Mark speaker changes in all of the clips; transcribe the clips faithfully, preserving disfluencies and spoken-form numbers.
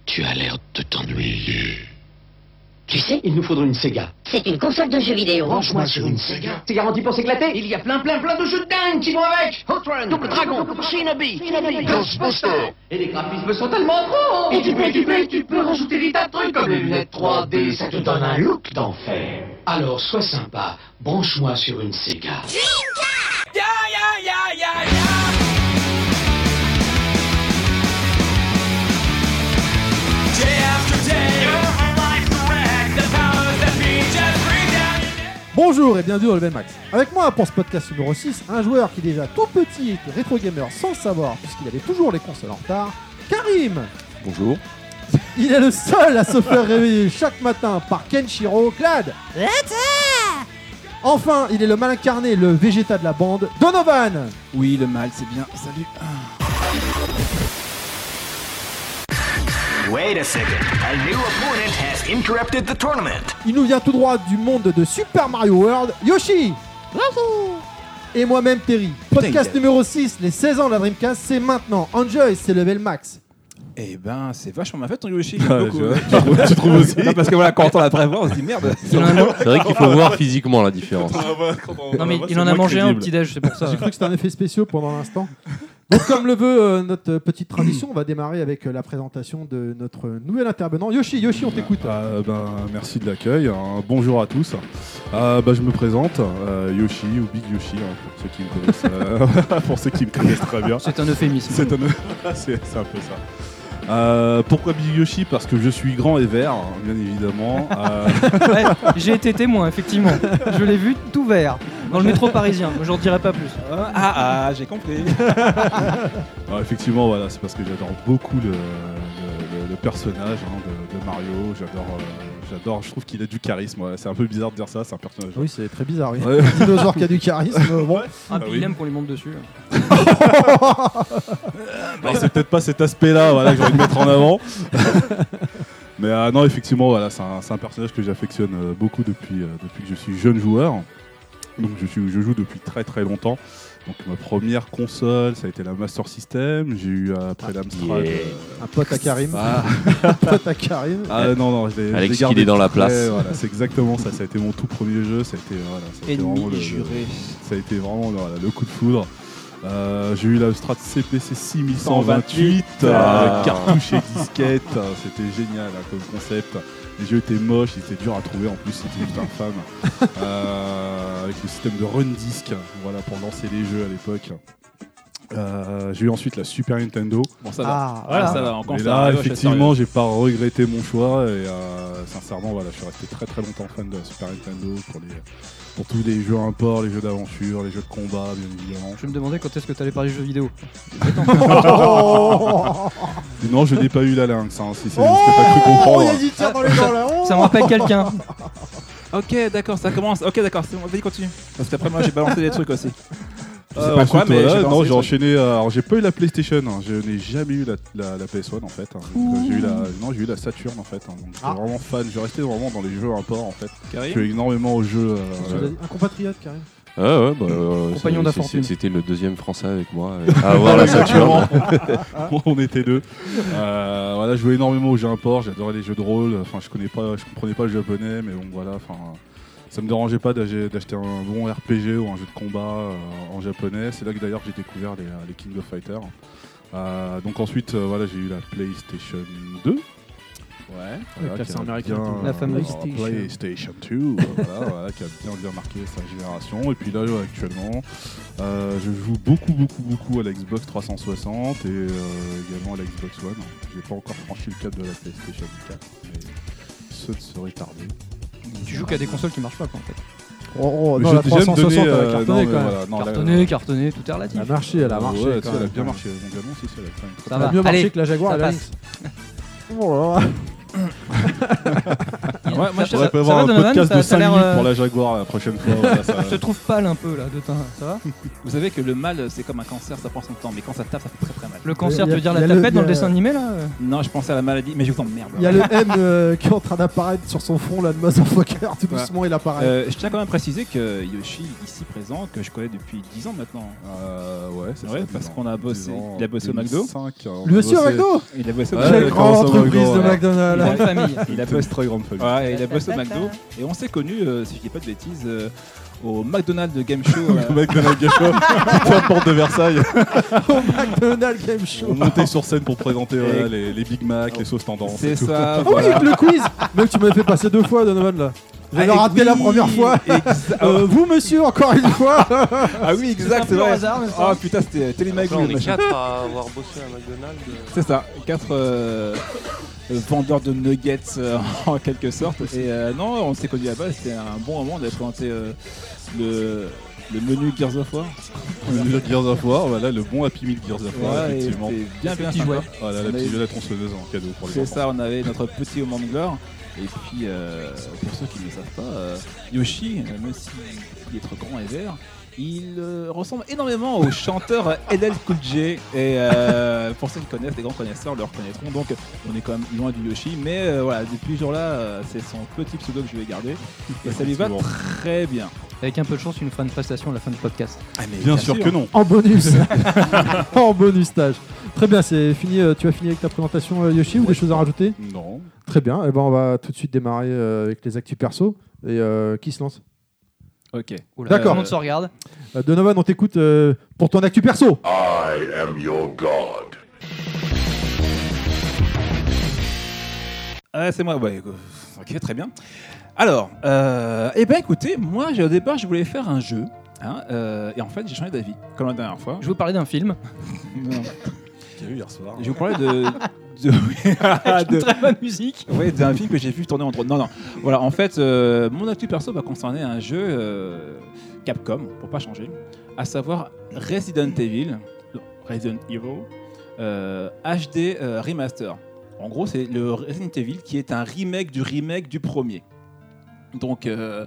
Speaker 1: Tu as l'air de t'ennuyer.
Speaker 2: Tu sais, il nous faudrait une Sega.
Speaker 3: C'est une console de jeux vidéo.
Speaker 2: Branche-moi sur une Sega. C'est garanti pour s'éclater. Il y a plein, plein, plein de jeux de dingue qui vont avec. Hot Run, Double Dragon, Shinobi, Ghostbusters. Et les graphismes sont tellement trop. Et tu peux, tu peux, tu peux rajouter des tas de trucs comme les lunettes trois D. Ça te donne un look d'enfer. Alors, sois sympa. Branche-moi sur une Sega.
Speaker 4: Yeah, yeah, yeah, yeah, yeah.
Speaker 5: Bonjour et bienvenue au Level Max. Avec moi pour ce podcast numéro six, un joueur qui déjà tout petit était rétro gamer sans le savoir puisqu'il avait toujours les consoles en retard, Karim.
Speaker 6: Bonjour.
Speaker 5: Il est le seul à se faire réveiller chaque matin par Kenshiro, Clad. Enfin, il est le mal incarné, le Vegeta de la bande, Donovan.
Speaker 7: Oui, le mal, c'est bien. Salut.
Speaker 8: Wait a second. A new opponent has interrupted the tournament.
Speaker 5: Il nous vient tout droit du monde de Super Mario World, Yoshi. Et moi-même, Terry. Podcast
Speaker 7: Putain,
Speaker 5: numéro six, les seize ans de la Dreamcast, c'est maintenant. Enjoy, c'est Level Max.
Speaker 7: Eh ben, c'est vachement mal fait ton Yoshi.
Speaker 6: Ah, tu, tu trouves aussi?
Speaker 7: Non, parce que voilà, quand on entend la prévoix, on se dit merde.
Speaker 6: C'est vrai qu'il faut voir physiquement la différence.
Speaker 9: Non mais il en a mangé un au petit-déj, c'est pour ça.
Speaker 5: J'ai cru que c'était un effet spécial pendant l'instant. Donc comme le veut euh, notre petite tradition, on va démarrer avec euh, la présentation de notre nouvel intervenant. Yoshi, Yoshi, on t'écoute.
Speaker 6: Euh, ben, merci de l'accueil. Hein. Bonjour à tous. Euh, ben, je me présente, euh, Yoshi ou Big Yoshi, hein, pour ceux qui me connaissent, euh, pour ceux qui me connaissent très bien.
Speaker 9: C'est un euphémisme.
Speaker 6: C'est, un... c'est, c'est un peu ça. Euh, pourquoi Big Yoshi? Parce que je suis grand et vert, bien évidemment. Euh...
Speaker 9: Ouais, j'ai été témoin, effectivement. Je l'ai vu tout vert, dans le métro parisien. J'en dirai pas plus.
Speaker 7: Ah, ah, j'ai compris.
Speaker 6: Alors, effectivement, voilà, c'est parce que j'adore beaucoup le, le, le, le personnage hein, de, de Mario. J'adore, euh, j'adore, je trouve qu'il a du charisme. Ouais. C'est un peu bizarre de dire ça, c'est un personnage.
Speaker 5: Oui, c'est très bizarre. Oui.
Speaker 6: Ouais.
Speaker 5: Un dinosaure qui a du charisme. Bon.
Speaker 9: Ah,
Speaker 6: Ah,
Speaker 9: puis
Speaker 6: oui.
Speaker 9: il aime qu'on lui monte dessus.
Speaker 6: Alors, c'est peut-être pas cet aspect-là voilà, que j'ai envie de mettre en avant. Mais euh, non, effectivement, voilà, c'est, un, c'est un personnage que j'affectionne euh, beaucoup depuis, euh, depuis que je suis jeune joueur. Donc je, suis, je joue depuis très très longtemps. Donc ma première console, ça a été la Master System. J'ai eu euh, après l'Amstrad.
Speaker 5: Yeah.
Speaker 6: Euh...
Speaker 5: Un pote à Karim.
Speaker 6: Ah.
Speaker 5: Un pote à Karim.
Speaker 6: Ah non, non, je l'ai,
Speaker 10: Alex
Speaker 6: je l'ai gardé
Speaker 10: qui est dans la
Speaker 6: très,
Speaker 10: place.
Speaker 6: Voilà, c'est exactement ça. Ça a été mon tout premier jeu. Ça a été, voilà, ça a été vraiment le,
Speaker 7: juré.
Speaker 6: le, ça a été vraiment voilà, le coup de foudre. Euh, j'ai eu l'Amstrad C P C six mille cent vingt-huit, euh, cartouche et disquette. C'était génial hein, comme concept. Les jeux étaient moches, ils étaient durs à trouver en plus, c'était juste infâme. euh, avec le système de run disc, voilà, pour lancer les jeux à l'époque. Euh, j'ai eu ensuite la Super Nintendo.
Speaker 7: Bon, ça va.
Speaker 5: Ah,
Speaker 7: Voilà,
Speaker 5: voilà.
Speaker 7: ça va. Encore
Speaker 6: Et
Speaker 7: ça
Speaker 6: là,
Speaker 7: arrive,
Speaker 6: effectivement, j'ai pas regretté mon choix. Et euh, sincèrement, voilà, je suis resté très très longtemps fan de la Super Nintendo pour, les, pour tous les jeux import, les jeux d'aventure, les jeux de combat, bien évidemment.
Speaker 9: Je me demandais quand est-ce que tu allais parler de jeux vidéo.
Speaker 6: Non, je n'ai pas eu la lynx, hein, si c'est
Speaker 5: Oh,
Speaker 6: ce que t'as cru
Speaker 5: il
Speaker 6: comprendre.
Speaker 5: a dit tiens dans les dents là. Oh.
Speaker 9: Ça me rappelle quelqu'un.
Speaker 7: Ok, d'accord, ça commence. Ok, d'accord, c'est bon, vas-y, continue. Parce qu'après, moi, j'ai balancé des trucs aussi. Je sais
Speaker 6: Euh,
Speaker 7: pas quoi,
Speaker 6: ensuite,
Speaker 7: mais
Speaker 6: voilà,
Speaker 7: j'ai
Speaker 6: non,
Speaker 7: balancé
Speaker 6: j'ai
Speaker 7: des
Speaker 6: enchaîné. euh, alors, j'ai pas eu la PlayStation. Hein, je n'ai jamais eu la, la, la P S un en fait. Hein, donc, euh, j'ai eu la, non, j'ai eu la Saturn en fait. Hein, donc, j'étais
Speaker 5: Ah.
Speaker 6: vraiment fan. Je restais vraiment dans les jeux import en fait.
Speaker 7: Karim.
Speaker 6: Je suis énormément aux jeux. Euh,
Speaker 5: Un compatriote, Karim.
Speaker 10: Ah ouais, bah, euh,
Speaker 9: Compagnon
Speaker 10: c'est-
Speaker 9: d'infortune.
Speaker 10: c'est- C'était le deuxième français avec moi euh, à avoir la Saturn.
Speaker 6: on était deux. Euh, voilà, je jouais énormément aux jeux import. J'adorais les jeux de rôle. Enfin, je connais pas, je comprenais pas le japonais, mais bon, voilà. Enfin, ça me dérangeait pas d'acheter, d'acheter un bon R P G ou un jeu de combat euh, en japonais. C'est là que d'ailleurs j'ai découvert les, les King of Fighters. Euh, donc ensuite, euh, voilà, j'ai eu la PlayStation deux.
Speaker 7: Ouais.
Speaker 6: Voilà,
Speaker 5: Avec
Speaker 6: qui
Speaker 5: l'accent
Speaker 6: a
Speaker 5: américain,
Speaker 6: bien-
Speaker 9: la fameuse
Speaker 6: euh, PlayStation deux, voilà, voilà, qui a bien bien marqué sa génération. Et puis là, actuellement, euh, je joue beaucoup, beaucoup, beaucoup à la Xbox trois cent soixante et euh, également à la Xbox One. J'ai pas encore franchi le cap de la PlayStation quatre, mais ce ne serait tardé.
Speaker 9: Tu joues qu'à des consoles qui marchent pas, quoi, en fait.
Speaker 5: Oh, oh,
Speaker 6: Mais
Speaker 5: non,
Speaker 6: je-
Speaker 5: la
Speaker 6: déjà me
Speaker 5: trois cent soixante,
Speaker 6: donner,
Speaker 5: elle a
Speaker 6: euh,
Speaker 5: cartonné
Speaker 6: non, mais
Speaker 5: quand même.
Speaker 6: voilà, non, la-
Speaker 9: Cartonné, cartonné, tout est relatif.
Speaker 5: Elle a marché, elle a marché.
Speaker 6: Ouais,
Speaker 5: quand
Speaker 6: tu sais, elle a
Speaker 5: même.
Speaker 6: bien marché. Mondialement, si, si, elle a quand même très
Speaker 9: Ça
Speaker 5: Elle a
Speaker 9: va.
Speaker 5: mieux marché
Speaker 9: Allez,
Speaker 5: que la Jaguar
Speaker 9: ça
Speaker 5: et la
Speaker 9: passe.
Speaker 5: Lynx. Oh là là.
Speaker 7: Ouais, moi,
Speaker 6: On
Speaker 7: je-
Speaker 6: pourrait
Speaker 9: ça
Speaker 6: pas avoir
Speaker 9: va,
Speaker 6: un
Speaker 9: Donovan,
Speaker 6: podcast
Speaker 9: ça-
Speaker 6: de
Speaker 9: ça a
Speaker 6: cinq
Speaker 9: l'air,
Speaker 6: minutes
Speaker 9: euh,
Speaker 6: pour la Jaguar la prochaine fois. Voilà, ça-
Speaker 9: Je te trouve pâle un peu là de teint, ça va?
Speaker 7: Vous savez que le mal, c'est comme un cancer, ça prend son temps, mais quand ça tape, ça fait très très mal.
Speaker 9: Le cancer,
Speaker 5: Il y
Speaker 9: tu
Speaker 5: a-
Speaker 9: veux dire
Speaker 5: il y
Speaker 9: la
Speaker 5: a le-
Speaker 9: tapette dans
Speaker 5: il y
Speaker 9: le
Speaker 5: a-
Speaker 9: dessin animé là?
Speaker 7: Non, je pensais à la maladie, mais je vous emmerde.
Speaker 5: Il y a le M euh, qui est en train d'apparaître sur son front là de Motherfucker, tout
Speaker 7: Ouais.
Speaker 5: doucement il apparaît.
Speaker 7: Euh, je tiens quand même à préciser que Yoshi, ici présent, que je connais depuis dix ans maintenant.
Speaker 6: Euh, ouais, c'est
Speaker 7: Ouais,
Speaker 6: ça,
Speaker 7: parce
Speaker 6: dix ans.
Speaker 7: qu'on a bossé-
Speaker 6: dix ans,
Speaker 7: il a bossé au McDo.
Speaker 6: deux mille cinq, hein, on
Speaker 5: Lui
Speaker 6: a
Speaker 5: aussi au
Speaker 6: bossé-
Speaker 5: McDo.
Speaker 7: Il a bossé au
Speaker 6: Ouais,
Speaker 7: McDo.
Speaker 5: Quelle
Speaker 6: ouais,
Speaker 5: grande
Speaker 6: comment ça va,
Speaker 5: entreprise de
Speaker 6: McDo, ouais.
Speaker 5: McDonald's.
Speaker 9: Grande famille.
Speaker 7: Il a
Speaker 6: C'est une
Speaker 7: bossé,
Speaker 6: très grande famille.
Speaker 7: ouais, il a bossé au McDo et on s'est connus, euh, si je dis pas de bêtises, euh, au McDonald's Game Show. euh,
Speaker 6: Le mec de la Gacho, c'était à Porte de Versailles.
Speaker 5: Au McDonald's Game Show.
Speaker 6: On montait sur scène pour présenter
Speaker 7: Et-
Speaker 6: voilà, les, les Big Mac, les sauces tendances.
Speaker 7: c'est
Speaker 6: et tout.
Speaker 7: ça.
Speaker 5: Ah oui,
Speaker 7: voilà.
Speaker 5: avec le quiz. Mec, tu m'avais fait passer deux fois Donovan là. J'avais
Speaker 7: Ah,
Speaker 5: raté
Speaker 7: oui,
Speaker 5: la première fois.
Speaker 7: exa-
Speaker 5: Euh, vous monsieur encore une fois.
Speaker 7: Ah oui, exact,
Speaker 9: un
Speaker 7: c'est
Speaker 9: peu au
Speaker 7: vrai.
Speaker 9: hasard, mais ça
Speaker 7: Ah
Speaker 9: va.
Speaker 7: putain, c'était Télémagou.
Speaker 10: Après, on
Speaker 7: le
Speaker 10: est
Speaker 7: machin.
Speaker 10: quatre à avoir bossé à McDonald's.
Speaker 7: C'est ça, quatre euh, euh, vendeurs de nuggets euh, en quelque sorte. Et euh, non, on s'est connus là-bas, c'était un bon moment. On avait présenté euh, le, le menu Gears of War.
Speaker 6: On a vu Gears of War, voilà, le bon Happy Meal Gears of War,
Speaker 7: Ouais, et
Speaker 6: effectivement.
Speaker 7: c'était bien, bien
Speaker 9: Petit
Speaker 7: sympa.
Speaker 9: jouet.
Speaker 6: Voilà, la
Speaker 7: On
Speaker 6: petite
Speaker 7: avait-
Speaker 6: la tronçonneuse en cadeau pour les
Speaker 7: C'est
Speaker 6: enfants.
Speaker 7: ça, on avait notre petit moment de gloire. Et puis, euh, pour ceux qui ne le savent pas, euh, Yoshi, euh, même s'il est trop grand et vert, il euh, ressemble énormément au chanteur L L Cool J. Et euh, pour ceux qui connaissent, les grands connaisseurs le reconnaîtront. Donc, on est quand même loin du Yoshi. Mais euh, voilà, depuis ce jour-là, euh, c'est son petit pseudo que je vais garder. Et ça lui va
Speaker 6: Effectivement.
Speaker 7: très bien.
Speaker 9: Avec un peu de chance, tu nous feras une prestation à la fin du podcast.
Speaker 6: Bien, sûr, que non.
Speaker 5: En bonus. En bonus stage. Très bien, c'est fini. euh, Tu as fini avec ta présentation euh, Yoshi ou des choses à rajouter?
Speaker 6: Non.
Speaker 5: Très bien. Et ben on va tout de suite démarrer euh, avec les actus perso. Et euh, qui se lance?
Speaker 7: Ok.
Speaker 9: Oula,
Speaker 5: D'accord.
Speaker 9: Tout le monde se regarde.
Speaker 5: Euh, Donovan, on t'écoute euh, pour ton actu perso.
Speaker 1: I am your god.
Speaker 7: Ah, c'est moi, ouais, écoute, ok, très bien. Alors, euh, eh ben écoutez, moi j'ai- au départ je voulais faire un jeu, hein, euh, et en fait j'ai changé d'avis, comme la dernière fois.
Speaker 9: Je vais vous parler d'un film.
Speaker 7: Non.
Speaker 6: J'ai vu hier soir.
Speaker 7: Je vais vous parler de... de,
Speaker 9: Une très bonne musique.
Speaker 7: ouais, d'un film que j'ai vu tourner en drone. Non, non, voilà, en fait, euh, mon actu perso va concerner un jeu euh, Capcom, pour pas changer, à savoir Resident Evil, non, Resident Evil, euh, H D euh, Remaster. En gros, c'est le Resident Evil qui est un remake du remake du premier. Donc, euh,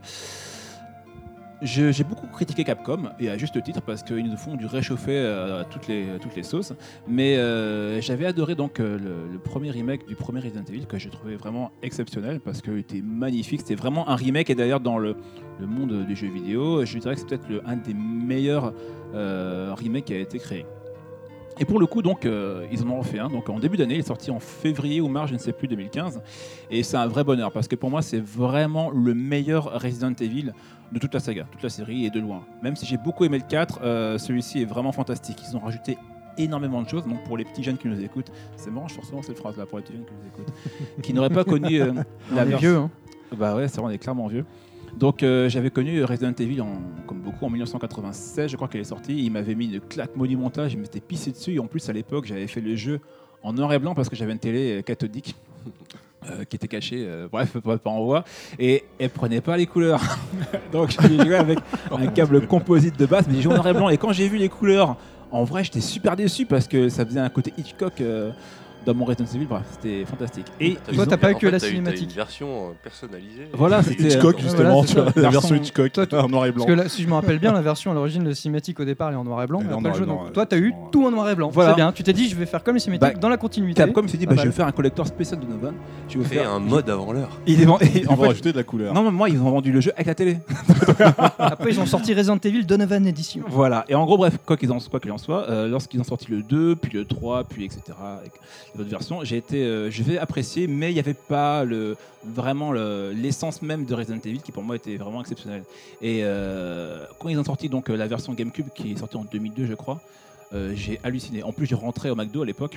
Speaker 7: je- j'ai beaucoup critiqué Capcom, et à juste titre, parce qu'ils nous font du réchauffé euh, à toutes les, à toutes les sauces. Mais euh, j'avais adoré donc euh, le, le premier remake du premier Resident Evil, que j'ai trouvé vraiment exceptionnel, parce qu'il était magnifique. C'était vraiment un remake, et d'ailleurs, dans le, le monde des jeux vidéo, je dirais que c'est peut-être le- un des meilleurs euh, remakes qui a été créé. Et pour le coup, donc, euh, ils en ont refait un. Donc, en début d'année, il est sorti en février ou mars, je ne sais plus, deux mille quinze. Et c'est un vrai bonheur parce que pour moi, c'est vraiment le meilleur Resident Evil de toute la saga, toute la série et de loin. Même si j'ai beaucoup aimé le quatre, euh, celui-ci est vraiment fantastique. Ils ont rajouté énormément de choses. Donc, pour les petits jeunes qui nous écoutent, c'est marrant, je sors souvent cette phrase-là pour les petits jeunes qui nous écoutent, qui n'auraient pas connu euh,
Speaker 9: On
Speaker 7: la
Speaker 9: est
Speaker 7: version.
Speaker 9: vieux, hein.
Speaker 7: Bah ouais, c'est vrai, on est clairement vieux. Donc euh, j'avais connu Resident Evil, en, comme beaucoup, en mille neuf cent quatre-vingt-seize, je crois qu'elle est sortie. Il m'avait mis une claque monumentale, je m'étais pissé dessus. Et en plus, à l'époque, j'avais fait le jeu en noir et blanc parce que j'avais une télé euh, cathodique euh, qui était cachée, euh, bref, pas, pas en voix. Et elle prenait pas les couleurs. Donc j'ai joué avec un câble composite de base, mais j'ai joué en noir et blanc. Et quand j'ai vu les couleurs, en vrai, j'étais super déçu parce que ça faisait un côté Hitchcock. Euh, dans mon Resident Evil, bref, c'était fantastique. Et
Speaker 10: T'as
Speaker 9: Toi,
Speaker 10: eu-
Speaker 9: t'as pas eu
Speaker 10: en
Speaker 9: que
Speaker 10: fait,
Speaker 9: la
Speaker 10: t'as eu- t'as eu
Speaker 9: cinématique.
Speaker 10: une version euh, personnalisée.
Speaker 7: voilà, c'était
Speaker 6: Hitchcock,
Speaker 7: euh,
Speaker 6: justement,
Speaker 9: voilà, c'est
Speaker 6: tu vois,
Speaker 9: ça.
Speaker 6: la version
Speaker 7: Version-
Speaker 6: Hitchcock
Speaker 9: Toi, tu-
Speaker 6: en noir et blanc.
Speaker 9: Parce que là, si je me rappelle bien, la version à l'origine de cinématique au départ elle est en noir et blanc.
Speaker 6: Elle est
Speaker 9: mais
Speaker 6: en
Speaker 9: après
Speaker 6: noir
Speaker 9: le
Speaker 6: et
Speaker 9: jeu,
Speaker 6: blanc,
Speaker 9: donc toi, t'as eu
Speaker 6: effectivement, ouais.
Speaker 9: tout en noir et blanc.
Speaker 7: Voilà.
Speaker 9: C'est bien. Tu t'es dit, je vais faire comme les cinématiques
Speaker 7: Bah,
Speaker 9: dans la continuité.
Speaker 7: Capcom s'est dit,
Speaker 9: Pas
Speaker 7: bah, je
Speaker 9: mal.
Speaker 7: vais faire un collector spécial de Donovan. Je vais
Speaker 10: Fait
Speaker 7: faire
Speaker 10: un mode avant l'heure.
Speaker 7: Il est vend- et
Speaker 6: Ils
Speaker 7: en
Speaker 6: vont
Speaker 7: fait,
Speaker 6: rajouter de la couleur.
Speaker 7: non, mais moi, ils ont vendu le jeu avec la télé.
Speaker 9: Après, ils ont sorti Resident Evil Donovan Edition.
Speaker 7: Voilà. Et en gros, bref, quoi qu'il en, quoi qu'il en soit, euh, lorsqu'ils ont sorti le deux, puis le trois, puis et cetera, avec les autres versions, j'ai été, euh, je vais apprécier, mais il n'y avait pas le, vraiment le- l'essence même de Resident Evil qui pour moi était vraiment exceptionnelle. Et euh, quand ils ont sorti donc euh, la version GameCube qui est sortie en deux mille deux, je crois, euh, j'ai halluciné. En plus, je rentrais au McDo à l'époque.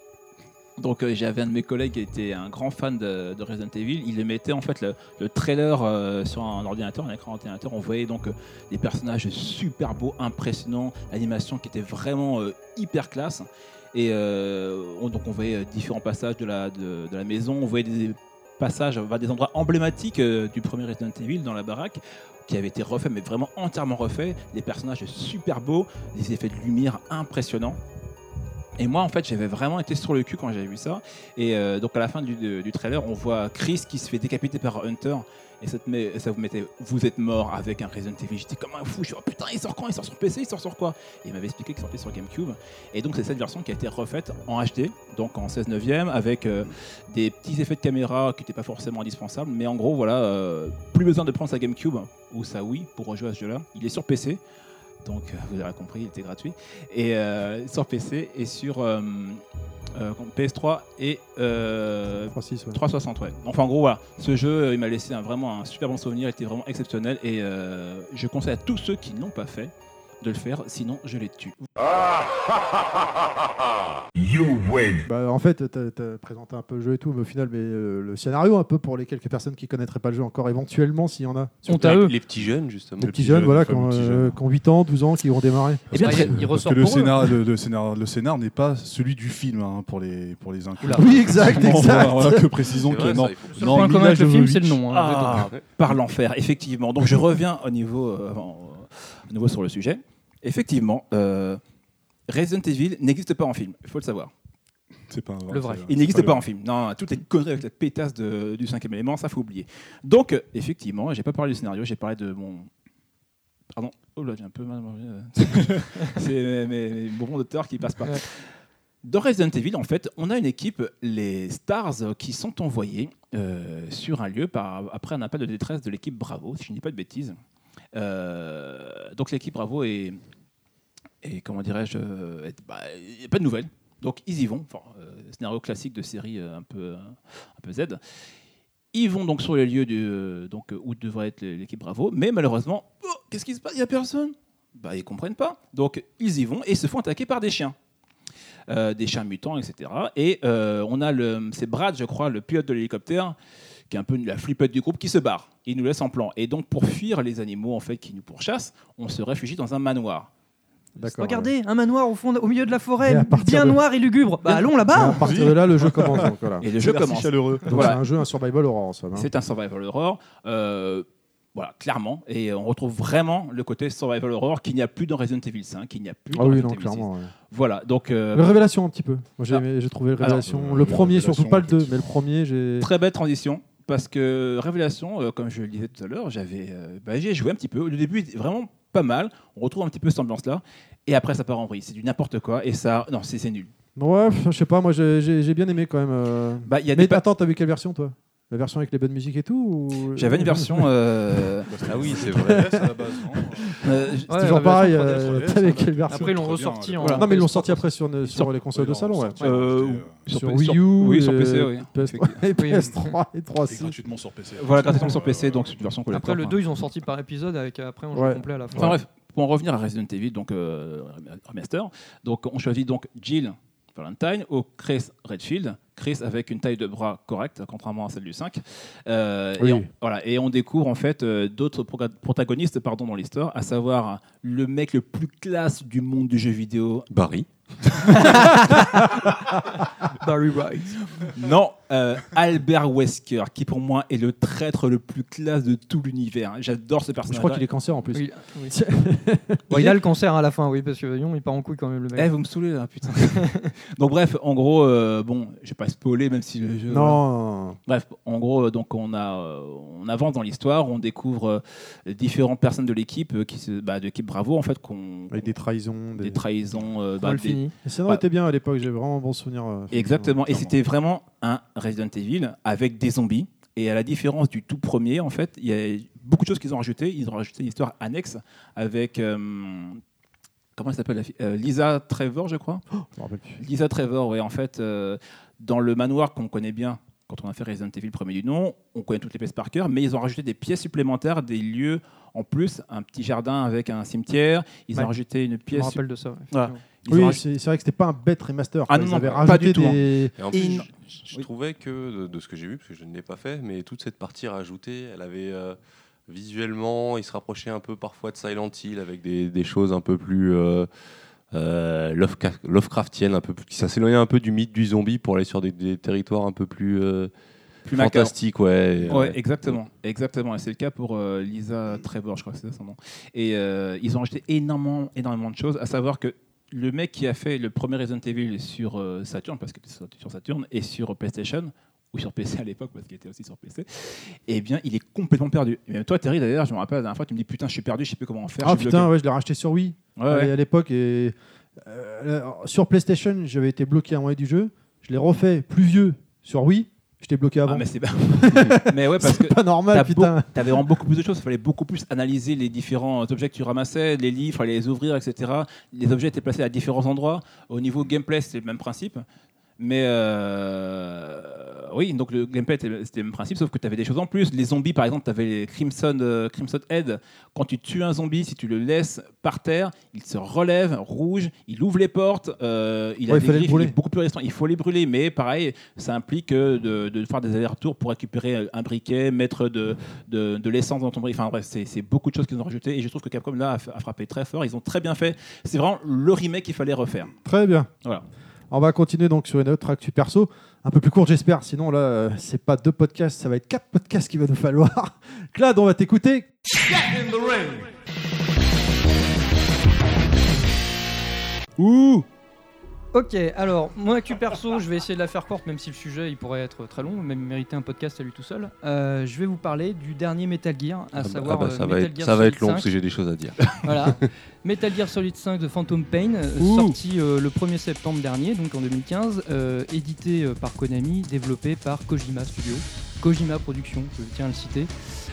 Speaker 7: Donc euh, j'avais un de mes collègues qui était un grand fan de, de Resident Evil. Il le mettait en fait le, le trailer euh, sur un ordinateur, un écran ordinateur. On voyait donc euh, des personnages super beaux, impressionnants, l'animation qui était vraiment euh, hyper classe. Et euh, on, donc on voyait euh, différents passages de la, de, de la maison. On voyait des passages, enfin, des endroits emblématiques euh, du premier Resident Evil dans la baraque, qui avait été refait, mais vraiment entièrement refait. Des personnages super beaux, des effets de lumière impressionnants. Et moi, en fait, j'avais vraiment été sur le cul quand j'avais vu ça. Et euh, donc, à la fin du, du, du trailer, on voit Chris qui se fait décapiter par Hunter. Et ça, te met, ça vous mettait, vous êtes mort avec un Resident Evil. J'étais comme un fou. Je suis, oh putain, il sort quand? Il sort sur P C, il sort sur quoi? Et il m'avait expliqué qu'il sortait sur GameCube. Et donc, c'est cette version qui a été refaite en H D, donc en seize neuvième, avec euh, des petits effets de caméra qui n'étaient pas forcément indispensables. Mais en gros, voilà, euh, plus besoin de prendre sa GameCube ou sa Wii pour rejouer à ce jeu-là. Il est sur P C. Donc, euh, vous avez compris, il était gratuit. Et euh, sur P C et sur euh, euh, P S trois et euh,
Speaker 5: trois cent soixante, ouais.
Speaker 7: trois cent soixante, ouais. Enfin, en gros, voilà. Ce jeu, euh, il m'a laissé un, vraiment un super bon souvenir. Il était vraiment exceptionnel. Et euh, je conseille à tous ceux qui ne l'ont pas fait de le faire, sinon je les tue.
Speaker 1: You win.
Speaker 5: Bah, en fait, t'as, t'as présenté un peu le jeu et tout, mais au final, mais, euh, le scénario un peu pour les quelques personnes qui connaîtraient pas le jeu encore, éventuellement, s'il y en a.
Speaker 9: Honte à eux.
Speaker 10: Les petits jeunes, justement.
Speaker 5: Les petits jeunes,
Speaker 6: jeunes,
Speaker 5: voilà,
Speaker 6: les
Speaker 5: qui ont,
Speaker 6: fameux petits
Speaker 5: euh,
Speaker 6: jeunes.
Speaker 5: qui ont huit ans, douze ans, qui vont démarrer.
Speaker 7: Eh bien,
Speaker 9: Parce
Speaker 7: très-
Speaker 9: qu'il- il
Speaker 6: Parce
Speaker 9: ressort
Speaker 6: que le
Speaker 9: pour eux.
Speaker 6: scénar, le, le scénar, le scénar n'est pas celui du film hein, pour les pour les inclus.
Speaker 9: Oula.
Speaker 5: Oui, exact,
Speaker 6: Bon,
Speaker 5: exact.
Speaker 6: voilà, voilà, que précisons
Speaker 10: C'est
Speaker 6: que
Speaker 10: vrai,
Speaker 6: non.
Speaker 10: ça, il faut que-
Speaker 9: Le
Speaker 6: non,
Speaker 9: point commun
Speaker 6: Mila
Speaker 9: avec le film, c'est le
Speaker 6: Jovovich-
Speaker 9: nom. hein,
Speaker 7: Ah, par l'enfer, effectivement. Donc je reviens au niveau, euh, en- à nouveau sur le sujet. Effectivement, euh, Resident Evil n'existe pas en film, il faut le savoir.
Speaker 6: C'est pas un
Speaker 9: Le vrai.
Speaker 6: c'est-
Speaker 7: Il
Speaker 6: c'est
Speaker 7: n'existe
Speaker 6: le
Speaker 7: pas
Speaker 6: vrai.
Speaker 7: en film. Non, toutes les conneries avec la pétasse de- du cinquième élément, ça faut oublier. Donc, euh, effectivement, j'ai pas parlé du scénario, j'ai parlé de mon. Pardon. Oh là, j'ai un peu mal mangé. euh. C'est mes, mes, mes bonbons de tort qui passent pas.
Speaker 9: Ouais.
Speaker 7: Dans Resident Evil, en fait, on a une équipe, les Stars, euh, qui sont envoyés euh, sur un lieu par, après un appel de détresse de l'équipe Bravo, si je ne dis pas de bêtises. Euh, donc l'équipe Bravo est, est comment dirais-je, euh, est- bah, il n'y a pas de nouvelles. Donc ils y vont, enfin, euh, scénario classique de série euh, un peu, un peu Z. Ils vont donc sur les lieux du, euh, donc, euh, où devrait être l'équipe Bravo, mais malheureusement, oh, qu'est-ce qui se passe? Il n'y a personne. Bah, ils ne comprennent pas. Donc ils y vont et se font attaquer par des chiens. Euh, des chiens mutants, et cetera. Et euh, on a le, c'est Brad, je crois, le pilote de l'hélicoptère, qui est un peu la flippette du groupe, qui se barre. Il nous laisse en plan. Et donc, pour fuir les animaux en fait qui nous pourchassent, on se réfugie dans un manoir.
Speaker 5: D'accord.
Speaker 9: Regardez, un manoir au, fond, au milieu de la
Speaker 5: Et
Speaker 9: forêt,
Speaker 5: à partir
Speaker 9: bien
Speaker 5: de-
Speaker 9: noir et lugubre. Bah allons
Speaker 5: Et à
Speaker 9: là-bas.
Speaker 5: partir de là, le jeu commence. Donc, voilà.
Speaker 7: Et le jeu
Speaker 6: Merci
Speaker 7: commence.
Speaker 6: chaleureux.
Speaker 5: Donc,
Speaker 7: Voilà.
Speaker 5: c'est un jeu, un survival horror, en somme. hein.
Speaker 7: C'est un survival horror. Euh, voilà, clairement. Et on retrouve vraiment le côté survival horror qu'il n'y a plus dans Resident Evil cinq, qu'il n'y a plus
Speaker 5: Ah
Speaker 7: dans
Speaker 5: oui,
Speaker 7: Resident
Speaker 5: non,
Speaker 7: Evil six.
Speaker 5: clairement. ouais.
Speaker 7: Voilà, donc euh,
Speaker 5: Le Révélation, un petit peu. Moi, j'ai,
Speaker 7: Ah.
Speaker 5: aimé- j'ai trouvé le
Speaker 7: Alors,
Speaker 5: Révélation.
Speaker 6: euh,
Speaker 5: le
Speaker 6: la
Speaker 5: premier, surtout
Speaker 6: Révélation,
Speaker 5: pas le deux,
Speaker 6: effectivement.
Speaker 5: mais le premier, j'ai.
Speaker 7: très belle transition. Parce que Révélation, euh, comme je le disais tout à l'heure, j'avais, euh, bah, j'y ai joué un petit peu. Le début est vraiment pas mal. On retrouve un petit peu cette ambiance-là. Et après, ça part en vrille. C'est du n'importe quoi. Et ça, non, c'est, c'est nul.
Speaker 5: Ouais, je sais pas, moi, j'ai, j'ai- j'ai bien aimé quand même. euh.
Speaker 7: Bah, il y a
Speaker 5: Mais
Speaker 7: des pa-
Speaker 5: attends, t'as vu quelle version, toi? La version avec les bonnes musiques et tout ou...
Speaker 7: J'avais une version. euh,
Speaker 10: Ah oui, c'est vrai.
Speaker 6: à la base. non.
Speaker 7: euh,
Speaker 5: C'est
Speaker 9: Ouais,
Speaker 5: toujours
Speaker 9: la
Speaker 5: pareil.
Speaker 9: version
Speaker 5: euh,
Speaker 6: trois D S,
Speaker 5: T'avais
Speaker 6: hein,
Speaker 5: quelle version?
Speaker 9: Après ils l'ont
Speaker 6: Très bien,
Speaker 9: ressorti
Speaker 6: ouais.
Speaker 9: en.
Speaker 5: Voilà. Non, mais ils l'ont sorti après sur, une- sur les consoles
Speaker 6: Oui,
Speaker 5: de
Speaker 6: non,
Speaker 5: salon, ouais.
Speaker 6: sorti,
Speaker 7: Euh,
Speaker 6: c'était,
Speaker 5: Sur
Speaker 7: P-
Speaker 5: Wii U,
Speaker 7: oui, sur P C,
Speaker 5: euh,
Speaker 7: oui.
Speaker 5: P S trois, et P S trois et trois
Speaker 6: Et
Speaker 5: six.
Speaker 6: gratuitement sur P C.
Speaker 7: Voilà, gratuitement sur P C, donc c'est une version collector.
Speaker 9: Après le deux ils ont sorti par épisode avec euh, après un jeu
Speaker 5: Ouais.
Speaker 9: complet à la fin.
Speaker 7: Enfin bref, pour en revenir à Resident Evil, donc euh, remaster, donc on choisit donc Jill Valentine au Chris Redfield, Chris avec une taille de bras correcte, contrairement à celle du cinq. Euh,
Speaker 5: Oui.
Speaker 7: et, on, voilà, et on découvre en fait euh, d'autres proga- protagonistes pardon, dans l'histoire, à savoir le mec le plus classe du monde du jeu vidéo.
Speaker 10: Barry.
Speaker 9: Barry Wright.
Speaker 7: Non, euh, Albert Wesker, qui pour moi est le traître le plus classe de tout l'univers. J'adore ce
Speaker 5: Je
Speaker 7: personnage.
Speaker 5: crois qu'il est cancer en plus.
Speaker 9: Oui, oui. Bon, il a le cancer à la fin, oui, parce que voyons, il part en couille quand même le mec.
Speaker 7: Eh, vous me saoulez là, putain. Donc bref, en gros, euh, bon, je vais pas spoiler, même si le jeu. voilà.
Speaker 5: Non.
Speaker 7: Bref, en gros, euh, donc on a, euh, on avance dans l'histoire, on découvre euh, différentes personnes de l'équipe, euh, qui se, bah, de l'équipe Bravo en fait, qu'on
Speaker 5: Avec des trahisons.
Speaker 7: des trahisons, euh, bah,
Speaker 9: Mal
Speaker 7: des-
Speaker 9: fini.
Speaker 5: Le scénario
Speaker 7: Ouais.
Speaker 5: était bien à l'époque, j'ai vraiment un bon souvenir. euh,
Speaker 7: Exactement. Et
Speaker 5: clairement.
Speaker 7: c'était vraiment un Resident Evil avec des zombies. Et à la différence du tout premier, en fait, il y a beaucoup de choses qu'ils ont rajoutées. Ils ont rajouté une histoire annexe avec euh, comment elle s'appelle la fille Euh, Lisa Trevor, je crois.
Speaker 5: Je me rappelle plus.
Speaker 7: Lisa Trevor, oui, en fait, euh, dans le manoir qu'on connaît bien, quand on a fait Resident Evil premier du nom, on connaît toutes les pièces par cœur, mais ils ont rajouté des pièces supplémentaires, des lieux en plus, un petit jardin avec un cimetière. Ils
Speaker 9: Ouais.
Speaker 7: ont rajouté une
Speaker 9: Je me
Speaker 7: pièce.
Speaker 9: rappelle de ça. ouais,
Speaker 7: Voilà.
Speaker 9: effectivement.
Speaker 7: Ils ont
Speaker 5: Oui,
Speaker 7: rajouté-
Speaker 5: c'est c'est vrai que c'était pas un bête remaster.
Speaker 7: Ah
Speaker 5: quoi.
Speaker 7: non,
Speaker 5: Ils
Speaker 7: non,
Speaker 5: avaient
Speaker 7: pas
Speaker 5: rajouté
Speaker 7: du tout, hein.
Speaker 5: des...
Speaker 10: Et en plus,
Speaker 7: Et-
Speaker 10: je, je
Speaker 7: Oui.
Speaker 10: trouvais que, de, de ce que j'ai vu, parce que je ne l'ai pas fait, mais toute cette partie rajoutée, elle avait euh, visuellement, il se rapprochait un peu parfois de Silent Hill avec des, des choses un peu plus euh, euh, Lovecra- Lovecraftiennes, un peu plus, qui s'éloignait un peu du mythe du zombie pour aller sur des, des territoires un peu plus, euh,
Speaker 7: Plus macabre.
Speaker 10: fantastiques. Ouais, et,
Speaker 7: Ouais,
Speaker 10: euh,
Speaker 7: exactement, exactement. Et c'est le cas pour euh, Lisa Trevor, je crois que c'est ça son nom. Et euh, ils ont rajouté énormément, énormément de choses, à savoir que le mec qui a fait le premier Resident Evil sur euh, Saturn, parce qu'il était sur, sur Saturn, et sur PlayStation, ou sur P C à l'époque, parce qu'il était aussi sur P C, eh bien, il est complètement perdu. Et même toi, Terry, d'ailleurs, je me rappelle la dernière fois, tu me dis putain, je suis perdu, je sais plus comment faire.
Speaker 5: Ah putain, ouais, je l'ai racheté sur Wii
Speaker 7: Ouais,
Speaker 5: à,
Speaker 7: ouais.
Speaker 5: à l'époque. Et euh, sur PlayStation, j'avais été bloqué à moitié du jeu. Je l'ai refait plus vieux sur Wii. J'étais bloqué avant.
Speaker 7: Ah, mais c'est pas... mais ouais, parce
Speaker 5: c'est
Speaker 7: que
Speaker 5: pas normal,
Speaker 7: t'as
Speaker 5: putain.
Speaker 7: beau- t'avais vraiment beaucoup plus de choses. Il fallait beaucoup plus analyser les différents objets que tu ramassais, les livres, fallait les ouvrir, et cetera. Les objets étaient placés à différents endroits. Au niveau gameplay, c'est le même principe. Mais euh, oui, donc le gameplay était- c'était le même principe, sauf que tu avais des choses en plus. Les zombies, par exemple, tu avais les Crimson, euh, Crimson Head. Quand tu tues un zombie, si tu le laisses par terre, il se relève, rouge, il ouvre les portes, euh, il
Speaker 5: Ouais,
Speaker 7: a
Speaker 5: il
Speaker 7: des
Speaker 5: fallait le
Speaker 7: griffes,
Speaker 5: brûler.
Speaker 7: il est beaucoup plus résistant. Il faut les brûler, mais pareil, ça implique euh, de, de faire des allers-retours pour récupérer un briquet, mettre de, de, de l'essence dans ton briquet. Enfin bref, c'est c'est beaucoup de choses qu'ils ont rajouté et je trouve que Capcom là a, f- a frappé très fort. Ils ont très bien fait. C'est vraiment le remake qu'il fallait refaire.
Speaker 5: Très bien.
Speaker 7: Voilà.
Speaker 5: On va continuer donc sur une autre actu perso, un peu plus courte j'espère, sinon là euh, c'est pas deux podcasts, ça va être quatre podcasts qu'il va nous falloir. Claude, on va t'écouter.
Speaker 7: Ouh.
Speaker 9: Ok, alors, mon actu perso, je vais essayer de la faire courte, même si le sujet il pourrait être très long, même mériter un podcast à lui tout seul. Euh, je vais vous parler du dernier Metal Gear, à
Speaker 10: Ah bah-
Speaker 9: savoir
Speaker 10: ah bah, ça
Speaker 9: euh,
Speaker 10: va
Speaker 9: Metal
Speaker 10: être,
Speaker 9: Gear
Speaker 10: ça va être
Speaker 9: Solid
Speaker 10: long
Speaker 9: cinq.
Speaker 10: parce que j'ai des choses à dire.
Speaker 9: Voilà. Metal Gear Solid cinq de Phantom Pain, euh,
Speaker 7: Ouh.
Speaker 9: sorti euh, le premier septembre dernier, donc en deux mille quinze, euh, édité euh, par Konami, développé par Kojima Studio, Kojima Productions, je tiens à le citer.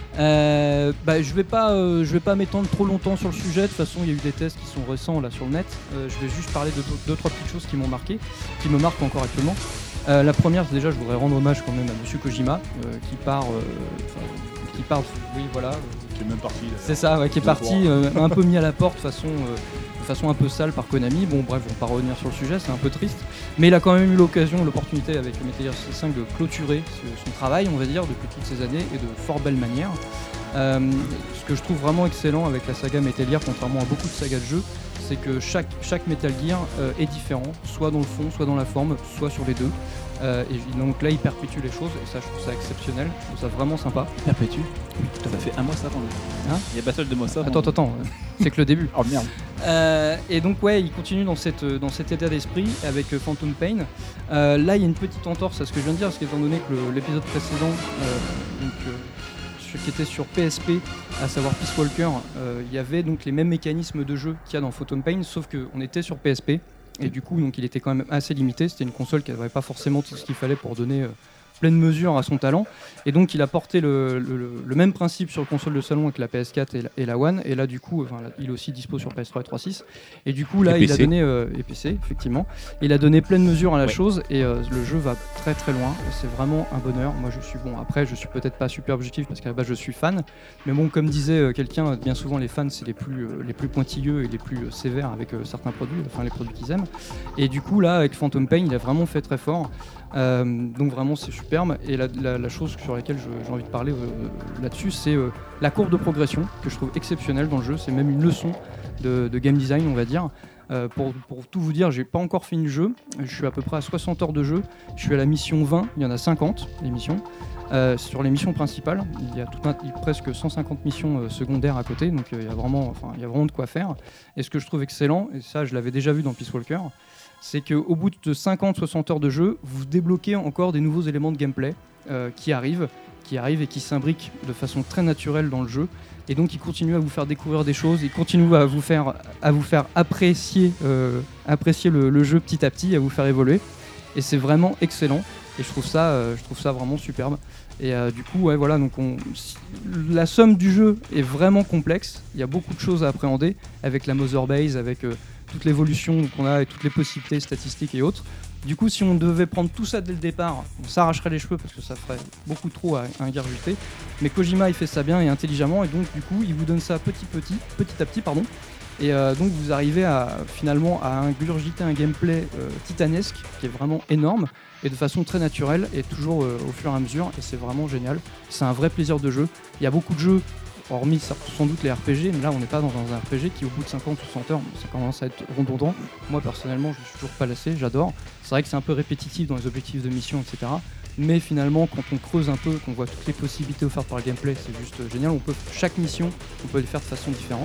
Speaker 9: Euh, bah, je vais pas, euh, je vais pas m'étendre trop longtemps sur le sujet. De toute façon, il y a eu des tests qui sont récents là sur le net. Euh, je vais juste parler de deux, deux, trois petites choses qui m'ont marqué, qui me marquent encore actuellement. Euh, la première, c'est déjà, je voudrais rendre hommage quand même à Monsieur Kojima, euh, qui part, euh, enfin, qui part, oui, voilà. euh,
Speaker 6: Qui est même parti. là.
Speaker 9: C'est ça, ouais, qui est parti euh, un peu mis à la porte façon, euh, de façon un peu sale par Konami. Bon bref, on va pas revenir sur le sujet, c'est un peu triste. Mais il a quand même eu l'occasion, l'opportunité avec Metal Gear Solid cinq de clôturer ce- son travail, on va dire, depuis toutes ces années et de fort belle manière. Euh, ce que je trouve vraiment excellent avec la saga Metal Gear, contrairement à beaucoup de sagas de jeux, c'est que chaque, chaque Metal Gear euh, est différent, soit dans le fond, soit dans la forme, soit sur les deux. Euh, et donc là, il perpétue les choses, et ça, je trouve ça exceptionnel, je trouve ça vraiment sympa.
Speaker 7: Perpétue. Ça fait un mois ça avant.
Speaker 9: Hein
Speaker 7: Il y a Battle de Mossa.
Speaker 9: Attends, attends, attends, euh, c'est que le début.
Speaker 7: Oh merde.
Speaker 9: Euh, et donc ouais, il continue dans, cette, dans cet état d'esprit avec euh, Phantom Pain. Euh, là, il y a une petite entorse à ce que je viens de dire, parce qu'étant donné que le- l'épisode précédent, euh, donc, euh, ce qui était sur P S P, à savoir Peace Walker, euh, il y avait donc les mêmes mécanismes de jeu qu'il y a dans Phantom Pain, sauf qu'on était sur P S P. Et du coup, donc, il était quand même assez limité. C'était une console qui n'avait pas forcément tout ce qu'il fallait pour donner euh, pleine mesure à son talent. Et donc, il a porté le, le- le- le même principe sur le console de salon avec la P S quatre et la, et la One. Et là, du coup, enfin, là, il est aussi dispo sur P S trois et trois point six. Et du coup, là,
Speaker 10: Et
Speaker 9: il a
Speaker 10: P C.
Speaker 9: donné euh, et P C, effectivement. Il a donné pleine mesure à la
Speaker 7: Ouais.
Speaker 9: chose. Et euh, le jeu va très très loin. Et c'est vraiment un bonheur. Moi, je suis bon. Après, je suis peut-être pas super objectif parce qu'à la base, je suis fan. Mais bon, comme disait euh, quelqu'un, bien souvent, les fans, c'est les plus, euh, les plus pointilleux et les plus euh, sévères avec euh, certains produits, enfin les produits qu'ils aiment. Et du coup, là, avec Phantom Pain, il a vraiment fait très fort. Euh, donc vraiment, c'est superbe. Et la, la- la chose sur laquelle je- j'ai envie de parler euh, là-dessus, c'est euh, la courbe de progression que je trouve exceptionnelle dans le jeu. C'est même une leçon de, de game design, on va dire. Euh, pour, pour tout vous dire, j'ai pas encore fini le jeu. Je suis à peu près à soixante heures de jeu. Je suis à la mission vingt. Il y en a cinquante, les missions. Euh, sur les missions principales, il y a tout un, il y a presque cent cinquante missions euh, secondaires à côté, donc euh, il y a vraiment, enfin, il y a vraiment de quoi faire. Et ce que je trouve excellent, et ça je l'avais déjà vu dans Peace Walker, c'est qu'au bout de cinquante à soixante heures de jeu, vous débloquez encore des nouveaux éléments de gameplay euh, qui arrivent, qui arrivent et qui s'imbriquent de façon très naturelle dans le jeu. Et donc, il continue à vous faire découvrir des choses, il continue à vous faire, à vous faire apprécier, euh, apprécier le, le jeu petit à petit, à vous faire évoluer. Et c'est vraiment excellent. Et je trouve ça, euh, je trouve ça vraiment superbe. Et euh, du coup, ouais, voilà, donc on, si- la somme du jeu est vraiment complexe. Il y a beaucoup de choses à appréhender avec la Mother Base, avec euh, toute l'évolution qu'on a et toutes les possibilités statistiques et autres. Du coup, si on devait prendre tout ça dès le départ, on s'arracherait les cheveux parce que ça ferait beaucoup trop à ingurgiter. Mais Kojima, il fait ça bien et intelligemment, et donc du coup, il vous donne ça petit petit, petit à petit, pardon. Et euh, donc vous arrivez à finalement à ingurgiter un gameplay euh, titanesque qui est vraiment énorme et de façon très naturelle et toujours euh, au fur et à mesure, et c'est vraiment génial. C'est un vrai plaisir de jeu. Il y a beaucoup de jeux, hormis sans doute les R P G, mais là on n'est pas dans un R P G qui au bout de cinquante ou soixante heures, ça commence à être redondant. Moi personnellement, je suis toujours pas lassé, j'adore. C'est vrai que c'est un peu répétitif dans les objectifs de mission, et cetera. Mais finalement, quand on creuse un peu, qu'on voit toutes les possibilités offertes par le gameplay, c'est juste génial. On peut, chaque mission, on peut le faire de façon différente.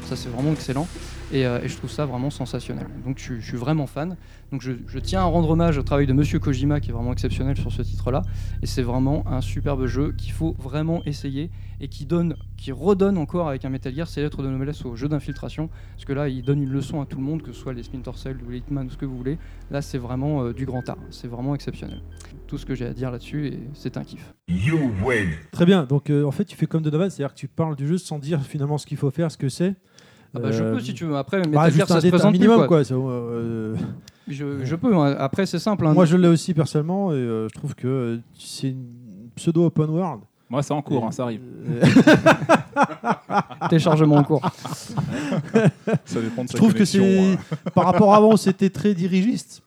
Speaker 9: Ça, c'est vraiment excellent. Et, euh, et je trouve ça vraiment sensationnel. Donc, je, je suis vraiment fan. Donc, je, je tiens à rendre hommage au travail de Monsieur Kojima, qui est vraiment exceptionnel sur ce titre-là. Et c'est vraiment un superbe jeu qu'il faut vraiment essayer et qui donne, qui redonne encore avec un Metal Gear ses lettres de noblesse au jeu d'infiltration. Parce que là, il donne une leçon à tout le monde, que ce soit les Splinter Cell ou les Hitman ou ce que vous voulez. Là, c'est vraiment euh, du grand art. C'est vraiment exceptionnel. Tout ce que j'ai à dire là-dessus, et c'est un kiff.
Speaker 1: You win.
Speaker 5: Très bien, donc euh, en fait tu fais comme Donovan, c'est-à-dire que tu parles du jeu sans dire finalement ce qu'il faut faire, ce que c'est.
Speaker 9: Ah bah, je
Speaker 5: Euh,
Speaker 9: peux si tu veux. Après, Metal
Speaker 5: bah,
Speaker 9: Gear,
Speaker 5: juste
Speaker 9: ça
Speaker 5: un,
Speaker 9: se
Speaker 5: dé- un
Speaker 9: présente plus,
Speaker 5: minimum
Speaker 9: quoi.
Speaker 5: quoi. ça, euh,
Speaker 9: Je, je peux. Hein. Après, c'est simple. Hein.
Speaker 5: Moi je l'ai aussi personnellement et euh, je trouve que euh, c'est une pseudo open world.
Speaker 7: Moi, c'est en cours,
Speaker 5: Et-
Speaker 7: hein, ça arrive.
Speaker 5: Euh,
Speaker 9: Téléchargement en cours.
Speaker 6: Ça dépend de
Speaker 5: je
Speaker 6: sa
Speaker 5: trouve que
Speaker 6: connexion,
Speaker 5: c'est
Speaker 6: euh.
Speaker 5: par rapport à avant où c'était très dirigiste.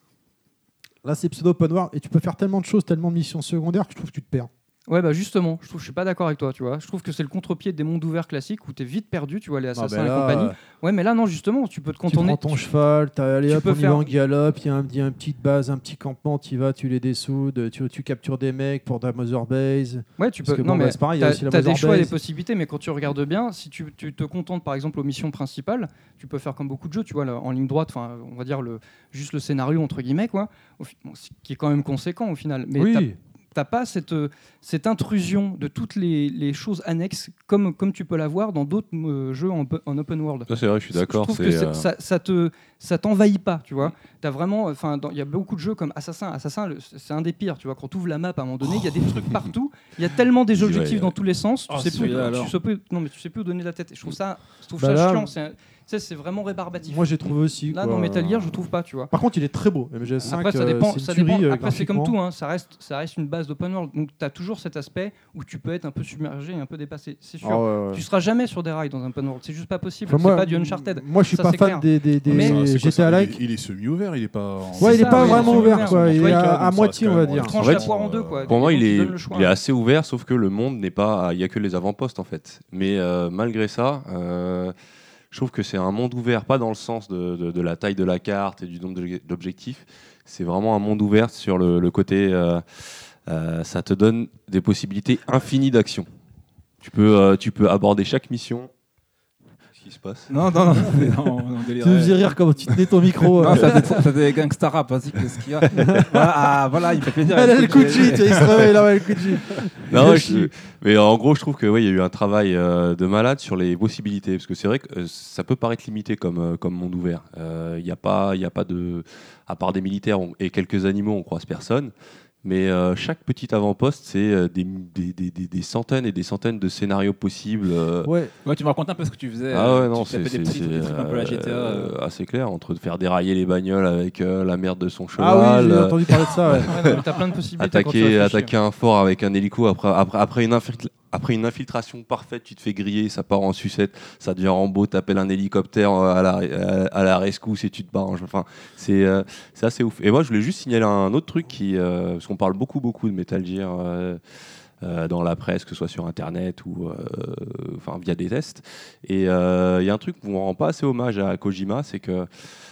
Speaker 5: Là c'est pseudo open world et tu peux faire tellement de choses, tellement de missions secondaires que je trouve que tu te perds.
Speaker 9: Ouais, bah justement, je trouve, je suis pas d'accord avec toi, tu vois. Je trouve que c'est le contre-pied des mondes ouverts classiques où t'es vite perdu, tu vois, les assassins
Speaker 5: bah
Speaker 9: et
Speaker 5: là,
Speaker 9: compagnie.
Speaker 5: euh,
Speaker 9: Ouais, mais là, non, justement, tu peux te
Speaker 5: Tu
Speaker 9: contourner.
Speaker 5: prends ton cheval, t'as allez
Speaker 9: tu
Speaker 5: hop,
Speaker 9: peux
Speaker 5: on y
Speaker 9: faire-
Speaker 5: va en galop, il y a un, il y a une petite base, un petit campement, tu y vas, tu les dessoudes, tu, tu captures des mecs pour ta Mother Base.
Speaker 9: Ouais, tu
Speaker 5: Parce
Speaker 9: peux.
Speaker 5: que
Speaker 9: Non,
Speaker 5: bon, bah,
Speaker 9: mais
Speaker 5: c'est pareil, il y a
Speaker 9: t'as
Speaker 5: aussi la
Speaker 9: t'as des
Speaker 5: Mother
Speaker 9: choix et des
Speaker 5: Base.
Speaker 9: possibilités, mais quand tu regardes bien, si tu, tu te contentes par exemple aux missions principales, tu peux faire comme beaucoup de jeux, tu vois, là, en ligne droite, enfin, on va dire le, juste le scénario entre guillemets, quoi, au fi- bon, ce qui est quand même conséquent au final. Mais t'as-
Speaker 5: Oui,
Speaker 9: t'as pas cette, euh, cette intrusion de toutes les, les choses annexes comme, comme tu peux l'avoir dans d'autres euh, jeux en, open- en open world.
Speaker 10: Ça, c'est vrai, je suis d'accord.
Speaker 9: Je trouve que
Speaker 10: c'est,
Speaker 9: c'est-
Speaker 10: euh,
Speaker 9: ça, ça te ça t'envahit pas, tu vois. T'as vraiment, enfin, dans- il y a beaucoup de jeux comme Assassin. Assassin, le- c'est un des pires, tu vois. Quand tu ouvres la map, à un moment donné, il y a des trucs partout. Il y a tellement des
Speaker 10: Ouais,
Speaker 9: objectifs
Speaker 10: ouais.
Speaker 9: dans tous les sens. Tu
Speaker 7: Oh,
Speaker 9: sais plus,
Speaker 7: celui-là, alors.
Speaker 9: tu sais plus, non mais tu sais plus où donner la tête. Et je trouve ça, je trouve
Speaker 5: Bah
Speaker 9: ça
Speaker 5: là,
Speaker 9: chiant. C'est, un- tu sais, c'est vraiment rébarbatif.
Speaker 5: moi j'ai trouvé aussi.
Speaker 9: Là,
Speaker 5: quoi.
Speaker 9: dans Metal Gear, je trouve pas, tu vois.
Speaker 5: Par contre, il est très beau. M G S cinq,
Speaker 9: Après, ça
Speaker 5: euh,
Speaker 9: dépend.
Speaker 5: c'est une
Speaker 9: Ça
Speaker 5: tuerie,
Speaker 9: dépend.
Speaker 5: euh,
Speaker 9: Après, c'est comme
Speaker 5: graphiquement.
Speaker 9: tout. Hein, ça reste, ça reste une base d'open world. Donc, tu as toujours cet aspect où tu peux être un peu submergé et un peu dépassé. C'est sûr.
Speaker 5: Ah ouais, ouais.
Speaker 9: Tu seras jamais sur des rails dans un open world. C'est juste pas possible.
Speaker 5: Enfin,
Speaker 9: c'est
Speaker 5: moi,
Speaker 9: pas du Uncharted.
Speaker 5: Moi, je suis
Speaker 9: Ça,
Speaker 5: pas
Speaker 9: c'est
Speaker 5: fan
Speaker 9: clair.
Speaker 5: des, des, des
Speaker 9: Mais-
Speaker 6: Ça, c'est quoi,
Speaker 5: G T A
Speaker 6: ça
Speaker 5: like.
Speaker 6: il, il est semi-ouvert, il est pas. en-
Speaker 5: Ouais, il est
Speaker 9: ça,
Speaker 5: pas
Speaker 9: oui,
Speaker 5: vraiment
Speaker 9: c'est
Speaker 5: ouvert,
Speaker 9: ouvert.
Speaker 5: quoi.
Speaker 9: Tu
Speaker 5: Il
Speaker 9: vois,
Speaker 5: est
Speaker 9: il
Speaker 5: à,
Speaker 9: te-
Speaker 5: à
Speaker 6: ça
Speaker 5: moitié,
Speaker 6: reste
Speaker 5: on va
Speaker 6: quand
Speaker 5: dire.
Speaker 6: même-
Speaker 9: Tranche
Speaker 10: En
Speaker 9: la
Speaker 10: fait,
Speaker 9: poire en deux, quoi.
Speaker 10: Pour
Speaker 9: Et
Speaker 10: moi,
Speaker 9: donc,
Speaker 10: il
Speaker 9: tu
Speaker 10: est,
Speaker 9: donnes le choix.
Speaker 10: il est assez ouvert, sauf que le monde n'est pas. Il n'y a que les avant-postes en fait. Mais euh, malgré ça, euh, je trouve que c'est un monde ouvert, pas dans le sens de, de- de la taille de la carte et du nombre d'obje- d'objectifs. C'est vraiment un monde ouvert sur le, le côté. euh, euh, ça te donne des possibilités infinies d'action. Tu peux, euh, tu peux aborder chaque mission. Qu'est-ce qui se passe?
Speaker 7: Non, non, non, non, on
Speaker 5: Tu
Speaker 7: délirait.
Speaker 5: nous faisais rire comment tu tenais ton micro.
Speaker 7: Non,
Speaker 5: euh.
Speaker 7: ça fait- ça fait gangsta rap, vas-y, qu'est-ce qu'il y a voilà, ah, voilà, il me fait plaisir.
Speaker 5: Elle a le
Speaker 7: écoute,
Speaker 5: coup de
Speaker 7: j'ai-
Speaker 5: G, tu sais, il se réveille là, ouais, le coup de G.
Speaker 10: Non,
Speaker 5: Le
Speaker 10: je- mais en gros, je trouve que ouais, il y a eu un travail euh, de malade sur les possibilités, parce que c'est vrai que euh, ça peut paraître limité comme euh, comme monde ouvert. Euh, Il n'y a pas, il y a pas de, à part des militaires on- et quelques animaux, on croise personne. Mais euh, chaque petit avant-poste, c'est euh, des, des, des, des- des centaines et des centaines de scénarios possibles. euh,
Speaker 5: Ouais,
Speaker 7: Ouais, tu me racontes un peu ce que tu faisais.
Speaker 10: Ah
Speaker 7: euh,
Speaker 10: ouais, non,
Speaker 7: tu
Speaker 10: c'est
Speaker 7: tapais des
Speaker 10: c'est-
Speaker 7: petits, des
Speaker 10: c'est,
Speaker 7: trucs un peu la G T A.
Speaker 10: euh,
Speaker 7: euh.
Speaker 10: assez clair, entre de faire dérailler les bagnoles avec euh, la merde de son
Speaker 5: ah
Speaker 10: cheval.
Speaker 5: oui, j'ai
Speaker 10: euh,
Speaker 5: entendu parler de ça. Ouais.
Speaker 9: Ouais, non, mais t'as plein de possibilités quand tu
Speaker 10: attaquer,
Speaker 9: réfléchis.
Speaker 10: attaquer un fort avec un hélico après, après, après, une infil- après une infiltration parfaite, tu te fais griller, ça part en sucette, ça devient Rambo, t'appelles un hélicoptère euh, à la, à la rescousse et tu te barres. Enfin, c'est euh, c'est assez ouf. Et moi, je voulais juste signaler un autre truc qui, euh, parce qu'on parle beaucoup, beaucoup de Metal Gear. Euh, euh, dans la presse, que ce soit sur internet ou euh, enfin via des tests. Et il euh, y a un truc où on rend pas assez hommage à Kojima, c'est que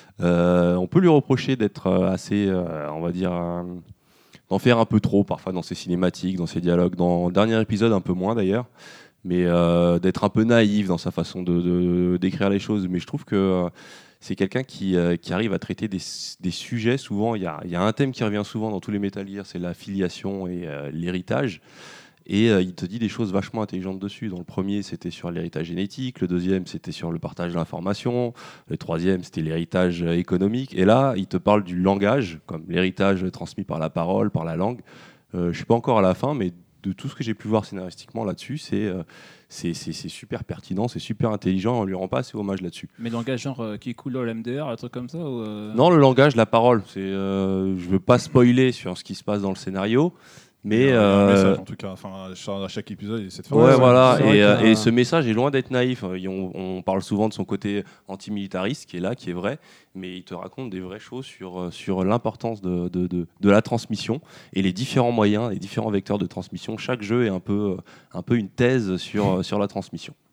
Speaker 10: euh, on peut lui reprocher d'être euh, assez, euh, on va dire, euh, d'en faire un peu trop parfois dans ses cinématiques, dans ses dialogues. Dans le dernier épisode, un peu moins d'ailleurs, mais euh, d'être un peu naïf dans sa façon de, de- d'écrire les choses. Mais je trouve que euh, c'est quelqu'un qui, euh, qui arrive à traiter des, des sujets. Souvent, il y a, il y a un thème qui revient souvent dans tous les Metal Gear, c'est la filiation et euh, l'héritage. Et euh, il te dit des choses vachement intelligentes dessus. Dans le premier, c'était sur l'héritage génétique. Le deuxième, c'était sur le partage de l'information. Le troisième, c'était l'héritage euh, économique. Et là, il te parle du langage, comme l'héritage transmis par la parole, par la langue. Euh, je ne suis pas encore à la fin, mais de tout ce que j'ai pu voir scénaristiquement là-dessus, c'est euh, c'est, c'est, c'est super pertinent, c'est super intelligent. On lui rend pas assez hommage là-dessus.
Speaker 7: Mais langage genre euh, qui coule le M D R, un truc comme ça ou, euh...
Speaker 10: Non, le langage, la parole. C'est, euh, je veux pas spoiler sur ce qui se passe dans le scénario. Mais
Speaker 6: Il y a un
Speaker 10: euh,
Speaker 6: message, en tout cas, enfin, à chaque épisode, il essaie de faire
Speaker 10: ouais,
Speaker 6: un
Speaker 10: voilà.
Speaker 5: c'est vrai
Speaker 10: Et, euh,
Speaker 5: qu'il y a-
Speaker 10: et ce message est loin d'être naïf. Et On, on parle souvent de son côté antimilitariste, qui est là, qui est vrai, mais il te raconte des vraies choses sur, euh, sur l'importance de, de, de, de la transmission et les différents moyens, les différents vecteurs de transmission. Chaque jeu est un peu, euh, un peu une thèse sur, euh, sur la transmission.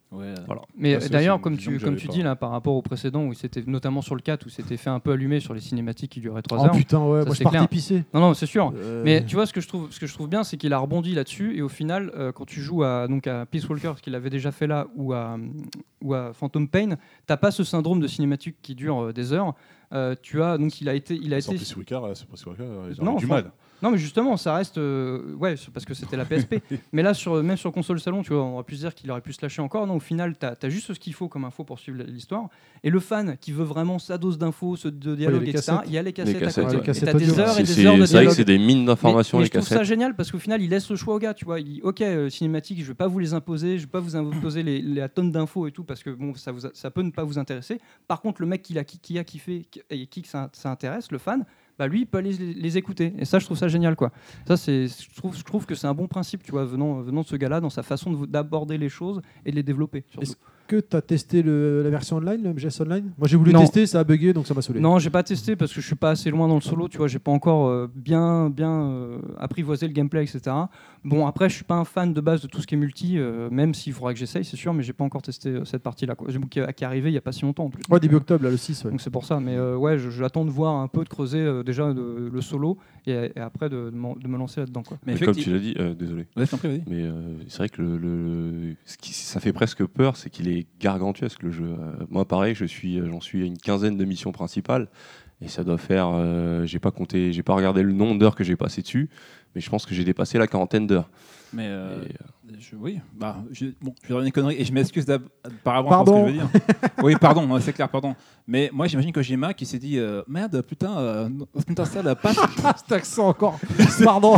Speaker 7: Ouais,
Speaker 10: Voilà.
Speaker 9: Mais
Speaker 6: Ça, c'est
Speaker 9: d'ailleurs,
Speaker 6: une
Speaker 9: comme
Speaker 6: vision
Speaker 9: tu,
Speaker 6: que
Speaker 9: comme
Speaker 6: j'avais
Speaker 9: tu
Speaker 6: pas.
Speaker 9: dis là, par rapport au précédent, où c'était notamment sur le quatre, où c'était fait un peu allumé sur les cinématiques qui duraient trois
Speaker 5: Oh
Speaker 9: heures.
Speaker 5: putain, ouais,
Speaker 9: Ça,
Speaker 5: moi je
Speaker 9: c'est
Speaker 5: partais
Speaker 9: clair.
Speaker 5: pisser.
Speaker 9: Non, non, c'est sûr.
Speaker 5: Euh,
Speaker 9: Mais tu vois, ce que je trouve, ce que je trouve bien, c'est qu'il a rebondi là-dessus. Et au final, euh, quand tu joues à, donc à Peace Walker, ce qu'il avait déjà fait là, ou à, ou à Phantom Pain, t'as pas ce syndrome de cinématique qui dure euh, des heures. Euh, tu as donc il a été, il a
Speaker 6: Sans
Speaker 9: été.
Speaker 6: Peace Walker, là, c'est Peace Walker, ils
Speaker 9: Non,
Speaker 6: ont eu du
Speaker 9: enfin,
Speaker 6: mal.
Speaker 9: Non, mais justement, ça reste. euh, ouais, c'est parce que c'était la P S P. Mais là, sur, même sur console salon, tu vois, on aurait pu se dire qu'il aurait pu se lâcher encore. Non, au final, tu as juste ce qu'il faut comme info pour suivre l'histoire. Et le fan qui veut vraiment sa dose d'infos, ce- de dialogue,
Speaker 5: les
Speaker 9: et cetera,
Speaker 5: cassettes.
Speaker 9: il y a les cassettes,
Speaker 10: Les cassettes,
Speaker 9: à côté.
Speaker 5: ouais. Les cassettes
Speaker 9: Et t'as des
Speaker 5: audio.
Speaker 9: heures et
Speaker 10: C'est
Speaker 9: des heures de
Speaker 10: c'est- c'est vrai que
Speaker 9: dialogue.
Speaker 10: c'est des mines d'informations,
Speaker 9: Mais, mais
Speaker 10: les
Speaker 9: je trouve ça
Speaker 10: cassettes.
Speaker 9: génial parce qu'au final, il laisse le choix au gars. Tu vois, il dit OK, euh, cinématique, je vais pas vous les imposer, je vais pas vous imposer les, les la tonne d'infos et tout parce que bon, ça, vous a- ça peut ne pas vous intéresser. Par contre, le mec qui, a, qui, qui a kiffé qui- et qui que ça, ça intéresse, le fan, bah lui, il peut les, les écouter. Et ça, je trouve ça génial, quoi. Ça, c'est, je trouve, je trouve que c'est un bon principe, tu vois, venant, venant de ce gars-là, dans sa façon de- d'aborder les choses et de les développer. surtout.
Speaker 5: Est-ce que tu as testé le- la version online, le M G S Online? Moi j'ai voulu
Speaker 9: Non.
Speaker 5: tester, ça a bugué donc ça m'a saoulé.
Speaker 9: Non, j'ai pas testé parce que je suis pas assez loin dans le solo, tu vois, j'ai pas encore euh, bien, bien euh, apprivoisé le gameplay, et cetera. Bon, après, je suis pas un fan de base de tout ce qui est multi, euh, même s'il faudra que j'essaye, c'est sûr, mais j'ai pas encore testé euh, cette partie-là, quoi. Qui, qui est arrivée il y a pas si longtemps en plus.
Speaker 5: Ouais, début octobre, là, le six. Ouais.
Speaker 9: Donc c'est pour ça, mais euh, ouais, je- j'attends de voir un peu, de creuser euh, déjà de- le solo et, et après de, de m'en- de me lancer là-dedans, quoi.
Speaker 7: Mais
Speaker 10: Mais comme tu
Speaker 7: effectivement.
Speaker 10: l'as dit, euh, désolé.
Speaker 7: Ouais, je t'en prie, vas-y.
Speaker 10: Mais euh, c'est vrai que le, le- ce qui, ça fait presque peur, c'est qu'il est gargantuesque le jeu. Euh, moi, pareil, je suis, j'en suis à une quinzaine de missions principales et ça doit faire, euh, j'ai pas compté, j'ai pas regardé le nombre d'heures que j'ai passé dessus, mais je pense que j'ai dépassé la quarantaine d'heures.
Speaker 7: Mais euh,
Speaker 10: Et, euh,
Speaker 7: je- oui, bah, je, bon, je vais dire une connerie et je m'excuse d'ab- par avance
Speaker 5: Pardon.
Speaker 7: pour ce que je veux dire. Oui, pardon, ouais, c'est clair, pardon. Mais moi, j'imagine Kojima qui s'est dit euh, merde, putain, euh, Splinter Cell passe.
Speaker 5: Cet accent encore. Pardon.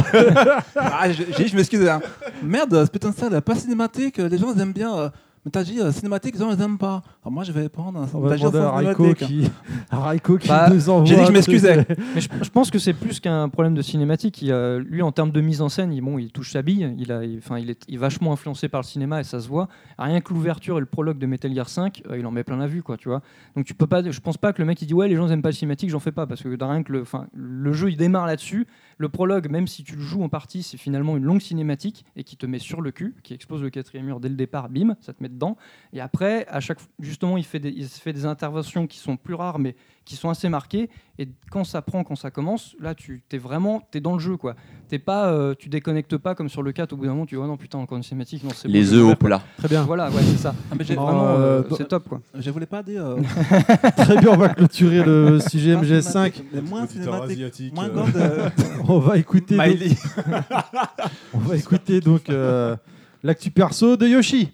Speaker 7: Ah, je, j'ai dit, je m'excuse. Hein. Merde, Splinter Cell pas cinématique, les gens ils aiment bien. euh, mais t'as dit euh, cinématique, les gens ils aiment pas. Alors moi, je vais prendre un
Speaker 5: On va
Speaker 7: t'as dit
Speaker 5: demander à
Speaker 7: un
Speaker 5: Raiko
Speaker 7: cinématique.
Speaker 5: qui, à Raiko qui
Speaker 9: Bah,
Speaker 5: nous envoie.
Speaker 7: j'ai dit que je
Speaker 5: un truc.
Speaker 7: m'excusais.
Speaker 9: Mais je, je pense que c'est plus qu'un problème de cinématique. Il, euh, lui, en termes de mise en scène, il, bon, il touche sa bille. Il, a, il, enfin, il, est, il est vachement influencé par le cinéma et ça se voit. Rien que l'ouverture et le prologue de Metal Gear cinq, euh, il en met plein la vue, quoi, tu vois. Donc tu peux pas. Je pense pas que le mec il dit ouais, les gens n'aiment pas le cinématique, j'en fais pas parce que rien que le, enfin, le jeu il démarre là-dessus. Le prologue, même si tu le joues en partie, c'est finalement une longue cinématique et qui te met sur le cul, qui explose le quatrième mur dès le départ, bim, ça te met dedans. Et après, à chaque, justement, il fait des, il fait des interventions qui sont plus rares, mais qui sont assez marquées. Et quand ça prend, quand ça commence, là, tu es vraiment, t'es dans le jeu, quoi. T'es pas, euh, tu déconnectes pas comme sur le quatre. Au bout d'un moment, tu vois, non putain, encore une cinématique, non, c'est bon,
Speaker 10: les
Speaker 9: je
Speaker 10: œufs
Speaker 9: vais
Speaker 10: au
Speaker 9: faire, quoi.
Speaker 10: plat.
Speaker 5: Très bien.
Speaker 9: Voilà, ouais, c'est ça.
Speaker 7: Ah, mais j'ai-
Speaker 9: C'est vraiment, euh,
Speaker 5: Euh,
Speaker 9: c'est top, quoi.
Speaker 7: Je voulais pas dire. euh,
Speaker 5: Très bien, on va clôturer le sujet M G S cinq.
Speaker 7: mais moins
Speaker 6: Auditeur
Speaker 7: cinématique,
Speaker 6: asiatique,
Speaker 7: moins
Speaker 6: euh,
Speaker 7: grande. euh,
Speaker 5: On va écouter. donc-
Speaker 7: Miley.
Speaker 5: on va écouter donc euh, l'actu perso de Yoshi.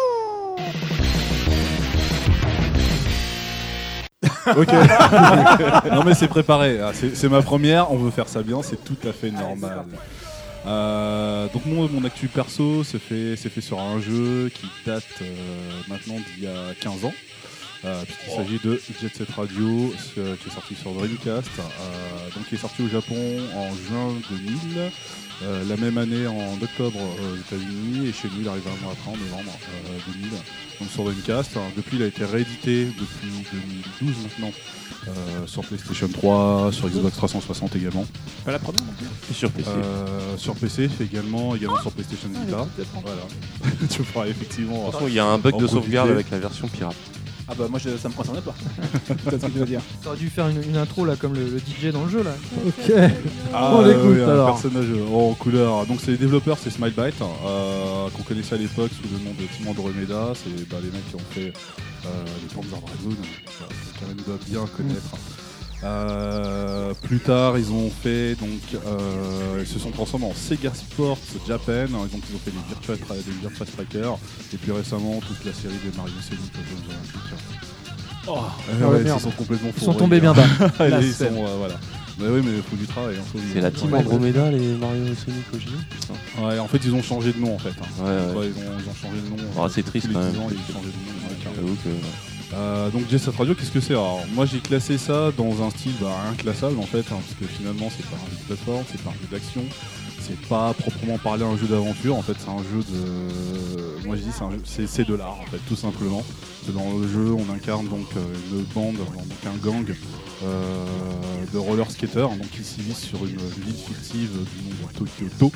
Speaker 6: Ok. Non mais c'est préparé. Ah, c'est c'est ma première. On veut faire ça bien. C'est tout à fait normal. Euh, donc mon, mon actu perso c'est fait, c'est fait sur un jeu qui date euh, maintenant d'il y a quinze ans. Euh, puisqu'il s'agit de Jet Set Radio, ce- qui est sorti sur Dreamcast, euh, donc qui est sorti au Japon en juin deux mille, euh, la même année en octobre euh, aux États-Unis, et chez nous il arrive un mois après en novembre euh, deux mille, donc sur Dreamcast. Hein. Depuis il a été réédité depuis deux mille douze maintenant, euh, sur PlayStation trois, sur Xbox trois cent soixante également.
Speaker 7: Pas la première non plus.
Speaker 10: Et sur P C.
Speaker 6: Euh, sur P C également, également sur PlayStation Vita. Voilà. Tu pourras effectivement.
Speaker 10: De toute façon, il y a un bug
Speaker 6: en
Speaker 10: de
Speaker 6: profiter.
Speaker 10: sauvegarde avec la version pirate.
Speaker 7: Ah bah moi je, ça me concernait pas. C'est ce que je veux dire.
Speaker 9: T'aurais dû faire une, une intro là, comme le, le D J dans le jeu là.
Speaker 5: Ok.
Speaker 6: Ah,
Speaker 5: On l'écoute,
Speaker 6: oui, un
Speaker 5: alors.
Speaker 6: personnage en couleur. Donc c'est les développeurs, c'est Smilebite, euh, qu'on connaissait à l'époque sous le nom de Team Andromeda. C'est bah, les mecs qui ont fait euh, les Panzer Dragoon, donc, voilà, que Karen doit bien connaître. Euh, plus tard, ils ont fait donc, euh, ils se sont transformés en Sega Sports Japan. Donc ils ont fait des Virtua, Tra- des Virtua Striker, et puis récemment toute la série des Mario Sonic aux Jeux Olympiques.
Speaker 7: Oh,
Speaker 6: Ah
Speaker 5: ouais,
Speaker 6: ouais,
Speaker 5: merde.
Speaker 6: ils sont complètement
Speaker 9: Ils sont
Speaker 6: fourrés,
Speaker 9: tombés bien
Speaker 6: hein.
Speaker 9: bas.
Speaker 6: Allez,
Speaker 9: La
Speaker 6: ils
Speaker 9: scène.
Speaker 6: sont, euh, voilà. Mais oui, mais il faut du travail. Hein, faut du-
Speaker 10: C'est la team
Speaker 6: Ouais,
Speaker 10: Andromeda, les Mario et Sonic au J O, putain.
Speaker 6: Ouais, en fait, ils ont changé de nom en fait. hein.
Speaker 10: Ouais, ouais.
Speaker 6: Ouais, ils, ont, ils ont changé de nom.
Speaker 10: Ah,
Speaker 6: euh,
Speaker 10: c'est triste,
Speaker 6: tous les
Speaker 10: quand
Speaker 6: dix
Speaker 10: même.
Speaker 6: ans, ils ont changé de nom. ouais, carrément.
Speaker 10: J'avoue que.
Speaker 6: Euh, donc Jet Set Radio, qu'est-ce que c'est? Alors moi j'ai classé ça dans un style bah, inclassable en fait, hein, parce que finalement c'est pas un jeu de plateforme, c'est pas un jeu d'action, c'est pas proprement parler un jeu d'aventure, en fait c'est un jeu de... Moi je dis c'est, un jeu... c'est, c'est de l'art en fait, tout simplement. C'est dans le jeu on incarne donc euh, une bande, donc un gang euh, de roller skaters donc, qui sévissent sur une ville fictive du nom de Tokyo.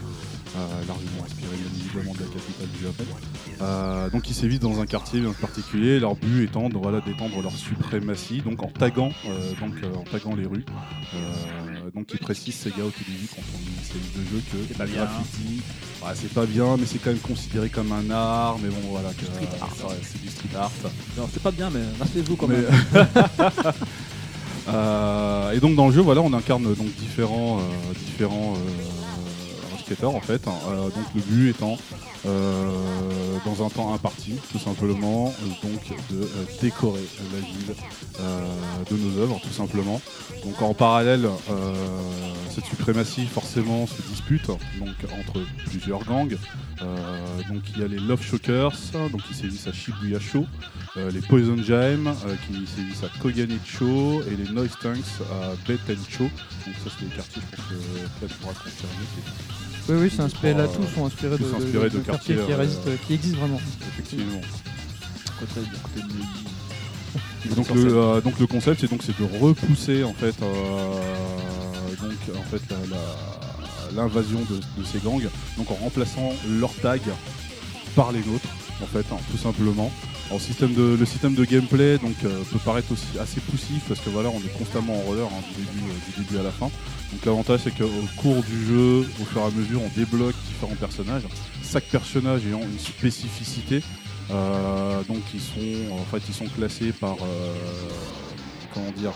Speaker 6: euh, largement inspiré bien évidemment de la capitale du Japon. Euh, donc ils sévissent dans un quartier bien particulier, leur but étant de, voilà, d'étendre leur suprématie, donc en taguant, euh, donc, euh, en taguant les rues. Euh, donc ils précisent ces gars au tout début quand on essaye de jeu que
Speaker 7: C'est pas
Speaker 6: le
Speaker 7: bien.
Speaker 6: graffiti, ouais, c'est pas bien, mais c'est quand même considéré comme un art, mais bon voilà, que,
Speaker 7: Street art.
Speaker 6: ouais, c'est du street art.
Speaker 7: Non, c'est pas bien, mais restez-vous quand
Speaker 6: Mais-
Speaker 7: même.
Speaker 6: Euh, et donc dans le jeu, voilà, on incarne donc différents, euh, différents euh, skateurs en fait. Euh, donc le but étant, euh, dans un temps imparti, tout simplement, euh, donc de euh, décorer la ville euh, de nos œuvres, tout simplement. Donc en parallèle, euh, cette suprématie forcément se dispute donc entre plusieurs gangs. Euh, donc il y a les Love Shockers, donc qui sévissent à Shibuya-sho, euh, les Poison Jam euh, qui sévissent à Kogane-cho et les Noise Tanks à Beten-cho. Donc ça c'est des quartiers, je pense que Fred pourra confirmer. c'est-
Speaker 9: Oui, oui, c'est inspiré, là,
Speaker 6: trois,
Speaker 9: tous sont inspirés de,
Speaker 6: tous
Speaker 9: de-
Speaker 6: inspirés
Speaker 9: de
Speaker 6: de
Speaker 9: quartiers
Speaker 6: quartiers,
Speaker 9: qui,
Speaker 6: euh,
Speaker 9: résistent- qui existent vraiment.
Speaker 6: Effectivement.
Speaker 7: Côté de- côté de Neuilly.
Speaker 6: Et donc,
Speaker 7: Sur
Speaker 6: le,
Speaker 7: scène.
Speaker 6: euh, donc le concept c'est donc c'est de repousser en fait euh, donc en fait la- la- l'invasion de, de ces gangs, donc en remplaçant leurs tags par les nôtres en fait, hein, tout simplement. Alors, système de, le système de gameplay donc euh, peut paraître aussi assez poussif parce que voilà on est constamment en roller hein, du, début, euh, du début à la fin. Donc l'avantage c'est qu'au cours du jeu, au fur et à mesure, on débloque différents personnages, chaque personnage ayant une spécificité. Euh, donc ils sont en fait ils sont classés par euh, comment dire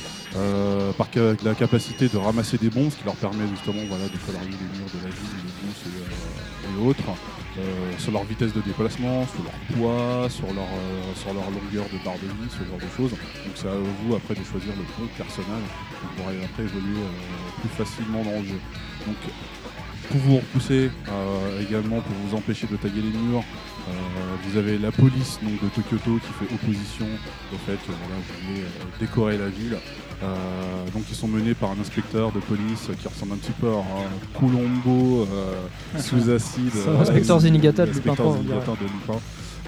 Speaker 6: euh, par ca- la capacité de ramasser des bombes, ce qui leur permet justement voilà, de colorier les murs de la ville, les bousses et, euh, et autres, euh, sur leur vitesse de déplacement, sur leur poids, sur leur, euh, sur leur longueur de barre de vie, ce genre de choses. Donc c'est à vous après de choisir le bon personnage pour pouvoir après évoluer euh, plus facilement dans le jeu. Donc pour vous repousser euh, également, pour vous empêcher de taguer les murs, euh, vous avez la police donc, de Tokyoto qui fait opposition au fait que voilà, vous voulez euh, décorer la ville. Euh, donc ils sont menés par un inspecteur de police qui ressemble un petit peu à un Colombo euh, sous acide.
Speaker 9: C'est l'inspecteur Zenigata de Lupin
Speaker 6: L'inspecteur
Speaker 9: trois, on dirait.
Speaker 6: Zenigata de Lupin.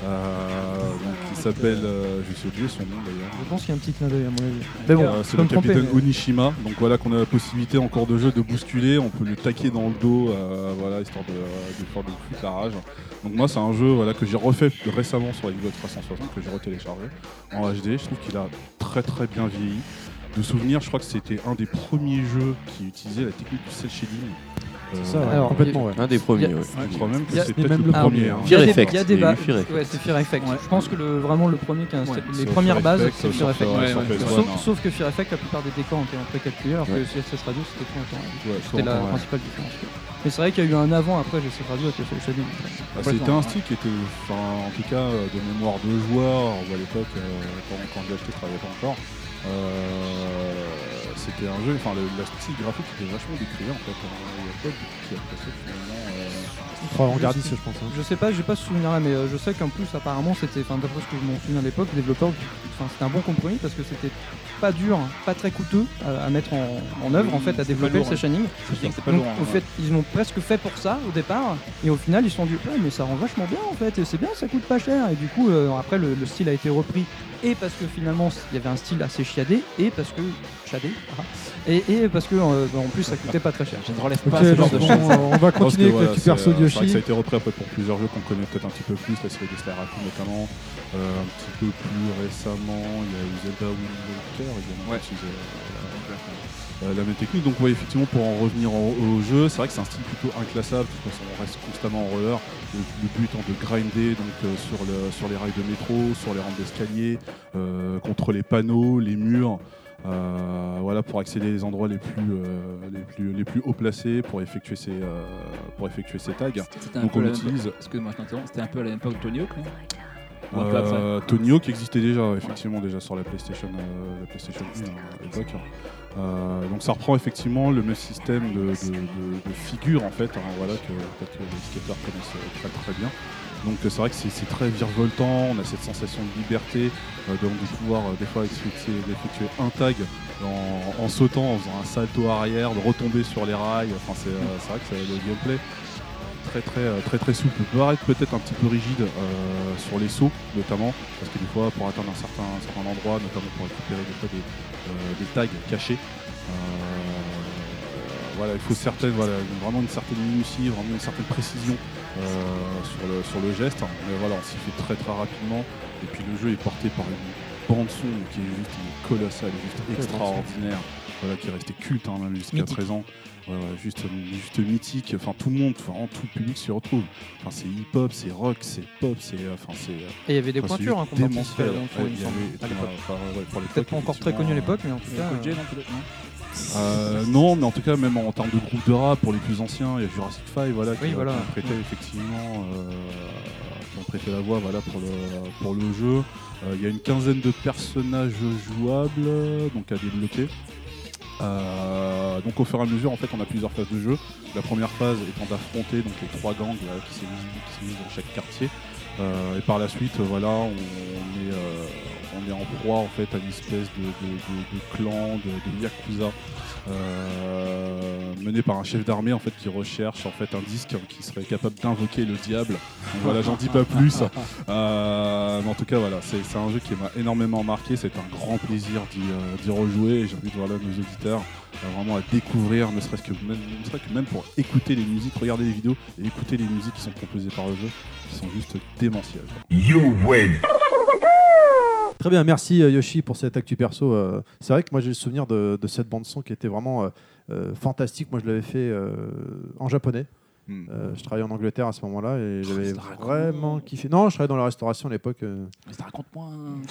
Speaker 6: Euh, donc, il s'appelle, euh, je sais oublié son nom d'ailleurs.
Speaker 9: Je pense qu'il y a un petit clin d'œil à mon avis. Mais bon,
Speaker 6: Euh,
Speaker 9: je
Speaker 6: c'est
Speaker 9: peux
Speaker 6: le
Speaker 9: me tromper.
Speaker 6: capitaine
Speaker 9: mais-
Speaker 6: Onishima, donc voilà qu'on a la possibilité en cours de jeu de bousculer, on peut le taquer dans le dos, euh, voilà, histoire de, de faire de foutre la rage. Donc moi c'est un jeu voilà, que j'ai refait récemment sur la Xbox trois cent soixante, que j'ai retéléchargé en H D, je trouve qu'il a très très bien vieilli. De souvenir, je crois que c'était un des premiers jeux qui utilisait la technique du cel shading. Euh,
Speaker 5: C'est ça, ouais,
Speaker 9: Alors,
Speaker 5: complètement, ouais.
Speaker 10: Un des premiers,
Speaker 9: Il y a-
Speaker 10: ouais.
Speaker 6: Je crois même que
Speaker 9: Il y a-
Speaker 6: c'est
Speaker 5: et
Speaker 6: peut-être
Speaker 5: même
Speaker 6: le
Speaker 5: le
Speaker 6: premier.
Speaker 5: premier,
Speaker 6: hein.
Speaker 9: Il y a
Speaker 10: Fear
Speaker 9: des,
Speaker 10: Effect,
Speaker 9: il y a
Speaker 10: il
Speaker 9: des
Speaker 10: y a eu
Speaker 9: bases.
Speaker 10: Fear Effect.
Speaker 9: Ouais, c'est Fear Effect.
Speaker 7: Ouais.
Speaker 9: Je pense que le, vraiment le premier qui a installé
Speaker 6: Ouais,
Speaker 9: les
Speaker 6: sur
Speaker 9: premières
Speaker 6: Fear
Speaker 9: bases,
Speaker 6: Effect,
Speaker 9: c'est
Speaker 6: sur
Speaker 9: Fear Effect.
Speaker 6: Fear-
Speaker 7: Ouais,
Speaker 6: sur
Speaker 7: ouais,
Speaker 6: P S un,
Speaker 9: Sauf,
Speaker 6: hein.
Speaker 9: sauf que Fear Effect, la plupart des décors ont été précalculés, alors que
Speaker 10: Ouais.
Speaker 9: C S S Radio c'était tout en temps.
Speaker 6: Ouais,
Speaker 9: C'était la
Speaker 6: ouais.
Speaker 9: principale différence. Mais c'est vrai qu'il y a eu un avant après G S S Radio avec le Cell Shading.
Speaker 6: Ah, c'était un style qui était, enfin, en tout cas, euh, de mémoire de joueur, ou à l'époque, euh, quand, quand j'ai acheté, je travaillais pas encore. Euh, c'était un jeu, enfin, le, la style graphique était vachement décrié en fait. hein. Il y a pas de qui a passé finalement. Euh...
Speaker 5: Trop avant-gardiste, je pense. hein.
Speaker 9: Je sais pas, j'ai pas ce souvenir là, mais euh, je sais qu'en plus apparemment c'était, enfin d'après ce que je m'en souviens à l'époque, les développeurs, enfin c'était un bon compromis parce que c'était pas dur, pas très coûteux à, à mettre en, en œuvre en fait, à
Speaker 7: c'est
Speaker 9: développer
Speaker 7: pas
Speaker 9: le
Speaker 7: lourd,
Speaker 9: cel shading.
Speaker 7: C'est pas
Speaker 9: Donc
Speaker 7: lourd.
Speaker 9: au fait, ils ont presque fait pour ça au départ, et au final ils se sont dit ouais mais ça rend vachement bien en fait, et c'est bien, ça coûte pas cher, et du coup euh, après le, le style a été repris, et parce que finalement il y avait un style assez chiadé, et parce que chiadé, ah, et, et parce que euh, bah, en plus ça coûtait pas très cher.
Speaker 7: Je ne relève
Speaker 5: Ok,
Speaker 7: pas ce genre
Speaker 5: donc
Speaker 7: de
Speaker 5: on,
Speaker 7: choses.
Speaker 5: on va
Speaker 6: Je pense que,
Speaker 5: continuer
Speaker 6: voilà,
Speaker 5: avec le
Speaker 6: c'est,
Speaker 5: Super Soul
Speaker 6: euh, c'est vrai que
Speaker 5: Yoshi.
Speaker 6: ça a été repris après pour plusieurs jeux qu'on connaît peut-être un petit peu plus, la série des Slyraku notamment. Euh, un petit peu plus récemment, il y a eu Zelda Wind Waker également
Speaker 7: Ouais.
Speaker 6: qui utilisait, euh, la, la même technique. Donc ouais, effectivement, pour en revenir au, au jeu, c'est vrai que c'est un style plutôt inclassable, parce qu'on reste constamment en roller. Le, le but étant de grinder donc, euh, sur, le, sur les rails de métro, sur les rampes d'escalier, euh, contre les panneaux, les murs. Euh, voilà, pour accéder les endroits les plus, euh, les plus, les plus haut placés pour effectuer ces, euh, pour effectuer ces tags.
Speaker 7: C'était un
Speaker 6: Donc
Speaker 7: peu
Speaker 6: on
Speaker 7: la-
Speaker 6: utilise
Speaker 7: Excuse-moi, je t'interromps. C'était un peu à l'époque de Tony Hawk, non Ou un peu après.
Speaker 6: euh, Tony Hawk existait déjà, effectivement, déjà sur la PlayStation, euh, la PlayStation un à l'époque. Euh, donc ça reprend effectivement le même système de, de, de, de figures en fait, hein, voilà, que peut-être que les skateurs connaissent euh, très très bien. Donc euh, c'est vrai que c'est c'est très virevoltant, on a cette sensation de liberté, euh, de, de pouvoir euh, des fois effectuer, d'effectuer un tag en, en sautant, en faisant un salto arrière, de retomber sur les rails. Enfin c'est euh, c'est vrai que c'est- le gameplay très très euh, très très souple, peut paraître peut-être un petit peu rigide euh, sur les sauts notamment, parce que des fois pour atteindre un certain, un certain endroit, notamment pour récupérer des fois des, euh, des tags cachés, euh, voilà, il faut certaines, voilà, vraiment une certaine minutie, vraiment une certaine précision euh, sur, le, sur le geste. Mais voilà, on s'y fait très très rapidement. Et puis le jeu est porté par une bande son qui est juste colossale, juste extraordinaire, voilà, qui est resté culte hein, même jusqu'à présent. Ouais, ouais, juste, juste mythique. Enfin, tout le monde, enfin, tout le public s'y retrouve. Enfin, c'est hip-hop, c'est rock, c'est pop, c'est, enfin, c'est.
Speaker 9: Et il y avait des
Speaker 6: enfin,
Speaker 9: pointures hein, qu'on participait à l'aventure, il me semble, à l'époque.
Speaker 6: Enfin, ouais, pour l'époque,
Speaker 9: Peut-être pas encore très connu à l'époque, mais en tout cas.
Speaker 7: J, non, peut-être, non
Speaker 6: Euh, non, mais en tout cas, même en, en termes de groupe de rap, pour les plus anciens, il y a Jurassic Five, voilà,
Speaker 9: oui,
Speaker 6: qui,
Speaker 9: voilà.
Speaker 6: qui ont prêté effectivement, euh, qui ont prêté la voix, voilà, pour le pour le jeu. Euh, Il y a une quinzaine de personnages jouables, donc à débloquer. Euh, donc au fur et à mesure, en fait, on a plusieurs phases de jeu. La première phase étant d'affronter donc les trois gangs là, qui s'élisent dans chaque quartier. Euh, et par la suite, voilà, on, on est euh, on est en proie en fait à une espèce de, de, de, de clan, de, de yakuza, euh, mené par un chef d'armée en fait qui recherche en fait un disque qui serait capable d'invoquer le diable. Donc voilà, j'en dis pas plus. Euh, mais en tout cas, voilà, c'est, c'est un jeu qui m'a énormément marqué. C'est un grand plaisir d'y, euh, d'y rejouer. Et j'invite voilà nos auditeurs euh, vraiment à découvrir, ne serait-ce que même, ne serait-ce que même pour écouter les musiques, regarder les vidéos et écouter les musiques qui sont proposées par le jeu, qui sont juste démentielles.
Speaker 1: You win.
Speaker 5: Très bien, merci euh, Yoshi pour cette actu perso. Euh, c'est vrai que moi j'ai le souvenir de, de cette bande son qui était vraiment euh, euh, fantastique. Moi je l'avais fait euh, en japonais.
Speaker 6: Mm.
Speaker 5: Euh, je travaillais en Angleterre à ce moment-là et j'avais
Speaker 7: ça raconte.
Speaker 5: vraiment kiffé. Non, je travaillais dans la restauration à l'époque. euh.
Speaker 7: Mais ça raconte-moi.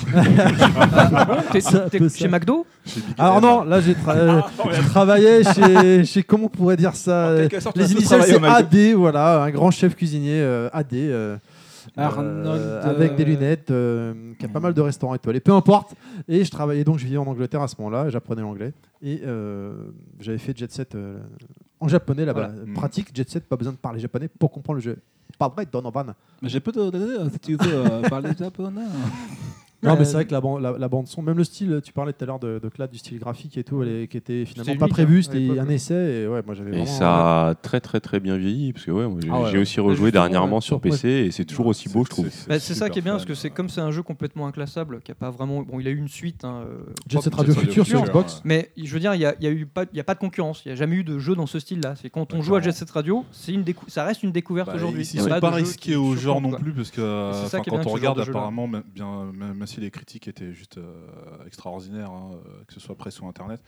Speaker 9: T'es,
Speaker 5: C'est un
Speaker 9: t'es
Speaker 5: peu
Speaker 9: chez
Speaker 5: ça.
Speaker 9: McDo?
Speaker 5: Alors non, là j'ai tra- euh, je travaillais chez, chez comment on pourrait dire ça,
Speaker 7: En
Speaker 5: euh,
Speaker 7: quelque sorte, tu as
Speaker 5: les
Speaker 7: tous
Speaker 5: initiales
Speaker 7: travaillé
Speaker 5: c'est
Speaker 7: au
Speaker 5: A
Speaker 7: McDo.
Speaker 5: D, voilà, un grand chef cuisinier euh, A D. euh,
Speaker 7: Arnold,
Speaker 5: euh, avec des lunettes, euh, qui a pas mal de restaurants étoilés, peu importe. Et je travaillais donc, je vivais en Angleterre à ce moment-là, j'apprenais l'anglais. Et euh, j'avais fait Jet Set euh, en japonais là-bas.
Speaker 6: Voilà.
Speaker 5: Pratique, Jet Set, pas besoin de parler japonais pour comprendre le jeu. Pas vrai, Donovan.
Speaker 7: Mais j'ai peu de si tu veux euh, parler japonais.
Speaker 5: Non,
Speaker 9: Euh,
Speaker 5: mais c'est vrai que la, ban- la, la bande son, même le style, tu parlais tout à l'heure de, de Clad, du style graphique et tout, elle est- qui était finalement
Speaker 9: C'était
Speaker 5: pas
Speaker 9: unique,
Speaker 5: prévu,
Speaker 9: hein, à
Speaker 5: c'était
Speaker 9: l'époque,
Speaker 5: un
Speaker 9: ouais.
Speaker 5: essai. Et ouais, moi j'avais
Speaker 10: Et
Speaker 5: vraiment.
Speaker 10: ça a très très très bien vieilli, parce que ouais, moi, j'ai,
Speaker 5: Ah ouais,
Speaker 10: j'ai
Speaker 5: ouais.
Speaker 10: aussi
Speaker 5: Mais
Speaker 10: rejoué
Speaker 5: justement,
Speaker 10: dernièrement
Speaker 5: ouais,
Speaker 10: sur
Speaker 5: sur-
Speaker 10: P C et c'est toujours aussi beau, je trouve.
Speaker 9: Bah, c'est ça qui est bien, parce que c'est comme c'est un jeu complètement inclassable, qui a pas vraiment. Bon, il a eu une suite. Hein, euh,
Speaker 5: Jet Set
Speaker 9: propre-
Speaker 5: Radio
Speaker 6: Jet Set
Speaker 5: Future
Speaker 6: Radio
Speaker 5: sur
Speaker 6: Future,
Speaker 5: Xbox.
Speaker 9: Mais je veux dire, il n'y a, il y a, eu pas- il y a pas de concurrence. Il n'y a jamais eu de jeu dans ce style-là. C'est quand on
Speaker 6: Ouais,
Speaker 9: joue à
Speaker 6: clairement.
Speaker 9: Jet Set Radio, c'est une décou- ça reste une découverte
Speaker 6: Bah,
Speaker 9: aujourd'hui.
Speaker 6: Ils
Speaker 9: Il y a
Speaker 6: sont
Speaker 9: pas
Speaker 6: pas
Speaker 9: de jeu
Speaker 6: risqués
Speaker 9: qui
Speaker 6: au
Speaker 9: surprend,
Speaker 6: genre non
Speaker 9: quoi.
Speaker 6: plus, parce que euh,
Speaker 9: C'est ça
Speaker 6: enfin,
Speaker 9: qui est
Speaker 6: quand
Speaker 9: bien
Speaker 6: on
Speaker 9: avec ce genre
Speaker 6: regarde,
Speaker 9: de jeu-là.
Speaker 6: apparemment, même, bien, même, même si les critiques étaient juste euh, extraordinaires, hein, euh, que ce soit presse ou internet,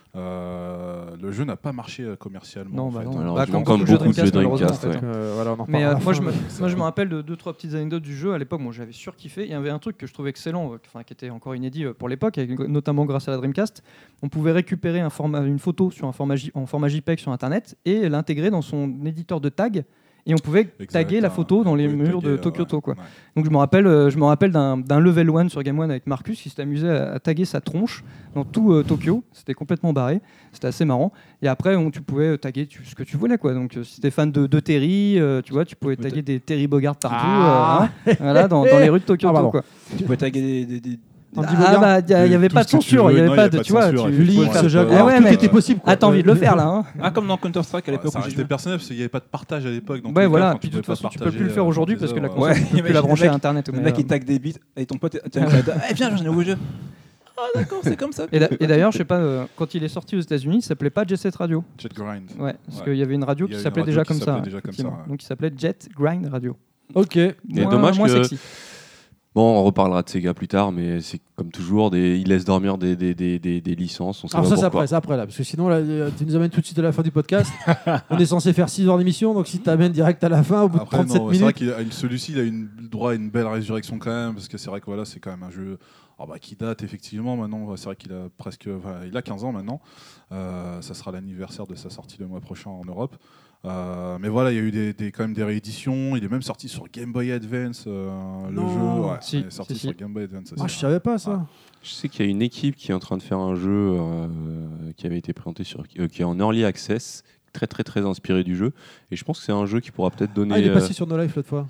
Speaker 6: euh, le jeu n'a pas marché euh, commercialement.
Speaker 9: Non,
Speaker 6: en
Speaker 9: bah
Speaker 6: fait.
Speaker 9: non.
Speaker 10: Alors,
Speaker 9: Bah,
Speaker 10: comme
Speaker 9: comme beaucoup de jeux
Speaker 10: beaucoup de jeux
Speaker 9: Dreamcast,
Speaker 10: Dreamcast,
Speaker 9: malheureusement, en fait.
Speaker 10: ouais.
Speaker 5: Euh, voilà, on en
Speaker 9: Mais
Speaker 5: reparlera
Speaker 9: euh,
Speaker 5: à la
Speaker 9: moi,
Speaker 5: fin,
Speaker 9: je me,
Speaker 5: mais-
Speaker 9: moi, je me rappelle de deux trois petites anecdotes du jeu. À l'époque, moi, j'avais surkiffé. Il y avait un truc que je trouvais excellent, euh, enfin, qui était encore inédit euh, pour l'époque, et notamment grâce à la Dreamcast. On pouvait récupérer un format, une photo sur un format J- en format JPEG sur Internet et l'intégrer dans son éditeur de tag. Et on pouvait
Speaker 6: Exact,
Speaker 9: taguer la
Speaker 6: hein.
Speaker 9: photo dans les
Speaker 6: Oui,
Speaker 9: murs
Speaker 6: taguer,
Speaker 9: de
Speaker 6: euh,
Speaker 9: Tokyoto,
Speaker 6: ouais,
Speaker 9: quoi.
Speaker 6: ouais.
Speaker 9: Donc je me rappelle, euh, je me rappelle d'un, d'un level one sur Game One avec Marcus qui s'était amusé à, à taguer sa tronche dans tout euh, Tokyo. C'était complètement barré. C'était assez marrant. Et après, on, tu pouvais taguer tu- ce que tu voulais, quoi. Donc euh, si t'es fan de, de Terry, euh, tu vois, tu pouvais taguer des Terry Bogard partout,
Speaker 5: Ah.
Speaker 9: euh, hein, voilà, dans, dans les rues de Tokyoto,
Speaker 5: Ah, pardon.
Speaker 9: quoi.
Speaker 7: Tu peux taguer des. des, des-
Speaker 5: Andy
Speaker 9: Ah
Speaker 5: Bogard.
Speaker 9: bah, il n'y avait
Speaker 6: Tout
Speaker 9: pas
Speaker 6: ce
Speaker 9: de
Speaker 6: que tu
Speaker 9: censure, il
Speaker 6: veux,
Speaker 9: n'y avait
Speaker 6: non,
Speaker 9: pas
Speaker 6: y a
Speaker 9: de,
Speaker 6: pas
Speaker 9: tu vois,
Speaker 6: censure,
Speaker 9: tu
Speaker 6: effectivement,
Speaker 5: Lynx,
Speaker 6: ouais.
Speaker 5: Jaguar,
Speaker 9: Ah ouais,
Speaker 5: tout
Speaker 9: mais-
Speaker 5: était possible. quoi.
Speaker 9: Ah, t'as envie de le faire là, hein.
Speaker 7: Ah, comme dans Counter-Strike à
Speaker 6: Ouais,
Speaker 7: l'époque
Speaker 6: ça
Speaker 7: où j'ai
Speaker 6: restait
Speaker 7: joué.
Speaker 6: personnel parce qu'il n'y avait pas de partage à l'époque. dans tous
Speaker 9: Ouais,
Speaker 6: les
Speaker 9: voilà,
Speaker 6: cas, enfin,
Speaker 9: puis de
Speaker 6: tu
Speaker 9: toute
Speaker 6: pouvais
Speaker 9: façon,
Speaker 6: pas
Speaker 9: tu peux plus le
Speaker 6: partager,
Speaker 9: faire
Speaker 6: euh,
Speaker 9: aujourd'hui
Speaker 6: tes
Speaker 9: parce que la
Speaker 6: œuvres,
Speaker 9: console,
Speaker 7: Ouais,
Speaker 9: tu peux plus
Speaker 7: imagine
Speaker 9: la
Speaker 7: le
Speaker 9: brancher à
Speaker 7: mec-
Speaker 9: Internet.
Speaker 7: Le
Speaker 9: mais,
Speaker 7: mec
Speaker 9: euh,
Speaker 7: il tag des bits et ton pote. Tiens, il a- Eh, viens, j'en ai nouveau jeu. Ah, d'accord, c'est comme ça.
Speaker 9: Et, d'a- et d'ailleurs, je sais pas, euh, quand il est sorti aux États-Unis, il s'appelait pas Jet Set Radio.
Speaker 6: Jet Grind.
Speaker 9: Ouais, parce
Speaker 6: Ouais.
Speaker 9: qu'il y avait une radio
Speaker 6: Il y
Speaker 9: qui
Speaker 6: a une
Speaker 9: s'appelait
Speaker 6: radio
Speaker 9: déjà
Speaker 6: qui
Speaker 9: comme ça.
Speaker 6: s'appelait
Speaker 9: ouais,
Speaker 6: déjà comme
Speaker 9: effectivement.
Speaker 6: ça, ouais.
Speaker 9: Donc il s'appelait Jet Grind Radio.
Speaker 5: Ok.
Speaker 10: Et
Speaker 9: Moins-
Speaker 10: dommage
Speaker 9: moins
Speaker 10: que-
Speaker 9: sexy.
Speaker 10: Bon, on reparlera de Sega plus tard, mais c'est comme toujours, des... ils laissent dormir des, des, des, des, des licences. On sait
Speaker 5: Alors
Speaker 10: pas
Speaker 5: ça c'est
Speaker 10: pourquoi.
Speaker 5: après, c'est après là, parce que sinon là, euh, tu nous amènes tout de suite à la fin du podcast. On est censé faire six heures d'émission, donc si tu amènes direct à la fin, au bout de
Speaker 6: Après,
Speaker 5: trente-sept
Speaker 6: non, c'est vrai
Speaker 5: minutes.
Speaker 6: qu'il a une, celui-ci, il a une, droit à une belle résurrection quand même, parce que c'est vrai que voilà, c'est quand même un jeu ah bah, qui date effectivement maintenant. C'est vrai qu'il a presque, enfin, il a quinze ans maintenant. Euh, ça sera l'anniversaire de sa sortie le mois prochain en Europe. Euh, mais voilà, il y a eu des, des- quand même des rééditions. Il est même sorti sur Game Boy Advance. euh, le
Speaker 5: Non.
Speaker 6: jeu, ouais,
Speaker 9: Si,
Speaker 6: il est sorti
Speaker 9: si,
Speaker 6: sur
Speaker 9: si.
Speaker 6: Game Boy Advance.
Speaker 5: Ah,
Speaker 6: aussi.
Speaker 5: je savais pas ça.
Speaker 10: Je sais qu'il y a une équipe qui est en train de faire un jeu euh, qui avait été présenté sur, euh, qui est en early access, très très très inspiré du jeu. Et je pense que c'est un jeu qui pourra peut-être donner.
Speaker 5: Ah, il est
Speaker 10: euh,
Speaker 5: passé sur No Life l'autre fois.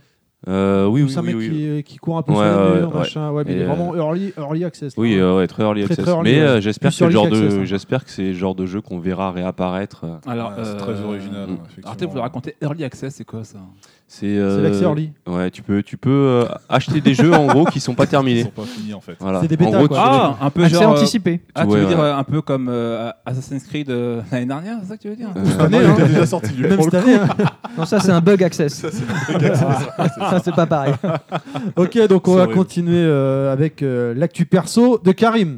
Speaker 10: Euh, oui, oui,
Speaker 5: C'est un
Speaker 10: oui,
Speaker 5: mec
Speaker 10: oui.
Speaker 5: Qui, qui court un peu
Speaker 10: Ouais,
Speaker 5: sur les
Speaker 10: ouais,
Speaker 5: murs,
Speaker 10: ouais.
Speaker 5: machin. Ouais, mais
Speaker 10: Et
Speaker 5: il est
Speaker 10: euh,
Speaker 5: vraiment early, early access.
Speaker 10: Oui, euh, ouais, très early
Speaker 5: Très,
Speaker 10: access.
Speaker 5: très early,
Speaker 10: mais
Speaker 5: ouais.
Speaker 10: euh, j'espère
Speaker 5: Plus
Speaker 10: que, c'est le
Speaker 5: early
Speaker 10: genre de,
Speaker 5: qu'access, hein.
Speaker 10: j'espère que c'est le genre de jeu qu'on verra réapparaître. euh.
Speaker 7: Alors,
Speaker 6: Ouais, c'est très original,
Speaker 7: mm.
Speaker 6: effectivement.
Speaker 7: Arthur, vous raconter Early Access, c'est quoi ça?
Speaker 10: C'est euh,
Speaker 5: C'est l'accès early.
Speaker 10: Ouais, tu peux, tu peux euh, acheter des jeux en gros qui sont pas
Speaker 6: Ils
Speaker 10: terminés.
Speaker 6: sont pas finis en fait.
Speaker 10: Voilà.
Speaker 5: C'est des
Speaker 10: En
Speaker 5: bêtas,
Speaker 10: gros,
Speaker 5: quoi.
Speaker 10: tu-
Speaker 7: Ah, un peu
Speaker 9: Accès
Speaker 7: genre. euh,
Speaker 9: anticipé.
Speaker 7: Ah, tu
Speaker 10: Ouais,
Speaker 7: veux
Speaker 10: ouais.
Speaker 7: dire euh, un peu comme euh, Assassin's Creed euh, l'année dernière, c'est ça que tu veux dire?
Speaker 10: Euh,
Speaker 5: Cette année,
Speaker 6: il
Speaker 5: hein.
Speaker 6: était déjà sorti lui.
Speaker 5: Même
Speaker 6: pour
Speaker 5: cette
Speaker 6: le
Speaker 5: année. hein.
Speaker 9: Non, ça c'est un bug access.
Speaker 6: Ça, c'est le gars, c'est ça, c'est ça.
Speaker 9: Ça c'est pas pareil.
Speaker 5: Ok, donc on
Speaker 6: C'est
Speaker 5: va
Speaker 6: horrible.
Speaker 5: continuer euh, avec euh, l'actu perso de Karim.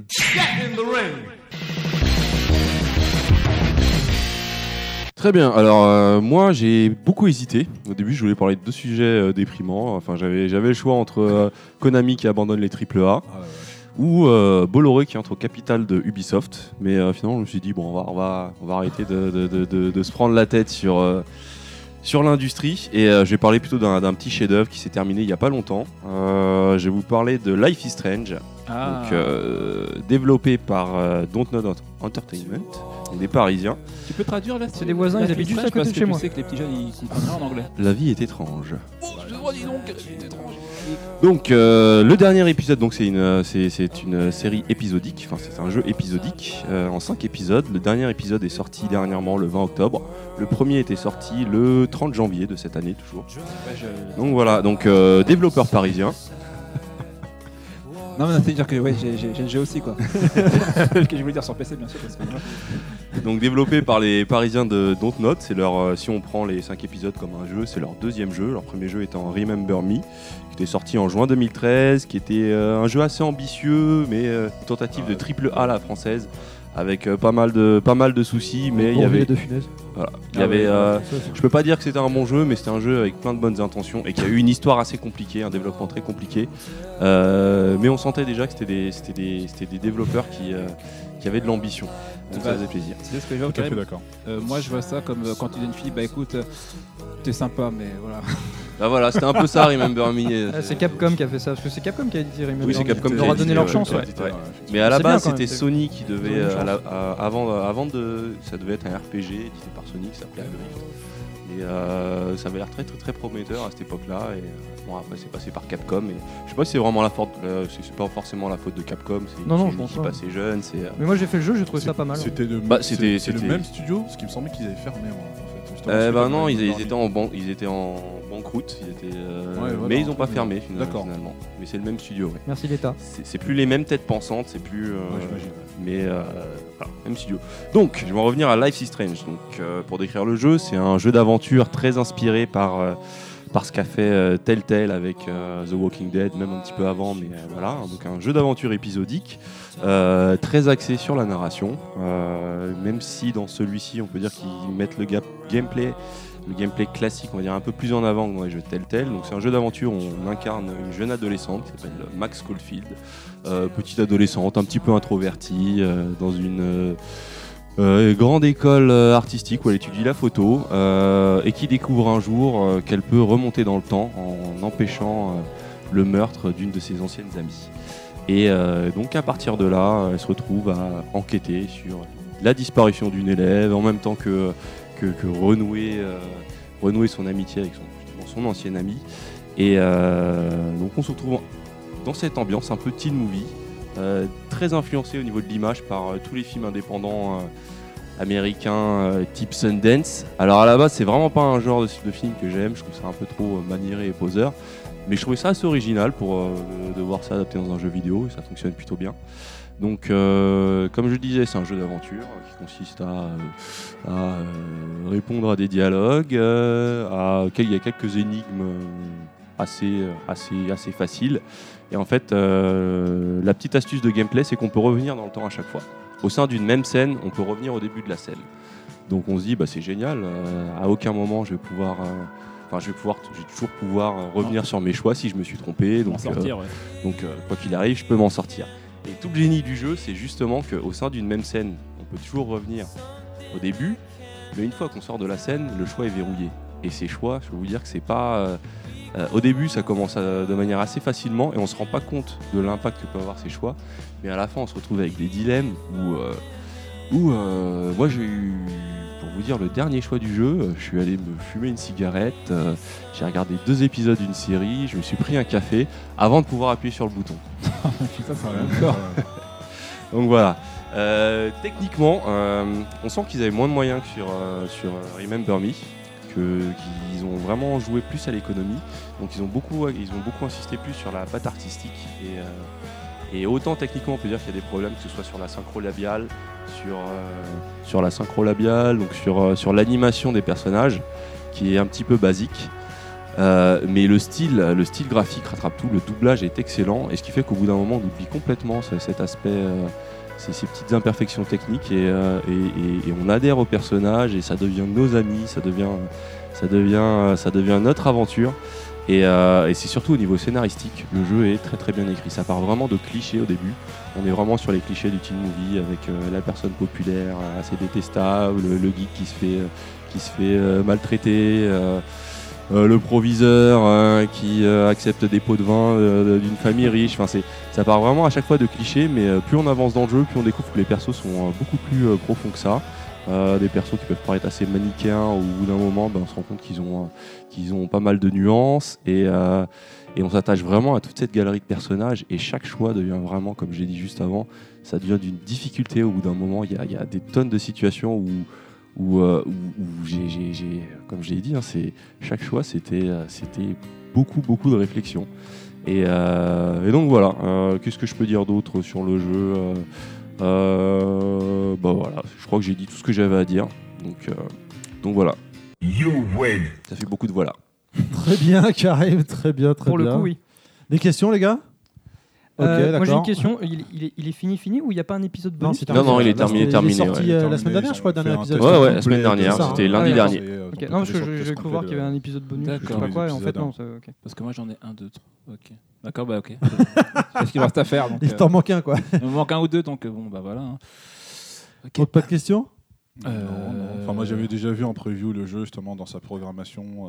Speaker 10: Très bien. Alors euh, moi j'ai beaucoup hésité. Au début je voulais parler de deux sujets euh, déprimants. Enfin j'avais j'avais le choix entre euh, Konami qui abandonne les triple A
Speaker 6: Ah, la vache.
Speaker 10: ou euh, Bolloré qui entre au capital de Ubisoft. Mais euh, finalement je me suis dit bon on va on va on va arrêter de, de, de, de- de se prendre la tête sur euh, sur l'industrie et euh, je vais parler plutôt d'un d'un petit chef-d'œuvre qui s'est terminé il y a pas longtemps. Euh, je vais vous parler de Life is Strange.
Speaker 7: Ah.
Speaker 10: Donc, euh, développé par euh, Dontnod Entertainment, donc des Parisiens.
Speaker 7: Tu peux traduire là?
Speaker 9: C'est des voisins, ils habitent juste à côté
Speaker 7: parce
Speaker 9: de
Speaker 7: que
Speaker 9: chez
Speaker 7: tu
Speaker 9: moi.
Speaker 7: sais que les petits jeunes ils comprennent rien en anglais.
Speaker 10: La vie est étrange.
Speaker 7: Oh, je vois, dis donc, c'est étrange.
Speaker 10: Donc, euh, le dernier épisode, donc c'est une, euh, c'est, c'est une série épisodique, enfin c'est un jeu épisodique euh, en cinq épisodes. Le dernier épisode est sorti dernièrement le vingt octobre. Le premier était sorti le trente janvier de cette année toujours.
Speaker 7: Ouais, je-
Speaker 10: Donc voilà, donc euh, développeur parisien.
Speaker 7: Non, mais c'est-à-dire que ouais, j'ai, j'ai, j'ai le jeu aussi quoi. que je voulais dire sur P C bien sûr parce que moi,
Speaker 10: Donc développé par les Parisiens de Dontnod, c'est leur, euh, si on prend les cinq épisodes comme un jeu, c'est leur deuxième jeu. Leur premier jeu étant Remember Me, qui était sorti en juin deux mille treize, qui était euh, un jeu assez ambitieux, mais euh, une tentative de triple A à la française, avec euh, pas mal de pas mal de soucis, mais il y avait,
Speaker 5: de Funès.
Speaker 10: voilà, il y avait, euh, je peux pas dire que c'était un bon jeu, mais c'était un jeu avec plein de bonnes intentions et qui a eu une histoire assez compliquée, un développement très compliqué. Euh, mais on sentait déjà que c'était des, c'était des, c'était des développeurs qui, euh, qui avaient de l'ambition. Donc ça
Speaker 7: Bah,
Speaker 10: faisait plaisir.
Speaker 7: tu sais ce que je vois
Speaker 6: Tout à fait
Speaker 7: Karim
Speaker 6: d'accord.
Speaker 7: Euh, Moi je vois ça comme euh, quand tu dis à une fille, bah écoute, euh, t'es sympa, mais voilà.
Speaker 10: Bah voilà, c'était un peu ça, Remember Me. euh,
Speaker 9: Ah, c'est Capcom qui a fait ça, parce que c'est Capcom qui a dit Remember
Speaker 10: Oui, c'est
Speaker 9: Me.
Speaker 10: Capcom
Speaker 9: Ils
Speaker 10: qui
Speaker 9: leur
Speaker 10: a
Speaker 9: a donné
Speaker 10: dit,
Speaker 9: leur
Speaker 10: ouais,
Speaker 9: chance,
Speaker 10: ouais,
Speaker 9: ouais.
Speaker 10: ouais. Mais à la
Speaker 9: C'est bien,
Speaker 10: base,
Speaker 9: quand même,
Speaker 10: c'était
Speaker 9: c'est-
Speaker 10: Sony qui
Speaker 9: Ils ont
Speaker 10: devait,
Speaker 9: une
Speaker 10: euh, à la-
Speaker 9: chance.
Speaker 10: à- avant, avant de, ça devait être un R P G édité par Sony qui s'appelait Adrift. Et euh, ça avait l'air très très très prometteur à cette époque-là. Et euh, bon, après c'est passé par Capcom. Et je sais pas si c'est vraiment la faute, euh, c'est c'est pas forcément la faute de Capcom. C'est
Speaker 9: Non, non,
Speaker 10: c'est
Speaker 9: je
Speaker 10: une
Speaker 9: pense
Speaker 10: équipe
Speaker 9: pas.
Speaker 10: assez jeune. C'est euh,
Speaker 9: Mais moi j'ai fait le jeu, j'ai trouvé ça pas mal.
Speaker 6: C'était le,
Speaker 10: Bah,
Speaker 6: c'est-
Speaker 10: c'était-
Speaker 6: c'est le
Speaker 10: c'était-
Speaker 6: même studio, ce qui me semblait qu'ils avaient fermé en fait. Justement,
Speaker 10: Euh,
Speaker 6: c'est
Speaker 10: bah
Speaker 6: pas
Speaker 10: non,
Speaker 6: le
Speaker 10: ils,
Speaker 6: même
Speaker 10: ils
Speaker 6: Barney.
Speaker 10: étaient en ban- ils étaient en banqueroute, ils étaient, euh,
Speaker 6: Ouais, voilà,
Speaker 10: mais ils n'ont pas
Speaker 6: ouais.
Speaker 10: fermé finalement.
Speaker 6: D'accord.
Speaker 10: finalement. Mais c'est le même studio. Ouais.
Speaker 9: Merci l'État.
Speaker 10: C'est c'est plus les mêmes têtes pensantes, c'est plus. euh,
Speaker 6: Ouais, j'imagine.
Speaker 10: mais euh, voilà, même studio. Donc, je vais en revenir à Life is Strange. Donc, euh, pour décrire le jeu, c'est un jeu d'aventure très inspiré par. euh, par ce qu'a fait euh, Telltale avec euh, The Walking Dead, même un petit peu avant, mais euh, voilà, donc un jeu d'aventure épisodique, euh, très axé sur la narration, euh, même si dans celui-ci on peut dire qu'ils mettent le gap- gameplay, le gameplay classique, on va dire un peu plus en avant que dans les jeux Telltale. Donc c'est un jeu d'aventure où on incarne une jeune adolescente qui s'appelle Max Caulfield, euh, petite adolescente, un petit peu introvertie, euh, dans une euh, Euh, grande école euh, artistique où elle étudie la photo euh, et qui découvre un jour euh, qu'elle peut remonter dans le temps en empêchant euh, le meurtre d'une de ses anciennes amies. Et euh, donc à partir de là, elle se retrouve à enquêter sur la disparition d'une élève en même temps que, que, que renouer, euh, renouer son amitié avec son, justement, son ancienne amie. Et euh, donc on se retrouve dans cette ambiance un peu teen movie. Euh, très influencé au niveau de l'image par euh, tous les films indépendants euh, américains euh, type Sundance. Alors à la base c'est vraiment pas un genre de, de film que j'aime, je trouve ça un peu trop euh, maniéré et poseur, mais je trouvais ça assez original pour euh, de, de voir ça adapté dans un jeu vidéo et ça fonctionne plutôt bien. Donc euh, comme je disais, c'est un jeu d'aventure euh, qui consiste à, euh, à euh, répondre à des dialogues, euh, à, il y a quelques énigmes euh, assez, assez, assez faciles. Et en fait, euh, la petite astuce de gameplay, c'est qu'on peut revenir dans le temps à chaque fois. Au sein d'une même scène, on peut revenir au début de la scène. Donc on se dit, bah, c'est génial, euh, à aucun moment je vais pouvoir... euh, Enfin, je vais pouvoir, je vais toujours pouvoir euh, revenir
Speaker 7: Non.
Speaker 10: sur mes choix si je me suis trompé.
Speaker 7: Pour
Speaker 10: Donc,
Speaker 7: en sortir,
Speaker 10: euh,
Speaker 7: ouais.
Speaker 10: donc euh, quoi qu'il arrive, je peux m'en sortir. Et tout le génie du jeu, c'est justement qu'au sein d'une même scène, on peut toujours revenir au début, mais une fois qu'on sort de la scène, le choix est verrouillé. Et ces choix, je peux vous dire que c'est pas... euh, euh, au début, ça commence à- de manière assez facilement et on se rend pas compte de l'impact que peuvent avoir ces choix. Mais à la fin, on se retrouve avec des dilemmes où, euh, où euh, moi j'ai eu, pour vous dire le dernier choix du jeu, euh, je suis allé me fumer une cigarette, euh, j'ai regardé deux épisodes d'une série, je me suis pris un café avant de pouvoir appuyer sur le bouton.
Speaker 6: Putain, c'est un encore.
Speaker 10: Donc voilà. Euh, techniquement, euh, on sent qu'ils avaient moins de moyens que sur, euh, sur euh, Remember Me, que, qu'ils ont vraiment joué plus à l'économie. Donc ils ont beaucoup, ils ont beaucoup insisté plus sur la patte artistique. Et, euh, et autant techniquement, on peut dire qu'il y a des problèmes, que ce soit sur la synchro labiale, sur, euh, sur la synchro labiale, donc sur, euh, sur l'animation des personnages, qui est un petit peu basique. Euh, mais le style, le style graphique rattrape tout, le doublage est excellent, et ce qui fait qu'au bout d'un moment, on oublie complètement ce, cet aspect. Euh, Ces, ces petites imperfections techniques et, euh, et, et, et on adhère aux personnages et ça devient nos amis, ça devient, ça devient, ça devient notre aventure et, euh, et c'est surtout au niveau scénaristique, le jeu est très très bien écrit, ça part vraiment de clichés au début, on est vraiment sur les clichés du teen movie avec euh, la personne populaire assez détestable, le, le geek qui se fait, qui se fait euh, maltraiter, euh, Euh, le proviseur euh, qui euh, accepte des pots de vin euh, d'une famille riche. Enfin, c'est, ça part vraiment à chaque fois de clichés, mais euh, plus on avance dans le jeu, plus on découvre que les persos sont euh, beaucoup plus euh, profonds que ça. Euh, des persos qui peuvent paraître assez manichéens, au bout d'un moment, ben, on se rend compte qu'ils ont, euh, qu'ils ont pas mal de nuances et, euh, et on s'attache vraiment à toute cette galerie de personnages et chaque choix devient vraiment, comme j'ai dit juste avant, ça devient d'une difficulté au bout d'un moment. Il y a, il y a des tonnes de situations où Où, euh, où, où j'ai, j'ai, j'ai, comme je l'ai dit, hein, c'est, chaque choix c'était, euh, c'était beaucoup beaucoup de réflexion. Et, euh, et donc voilà, euh, qu'est-ce que je peux dire d'autre sur le jeu euh, euh, bah voilà, je crois que j'ai dit tout ce que j'avais à dire. Donc, euh, donc voilà.
Speaker 1: You win.
Speaker 10: Ça fait beaucoup de voilà.
Speaker 5: Très bien, Karim, très bien, très
Speaker 9: Pour
Speaker 5: bien.
Speaker 9: le coup, oui.
Speaker 5: Des questions, les gars? Ok,
Speaker 9: Euh, moi j'ai
Speaker 5: d'accord.
Speaker 9: une question, il, il est, il est fini fini ou il n'y a pas un épisode
Speaker 5: Non,
Speaker 9: bonus?
Speaker 5: c'est
Speaker 10: Non, non, il est
Speaker 5: Là,
Speaker 10: terminé,
Speaker 5: c'était-
Speaker 10: terminé,
Speaker 5: Il est sorti
Speaker 10: ouais.
Speaker 5: euh, la
Speaker 6: Terminé,
Speaker 5: semaine dernière, je crois, le
Speaker 6: ils ont
Speaker 5: dernier
Speaker 6: fait un
Speaker 5: épisode.
Speaker 6: test
Speaker 10: Ouais, ouais,
Speaker 6: complet
Speaker 10: la semaine
Speaker 6: de
Speaker 10: dernière,
Speaker 6: tout ça,
Speaker 10: c'était
Speaker 6: hein.
Speaker 10: lundi
Speaker 9: Ah,
Speaker 10: dernier.
Speaker 6: Et, euh,
Speaker 9: Ok,
Speaker 6: donc,
Speaker 9: non,
Speaker 6: on
Speaker 9: parce
Speaker 6: était
Speaker 9: que
Speaker 6: sur le
Speaker 9: j'ai
Speaker 6: test
Speaker 9: j'ai cru
Speaker 6: complet
Speaker 9: voir
Speaker 6: de-
Speaker 9: qu'il y avait un épisode bonus,
Speaker 7: D'accord.
Speaker 9: je sais pas quoi, et en fait
Speaker 6: Épisode,
Speaker 9: non. c'est- ok.
Speaker 7: Parce que moi j'en ai un, deux, trois. Ok. D'accord, bah ok. C'est ce qu'il reste à faire. Donc,
Speaker 5: Il
Speaker 7: euh,
Speaker 5: t'en manque un, quoi.
Speaker 7: il me manque un ou deux, donc euh, bon, bah voilà. hein. Ok.
Speaker 5: Donc, pas de questions?
Speaker 6: Non, non. Enfin, moi j'avais déjà vu en preview le jeu justement dans sa programmation. euh,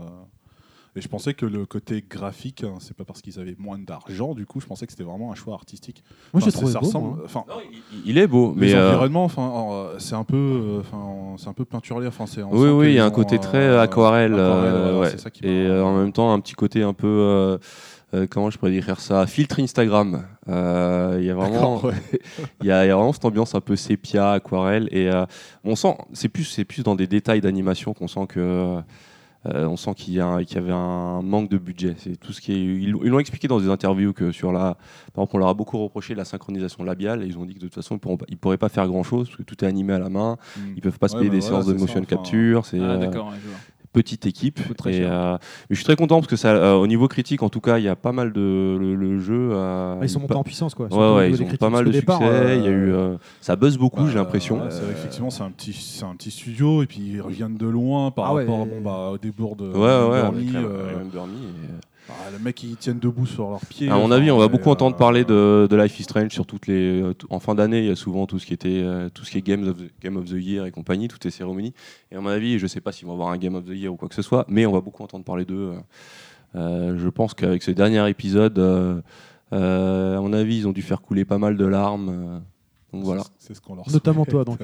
Speaker 6: Et je pensais que le côté graphique, hein, c'est pas parce qu'ils avaient moins d'argent, du coup, je pensais que c'était vraiment un choix artistique.
Speaker 5: Moi, j'ai
Speaker 6: Enfin,
Speaker 5: trouvé
Speaker 6: ça
Speaker 5: beau,
Speaker 6: ressemble.
Speaker 5: moi.
Speaker 6: Enfin,
Speaker 10: Il, il est beau,
Speaker 6: les
Speaker 10: mais euh,
Speaker 6: environnements, enfin, euh, c'est un peu, euh, enfin, c'est un peu peinturé. Enfin, c'est. on
Speaker 10: oui,
Speaker 6: sent
Speaker 10: oui, il y
Speaker 6: qu'ils
Speaker 10: a un
Speaker 6: ont,
Speaker 10: côté
Speaker 6: euh,
Speaker 10: très aquarelle,
Speaker 6: aquarelle,
Speaker 10: euh,
Speaker 6: voilà,
Speaker 10: ouais.
Speaker 6: c'est ça qui
Speaker 10: Et
Speaker 6: m'a-
Speaker 10: euh, en même temps un petit côté un peu, euh, euh, comment je pourrais décrire ça, filtre Instagram. Euh, Il y a vraiment,
Speaker 6: D'accord, ouais.
Speaker 10: il y, a il y a vraiment cette ambiance un peu sépia, aquarelle, et euh, on sent, c'est plus, c'est plus dans des détails d'animation qu'on sent que. Euh, on sent qu'il y, a un- qu'il y avait un manque de budget. C'est tout ce qui est, ils, ils l'ont expliqué dans des interviews que sur la, par exemple, on leur a beaucoup reproché la synchronisation labiale et ils ont dit que de toute façon ils pourront pas- ils pourraient pas faire grand chose parce que tout est animé à la main.
Speaker 6: Mm.
Speaker 10: Ils peuvent pas se
Speaker 6: Ouais,
Speaker 10: payer
Speaker 6: bah
Speaker 10: des
Speaker 6: voilà,
Speaker 10: séances de
Speaker 6: c'est
Speaker 10: motion
Speaker 6: ça, enfin,
Speaker 10: capture. C'est
Speaker 7: Ah,
Speaker 10: euh,
Speaker 7: d'accord, ouais, je vois.
Speaker 10: petite équipe.
Speaker 7: coûte très
Speaker 10: Et,
Speaker 7: cher.
Speaker 10: euh, mais je suis très content parce que ça, euh, au niveau critique, en tout cas, il y a pas mal de le, le jeu. euh,
Speaker 5: Ah, ils sont
Speaker 10: il
Speaker 5: montés
Speaker 10: pa-
Speaker 5: en puissance, quoi.
Speaker 10: Ouais,
Speaker 5: surtout au
Speaker 10: ouais,
Speaker 5: niveau
Speaker 10: ils
Speaker 5: des
Speaker 10: ont
Speaker 5: critiques.
Speaker 10: pas mal
Speaker 5: Parce
Speaker 10: de
Speaker 5: qu'au départ,
Speaker 10: succès. Il y a eu,
Speaker 5: euh,
Speaker 10: euh, ça buzz beaucoup,
Speaker 6: Bah,
Speaker 10: j'ai l'impression.
Speaker 6: ouais, c'est- effectivement, c'est un petit, c'est un petit studio et puis ils reviennent de loin par
Speaker 5: Ah ouais.
Speaker 6: rapport, bon, bah, au débours de.
Speaker 10: Ouais, ouais,
Speaker 6: Burnie,
Speaker 10: avec, euh,
Speaker 6: euh,
Speaker 10: Remember Me, et, euh,
Speaker 6: bah, le mec ils tiennent debout sur leurs pieds.
Speaker 10: À mon
Speaker 6: enfin,
Speaker 10: avis, on va
Speaker 6: c'est,
Speaker 10: beaucoup
Speaker 6: euh,
Speaker 10: entendre parler de, de Life is Strange sur toutes les. euh, tout- en fin d'année, il y a souvent tout ce qui était euh, tout ce qui est Game of, the, Game of the Year et compagnie, toutes les cérémonies. Et à mon avis, je sais pas s'ils vont avoir un Game of the Year ou quoi que ce soit, mais on va beaucoup entendre parler d'eux. euh. Euh, je pense qu'avec ce dernier épisode, euh, euh, à mon avis, ils ont dû faire couler pas mal de larmes. euh. donc voilà.
Speaker 6: C'est ce qu'on leur
Speaker 5: Notamment
Speaker 6: souhaite.
Speaker 5: toi, donc.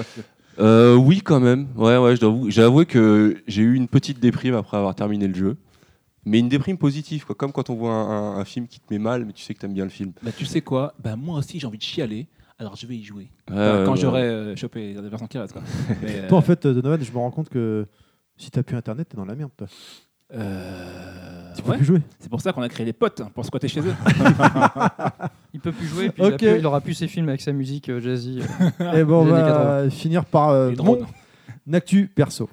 Speaker 10: Euh, oui, quand même. Ouais, ouais. Je dois avouer, j'ai avoué que j'ai eu une petite déprime après avoir terminé le jeu. Mais une déprime positive, quoi. Comme quand on voit un, un- un film qui te met mal, mais tu sais que t'aimes bien le film.
Speaker 7: Bah, tu sais quoi? Bah, moi aussi, j'ai envie de chialer. Alors, je vais y jouer.
Speaker 10: Ouais,
Speaker 7: Enfin,
Speaker 10: ouais,
Speaker 7: quand
Speaker 10: ouais.
Speaker 7: j'aurai euh, chopé la version qui reste. Quoi. Mais, euh,
Speaker 5: Toi, en fait, euh, Donovan, je me rends compte que si t'as plus internet, t'es dans la merde, toi.
Speaker 7: euh,
Speaker 5: Tu peux
Speaker 7: ouais.
Speaker 5: plus jouer.
Speaker 7: C'est pour ça qu'on a créé les potes, hein, pour squatter chez eux.
Speaker 9: Il peut plus jouer, puis il, a
Speaker 5: Ok.
Speaker 9: plus- il aura plus ses films avec sa musique euh, jazzy. euh.
Speaker 5: Et bon, on
Speaker 9: Les années
Speaker 5: va
Speaker 9: quatre-vingts.
Speaker 5: finir par euh,
Speaker 7: Les
Speaker 5: mon
Speaker 7: drones.
Speaker 5: actu perso.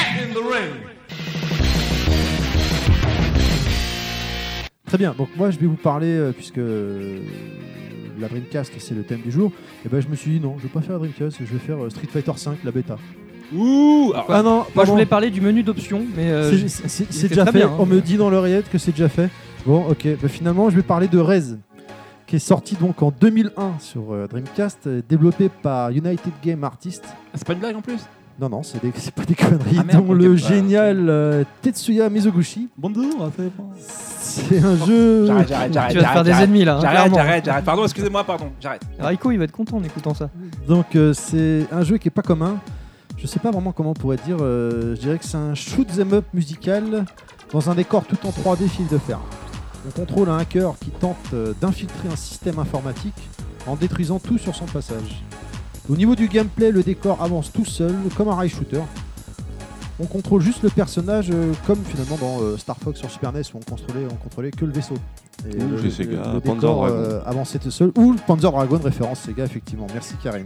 Speaker 5: Très bien, donc moi je vais vous parler, euh, puisque euh, la Dreamcast c'est le thème du jour, et ben je me suis dit non, je vais pas faire la Dreamcast, je vais faire euh, Street Fighter cinq, la bêta.
Speaker 7: Ouh alors,
Speaker 5: Ah non,
Speaker 9: Moi je
Speaker 5: pardon.
Speaker 9: voulais parler du menu d'options, mais euh,
Speaker 5: C'est-
Speaker 9: j'ai-
Speaker 5: c'est c'est-
Speaker 9: il
Speaker 5: c'est
Speaker 9: était
Speaker 5: déjà
Speaker 9: très
Speaker 5: fait,
Speaker 9: bien, hein.
Speaker 5: on me dit dans l'oreillette que c'est déjà fait. Bon ok, bah, finalement je vais parler de Rez, qui est sorti donc en deux mille un sur euh, Dreamcast, euh, développé par United Game Artists.
Speaker 7: c'est pas une blague en plus.
Speaker 5: Non, non, c'est des- c'est pas des conneries,
Speaker 7: Ah, merde,
Speaker 5: dont
Speaker 7: ok,
Speaker 5: le
Speaker 7: bah,
Speaker 5: génial euh, Tetsuya Mizoguchi.
Speaker 6: Bonjour, c'est bon.
Speaker 5: C'est un jeu...
Speaker 7: J'arrête, j'arrête, j'arrête.
Speaker 9: tu vas te faire des
Speaker 7: j'arrête,
Speaker 9: ennemis là. hein,
Speaker 7: J'arrête,
Speaker 9: clairement.
Speaker 7: j'arrête, j'arrête. Pardon, excusez-moi, pardon. J'arrête.
Speaker 9: Raiko il va être content en écoutant ça.
Speaker 5: Donc euh, c'est un jeu qui est pas commun, je sais pas vraiment comment on pourrait dire. euh, je dirais que c'est un shoot 'em up musical dans un décor tout en trois D fil de fer. On contrôle un hacker qui tente euh, d'infiltrer un système informatique en détruisant tout sur son passage. Au niveau du gameplay, le décor avance tout seul, comme un rail shooter. On contrôle juste le personnage, euh, comme finalement dans euh, Star Fox sur Super N E S, où on contrôlait, on contrôlait que le vaisseau. Et
Speaker 10: Ou
Speaker 5: le,
Speaker 10: chez
Speaker 5: le-
Speaker 10: Sega,
Speaker 5: le
Speaker 10: Panzer
Speaker 5: décor
Speaker 10: Dragon.
Speaker 5: euh, avançait tout seul. Ou le Panzer Dragon, référence Sega, effectivement. Merci Karim.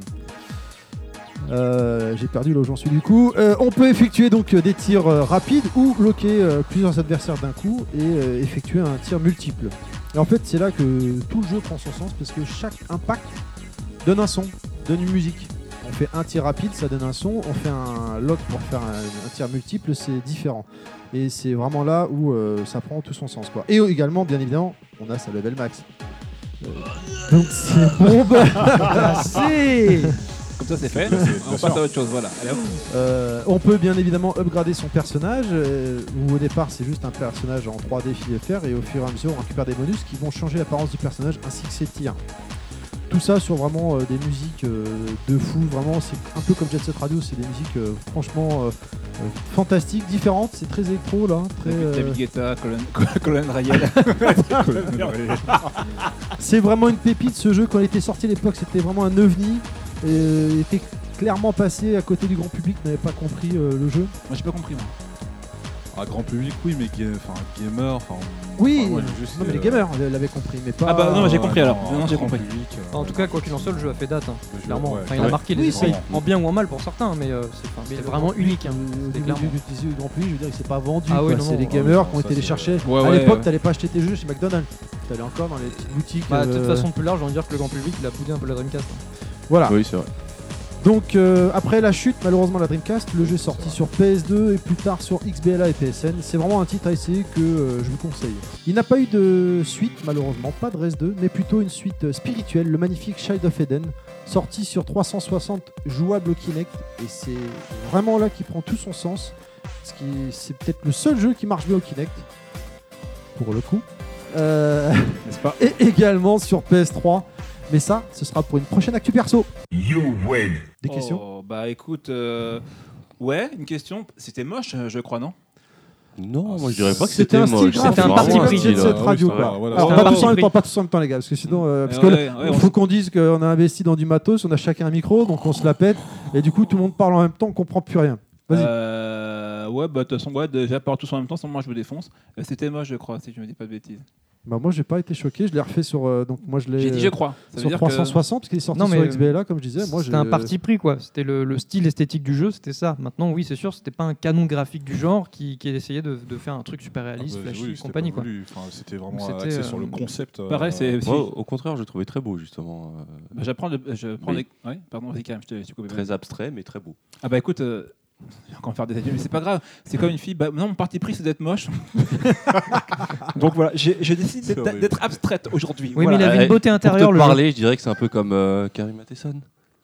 Speaker 5: Euh, J'ai perdu là où j'en suis du coup. Euh, on peut effectuer donc euh, des tirs euh, rapides ou bloquer euh, plusieurs adversaires d'un coup et euh, effectuer un tir multiple. Et en fait, c'est là que tout le jeu prend son sens parce que chaque impact donne un son, donne une musique. On fait un tir rapide, ça donne un son. On fait un lock pour faire un, un tir multiple, c'est différent. Et c'est vraiment là où euh, ça prend tout son sens, quoi. Et également, bien évidemment, on a sa level max. Euh, donc c'est bombe. c'est
Speaker 7: Comme ça, c'est fait.
Speaker 6: C'est- c'est-
Speaker 7: On
Speaker 6: bien
Speaker 7: passe
Speaker 6: sûr.
Speaker 7: à autre chose. Voilà. Allez, hop.
Speaker 5: Euh, on peut bien évidemment upgrader son personnage, euh, où au départ c'est juste un personnage en trois D fil de fer, et au fur et à mesure on récupère des bonus qui vont changer l'apparence du personnage ainsi que ses tirs. Tout ça sur vraiment euh, des musiques euh, de fou, vraiment c'est un peu comme Jet Set Radio, c'est des musiques euh, franchement euh, euh, fantastiques, différentes, c'est très électro là, très, euh,
Speaker 7: David Guetta, Colin, Colin Rayel.
Speaker 5: c'est vraiment une pépite ce jeu. Quand il était sorti à l'époque c'était vraiment un ovni, et, euh, il était clairement passé à côté du grand public, n'avait pas compris euh, le jeu.
Speaker 7: Moi, j'ai pas compris. Moi.
Speaker 6: Ah, grand public, oui, mais ga- enfin, gamer, enfin.
Speaker 5: Oui,
Speaker 6: enfin, ouais, le jeu, c'est,
Speaker 5: non, mais les
Speaker 6: euh,
Speaker 5: gamers l'avaient compris, mais pas...
Speaker 7: Ah bah non, mais j'ai compris alors.
Speaker 6: non,
Speaker 7: Non, j'ai
Speaker 6: grand
Speaker 7: compris.
Speaker 6: public, euh,
Speaker 9: En tout cas, quoi qu'il en soit, le jeu a fait date, hein,
Speaker 6: le jeu,
Speaker 9: clairement.
Speaker 6: ouais.
Speaker 9: Enfin, il a
Speaker 6: Ouais.
Speaker 9: marqué les
Speaker 5: Oui,
Speaker 9: esprits,
Speaker 5: c'est-
Speaker 9: en bien ou en mal pour certains, mais euh, c'est enfin,
Speaker 5: Mais
Speaker 9: c'était
Speaker 5: le
Speaker 9: vraiment
Speaker 5: grand public,
Speaker 9: unique. Hein.
Speaker 5: euh,
Speaker 9: C'était
Speaker 5: du-
Speaker 9: clairement.
Speaker 5: du- du- du grand public, je veux dire, il s'est pas vendu.
Speaker 9: Ah
Speaker 5: quoi.
Speaker 9: oui, non,
Speaker 5: c'est
Speaker 9: non,
Speaker 5: les
Speaker 9: ah
Speaker 5: gamers
Speaker 6: oui,
Speaker 5: qui ont
Speaker 6: ça,
Speaker 5: été les
Speaker 6: c'est-
Speaker 5: chercher.
Speaker 7: Ouais,
Speaker 5: à
Speaker 7: ouais,
Speaker 5: l'époque,
Speaker 7: ouais.
Speaker 5: t'allais pas acheter tes jeux chez McDonald's. T'allais encore dans les petites boutiques.
Speaker 9: Bah, de toute
Speaker 5: euh,
Speaker 9: façon, plus large, j'ai envie de dire que le grand public, il a boudé un peu la Dreamcast. hein.
Speaker 5: Voilà.
Speaker 10: Oui, c'est vrai.
Speaker 5: Donc, euh, après la chute, malheureusement, de la Dreamcast, le jeu est sorti sur P S deux et plus tard sur X B L A et P S N. C'est vraiment un titre à essayer que euh, je vous conseille. Il n'a pas eu de suite, malheureusement, pas de Res deux, mais plutôt une suite euh, spirituelle, le magnifique Child of Eden, sorti sur trois cent soixante, jouable au Kinect. Et c'est vraiment là qu'il prend tout son sens. Parce que c'est peut-être le seul jeu qui marche bien au Kinect, pour le coup. Euh,
Speaker 7: N'est-ce pas?
Speaker 5: et également sur P S trois. Mais ça, ce sera pour une prochaine actu perso.
Speaker 1: You win.
Speaker 5: Des questions?
Speaker 7: Oh, bah écoute, euh, ouais, une question. C'était moche, euh, je crois, non?
Speaker 10: Non, moi je dirais pas que
Speaker 5: C'était
Speaker 10: c'était
Speaker 5: un style
Speaker 10: moche.
Speaker 5: graphique,
Speaker 9: C'était un parti
Speaker 5: vraiment
Speaker 9: pris,
Speaker 5: Jet Set
Speaker 6: euh, oui,
Speaker 5: Radio,
Speaker 6: ça
Speaker 5: quoi.
Speaker 6: va, voilà.
Speaker 5: Alors,
Speaker 9: C'était un
Speaker 5: pas tous en
Speaker 9: parti
Speaker 5: même
Speaker 9: pris.
Speaker 5: temps, pas tous en même temps, les gars, parce que sinon, euh, parce
Speaker 7: Ouais,
Speaker 5: que
Speaker 7: ouais,
Speaker 5: là,
Speaker 7: ouais,
Speaker 5: il
Speaker 7: on
Speaker 5: faut
Speaker 7: s-
Speaker 5: qu'on dise qu'on a investi dans du matos, on a chacun un micro, donc on se la pète, et du coup tout le monde parle en même temps, on comprend plus rien. Vas-y.
Speaker 7: Euh, ouais, bah de toute façon, ouais, déjà parle tous en même temps, sans moi je vous défonce. Euh, c'était moche, je crois, si je me dis pas de bêtises.
Speaker 5: Bah moi j'ai pas été choqué, je l'ai refait sur, euh, donc moi je l'ai
Speaker 7: J'ai dit je crois. Ça veut
Speaker 5: sur
Speaker 7: dire
Speaker 5: trois
Speaker 7: que-
Speaker 5: cent soixante parce qu'il est sorti
Speaker 9: Non, mais,
Speaker 5: sur X B L A comme je disais. Moi
Speaker 9: C'était un parti pris, quoi. C'était le, le style esthétique du jeu, c'était ça. Maintenant, oui, c'est sûr, c'était pas un canon graphique du genre qui, qui essayait de, de faire un truc super réaliste,
Speaker 6: Ah bah,
Speaker 9: flashy
Speaker 6: oui,
Speaker 9: et
Speaker 6: c'était
Speaker 9: compagnie,
Speaker 6: pas
Speaker 9: quoi.
Speaker 6: voulu. Enfin, c'était vraiment
Speaker 9: Donc, c'était,
Speaker 6: axé
Speaker 9: euh,
Speaker 6: sur le concept. euh,
Speaker 7: Pareil, c'est.
Speaker 10: Moi,
Speaker 7: si.
Speaker 10: au contraire, je le trouvais très beau, justement. euh,
Speaker 7: Bah, j'apprends le- je prends
Speaker 10: Oui.
Speaker 7: des- ouais, pardon, vas-y, Karim, je te je te coupe.
Speaker 10: Très abstrait, mais très beau.
Speaker 7: Ah bah écoute, euh, je vais encore faire des adieux, mais c'est pas grave. C'est comme une fille. Bah, non, mon parti pris, c'est d'être moche. Donc voilà, j'ai j'ai décidé
Speaker 6: C'est
Speaker 7: d'être-
Speaker 6: horrible.
Speaker 7: d'être abstraite aujourd'hui.
Speaker 9: Oui,
Speaker 7: Voilà.
Speaker 9: mais il avait une beauté
Speaker 10: Pour
Speaker 9: intérieure,
Speaker 10: te
Speaker 9: le jeu.
Speaker 10: parler, je dirais que c'est un peu comme euh, Karim Matheson.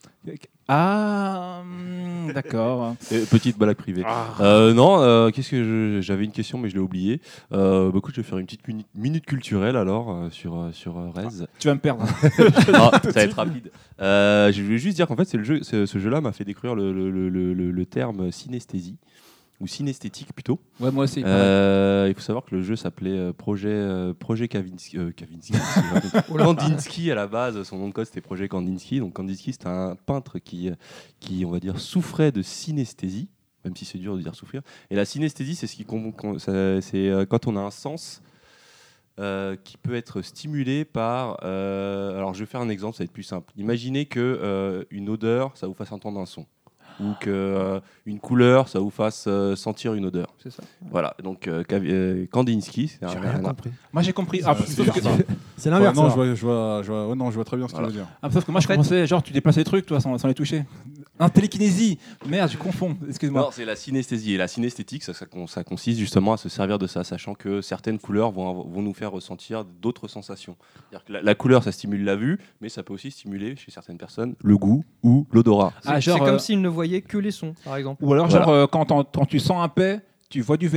Speaker 7: Ah, hum, d'accord.
Speaker 10: Et petite blague privée.
Speaker 7: Ah.
Speaker 10: Euh, non, euh, qu'est-ce que je- j'avais une question, mais je l'ai oubliée. Euh, bah, écoute, je vais faire une petite minute, minute culturelle alors euh, sur euh, sur euh, Rez.
Speaker 7: Tu vas me perdre.
Speaker 10: Non, ça va être rapide. Euh, je voulais juste dire qu'en fait, c'est le jeu, ce, ce jeu-là m'a fait découvrir le, le, le, le, le terme synesthésie ou synesthétique plutôt.
Speaker 7: Ouais, moi aussi.
Speaker 10: Euh, il faut savoir que le jeu s'appelait euh, Projet euh, Projet Kavinsky, euh, Kavinsky Kandinsky à la base. Son nom de code c'était Projet Kandinsky. Donc Kandinsky c'était un peintre qui qui on va dire souffrait de synesthésie, même si c'est dur de dire souffrir. Et la synesthésie c'est ce qui con- con- ça- c'est euh, quand on a un sens euh, qui peut être stimulé par. euh, alors je vais faire un exemple, ça va être plus simple. Imaginez que euh, une odeur ça vous fasse entendre un son. Ou que euh, une couleur, ça vous fasse euh, sentir une odeur.
Speaker 9: C'est ça.
Speaker 10: Voilà, donc euh, Kav- euh, Kandinsky, c'est
Speaker 5: J'ai
Speaker 10: un,
Speaker 5: rien
Speaker 10: un-
Speaker 5: compris.
Speaker 7: Moi j'ai compris.
Speaker 6: Ça,
Speaker 7: Ah,
Speaker 6: c'est
Speaker 7: sauf, que,
Speaker 6: bizarre.
Speaker 5: C'est
Speaker 6: Ouais,
Speaker 5: l'inverse.
Speaker 6: non, je
Speaker 5: alors.
Speaker 6: vois, je vois, je vois, ouais, non, je vois très bien ce que
Speaker 10: Voilà.
Speaker 6: tu veux dire.
Speaker 7: ah, sauf que moi je
Speaker 9: En fait-
Speaker 7: pensais, genre tu déplaces les trucs toi sans, sans les toucher. Un télékinésie. Merde, je confonds. Excuse-moi.
Speaker 10: Non, c'est la synesthésie. Et la synesthétique, ça, ça, con- ça consiste justement à se servir de ça, sachant que certaines couleurs vont, avoir- vont nous faire ressentir d'autres sensations. C'est-à-dire que la, la couleur, ça stimule la vue, mais ça peut aussi stimuler chez certaines personnes le goût ou l'odorat.
Speaker 9: C'est
Speaker 7: Ah, genre,
Speaker 9: c'est comme
Speaker 7: euh,
Speaker 9: s'il ne voyait que les sons, par exemple.
Speaker 7: Ou alors
Speaker 10: Voilà.
Speaker 7: genre euh, quand, t'en- quand tu sens un paix, tu vois du vert.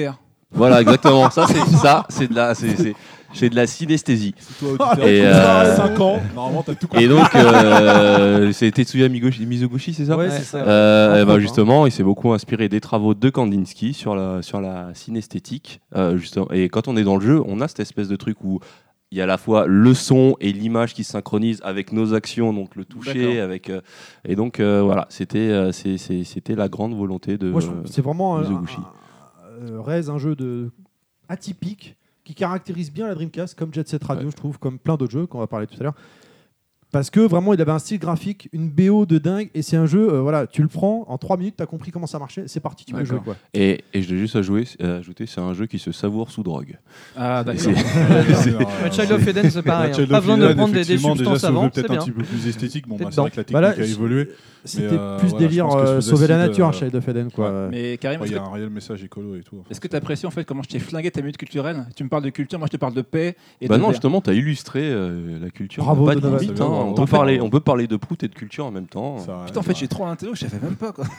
Speaker 10: Voilà, exactement. Ça, c'est ça, c'est de la, c'est, c'est, c'est de la synesthésie.
Speaker 6: C'est toi, auditeur,
Speaker 10: Et,
Speaker 6: qui
Speaker 10: euh,
Speaker 6: a cinq ans. Normalement, t'as tout compris.
Speaker 10: Et donc, euh, c'est Tetsuya Migoshi- Mizoguchi, c'est ça
Speaker 5: Ouais, c'est ça.
Speaker 10: Euh,
Speaker 5: Ouais.
Speaker 10: et ben justement, il s'est beaucoup inspiré des travaux de Kandinsky sur la, sur la synesthétique. Euh, justement. Et quand on est dans le jeu, on a cette espèce de truc où il y a à la fois le son et l'image qui se synchronisent avec nos actions, donc le toucher. Avec, euh, et donc, euh, voilà, c'était, euh, c'est, c'est, c'était la grande volonté de
Speaker 5: Moi, je trouve que c'est vraiment un,
Speaker 10: Mizoguchi.
Speaker 5: un, un, Rez, un jeu de atypique qui caractérise bien la Dreamcast, comme Jet Set Radio,
Speaker 10: Ouais.
Speaker 5: je trouve, comme plein d'autres jeux qu'on va parler tout à l'heure. Parce que vraiment, il avait un style graphique, une B O de dingue, et c'est un jeu, euh, voilà, tu le prends, en trois minutes, tu as compris comment ça marchait, c'est parti, tu peux
Speaker 7: D'accord.
Speaker 5: jouer. Quoi.
Speaker 10: Et, et je l'ai juste à jouer, euh, ajouter, c'est un jeu qui se savoure sous drogue.
Speaker 7: Ah, d'accord.
Speaker 10: C'est-
Speaker 6: C'est-
Speaker 9: Ouais, Child of Eden, c'est pareil. hein.
Speaker 6: Child
Speaker 9: Pas
Speaker 6: of
Speaker 9: besoin de
Speaker 6: Eden,
Speaker 9: prendre des, des
Speaker 6: effectivement,
Speaker 9: substances
Speaker 6: déjà, se veut
Speaker 9: avant, c'est
Speaker 6: peut-être un
Speaker 9: bien.
Speaker 6: petit peu plus esthétique. Bon,
Speaker 9: T'es
Speaker 6: bah, c'est
Speaker 9: dedans.
Speaker 6: vrai que la technique
Speaker 5: Bah là,
Speaker 6: a évolué.
Speaker 5: C'était
Speaker 6: Mais, euh,
Speaker 5: plus
Speaker 6: voilà,
Speaker 5: délire
Speaker 6: je pense que
Speaker 5: euh,
Speaker 6: sous
Speaker 5: sauver la
Speaker 6: acide,
Speaker 5: nature,
Speaker 6: euh,
Speaker 5: Child of Eden. Quoi. Ouais.
Speaker 7: Mais Karim,
Speaker 6: Ouais,
Speaker 7: est-ce
Speaker 6: Il y
Speaker 7: que
Speaker 6: a un réel message écolo et tout.
Speaker 7: est-ce que tu apprécies en fait comment je t'ai flingué ta minute culturelle? Tu me parles de culture, moi je te parle de paix et
Speaker 10: Bah
Speaker 7: de
Speaker 10: non,
Speaker 7: verre.
Speaker 10: justement, tu as illustré euh, la culture.
Speaker 5: Bravo,
Speaker 10: Pas de
Speaker 5: Donovan.
Speaker 10: limite,
Speaker 6: Ça
Speaker 10: hein.
Speaker 6: va,
Speaker 10: on,
Speaker 6: en
Speaker 10: peut
Speaker 6: fait,
Speaker 10: parler,
Speaker 6: on-
Speaker 10: on peut parler de prout et de culture en même temps.
Speaker 6: Ça,
Speaker 7: Putain, en fait, j'ai trop l'intello, je savais même pas quoi.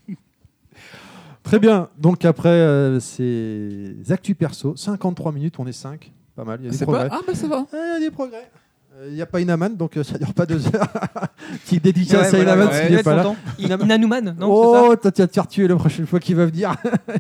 Speaker 5: Très bien, donc après euh, ces actus perso, cinquante-trois minutes, on est cinq, pas mal, il y a des
Speaker 7: C'est
Speaker 5: progrès.
Speaker 7: pas... Ah, bah ça va.
Speaker 5: Ah, il y a des progrès. Il n'y a pas Inaman, donc euh, ça dure pas deux heures. Qui dédicace
Speaker 9: Ouais,
Speaker 5: à
Speaker 9: voilà,
Speaker 5: Inaman
Speaker 9: ouais,
Speaker 5: s'il
Speaker 9: il
Speaker 5: n'est
Speaker 9: va
Speaker 5: pas
Speaker 9: être
Speaker 5: là.
Speaker 9: content. Ina- Inanuman, non
Speaker 5: Oh, toi, tu vas te faire tuer la prochaine fois qu'il va venir.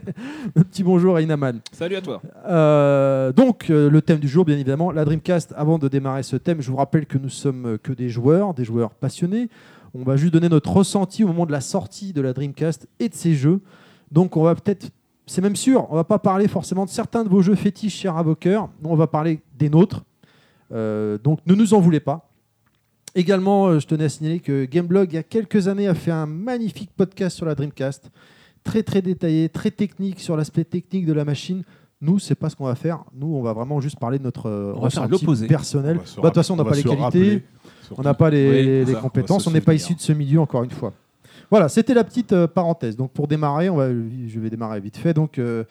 Speaker 5: Un petit bonjour à Inaman.
Speaker 7: Salut à toi.
Speaker 5: Euh, donc, euh, le thème du jour, bien évidemment, la Dreamcast. Avant de démarrer ce thème, je vous rappelle que nous sommes euh, que des joueurs, des joueurs passionnés. On va juste donner notre ressenti au moment de la sortie de la Dreamcast et de ses jeux. Donc, on va peut-être, c'est même sûr, on va pas parler forcément de certains de vos jeux fétiches chers à vos cœurs. On va parler des nôtres. Euh, donc, ne nous en voulez pas. Également, euh, je tenais à signaler que Gameblog, il y a quelques années, a fait un magnifique podcast sur la Dreamcast. Très, très détaillé, très technique sur l'aspect technique de la machine. Nous, c'est pas ce qu'on va faire. Nous, on va vraiment juste parler de notre euh,
Speaker 7: On va faire
Speaker 5: ressenti
Speaker 7: l'opposé.
Speaker 5: personnel.
Speaker 6: On va se
Speaker 5: Bah, De toute façon, on n'a
Speaker 6: va
Speaker 5: pas les
Speaker 6: se
Speaker 5: qualités,
Speaker 6: rappeler, surtout.
Speaker 5: on n'a pas les,
Speaker 7: Oui,
Speaker 5: les
Speaker 6: ça, on va
Speaker 5: compétences,
Speaker 6: se
Speaker 5: on n'est pas
Speaker 6: souvenir.
Speaker 5: issu de ce milieu, encore une fois. Voilà, c'était la petite euh, parenthèse. Donc, pour démarrer, on va, je vais démarrer vite fait. Donc, euh,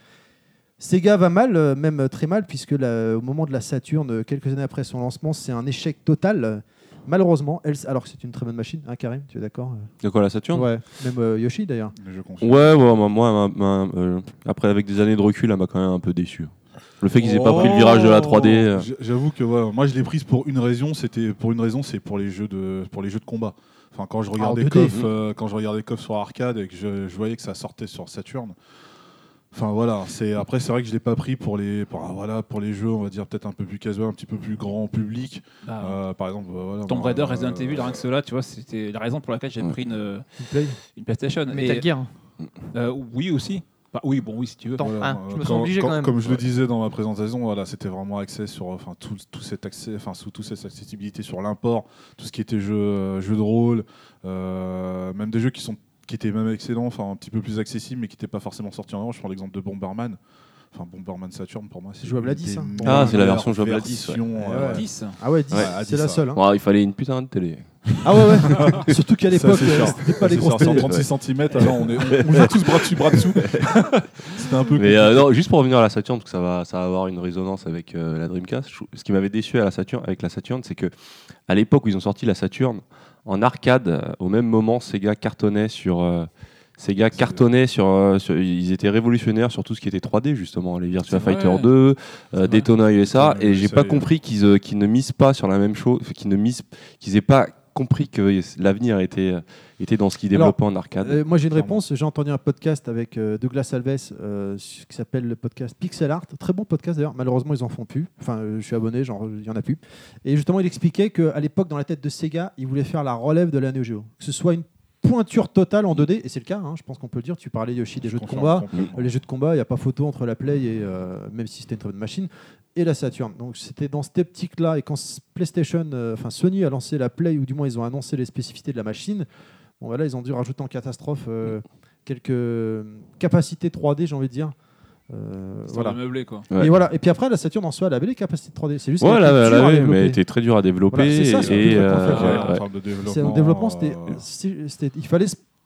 Speaker 5: Sega va mal, euh, même euh, très mal, puisque la- au moment de la Saturn, euh, quelques années après son lancement, c'est un échec total. Euh, Malheureusement, elle, alors que c'est une très bonne machine, hein, Karim, tu es d'accord?
Speaker 10: De quoi, la Saturn?
Speaker 5: Ouais, même euh, Yoshi d'ailleurs.
Speaker 6: Mais je confirme.
Speaker 10: Ouais, ouais, moi, moi, ma- ma- euh, après, avec des années de recul, elle m'a quand même un peu déçu. Le fait qu'ils aient pas pris le virage de la trois D. euh,
Speaker 6: J- J'avoue que ouais, moi je l'ai prise pour une raison, c'était pour une raison, c'est pour les jeux de pour les jeux de combat. Enfin quand je regardais
Speaker 5: deux D.
Speaker 6: KOF, euh, quand je regardais KOF sur arcade et que je, je voyais que ça sortait sur Saturn. Enfin voilà, c'est après c'est vrai que je l'ai pas pris pour les pour, ah, voilà pour les jeux on va dire peut-être un peu plus casual, un petit peu plus grand public.
Speaker 7: Bah,
Speaker 6: Euh, par exemple euh, voilà.
Speaker 7: Tomb
Speaker 6: moi,
Speaker 7: Raider,
Speaker 6: euh,
Speaker 7: Resident Evil, rien que cela, tu vois, c'était la raison pour laquelle j'ai
Speaker 10: Ouais.
Speaker 7: pris une,
Speaker 5: Une Play.
Speaker 7: une PlayStation.
Speaker 9: Mais
Speaker 7: Et-
Speaker 9: Metal Gear.
Speaker 7: euh, oui aussi. Bah, oui, bon, oui, si tu veux.
Speaker 9: Attends,
Speaker 6: Voilà,
Speaker 9: ah, je me
Speaker 6: euh,
Speaker 9: sens
Speaker 6: quand-
Speaker 9: obligé quand même.
Speaker 6: Comme je le
Speaker 7: Ouais.
Speaker 6: disais dans ma présentation, voilà, c'était vraiment accès sur, enfin tout, tout cet accès, enfin sous toute cette accessibilité sur l'import, tout ce qui était jeux, euh, jeux de rôle, euh, même des jeux qui sont, qui étaient même excellents, enfin un petit peu plus accessibles, mais qui n'étaient pas forcément sortis en Europe. Je prends l'exemple de Bomberman. Enfin, Bomberman Saturn, pour moi, c'est
Speaker 5: Jouable à
Speaker 6: une
Speaker 5: dix,
Speaker 6: des
Speaker 5: hein.
Speaker 10: Ah, c'est la
Speaker 6: meilleures
Speaker 10: version jouable à dix, ouais.
Speaker 6: versions,
Speaker 5: Ouais,
Speaker 6: euh,
Speaker 5: ouais.
Speaker 7: dix.
Speaker 5: Ah ouais, dix,
Speaker 6: Ouais, à
Speaker 5: c'est
Speaker 6: dix,
Speaker 5: la
Speaker 6: ça.
Speaker 5: seule. hein.
Speaker 10: bon, il fallait une putain de télé.
Speaker 5: Ah ouais, ouais. Surtout qu'à
Speaker 6: Ça,
Speaker 5: l'époque,
Speaker 6: c'est
Speaker 5: euh,
Speaker 6: sûr.
Speaker 5: c'était pas les
Speaker 6: C'est
Speaker 5: grosses
Speaker 6: sur
Speaker 5: télés.
Speaker 6: trente-six centimètres, alors on, est, on, on joue tous bras dessus, bras dessous. C'était un peu
Speaker 10: Mais euh, non, juste pour revenir à la Saturn, parce que ça va, ça va avoir une résonance avec euh, la Dreamcast. je- Ce qui m'avait déçu à la Saturn, avec la Saturn, c'est que à l'époque où ils ont sorti la Saturn, en arcade, euh, au même moment, Sega cartonnait sur. euh, Sega cartonnait sur, euh, sur- Ils étaient révolutionnaires sur tout ce qui était trois D, justement. Les Virtua
Speaker 7: C'est vrai.
Speaker 10: Fighter deux, euh,
Speaker 7: vrai.
Speaker 10: Daytona U S A.
Speaker 6: Daytona
Speaker 10: Et j'ai
Speaker 6: U S A,
Speaker 10: pas
Speaker 6: et-
Speaker 10: compris qu'ils euh, qu'ils ne misent pas sur la même chose, qu'ils ne misent, qu'ils aient pas compris que l'avenir était, était dans ce qu'ils
Speaker 5: Alors,
Speaker 10: développaient en arcade.
Speaker 5: Euh, moi j'ai une
Speaker 6: Clairement.
Speaker 5: réponse, j'ai entendu un podcast avec euh, Douglas Alves euh, qui s'appelle le podcast Pixel Art, très bon podcast d'ailleurs, malheureusement ils en font plus, enfin euh, je suis abonné, genre il y en a plus. Et justement il expliquait qu'à l'époque dans la tête de Sega, il voulait faire la relève de la Neo Geo, que ce soit une pointure totale en deux D, et c'est le cas, hein, je pense qu'on peut le dire, tu parlais Yoshi des
Speaker 6: Je
Speaker 5: jeux de
Speaker 6: confirme
Speaker 5: combat,
Speaker 6: complètement.
Speaker 5: les jeux de combat, il n'y a pas photo entre la Play et euh, même si c'était une très bonne machine et la Saturn. Donc c'était dans cette optique-là et quand s- PlayStation, euh, enfin Sony a lancé la Play ou du moins ils ont annoncé les spécificités de la machine. Bon voilà, ils ont dû rajouter en catastrophe euh, quelques euh, capacités trois D, j'ai envie de dire. Euh,
Speaker 7: Voilà.
Speaker 5: voilà.
Speaker 7: Meublé, quoi.
Speaker 10: Ouais.
Speaker 5: Et voilà. Et puis après la Saturn en soi, elle avait les capacités trois D. C'est juste
Speaker 10: Ouais,
Speaker 5: qu'elle
Speaker 10: elle
Speaker 5: était
Speaker 10: avait-
Speaker 5: dure
Speaker 10: elle
Speaker 5: à
Speaker 10: avait,
Speaker 5: développer.
Speaker 10: mais elle était très dur à développer.
Speaker 5: Voilà, c'est ça, surtout
Speaker 10: et,
Speaker 5: le
Speaker 10: euh,
Speaker 5: concept,
Speaker 6: Ouais,
Speaker 10: ouais,
Speaker 6: en
Speaker 10: ouais.
Speaker 6: termes de
Speaker 5: C'est-
Speaker 6: développement.
Speaker 5: au développement, c'était,
Speaker 6: euh,
Speaker 5: c'est- c'était- il fallait, s-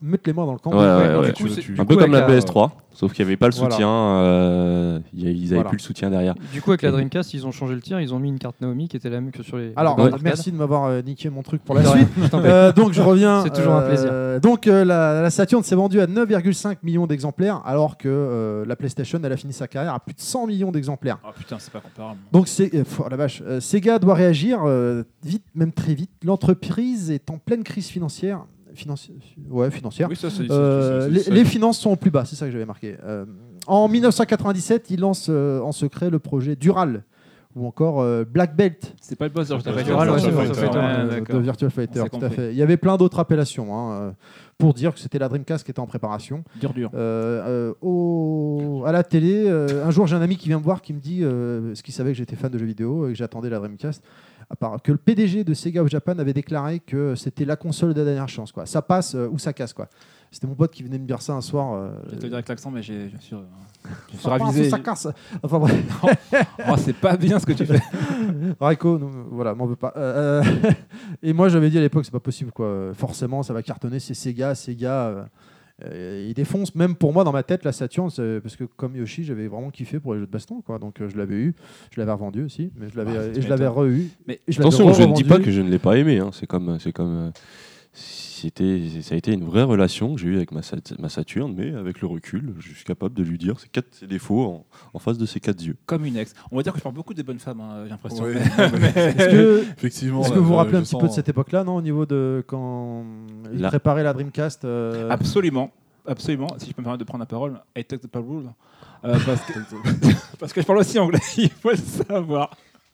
Speaker 5: mettre les mains dans le camp.
Speaker 10: Ouais, ouais, ouais.
Speaker 9: Du coup, c'est- du
Speaker 10: Un
Speaker 9: coup,
Speaker 10: peu comme
Speaker 9: avec
Speaker 10: la P S trois, sauf qu'il n'y avait pas le
Speaker 5: Voilà.
Speaker 10: soutien. euh, y a- Ils n'avaient
Speaker 5: Voilà.
Speaker 10: plus le soutien derrière.
Speaker 9: Du coup, avec la Dreamcast, ils ont changé le tir, ils ont mis une carte Naomi qui était la même que sur les.
Speaker 5: Alors,
Speaker 9: les
Speaker 5: euh,
Speaker 9: arcades.
Speaker 5: merci de m'avoir euh, niqué mon truc pour la
Speaker 9: De
Speaker 5: suite.
Speaker 9: rien, je t'en prie.
Speaker 5: Euh, donc, je reviens.
Speaker 9: C'est toujours un plaisir.
Speaker 5: euh, donc, euh, la, la Saturn s'est vendue à neuf virgule cinq millions d'exemplaires, alors que euh, la PlayStation, elle a fini sa carrière à plus de cent millions d'exemplaires.
Speaker 7: Oh putain, c'est pas comparable.
Speaker 5: Donc, c'est, euh, pff, oh la vache, euh, Sega doit réagir euh, vite, même très vite. L'entreprise est en pleine crise financière. Financière, ouais, financière.
Speaker 7: Oui, ça, c'est.
Speaker 5: Euh,
Speaker 7: c'est-
Speaker 5: les,
Speaker 7: c'est-
Speaker 5: les finances sont au plus bas, c'est ça que j'avais marqué. Euh, en mille neuf cent quatre-vingt-dix-sept, il lance euh, en secret le projet Dural, ou encore euh, Black Belt
Speaker 7: C'est pas le boss de Virtua
Speaker 6: Ouais,
Speaker 7: Fighter.
Speaker 9: Dural, ouais, c'est
Speaker 7: Virtua
Speaker 9: Virtua
Speaker 7: Fighter,
Speaker 9: Fighter,
Speaker 7: ouais,
Speaker 5: euh,
Speaker 7: d'accord.
Speaker 5: de Virtual Fighter,
Speaker 7: On s'est
Speaker 5: tout à
Speaker 7: compris.
Speaker 5: fait. Il y avait plein d'autres appellations hein, euh, pour dire que c'était la Dreamcast qui était en préparation.
Speaker 7: Dur, dur.
Speaker 5: Euh, euh, au- à la télé, euh, un jour j'ai un ami qui vient me voir qui me dit, euh, parce qu'il savait que j'étais fan de jeux vidéo et que j'attendais la Dreamcast, à part que le P D G de Sega au Japan avait déclaré que c'était la console de la dernière chance, quoi. Ça passe euh, ou ça casse, quoi. C'était mon pote qui venait me dire ça un soir. Euh,
Speaker 7: Je vais te le dire avec l'accent, mais j'ai bien sûr. euh, Je suis
Speaker 5: ça passe
Speaker 7: ravisé.
Speaker 5: ou ça casse. Enfin bref.
Speaker 7: Oh, c'est pas bien ce que tu fais.
Speaker 5: Raiko, non, voilà, m'en veux pas. Euh, et moi, j'avais dit à l'époque, c'est pas possible, quoi. Forcément, ça va cartonner. C'est Sega, Sega, euh, euh, il défonce. Même pour moi, dans ma tête, la Saturn, c'est- parce que comme Yoshi, j'avais vraiment kiffé pour les jeux de baston, quoi. Donc, euh, je l'avais eu, je l'avais revendu aussi, mais je l'avais,
Speaker 7: Ah,
Speaker 5: et
Speaker 7: tu
Speaker 5: je l'avais
Speaker 7: m'étonnes.
Speaker 5: re-eu.
Speaker 7: Mais
Speaker 5: Et je l'avais
Speaker 10: Attention, je ne dis
Speaker 5: re-revendu.
Speaker 10: pas que je ne l'ai pas aimé. Hein. C'est comme, c'est comme, euh, c'était, ça a été une vraie relation que j'ai eue avec ma, Sat- ma Saturn, mais avec le recul, je suis capable de lui dire ses quatre ses défauts en, en face de ses quatre yeux.
Speaker 7: Comme une ex. On va dire que je parle beaucoup des bonnes femmes, hein, j'ai l'impression.
Speaker 6: Ouais,
Speaker 7: Mais-
Speaker 6: non, mais-
Speaker 5: Est-ce que,
Speaker 6: Effectivement.
Speaker 5: est-ce que
Speaker 6: là,
Speaker 5: vous vous
Speaker 6: je-
Speaker 5: rappelez un
Speaker 6: je
Speaker 5: petit peu
Speaker 6: sens-
Speaker 5: de cette époque-là, non, au niveau de quand il
Speaker 10: Là.
Speaker 5: préparait la Dreamcast euh,
Speaker 7: Absolument. Absolument. Si je peux me permettre de prendre la parole, I take the parole. Euh, parce, que, parce que je parle aussi anglais, il faut le savoir.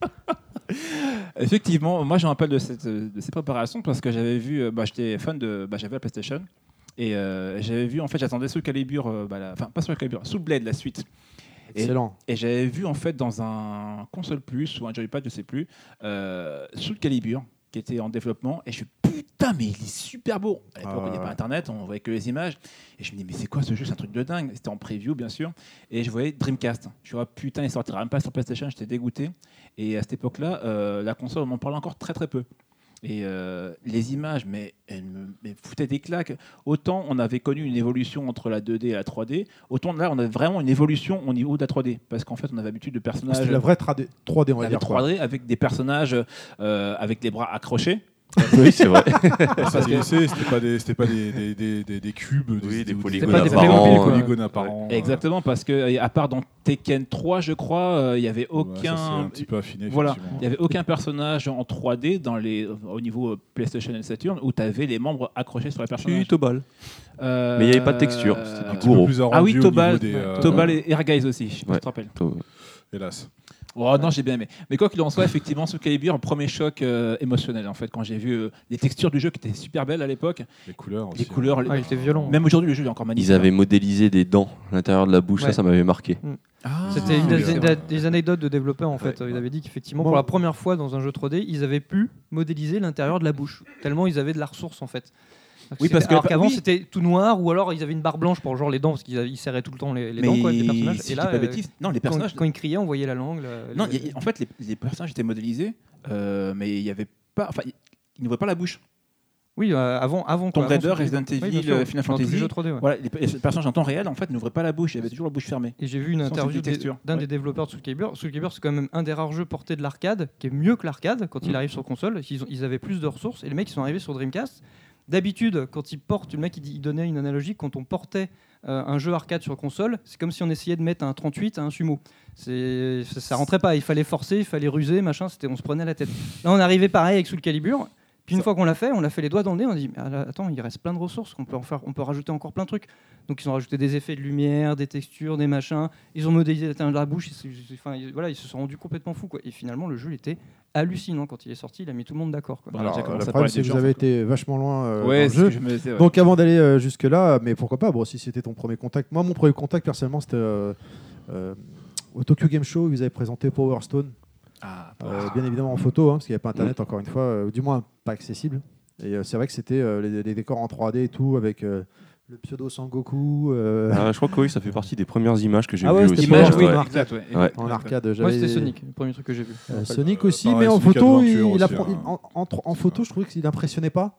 Speaker 7: Effectivement, moi je me rappelle de, cette, de ces préparations parce que j'avais vu, euh, bah, j'étais fan de, bah, j'avais la PlayStation et euh, j'avais vu, en fait, j'attendais Soul Calibur, euh, bah, la- enfin pas Soul Calibur, Soul Blade, la suite. Et,
Speaker 5: Excellent.
Speaker 7: et j'avais vu en fait dans un console plus ou un joypad, je sais plus, euh, Soul Calibur qui était en développement et je suis putain mais il est super beau. À l'époque
Speaker 5: Ah,
Speaker 7: il n'y avait
Speaker 5: ouais.
Speaker 7: pas internet, on voyait que les images et je me dis mais c'est quoi ce jeu, c'est un truc de dingue. C'était en preview bien sûr et je voyais Dreamcast. Je vois putain il sortira même pas sur PlayStation, j'étais dégoûté et à cette époque-là euh, la console on m'en parlait encore très très peu. Et euh, les images, mais elles me, me foutaient des claques. Autant on avait connu une évolution entre la deux D et la trois D, autant là on avait vraiment une évolution au niveau de la trois D. Parce qu'en fait on avait l'habitude de personnages.
Speaker 5: C'était la vraie trad- trois D, on
Speaker 7: on
Speaker 5: va
Speaker 7: avait
Speaker 5: dire. quoi.
Speaker 7: trois D avec des personnages euh, avec les bras accrochés.
Speaker 10: Oui, c'est vrai.
Speaker 6: Ça se glissait, c'était pas des, c'était pas des, des, des, des, des cubes,
Speaker 10: Oui, des
Speaker 6: ou
Speaker 10: polygones
Speaker 9: pas des
Speaker 10: apparents.
Speaker 9: Playmobil,
Speaker 6: des
Speaker 9: quoi.
Speaker 6: polygones apparents.
Speaker 7: Exactement, parce que euh, à part dans Tekken trois, je crois, euh, il n'y avait
Speaker 6: Ouais,
Speaker 7: aucun.
Speaker 6: ça, c'est un petit peu affiné.
Speaker 7: Voilà,
Speaker 6: effectivement.
Speaker 7: il n'y avait aucun personnage en trois D dans les, au niveau euh, PlayStation et Saturn où tu avais les membres accrochés sur les
Speaker 10: Je suis
Speaker 7: personnages.
Speaker 10: Tobal.
Speaker 7: Euh,
Speaker 10: Mais il n'y avait pas de texture, c'était
Speaker 7: euh,
Speaker 10: du
Speaker 6: Un petit peu
Speaker 10: Goro.
Speaker 6: plus arrondi
Speaker 7: Ah oui,
Speaker 6: au
Speaker 7: Tobal,
Speaker 6: niveau des, euh,
Speaker 7: Tobal et Airguys aussi, je
Speaker 10: Ouais.
Speaker 7: te rappelle.
Speaker 10: To-
Speaker 6: Hélas.
Speaker 7: Oh non, j'ai bien aimé. Mais quoi qu'il en soit, effectivement, Soul Calibur, premier choc euh, émotionnel en fait, quand j'ai vu euh, les textures du jeu qui étaient super belles à l'époque,
Speaker 6: Les couleurs
Speaker 7: les
Speaker 6: aussi.
Speaker 7: couleurs. les-
Speaker 9: Ah, il était violent.
Speaker 7: Même aujourd'hui, le jeu est encore magnifique.
Speaker 10: Ils avaient modélisé des dents à l'intérieur de la bouche,
Speaker 9: Ouais.
Speaker 10: ça, ça m'avait marqué.
Speaker 7: Ah,
Speaker 9: C'était une
Speaker 6: c'est
Speaker 9: des,
Speaker 6: vrai.
Speaker 9: des- des anecdotes de développeurs en fait. Ils avaient dit qu'effectivement,
Speaker 5: Bon.
Speaker 9: pour la première fois dans un jeu trois D, ils avaient pu modéliser l'intérieur de la bouche. Tellement ils avaient de la ressource en fait.
Speaker 7: Oui, parce que-
Speaker 9: alors qu'avant
Speaker 7: oui.
Speaker 9: c'était tout noir ou alors ils avaient une barre blanche pour genre les dents parce qu'ils avaient- ils serraient tout le temps les, les
Speaker 7: Mais
Speaker 9: dents quoi, des personnages.
Speaker 7: si
Speaker 9: Et
Speaker 7: je
Speaker 9: là,
Speaker 7: dis pas
Speaker 9: euh,
Speaker 7: bêtise, non, les
Speaker 9: quand,
Speaker 7: personnages.
Speaker 9: quand ils criaient, on voyait la langue. la-
Speaker 7: Non,
Speaker 9: le-
Speaker 7: il y a- en fait, les, les personnages étaient modélisés, euh, mais il y avait pas. Enfin, ils ils ne voient pas la bouche.
Speaker 9: Oui, euh, avant, avant.
Speaker 7: Tomb
Speaker 9: quoi,
Speaker 7: Raider,
Speaker 9: avant,
Speaker 7: Resident
Speaker 9: oui, bien
Speaker 7: Evil,
Speaker 9: sûr,
Speaker 7: euh, Final
Speaker 9: dans tous les
Speaker 7: Fantasy.
Speaker 9: jeux trois D, ouais.
Speaker 7: Voilà, les, les personnages en temps réel, en fait, n'ouvraient pas la bouche. Il y avait toujours la bouche fermée.
Speaker 9: Et j'ai vu une
Speaker 7: Sans
Speaker 9: interview
Speaker 7: cette
Speaker 9: des-
Speaker 7: texture.
Speaker 9: d'un
Speaker 7: Ouais.
Speaker 9: des développeurs de Soul Calibur. Soul Calibur, c'est quand même un des rares jeux portés de l'arcade, qui est mieux que l'arcade quand il
Speaker 7: Mm.
Speaker 9: arrive sur console. Ils, ont- ils avaient plus de ressources. Et les mecs, ils sont arrivés sur Dreamcast. D'habitude, quand ils portent, le mec, il, dit- il donnait une analogie, quand on portait euh, un jeu arcade sur console, c'est comme si on essayait de mettre un trente-huit à un sumo. C'est, ça, ça rentrait pas. Il fallait forcer, il fallait ruser, machin. C'était, on se prenait la tête. Là, on arrivait pareil avec Soul Calibur. Puis une fois qu'on l'a fait, on l'a fait les doigts dans le nez, on a dit mais attends, il reste plein de ressources, on peut en faire, on peut rajouter encore plein de trucs. Donc ils ont rajouté des effets de lumière, des textures, des machins. Ils ont modélisé l'intérieur de la bouche. Ils, se- enfin, ils- voilà, ils se sont rendus complètement fous quoi. Et finalement, le jeu était hallucinant quand il est sorti. Il a mis tout le monde d'accord. quoi.
Speaker 7: Voilà,
Speaker 5: Alors,
Speaker 7: j'ai commencé
Speaker 5: le
Speaker 7: à
Speaker 5: problème,
Speaker 7: parler
Speaker 5: c'est
Speaker 7: des
Speaker 5: que
Speaker 7: gens,
Speaker 5: vous avez
Speaker 7: faut que-
Speaker 5: été vachement loin euh, dans
Speaker 7: Ouais,
Speaker 5: le
Speaker 7: c'est ce
Speaker 5: jeu.
Speaker 7: que je me disais. ouais.
Speaker 5: Donc avant d'aller euh, jusque-là, mais pourquoi pas, bon, si c'était ton premier contact. Moi, mon premier contact, personnellement, c'était euh, euh, au Tokyo Game Show, où ils avaient présenté Power Stone.
Speaker 7: Ah,
Speaker 5: Euh, bien évidemment en photo, hein, parce qu'il n'y avait pas Internet, encore une fois, euh, ou du moins pas accessible. Et euh, c'est vrai que c'était euh, les, les décors en trois D et tout, avec euh, le pseudo Sangoku. euh,
Speaker 10: Ah, je crois que oui, ça fait partie des premières images que j'ai
Speaker 5: Ah ouais,
Speaker 10: vues
Speaker 5: c'était
Speaker 10: aussi.
Speaker 5: Power
Speaker 7: Image,
Speaker 5: Stone,
Speaker 7: oui,
Speaker 5: ouais.
Speaker 7: exact, ouais.
Speaker 10: Ouais.
Speaker 5: en arcade.
Speaker 9: Moi,
Speaker 5: j'avais-
Speaker 9: c'était Sonic, le premier truc que j'ai vu.
Speaker 5: Euh,
Speaker 9: Après,
Speaker 5: Sonic
Speaker 6: Euh,
Speaker 5: aussi,
Speaker 6: pareil,
Speaker 5: mais en
Speaker 6: Sonic
Speaker 5: photo,
Speaker 6: Adventure
Speaker 5: il, il
Speaker 6: aussi,
Speaker 5: appro-
Speaker 6: hein.
Speaker 5: il- en, en- en photo, je trouvais qu'il impressionnait pas.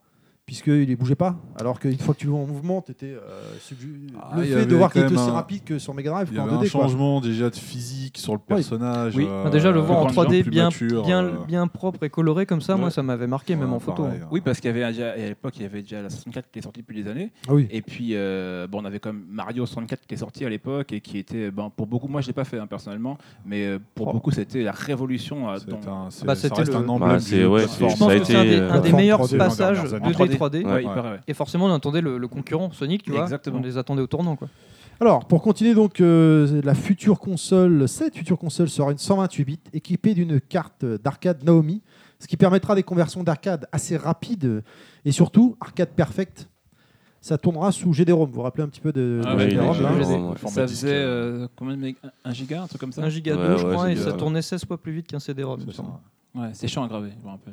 Speaker 5: puisqu'il ne bougeait pas, alors qu'une fois que tu le vois en mouvement, t'étais, euh, subju...
Speaker 6: Ah,
Speaker 5: le
Speaker 6: il y
Speaker 5: fait de
Speaker 6: avait
Speaker 5: voir qu'il
Speaker 6: quand
Speaker 5: était aussi
Speaker 6: même un-
Speaker 5: rapide que sur Mega Drive,
Speaker 6: Il y
Speaker 5: quoi, en
Speaker 6: avait
Speaker 5: deux D,
Speaker 6: un
Speaker 5: quoi.
Speaker 6: changement déjà de physique sur le personnage.
Speaker 9: Oui,
Speaker 6: euh,
Speaker 9: Enfin, déjà le voir en
Speaker 6: plus
Speaker 9: trois D
Speaker 6: plus
Speaker 9: bien,
Speaker 6: mature,
Speaker 9: bien,
Speaker 6: euh,
Speaker 9: bien propre et coloré comme ça,
Speaker 6: Ouais.
Speaker 9: moi ça m'avait marqué même
Speaker 6: ouais,
Speaker 9: en photo.
Speaker 6: pareil,
Speaker 9: hein.
Speaker 6: hein.
Speaker 7: Oui, parce qu'il y avait déjà, à l'époque, il y avait déjà la soixante-quatre qui est sortie depuis des années.
Speaker 5: Ah oui.
Speaker 7: Et puis, euh, bon, on avait comme Mario soixante-quatre qui est sorti à l'époque et qui était, ben, pour beaucoup, moi je l'ai pas fait hein, personnellement, mais euh, pour
Speaker 9: Oh.
Speaker 7: beaucoup c'était la révolution. euh,
Speaker 6: C'est
Speaker 7: dans-
Speaker 6: un, c'est-
Speaker 9: Bah,
Speaker 6: ça
Speaker 9: c'était
Speaker 6: reste
Speaker 9: le-
Speaker 6: un
Speaker 10: Bah,
Speaker 6: emblème.
Speaker 10: c'est-
Speaker 6: du
Speaker 10: ouais,
Speaker 6: plateforme.
Speaker 10: c'est-
Speaker 9: Je pense
Speaker 10: ça a
Speaker 9: que c'est un
Speaker 10: été,
Speaker 9: des,
Speaker 10: euh,
Speaker 9: un des
Speaker 5: forme
Speaker 9: meilleurs
Speaker 5: trois D
Speaker 6: dans les
Speaker 9: passages
Speaker 6: dernières années.
Speaker 9: deux D
Speaker 7: trois D.
Speaker 9: trois D.
Speaker 7: Ouais,
Speaker 10: Ouais.
Speaker 7: il paraît, ouais.
Speaker 9: Et forcément, on attendait le, le concurrent Sonic, tu vois.
Speaker 7: Exactement.
Speaker 9: On les attendait au tournant, quoi.
Speaker 5: Alors, pour continuer, donc, euh, la future console, cette future console sera une cent vingt-huit bits équipée d'une carte d'arcade Naomi, ce qui permettra des conversions d'arcade assez rapides et surtout arcade perfect. Ça tournera sous G D ROM. Vous vous rappelez un petit peu de,
Speaker 7: Ah
Speaker 5: de
Speaker 7: oui,
Speaker 5: G D ROM
Speaker 10: oui,
Speaker 5: là
Speaker 10: oui,
Speaker 7: Ça
Speaker 10: oui.
Speaker 7: faisait-
Speaker 6: Format
Speaker 7: Ça
Speaker 6: disque,
Speaker 7: faisait
Speaker 6: euh,
Speaker 7: euh, combien de mégas- un giga, un truc comme ça.
Speaker 9: un giga
Speaker 10: Ouais,
Speaker 9: deux, je
Speaker 10: ouais,
Speaker 9: crois,
Speaker 10: c'est
Speaker 9: et ça
Speaker 10: bien.
Speaker 9: tournait seize fois plus vite qu'un C D ROM. il me
Speaker 6: C'est ça.
Speaker 9: semble.
Speaker 7: Ouais, c'est chiant à graver, je me rappelle.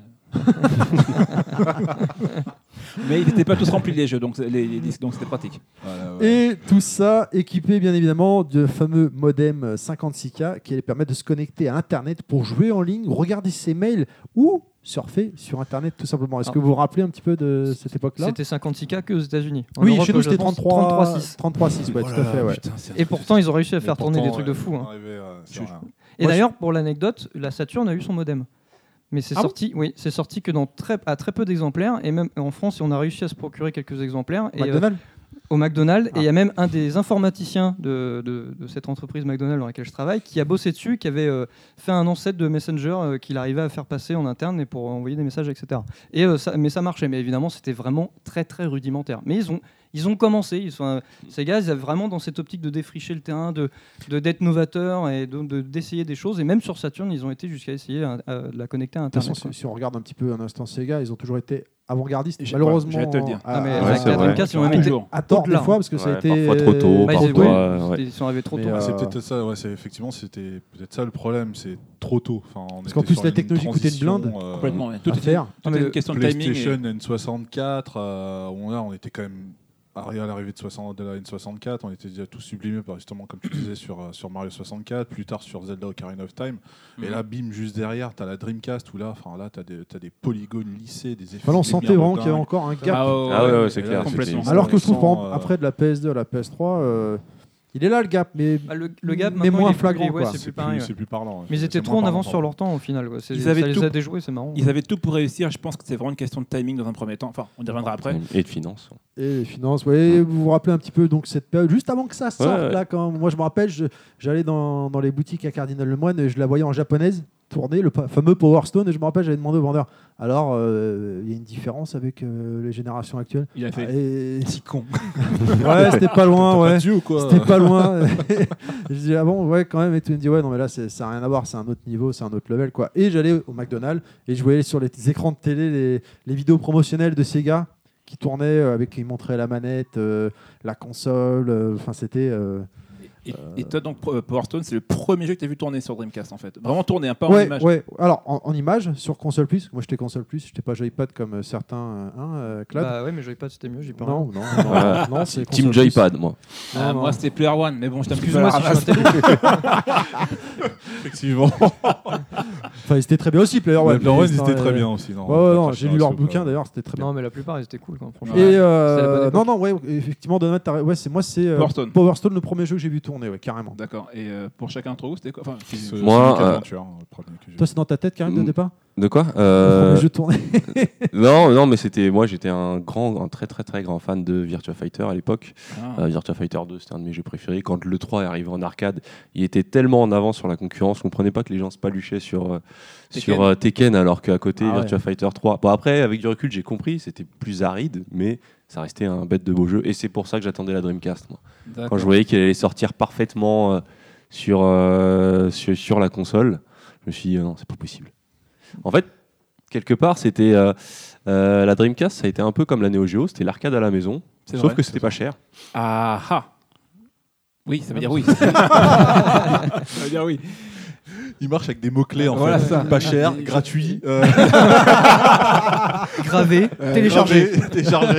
Speaker 7: Mais ils n'étaient pas tous remplis les jeux, donc les, les disques, donc c'était pratique.
Speaker 6: Voilà, ouais.
Speaker 5: Et tout ça équipé bien évidemment de fameux modem cinquante-six K qui allait permettre de se connecter à Internet pour jouer en ligne, regarder ses mails ou surfer sur Internet tout simplement. Est-ce
Speaker 9: Ah.
Speaker 5: que vous vous rappelez un petit peu de cette époque-là?
Speaker 9: C'était cinquante-six K que aux États-Unis. En
Speaker 5: Oui,
Speaker 9: Europe,
Speaker 5: chez nous
Speaker 9: au
Speaker 5: c'était
Speaker 9: Japon,
Speaker 5: trente-trois
Speaker 9: six.
Speaker 5: trente-trois six, ouais,
Speaker 6: Oh
Speaker 5: tout
Speaker 6: là
Speaker 5: à fait.
Speaker 6: là,
Speaker 5: Ouais.
Speaker 6: putain, c'est un
Speaker 9: Et
Speaker 6: truc-
Speaker 9: pourtant, ils ont réussi à
Speaker 6: Mais
Speaker 9: faire tourner des
Speaker 6: pourtant,
Speaker 9: trucs de
Speaker 6: ouais,
Speaker 9: fou.
Speaker 6: on
Speaker 9: hein.
Speaker 6: arrivait à- c'est
Speaker 5: Je-
Speaker 6: vrai.
Speaker 9: Et
Speaker 5: Moi,
Speaker 9: d'ailleurs, pour l'anecdote, la Saturn a eu son modem. Mais c'est
Speaker 5: Ah bon
Speaker 9: sorti, oui, c'est sorti que dans très, à très peu d'exemplaires. Et même en France, on a réussi à se procurer quelques exemplaires. Et, euh,
Speaker 5: McDonald's.
Speaker 9: au McDonald's.
Speaker 5: Ah.
Speaker 9: Et il y a même un des informaticiens de, de, de cette entreprise McDonald's dans laquelle je travaille qui a bossé dessus, qui avait euh, fait un ancêtre de Messenger euh, qu'il arrivait à faire passer en interne et pour envoyer des messages, et cetera. Et, euh, ça, mais ça marchait. Mais évidemment, c'était vraiment très, très rudimentaire. Mais ils ont, ils ont commencé. Ils sont, euh, ces gars, ils avaient vraiment dans cette optique de défricher le terrain, de, de d'être novateurs et de, de- d'essayer des choses. Et même sur Saturn, ils ont été jusqu'à essayer euh, euh, de la connecter à
Speaker 5: De toute
Speaker 9: Internet.
Speaker 5: façon,
Speaker 9: quoi.
Speaker 5: si, si on regarde un petit peu un instant Sega, ils ont toujours été avant-gardistes.
Speaker 7: J'ai-
Speaker 5: Malheureusement,
Speaker 7: ouais, j'allais te le dire.
Speaker 5: à-
Speaker 9: Ah, mais
Speaker 5: à-
Speaker 10: Ouais,
Speaker 9: avec
Speaker 10: c'est
Speaker 9: la
Speaker 10: vrai.
Speaker 9: Dreamcast, ils ont même été
Speaker 7: Toujours.
Speaker 5: à tort des
Speaker 9: au-delà.
Speaker 5: fois parce que ça a
Speaker 10: Ouais,
Speaker 5: été
Speaker 10: parfois trop tôt,
Speaker 9: Bah, ils,
Speaker 10: parfois,
Speaker 9: étaient-
Speaker 10: ouais, ouais.
Speaker 9: ils sont arrivés trop
Speaker 5: Mais,
Speaker 9: tôt.
Speaker 5: euh,
Speaker 6: C'est peut-être ça, ouais, c'est, effectivement, c'était peut-être ça le problème, c'est trop tôt. Enfin, on
Speaker 5: Parce qu'en
Speaker 6: était
Speaker 5: plus,
Speaker 6: sur
Speaker 5: la
Speaker 6: une
Speaker 5: technologie coûtait une blinde.
Speaker 6: transition, euh,
Speaker 7: Complètement. ouais. Tout
Speaker 5: à
Speaker 7: était-
Speaker 5: faire.
Speaker 7: tout
Speaker 9: Ah, mais
Speaker 7: est une
Speaker 9: le
Speaker 7: question de timing.
Speaker 6: PlayStation
Speaker 7: et-
Speaker 6: N soixante-quatre, euh, on, là, on était quand même à l'arrivée de, soixante de la N soixante-quatre, on était déjà tous sublimés par justement, comme tu disais, sur, euh, sur Mario soixante-quatre, plus tard sur Zelda Ocarina of Time. Et
Speaker 7: Mhm.
Speaker 6: là, bim, juste derrière, tu as la Dreamcast où là, là tu as des, t'as des polygones lissés, des effets.
Speaker 5: Voilà, on
Speaker 6: de
Speaker 5: sentait
Speaker 6: lumière de
Speaker 5: vraiment qu'il y avait
Speaker 6: dingue.
Speaker 5: encore un gap.
Speaker 7: Ah ouais,
Speaker 10: Ah ouais, ouais,
Speaker 7: ouais,
Speaker 10: c'est
Speaker 6: Et là,
Speaker 10: clair.
Speaker 7: complètement.
Speaker 10: c'était-
Speaker 5: Alors que je trouve, par
Speaker 6: on
Speaker 5: exemple,
Speaker 6: sent, euh,
Speaker 5: après de la P S deux à la P S trois, euh, il est là le gap, mais
Speaker 9: Bah, le, le gap,
Speaker 5: mais
Speaker 9: maintenant,
Speaker 5: moins
Speaker 9: il est plus-
Speaker 5: flagrant,
Speaker 9: ouais,
Speaker 5: quoi.
Speaker 9: c'est
Speaker 6: C'est
Speaker 9: plus
Speaker 6: plus,
Speaker 9: pareil. ouais.
Speaker 6: c'est plus parlant.
Speaker 9: Mais ils
Speaker 6: c'est
Speaker 9: étaient
Speaker 6: moins
Speaker 9: trop en
Speaker 6: parlant,
Speaker 9: avance
Speaker 6: pardon.
Speaker 9: sur leur temps au final. quoi. C'est-
Speaker 7: Ils
Speaker 9: ça
Speaker 7: avaient
Speaker 9: les
Speaker 7: tout-
Speaker 9: a déjoués, c'est marrant.
Speaker 7: Ils avaient tout pour réussir. Je pense que c'est vraiment une question de timing dans un premier temps. Enfin, on y reviendra après.
Speaker 10: Et de finances.
Speaker 5: et les finances. Ouais, vous vous rappelez un petit peu donc cette période juste avant que ça sorte
Speaker 10: Ouais, ouais.
Speaker 5: là, quand moi je me rappelle, je- j'allais dans, dans les boutiques à Cardinal Lemoine et je la voyais en japonaise tourner le pa- fameux Power Stone et je me rappelle j'avais demandé au vendeur. Alors euh, il y a une différence avec euh, les générations actuelles.
Speaker 7: Il a fait.
Speaker 5: Ah, et-
Speaker 7: Petit con.
Speaker 5: Ouais, c'était pas loin,
Speaker 6: T'as
Speaker 5: ouais.
Speaker 6: pas Dieu ou quoi
Speaker 5: C'était pas loin. Je dis ah bon ouais quand même et tu me dis ouais non mais là c'est- ça n'a rien à voir, c'est un autre niveau, c'est un autre level quoi. Et j'allais au McDonald's et je voyais sur les écrans de télé les, les vidéos promotionnelles de Sega qui tournaient euh, avec qui montraient la manette, euh, la console, euh, enfin c'était euh,
Speaker 7: Et, et toi, donc, Pro- Power Stone, c'est le premier jeu que tu as vu tourner sur Dreamcast, en fait. Vraiment tourner, hein, pas en
Speaker 5: ouais,
Speaker 7: image.
Speaker 5: ouais. Alors en, en image sur console plus, moi j'étais console plus, j'étais pas Joypad comme euh, certains euh, hein, euh, Claude.
Speaker 9: Bah ouais, mais Joypad c'était mieux, j'y peux
Speaker 5: non,
Speaker 9: rien.
Speaker 5: non, non,
Speaker 10: Voilà.
Speaker 5: non, c'est
Speaker 10: Team
Speaker 5: console plus.
Speaker 10: Joypad, moi.
Speaker 7: Ah,
Speaker 5: Non,
Speaker 7: moi,
Speaker 5: non.
Speaker 7: c'était Player One, mais bon, je t'ai un petit peu
Speaker 9: Excuse-moi
Speaker 7: la
Speaker 9: si je suis
Speaker 7: ramasse.
Speaker 9: intello.
Speaker 6: Effectivement.
Speaker 5: Enfin, c'était très bien aussi Player One.
Speaker 6: Ouais, Player One,
Speaker 5: mais
Speaker 6: ils étaient
Speaker 5: c'était,
Speaker 6: très
Speaker 5: euh,
Speaker 6: bien aussi. Non,
Speaker 5: Ouais, ouais,
Speaker 6: pas
Speaker 5: non,
Speaker 6: cracher
Speaker 5: j'ai
Speaker 6: sur
Speaker 5: lu
Speaker 6: la
Speaker 5: leur
Speaker 6: soupe,
Speaker 5: bouquin
Speaker 6: là.
Speaker 5: d'ailleurs, c'était très bien.
Speaker 9: Non, mais la plupart ils étaient cool, quoi, franchement.
Speaker 5: Et euh,
Speaker 9: C'était la bonne époque.
Speaker 5: non, non, ouais, effectivement, Donut, t'as- ouais, c'est moi, c'est euh,
Speaker 7: Power Stone.
Speaker 5: Power Stone, le premier jeu que j'ai vu tourner, ouais, carrément.
Speaker 7: D'accord. Et euh, pour chacun d'entre vous, c'était quoi enfin,
Speaker 6: Ce-
Speaker 7: c'est-
Speaker 10: Moi,
Speaker 6: Sonic
Speaker 10: euh,
Speaker 6: Adventure, hein, le premier que j'ai
Speaker 5: Toi, c'est dans ta tête, Karim, de
Speaker 10: Mm.
Speaker 5: départ
Speaker 10: De quoi
Speaker 5: Le
Speaker 10: Euh,
Speaker 5: premier jeu tourné.
Speaker 10: Non, non, mais c'était moi, j'étais un grand, un très très très grand fan de Virtua Fighter à l'époque.
Speaker 7: Ah.
Speaker 10: Euh, Virtua Fighter deux, c'était un de mes jeux préférés. Quand le trois est arrivé en arcade, il était tellement en avance sur la concurrence, je comprenais pas que les gens se paluchaient sur euh,
Speaker 7: Tekken.
Speaker 10: sur euh, Tekken, alors qu'à côté
Speaker 5: Ah ouais.
Speaker 10: Virtua Fighter trois. Bon après, avec du recul, j'ai compris, c'était plus aride, mais ça restait un bête de beau jeu. Et c'est pour ça que j'attendais la Dreamcast, moi.
Speaker 7: D'accord.
Speaker 10: Quand je voyais qu'elle allait sortir parfaitement euh, sur, euh, sur sur la console, je me suis dit euh, non, c'est pas possible. En fait, quelque part, c'était euh, euh, la Dreamcast, ça a été un peu comme la Neo Geo, c'était l'arcade à la maison,
Speaker 7: C'est
Speaker 10: sauf
Speaker 7: vrai.
Speaker 10: que c'était pas cher.
Speaker 7: Ah ah. Oui, ça veut dire oui. Ça veut dire oui.
Speaker 6: Il marche avec des mots-clés en
Speaker 7: Voilà
Speaker 6: fait.
Speaker 7: ça.
Speaker 6: Pas cher, gratuit. euh,
Speaker 9: Gravé,
Speaker 6: euh,
Speaker 9: téléchargé.
Speaker 6: gravé, téléchargé.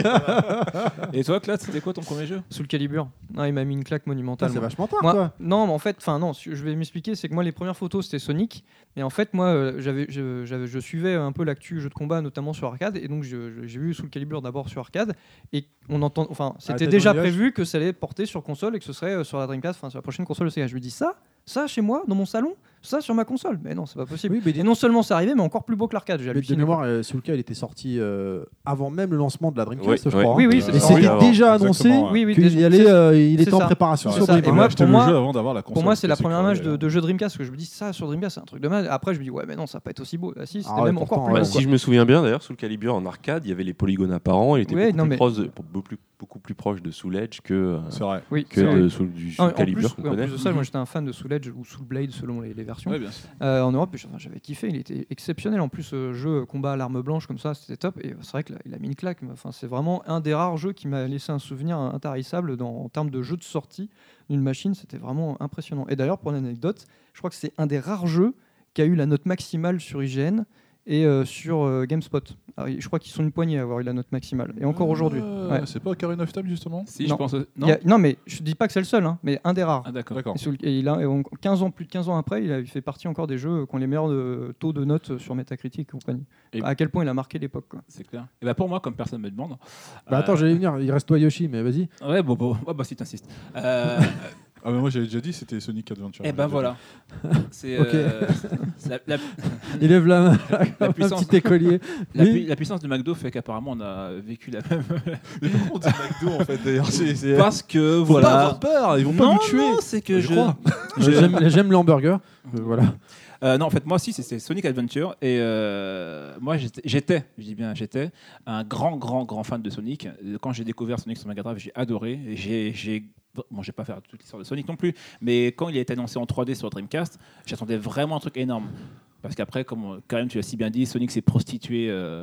Speaker 7: Et toi, Claude, c'était quoi ton premier jeu?
Speaker 9: Sous le Calibur. Non, il m'a mis une claque monumentale.
Speaker 5: Ah, c'est
Speaker 9: moi.
Speaker 5: vachement tard,
Speaker 9: Moi,
Speaker 5: quoi.
Speaker 9: non, mais en fait, enfin non, je vais m'expliquer. C'est que moi, les premières photos, c'était Sonic. Et en fait, moi, euh, j'avais, je, j'avais, je suivais un peu l'actu jeu de combat, notamment sur arcade. Et donc, je- je- j'ai vu Sous le Calibur d'abord sur arcade. Et on entend, enfin, c'était
Speaker 5: t'as
Speaker 9: déjà
Speaker 5: dans le nuage.
Speaker 9: prévu que ça allait être porté sur console et que ce serait euh, sur la Dreamcast, enfin sur la prochaine console de Sega. Je me dis ça, ça chez moi, dans mon salon, ça sur ma console. Mais non, c'est pas possible.
Speaker 5: Oui, mais
Speaker 9: Et non seulement c'est arrivé, mais encore plus beau que l'arcade. J'ai
Speaker 5: Mais de
Speaker 9: halluciné.
Speaker 5: mémoire, euh, Soulka, il était sorti euh, avant même le lancement de la Dreamcast,
Speaker 10: Oui,
Speaker 5: je
Speaker 10: oui.
Speaker 5: crois.
Speaker 9: Oui, oui,
Speaker 5: Et
Speaker 9: c'est
Speaker 10: Euh,
Speaker 9: ça.
Speaker 5: c'était
Speaker 10: oui,
Speaker 5: déjà
Speaker 6: avant.
Speaker 5: annoncé
Speaker 6: Exactement,
Speaker 9: Oui, oui,
Speaker 5: qu'il
Speaker 9: déjà-
Speaker 5: y allait,
Speaker 9: c'est-
Speaker 5: euh, il
Speaker 9: c'est
Speaker 5: était en
Speaker 9: ça.
Speaker 5: préparation
Speaker 6: C'est
Speaker 5: sur
Speaker 9: ça.
Speaker 5: Dreamcast.
Speaker 9: Et
Speaker 6: On
Speaker 9: moi,
Speaker 6: a acheté
Speaker 9: pour
Speaker 6: le
Speaker 9: moi-
Speaker 6: jeu avant d'avoir la console.
Speaker 9: Pour moi, c'est la
Speaker 6: C'était
Speaker 9: première
Speaker 6: curieux,
Speaker 9: image de,
Speaker 6: d'ailleurs.
Speaker 9: de jeu Dreamcast que je me dis ça sur Dreamcast, c'est un truc de mal. Après, je me dis ouais, mais non, ça va pas être aussi beau. Ah si, c'était
Speaker 5: Ah ouais,
Speaker 9: même
Speaker 5: pourtant,
Speaker 9: encore plus
Speaker 5: ouais.
Speaker 9: beau.
Speaker 10: Bah,
Speaker 9: quoi.
Speaker 10: si je me souviens bien, d'ailleurs, sous le Calibur en arcade, il y avait les polygones apparents. Il était
Speaker 9: Ouais,
Speaker 10: beaucoup,
Speaker 9: non,
Speaker 10: plus
Speaker 9: mais-
Speaker 10: proche de, beaucoup, plus, beaucoup plus proche de Soul Edge que, euh,
Speaker 6: C'est vrai.
Speaker 9: Oui,
Speaker 10: que
Speaker 9: c'est vrai.
Speaker 10: de Soul, du
Speaker 9: Ah,
Speaker 10: Soul
Speaker 9: en
Speaker 10: Calibur
Speaker 9: plus,
Speaker 10: qu'on
Speaker 9: ouais, en
Speaker 10: connaît.
Speaker 9: plus de ça, moi j'étais un fan de Soul Edge ou Soul Blade selon les, les versions.
Speaker 7: Ouais, bien sûr.
Speaker 9: Euh, en Europe, enfin, j'avais kiffé, il était exceptionnel. En plus, euh, jeu combat à l'arme blanche comme ça, c'était top. Et c'est vrai qu'il a, il a mis une claque. mais, Enfin, c'est vraiment un des rares jeux qui m'a laissé un souvenir intarissable dans, en termes de jeu de sortie d'une machine. C'était vraiment impressionnant. Et d'ailleurs, pour une anecdote, je crois que c'est un des rares jeux qui a eu la note maximale sur I G N et euh, sur euh, GameSpot. Alors, je crois qu'ils sont une poignée à avoir eu la note maximale. Et encore aujourd'hui.
Speaker 6: Euh,
Speaker 9: Ouais.
Speaker 6: C'est pas Ocarina of Time justement
Speaker 7: Si,
Speaker 9: Non.
Speaker 7: je pense.
Speaker 9: Il
Speaker 7: Non.
Speaker 9: y a- non, mais je dis pas que c'est le seul, hein, mais un des rares.
Speaker 7: Ah, d'accord.
Speaker 6: D'accord.
Speaker 9: Et, sous le- et il a et on- quinze ans, plus de quinze ans après, il, a, il fait partie encore des jeux qui ont les meilleurs euh, taux de notes sur Metacritic et compagnie.
Speaker 7: Et-
Speaker 9: À quel point il a marqué l'époque. quoi.
Speaker 7: C'est clair. Et bah pour moi, comme personne me demande.
Speaker 5: Bah attends,
Speaker 7: euh,
Speaker 5: j'allais venir, il reste toi Yoshi, mais vas-y.
Speaker 7: Ouais, bon, bon. Ouais, bah si t'insistes. Euh,
Speaker 6: Ah mais moi j'avais déjà dit c'était Sonic Adventure.
Speaker 7: et ben voilà. C'est
Speaker 5: Ok.
Speaker 7: euh, c'est la, la-
Speaker 5: Il lève la main,
Speaker 7: La
Speaker 5: un
Speaker 7: puissance.
Speaker 5: petit écolier.
Speaker 7: la
Speaker 5: Oui.
Speaker 7: pu- la puissance de McDo fait qu'apparemment on a vécu la même.
Speaker 6: Mais pourquoi on dit McDo en fait d'ailleurs c'est, c'est...
Speaker 7: Parce que
Speaker 6: Faut pas
Speaker 7: voilà.
Speaker 6: avoir peur, ils vont pas
Speaker 7: non,
Speaker 6: nous tuer.
Speaker 7: non, c'est que
Speaker 6: Je
Speaker 7: je.
Speaker 6: crois.
Speaker 7: je-
Speaker 5: J'aime j'aime le hamburger. Euh, voilà.
Speaker 7: Euh, non, en fait, moi aussi, c'était Sonic Adventure. Et euh, moi, j'étais, j'étais, je dis bien, j'étais un grand, grand, grand fan de Sonic. Quand j'ai découvert Sonic sur Mega Drive, j'ai adoré. Et j'ai, j'ai, bon, je vais pas faire toute l'histoire de Sonic non plus, mais quand il a été annoncé en trois D sur Dreamcast, j'attendais vraiment un truc énorme. Parce qu'après, comme quand même, tu l'as si bien dit, Sonic s'est prostitué. Euh,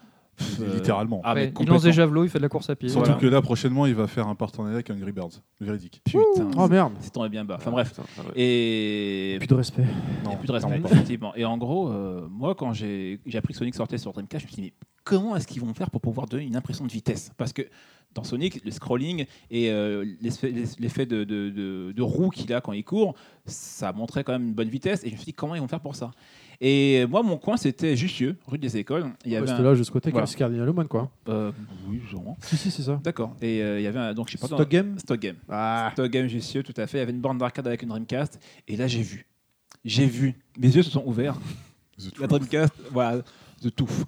Speaker 7: euh,
Speaker 6: Littéralement.
Speaker 7: ah, mais
Speaker 9: Ouais, il
Speaker 7: complètement.
Speaker 9: lance des javelots, il fait de la course à pied.
Speaker 6: Surtout
Speaker 7: voilà.
Speaker 6: que là prochainement il va faire un partenariat avec Angry Birds. Véridique.
Speaker 7: Putain,
Speaker 5: Oh merde.
Speaker 7: c'est tombé bien bas. Enfin bref.
Speaker 10: Putain, ah ouais.
Speaker 7: Et
Speaker 5: Plus de respect.
Speaker 7: Il n'y a plus de respect,
Speaker 6: clairement pas.
Speaker 7: effectivement. Et en gros, euh, moi, quand j'ai j'ai appris que Sonic sortait sur Dreamcast, je me suis dit, mais comment est-ce qu'ils vont faire pour pouvoir donner une impression de vitesse? Parce que dans Sonic, le scrolling et euh, l'effet l'effet de, de, de, de roue qu'il a quand il court, ça montrait quand même une bonne vitesse. Et je me suis dit, comment ils vont faire pour ça? Et moi, mon coin, c'était Jussieu, rue des Écoles. Il y avait
Speaker 5: C'était
Speaker 7: un-
Speaker 5: là jusqu'au côté
Speaker 7: Voilà.
Speaker 5: c'est Cardinal Human, quoi.
Speaker 7: euh, oui, sûrement.
Speaker 5: Si, si, c'est ça.
Speaker 7: D'accord. Et euh, il y avait un, donc je sais pas. dans-
Speaker 5: Stock Game.
Speaker 7: Stock Game.
Speaker 5: Ah.
Speaker 7: Stock Game Jussieu, tout à fait. Il y avait une borne d'arcade avec une Dreamcast. Et là, j'ai vu. J'ai vu. Mes yeux se sont ouverts. La Dreamcast, voilà, The Tooth.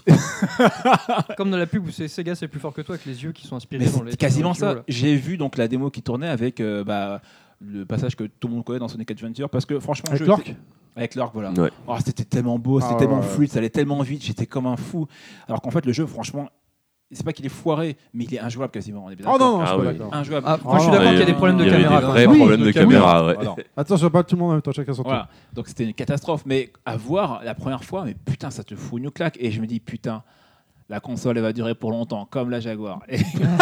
Speaker 9: Comme dans la pub où c'est Sega c'est plus fort que toi avec les yeux qui sont inspirés
Speaker 7: Mais
Speaker 9: dans les
Speaker 7: c'est quasiment
Speaker 9: dans les
Speaker 7: ça.
Speaker 9: tuyaux, là.
Speaker 7: J'ai vu donc la démo qui tournait avec euh, bah, le passage que tout le monde connaît dans Sonic Adventure parce que franchement,
Speaker 5: Avec
Speaker 7: je-
Speaker 5: l'orque.
Speaker 7: avec l'orque, voilà.
Speaker 10: Ouais.
Speaker 7: Oh, c'était tellement beau, c'était
Speaker 5: Ah,
Speaker 7: tellement
Speaker 5: ouais.
Speaker 7: fluide, ça allait tellement vite, j'étais comme un fou. Alors qu'en fait, le jeu, franchement, c'est pas qu'il est foiré, mais il est injouable quasiment. On est bien
Speaker 5: Oh
Speaker 7: d'accord.
Speaker 5: non, non, je
Speaker 10: Ah
Speaker 5: suis pas
Speaker 10: oui.
Speaker 5: d'accord.
Speaker 7: Injouable.
Speaker 9: Ah, moi je suis
Speaker 5: Oh,
Speaker 9: d'accord
Speaker 10: ouais,
Speaker 9: qu'il y a des
Speaker 10: il
Speaker 9: problèmes de
Speaker 10: y avait
Speaker 9: caméra.
Speaker 10: des
Speaker 9: quand
Speaker 10: vrais
Speaker 9: même.
Speaker 10: problèmes de caméra, ouais.
Speaker 6: Voilà.
Speaker 5: Attention, pas tout le monde en même temps, chacun son tour.
Speaker 7: Voilà. Donc c'était une catastrophe. Mais à voir la première fois, mais putain, ça te fout une claque. Et je me dis, putain, la console, elle va durer pour longtemps, comme la Jaguar. Et,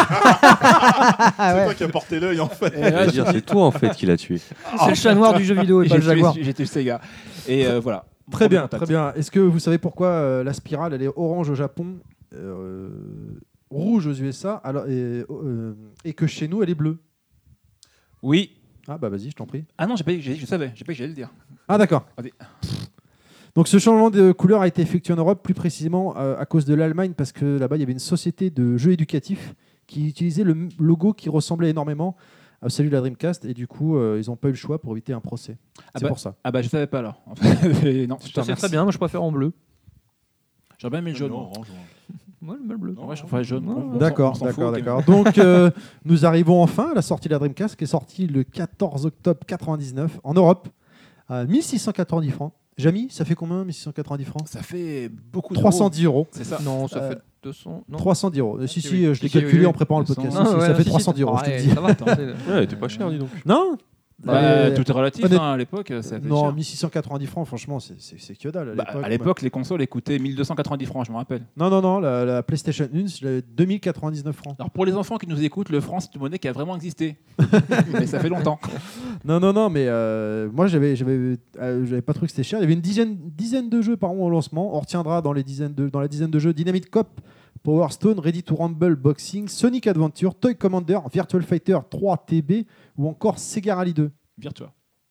Speaker 9: Ah
Speaker 6: C'est
Speaker 9: ouais.
Speaker 6: toi qui as porté l'œil en fait.
Speaker 7: et là,
Speaker 10: Je veux
Speaker 7: je
Speaker 10: dire, c'est toi en fait qui l'a tué.
Speaker 9: C'est le chat noir du jeu vidéo et pas
Speaker 7: j'ai
Speaker 9: le jaguar.
Speaker 7: tué, j'ai tué le Sega. Et euh, voilà.
Speaker 5: Très bien,
Speaker 7: Contact.
Speaker 5: très bien. Est-ce que vous savez pourquoi euh, la spirale, elle est orange au Japon, euh, rouge aux U S A, alors, et, euh, et que chez nous, elle est bleue?
Speaker 7: Oui.
Speaker 5: Ah bah vas-y, je t'en prie.
Speaker 7: Ah non, j'ai pas dit que j'ai- je savais. J'ai pas dit que j'allais le dire.
Speaker 5: Ah d'accord.
Speaker 7: Allez.
Speaker 5: Donc ce changement de couleur a été effectué en Europe, plus précisément euh, à cause de l'Allemagne, parce que là-bas, il y avait une société de jeux éducatifs qui utilisait le m- logo qui ressemblait énormément à celui de la Dreamcast, et du coup, euh, ils n'ont pas eu le choix pour éviter un procès.
Speaker 7: Ah
Speaker 5: C'est
Speaker 7: bah,
Speaker 5: pour ça.
Speaker 7: Ah bah je savais pas alors. En fait, non, je te
Speaker 9: C'est
Speaker 7: remercie.
Speaker 9: très bien, moi je préfère en bleu.
Speaker 7: J'aurais bien aimé le jaune.
Speaker 6: Non,
Speaker 7: moi.
Speaker 6: orange, orange.
Speaker 9: Moi j'aime le bleu.
Speaker 7: Ouais, je préfère le jaune.
Speaker 9: Ouais,
Speaker 7: On- on s'en-
Speaker 5: D'accord,
Speaker 7: on s'en
Speaker 5: d'accord,
Speaker 7: fout, ok.
Speaker 5: d'accord. Donc, euh, nous arrivons enfin à la sortie de la Dreamcast, qui est sortie le quatorze octobre quatre-vingt-dix-neuf en Europe, à mille six cent quatre-vingt-dix francs. Jamy, ça fait combien mille six cent quatre-vingt-dix francs?
Speaker 7: Ça fait beaucoup de
Speaker 5: trois cent dix euros.
Speaker 7: C'est ça.
Speaker 9: Non, ça
Speaker 5: Euh,
Speaker 9: fait deux cents. Non.
Speaker 5: trois cent dix euros. Euh, si,
Speaker 9: si,
Speaker 5: si,
Speaker 9: oui.
Speaker 5: euh, je
Speaker 9: Si,
Speaker 5: l'ai
Speaker 9: si,
Speaker 5: calculé
Speaker 9: oui,
Speaker 5: en préparant le
Speaker 7: deux cents.
Speaker 5: podcast.
Speaker 9: Non,
Speaker 5: Si, si,
Speaker 9: ouais,
Speaker 5: ça fait
Speaker 9: si,
Speaker 5: trois cent
Speaker 9: si,
Speaker 5: dix euros, je te le
Speaker 9: ouais,
Speaker 5: dis.
Speaker 9: Ça va, attends, c'est-
Speaker 10: Ouais, elle était pas chère, dis donc.
Speaker 5: Non,
Speaker 7: Bah,
Speaker 5: Euh,
Speaker 7: tout est relatif
Speaker 5: honnête-
Speaker 7: hein, à l'époque. Ça fait
Speaker 5: Non,
Speaker 7: cher.
Speaker 5: mille six cent quatre-vingt-dix francs, franchement, c'est, c'est, c'est que dalle. À
Speaker 7: Bah,
Speaker 5: l'époque,
Speaker 7: à l'époque, les consoles elles coûtaient mille deux cent quatre-vingt-dix francs, je me rappelle.
Speaker 5: Non, non, non, la, la PlayStation un, je l'avais deux mille quatre-vingt-dix-neuf francs.
Speaker 7: Alors pour les enfants qui nous écoutent, le franc c'est une monnaie qui a vraiment existé. Mais ça fait longtemps.
Speaker 5: Non, non, non, mais euh, moi, j'avais, j'avais, euh, j'avais pas trouvé que c'était cher. Il y avait une dizaine, dizaine de jeux par an au lancement. On retiendra dans, les dizaines de, dans la dizaine de jeux Dynamite Cop, Power Stone, Ready to Rumble Boxing, Sonic Adventure, Toy Commander, Virtual Fighter trois T B ou encore Sega Rally deux.
Speaker 7: Virtua.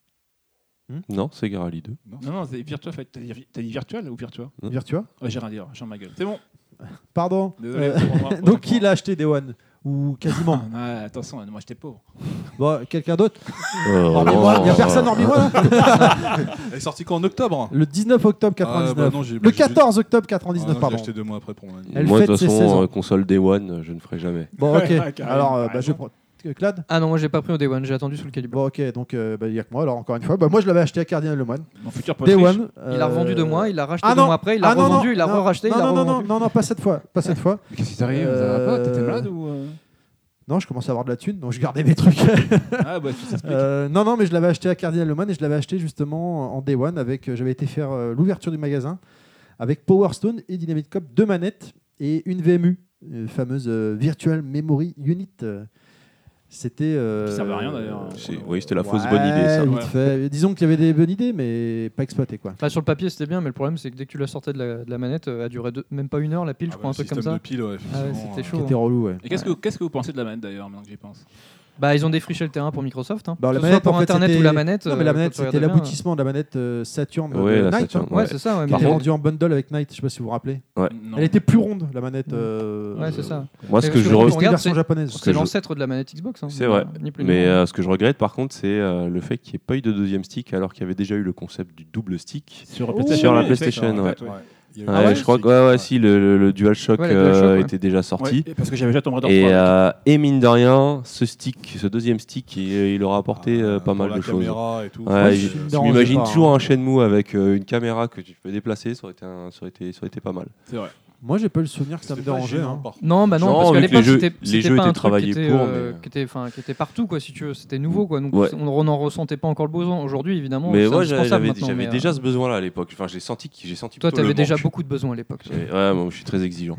Speaker 10: Non, c'est Rally deux.
Speaker 7: Non, non, c'est Virtua. T'as dit, t'as dit Virtual ou Virtua?
Speaker 10: Non.
Speaker 5: Virtua.
Speaker 7: Ouais, j'ai rien à dire, j'ai ma gueule. C'est bon.
Speaker 5: Pardon.
Speaker 7: Désolé.
Speaker 5: Euh,
Speaker 7: pour moi, pour
Speaker 5: Donc,
Speaker 7: moi.
Speaker 5: qui l'a acheté Day One? Ou quasiment.
Speaker 7: Ah, ouais, attention, moi j'étais pauvre.
Speaker 5: Bon, quelqu'un d'autre?
Speaker 10: Oh,
Speaker 5: Hormis moi, il n'y a personne hormis moi là.
Speaker 6: Elle est sortie quand en octobre?
Speaker 5: Le dix-neuf octobre
Speaker 6: Ah,
Speaker 5: quatre-vingt-dix-neuf.
Speaker 6: bah non, j'ai-
Speaker 5: Le
Speaker 6: j'ai-
Speaker 5: quatorze octobre
Speaker 6: Ah,
Speaker 5: quatre-vingt-dix-neuf,
Speaker 6: non,
Speaker 5: pardon.
Speaker 6: j'ai acheté deux mois après pour mon
Speaker 5: Elle
Speaker 10: Moi, de
Speaker 5: fête
Speaker 10: toute
Speaker 5: ses seize
Speaker 10: façon,
Speaker 5: ans.
Speaker 10: euh, console Day One, je ne ferai jamais.
Speaker 5: Bon, ok.
Speaker 7: Ouais, carrément,
Speaker 5: Alors, euh,
Speaker 7: t'as
Speaker 5: bah, je
Speaker 7: raison.
Speaker 5: prends. Euh, Clad.
Speaker 9: Ah non, moi j'ai pas pris au Day One, j'ai attendu sous le calibre.
Speaker 5: Bon, ok, donc il bah, n'y a que moi, alors encore une fois. Bah, moi, je l'avais acheté à Cardinal Lemoine.
Speaker 7: Mon futur pote
Speaker 5: Day
Speaker 7: riche.
Speaker 5: One.
Speaker 9: Il a
Speaker 5: euh,
Speaker 9: revendu deux mois, il l'a racheté
Speaker 5: ah
Speaker 9: deux
Speaker 5: non.
Speaker 9: mois après, il l'a
Speaker 5: Ah non,
Speaker 9: revendu,
Speaker 5: non,
Speaker 9: il l'a
Speaker 5: non,
Speaker 9: re-racheté, il
Speaker 5: non,
Speaker 9: l'a
Speaker 5: non, non,
Speaker 9: revendu.
Speaker 5: non, non, pas cette fois. Pas cette fois.
Speaker 7: Mais qu'est-ce qui t'arrive? Ça va pas? T'étais
Speaker 5: Euh,
Speaker 7: malade ou. euh
Speaker 5: Non, je commençais à avoir de la thune, donc je gardais mes trucs.
Speaker 7: Ah, bah, tout s'explique.
Speaker 5: Euh, non, non, mais je l'avais acheté à Cardinal Lemoine et je l'avais acheté justement en Day One. Avec, euh, j'avais été faire euh, l'ouverture du magasin avec Power Stone et Dynamite Cop, deux manettes et une V M U, euh, fameuse euh, Virtual Memory Unit. euh, C'était. euh,
Speaker 7: Qui servait à rien, d'ailleurs.
Speaker 10: C'est- Oui, c'était la fausse
Speaker 5: ouais,
Speaker 10: bonne idée, ça.
Speaker 5: vite
Speaker 7: Ouais.
Speaker 5: fait. Disons qu'il y avait des bonnes idées, mais pas exploitées, quoi.
Speaker 9: Enfin, sur le papier c'était bien, mais le problème c'est que dès que tu la sortais de la, de la manette, euh, elle durait deux- même pas une heure la pile, je
Speaker 6: Ah,
Speaker 9: crois, un
Speaker 6: bah,
Speaker 9: truc
Speaker 6: le
Speaker 9: comme ça.
Speaker 6: système de pile, ouais,
Speaker 9: Ah ouais,
Speaker 6: effectivement,
Speaker 9: c'était
Speaker 6: euh,
Speaker 9: chaud.
Speaker 5: Qui était relou, ouais.
Speaker 7: Et qu'est-ce que, qu'est-ce que vous pensez de la manette d'ailleurs, maintenant que j'y pense?
Speaker 9: Bah, ils ont défriché le terrain pour Microsoft. Hein.
Speaker 5: Bah,
Speaker 9: que
Speaker 5: la
Speaker 9: ce
Speaker 5: manette,
Speaker 9: soit pour
Speaker 5: en fait,
Speaker 9: Internet
Speaker 5: c'était-
Speaker 9: ou la manette.
Speaker 5: Non, mais la
Speaker 9: euh,
Speaker 5: manette,
Speaker 9: quand tu
Speaker 5: c'était
Speaker 9: regardes bien,
Speaker 5: l'aboutissement de la manette euh, Saturn
Speaker 10: Ouais,
Speaker 5: de
Speaker 10: la
Speaker 5: Knight,
Speaker 10: Saturn,
Speaker 5: hein,
Speaker 9: Ouais,
Speaker 10: ouais.
Speaker 9: c'est ça. Ouais,
Speaker 5: qui
Speaker 9: mais
Speaker 5: était
Speaker 10: Par
Speaker 5: vendue en bundle avec Knight. Je sais pas si vous vous rappelez.
Speaker 7: Non.
Speaker 5: Elle était plus ronde, la manette. euh,
Speaker 9: Ouais, c'est ça.
Speaker 10: Moi, ce
Speaker 9: Mais
Speaker 10: que
Speaker 9: parce
Speaker 10: je
Speaker 9: que
Speaker 10: re-
Speaker 9: bon,
Speaker 5: C'était une
Speaker 9: regarde,
Speaker 5: version
Speaker 9: c'est-
Speaker 5: japonaise.
Speaker 10: que
Speaker 9: C'est
Speaker 10: je-
Speaker 9: l'ancêtre de la manette Xbox. Hein,
Speaker 10: C'est vrai.
Speaker 9: Ni plus ni
Speaker 10: Mais
Speaker 9: moins.
Speaker 10: euh, ce que je regrette par contre, c'est euh, le fait qu'il n'y ait pas eu de deuxième stick alors qu'il y avait déjà eu le concept du double stick.
Speaker 7: Sur
Speaker 5: Oh.
Speaker 10: Sur la
Speaker 7: oui,
Speaker 10: PlayStation,
Speaker 7: exact,
Speaker 10: ouais.
Speaker 7: exact, ouais.
Speaker 6: Il y a eu
Speaker 10: Ouais,
Speaker 6: un
Speaker 10: je crois
Speaker 6: stick,
Speaker 10: que ouais, ouais,
Speaker 6: ouais.
Speaker 10: si le, le, le DualShock
Speaker 9: Ouais, le DualShock,
Speaker 10: euh,
Speaker 9: ouais.
Speaker 10: était déjà sorti.
Speaker 7: Ouais, parce que j'avais déjà Tomb Raider
Speaker 10: Et,
Speaker 7: trois.
Speaker 10: euh, et mine de rien, ce stick, ce deuxième stick, il, il aura apporté euh,
Speaker 6: Ah,
Speaker 10: pas
Speaker 6: pour
Speaker 10: mal
Speaker 6: la
Speaker 10: de choses.
Speaker 6: caméra et tout.
Speaker 10: Ouais,
Speaker 5: Moi,
Speaker 10: je
Speaker 5: je
Speaker 10: je
Speaker 5: me dérangeais
Speaker 10: m'imagine
Speaker 5: pas,
Speaker 10: toujours
Speaker 5: hein.
Speaker 10: un Shenmue avec euh, une caméra que tu peux déplacer, ça aurait été, un- ça aurait été, ça aurait été pas mal.
Speaker 7: C'est vrai.
Speaker 5: Moi, j'ai pas eu le souvenir que ça me
Speaker 6: C'était pas
Speaker 5: dérangeait.
Speaker 6: gênant,
Speaker 5: hein.
Speaker 6: par contre.
Speaker 9: Non, bah non,
Speaker 10: Non,
Speaker 9: parce qu'à
Speaker 10: vu que les
Speaker 9: l'époque,
Speaker 10: jeux-
Speaker 9: c'était
Speaker 10: les
Speaker 9: c'était
Speaker 10: jeux
Speaker 9: pas
Speaker 10: étaient
Speaker 9: un truc qui
Speaker 10: travaillés
Speaker 9: était,
Speaker 10: pour,
Speaker 9: euh,
Speaker 10: mais-
Speaker 9: qui était, enfin, qui était partout, quoi, si tu veux. C'était nouveau, quoi. Donc
Speaker 10: Ouais.
Speaker 9: on n'en ressentait pas encore le besoin. Aujourd'hui, évidemment,
Speaker 10: Mais
Speaker 9: c'est
Speaker 10: moi, j'avais
Speaker 9: indispensable
Speaker 10: j'avais
Speaker 9: maintenant,
Speaker 10: j'avais
Speaker 9: mais,
Speaker 10: déjà
Speaker 9: euh,
Speaker 10: ce besoin-là à l'époque. Enfin, j'ai senti, que- j'ai senti
Speaker 9: Toi,
Speaker 10: plutôt
Speaker 9: t'avais
Speaker 10: le
Speaker 9: déjà
Speaker 10: manque.
Speaker 9: beaucoup de besoins à l'époque. toi.
Speaker 10: J'ai- Ouais, moi, je suis très exigeant.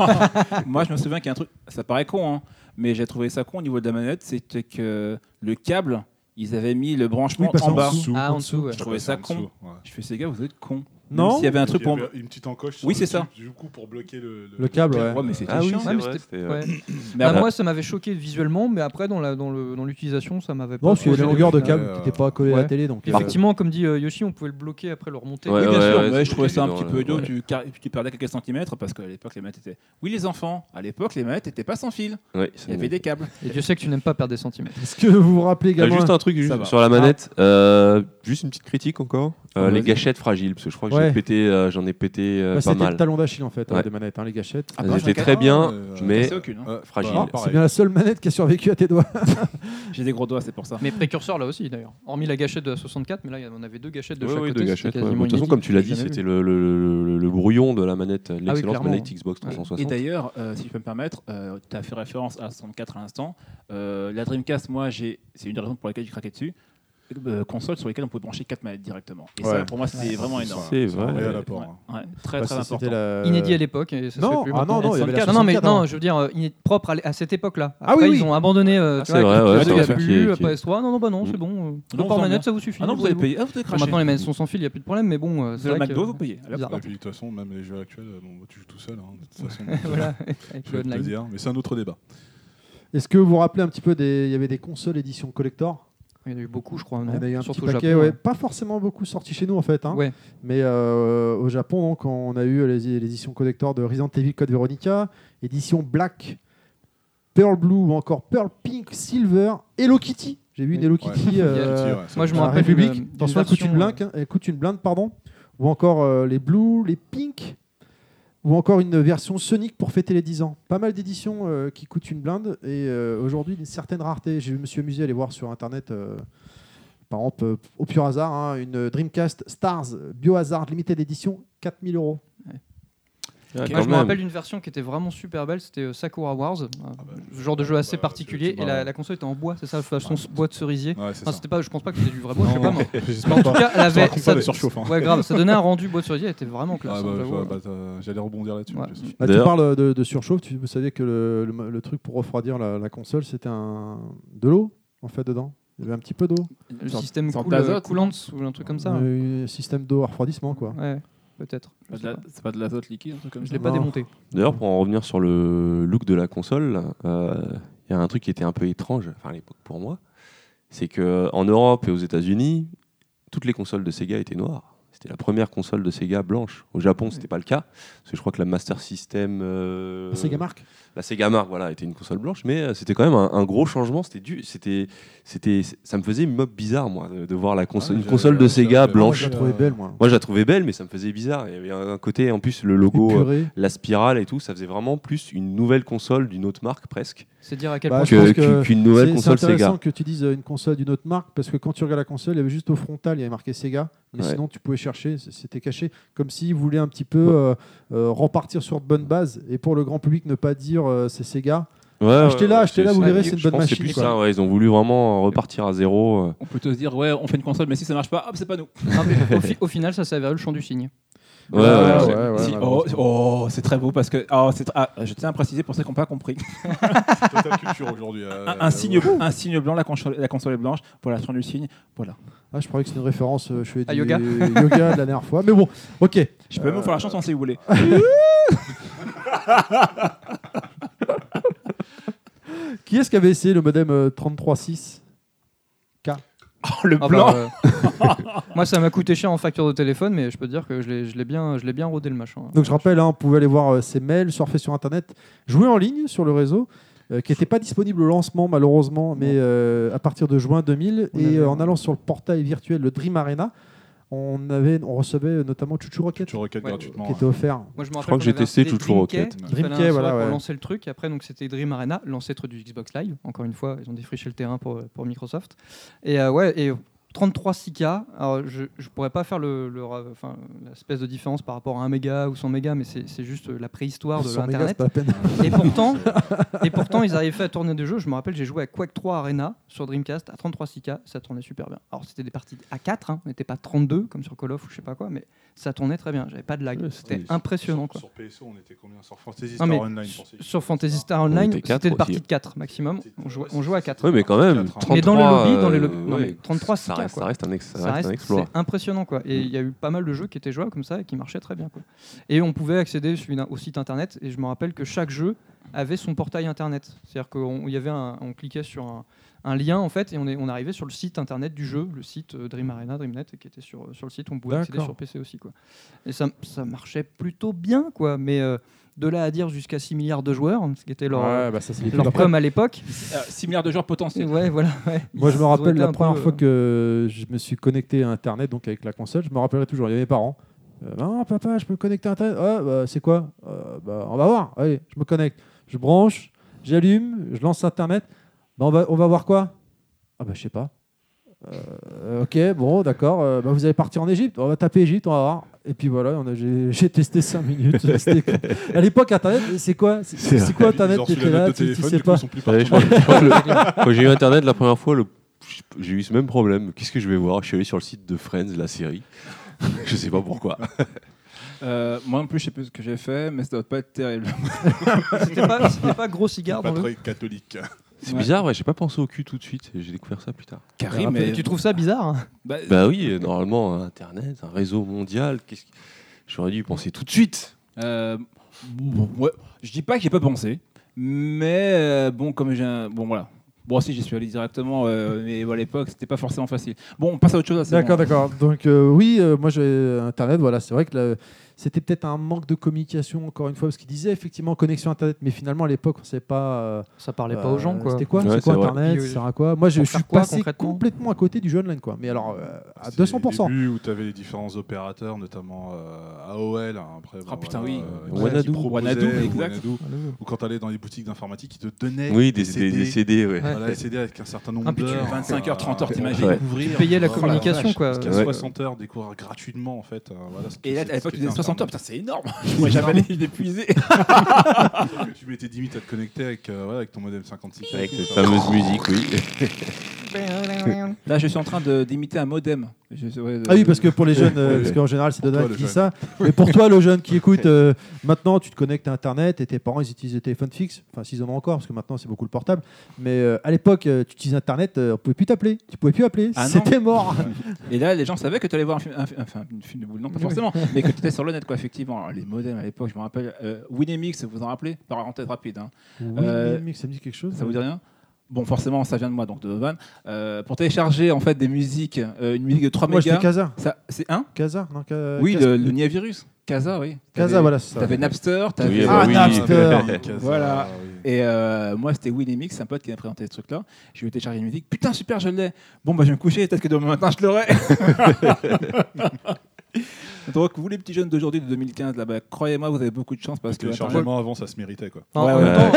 Speaker 7: Moi, je me souviens qu'il y a un truc, ça paraît con, hein, mais j'ai trouvé ça con au niveau de la manette, c'était que le câble, ils avaient mis le branchement
Speaker 5: Oui, parce
Speaker 7: en
Speaker 5: en
Speaker 7: bas.
Speaker 5: dessous.
Speaker 9: Ah, en dessous, ouais.
Speaker 7: Je trouvais ça con.
Speaker 6: Ouais.
Speaker 7: Je fais ces gars, vous êtes cons.
Speaker 5: Non.
Speaker 7: Même S'il y avait un truc
Speaker 6: Il y
Speaker 7: pour.
Speaker 6: avait une petite encoche. sur
Speaker 7: Oui,
Speaker 6: le
Speaker 7: c'est ça.
Speaker 6: dessus, Du coup, pour bloquer le,
Speaker 5: Le câble, ouais.
Speaker 7: Ouais, mais c'était
Speaker 10: Ah oui,
Speaker 7: chiant.
Speaker 10: c'est
Speaker 9: Ouais, mais
Speaker 10: vrai.
Speaker 9: c'était-
Speaker 10: c'était,
Speaker 9: ouais.
Speaker 10: euh,
Speaker 7: Mais
Speaker 9: Bah,
Speaker 7: après-
Speaker 9: moi, ça m'avait choqué visuellement, mais après, dans la- dans le- dans l'utilisation, ça m'avait pas.
Speaker 5: Non, parce qu'il y avait
Speaker 9: trop
Speaker 5: la
Speaker 9: gêné,
Speaker 5: longueur
Speaker 9: au
Speaker 5: de
Speaker 9: final.
Speaker 5: câble
Speaker 6: euh,
Speaker 5: qui n'était pas collée à
Speaker 9: ouais.
Speaker 5: la télé. Donc, euh,
Speaker 9: Effectivement, comme dit euh, Yoshi, on pouvait le bloquer après le remonter.
Speaker 10: Ouais,
Speaker 7: Oui, bien
Speaker 10: ouais,
Speaker 7: sûr,
Speaker 10: ouais,
Speaker 7: mais
Speaker 10: c'est
Speaker 7: je trouvais ça un
Speaker 10: bloqué
Speaker 7: petit
Speaker 10: dans
Speaker 7: peu
Speaker 10: le-
Speaker 7: idiot.
Speaker 10: ouais.
Speaker 7: Tu, car- tu perdais quelques centimètres parce qu'à l'époque, les manettes étaient. Oui, les enfants, à l'époque, les manettes n'étaient pas sans fil.
Speaker 10: ouais,
Speaker 7: Il y avait des câbles.
Speaker 9: Et Dieu sait que tu n'aimes pas perdre des centimètres.
Speaker 5: Est-ce que vous vous rappelez
Speaker 10: Euh,
Speaker 5: également
Speaker 10: juste un truc juste
Speaker 7: Ça va.
Speaker 10: sur la manette, euh, juste une petite critique encore. Euh,
Speaker 7: Ouais,
Speaker 10: les
Speaker 7: vas-y.
Speaker 10: gâchettes fragiles, parce que je crois que
Speaker 5: Ouais.
Speaker 10: j'ai pété, euh, j'en ai pété euh,
Speaker 5: Bah,
Speaker 10: pas
Speaker 5: C'était le
Speaker 10: mal.
Speaker 5: talon d'Achille en fait, euh,
Speaker 10: Ouais.
Speaker 5: des manettes, hein, les gâchettes.
Speaker 7: Ah,
Speaker 10: Elles
Speaker 7: bah,
Speaker 10: étaient
Speaker 7: j'en
Speaker 10: très
Speaker 7: ai
Speaker 10: bien,
Speaker 6: euh,
Speaker 10: mais
Speaker 7: cassé aucune, hein.
Speaker 6: euh,
Speaker 10: fragiles.
Speaker 6: bah,
Speaker 5: C'est
Speaker 6: pareil.
Speaker 5: bien la seule manette qui a survécu à tes doigts.
Speaker 7: J'ai des gros doigts, c'est pour ça.
Speaker 9: Mais précurseur là aussi d'ailleurs. Hormis la gâchette de la soixante-quatre, mais là on avait deux gâchettes de
Speaker 10: Ouais,
Speaker 9: chaque
Speaker 10: ouais,
Speaker 9: côté.
Speaker 10: de
Speaker 9: c'était
Speaker 10: gâchettes. ouais.
Speaker 9: quasiment
Speaker 10: De toute façon,
Speaker 9: inédit,
Speaker 10: comme tu l'as
Speaker 9: j'ai
Speaker 10: dit,
Speaker 9: jamais
Speaker 10: c'était
Speaker 9: vu.
Speaker 10: le, le, le, le brouillon de la manette, l'excellente
Speaker 9: clairement.
Speaker 10: manette Xbox trois cent
Speaker 7: Et
Speaker 10: soixante.
Speaker 7: d'ailleurs, euh, si je peux me permettre, euh, tu as fait référence à la soixante-quatre à l'instant. Euh, la Dreamcast, moi, j'ai, c'est une des raisons pour lesquelles j'ai craqué dessus. Euh, console sur lesquelles on pouvait brancher quatre manettes directement. Et ça,
Speaker 5: Ouais.
Speaker 7: pour moi, c'était vraiment énorme.
Speaker 10: C'est
Speaker 6: C'est un
Speaker 10: vrai.
Speaker 6: réel
Speaker 7: Ouais,
Speaker 6: apport,
Speaker 7: ouais,
Speaker 6: hein.
Speaker 7: ouais, très
Speaker 5: Bah,
Speaker 7: très
Speaker 5: ça,
Speaker 7: important.
Speaker 5: c'était la-
Speaker 9: Inédit à l'époque et ça se
Speaker 5: non,
Speaker 9: fait plus
Speaker 5: ah
Speaker 9: maintenant.
Speaker 5: non, non, il y avait la
Speaker 9: soixante-quatre. non, mais
Speaker 5: soixante-quatre,
Speaker 9: non,
Speaker 5: hein.
Speaker 9: je veux dire, euh, iné- propre à, l- à cette époque-là.
Speaker 5: Ah
Speaker 9: Après,
Speaker 5: oui,
Speaker 9: ils
Speaker 5: oui.
Speaker 9: ont abandonné. euh,
Speaker 10: Ah,
Speaker 9: tu
Speaker 10: c'est
Speaker 9: vois,
Speaker 10: vrai,
Speaker 9: avec le
Speaker 10: ouais,
Speaker 9: P S deux,
Speaker 10: c'est
Speaker 9: il y a
Speaker 10: vrai,
Speaker 9: plus,
Speaker 10: qui est-
Speaker 9: la
Speaker 10: qui est-
Speaker 9: P S trois, non, non, bah non,
Speaker 10: Mm.
Speaker 9: c'est bon. euh,
Speaker 7: Non,
Speaker 9: Deux
Speaker 7: vous
Speaker 9: par
Speaker 7: en
Speaker 9: manette,
Speaker 7: bien.
Speaker 9: ça vous suffit.
Speaker 7: Ah non, vous avez
Speaker 9: débrouillez-vous.
Speaker 7: payé. Ah, vous avez
Speaker 9: Bon,
Speaker 7: craché.
Speaker 9: maintenant, les manettes sont sans fil, il n'y a plus de problème, mais bon, euh, c'est
Speaker 7: Le
Speaker 9: vrai
Speaker 7: McDo,
Speaker 9: que-
Speaker 7: vous payez. Allez,
Speaker 9: bizarre.
Speaker 7: hop.
Speaker 6: Et puis de toute façon, même les jeux actuels, euh, bon, bah, tu joues tout seul. hein, de toute façon,
Speaker 9: Voilà, avec
Speaker 6: je
Speaker 9: le
Speaker 6: vais te le
Speaker 9: online.
Speaker 6: dire, mais c'est un autre débat.
Speaker 5: Est-ce que vous vous rappelez un petit peu des. Il y avait des consoles édition collector.
Speaker 9: Il y en a eu beaucoup, je crois.
Speaker 5: Il y
Speaker 9: non
Speaker 5: en a eu un
Speaker 9: Surtout
Speaker 5: petit
Speaker 9: au
Speaker 5: paquet,
Speaker 9: Japon,
Speaker 5: ouais.
Speaker 9: ouais.
Speaker 5: Pas forcément beaucoup sortis chez nous en fait. Hein.
Speaker 9: Ouais.
Speaker 5: Mais euh, au Japon, donc, on a eu les, les éditions collector de Resident Evil Code Veronica, édition Black, Pearl Blue ou encore Pearl Pink, Silver, Hello Kitty. J'ai vu une
Speaker 9: Oui.
Speaker 5: Hello
Speaker 6: Ouais.
Speaker 5: Kitty. euh,
Speaker 6: Kitty, ouais, ça
Speaker 9: Moi, je me
Speaker 5: à la
Speaker 9: rappelle
Speaker 5: République.
Speaker 9: d'une- d'une
Speaker 5: Attention, elle coûte une
Speaker 9: version,
Speaker 5: blinde, hein, elle coûte une blinde, pardon. Ou encore euh, les Blue, les Pink, ou encore une version Sonic pour fêter les dix ans. Pas mal d'éditions euh, qui coûtent une blinde et euh, aujourd'hui une certaine rareté. Je me suis amusé à aller voir sur internet. euh, Par exemple, euh, au pur hasard, hein, une Dreamcast Stars Biohazard Limited Edition, quatre mille euros.
Speaker 10: Ouais,
Speaker 9: Moi,
Speaker 10: quand
Speaker 9: je me
Speaker 10: même.
Speaker 9: rappelle d'une version qui était vraiment super belle, c'était euh, Sakura Wars, ce genre de jeu assez
Speaker 6: bah,
Speaker 9: particulier,
Speaker 6: c'est-
Speaker 9: et la, la console était en bois, c'est ça, façon bois de cerisier.
Speaker 6: Ouais, c'est
Speaker 9: Enfin,
Speaker 6: ça.
Speaker 9: c'était pas, je pense pas que c'était du vrai bois, je sais
Speaker 6: Non,
Speaker 9: pas moi.
Speaker 6: j'espère
Speaker 9: Mais en tout
Speaker 6: pas.
Speaker 9: cas, elle
Speaker 6: Je te
Speaker 9: avait,
Speaker 6: raconte
Speaker 9: ça,
Speaker 6: pas de surchauffe, hein.
Speaker 9: ouais, grave, ça donnait un rendu bois de cerisier, elle était vraiment classe.
Speaker 6: Ah bah,
Speaker 9: hein, j'avoue,
Speaker 6: bah,
Speaker 9: ouais.
Speaker 6: bah, t'as- J'allais rebondir là-dessus.
Speaker 9: Ouais.
Speaker 6: je suis-
Speaker 5: Bah, tu
Speaker 10: D'ailleurs-
Speaker 5: parles de, de surchauffe, tu, vous savez que le, le- le truc pour refroidir la, la console, c'était un, de l'eau en fait dedans. Il y avait un petit peu d'eau.
Speaker 9: Le
Speaker 7: Sorte-
Speaker 9: système
Speaker 7: sorte
Speaker 9: cool, euh,
Speaker 7: d'azote,
Speaker 9: coulants ou un truc comme ça. hein.
Speaker 5: Euh, système d'eau à refroidissement quoi.
Speaker 9: Ouais, peut-être.
Speaker 7: C'est
Speaker 9: Je
Speaker 7: pas de
Speaker 9: sais
Speaker 7: la-
Speaker 9: pas.
Speaker 7: C'est pas de l'azote liquide, un truc comme
Speaker 9: Je
Speaker 7: ça.
Speaker 9: l'ai pas
Speaker 5: Non.
Speaker 9: démonté.
Speaker 10: D'ailleurs, pour en revenir sur le look de la console, euh, il y a un truc qui était un peu étrange, enfin à l'époque pour moi, c'est qu'en Europe et aux États-Unis, toutes les consoles de Sega étaient noires. C'était la première console de Sega blanche. Au Japon, c'était pas le cas, parce que je crois que la Master System, euh,
Speaker 5: La Sega Mark.
Speaker 10: la Sega Mark, voilà, était une console blanche, mais euh, c'était quand même un, un gros changement. C'était du, c'était, c'était, ça me faisait mob bizarre moi de, de voir la console,
Speaker 6: Ah,
Speaker 10: une
Speaker 6: j'ai-
Speaker 10: console de
Speaker 6: j'ai-
Speaker 10: Sega
Speaker 6: j'ai-
Speaker 5: Moi,
Speaker 10: blanche.
Speaker 5: je la trouvais belle moi.
Speaker 10: Moi, je la trouvais belle, mais ça me faisait bizarre. Il y avait un, un côté, en plus, le logo, euh,
Speaker 5: Épurée.
Speaker 10: la spirale et tout, ça faisait vraiment plus une nouvelle console d'une autre marque presque
Speaker 9: C'est dire à quel
Speaker 5: Bah,
Speaker 9: point
Speaker 5: je pense
Speaker 10: que-
Speaker 5: que
Speaker 10: qu'une nouvelle
Speaker 5: c'est-
Speaker 10: console
Speaker 5: C'est intéressant
Speaker 10: Sega.
Speaker 5: que tu dises euh, une console d'une autre marque parce que quand tu regardes la console, il y avait juste au frontal, il y avait marqué Sega, mais
Speaker 10: Ouais.
Speaker 5: sinon tu pouvais chercher, c- c'était caché, comme s'ils voulaient un petit peu euh, euh, repartir sur de bonnes bases et pour le grand public ne pas dire euh, c'est Sega.
Speaker 10: Ouais,
Speaker 5: Achetez-la,
Speaker 10: ouais,
Speaker 5: achetez-la,
Speaker 10: c'est-
Speaker 5: vous
Speaker 10: c'est-
Speaker 5: verrez, c'est une
Speaker 10: je
Speaker 5: bonne
Speaker 10: pense que
Speaker 5: machine,
Speaker 10: C'est plus
Speaker 5: quoi.
Speaker 10: ça, ouais, ils ont voulu vraiment repartir à zéro. euh.
Speaker 7: On peut te dire, ouais, on fait une console, mais si ça marche pas, hop, c'est pas nous.
Speaker 9: Non, mais au, fi- au final, ça s'est avéré le chant du cygne.
Speaker 10: Ouais,
Speaker 5: Ouais,
Speaker 10: ouais,
Speaker 5: ouais,
Speaker 10: ouais.
Speaker 5: ouais,
Speaker 7: Si- oh,
Speaker 5: malheureusement.
Speaker 7: oh, c'est très beau parce que. Oh, c'est tr- ah, je tiens à préciser pour ceux qui n'ont pas compris.
Speaker 6: Total culture aujourd'hui. euh,
Speaker 7: Un, un
Speaker 6: euh,
Speaker 7: signe, un signe blanc, la console, la console est blanche. Voilà, chant du cygne. Voilà.
Speaker 5: Ah, je croyais que c'était une référence, euh, je fais
Speaker 9: À
Speaker 5: du
Speaker 9: yoga
Speaker 5: yoga de la dernière fois, mais bon, ok.
Speaker 7: Je peux même vous faire la chanson si vous voulez.
Speaker 5: Qui est-ce qui avait essayé le modem euh, trente-trois six
Speaker 7: Oh, le
Speaker 9: Ah
Speaker 7: blanc.
Speaker 9: bah, euh, moi, ça m'a coûté cher en facture de téléphone, mais je peux te dire que je l'ai je l'ai bien, je l'ai bien rodé le machin.
Speaker 5: Donc je rappelle, hein, on pouvait aller voir euh, ses mails, surfer sur Internet, jouer en ligne sur le réseau, euh, qui n'était pas disponible au lancement malheureusement, mais euh, à partir de juin deux mille.
Speaker 9: On
Speaker 5: Et
Speaker 9: avait-
Speaker 5: euh, en allant sur le portail virtuel, le Dream Arena, on, avait, on recevait notamment Chuchu Rocket
Speaker 6: Tu requêtes
Speaker 9: Ouais,
Speaker 6: gratuitement.
Speaker 5: qui était offert.
Speaker 9: Moi, je me rappelle
Speaker 10: crois que
Speaker 9: qu'on
Speaker 10: j'ai
Speaker 9: avait
Speaker 10: testé
Speaker 9: installé
Speaker 10: Chuchu Rocket.
Speaker 9: Dreamkey, il
Speaker 5: Dreamkey,
Speaker 9: fallait un
Speaker 5: voilà,
Speaker 9: soir
Speaker 5: ouais.
Speaker 9: pour lancer le truc. Après, donc c'était Dream Arena, l'ancêtre du Xbox Live. Encore une fois, ils ont défriché le terrain pour, pour Microsoft. Et euh, ouais, et trente-trois six K. Alors, je je pourrais pas faire le, le ra- enfin, l'espèce de différence par rapport à un méga ou cent mégas, mais c'est c'est juste la préhistoire de
Speaker 5: cent mégas,
Speaker 9: l'internet.
Speaker 5: c'est pas la peine.
Speaker 9: Et pourtant, et pourtant, ils arrivaient à tourner des jeux. Je me rappelle, j'ai joué à Quake trois Arena sur Dreamcast à trente-trois six K, ça tournait super bien. Alors c'était des parties à quatre, hein, on n'était pas trente-deux comme sur Call of ou je sais pas quoi, mais ça tournait très bien. J'avais pas de lag,
Speaker 5: Ouais,
Speaker 9: c'était
Speaker 6: Oui,
Speaker 9: impressionnant
Speaker 6: sur,
Speaker 9: quoi.
Speaker 6: Sur P S O, on était combien sur Fantasy
Speaker 9: Non,
Speaker 6: Star
Speaker 9: mais
Speaker 6: Online pour ceux qui-
Speaker 9: Sur Fantasy Star
Speaker 10: On
Speaker 9: Online,
Speaker 10: était quatre
Speaker 9: c'était une
Speaker 10: aussi.
Speaker 9: partie de quatre maximum. On jouait, on jouait à quatre.
Speaker 10: Oui, mais quand même,
Speaker 6: quatre, hein.
Speaker 9: Mais dans les
Speaker 10: trente-trois,
Speaker 9: lobbies, dans les
Speaker 10: euh,
Speaker 9: lobbies, non,
Speaker 10: ouais,
Speaker 9: mais trente-trois
Speaker 10: ça
Speaker 9: six K,
Speaker 10: reste,
Speaker 9: quoi.
Speaker 10: ça reste un, ex- ça
Speaker 9: Ça
Speaker 10: reste un
Speaker 9: reste,
Speaker 10: exploit.
Speaker 9: c'est impressionnant quoi. Et il y a eu pas mal de jeux qui étaient jouables comme ça et qui marchaient très bien quoi. Et on pouvait accéder sur une- au site internet et je me rappelle que chaque jeu avait son portail internet. C'est-à-dire qu'on y avait un- on cliquait sur un, un lien en fait et on, est, on arrivait sur le site internet du jeu, le site euh, Dream Arena, Dreamnet qui était sur, sur le site où on pouvait accéder
Speaker 5: D'accord.
Speaker 9: sur P C aussi quoi. Et ça, ça marchait plutôt bien quoi. Mais euh, de là à dire jusqu'à six milliards de joueurs, ce qui était leur,
Speaker 5: Ouais, bah, ça, c'est les
Speaker 9: leur
Speaker 5: films.
Speaker 9: com à l'époque.
Speaker 7: Euh, six milliards de joueurs potentiels.
Speaker 9: Ouais, voilà. ouais.
Speaker 5: Moi, je me
Speaker 9: Ils ont
Speaker 5: rappelle
Speaker 9: été
Speaker 5: la
Speaker 9: un
Speaker 5: première
Speaker 9: peu,
Speaker 5: fois
Speaker 9: euh,
Speaker 5: que je me suis connecté à Internet, donc avec la console, je me rappellerai toujours. Il y avait mes parents. Euh, non, papa, je peux me connecter à Internet. Ouais, bah, c'est quoi Euh, bah, on va voir. Allez, je me connecte. Je branche, j'allume, je lance Internet. Bah, on, va, on va voir quoi Ah, bah, je sais pas. Euh, ok, bon, d'accord. Euh, bah, vous allez partir en Égypte. On va taper Égypte, on va voir. Et puis voilà, on a- j'ai j'ai testé cinq minutes. C'était- à l'époque, Internet, c'est quoi C'est
Speaker 10: C'est
Speaker 5: c'est quoi
Speaker 6: Ils ont
Speaker 5: Internet
Speaker 6: reçu
Speaker 5: T'étais
Speaker 6: la
Speaker 5: là,
Speaker 6: note de
Speaker 5: tu, tu
Speaker 6: téléphone,
Speaker 5: sais
Speaker 6: du coup,
Speaker 5: pas.
Speaker 6: ils sont plus
Speaker 10: Ouais,
Speaker 6: partout.
Speaker 10: je crois- je crois que le- Quand j'ai eu Internet la première fois, le- j'ai eu ce même problème. Qu'est-ce que je vais voir Je suis allé sur le site de Friends, la série. Je sais pas pourquoi.
Speaker 7: Euh, moi non plus, je sais plus ce que j'ai fait, mais ça doit pas être terrible.
Speaker 9: C'était pas, c'était pas gros cigare
Speaker 6: Pas
Speaker 9: dans le.
Speaker 6: très catholique.
Speaker 10: C'est
Speaker 7: Ouais.
Speaker 10: bizarre, ouais, j'ai pas pensé au cul tout de suite. J'ai découvert ça plus tard.
Speaker 7: Karim,
Speaker 9: Mais
Speaker 7: mais
Speaker 9: tu trouves ça bizarre hein
Speaker 7: Bah,
Speaker 10: Bah oui, euh, normalement, Internet, un réseau mondial, qu'est-ce que- j'aurais dû y penser tout de suite.
Speaker 7: Euh, bon, ouais, je dis pas que j'ai pas pensé, mais euh, bon, comme j'ai un... Bon, voilà. Bon, si, j'y suis allé directement, euh, mais bon, à l'époque, c'était pas forcément facile. Bon, on passe à autre chose. là, c'est
Speaker 5: D'accord,
Speaker 7: bon.
Speaker 5: d'accord. Donc euh, oui, euh, moi j'ai Internet, voilà, c'est vrai que la- c'était peut-être un manque de communication, encore une fois, parce qu'il disait effectivement connexion Internet, mais finalement à l'époque on ne savait pas... euh,
Speaker 9: Ça parlait pas aux gens quoi.
Speaker 5: C'était quoi,
Speaker 10: Ouais,
Speaker 5: c'est quoi
Speaker 10: c'est vrai.
Speaker 5: Internet,
Speaker 9: Puis,
Speaker 5: ça sert à quoi Moi je
Speaker 9: pour
Speaker 5: suis
Speaker 9: faire quoi,
Speaker 5: passé
Speaker 9: concrètement
Speaker 5: complètement à côté du jeu online, quoi. Mais alors euh, à
Speaker 6: C'est
Speaker 5: deux cents pour cent.
Speaker 6: les débuts où tu avais les différents opérateurs, notamment euh, A O L. hein, après,
Speaker 7: Ah, putain, oui.
Speaker 6: qui
Speaker 10: Wanadoo.
Speaker 6: proposaient,
Speaker 7: Wanadoo,
Speaker 6: ou
Speaker 7: exact.
Speaker 6: Wanadoo, ou quand tu allais dans les boutiques d'informatique, ils te donnaient
Speaker 10: Oui, des, des, des C D, ouais.
Speaker 9: Ouais.
Speaker 6: Voilà, les C D avec un certain nombre
Speaker 9: Ah, puis tu-
Speaker 6: d'heures.
Speaker 7: vingt-cinq heures, trente heures,
Speaker 6: pour
Speaker 7: t'imagines.
Speaker 10: Ouais.
Speaker 6: découvrir.
Speaker 9: Tu payais la
Speaker 6: Oh
Speaker 9: communication,
Speaker 6: vache,
Speaker 9: quoi.
Speaker 6: Parce qu'à
Speaker 10: Ouais.
Speaker 6: soixante heures, découvrir gratuitement, en fait. euh, voilà, ce qui-
Speaker 7: Et là,
Speaker 6: ce
Speaker 7: à l'époque,
Speaker 6: qui
Speaker 7: tu disais
Speaker 6: était
Speaker 7: soixante heures, putain, c'est énorme. Moi, j'avais les épuisé.
Speaker 6: Tu mettais dix minutes à te connecter avec, euh, ouais, avec ton modem cinquante-six.
Speaker 10: Avec cette fameuse musique, oui.
Speaker 7: Là, je suis en train de- d'imiter un modem. Je- ouais, de-
Speaker 5: Ah oui, parce que pour les jeunes, euh,
Speaker 6: Oui,
Speaker 5: parce
Speaker 6: oui.
Speaker 5: qu'en général c'est
Speaker 6: Pour
Speaker 5: Donald
Speaker 6: toi,
Speaker 5: qui
Speaker 6: le
Speaker 5: dit ça, mais pour toi le jeune qui écoute, euh, maintenant tu te connectes à Internet et tes parents ils utilisent le téléphone fixe, enfin s'ils en ont encore, parce que maintenant c'est beaucoup le portable, mais euh, à l'époque euh, tu utilises Internet, euh, on pouvait plus t'appeler, tu pouvais plus appeler,
Speaker 7: Ah non.
Speaker 5: c'était mort.
Speaker 7: Et là, les gens savaient que tu allais voir un film, un fi- enfin, une film de boule, non, pas forcément, mais que tu étais sur le net, quoi, effectivement. Alors, les modems à l'époque, je me rappelle, euh, Winamix, vous en rappelez? Par en tête rapide, hein.
Speaker 5: Oui,
Speaker 7: Euh,
Speaker 5: mais ça me dit quelque chose.
Speaker 7: Ça vous dit rien? Bon, forcément, ça vient de moi, donc de Van. Euh, pour télécharger en fait des musiques, euh, une musique de trois
Speaker 5: Moi j'étais
Speaker 7: mégas.
Speaker 5: Casa.
Speaker 7: Ça, c'est un
Speaker 5: Casa, non Ca-
Speaker 7: Oui,
Speaker 5: Casa.
Speaker 7: le, le Niavirus. Casa, oui.
Speaker 5: Casa,
Speaker 7: T'avais-
Speaker 5: voilà, c'est ça.
Speaker 7: T'avais Napster, t'avais.
Speaker 10: Oui,
Speaker 5: Ah,
Speaker 10: bah oui.
Speaker 5: Napster.
Speaker 7: Voilà.
Speaker 6: oui.
Speaker 7: Et euh, moi, c'était Winamix, c'est un pote qui m'a présenté ce truc-là. Je lui ai téléchargé une musique. Putain, super, je l'ai. Bon, bah, je vais me coucher. Peut-être que demain matin, je l'aurai. Donc, vous, les petits jeunes d'aujourd'hui, de deux mille quinze, là, bah, croyez-moi, vous avez beaucoup de chance parce
Speaker 6: Le
Speaker 7: que.
Speaker 6: téléchargement avant, ça se méritait quoi.
Speaker 9: En,
Speaker 7: Ouais,
Speaker 9: en
Speaker 7: ouais.
Speaker 9: même temps,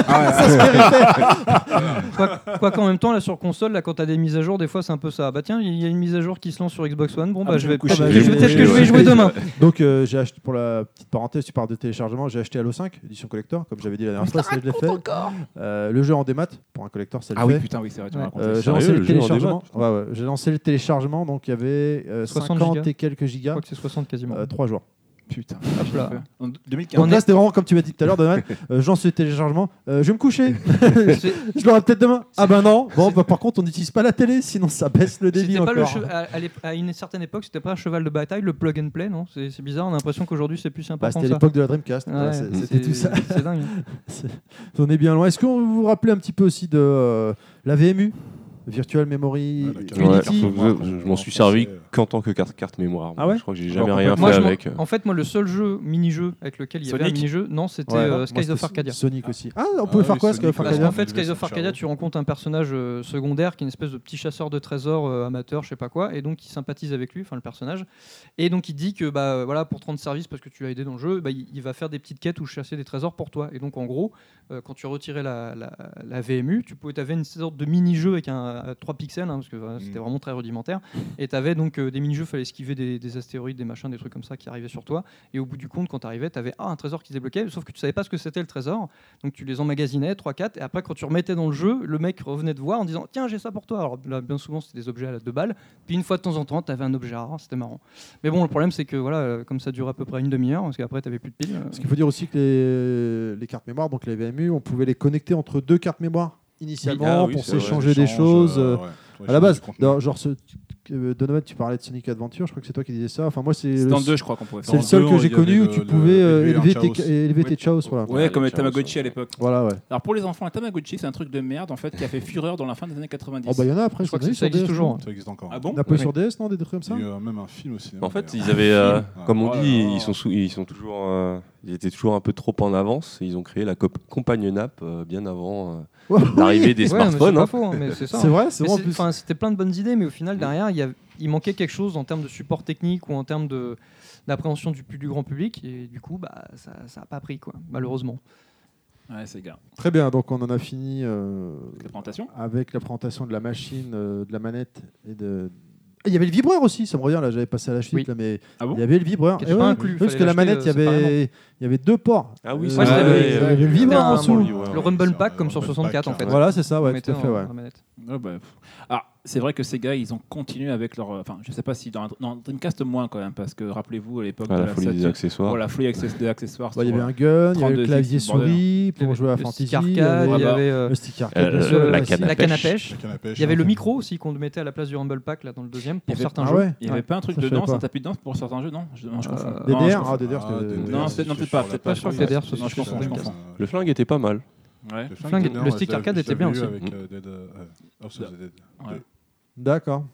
Speaker 7: Ah ouais.
Speaker 9: quoi, quoi qu'en même temps, là sur console, là, quand t'as des mises à jour, des fois c'est un peu ça. Bah tiens, il y a une mise à jour qui se lance sur Xbox One. Bon,
Speaker 7: Ah,
Speaker 9: bah
Speaker 7: bah,
Speaker 9: je vais,
Speaker 7: coucher.
Speaker 9: ah, bah,
Speaker 5: Je
Speaker 9: je
Speaker 5: vais
Speaker 9: vais- peut-être
Speaker 5: me
Speaker 9: que je vais y
Speaker 5: coucher,
Speaker 9: jouer demain.
Speaker 5: Donc euh, j'ai acheté, pour la petite parenthèse, tu parles de téléchargement, j'ai acheté Halo cinq, édition collector, comme j'avais dit la dernière fois, ça je l'ai fait. Euh, le jeu en démat, pour un collector, c'est le
Speaker 7: Ah oui,
Speaker 5: fait.
Speaker 7: putain, oui, c'est vrai, tu m'as
Speaker 9: Ouais.
Speaker 7: raconté.
Speaker 5: Euh, j'ai
Speaker 10: Sérieux,
Speaker 5: lancé le
Speaker 10: le jeu en
Speaker 5: téléchargement. Ouais, ouais, j'ai lancé le téléchargement, donc il y avait euh,
Speaker 9: soixante
Speaker 5: cinquante
Speaker 9: gigas.
Speaker 5: et quelques
Speaker 9: Je
Speaker 5: gigas,
Speaker 9: crois que c'est soixante quasiment.
Speaker 5: trois jours.
Speaker 7: Putain.
Speaker 9: Hop là.
Speaker 7: En deux mille
Speaker 5: Donc
Speaker 7: quinze.
Speaker 5: là, c'était vraiment comme tu m'as dit tout à l'heure, Donald. Euh, je lance le téléchargement, euh, je vais me coucher.
Speaker 9: C'est-
Speaker 5: Je l'aurai peut-être demain. Ah ben non. Bon, bah, par contre, on n'utilise pas la télé, sinon ça baisse le débit
Speaker 9: C'était pas le
Speaker 5: encore.
Speaker 9: che- à, à l'ép- à une certaine époque, c'était pas un cheval de bataille, le plug and play, non? C'est c'est bizarre, on a l'impression qu'aujourd'hui c'est plus
Speaker 5: Bah,
Speaker 9: important
Speaker 5: c'était
Speaker 9: que ça.
Speaker 5: l'époque de la Dreamcast.
Speaker 9: Ouais,
Speaker 5: Voilà, c'est-
Speaker 9: c'est-
Speaker 5: c'était tout ça.
Speaker 9: C'est dingue.
Speaker 5: C'est- On est bien loin. Est-ce qu'on vous rappelez un petit peu aussi de euh, la V M U, Virtual Memory
Speaker 6: Ouais, la carte-
Speaker 10: Ouais,
Speaker 5: Unity
Speaker 10: je,
Speaker 6: mémoire,
Speaker 10: je- je
Speaker 6: qu'on-
Speaker 10: m'en suis
Speaker 6: qu'on
Speaker 10: servi
Speaker 6: pensait, euh.
Speaker 10: qu'en tant que carte, carte mémoire.
Speaker 5: Ah ouais
Speaker 10: Je crois que j'ai
Speaker 5: Alors,
Speaker 10: jamais rien
Speaker 9: Moi,
Speaker 10: fait
Speaker 9: je m'en-
Speaker 10: avec.
Speaker 9: en fait, moi, le seul jeu, mini-jeu avec lequel il y avait un
Speaker 7: Sonic.
Speaker 9: mini-jeu, non, c'était
Speaker 5: Ouais,
Speaker 9: euh,
Speaker 5: moi,
Speaker 9: Skies of
Speaker 5: c'était
Speaker 9: Arcadia.
Speaker 5: Sonic aussi. Ah, on
Speaker 6: Ah
Speaker 5: pouvait faire
Speaker 6: oui,
Speaker 5: quoi,
Speaker 6: Sonic,
Speaker 5: Skies of
Speaker 6: ouais.
Speaker 9: Parce
Speaker 5: Arcadia
Speaker 9: qu'en fait,
Speaker 6: Sonic,
Speaker 9: Skies of
Speaker 6: Sonic,
Speaker 9: Arcadia,
Speaker 6: Sonic.
Speaker 9: tu rencontres un personnage euh, secondaire qui est une espèce de petit chasseur de trésors euh, amateur, je sais pas quoi, et donc il sympathise avec lui, enfin le personnage, et donc il dit que bah euh, voilà, pour te rendre service parce que tu l'as aidé dans le jeu, bah, il, il va faire des petites quêtes ou chasser des trésors pour toi. Et donc en gros, euh, quand tu retirais la, la, la V M U, tu pouvais, avais une sorte de mini-jeu avec un à trois pixels, hein, parce que voilà, c'était
Speaker 6: Mm.
Speaker 9: vraiment très rudimentaire, et tu avais donc euh, des mini-jeux, fallait esquiver des, des astéroïdes, des machins, des trucs comme ça qui arrivaient sur toi, et au bout du compte, quand tu arrivais, tu avais ah, un trésor qui se débloquait, sauf que tu savais pas ce que c'était le trésor, donc tu les emmagasinais, trois quatre, et après quand tu remettais dans le jeu, le mec revenait te voir en disant tiens, j'ai ça pour toi. Alors là, bien souvent, c'était des objets à la deux balles, puis une fois de temps en temps, tu avais un objet rare, c'était marrant. Mais bon, le problème, c'est que voilà, euh, comme ça dure à peu près une demi-heure, parce qu'après, tu n'avais plus de piles. euh,
Speaker 5: Parce qu'il faut dire aussi que les, les cartes mémoire, donc les V M U, on pouvait les connecter entre deux cartes mémoire initialement
Speaker 10: Ah oui,
Speaker 5: pour
Speaker 10: c'est vrai,
Speaker 5: s'échanger des
Speaker 6: Échange,
Speaker 5: choses.
Speaker 6: euh,
Speaker 5: euh,
Speaker 6: ouais, pour
Speaker 5: à la
Speaker 6: échanger
Speaker 5: base,
Speaker 6: du contenu.
Speaker 5: dans- genre ce, euh, Donovan, tu parlais de Sonic Adventure, je crois que c'est toi qui disais ça. Enfin, moi, c'est
Speaker 7: C'est
Speaker 5: le,
Speaker 7: dans le deux, je crois qu'on pouvait
Speaker 5: c'est
Speaker 7: faire.
Speaker 5: le
Speaker 6: Dans
Speaker 5: seul
Speaker 6: le
Speaker 5: que
Speaker 6: deux,
Speaker 5: j'ai
Speaker 6: il y avait
Speaker 5: connu où
Speaker 6: le-
Speaker 5: tu
Speaker 6: le-
Speaker 5: pouvais euh,
Speaker 6: élever un
Speaker 5: élever,
Speaker 6: chaos.
Speaker 5: tes, élever
Speaker 7: Oui.
Speaker 5: tes chaos. Voilà.
Speaker 7: Ouais,
Speaker 10: Ouais,
Speaker 7: comme
Speaker 10: le
Speaker 7: les
Speaker 10: Chaos,
Speaker 7: Tamagotchi
Speaker 10: ouais.
Speaker 7: à l'époque.
Speaker 5: Voilà, ouais.
Speaker 7: Alors pour les enfants, un Tamagotchi, c'est un truc de merde en fait qui a fait fureur dans la fin des années quatre-vingt-dix.
Speaker 5: Oh, bah, il y en a après,
Speaker 9: Je crois
Speaker 5: qu'on a
Speaker 9: que
Speaker 5: eu
Speaker 9: ça
Speaker 5: sur
Speaker 9: existe
Speaker 5: D S,
Speaker 9: toujours,
Speaker 5: non
Speaker 9: hein.
Speaker 6: Ça existe encore.
Speaker 7: Ah bon
Speaker 5: On a pas eu
Speaker 9: Ouais.
Speaker 5: sur D S, non, des trucs comme ça
Speaker 6: Il y a eu euh, même un film au cinéma.
Speaker 10: En fait,
Speaker 6: d'ailleurs.
Speaker 10: ils avaient, euh,
Speaker 6: Ah,
Speaker 10: comme on
Speaker 6: oh là
Speaker 10: dit,
Speaker 6: là.
Speaker 10: ils sont, sous- ils sont toujours, euh, ils étaient toujours un peu trop en avance. Ils ont créé la cop- Compagne App euh, bien avant euh,
Speaker 5: Ouais,
Speaker 10: l'arrivée des
Speaker 9: Ouais, mais
Speaker 10: smartphones.
Speaker 9: c'est
Speaker 10: hein.
Speaker 9: pas faux, hein, mais c'est ça.
Speaker 5: C'est
Speaker 9: hein.
Speaker 5: vrai, c'est
Speaker 9: Mais
Speaker 5: vrai en
Speaker 9: c'est-
Speaker 5: plus.
Speaker 9: enfin, c'était plein de bonnes idées, mais au final, derrière, il, y a- il manquait quelque chose en termes de support technique ou en termes de- d'appréhension du, pu- du grand public, et du coup, bah, ça n'a pas pris, quoi, malheureusement.
Speaker 7: Ouais, c'est gars.
Speaker 5: Très bien, donc on en a fini euh,
Speaker 7: La présentation.
Speaker 5: avec la présentation de la machine, euh, de la manette et de. Ah, il y avait le vibreur aussi, ça me revient là, j'avais passé à la suite
Speaker 9: Oui.
Speaker 5: là, mais
Speaker 7: Ah bon
Speaker 5: il y avait le vibreur.
Speaker 9: Qui
Speaker 5: Et
Speaker 9: était
Speaker 5: ouais,
Speaker 9: pas inclus,
Speaker 5: oui, parce
Speaker 9: fallait
Speaker 5: que la
Speaker 9: l'acheter,
Speaker 5: manette, il y
Speaker 9: euh, séparément.
Speaker 5: avait, il y avait deux ports.
Speaker 10: Ah oui,
Speaker 5: Euh,
Speaker 10: c'est
Speaker 9: Ouais,
Speaker 10: vrai.
Speaker 9: c'était
Speaker 5: il y
Speaker 9: le-
Speaker 5: avait le
Speaker 9: C'était
Speaker 5: vibreur en
Speaker 9: un-
Speaker 5: dessous.
Speaker 9: le Rumble Pack comme sur soixante-quatre, en fait.
Speaker 5: Voilà, c'est ça,
Speaker 9: On
Speaker 5: ouais,
Speaker 9: mettait
Speaker 5: tout à fait,
Speaker 9: en-
Speaker 5: ouais.
Speaker 9: en manette.
Speaker 7: Ouais, bah, pff. Alors, c'est vrai que ces gars, ils ont continué avec leur. Enfin, je sais pas si dans, dans Dreamcast moins quand même, parce que rappelez-vous à l'époque
Speaker 10: Ah,
Speaker 7: de
Speaker 10: la
Speaker 7: la
Speaker 10: folie des
Speaker 7: Saturn-
Speaker 10: accessoires.
Speaker 7: Voilà, folie access- des accessoires.
Speaker 5: Bah, il y
Speaker 7: sur,
Speaker 5: avait un gun, il y avait le
Speaker 7: trente-deux
Speaker 5: clavier
Speaker 7: X, bordel.
Speaker 5: souris
Speaker 9: Il y
Speaker 5: pour
Speaker 9: avait
Speaker 5: jouer à
Speaker 9: le
Speaker 5: Fantasy.
Speaker 9: stick
Speaker 5: il y
Speaker 9: arcade,
Speaker 5: avait
Speaker 9: il y
Speaker 7: bah,
Speaker 9: avait euh,
Speaker 5: le stick arcade,
Speaker 10: Euh,
Speaker 5: bien
Speaker 10: le-
Speaker 5: sûr.
Speaker 9: le-
Speaker 10: la
Speaker 9: la
Speaker 10: canne à
Speaker 9: canne à
Speaker 10: pêche.
Speaker 9: pêche.
Speaker 6: La canne à pêche,
Speaker 9: Il y avait
Speaker 6: hein.
Speaker 9: le micro aussi qu'on mettait à la place du Rumble Pack là dans le deuxième pour
Speaker 7: Il y avait-
Speaker 9: certains
Speaker 5: Ah
Speaker 9: jeux.
Speaker 5: ouais.
Speaker 7: Il n'y avait pas un truc
Speaker 5: ça,
Speaker 7: de
Speaker 5: je savais
Speaker 7: danse,
Speaker 5: pas.
Speaker 7: un tapis de danse pour certains jeux, non je, non, je confonds.
Speaker 9: Euh,
Speaker 7: Non, je
Speaker 5: D D R,
Speaker 7: confonds.
Speaker 5: ah, D D R,
Speaker 6: Ah,
Speaker 5: c'était.
Speaker 6: D D R,
Speaker 7: Non,
Speaker 6: c'est
Speaker 7: peut-être- non,
Speaker 6: sur
Speaker 7: peut-être pas,
Speaker 6: la
Speaker 7: peut-être pas
Speaker 6: page
Speaker 7: sur
Speaker 9: le D D R,
Speaker 6: si,
Speaker 9: ce
Speaker 6: si,
Speaker 9: sera
Speaker 6: si,
Speaker 9: sur
Speaker 6: si,
Speaker 9: Dreamcast.
Speaker 6: je pense,
Speaker 10: Le flingue était pas mal.
Speaker 7: Ouais.
Speaker 6: Le
Speaker 9: flingue-
Speaker 6: non,
Speaker 9: le
Speaker 6: je
Speaker 9: stick
Speaker 6: l'avais-
Speaker 9: arcade
Speaker 6: je
Speaker 9: était
Speaker 6: l'avais
Speaker 9: bien
Speaker 6: eu
Speaker 9: aussi.
Speaker 6: avec, euh, Dead, euh, House of the Dead.
Speaker 7: Ouais.
Speaker 5: D'accord.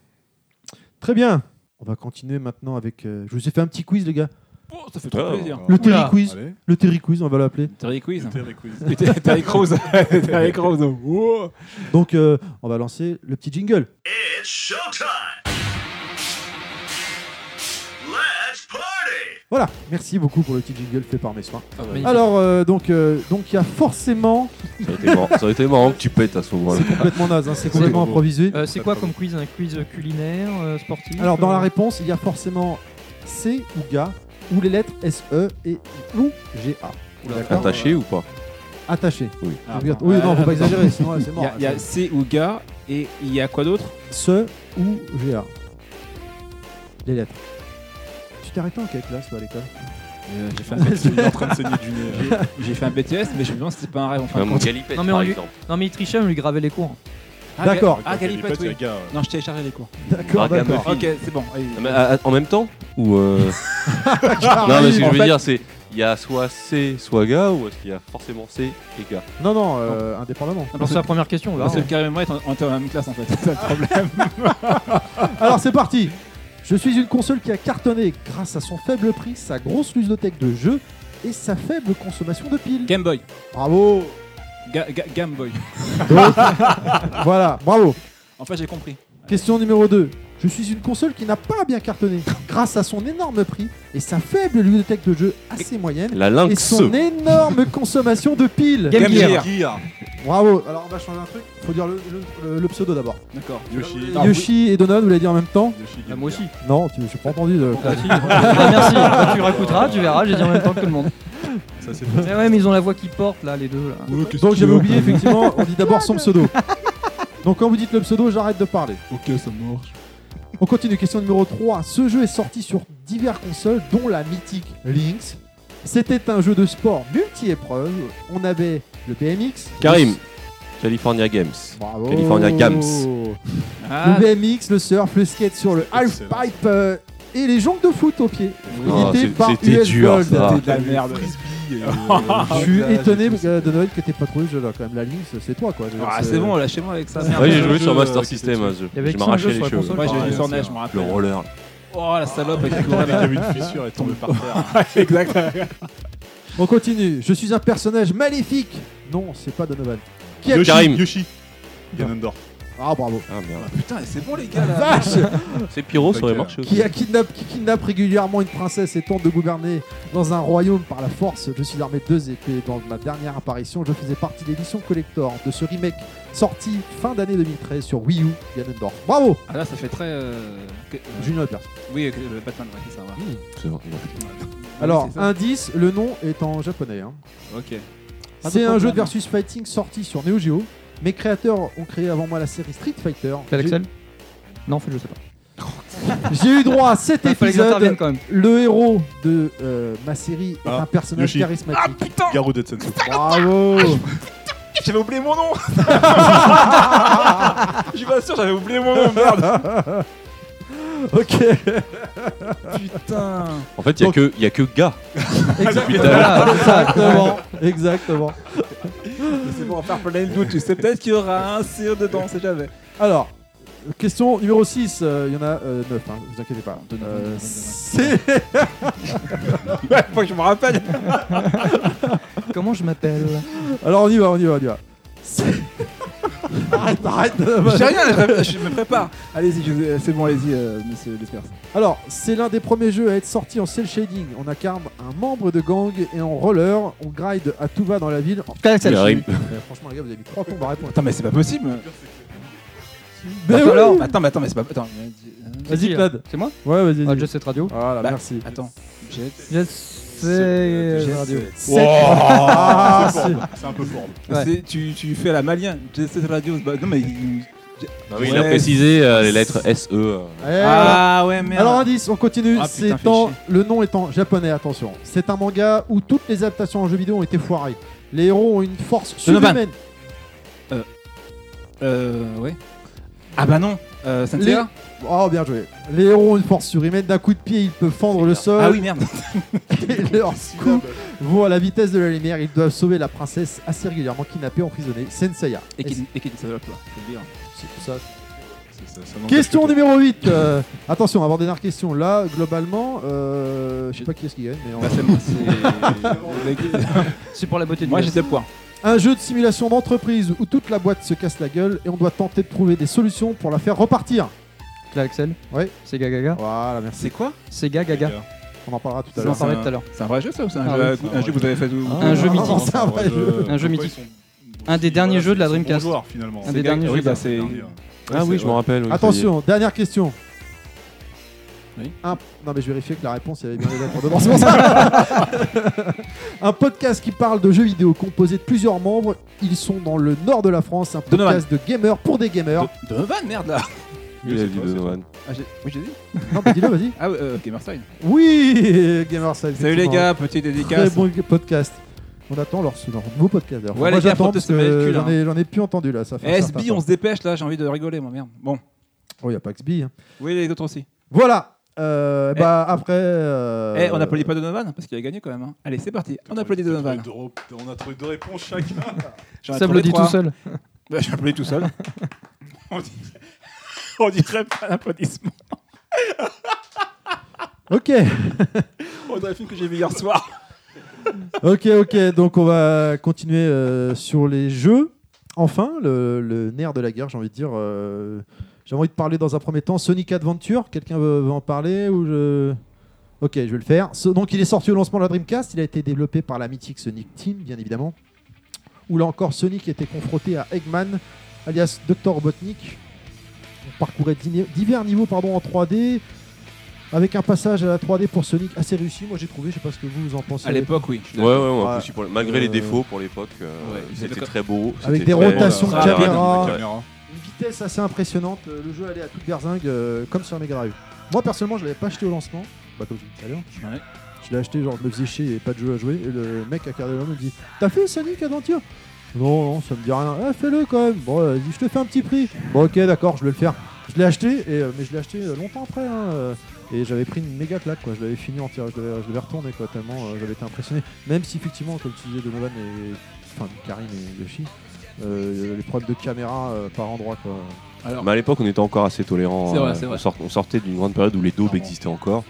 Speaker 5: Très bien. On va continuer maintenant avec. euh, Je vous ai fait un petit quiz, les gars.
Speaker 7: Oh, ça fait trop
Speaker 10: Ah,
Speaker 7: plaisir.
Speaker 5: Le Terry
Speaker 9: Oula.
Speaker 5: Quiz.
Speaker 6: Allez.
Speaker 5: Le Terry Quiz, on va l'appeler.
Speaker 7: Terry Quiz.
Speaker 6: Terry Quiz.
Speaker 7: Terry Crews. Terry Crews. Oh.
Speaker 5: Donc, euh, on va lancer le petit jingle.
Speaker 1: It's showtime! Let's party!
Speaker 5: Voilà. Merci beaucoup pour le petit jingle fait par mes soins.
Speaker 7: Ah, bah,
Speaker 9: Magnifique.
Speaker 5: Alors, euh, donc, euh, donc il y a forcément.
Speaker 10: Ça aurait été marrant, ça aurait été marrant que tu pètes à ce moment-là.
Speaker 5: C'est complètement naze, hein, c'est complètement
Speaker 6: beau.
Speaker 5: improvisé.
Speaker 9: Euh, c'est quoi comme quiz? Un quiz culinaire, euh, sportif?
Speaker 5: Alors, dans
Speaker 9: euh,
Speaker 5: la réponse, il y a forcément C ou gars ou les lettres S E et ou G A.
Speaker 10: Attaché ou pas?
Speaker 5: Attaché.
Speaker 10: Oui.
Speaker 7: Ah,
Speaker 5: oui,
Speaker 7: attends.
Speaker 5: oui, non, faut
Speaker 7: Euh,
Speaker 5: pas exagérer, sinon c'est
Speaker 7: Il
Speaker 5: mort.
Speaker 7: y a- il y, a C ou gars et il y a quoi d'autre?
Speaker 5: Ce ou G A. Les lettres. Tu t'es arrêté en quelle classe toi à l'école?
Speaker 7: Euh, J'ai fait, un
Speaker 6: Il est en train de saigner du nez.
Speaker 7: J'ai- j'ai fait un B T S, mais je me demande si c'était pas un rêve en fin
Speaker 10: Ouais,
Speaker 7: de
Speaker 10: mon
Speaker 7: compte.
Speaker 10: galipette,
Speaker 9: Non, mais
Speaker 10: par
Speaker 9: on lui-
Speaker 10: exemple.
Speaker 9: Non, mais il trichait, on lui gravait les cours.
Speaker 7: Ah,
Speaker 5: D'accord.
Speaker 7: ga- Ah, Galipette, oui.
Speaker 6: gars.
Speaker 7: Non, je téléchargeais les cours.
Speaker 5: D'accord,
Speaker 10: Bargain
Speaker 5: d'accord.
Speaker 10: Muffin.
Speaker 7: Ok, c'est bon. allez.
Speaker 10: Ah, mais, à- à- en même temps ou euh... Non, mais ce que je
Speaker 7: En
Speaker 10: veux
Speaker 7: fait-
Speaker 10: dire, c'est il y a soit C, soit gars, ou est-ce qu'il y a forcément C et gars?
Speaker 5: Non, non, euh, indépendamment.
Speaker 9: Alors, c'est la première question. on va
Speaker 7: Parce que
Speaker 9: voir.
Speaker 7: le carré et moi, on était dans la même classe en fait. C'est ça le problème.
Speaker 5: Alors c'est parti. Je suis une console qui a cartonné grâce à son faible prix, sa grosse ludothèque de jeux et sa faible consommation de piles.
Speaker 7: Game Boy.
Speaker 5: Bravo.
Speaker 7: Ga- ga- Game Boy.
Speaker 5: Donc, voilà, bravo.
Speaker 7: Enfin, j'ai compris.
Speaker 5: Question numéro deux. Je suis une console qui n'a pas bien cartonné grâce à son énorme prix et sa faible ludothèque de jeux assez moyenne
Speaker 10: La
Speaker 5: et
Speaker 10: Lynx.
Speaker 5: son énorme consommation de piles.
Speaker 9: Game
Speaker 7: Game
Speaker 9: Gear.
Speaker 7: Gear.
Speaker 5: Bravo. Alors on va changer un truc. Faut dire le, le- le- le pseudo d'abord.
Speaker 7: D'accord.
Speaker 6: Yoshi.
Speaker 7: Non,
Speaker 5: Yoshi et Donald, vous l'avez dit en même temps?
Speaker 6: Yoshi
Speaker 9: Ah,
Speaker 6: Game
Speaker 9: moi
Speaker 6: Gear.
Speaker 9: aussi.
Speaker 5: Non, tu j'ai pas entendu. De...
Speaker 9: Ah, si. Ah, merci. Bah, tu réécouteras, tu verras. J'ai dit en même temps que tout le monde.
Speaker 6: Ça, c'est
Speaker 9: Mais ouais, mais ils ont la voix qui porte là, les deux là.
Speaker 6: Ouais, qu'est-ce
Speaker 5: Donc
Speaker 6: que
Speaker 5: j'avais
Speaker 6: tu veux
Speaker 5: oublié effectivement. On dit d'abord son pseudo. Donc quand vous dites le pseudo, j'arrête de parler.
Speaker 6: Ok, ça marche.
Speaker 5: On continue, question numéro trois. Ce jeu est sorti sur diverses consoles, dont la mythique Lynx. C'était un jeu de sport multi-épreuve. On avait le B M X.
Speaker 10: Karim.
Speaker 5: le-
Speaker 10: California Games.
Speaker 5: Bravo.
Speaker 10: California Games.
Speaker 7: Ah,
Speaker 5: Le B M X, le surf, le skate sur le
Speaker 6: Excellent.
Speaker 5: halfpipe euh, et les jongles de foot au pied.
Speaker 10: Oh,
Speaker 5: Édité
Speaker 10: c'est-
Speaker 5: par
Speaker 10: c'était
Speaker 5: U S
Speaker 10: dur,
Speaker 5: Gold.
Speaker 10: ça.
Speaker 7: c'était de la merde.
Speaker 6: Frisbee. et, euh,
Speaker 5: Je suis
Speaker 6: Jazz et
Speaker 5: étonné
Speaker 6: tout ça.
Speaker 5: euh, de Noël que t'aies pas trouvé ce jeu là quand même. La Lynx, c'est toi quoi. Je veux dire,
Speaker 7: Ah,
Speaker 5: c'est-
Speaker 7: c'est bon, lâchez-moi avec ça. merde.
Speaker 10: Ouais, j'ai
Speaker 6: un
Speaker 10: joué
Speaker 6: jeu,
Speaker 10: sur
Speaker 6: euh,
Speaker 10: Master
Speaker 6: qui
Speaker 10: System.
Speaker 6: était
Speaker 10: hein,
Speaker 6: dessus.
Speaker 10: je-
Speaker 9: Il y avait
Speaker 10: Je
Speaker 9: que ça, un
Speaker 10: m'arrachais
Speaker 9: jeu
Speaker 10: les
Speaker 9: sur la
Speaker 10: cheveux.
Speaker 9: console.
Speaker 7: Moi, j'ai
Speaker 6: Ah,
Speaker 7: vu sur
Speaker 6: c'est
Speaker 7: neige, je
Speaker 6: ça.
Speaker 7: me
Speaker 10: Le
Speaker 7: rappelle.
Speaker 10: roller.
Speaker 7: Oh, la salope avec qui courait
Speaker 6: Il y
Speaker 7: là.
Speaker 6: avait une fissure et tombé par terre.
Speaker 7: Exact.
Speaker 5: On continue. Je suis un personnage maléfique. Non, c'est pas Donovan. Qui a
Speaker 6: Yoshi.
Speaker 10: Karim.
Speaker 6: Yoshi. Ganondorf.
Speaker 5: Ah bravo.
Speaker 10: Ah merde.
Speaker 7: Putain, c'est bon les gars là.
Speaker 5: Vache.
Speaker 10: C'est Pyro, ça aurait
Speaker 6: Ok.
Speaker 10: marché aussi.
Speaker 5: Qui, a kidnappe, qui kidnappe régulièrement une princesse et tente de gouverner dans un royaume par la force. Je suis armé de deux épées. Dans ma dernière apparition, je faisais partie de l'édition collector de ce remake sorti fin d'année deux mille treize sur Wii U, Ganondorf. Bravo.
Speaker 7: Ah là, ça fait très. euh, que- euh,
Speaker 5: Junior Lepers.
Speaker 7: Oui, euh, le Batman, ouais, c'est ça. Ouais.
Speaker 10: C'est vrai.
Speaker 5: Alors,
Speaker 7: c'est ça.
Speaker 5: indice, le nom est en japonais. hein.
Speaker 7: Ok. Pas de
Speaker 5: C'est un
Speaker 7: problème.
Speaker 5: jeu de versus fighting sorti sur Neo Geo. Mes créateurs ont créé avant moi la série Street Fighter.
Speaker 9: Quel
Speaker 5: J'ai-
Speaker 9: Excel Non, en fait, je sais pas.
Speaker 5: J'ai eu droit à sept
Speaker 9: Il fallait que j'intervienne
Speaker 5: épisodes.
Speaker 9: quand même.
Speaker 5: Le héros de euh, ma série est
Speaker 6: Ah,
Speaker 5: un personnage
Speaker 6: Yoshi.
Speaker 5: charismatique.
Speaker 7: Putain,
Speaker 6: Garou Detsensu.
Speaker 5: Bravo.
Speaker 7: j'avais oublié mon nom. Je suis pas sûr, j'avais oublié mon nom, merde.
Speaker 5: Ok.
Speaker 7: Putain.
Speaker 10: En fait, il
Speaker 5: Donc-
Speaker 10: n'y a que gars.
Speaker 5: Exactement. Exactement. Exactement.
Speaker 7: C'est bon, on va faire plein de doutes. Tu sais peut-être qu'il y aura un C dedans, on sait jamais.
Speaker 5: Alors, question numéro six. Il y en a neuf, hein, vous inquiétez pas.
Speaker 7: Donne,
Speaker 5: Euh,
Speaker 7: donne, donne, donne,
Speaker 5: c'est
Speaker 7: Ouais, faut que je me rappelle.
Speaker 9: Comment je m'appelle?
Speaker 5: Alors on y va, on y va, on y va. C'est- arrête, arrête.
Speaker 7: J'ai rien, je, je me prépare. Allez-y, je- c'est bon, allez-y, euh, monsieur Lepers.
Speaker 5: Alors, c'est l'un des premiers jeux à être sorti en cel shading. On incarne un membre de gang et en roller, on gride à tout va dans la ville.
Speaker 9: Quel Excel
Speaker 10: Karim.
Speaker 5: Euh, franchement, les gars, vous avez mis trois plombs à répondre.
Speaker 7: Attends, mais c'est pas possible.
Speaker 5: Mais
Speaker 7: Attends,
Speaker 5: oui.
Speaker 7: alors, attends, mais attends, mais c'est pas. Attends.
Speaker 5: Vas-y,
Speaker 9: qui, là
Speaker 5: Claude.
Speaker 9: C'est moi?
Speaker 5: Ouais, vas-y.
Speaker 9: Ah,
Speaker 5: vas-y.
Speaker 9: Jet Set Radio.
Speaker 5: Voilà,
Speaker 7: Bah,
Speaker 5: merci.
Speaker 7: Attends. Jet.
Speaker 9: Jet Set Radio.
Speaker 5: Sept. Ah, c'est-
Speaker 6: C'est un peu fort.
Speaker 9: Ouais.
Speaker 7: C'est- Tu, tu fais à la malien. Jet Set Radio. Bah, non, mais. il-
Speaker 10: Ah oui, il
Speaker 7: Ouais.
Speaker 10: a précisé euh, les lettres S E. euh.
Speaker 5: Eh,
Speaker 7: Ah ouais, merde.
Speaker 5: Alors indice, on continue.
Speaker 7: Ah, putain,
Speaker 5: C'est
Speaker 7: fais
Speaker 5: en-
Speaker 7: chier.
Speaker 5: le nom est en japonais, attention. C'est un manga où toutes les adaptations en jeux vidéo ont été foirées. Les héros ont une force
Speaker 7: Donovan.
Speaker 5: surhumaine.
Speaker 7: Euh. Ouais. Ah bah non. Euh, Senseiya.
Speaker 5: Oh, bien joué. Les héros ont une force surhumaine. D'un coup de pied, ils peuvent fendre le sol.
Speaker 7: Ah oui, merde.
Speaker 5: Et leurs coups vont à la vitesse de la lumière. Ils doivent sauver la princesse assez régulièrement kidnappée, emprisonnée. Senseiya.
Speaker 7: Et qui et qui dit ça là, faut le dire.
Speaker 5: C'est ça.
Speaker 6: C'est- ça- ça n'engage
Speaker 5: Question
Speaker 6: que toi.
Speaker 5: numéro huit. euh, attention, avant dernière question. Là, globalement, euh, je sais pas qui est-ce qui gagne, mais on-
Speaker 7: Bah, c'est moi, c'est.
Speaker 9: C'est pour la beauté du
Speaker 7: Moi,
Speaker 9: geste.
Speaker 7: j'ai deux points.
Speaker 5: un jeu de simulation d'entreprise où toute la boîte se casse la gueule et on doit tenter de trouver des solutions pour la faire repartir.
Speaker 9: Quel Excel
Speaker 5: Ouais.
Speaker 9: Sega Gaga.
Speaker 5: Voilà, merci.
Speaker 7: C'est quoi?
Speaker 9: Sega Gaga.
Speaker 5: On en parlera tout à
Speaker 9: On en
Speaker 5: l'heure.
Speaker 9: parlait
Speaker 7: un-
Speaker 9: tout à l'heure.
Speaker 7: C'est un vrai jeu ça ou c'est un,
Speaker 9: Ah
Speaker 7: jeu,
Speaker 9: oui.
Speaker 7: à- un jeu que vous avez fait où
Speaker 5: Ah.
Speaker 9: Un jeu
Speaker 5: Non,
Speaker 9: mythique.
Speaker 5: c'est un vrai jeu.
Speaker 9: Un jeu
Speaker 6: Comme quoi,
Speaker 9: mythique.
Speaker 6: ils sont-
Speaker 9: Un des derniers
Speaker 6: voilà,
Speaker 9: jeux de la
Speaker 6: ils sont
Speaker 9: Dreamcast.
Speaker 6: bons joueurs, finalement.
Speaker 9: Un des derniers
Speaker 7: oui,
Speaker 9: jeux.
Speaker 7: bah c'est.
Speaker 10: Ah oui, je me rappelle. oui,
Speaker 5: Attention, dernière question.
Speaker 7: Oui.
Speaker 5: Un... Non, mais je vérifiais que la réponse, il y avait bien les lettres dedans. C'est pour ça. Un podcast qui parle de jeux vidéo composé de plusieurs membres. Ils sont dans le nord de la France. Un podcast
Speaker 7: Donovan.
Speaker 5: de gamers pour des gamers.
Speaker 7: De Donovan, merde là.
Speaker 10: Il a dit Donovan.
Speaker 7: Ah, j'ai- oui, j'ai dit.
Speaker 5: Non, mais dis-le, vas-y.
Speaker 7: Ah, ouais, euh, Gamerstyle.
Speaker 5: Oui, Gamerside.
Speaker 7: Salut les gars, petite
Speaker 5: Très
Speaker 7: dédicace.
Speaker 5: bon podcast. On attend leur, leur nouveau podcast d'ailleurs.
Speaker 7: Ouais,
Speaker 5: Moi
Speaker 7: les gars,
Speaker 5: j'attends
Speaker 7: faut
Speaker 5: parce
Speaker 7: te mettre le
Speaker 5: que
Speaker 7: cul,
Speaker 5: j'en
Speaker 7: là.
Speaker 5: ai, j'en ai plus entendu là. Ça fait un
Speaker 7: S
Speaker 5: certain
Speaker 7: B,
Speaker 5: temps.
Speaker 7: on se dépêche là, j'ai envie de rigoler, moi, merde. Bon.
Speaker 5: Oh, il n'y a pas X B. Hein.
Speaker 7: Oui, les autres aussi.
Speaker 5: Voilà. Euh, bah après. euh,
Speaker 7: Eh, on n'applaudit pas Donovan parce qu'il a gagné quand même. Hein. Allez, c'est parti. On applaudit Donovan.
Speaker 6: On a trouvé deux réponses chacun.
Speaker 7: J'en ai
Speaker 9: Ça me
Speaker 7: trouvé
Speaker 9: le dit
Speaker 7: trois.
Speaker 9: tout seul.
Speaker 7: Bah, j'ai applaudi tout seul. on, dirait... on dirait pas un applaudissement.
Speaker 5: Ok.
Speaker 7: On dirait un film que j'ai vu hier soir.
Speaker 5: Ok, ok. Donc on va continuer euh, sur les jeux. Enfin, le, le nerf de la guerre, j'ai envie de dire. euh, J'ai envie de parler dans un premier temps Sonic Adventure. Quelqu'un veut, veut en parler ou je... Ok, je vais le faire. Ce- donc il est sorti au lancement de la Dreamcast. Il a été développé par la mythique Sonic Team, bien évidemment. Où là encore, Sonic était confronté à Eggman, alias docteur Robotnik. On parcourait dini- divers niveaux pardon, en trois D. Avec un passage à la trois D pour Sonic assez réussi, moi j'ai trouvé, je sais pas ce que vous, vous en pensez.
Speaker 7: À l'époque, oui.
Speaker 10: Ouais, ouais, ouais,
Speaker 5: Ah,
Speaker 10: aussi pour- malgré les
Speaker 5: euh,
Speaker 10: défauts pour l'époque, euh,
Speaker 7: Ouais,
Speaker 10: c'était
Speaker 7: c'était
Speaker 10: très beau.
Speaker 5: Avec
Speaker 10: c'était
Speaker 5: des
Speaker 10: très-
Speaker 5: rotations de
Speaker 10: très
Speaker 5: caméra.
Speaker 10: rapide.
Speaker 6: caméra.
Speaker 5: Une vitesse assez impressionnante, euh, le jeu allait à toute berzingue, euh, comme sur la Mega Drive. Moi personnellement, je l'avais pas acheté au lancement, bah, comme je disais tout à l'heure.
Speaker 7: Ouais.
Speaker 5: Je l'ai acheté, genre je me faisais chier, il n'y avait pas de jeu à jouer. Et le mec à Carré me dit t'as fait Sonic Adventure? Non, non, ça me dit rien. Ah, fais-le quand même. Bon, vas-y, je te fais un petit prix. Bon, ok, d'accord, je vais le faire. Je l'ai acheté, et, euh, mais je l'ai acheté euh, longtemps après. hein, euh, et j'avais pris une méga claque, quoi. Je l'avais fini entière, je l'avais, je l'avais retourné, quoi, tellement euh, j'avais été impressionné. Même si, effectivement, comme tu disais, Donovan et. Enfin, Karim et Yoshi, euh, les problèmes de caméra euh, par endroit, quoi.
Speaker 7: Alors,
Speaker 10: Mais à l'époque, on était encore assez tolérants.
Speaker 7: C'est vrai,
Speaker 10: euh,
Speaker 7: c'est vrai.
Speaker 10: On, sort- on sortait d'une grande période où les daubes
Speaker 7: Clairement.
Speaker 10: existaient encore.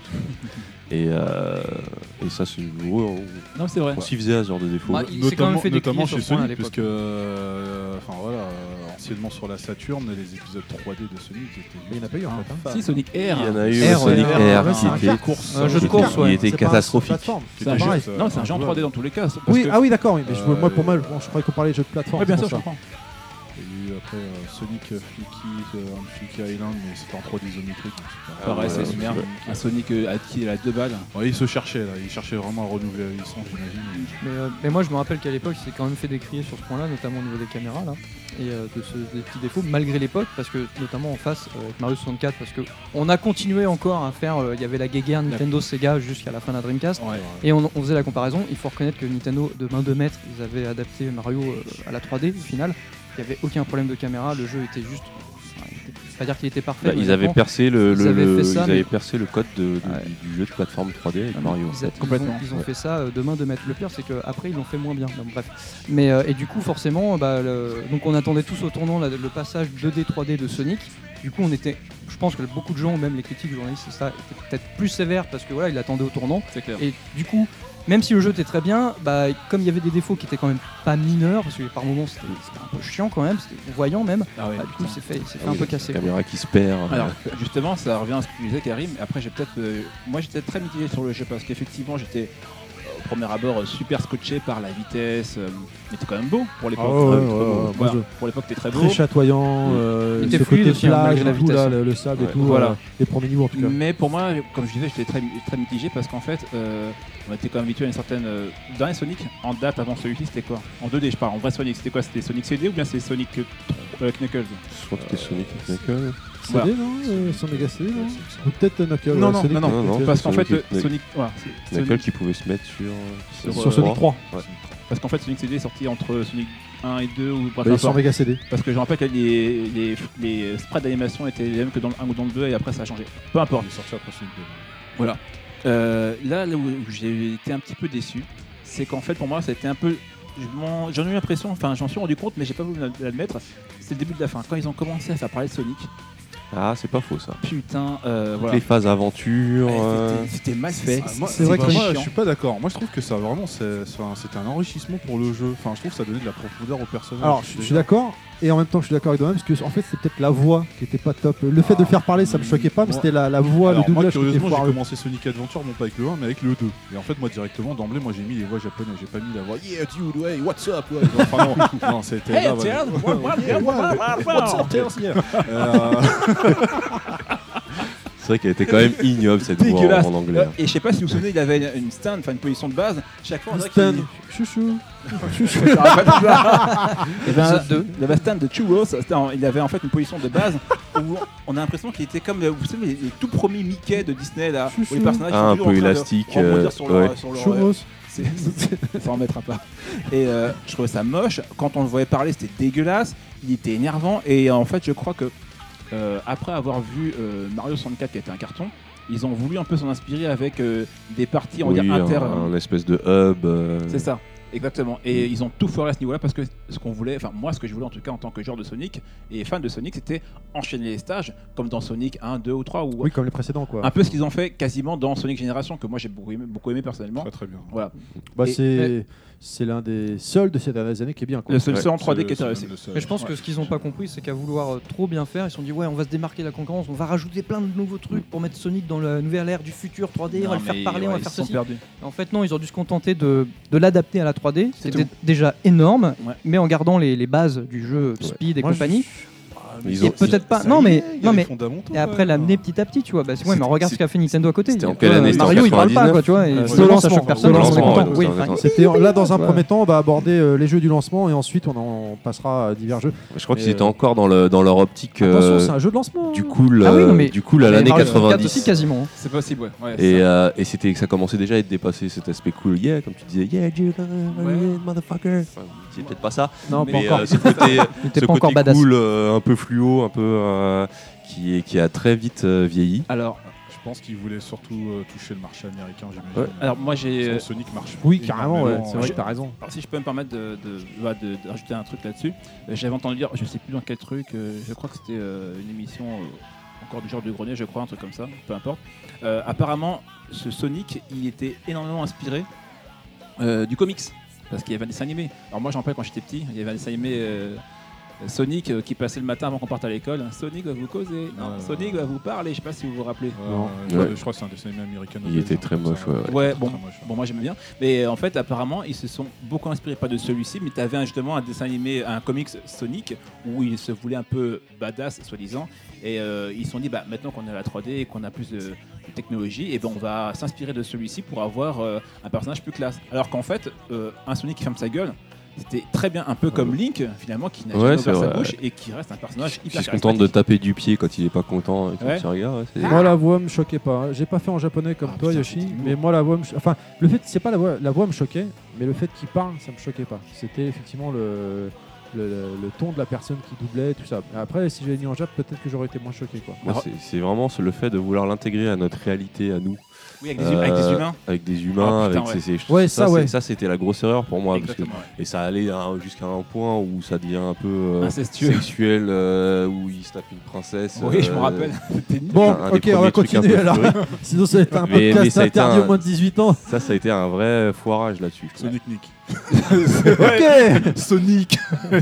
Speaker 10: et, euh, et ça, c'est. ouais, on
Speaker 7: non, c'est vrai.
Speaker 10: on s'y faisait à ce genre de défaut.
Speaker 9: Bah, il s'est quand même fait
Speaker 6: notamment
Speaker 9: décrier sur
Speaker 6: chez
Speaker 9: ce point à
Speaker 6: Sonic, parce
Speaker 9: l'époque.
Speaker 6: que, euh, enfin voilà, euh, anciennement sur la Saturn, les épisodes trois D de Sonic étaient.
Speaker 5: Mais il n'y en a pas eu en fait. hein.
Speaker 7: Si, Sonic Air.
Speaker 10: Il y en a eu
Speaker 9: R,
Speaker 10: Sonic
Speaker 9: ouais,
Speaker 10: Air
Speaker 5: ouais,
Speaker 10: qui
Speaker 5: c'est un
Speaker 10: était,
Speaker 5: car-
Speaker 6: course,
Speaker 9: un jeu de
Speaker 10: qui
Speaker 9: course,
Speaker 10: était-
Speaker 9: ouais.
Speaker 10: qui était
Speaker 5: C'est pas-
Speaker 10: catastrophique.
Speaker 5: c'est plateforme.
Speaker 7: C'est un,
Speaker 6: C'était
Speaker 7: jeu...
Speaker 6: juste, euh,
Speaker 7: non, c'est un jeu en trois D
Speaker 6: injouable.
Speaker 7: dans tous les cas. parce
Speaker 5: Oui,
Speaker 7: que-
Speaker 5: ah oui, d'accord, oui, mais je,
Speaker 6: Euh,
Speaker 5: moi pour moi,
Speaker 6: et-
Speaker 5: bon, je croyais qu'on parlait de jeux de plateforme.
Speaker 7: Ouais, bien
Speaker 5: c'est
Speaker 7: sûr, je
Speaker 5: pour ça.
Speaker 7: comprends.
Speaker 6: Il y a eu après euh, Sonic euh, Fluky, euh, Fluky Island, mais c'était en trois D isométrique. donc c'était
Speaker 10: Ah
Speaker 7: Pareil,
Speaker 10: ouais,
Speaker 7: c'est une merde.
Speaker 10: ouais.
Speaker 7: Un Sonic euh, à qui il a deux balles.
Speaker 6: Ouais, il se cherchait là, il cherchait vraiment à renouveler la licence, j'imagine.
Speaker 9: Mais, euh, mais moi je me rappelle qu'à l'époque il s'est quand même fait décrier sur ce point là, notamment au niveau des caméras là, et euh, de ce, des petits défauts malgré l'époque, parce que notamment en face euh, avec Mario soixante-quatre, parce que on a continué encore à faire, euh, il y avait la guéguerre Nintendo Sega jusqu'à la fin de la Dreamcast,
Speaker 7: Ouais.
Speaker 9: et on, on faisait la comparaison. Il faut reconnaître que Nintendo de main de maître, ils avaient adapté Mario euh, à la trois D au final, il n'y avait aucun problème de caméra, le jeu était juste, enfin, il était- je vais pas dire qu'il était parfait,
Speaker 10: Bah,
Speaker 9: mais
Speaker 10: ils avaient
Speaker 9: honnêtement,
Speaker 10: percé le,
Speaker 9: ils
Speaker 10: le-
Speaker 9: avaient
Speaker 10: le-
Speaker 9: fait ça,
Speaker 10: ils avaient
Speaker 9: mais-
Speaker 10: percé le code de, de-
Speaker 9: Ouais.
Speaker 10: du, du jeu de plateforme trois D avec
Speaker 9: Ah, mais
Speaker 10: Mario.
Speaker 9: Ils, a- ils
Speaker 7: Complètement.
Speaker 9: ont, ils ont
Speaker 10: Ouais.
Speaker 9: fait ça euh, de main de maître. Le pire, c'est qu'après, ils l'ont fait moins bien. Donc, bref. Mais, euh, et du coup, forcément, bah, le- donc on attendait tous au tournant la- le passage deux D, trois D de Sonic. Du coup, on était. Je pense que beaucoup de gens, même les critiques, les journalistes, c'est ça, étaient peut-être plus sévères parce que voilà, ils l'attendaient au tournant.
Speaker 7: C'est clair.
Speaker 9: Et du coup, même si le jeu était très bien, bah, comme il y avait des défauts qui étaient quand même pas mineurs, parce que par moments c'était c'était un peu chiant quand même, c'était voyant même,
Speaker 7: Ah ouais,
Speaker 9: bah, du coup,
Speaker 7: putain.
Speaker 9: il s'est fait, il s'est fait
Speaker 10: Ah
Speaker 9: un
Speaker 10: oui,
Speaker 9: peu
Speaker 10: la
Speaker 9: casser.
Speaker 10: caméra qui se perd.
Speaker 7: Alors justement, ça revient à ce que tu disais, Karim. Après, j'ai peut-être, euh, moi, j'étais très mitigé sur le jeu parce qu'effectivement, j'étais euh, au premier abord euh, super scotché par la vitesse. euh, il était quand même beau pour l'époque.
Speaker 5: Ah ouais,
Speaker 7: Très-
Speaker 5: ouais,
Speaker 7: très beau.
Speaker 5: ouais, ouais,
Speaker 7: Voilà,
Speaker 5: moi,
Speaker 7: pour l'époque, t'es très beau.
Speaker 5: Très chatoyant,
Speaker 7: Mm.
Speaker 5: euh,
Speaker 9: Il était
Speaker 5: ce
Speaker 9: fluide
Speaker 5: côté
Speaker 9: aussi, hein,
Speaker 5: plage
Speaker 9: malgré la
Speaker 5: et tout, là,
Speaker 9: vitesse.
Speaker 5: le, le sable
Speaker 10: Ouais.
Speaker 5: et tout,
Speaker 7: Voilà.
Speaker 5: euh, les premiers niveaux en tout cas.
Speaker 7: Mais pour moi, comme je disais, j'étais très, très mitigé parce qu'en fait, euh, on était quand même habitué à une certaine. Euh, dans les Sonic, en date avant celui-ci, c'était quoi? En deux D, je parle. En vrai Sonic, c'était quoi? C'était Sonic C D ou bien c'est Sonic euh, euh, Knuckles?
Speaker 10: Je crois que c'était Sonic et Knuckles.
Speaker 5: C D, non euh, Son méga C D, non Ou peut-être euh, Knuckles.
Speaker 7: Non,
Speaker 5: ouais,
Speaker 7: non,
Speaker 5: C D,
Speaker 7: non, non,
Speaker 10: non,
Speaker 5: Knuckles.
Speaker 7: Parce qu'en fait,
Speaker 10: Sonic
Speaker 7: euh,
Speaker 10: et-
Speaker 7: Sonic. Voilà, c'est-
Speaker 10: Knuckles
Speaker 7: Sonic-
Speaker 10: qui pouvait se mettre sur. euh,
Speaker 7: Sur,
Speaker 5: Sur Sonic trois.
Speaker 10: Ouais.
Speaker 7: Parce qu'en fait, Sonic C D est sorti entre Sonic un et deux ou bref,
Speaker 5: Bah,
Speaker 7: peu
Speaker 5: ils sont
Speaker 7: importe.
Speaker 5: méga C D.
Speaker 7: Parce que je me rappelle que les, les, les sprites d'animation étaient les mêmes que dans le un ou dans le deux et après ça a changé. Peu importe.
Speaker 6: Il est sorti après Sonic deux.
Speaker 7: Voilà. Euh, là, là où où j'ai été un petit peu déçu, c'est qu'en fait pour moi ça a été un peu. je m'en- J'en ai eu l'impression, enfin j'en suis rendu compte, mais j'ai pas voulu l'admettre. C'est le début de la fin. Quand ils ont commencé à faire parler de Sonic,
Speaker 10: Ah, c'est pas faux ça.
Speaker 7: putain, euh,
Speaker 10: Toutes
Speaker 7: voilà.
Speaker 10: les phases aventure.
Speaker 7: Ouais,
Speaker 10: euh,
Speaker 7: c'était- C'était mal fait.
Speaker 6: Ah, moi,
Speaker 5: C'est vrai
Speaker 6: bah,
Speaker 5: que
Speaker 6: moi,
Speaker 7: chiant.
Speaker 6: je suis pas d'accord. Moi, je trouve que ça vraiment, c'est- c'est un- c'était un enrichissement pour le jeu. Enfin, je trouve que ça donnait de la profondeur au personnage.
Speaker 5: Alors, je je suis d'accord, et en même temps, je suis d'accord avec toi-même, parce que en fait, c'est peut-être la voix qui était pas top. Le fait de le faire parler, ça me choquait pas, mais
Speaker 6: moi-
Speaker 5: c'était la, la voix,
Speaker 6: Alors,
Speaker 5: le
Speaker 6: moi,
Speaker 5: doublage qui était
Speaker 6: curieusement, j'ai
Speaker 5: foireux.
Speaker 6: commencé Sonic Adventure, non pas avec le un, mais avec le deux. Et en fait, moi, directement, d'emblée, moi, j'ai mis les voix japonaises. J'ai pas mis la voix Yeah, dude, hey, what's up? Ouais. Enfin, non, non, c'était
Speaker 7: Hey,
Speaker 6: là, ouais.
Speaker 7: tiens,
Speaker 6: Ouais,
Speaker 7: what-
Speaker 6: yeah,
Speaker 7: what-
Speaker 6: ouais,
Speaker 7: what-
Speaker 6: what's up,
Speaker 7: what-
Speaker 6: Tails, yeah. Euh,
Speaker 10: Ça, vrai qu'elle était quand même ignoble cette voix
Speaker 7: Dégueulasse.
Speaker 10: en, en anglais.
Speaker 7: Et je sais pas si vous vous souvenez, il avait une, une stand, enfin une position de base. Chaque fois, on dirait
Speaker 5: Stan,
Speaker 7: qu'il-
Speaker 5: chouchou.
Speaker 7: Chouchou. Il y avait un, il avait un stand de Churros. C'était en- Il avait en fait une position de base où on a l'impression qu'il était comme vous savez, les, les tout premiers Mickey de Disney là, où les personnages
Speaker 10: Ah,
Speaker 7: sont
Speaker 10: un
Speaker 7: toujours
Speaker 10: peu
Speaker 7: en train de
Speaker 10: élastique,
Speaker 7: rebondir
Speaker 10: euh,
Speaker 7: sur leur,
Speaker 10: ouais.
Speaker 7: sur leur-
Speaker 5: Churros.
Speaker 7: C'est- c'est- ça en mettra pas. Et euh, je trouvais ça moche. Quand on le voyait parler, c'était dégueulasse. Il était énervant. Et en fait, je crois que euh, après avoir vu euh, Mario soixante-quatre qui était un carton, ils ont voulu un peu s'en inspirer avec euh, des parties, on va
Speaker 10: Oui,
Speaker 7: dire, inter.
Speaker 10: un, un espèce de hub. euh,
Speaker 7: C'est ça. Exactement. Et ils ont tout foiré à ce niveau-là parce que ce qu'on voulait, enfin moi ce que je voulais en tout cas en tant que joueur de Sonic et fan de Sonic, c'était enchaîner les stages comme dans Sonic un, deux ou trois ou
Speaker 5: Oui, comme les précédents, quoi.
Speaker 7: un peu ce qu'ils ont fait quasiment dans Sonic Génération que moi j'ai beaucoup aimé, beaucoup aimé personnellement.
Speaker 6: Très très bien.
Speaker 7: Voilà.
Speaker 5: Bah,
Speaker 7: Et-
Speaker 5: c'est c'est l'un des seuls de ces dernières années qui est bien, quoi.
Speaker 7: Le seul,
Speaker 10: Ouais,
Speaker 7: seul en trois D
Speaker 6: C'est-
Speaker 7: qui était
Speaker 6: c'est
Speaker 7: réussi.
Speaker 6: même le seul.
Speaker 9: Mais je pense que ce qu'ils n'ont pas compris, c'est qu'à vouloir euh, trop bien faire, ils se sont dit ouais, on va se démarquer de la concurrence, on va rajouter plein de nouveaux trucs pour mettre Sonic dans la nouvelle ère du futur trois D, on va
Speaker 7: Non,
Speaker 9: le faire
Speaker 7: mais
Speaker 9: parler, on
Speaker 7: ouais,
Speaker 9: va
Speaker 7: ils
Speaker 9: faire
Speaker 7: se sont
Speaker 9: ceci.
Speaker 7: perdus.
Speaker 9: En fait, non, ils ont dû se contenter de, de l'adapter à la trois D.
Speaker 7: C'est
Speaker 9: C'était
Speaker 7: tout.
Speaker 9: déjà énorme,
Speaker 7: Ouais.
Speaker 9: mais en gardant les, les bases du jeu Speed et
Speaker 5: Moi, je-
Speaker 9: compagnie.
Speaker 10: Mais ils
Speaker 9: Et
Speaker 10: ont-
Speaker 9: peut-être pas.
Speaker 6: Ça
Speaker 9: Non,
Speaker 6: y
Speaker 9: mais
Speaker 6: est, il y a
Speaker 9: non,
Speaker 6: les
Speaker 9: mais
Speaker 6: fondamentaux,
Speaker 9: et après
Speaker 6: ouais.
Speaker 9: l'amener petit à petit, tu vois. Bah, c'est- ouais, mais regarde ce qu'a fait Nintendo à côté.
Speaker 10: C'était en
Speaker 9: Euh,
Speaker 10: quelle année? C'était en
Speaker 9: Mario, il parle pas,
Speaker 10: quatre-vingt-dix-neuf?
Speaker 9: quoi, tu vois. Et
Speaker 5: Euh,
Speaker 9: ça
Speaker 5: c'est au
Speaker 9: lance à
Speaker 5: lancement,
Speaker 9: chaque personne,
Speaker 5: c'est au
Speaker 9: on est
Speaker 5: lancement,
Speaker 9: content.
Speaker 10: ouais,
Speaker 9: Oui,
Speaker 10: c'est
Speaker 9: enfin,
Speaker 10: un-
Speaker 5: C'était là dans un
Speaker 9: Ouais.
Speaker 5: premier temps, on va aborder euh, les jeux du lancement et ensuite on en passera à divers jeux.
Speaker 10: Je crois
Speaker 5: Mais,
Speaker 10: qu'ils étaient
Speaker 5: euh,
Speaker 10: encore dans, le, dans leur optique
Speaker 5: Attention,
Speaker 10: euh,
Speaker 5: c'est un jeu de lancement.
Speaker 10: du cool,
Speaker 9: Ah oui, non,
Speaker 10: euh,
Speaker 9: mais-
Speaker 10: du cool à
Speaker 9: mais
Speaker 10: l'année
Speaker 9: Mario soixante-quatre aussi
Speaker 10: quatre-vingt-dix.
Speaker 9: quasiment.
Speaker 7: C'est possible, ouais. ouais
Speaker 10: Et,
Speaker 7: ça.
Speaker 10: euh, et c'était ça commençait déjà à être dépassé, cet aspect cool. Yeah, comme tu disais, yeah, Jill,
Speaker 7: Ouais.
Speaker 10: motherfucker. Enfin, c'est peut-être pas ça,
Speaker 5: Non, pas
Speaker 10: mais
Speaker 5: encore.
Speaker 10: euh, ce côté,
Speaker 9: Il était
Speaker 10: ce
Speaker 9: pas encore
Speaker 10: côté
Speaker 9: badass.
Speaker 10: cool, euh, un peu fluo, un peu euh, qui, est- qui a très vite euh, vieilli.
Speaker 7: Alors,
Speaker 6: Je pense qu'ils voulaient surtout euh, toucher le marché américain, j'imagine.
Speaker 10: Ouais.
Speaker 7: alors moi j'ai.
Speaker 6: Sinon,
Speaker 7: euh,
Speaker 6: Sonic marche.
Speaker 5: Oui, carrément, ouais.
Speaker 6: énormément,
Speaker 5: C'est vrai
Speaker 6: euh,
Speaker 5: que t'as raison.
Speaker 7: Alors, si je peux me permettre de, de, bah, de- de rajouter un truc là-dessus, euh, j'avais entendu dire, je sais plus dans quel truc, euh, je crois que c'était euh, une émission euh, encore du genre du grenier, je crois, un truc comme ça, peu importe. Euh, apparemment, ce Sonic, il était énormément inspiré euh, du comics, parce qu'il y avait un dessin animé. Alors moi, j'en rappelle quand j'étais petit, il y avait un dessin animé euh, Sonic euh, qui passait le matin avant qu'on parte à l'école. Sonic va vous causer, non,
Speaker 6: Ouais,
Speaker 7: Sonic
Speaker 6: ouais.
Speaker 7: va vous parler, je sais pas si vous vous rappelez.
Speaker 6: Ouais,
Speaker 5: Non.
Speaker 6: ouais, je crois-
Speaker 10: Ouais.
Speaker 6: Je crois que c'est un dessin animé américain.
Speaker 10: Il était très moche, ouais, ouais.
Speaker 7: Ouais, bon,
Speaker 6: Très moche.
Speaker 7: bon moi j'aimais bien. Mais euh, en fait, apparemment, ils se sont beaucoup inspirés, pas de celui-ci, mais tu avais un, justement un dessin animé, un comics Sonic, où ils se voulaient un peu badass, soi-disant. Et euh, ils se sont dit, bah, maintenant qu'on est à la trois D et qu'on a plus de, de technologie, et ben on va s'inspirer de celui-ci pour avoir euh, un personnage plus classe. Alors qu'en fait, euh, un Sonic qui ferme sa gueule, c'était très bien, un peu comme Link, finalement, qui n'a
Speaker 10: Ouais,
Speaker 7: jamais
Speaker 10: c'est
Speaker 7: ouvert sa
Speaker 10: vrai,
Speaker 7: bouche et qui reste un personnage
Speaker 10: Qui
Speaker 7: hyper
Speaker 10: se contente de
Speaker 7: charismatique.
Speaker 10: taper du pied quand il est pas content et tout,
Speaker 7: Ouais.
Speaker 10: tu regardes, ouais, c'est-
Speaker 5: Moi la voix me choquait pas. J'ai pas fait en japonais comme
Speaker 6: Ah,
Speaker 5: toi
Speaker 6: putain,
Speaker 5: Yoshi,
Speaker 6: c'était lourd.
Speaker 5: mais moi la voix me cho- enfin le fait c'est pas la voix la voix me choquait, mais le fait qu'il parle ça me choquait pas. C'était effectivement le le, le ton de la personne qui doublait tout ça. Après si j'avais mis en jap peut-être que j'aurais été moins choqué quoi.
Speaker 10: Moi, c'est- c'est vraiment ce- le fait de vouloir l'intégrer à notre réalité, à nous.
Speaker 7: Oui, avec des, hum- avec des
Speaker 10: Euh,
Speaker 7: humains.
Speaker 10: Avec des humains,
Speaker 7: Ah, putain,
Speaker 10: avec
Speaker 7: ouais.
Speaker 10: ces- ces-
Speaker 5: Ouais, ça,
Speaker 10: c'est-
Speaker 5: ouais.
Speaker 10: ça c'était la grosse erreur pour moi. Parce que-
Speaker 7: Exactement, ouais.
Speaker 10: et ça allait à- jusqu'à un point où ça devient un peu euh,
Speaker 7: Incestueux.
Speaker 10: sexuel, euh, où il se tape une princesse.
Speaker 7: Oui, je me
Speaker 10: euh,
Speaker 7: rappelle. C'était nul.
Speaker 5: Bon,
Speaker 10: un des
Speaker 5: ok, on
Speaker 10: premiers
Speaker 5: va
Speaker 10: trucs un
Speaker 5: continuer
Speaker 10: peu
Speaker 5: alors.
Speaker 10: fleuris.
Speaker 5: Sinon ça va être un
Speaker 10: Mais- mais
Speaker 5: podcast
Speaker 10: ça a été
Speaker 5: interdit
Speaker 10: un-
Speaker 5: aux moins de dix-huit ans.
Speaker 10: Ça, ça a été un vrai foirage là-dessus. je trouve.
Speaker 6: Sonic Nick.
Speaker 5: Ok.
Speaker 6: Sonic.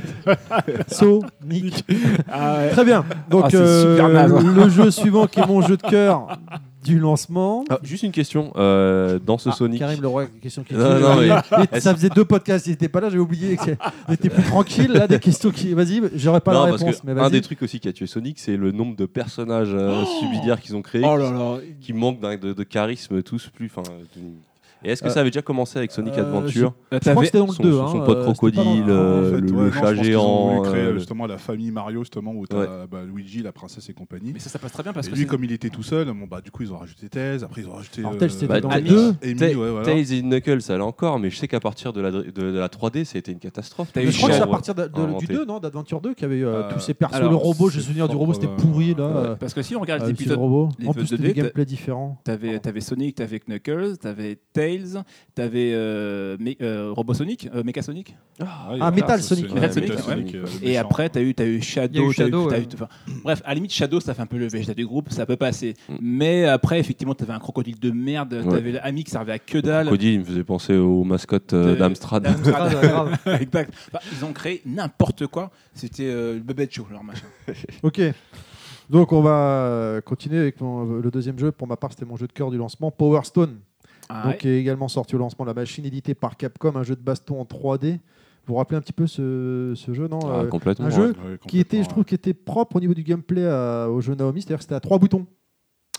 Speaker 5: Sonic.
Speaker 7: Ah ouais.
Speaker 5: Très bien. Donc
Speaker 7: Ah, c'est
Speaker 5: euh,
Speaker 7: super naze, hein.
Speaker 5: le jeu suivant qui est mon jeu de cœur du lancement.
Speaker 10: Ah, juste une question. euh, dans ce
Speaker 5: Ah,
Speaker 10: Sonic.
Speaker 5: Karim Leroy, question qui
Speaker 10: Non, non,
Speaker 5: Il-
Speaker 10: mais-
Speaker 5: il- ça faisait deux podcasts, il était pas là, j'ai oublié qu'on était plus tranquille là, des questions qui. Vas-y, j'aurais pas
Speaker 10: Non,
Speaker 5: la
Speaker 10: parce
Speaker 5: réponse,
Speaker 10: que
Speaker 5: mais
Speaker 10: un
Speaker 5: vas-y.
Speaker 10: des trucs aussi qui a tué Sonic, c'est le nombre de personnages euh, subsidiaires qu'ils ont créés,
Speaker 7: Oh là là.
Speaker 10: qui manquent d'un- de, de charisme tous plus. enfin, de- Et est-ce que
Speaker 5: Euh,
Speaker 10: ça avait déjà commencé avec Sonic
Speaker 5: euh,
Speaker 10: Adventure
Speaker 7: Euh,
Speaker 5: Je crois que
Speaker 7: t'avais-
Speaker 5: c'était dans le
Speaker 10: son,
Speaker 5: deux.
Speaker 10: son-
Speaker 5: hein,
Speaker 10: son pote
Speaker 5: euh,
Speaker 10: crocodile,
Speaker 5: c'était pas dans le-
Speaker 10: euh,
Speaker 6: En fait,
Speaker 10: le,
Speaker 6: ouais,
Speaker 10: le
Speaker 6: non,
Speaker 10: chat
Speaker 6: je pense qu'ils ont
Speaker 10: géant.
Speaker 6: voulu créer
Speaker 10: euh,
Speaker 6: justement la famille Mario, justement, où t'as
Speaker 10: Ouais.
Speaker 6: bah, Luigi, la princesse et compagnie.
Speaker 7: Mais ça, ça passe très bien parce
Speaker 6: Et
Speaker 7: que
Speaker 6: lui,
Speaker 7: c'est-
Speaker 6: comme il était tout seul, bon, bah, du coup, ils ont rajouté Tails, après, ils ont rajouté.
Speaker 5: Alors, Tails, c'était
Speaker 10: bah,
Speaker 5: dans
Speaker 10: Amy-
Speaker 5: le deux.
Speaker 6: Amy,
Speaker 10: Ta-
Speaker 6: ouais, voilà.
Speaker 10: Tails et Knuckles, ça allait encore, mais je sais qu'à partir de la, de, de la trois D, ça a été une catastrophe.
Speaker 7: T'as
Speaker 5: Mais
Speaker 7: eu
Speaker 5: je crois que c'est à
Speaker 10: Shadow,
Speaker 5: partir de- de-
Speaker 10: inventé.
Speaker 5: du deux, non, d'Adventure deux, qui avait euh,
Speaker 6: Euh,
Speaker 5: tous ces persos.
Speaker 7: alors,
Speaker 5: le robot, j'ai
Speaker 6: c'est
Speaker 5: souvenir du
Speaker 6: fort
Speaker 5: robot, c'était
Speaker 6: probable.
Speaker 5: pourri là. euh,
Speaker 7: parce que si on regarde
Speaker 5: euh,
Speaker 7: les
Speaker 5: c'est le
Speaker 7: épisodes,
Speaker 5: robot.
Speaker 7: les
Speaker 5: En plus,
Speaker 7: épisodes
Speaker 5: c'était des
Speaker 7: deux D,
Speaker 5: gameplays différents.
Speaker 7: t'avais t'avais Sonic, t'avais Knuckles, t'avais Tails, t'avais euh, Me- euh, Robosonic, euh, Mecha Sonic.
Speaker 5: Ah, Metal Sonic.
Speaker 7: Metal Sonic, ouais.
Speaker 6: euh, le
Speaker 7: Et
Speaker 6: méchant.
Speaker 7: après, t'as eu, t'as eu
Speaker 9: Il y a
Speaker 7: Shadow.
Speaker 9: eu
Speaker 7: t'as
Speaker 9: Shadow,
Speaker 7: t'as
Speaker 9: ouais.
Speaker 7: enfin, bref, à la limite, Shadow, ça fait un peu le végétal du groupe, ça peut passer.
Speaker 10: Mm.
Speaker 7: Mais après, effectivement, t'avais un crocodile de merde,
Speaker 10: Ouais.
Speaker 7: t'avais l'ami qui servait à que dalle.
Speaker 10: Crocodile, il me faisait penser aux mascottes euh,
Speaker 7: De-
Speaker 10: d'Amstrad.
Speaker 7: d'Amstrad.
Speaker 9: Ah, grave.
Speaker 7: Exact. Bah, ils ont créé n'importe quoi. C'était euh, le Bubble Show, leur machin.
Speaker 5: Ok. Donc on va euh, continuer avec mon- le deuxième jeu. Pour ma part, c'était mon jeu de cœur du lancement, Power Stone.
Speaker 7: Ah,
Speaker 5: Donc,
Speaker 7: ouais.
Speaker 5: qui est également sorti au lancement de la machine, édité par Capcom, un jeu de baston en trois D. Vous vous rappelez un petit peu ce, ce jeu, non
Speaker 10: Ah,
Speaker 5: Euh,
Speaker 10: complètement.
Speaker 5: un jeu
Speaker 6: Ouais,
Speaker 5: qui était, je
Speaker 6: complètement,
Speaker 5: trouve, qui était propre au niveau du gameplay à- au jeu Naomi, c'est-à-dire que c'était à trois boutons.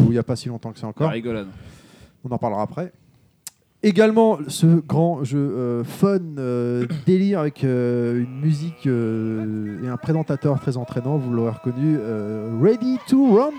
Speaker 5: il n'y a pas si longtemps que ça
Speaker 7: La
Speaker 5: encore.
Speaker 7: rigolade.
Speaker 5: On en parlera après. Également, ce grand jeu euh, fun, euh, délire avec euh, une musique euh, et un présentateur très entraînant, vous l'aurez reconnu, euh, Ready to Rumble.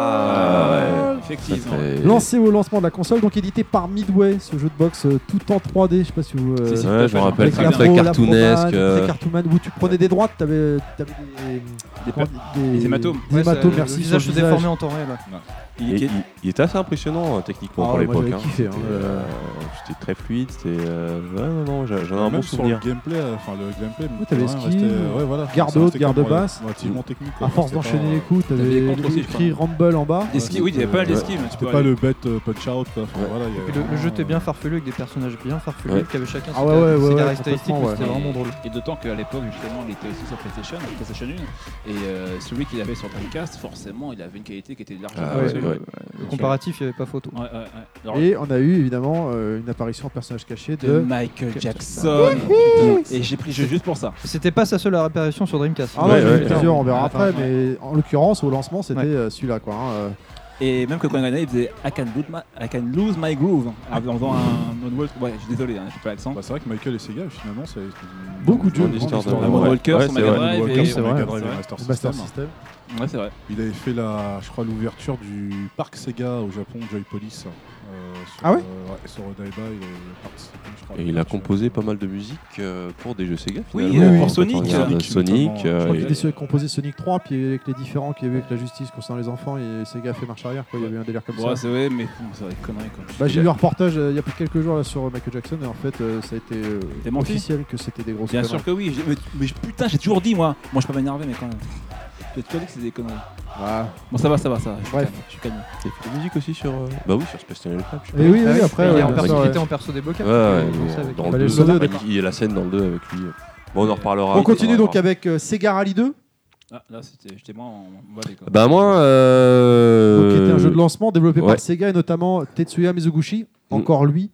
Speaker 10: Ah, ouais.
Speaker 7: Effectivement.
Speaker 10: Fait-
Speaker 5: Lancé au lancement de la console, donc édité par Midway, ce jeu de boxe euh, tout en trois D, je sais pas si vous... euh,
Speaker 7: Si, si.
Speaker 10: Ouais, je me rappelle,
Speaker 5: avec
Speaker 10: très,
Speaker 5: la
Speaker 10: très
Speaker 5: pro, la
Speaker 10: cartoonesque.
Speaker 5: fromage,
Speaker 10: euh,
Speaker 5: très cartoon, où tu prenais des droites, t'avais, t'avais des,
Speaker 7: Des
Speaker 5: comment-
Speaker 7: pa- des hématomes.
Speaker 5: des
Speaker 9: Ouais, ça-
Speaker 5: hématomes,
Speaker 9: le
Speaker 5: merci.
Speaker 9: visage
Speaker 5: sur
Speaker 9: se
Speaker 5: le visage.
Speaker 9: déformait en temps réel. ouais.
Speaker 7: Il,
Speaker 10: Et
Speaker 7: il-
Speaker 10: il, il était assez impressionnant euh, techniquement
Speaker 5: Ah
Speaker 10: pour
Speaker 5: ouais, moi,
Speaker 10: l'époque.
Speaker 5: j'avais
Speaker 10: hein.
Speaker 5: kiffé, hein,
Speaker 10: C'était,
Speaker 5: euh,
Speaker 10: euh, c'était très fluide. C'était euh, ouais, non, non, j'ai- j'en ai un bon
Speaker 6: Même sur
Speaker 10: souvenir.
Speaker 6: le gameplay, euh, enfin le gameplay.
Speaker 5: Ouais, t'avais
Speaker 6: ouais,
Speaker 5: esquive,
Speaker 6: restait- ouais, voilà,
Speaker 5: garde
Speaker 6: ça
Speaker 5: haute,
Speaker 6: restait
Speaker 5: garde
Speaker 6: comme,
Speaker 5: basse.
Speaker 6: relativement technique. quoi.
Speaker 5: À force
Speaker 6: C'était
Speaker 5: d'enchaîner
Speaker 6: pas-
Speaker 5: les coups,
Speaker 7: T'avais
Speaker 5: t'avais
Speaker 7: des contres aussi, je
Speaker 5: écrit
Speaker 7: crois.
Speaker 5: Rumble en bas.
Speaker 7: Des skis, oui, il y avait pas mal
Speaker 10: Ouais.
Speaker 7: d'esquives. tu
Speaker 6: C'était
Speaker 7: peux
Speaker 6: pas
Speaker 7: aller-
Speaker 6: le bet euh, punch out. quoi. Enfin,
Speaker 10: Ouais.
Speaker 6: voilà, il y
Speaker 9: Et
Speaker 6: avait
Speaker 9: puis le, le jeu était
Speaker 6: vraiment,
Speaker 9: bien
Speaker 6: euh,
Speaker 9: farfelu avec des personnages bien farfelus
Speaker 10: Ouais.
Speaker 9: qui avaient chacun
Speaker 5: Ah
Speaker 9: ses,
Speaker 5: ouais, ouais,
Speaker 9: ses
Speaker 5: ouais, ouais,
Speaker 9: caractéristiques,
Speaker 5: complètement,
Speaker 9: c'était
Speaker 7: ouais.
Speaker 9: vraiment drôle.
Speaker 7: Et d'autant qu'à l'époque, justement, il était aussi sur PlayStation, PlayStation un. Et euh, celui qu'il avait sur Dreamcast, forcément, il avait une qualité qui était largement
Speaker 10: Ah
Speaker 5: ouais,
Speaker 7: au-dessus.
Speaker 10: ouais.
Speaker 9: Le comparatif, il n'y avait pas photo.
Speaker 7: Ouais, ouais, ouais. Alors,
Speaker 5: Et on a eu évidemment euh, une apparition en personnage caché
Speaker 7: de
Speaker 5: de.
Speaker 7: Michael Jackson. Et j'ai pris le jeu juste pour ça.
Speaker 9: C'était pas sa seule apparition sur Dreamcast.
Speaker 5: Ah non,
Speaker 10: Ouais,
Speaker 5: j'en ai
Speaker 10: ouais,
Speaker 5: eu plusieurs,
Speaker 9: ouais.
Speaker 5: on verra
Speaker 9: Enfin,
Speaker 5: après,
Speaker 9: ouais.
Speaker 5: mais en l'occurrence, au lancement, c'était
Speaker 9: Ouais.
Speaker 5: euh, celui-là, quoi. hein, euh.
Speaker 7: Et même que quand il gagnait, il faisait I can, lose my, I can lose my groove. En faisant un moonwalk. Ouais, je suis désolé, hein, j'ai pas l'accent.
Speaker 6: bah, c'est vrai que Michael et Sega, finalement, c'est
Speaker 5: Beaucoup de jeux,
Speaker 6: grande
Speaker 5: grande
Speaker 6: histoire
Speaker 5: histoire
Speaker 6: de-
Speaker 5: de-
Speaker 7: Un
Speaker 6: Ouais.
Speaker 7: Moonwalker
Speaker 10: Ouais,
Speaker 7: sur
Speaker 10: c'est
Speaker 7: Mega
Speaker 10: vrai.
Speaker 7: Drive.
Speaker 6: Moonwalker
Speaker 7: et-
Speaker 6: sur
Speaker 5: vrai,
Speaker 6: Mega
Speaker 7: c'est
Speaker 6: Drive et
Speaker 7: vrai.
Speaker 6: Master
Speaker 5: Le Master
Speaker 6: System.
Speaker 5: System.
Speaker 7: Ouais, c'est vrai.
Speaker 6: Il avait fait la, je crois, l'ouverture du parc Sega au Japon, Joy Police. euh, sur,
Speaker 5: Ah ouais
Speaker 6: euh, ouais, sur Odaiba, il a participé, je crois. à
Speaker 10: Et il a
Speaker 6: l'ouverture.
Speaker 10: composé pas mal de musique euh, pour des jeux Sega.
Speaker 7: Oui,
Speaker 10: finalement.
Speaker 5: euh,
Speaker 10: Quand
Speaker 7: pour Sonic,
Speaker 10: on regarde
Speaker 6: Sonic,
Speaker 10: Sonic.
Speaker 6: notamment,
Speaker 5: Je
Speaker 10: euh,
Speaker 5: crois
Speaker 10: et-
Speaker 5: qu'il était composé Sonic trois, puis avec les différents qu'il y avait avec la justice concernant les enfants, et Sega a fait marche arrière, quoi. Il y avait un délire comme
Speaker 7: Ouais,
Speaker 5: ça.
Speaker 7: c'est vrai, mais bon, c'est vrai, connerie quoi.
Speaker 5: Bah, j'ai vu un reportage euh, il y a quelques jours là, sur Michael Jackson, et en fait, euh, ça a été euh,
Speaker 7: T'es menti
Speaker 5: officiel que c'était des grosses
Speaker 7: Bien
Speaker 5: conneries.
Speaker 7: sûr que oui, j'ai- mais, mais putain, j'ai toujours dit moi. Moi, je peux pas m'énerver, mais quand même. J'ai toujours dit que c'était des conneries.
Speaker 5: Ah.
Speaker 7: Bon, ça va, ça va, ça va. Je suis
Speaker 5: Bref.
Speaker 7: calme, je suis calme.
Speaker 10: Il a fait de la musique aussi sur. euh, Bah oui, sur Space Channel quatre. je
Speaker 5: Et oui,
Speaker 9: Ah
Speaker 5: oui,
Speaker 9: oui,
Speaker 5: après,
Speaker 9: il,
Speaker 5: ouais,
Speaker 9: est en
Speaker 5: bien
Speaker 9: perso,
Speaker 5: sûr,
Speaker 9: il
Speaker 5: ouais.
Speaker 9: était en perso débloquable.
Speaker 10: Ouais, ouais,
Speaker 9: Il dansait avec-
Speaker 10: dans
Speaker 5: il
Speaker 10: le
Speaker 5: fallait
Speaker 10: deux,
Speaker 5: le sauver au
Speaker 10: il-
Speaker 5: départ.
Speaker 10: il y a la scène dans le deux avec lui. Bon, on en reparlera.
Speaker 5: On continue
Speaker 10: va
Speaker 5: donc
Speaker 10: voir.
Speaker 5: avec euh, Sega Rally deux,
Speaker 7: Ah, là, c'était, j'étais moi en bas quoi.
Speaker 10: Bah moi, euh...
Speaker 5: donc, qui était un jeu de lancement développé
Speaker 10: ouais.
Speaker 5: par Sega et notamment Tetsuya Mizuguchi, encore lui,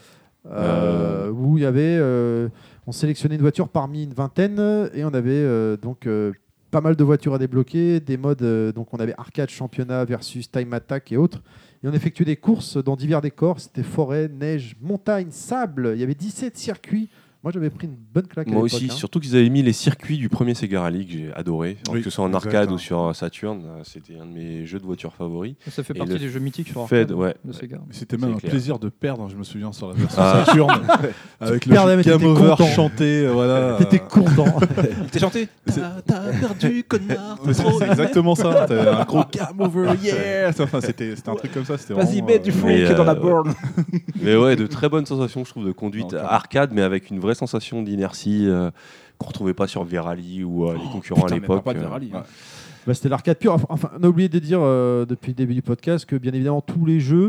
Speaker 5: euh, où il y avait, euh, on sélectionnait une voiture parmi une vingtaine et on avait euh, donc euh, pas mal de voitures à débloquer, des modes, euh, donc on avait arcade, championnat versus time attack et autres. Et on effectuait des courses dans divers décors, c'était forêt, neige, montagne, sable, il y avait dix-sept circuits. Moi j'avais pris une bonne claque à
Speaker 10: Moi
Speaker 5: l'époque,
Speaker 10: aussi,
Speaker 5: hein.
Speaker 10: surtout qu'ils avaient mis les circuits du premier Sega Rally que j'ai adoré,
Speaker 6: Oui,
Speaker 10: que ce soit en
Speaker 6: exact,
Speaker 10: arcade
Speaker 6: hein.
Speaker 10: ou sur Saturn, euh, c'était un de mes jeux de voitures favoris.
Speaker 9: Ça fait
Speaker 10: Et
Speaker 9: partie
Speaker 10: le
Speaker 9: des jeux mythiques sur
Speaker 10: Fed,
Speaker 9: arcade
Speaker 10: ouais.
Speaker 9: de Sega.
Speaker 6: Mais c'était
Speaker 10: C'est
Speaker 6: même un
Speaker 10: clair.
Speaker 6: plaisir de perdre, je me souviens, sur la version
Speaker 10: Ah.
Speaker 6: Saturn, avec le
Speaker 5: perdais,
Speaker 6: jeu
Speaker 5: mais
Speaker 6: Game
Speaker 5: t'étais
Speaker 6: Over
Speaker 5: content.
Speaker 6: chanté, euh, voilà.
Speaker 5: T'étais content.
Speaker 7: T'es chanté
Speaker 6: C'est-
Speaker 7: T'as t'as perdu, connard.
Speaker 6: Mais C'est c'est exactement ça, t'avais un gros Game Over, yeah. Enfin, c'était c'était un truc comme ça, c'était
Speaker 7: Vas-y,
Speaker 6: vraiment,
Speaker 7: mets du
Speaker 6: euh,
Speaker 7: fric
Speaker 10: mais,
Speaker 7: dans la
Speaker 10: euh,
Speaker 7: borne.
Speaker 10: Mais ouais, de très bonnes sensations, je trouve, de conduite
Speaker 6: Non, clairement.
Speaker 10: arcade, mais avec une vraie sensation d'inertie euh, qu'on retrouvait pas sur V-Rally ou euh, les concurrents
Speaker 7: Putain,
Speaker 10: à
Speaker 7: mais parle
Speaker 10: l'époque.
Speaker 7: pas de
Speaker 10: euh,
Speaker 7: rallye. hein.
Speaker 5: Bah, c'était l'arcade pure. Enfin, enfin, on a oublié de dire euh, depuis le début du podcast que bien évidemment tous les jeux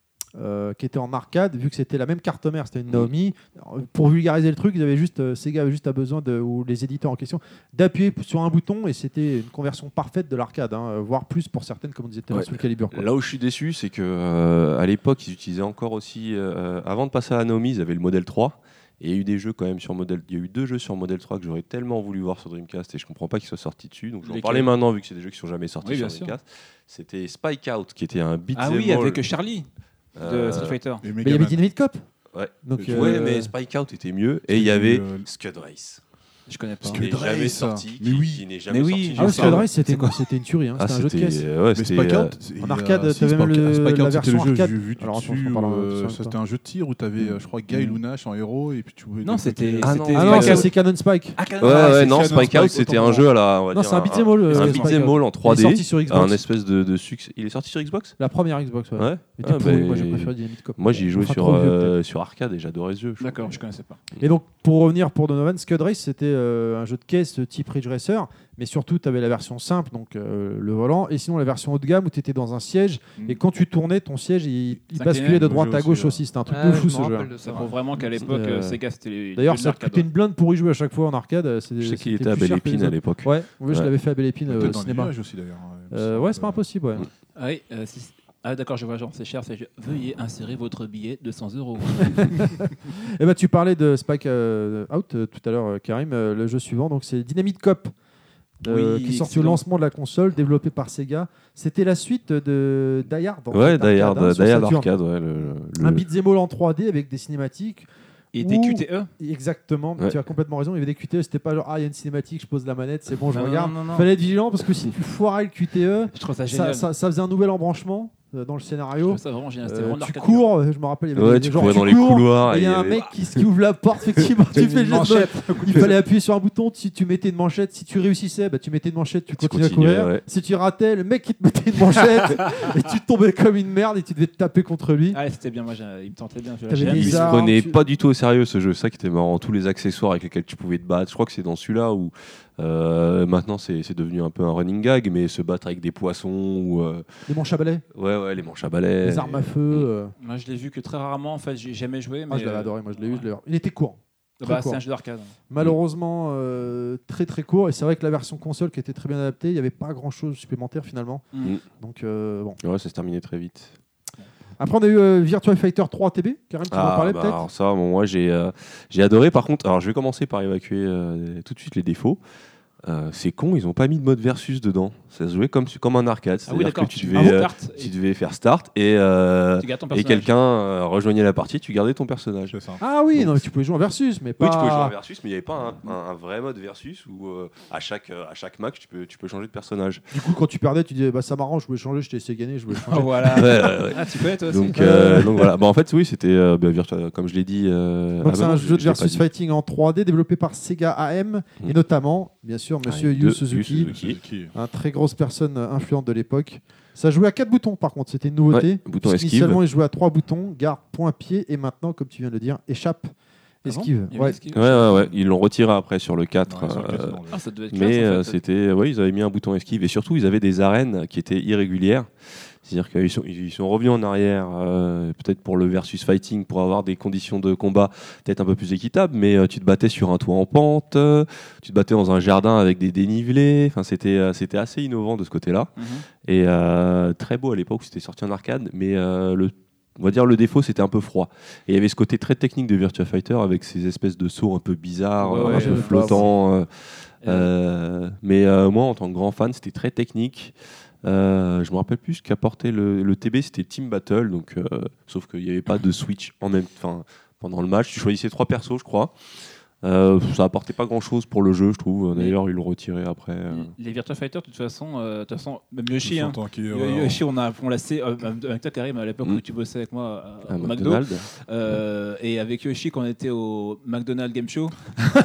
Speaker 5: euh, qui étaient en arcade, vu que c'était la même carte mère, c'était une Naomi, pour vulgariser le truc, ils avaient juste, euh, Sega avait juste à besoin de, ou les éditeurs en question, d'appuyer sur un bouton et c'était une conversion parfaite de l'arcade, hein, voire plus pour certaines, comme on disait tout à l'heure
Speaker 10: Ouais.
Speaker 5: sur le Calibur. quoi.
Speaker 10: Là où je suis déçu, c'est que euh, à l'époque, ils utilisaient encore aussi, euh, avant de passer à la Naomi, ils avaient le modèle trois. Et il y a eu des jeux quand même sur modèle. Il y a eu deux jeux sur modèle trois que j'aurais tellement voulu voir sur Dreamcast et je comprends pas qu'ils soient sortis dessus. Donc je vais en
Speaker 7: Lesquels
Speaker 10: parler maintenant vu que c'est des jeux qui sont jamais sortis
Speaker 7: Oui,
Speaker 10: sur
Speaker 7: bien sûr.
Speaker 10: Dreamcast. C'était Spike Out qui était un beat'em
Speaker 7: Ah oui,
Speaker 10: all.
Speaker 7: avec Charlie de
Speaker 10: Euh,
Speaker 7: Street Fighter.
Speaker 6: Et
Speaker 5: Mais il y avait
Speaker 6: Megaman.
Speaker 5: Dynamite Cop.
Speaker 10: Ouais.
Speaker 5: Donc,
Speaker 10: Ouais,
Speaker 5: euh,
Speaker 10: mais Spike Out était mieux. Et
Speaker 6: C'était
Speaker 10: il y avait
Speaker 6: euh,
Speaker 10: Scud Race.
Speaker 7: Je connais pas.
Speaker 10: Qui
Speaker 6: Scud
Speaker 10: n'est jamais
Speaker 6: Race,
Speaker 10: sorti.
Speaker 6: mais
Speaker 10: qui-
Speaker 6: oui.
Speaker 10: Qui n'est jamais
Speaker 7: Mais oui,
Speaker 10: sorti.
Speaker 7: j'ai
Speaker 5: Ah,
Speaker 10: sur
Speaker 5: le
Speaker 7: vu
Speaker 10: ça.
Speaker 5: Scud
Speaker 7: ça.
Speaker 5: Race, c'était
Speaker 7: C'est quoi
Speaker 5: c'était une tuerie, hein,
Speaker 10: Ah,
Speaker 5: c'était un jeu de
Speaker 10: c'était-
Speaker 5: caisse.
Speaker 10: ouais,
Speaker 6: Mais
Speaker 10: c'était,
Speaker 6: Spike
Speaker 10: euh,
Speaker 6: Out, il
Speaker 5: en
Speaker 6: y a-
Speaker 5: arcade,
Speaker 6: si,
Speaker 5: t'avais même
Speaker 6: Spike-
Speaker 5: le-
Speaker 6: Spike
Speaker 5: la
Speaker 6: Out, c'était le
Speaker 5: version
Speaker 6: jeu,
Speaker 5: arcade.
Speaker 6: j'ai vu du
Speaker 5: Alors,
Speaker 6: dessus,
Speaker 5: attends, on en parlera
Speaker 6: euh,
Speaker 5: sur un
Speaker 6: ça,
Speaker 5: peu.
Speaker 6: c'était un jeu de tir où t'avais, euh, je crois, Guy
Speaker 5: Mm.
Speaker 6: Lunash en héros et puis tu pouvais.
Speaker 7: Non, c'était.
Speaker 10: Ah non.
Speaker 7: c'était
Speaker 5: Ah non,
Speaker 7: Spike
Speaker 5: ça
Speaker 7: Out.
Speaker 5: c'est Canon Spike.
Speaker 7: Ah, Canon-
Speaker 10: Ouais,
Speaker 7: ah,
Speaker 10: ouais,
Speaker 7: c'est
Speaker 10: non,
Speaker 6: Canon
Speaker 10: Spike
Speaker 6: Spike,
Speaker 10: Out, c'était
Speaker 6: autant
Speaker 10: un
Speaker 6: pour
Speaker 10: jeu à la. on va
Speaker 5: Non,
Speaker 10: dire,
Speaker 5: c'est un beat'em all, euh,
Speaker 10: un
Speaker 5: Spike
Speaker 10: beat'em
Speaker 5: Out.
Speaker 10: all en trois
Speaker 5: Il est
Speaker 10: D.
Speaker 5: sorti sur Xbox.
Speaker 10: Un espèce de, de succès. Il est sorti sur Xbox
Speaker 5: La première Xbox, ouais.
Speaker 10: Ouais.
Speaker 5: Il était
Speaker 10: Ah,
Speaker 5: pourri,
Speaker 10: bah,
Speaker 5: moi j'ai préféré Dynamite Cop.
Speaker 10: Moi, j'y ai joué
Speaker 5: Enfin,
Speaker 10: sur,
Speaker 5: trop vieux,
Speaker 10: euh, sur arcade et j'adorais ce jeu. je
Speaker 7: D'accord,
Speaker 10: trouve.
Speaker 7: je connaissais pas.
Speaker 5: Et donc, pour revenir pour Donovan, Scud Race, c'était euh, un jeu de caisse type Ridge Racer, mais surtout, tu avais la version simple, donc euh, le volant, et sinon la version haut de gamme où tu étais dans un siège,
Speaker 6: Mm.
Speaker 5: et quand tu tournais, ton siège, il, il
Speaker 7: Ça
Speaker 5: basculait de
Speaker 6: inclinait,
Speaker 5: droite
Speaker 6: le
Speaker 5: à
Speaker 6: jeu
Speaker 5: gauche
Speaker 6: aussi,
Speaker 5: aussi. C'était un truc
Speaker 9: Ah,
Speaker 5: de
Speaker 9: je
Speaker 5: fou
Speaker 9: me
Speaker 5: ce jeu.
Speaker 9: rappelle de ça,
Speaker 7: Ça
Speaker 9: ouais.
Speaker 7: prouve vraiment qu'à l'époque,
Speaker 5: Euh,
Speaker 7: euh, Sega, c'était les.
Speaker 5: D'ailleurs,
Speaker 7: les
Speaker 5: ça
Speaker 7: arcades,
Speaker 5: coûtait une blinde pour y jouer à chaque fois en arcade. c'est-
Speaker 10: Je sais qu'il
Speaker 5: c'était
Speaker 10: était à
Speaker 5: plus
Speaker 10: Belle
Speaker 5: cher que les
Speaker 10: Épine à
Speaker 5: autres.
Speaker 10: l'époque.
Speaker 5: Ouais, oui, je
Speaker 10: Ouais.
Speaker 5: l'avais fait à Belle Épine euh,
Speaker 6: Peut-être
Speaker 5: au
Speaker 6: dans le
Speaker 5: cinéma.
Speaker 6: village aussi d'ailleurs. il me
Speaker 5: Euh,
Speaker 6: semble.
Speaker 5: ouais, c'est pas impossible. Ouais.
Speaker 7: Ah oui, euh, si- ah d'accord, je vois, genre c'est cher, c'est veuillez insérer votre billet deux cents euros.
Speaker 5: Eh ben, tu parlais de Spike euh, Out euh, tout à l'heure, euh, Karim. Euh, le jeu suivant, donc c'est Dynamite Cop. euh,
Speaker 7: Oui,
Speaker 5: qui est sorti
Speaker 7: excellent.
Speaker 5: au lancement de la console, développé par Sega. C'était la suite de Die Hard. en
Speaker 10: Ouais,
Speaker 5: fait,
Speaker 10: Die Hard,
Speaker 5: arcade, hein, sur
Speaker 10: Die Hard
Speaker 5: Saturn.
Speaker 10: Arcade, ouais. Le, le-
Speaker 5: Un beat'em all en trois D avec des cinématiques.
Speaker 7: Et des
Speaker 5: Ou-
Speaker 7: Q T E.
Speaker 5: Exactement,
Speaker 10: Ouais.
Speaker 5: tu as complètement raison. Il y avait des Q T E, c'était pas genre ah, il y a une cinématique, je pose la manette, c'est bon, je
Speaker 7: Non,
Speaker 5: regarde.
Speaker 7: non, non, non.
Speaker 5: Fallait être vigilant parce que si tu foirais le Q T E,
Speaker 7: Je trouve ça
Speaker 5: ça,
Speaker 7: génial.
Speaker 5: ça, ça faisait un nouvel embranchement euh, dans le
Speaker 7: Je
Speaker 5: scénario.
Speaker 7: trouve ça vraiment génial. C'était
Speaker 5: Euh,
Speaker 7: vraiment de
Speaker 5: tu
Speaker 7: l'arcade.
Speaker 5: cours, euh, je me rappelle, il y avait
Speaker 10: Ouais,
Speaker 5: des
Speaker 10: tu
Speaker 5: genre,
Speaker 10: courais
Speaker 5: tu
Speaker 10: dans les
Speaker 5: cours,
Speaker 10: couloirs.
Speaker 5: et il y a
Speaker 10: et
Speaker 5: un
Speaker 10: avait-
Speaker 5: mec qui, qui ouvre la porte, effectivement, tu fais le geste de- il fallait appuyer sur un bouton, si tu mettais une manchette, si tu réussissais, bah, tu mettais une manchette, tu,
Speaker 10: Tu
Speaker 5: continuais à
Speaker 10: continuais,
Speaker 5: courir.
Speaker 10: ouais.
Speaker 5: Si tu ratais, le mec qui te mettait une manchette et tu tombais comme une merde et tu devais te taper contre lui.
Speaker 7: Ah, c'était bien. Moi, j'ai- il me tentait bien. Je-
Speaker 5: T'avais
Speaker 7: j'ai
Speaker 5: des
Speaker 7: appuyé
Speaker 10: Il se
Speaker 7: sur-
Speaker 5: armes,
Speaker 10: prenait
Speaker 5: tu-
Speaker 10: pas du tout au sérieux ce jeu, ça qui était marrant. Tous les accessoires avec lesquels tu pouvais te battre. Je crois que c'est dans celui-là où euh, maintenant c'est c'est devenu un peu un running gag, mais se battre avec des poissons ou euh,
Speaker 5: Les manches à balai,
Speaker 10: ouais ouais les manches à balai.
Speaker 5: les armes à feu. euh,
Speaker 7: Moi, je l'ai vu que très rarement. En fait, j'ai jamais joué. Mais
Speaker 5: Ah, je l'avais
Speaker 7: euh,
Speaker 5: adoré, moi je l'ai eu, je l'ai eu. Il était court.
Speaker 7: bah,
Speaker 5: très
Speaker 7: c'est
Speaker 5: court.
Speaker 7: un jeu d'arcade.
Speaker 5: Malheureusement, euh, très très court. Et c'est vrai que la version console qui était très bien adaptée, il n'y avait pas grand chose supplémentaire finalement.
Speaker 7: Mm.
Speaker 5: Donc euh, bon.
Speaker 10: Ouais, ça se terminait très vite.
Speaker 5: Après, on a eu euh, Virtua Fighter trois T B. Karim, tu vas en
Speaker 10: Ah,
Speaker 5: parler
Speaker 10: bah,
Speaker 5: peut-être
Speaker 10: alors ça, bon, moi j'ai euh, j'ai adoré. Par contre, alors je vais commencer par évacuer euh, tout de suite les défauts. Euh, c'est con, ils ont pas mis de mode versus dedans. Ça se jouait comme, comme un arcade.
Speaker 7: Ah oui,
Speaker 10: C'est-à-dire
Speaker 7: d'accord.
Speaker 10: que tu
Speaker 7: Tu-
Speaker 10: devais,
Speaker 7: ah,
Speaker 10: euh,
Speaker 7: start,
Speaker 10: tu
Speaker 7: et-
Speaker 10: devais faire start et, euh,
Speaker 7: Tu gardes ton
Speaker 10: et
Speaker 7: personnage.
Speaker 10: quelqu'un euh, rejoignait la partie, tu gardais ton personnage.
Speaker 6: C'est ça.
Speaker 5: Ah oui,
Speaker 10: Donc,
Speaker 5: non, mais tu pouvais jouer en versus, mais pas.
Speaker 10: Oui, tu pouvais jouer en versus, mais il n'y avait pas un, un- un vrai mode versus où euh, à, chaque, euh, à chaque match tu peux, tu peux changer de personnage.
Speaker 5: Du coup, quand tu perdais, tu disais bah ça m'arrange, je voulais changer, je t'ai essayé de gagner, je voulais changer.
Speaker 7: Oh, voilà.
Speaker 10: Ouais, ouais, ouais.
Speaker 7: Ah, tu peux toi aussi.
Speaker 10: Donc, euh, donc voilà. Bah, en fait, oui, c'était euh, bah, Virtua- comme je l'ai dit. euh,
Speaker 5: Donc
Speaker 10: ah
Speaker 5: c'est
Speaker 10: bah non,
Speaker 5: un
Speaker 10: je-
Speaker 5: jeu de
Speaker 10: je l'ai pas
Speaker 5: versus
Speaker 10: dit.
Speaker 5: fighting en trois D développé par Sega A M
Speaker 10: Mm.
Speaker 5: et notamment, bien sûr, Monsieur
Speaker 10: Ah,
Speaker 5: Yu
Speaker 10: de-
Speaker 5: Suzuki,
Speaker 10: Yu Suzuki.
Speaker 6: Qui-
Speaker 5: un très grosse personne euh, influente de l'époque. Ça jouait à quatre boutons par contre, c'était une nouveauté.
Speaker 10: Ouais, bouton
Speaker 5: Puisque
Speaker 10: esquive.
Speaker 5: Initialement, il jouait à trois boutons, garde, point, pied, et maintenant, comme tu viens de le dire, échappe,
Speaker 7: Ah bon
Speaker 5: esquive.
Speaker 7: Il y avait
Speaker 5: Ouais.
Speaker 7: esquive.
Speaker 10: Ouais, ouais, ouais. Ils l'ont retiré après sur le quatre.
Speaker 6: Ouais, sur le
Speaker 10: euh,
Speaker 6: précédent,
Speaker 7: Ah, ça devait être
Speaker 10: mais
Speaker 7: classe, en
Speaker 10: euh,
Speaker 7: fait.
Speaker 10: c'était, ouais, ils avaient mis un bouton esquive et surtout ils avaient des arènes qui étaient irrégulières. C'est-à-dire qu'ils sont, ils sont revenus en arrière, euh, peut-être pour le versus fighting, pour avoir des conditions de combat peut-être un peu plus équitables, mais euh, tu te battais sur un toit en pente, euh, tu te battais dans un jardin avec des dénivelés. Enfin, c'était, euh, c'était assez innovant de ce côté-là
Speaker 7: Mhm.
Speaker 10: et euh, très beau à l'époque où c'était sorti en arcade, mais euh, le on va dire le défaut, c'était un peu froid. Et il y avait ce côté très technique de Virtua Fighter avec ces espèces de sauts un peu bizarres,
Speaker 7: Ouais,
Speaker 10: euh,
Speaker 7: ouais,
Speaker 10: un
Speaker 7: je
Speaker 10: peu
Speaker 7: vois,
Speaker 10: flottants. euh,
Speaker 7: Et-
Speaker 10: euh, mais euh, moi, en tant que grand fan, c'était très technique. Euh, je me rappelle plus ce qu'apportait le, le T B, c'était Team Battle, donc, euh, sauf qu'il n'y avait pas de switch en même, enfin, pendant le match. Tu choisissais trois persos, je crois. Euh, ça apportait pas grand chose pour le jeu, je trouve. D'ailleurs, ils l'ont retiré après. euh.
Speaker 7: Les Virtua Fighter, de toute façon, euh, de toute façon même
Speaker 6: Tous
Speaker 7: Yoshi,
Speaker 6: en
Speaker 7: hein.
Speaker 6: tant que-
Speaker 7: Yo-
Speaker 6: ouais,
Speaker 7: Yoshi, on a, on l'a sé- euh, avec toi Karim à l'époque
Speaker 10: Mm.
Speaker 7: où tu bossais avec moi à,
Speaker 10: à
Speaker 7: au McDo,
Speaker 10: McDonald's.
Speaker 7: euh, et avec Yoshi quand on était au McDonald's Game Show,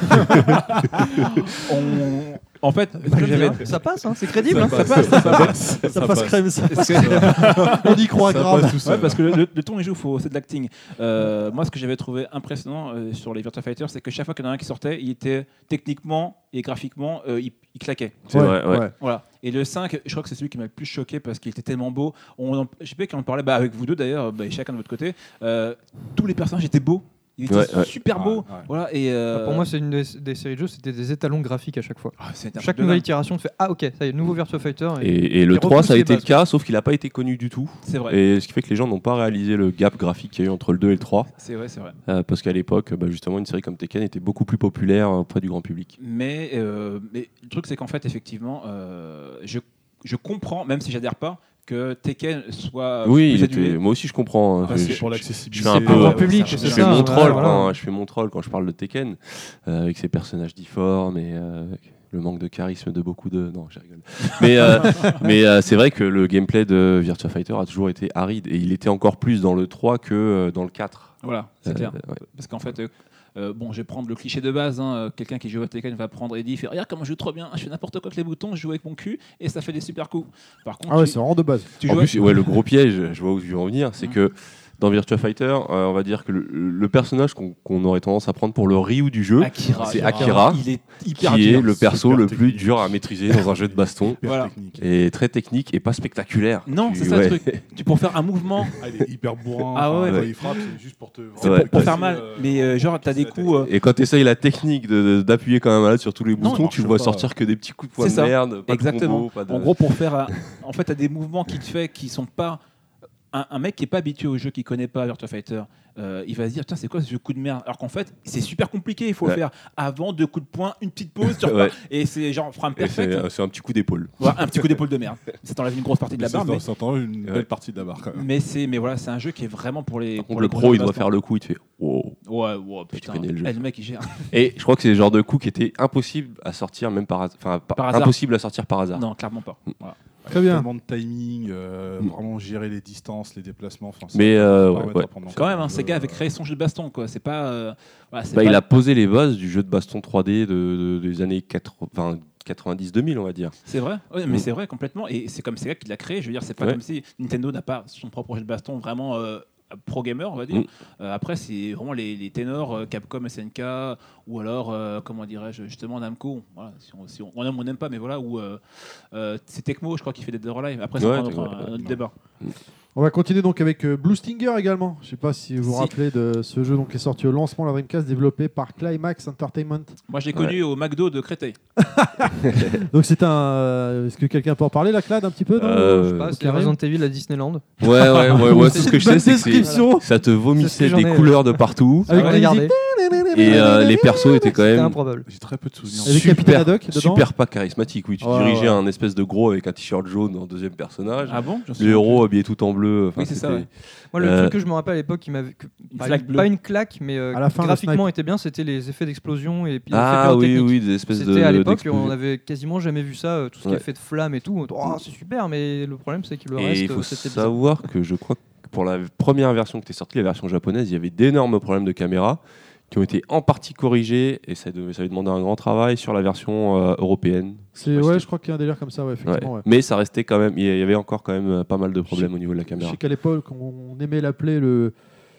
Speaker 7: on, en fait, j'avais-
Speaker 9: Ça passe, hein, c'est crédible. hein.
Speaker 6: Ça passe, ça passe.
Speaker 5: Ça passe crème, ça.
Speaker 7: Parce que-
Speaker 5: On y croit
Speaker 6: Ça
Speaker 5: grave.
Speaker 6: passe tout seul.
Speaker 7: Ouais, parce que le, le- le ton il joue, faut, c'est de l'acting. Euh, moi, ce que j'avais trouvé impressionnant euh, sur les Virtua Fighter, c'est que chaque fois qu'il y en a un qui sortait, il était techniquement et graphiquement, euh, il, il claquait.
Speaker 10: C'est vrai, ouais.
Speaker 7: Voilà. Et le cinq, je crois que c'est celui qui m'a le plus choqué parce qu'il était tellement beau. On en- je sais pas qui en parlait, bah, avec vous deux d'ailleurs, bah, chacun de votre côté. Euh, tous les personnages étaient beaux. Ils étaient
Speaker 10: Ouais, ouais.
Speaker 7: super beaux.
Speaker 6: Ouais, ouais.
Speaker 7: Voilà, et euh,
Speaker 9: Pour moi, c'est une des, des séries de jeux, c'était des étalons graphiques à chaque fois.
Speaker 7: ah, c'était un
Speaker 9: Chaque
Speaker 7: truc de
Speaker 9: nouvelle
Speaker 7: dingue.
Speaker 9: itération te fait ah ok, ça y est, nouveau Virtua Fighter.
Speaker 10: Et, et le
Speaker 9: Qui
Speaker 10: trois,
Speaker 9: repousse
Speaker 10: ça a
Speaker 9: les
Speaker 10: été le
Speaker 9: bases.
Speaker 10: cas, sauf qu'il n'a pas été connu du tout.
Speaker 7: C'est vrai.
Speaker 10: Et ce qui fait que les gens n'ont pas réalisé le gap graphique qu'il y a eu entre le deux et le trois.
Speaker 7: C'est vrai, c'est vrai.
Speaker 10: Euh, parce qu'à l'époque, bah, justement, une série comme Tekken était beaucoup plus populaire auprès du grand public.
Speaker 7: Mais, euh, mais le truc, c'est qu'en fait, effectivement, euh, je, je comprends, même si j'adhère pas, que Tekken soit
Speaker 10: oui,
Speaker 7: plus
Speaker 10: il
Speaker 7: adulé.
Speaker 10: était- moi aussi je comprends. hein.
Speaker 7: Parce
Speaker 10: Je-
Speaker 7: que
Speaker 10: je-
Speaker 6: pour
Speaker 10: je-
Speaker 6: l'accessibilité.
Speaker 10: Je fais un
Speaker 9: C'est
Speaker 10: peu,
Speaker 9: pas grand
Speaker 10: euh,
Speaker 9: public,
Speaker 10: je
Speaker 9: c'est
Speaker 10: fais
Speaker 9: ça,
Speaker 10: mon
Speaker 9: ouais,
Speaker 10: troll
Speaker 9: voilà.
Speaker 10: quand je fais mon troll quand je parle de Tekken euh, avec ses personnages difformes et euh, le manque de charisme de beaucoup de non, je rigole. Mais euh, mais euh, c'est vrai que le gameplay de Virtua Fighter a toujours été aride et il était encore plus dans le trois que euh, dans le quatre.
Speaker 7: Voilà, c'est
Speaker 10: Euh,
Speaker 7: clair.
Speaker 10: ouais.
Speaker 7: Parce qu'en fait, euh, euh, bon, je vais prendre le cliché de base. hein, euh, Quelqu'un qui joue à Tekken va prendre Eddie, il fait regarde comment je joue trop bien, je fais n'importe quoi avec les boutons, je joue avec mon cul et ça fait des super coups. Par contre,
Speaker 5: Ah ouais,
Speaker 7: tu,
Speaker 5: c'est vraiment de base.
Speaker 7: tu
Speaker 10: En
Speaker 7: joues
Speaker 10: plus, ouais, le gros piège, je vois où je veux en venir, c'est
Speaker 7: Mhm.
Speaker 10: que dans Virtua Fighter, euh, on va dire que le, le personnage qu'on qu'on aurait tendance à prendre pour le Ryu du jeu,
Speaker 7: Akira,
Speaker 10: c'est
Speaker 7: Akira.
Speaker 10: Akira,
Speaker 7: Il est hyper
Speaker 10: qui
Speaker 7: dur.
Speaker 10: est le perso
Speaker 6: super
Speaker 10: le plus
Speaker 6: technique.
Speaker 10: dur à maîtriser dans un jeu de baston.
Speaker 6: Hyper
Speaker 7: Voilà.
Speaker 6: technique.
Speaker 10: Et très technique et pas spectaculaire.
Speaker 7: Non,
Speaker 10: Tu-
Speaker 7: c'est ça
Speaker 10: ouais.
Speaker 7: le truc. Tu pour faire un mouvement,
Speaker 6: Ah, il est hyper bourrin.
Speaker 7: Ah
Speaker 6: enfin,
Speaker 7: ouais.
Speaker 6: quand il frappe, c'est juste pour te.
Speaker 7: c'est
Speaker 10: Ouais.
Speaker 7: pour, pour
Speaker 6: casser,
Speaker 7: faire mal.
Speaker 6: euh,
Speaker 7: Mais euh, genre, t'as des
Speaker 6: casser la
Speaker 7: coups. euh,
Speaker 10: Et quand tu essayes la technique de- de- d'appuyer quand même malade sur tous les
Speaker 7: Non,
Speaker 10: boutons,
Speaker 6: ça
Speaker 10: tu
Speaker 6: marche
Speaker 10: vois
Speaker 6: pas.
Speaker 10: sortir que des petits coups de poing
Speaker 7: C'est
Speaker 10: de
Speaker 7: ça.
Speaker 10: merde, pas
Speaker 7: Exactement.
Speaker 10: de combo, pas de...
Speaker 7: En gros, pour faire. un- En fait, t'as des mouvements qui te fait qui sont pas. Un, un mec qui est pas habitué au jeu, qui connaît pas Virtua Fighter, euh, il va se dire tiens, c'est quoi ce coup de merde? Alors qu'en fait, c'est super compliqué. Il faut
Speaker 10: Ouais.
Speaker 7: faire avant deux coups de poing, une petite pause, tu
Speaker 10: Ouais.
Speaker 7: repars. Et c'est genre frame
Speaker 10: Et c'est
Speaker 7: perfect.
Speaker 10: c'est un petit coup d'épaule.
Speaker 7: Ouais, un petit coup d'épaule de merde. Ça t'enlève une grosse partie de la
Speaker 6: Mais
Speaker 7: barre.
Speaker 6: ça,
Speaker 7: Mais,
Speaker 6: ça t'enlève une
Speaker 10: Ouais.
Speaker 6: belle partie de la barre quand même.
Speaker 7: mais c'est, mais voilà, c'est un jeu qui est vraiment pour les.
Speaker 10: Par
Speaker 7: pour
Speaker 10: contre,
Speaker 7: les
Speaker 10: le
Speaker 7: gros
Speaker 10: pro,
Speaker 7: jeux
Speaker 10: il
Speaker 7: de
Speaker 10: doit
Speaker 7: baston.
Speaker 10: faire le coup, il te fait wow.
Speaker 7: Ouais, ouais, putain.
Speaker 10: connais le jeu.
Speaker 7: Eh, le mec, il gère.
Speaker 10: Et je crois que c'est le genre de coup qui était impossible à sortir, même par, has- enfin, par-
Speaker 7: Par hasard.
Speaker 10: impossible à sortir par hasard.
Speaker 7: Non, clairement pas. Voilà.
Speaker 5: Très bien.
Speaker 6: Tellement de timing, euh,
Speaker 10: Mm.
Speaker 6: vraiment gérer les distances, les déplacements. Enfin, ça
Speaker 10: Mais,
Speaker 6: peut
Speaker 10: euh,
Speaker 6: se
Speaker 10: ouais,
Speaker 6: permettre
Speaker 10: ouais.
Speaker 6: d'apprendre en
Speaker 7: Quand
Speaker 6: fait.
Speaker 7: même, hein,
Speaker 6: Euh,
Speaker 7: Sega avait créé son jeu de baston, quoi. C'est pas. euh, voilà, c'est
Speaker 10: Bah,
Speaker 7: pas-
Speaker 10: il a posé les bases du jeu de baston trois D de, de- des années quatre-vingts, quatre-vingt-dix deux mille, on va dire.
Speaker 7: C'est vrai, ouais, mais
Speaker 10: Mm.
Speaker 7: c'est vrai complètement. Et c'est comme Sega qui l'a créé. Je veux dire, c'est pas
Speaker 10: Ouais.
Speaker 7: comme si Nintendo n'a pas son propre jeu de baston vraiment euh, pro gamer, on va dire.
Speaker 10: Mm.
Speaker 7: Euh, après, c'est vraiment les, les ténors euh, Capcom, S N K, ou alors, euh, comment dirais-je, justement Namco. Voilà, si on, si on, on aime ou on n'aime pas, mais voilà, ou euh, euh, c'est Tecmo, je crois, qui fait des Dead or Alive. Après, c'est
Speaker 10: Ouais,
Speaker 7: un autre,
Speaker 10: Tecmo,
Speaker 7: un
Speaker 10: ouais.
Speaker 7: autre débat.
Speaker 5: On va continuer donc avec euh, Blue Stinger également. Je sais pas si vous vous
Speaker 7: Si.
Speaker 5: rappelez de ce jeu donc, qui est sorti au lancement de la Dreamcast, développé par Climax Entertainment.
Speaker 7: Moi, je l'ai connu au McDo de Créteil.
Speaker 5: Donc c'est un. euh, Est-ce que quelqu'un peut en parler, la Clad, un petit peu non
Speaker 10: Euh,
Speaker 9: Je sais pas, c'est
Speaker 5: Karim
Speaker 9: Resident Evil à Disneyland.
Speaker 10: Ouais, ouais, ouais, ouais, tout ce que je sais,
Speaker 5: Bonne
Speaker 10: c'est que c'est-
Speaker 5: description.
Speaker 10: ça te
Speaker 9: C'est
Speaker 10: vomissait
Speaker 9: ce que
Speaker 10: des
Speaker 9: j'en ai,
Speaker 10: couleurs de partout.
Speaker 5: Avec
Speaker 9: Ouais,
Speaker 5: la
Speaker 9: regardez.
Speaker 5: musique.
Speaker 10: Et euh, les persos étaient quand
Speaker 9: C'était
Speaker 10: même
Speaker 9: improbable.
Speaker 6: J'ai très peu de souvenirs.
Speaker 5: Avec
Speaker 10: super,
Speaker 5: Capitaine Haddock dedans.
Speaker 10: super pas charismatique. Oui, tu
Speaker 5: Ouais,
Speaker 10: dirigeais
Speaker 5: ouais.
Speaker 10: un espèce de gros avec un t-shirt jaune en deuxième personnage.
Speaker 7: Ah bon? Je me
Speaker 10: Le
Speaker 7: souviens
Speaker 10: héros
Speaker 7: plus.
Speaker 10: habillé tout en bleu. Enfin,
Speaker 7: Oui, c'est ça,
Speaker 10: c'était-
Speaker 7: ouais.
Speaker 9: Moi, le
Speaker 10: Euh,
Speaker 9: truc que je me rappelle à l'époque, qui m'avait que-
Speaker 7: Une
Speaker 9: pas,
Speaker 7: flaque
Speaker 9: une,
Speaker 7: bleue.
Speaker 9: pas une claque, mais euh,
Speaker 5: À la fin, le
Speaker 9: graphiquement
Speaker 5: snipe.
Speaker 9: était bien, c'était les effets d'explosion et puis
Speaker 10: Ah
Speaker 9: l'effet
Speaker 10: oui,
Speaker 9: pyrotechnique.
Speaker 10: oui, des espèces de.
Speaker 9: C'était à l'époque,
Speaker 10: d'explosions.
Speaker 9: on avait quasiment jamais vu ça, euh, tout ce qui est
Speaker 10: Ouais.
Speaker 9: fait de flammes et tout. Oh, c'est super, mais le problème c'est que le
Speaker 10: Et
Speaker 9: reste,
Speaker 10: il faut
Speaker 9: euh, c'était bizarre.
Speaker 10: savoir que je crois que pour la première version qui était sortie, la version japonaise, il y avait d'énormes problèmes de caméra qui ont été en partie corrigés et ça, devait, ça avait demandé un grand travail sur la version euh, européenne.
Speaker 5: C'est-
Speaker 10: Ouais,
Speaker 5: ouais,
Speaker 10: c'était-
Speaker 5: je crois qu'il y a un délire comme ça, ouais,
Speaker 10: Ouais.
Speaker 5: effectivement. ouais.
Speaker 10: Mais ça restait quand même, il y avait encore quand même euh, pas mal de problèmes au niveau de la
Speaker 5: Je
Speaker 10: caméra.
Speaker 5: sais qu'à l'époque, on aimait l'appeler le,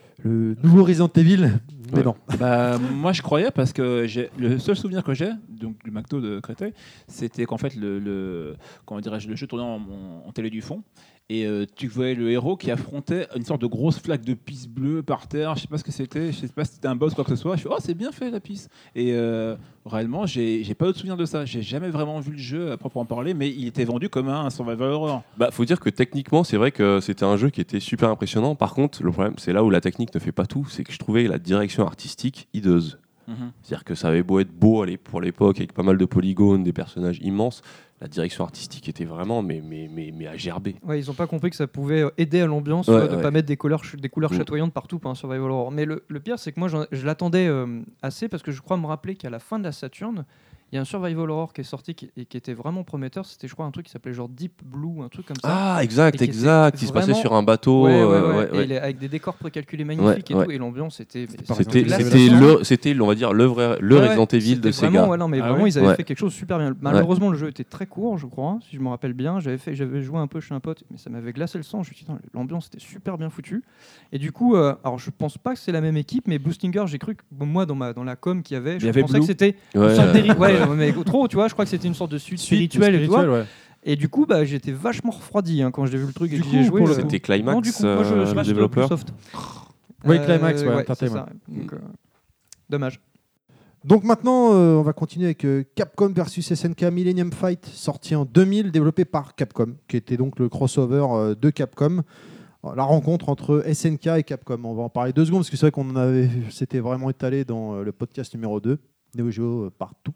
Speaker 5: le nouveau Resident Evil, mais
Speaker 10: Ouais.
Speaker 5: non.
Speaker 7: Bah, moi, je croyais parce que j'ai le seul souvenir que j'ai donc du McDo de Créteil, c'était qu'en fait le, le comment dirais-je, le jeu tournait en, en- en télé du fond et euh, tu voyais le héros qui affrontait une sorte de grosse flaque de pisse bleue par terre. Je sais pas ce que c'était, je sais pas si c'était un boss ou quoi que ce soit. Je fais oh c'est bien fait la pisse. Et euh, réellement j'ai j'ai pas d'autre souvenir de ça. J'ai jamais vraiment vu le jeu à proprement parler, mais il était vendu comme un survival horror.
Speaker 10: Bah, faut dire que techniquement, c'est vrai que c'était un jeu qui était super impressionnant. Par contre, le problème, c'est là où la technique ne fait pas tout, c'est que je trouvais la direction artistique hideuse. C'est-à-dire que ça avait beau être beau allez, pour l'époque, avec pas mal de polygones, des personnages immenses, la direction artistique était vraiment mais, mais, mais, mais à gerber.
Speaker 9: Ouais, ils ont pas compris que ça pouvait euh, aider à l'ambiance
Speaker 10: Ouais,
Speaker 9: euh, de
Speaker 10: ouais.
Speaker 9: pas mettre des couleurs, ch- des couleurs
Speaker 10: Mm.
Speaker 9: chatoyantes partout pour un survival horror. Mais le, le pire, c'est que moi, j'en- je l'attendais euh, assez parce que je crois me rappeler qu'à la fin de la Saturn, il y a un survival horror qui est sorti qui, et qui était vraiment prometteur. C'était, je crois, un truc qui s'appelait genre Deep Blue, un truc comme ça.
Speaker 10: Ah,
Speaker 9: Et
Speaker 10: exact,
Speaker 9: qui était
Speaker 10: exact. Il se passait
Speaker 9: vraiment-
Speaker 10: sur un bateau.
Speaker 9: Ouais, ouais,
Speaker 10: euh,
Speaker 9: ouais.
Speaker 10: ouais,
Speaker 9: Et
Speaker 10: ouais.
Speaker 9: les- avec des décors précalculés magnifiques
Speaker 10: Ouais,
Speaker 9: et
Speaker 10: ouais.
Speaker 9: tout. Et l'ambiance, c'était.
Speaker 5: pas
Speaker 10: C'était,
Speaker 5: Resident Evil.
Speaker 10: c'était,
Speaker 9: Là,
Speaker 10: le, c'était, on va dire, le, vrai, le
Speaker 9: Ouais,
Speaker 10: Resident Evil de
Speaker 9: c'était
Speaker 10: Sega.
Speaker 9: vraiment, ouais, non, mais
Speaker 7: Ah
Speaker 9: vraiment,
Speaker 7: ouais
Speaker 9: ils avaient
Speaker 10: Ouais.
Speaker 9: fait quelque chose de super bien. Malheureusement, le jeu était très court, je crois, si je me rappelle bien. J'avais fait, j'avais joué un peu chez un pote, mais ça m'avait glacé le sang. Je me suis dit, putain, l'ambiance était super bien foutue. Et du coup, euh, alors je pense pas que c'est la même équipe, mais Blue Stinger, j'ai cru que bon, moi, dans ma dans la com qu'il y avait,
Speaker 7: Il
Speaker 9: je
Speaker 7: y avait
Speaker 9: pensais
Speaker 7: Blue.
Speaker 9: que c'était
Speaker 10: Ouais,
Speaker 9: une sorte
Speaker 10: euh,
Speaker 9: d'éri- ouais, non, mais trop, tu vois. Je crois que c'était une sorte de suite
Speaker 5: Suite
Speaker 9: spirituelle, tu vois.
Speaker 5: spirituelle, ouais.
Speaker 9: Et du coup, bah, j'étais vachement refroidi hein, quand j'ai vu le truc et
Speaker 5: Du
Speaker 9: que
Speaker 5: coup,
Speaker 9: j'y ai joué.
Speaker 5: pour le
Speaker 9: euh,
Speaker 5: coup.
Speaker 10: C'était Climax,
Speaker 9: non, du coup, moi, je,
Speaker 10: euh,
Speaker 9: je
Speaker 10: le
Speaker 9: reste
Speaker 10: développeur.
Speaker 9: Ubisoft.
Speaker 5: Oui, Climax, ouais,
Speaker 9: c'est
Speaker 5: Entertainment.
Speaker 9: ça. Donc, euh, dommage.
Speaker 5: Donc maintenant, euh, on va continuer avec euh, Capcom versus S N K Millennium Fight, sorti en deux mille, développé par Capcom, qui était donc le crossover euh, de Capcom. Alors, la rencontre entre S N K et Capcom. On va en parler deux secondes, parce que c'est vrai qu'on en avait, c'était vraiment étalé dans euh, le podcast numéro deux, Neo Geo euh, partout.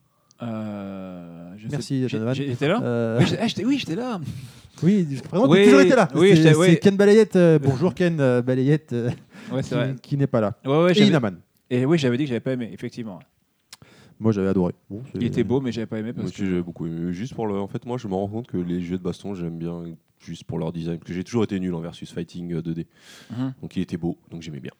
Speaker 7: Euh, je
Speaker 5: Merci,
Speaker 7: sais- j'ai-
Speaker 5: Donovan.
Speaker 7: j'ai- J'étais là.
Speaker 5: Euh,
Speaker 7: Oui, j'ai- ah, j'étais- oui, j'étais là.
Speaker 5: oui, je te présente,
Speaker 7: Oui,
Speaker 5: tu as toujours été là.
Speaker 7: oui,
Speaker 5: c'est,
Speaker 7: j'étais-
Speaker 5: c'est
Speaker 7: oui.
Speaker 5: Ken Balayette. euh, bonjour Ken euh, Balayette, euh,
Speaker 7: Ouais, c'est
Speaker 5: qui,
Speaker 7: vrai.
Speaker 5: qui n'est pas là.
Speaker 7: Ouais, ouais,
Speaker 5: Et
Speaker 7: j'avais-
Speaker 5: Inaman.
Speaker 7: Et oui, j'avais dit que j'avais pas aimé, effectivement.
Speaker 5: Moi, j'avais adoré. Bon, c'est-
Speaker 7: Il était beau, mais j'avais pas aimé
Speaker 10: Moi
Speaker 7: parce
Speaker 10: aussi,
Speaker 7: que.
Speaker 10: j'avais beaucoup aimé. Juste pour le, en fait, moi, je me rends compte que les jeux de baston, j'aime bien juste pour leur design. Parce que j'ai toujours été nul en versus fighting euh, deux D.
Speaker 7: Mhm.
Speaker 10: Donc il était beau, donc j'aimais bien.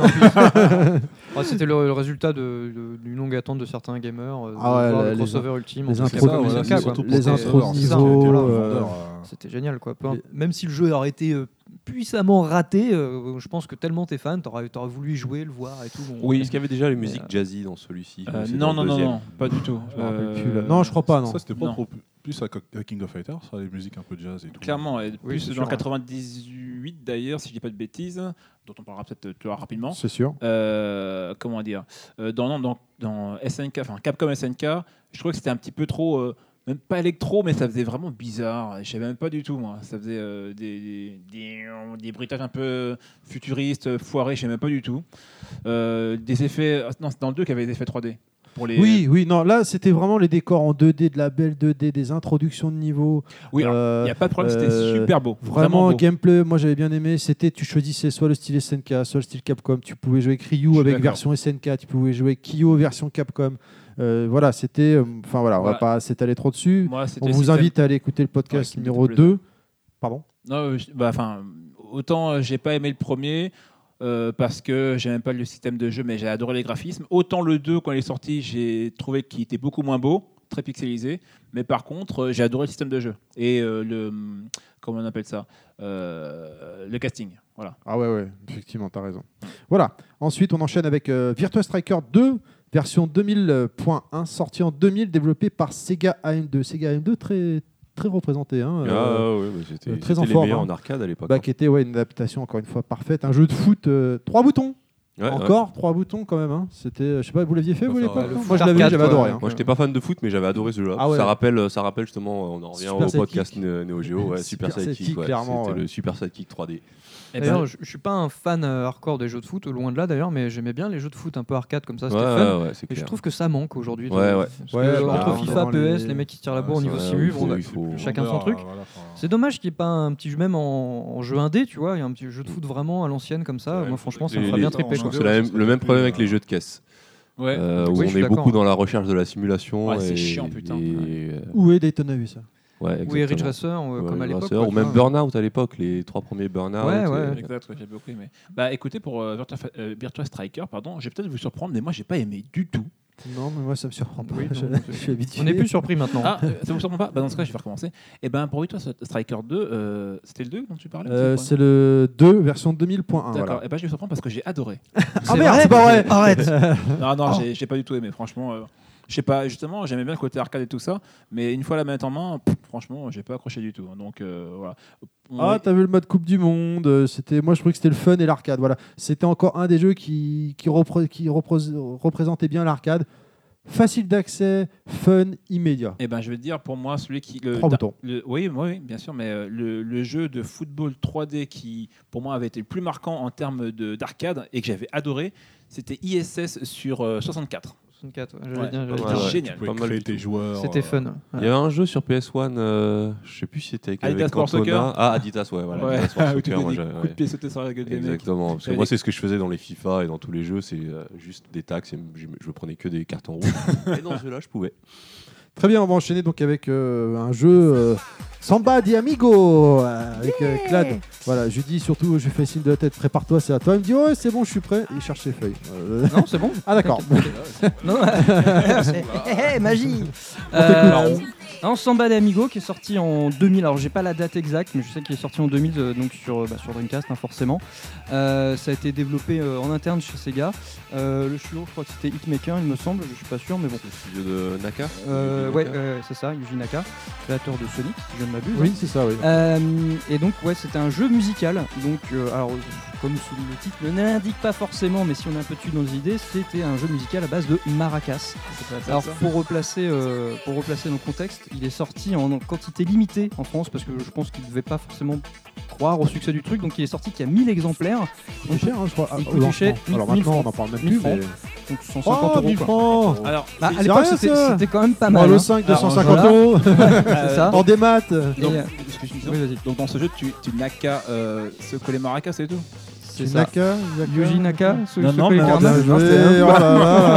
Speaker 9: Ah, c'était le, le résultat de- de- d'une longue attente de certains gamers. euh, de
Speaker 5: Ah ouais,
Speaker 9: voir
Speaker 5: la-
Speaker 9: le
Speaker 5: les
Speaker 9: crossover ultime.
Speaker 5: les
Speaker 9: entre
Speaker 5: intros
Speaker 9: Capcom
Speaker 5: comme
Speaker 9: et
Speaker 5: ça,
Speaker 9: S N K,
Speaker 5: c'est
Speaker 9: quoi.
Speaker 5: surtout
Speaker 9: C'était-
Speaker 5: les intros
Speaker 9: c'est ça,
Speaker 5: niveau,
Speaker 9: voilà.
Speaker 5: euh,
Speaker 9: C'était génial, quoi. Peu-
Speaker 5: Les-
Speaker 9: Même si le jeu aurait été euh, puissamment raté, euh, je pense que tellement t'es fan, t'aurais, t'aurais voulu y jouer, le voir et tout. Bon,
Speaker 7: Oui.
Speaker 10: Est-ce qu'il y avait déjà les
Speaker 9: Mais,
Speaker 10: musiques
Speaker 9: euh,
Speaker 10: jazzy dans celui-ci
Speaker 7: Euh,
Speaker 10: ou c'est
Speaker 7: non,
Speaker 10: dans
Speaker 7: non,
Speaker 10: le
Speaker 7: non,
Speaker 10: deuxième
Speaker 7: non, pas du tout.
Speaker 5: Je me rappelle
Speaker 7: Euh,
Speaker 5: plus, là. Non, je crois pas, non.
Speaker 6: Ça, c'était pas
Speaker 7: Non.
Speaker 6: trop plus à Co- à King of Fighters, ça, les musiques un peu jazz et tout.
Speaker 7: Clairement, et
Speaker 9: Oui,
Speaker 7: plus
Speaker 9: c'est
Speaker 7: dans
Speaker 9: sûr, ouais.
Speaker 7: quatre-vingt-dix-huit d'ailleurs, si je dis pas de bêtises, dont on parlera peut-être tu vois, rapidement.
Speaker 5: C'est sûr.
Speaker 7: Euh, comment dire euh, dans, non, dans, dans S N K, enfin Capcom S N K, je trouvais que c'était un petit peu trop euh, même pas électro, mais ça faisait vraiment bizarre. Je savais même pas du tout, moi. Ça faisait euh, des, des, des bruitages un peu futuristes, foirés, je savais même pas du tout. Euh, des effets. Non, c'est dans le deux qu'il y avait des effets trois D. Pour les...
Speaker 5: Oui, oui, non, là c'était vraiment les décors en deux D, de la belle deux D, des introductions de niveau.
Speaker 7: Oui, il
Speaker 5: euh,
Speaker 7: n'y a pas de problème, c'était
Speaker 5: euh,
Speaker 7: super beau.
Speaker 5: Vraiment,
Speaker 7: Vraiment beau.
Speaker 5: gameplay, moi j'avais bien aimé. C'était, tu choisissais soit le style S N K, soit le style Capcom. Tu pouvais jouer avec Ryu avec
Speaker 7: d'accord.
Speaker 5: version S N K, tu pouvais jouer avec Kyo version Capcom. Euh, voilà, c'était. Enfin voilà, on
Speaker 7: Voilà.
Speaker 5: va pas s'étaler trop dessus.
Speaker 7: Moi, c'était
Speaker 5: On
Speaker 7: le
Speaker 5: vous
Speaker 7: système-
Speaker 5: invite à aller écouter le podcast
Speaker 7: Ouais, qui me
Speaker 5: numéro
Speaker 7: plaisait.
Speaker 5: deux. Pardon
Speaker 7: Non, euh, je- bah, enfin, autant euh, j'ai pas aimé le premier euh, parce que j'aimais pas le système de jeu, mais j'ai adoré les graphismes. Autant le deux, quand il est sorti, j'ai trouvé qu'il était beaucoup moins beau, très pixelisé. Mais par contre, euh, j'ai adoré le système de jeu et euh, le comment on appelle ça, euh, le casting. Voilà.
Speaker 5: Ah ouais, ouais, effectivement, t'as raison. Voilà. Ensuite, on enchaîne avec euh, Virtua Striker deux, version deux mille point un, sortie en deux mille, développée par Sega A M deux. Sega A M deux, très, très représenté. Hein,
Speaker 10: Ah,
Speaker 5: euh,
Speaker 10: ouais, ouais, c'était
Speaker 5: euh, très
Speaker 10: c'était
Speaker 5: en
Speaker 10: les
Speaker 5: forme,
Speaker 10: meilleurs
Speaker 5: hein.
Speaker 10: en arcade à l'époque.
Speaker 5: bah, qui était ouais, une adaptation, encore une fois, parfaite. Un jeu de foot, euh, trois boutons.
Speaker 10: Ouais,
Speaker 5: Encore trois boutons quand même. Hein. C'était, euh, je sais pas, vous l'aviez fait, vous, à
Speaker 10: Enfin,
Speaker 5: l'époque
Speaker 10: le
Speaker 5: non
Speaker 10: foot
Speaker 5: Moi, je l'avais,
Speaker 9: arcade,
Speaker 5: j'avais
Speaker 9: quoi.
Speaker 5: adoré. Hein.
Speaker 10: Moi, j'étais pas fan de foot, mais j'avais adoré ce jeu-là.
Speaker 5: Ah ouais.
Speaker 10: Ça rappelle, ça rappelle justement, on en revient
Speaker 5: Super
Speaker 10: au
Speaker 5: Sidekick.
Speaker 10: podcast Né- Neo Geo, ouais, Super,
Speaker 5: Super
Speaker 10: Sidekick,
Speaker 5: Sidekick,
Speaker 10: ouais.
Speaker 5: clairement,
Speaker 10: C'était
Speaker 5: ouais.
Speaker 10: le Super Sidekick trois D.
Speaker 7: Eh ben,
Speaker 9: D'ailleurs, je, je suis pas un fan euh, hardcore des jeux de foot, loin de là d'ailleurs, mais j'aimais bien les jeux de foot un peu arcade comme ça,
Speaker 10: Ouais,
Speaker 9: c'était fun.
Speaker 10: ouais, ouais, c'est
Speaker 9: Et je
Speaker 10: clair.
Speaker 9: trouve que ça manque aujourd'hui. de-
Speaker 10: Ouais, ouais.
Speaker 9: parce que,
Speaker 5: Ouais,
Speaker 9: euh,
Speaker 5: bah,
Speaker 9: entre
Speaker 5: on
Speaker 9: FIFA,
Speaker 5: dans
Speaker 9: P E S,
Speaker 5: les-
Speaker 9: les mecs qui se tirent la
Speaker 6: Ouais,
Speaker 9: bourre au
Speaker 6: c'est
Speaker 9: niveau
Speaker 10: vrai,
Speaker 9: simu,
Speaker 10: il
Speaker 9: bon,
Speaker 10: faut-
Speaker 9: on a-
Speaker 10: il faut-
Speaker 9: chacun son truc. C'est dommage qu'il n'y ait pas un petit jeu même en, en jeu indé, tu vois, il y a un petit jeu de foot vraiment à l'ancienne comme ça.
Speaker 6: Ouais,
Speaker 9: Moi, franchement, ça
Speaker 10: Les-
Speaker 9: me ferait
Speaker 10: les-
Speaker 9: bien
Speaker 6: temps,
Speaker 9: triper.
Speaker 6: on
Speaker 9: quoi.
Speaker 6: change.
Speaker 10: C'est la même-
Speaker 6: ça serait
Speaker 10: le même
Speaker 6: plus,
Speaker 10: problème avec
Speaker 6: euh,
Speaker 10: les jeux de caisse.
Speaker 7: ouais.
Speaker 10: Euh,
Speaker 9: Oui,
Speaker 10: où
Speaker 9: je
Speaker 10: on
Speaker 9: suis
Speaker 10: est
Speaker 9: d'accord.
Speaker 10: beaucoup dans la recherche de la simulation.
Speaker 7: Ouais, c'est
Speaker 10: et-
Speaker 7: chiant, putain.
Speaker 10: et, euh,
Speaker 5: Où est Daytona U S A
Speaker 10: ouais,
Speaker 9: Ou Ridge
Speaker 10: exactement.
Speaker 9: Racer, euh,
Speaker 10: Ouais,
Speaker 9: comme à
Speaker 10: Ridge
Speaker 9: l'époque.
Speaker 10: Racer,
Speaker 9: quoi,
Speaker 10: ou
Speaker 9: tu
Speaker 10: même
Speaker 9: vois.
Speaker 10: Burnout à l'époque, les trois premiers Burnout.
Speaker 9: Ouais,
Speaker 10: et-
Speaker 9: ouais.
Speaker 7: Exact, ouais, j'ai beaucoup aimé. Bah écoutez, pour euh, Virtua, euh, Virtua Striker, pardon, je vais peut-être vous surprendre, mais moi j'ai pas aimé du tout.
Speaker 5: Non, mais moi, ça me surprend pas.
Speaker 9: Oui,
Speaker 5: je,
Speaker 9: non,
Speaker 5: je suis habitué.
Speaker 9: On n'est plus surpris maintenant.
Speaker 7: Ah, euh, ça vous surprend pas? Bah dans ce cas, je vais recommencer. Et ben pour Virtua Striker deux, euh, c'était le deux dont tu parlais?
Speaker 5: Euh,
Speaker 7: c'est
Speaker 5: c'est le deux, version deux mille point un.
Speaker 7: D'accord.
Speaker 5: Voilà.
Speaker 7: Et ben je vais surprendre parce que j'ai adoré.
Speaker 5: Ah merde, c'est pas vrai.
Speaker 9: Arrête.
Speaker 7: non, non,
Speaker 9: Oh.
Speaker 7: j'ai, j'ai pas du tout aimé. Franchement, euh, je sais pas. Justement, j'aimais bien le côté arcade et tout ça, mais une fois la manette en main, pff, franchement, j'ai pas accroché du tout. Donc euh, voilà. On-
Speaker 5: Ah, t'as vu le mode Coupe du Monde. euh, C'était, moi, je trouvais que c'était le fun et l'arcade. Voilà. C'était encore un des jeux qui, qui, repré- qui représ- représentait bien l'arcade. Facile d'accès, fun, immédiat.
Speaker 7: Eh ben, je vais te dire, pour moi, celui qui. Le,
Speaker 5: Trois boutons.
Speaker 7: le- oui, oui, bien sûr, mais euh, le, le jeu de football trois D qui, pour moi, avait été le plus marquant en termes de, d'arcade et que j'avais adoré, c'était I S S sur euh, soixante-quatre.
Speaker 9: soixante-quatre, j'allais
Speaker 7: Ouais.
Speaker 9: dire, j'allais
Speaker 10: Ouais,
Speaker 9: dire.
Speaker 7: C'était
Speaker 10: ouais.
Speaker 7: génial.
Speaker 6: Tu pouvais
Speaker 10: Pas mal
Speaker 6: créer
Speaker 10: du
Speaker 6: tes
Speaker 10: tout.
Speaker 6: joueurs.
Speaker 9: C'était
Speaker 6: euh,
Speaker 9: fun.
Speaker 10: Il y avait un jeu sur P S un, euh, je sais plus si c'était avec,
Speaker 7: Adidas
Speaker 10: avec
Speaker 7: Sport
Speaker 10: Cantona.
Speaker 7: Soccer.
Speaker 10: Ah, Adidas, ouais, voilà.
Speaker 7: Ouais.
Speaker 10: Adidas Sport
Speaker 7: Où tu
Speaker 10: Soccer,
Speaker 7: fais
Speaker 10: moi,
Speaker 7: des
Speaker 10: j'ai-
Speaker 7: coups de
Speaker 10: ouais.
Speaker 7: pied sauter sur la gueule des mecs.
Speaker 10: Exactement. Parce que
Speaker 7: J'avais
Speaker 10: moi,
Speaker 7: des-
Speaker 10: c'est ce que je faisais dans les FIFA et dans tous les jeux, c'est euh, juste des taxes et je, je prenais que des cartons rouges. Et dans ce jeu-là, je pouvais.
Speaker 5: Très bien, on va enchaîner donc avec euh, un jeu euh, Samba di Amigo euh, avec euh, Clad. Voilà, je lui dis surtout, je lui fais signe de la tête, prépare-toi, c'est à toi. Il me dit, ouais, c'est bon, je suis prêt. Et il cherche ses feuilles. Euh,
Speaker 9: Non, c'est bon.
Speaker 5: Ah, d'accord.
Speaker 9: Non, hé, hé, magie. Euh, non, Samba de Amigo qui est sorti en deux mille. Alors j'ai pas la date exacte, mais je sais qu'il est sorti en deux mille, euh, donc sur, bah, sur Dreamcast, hein, forcément. Euh, ça a été développé euh, en interne chez Sega. Euh, le studio, je crois que c'était Hitmaker, il me semble. Je suis pas sûr, mais bon.
Speaker 10: C'est le studio de Naka.
Speaker 9: Euh,
Speaker 10: Yuji
Speaker 9: ouais,
Speaker 10: Naka.
Speaker 9: euh, c'est ça, Yuji Naka, créateur de Sonic, si je ne m'abuse.
Speaker 5: Oui, c'est ça, oui.
Speaker 9: Euh, et donc ouais, c'était un jeu musical. Donc euh, alors euh, comme sous le titre ne l'indique pas forcément, mais si on est un peu dessus dans les idées, c'était un jeu musical à base de maracas. Alors pour replacer, euh, pour replacer dans le contexte, il est sorti en quantité limitée en France parce que je pense qu'il ne devait pas forcément croire au succès du truc. Donc il est sorti qu'il y a mille exemplaires.
Speaker 5: C'est cher, hein, je crois.
Speaker 9: Il
Speaker 5: au
Speaker 9: coûtait
Speaker 5: lancement.
Speaker 9: cher,
Speaker 5: Alors
Speaker 9: mille
Speaker 5: maintenant, on
Speaker 9: francs.
Speaker 5: en parle même
Speaker 9: mille
Speaker 5: plus. Mais...
Speaker 9: Donc cent cinquante
Speaker 5: Oh,
Speaker 9: euros.
Speaker 5: mille
Speaker 9: quoi.
Speaker 5: francs.
Speaker 7: Alors,
Speaker 9: Bah,
Speaker 5: C'est
Speaker 9: à l'époque
Speaker 5: rien,
Speaker 9: c'était,
Speaker 5: ça
Speaker 9: c'était quand même pas
Speaker 5: Dans
Speaker 9: mal.
Speaker 5: le
Speaker 9: hein.
Speaker 5: cinq, deux
Speaker 7: Alors,
Speaker 5: cent cinquante
Speaker 9: voilà.
Speaker 5: euros.
Speaker 9: C'est ça.
Speaker 5: En démat.
Speaker 9: Et,
Speaker 7: donc,
Speaker 9: euh,
Speaker 7: ce que je disais,
Speaker 9: oui, vas-y.
Speaker 7: donc dans ce jeu, tu, tu n'as qu'à euh, se coller maracas et tout.
Speaker 9: C'est ça.
Speaker 5: Naka,
Speaker 9: Yuji Naka, ce,
Speaker 7: Non,
Speaker 9: ce
Speaker 7: non,
Speaker 9: que les
Speaker 7: mais
Speaker 5: Oh,
Speaker 9: carnets-
Speaker 5: bien
Speaker 7: Non,
Speaker 5: joué,
Speaker 7: c'est
Speaker 5: oh là là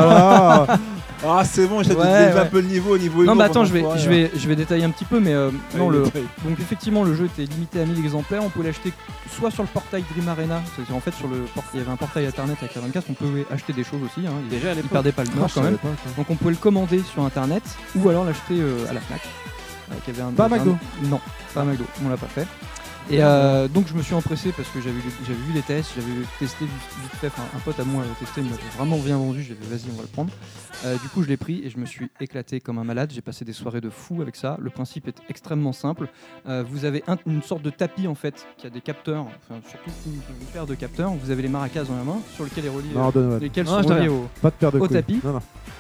Speaker 5: là là.
Speaker 7: Ah, c'est bon, j'ai
Speaker 9: Ouais, ouais.
Speaker 7: un peu le niveau au niveau.
Speaker 9: Non
Speaker 7: humour
Speaker 9: mais attends,
Speaker 7: pendant
Speaker 9: je vais,
Speaker 7: le
Speaker 9: je
Speaker 7: soirée,
Speaker 9: vais, je vais détailler un petit peu, mais euh,
Speaker 7: là.
Speaker 9: non
Speaker 7: Ouais,
Speaker 9: le.
Speaker 7: détail.
Speaker 9: Donc effectivement, le jeu était limité à mille exemplaires. On pouvait l'acheter soit sur le portail Dream Arena, c'est-à-dire en fait sur le port- il y avait un portail internet avec la vingt-quatre, on pouvait acheter des choses aussi. Hein. Il,
Speaker 7: Déjà à
Speaker 9: il
Speaker 7: l'époque.
Speaker 9: perdait pas le
Speaker 5: Ah,
Speaker 9: nord
Speaker 5: je
Speaker 9: quand même.
Speaker 5: savais pas, ça.
Speaker 9: Donc on pouvait le commander sur internet ou alors l'acheter euh, à la Fnac. Euh, qui avait un,
Speaker 5: Pas à
Speaker 9: un-
Speaker 5: McDo.
Speaker 9: Non, pas à McDo. On l'a pas fait. Et euh, donc je me suis empressé parce que j'avais, j'avais vu les tests, j'avais testé vite, vite fait, enfin, un pote à moi avait testé, il m'avait vraiment bien vendu, j'ai dit vas-y on va le prendre. Euh, du coup je l'ai pris et je me suis éclaté comme un malade, j'ai passé des soirées de fou avec ça. Le principe est extrêmement simple, euh, vous avez un- une sorte de tapis en fait qui a des capteurs, enfin surtout une, une paire de capteurs, vous avez les maracas dans la main sur lesquels est relié,
Speaker 5: Non, donne-
Speaker 9: lesquels
Speaker 7: Non,
Speaker 9: sont
Speaker 7: je te
Speaker 9: reliés
Speaker 7: reviens.
Speaker 9: au...
Speaker 5: Pas de paire de
Speaker 9: Au
Speaker 5: couilles.
Speaker 9: tapis.
Speaker 5: Non, non.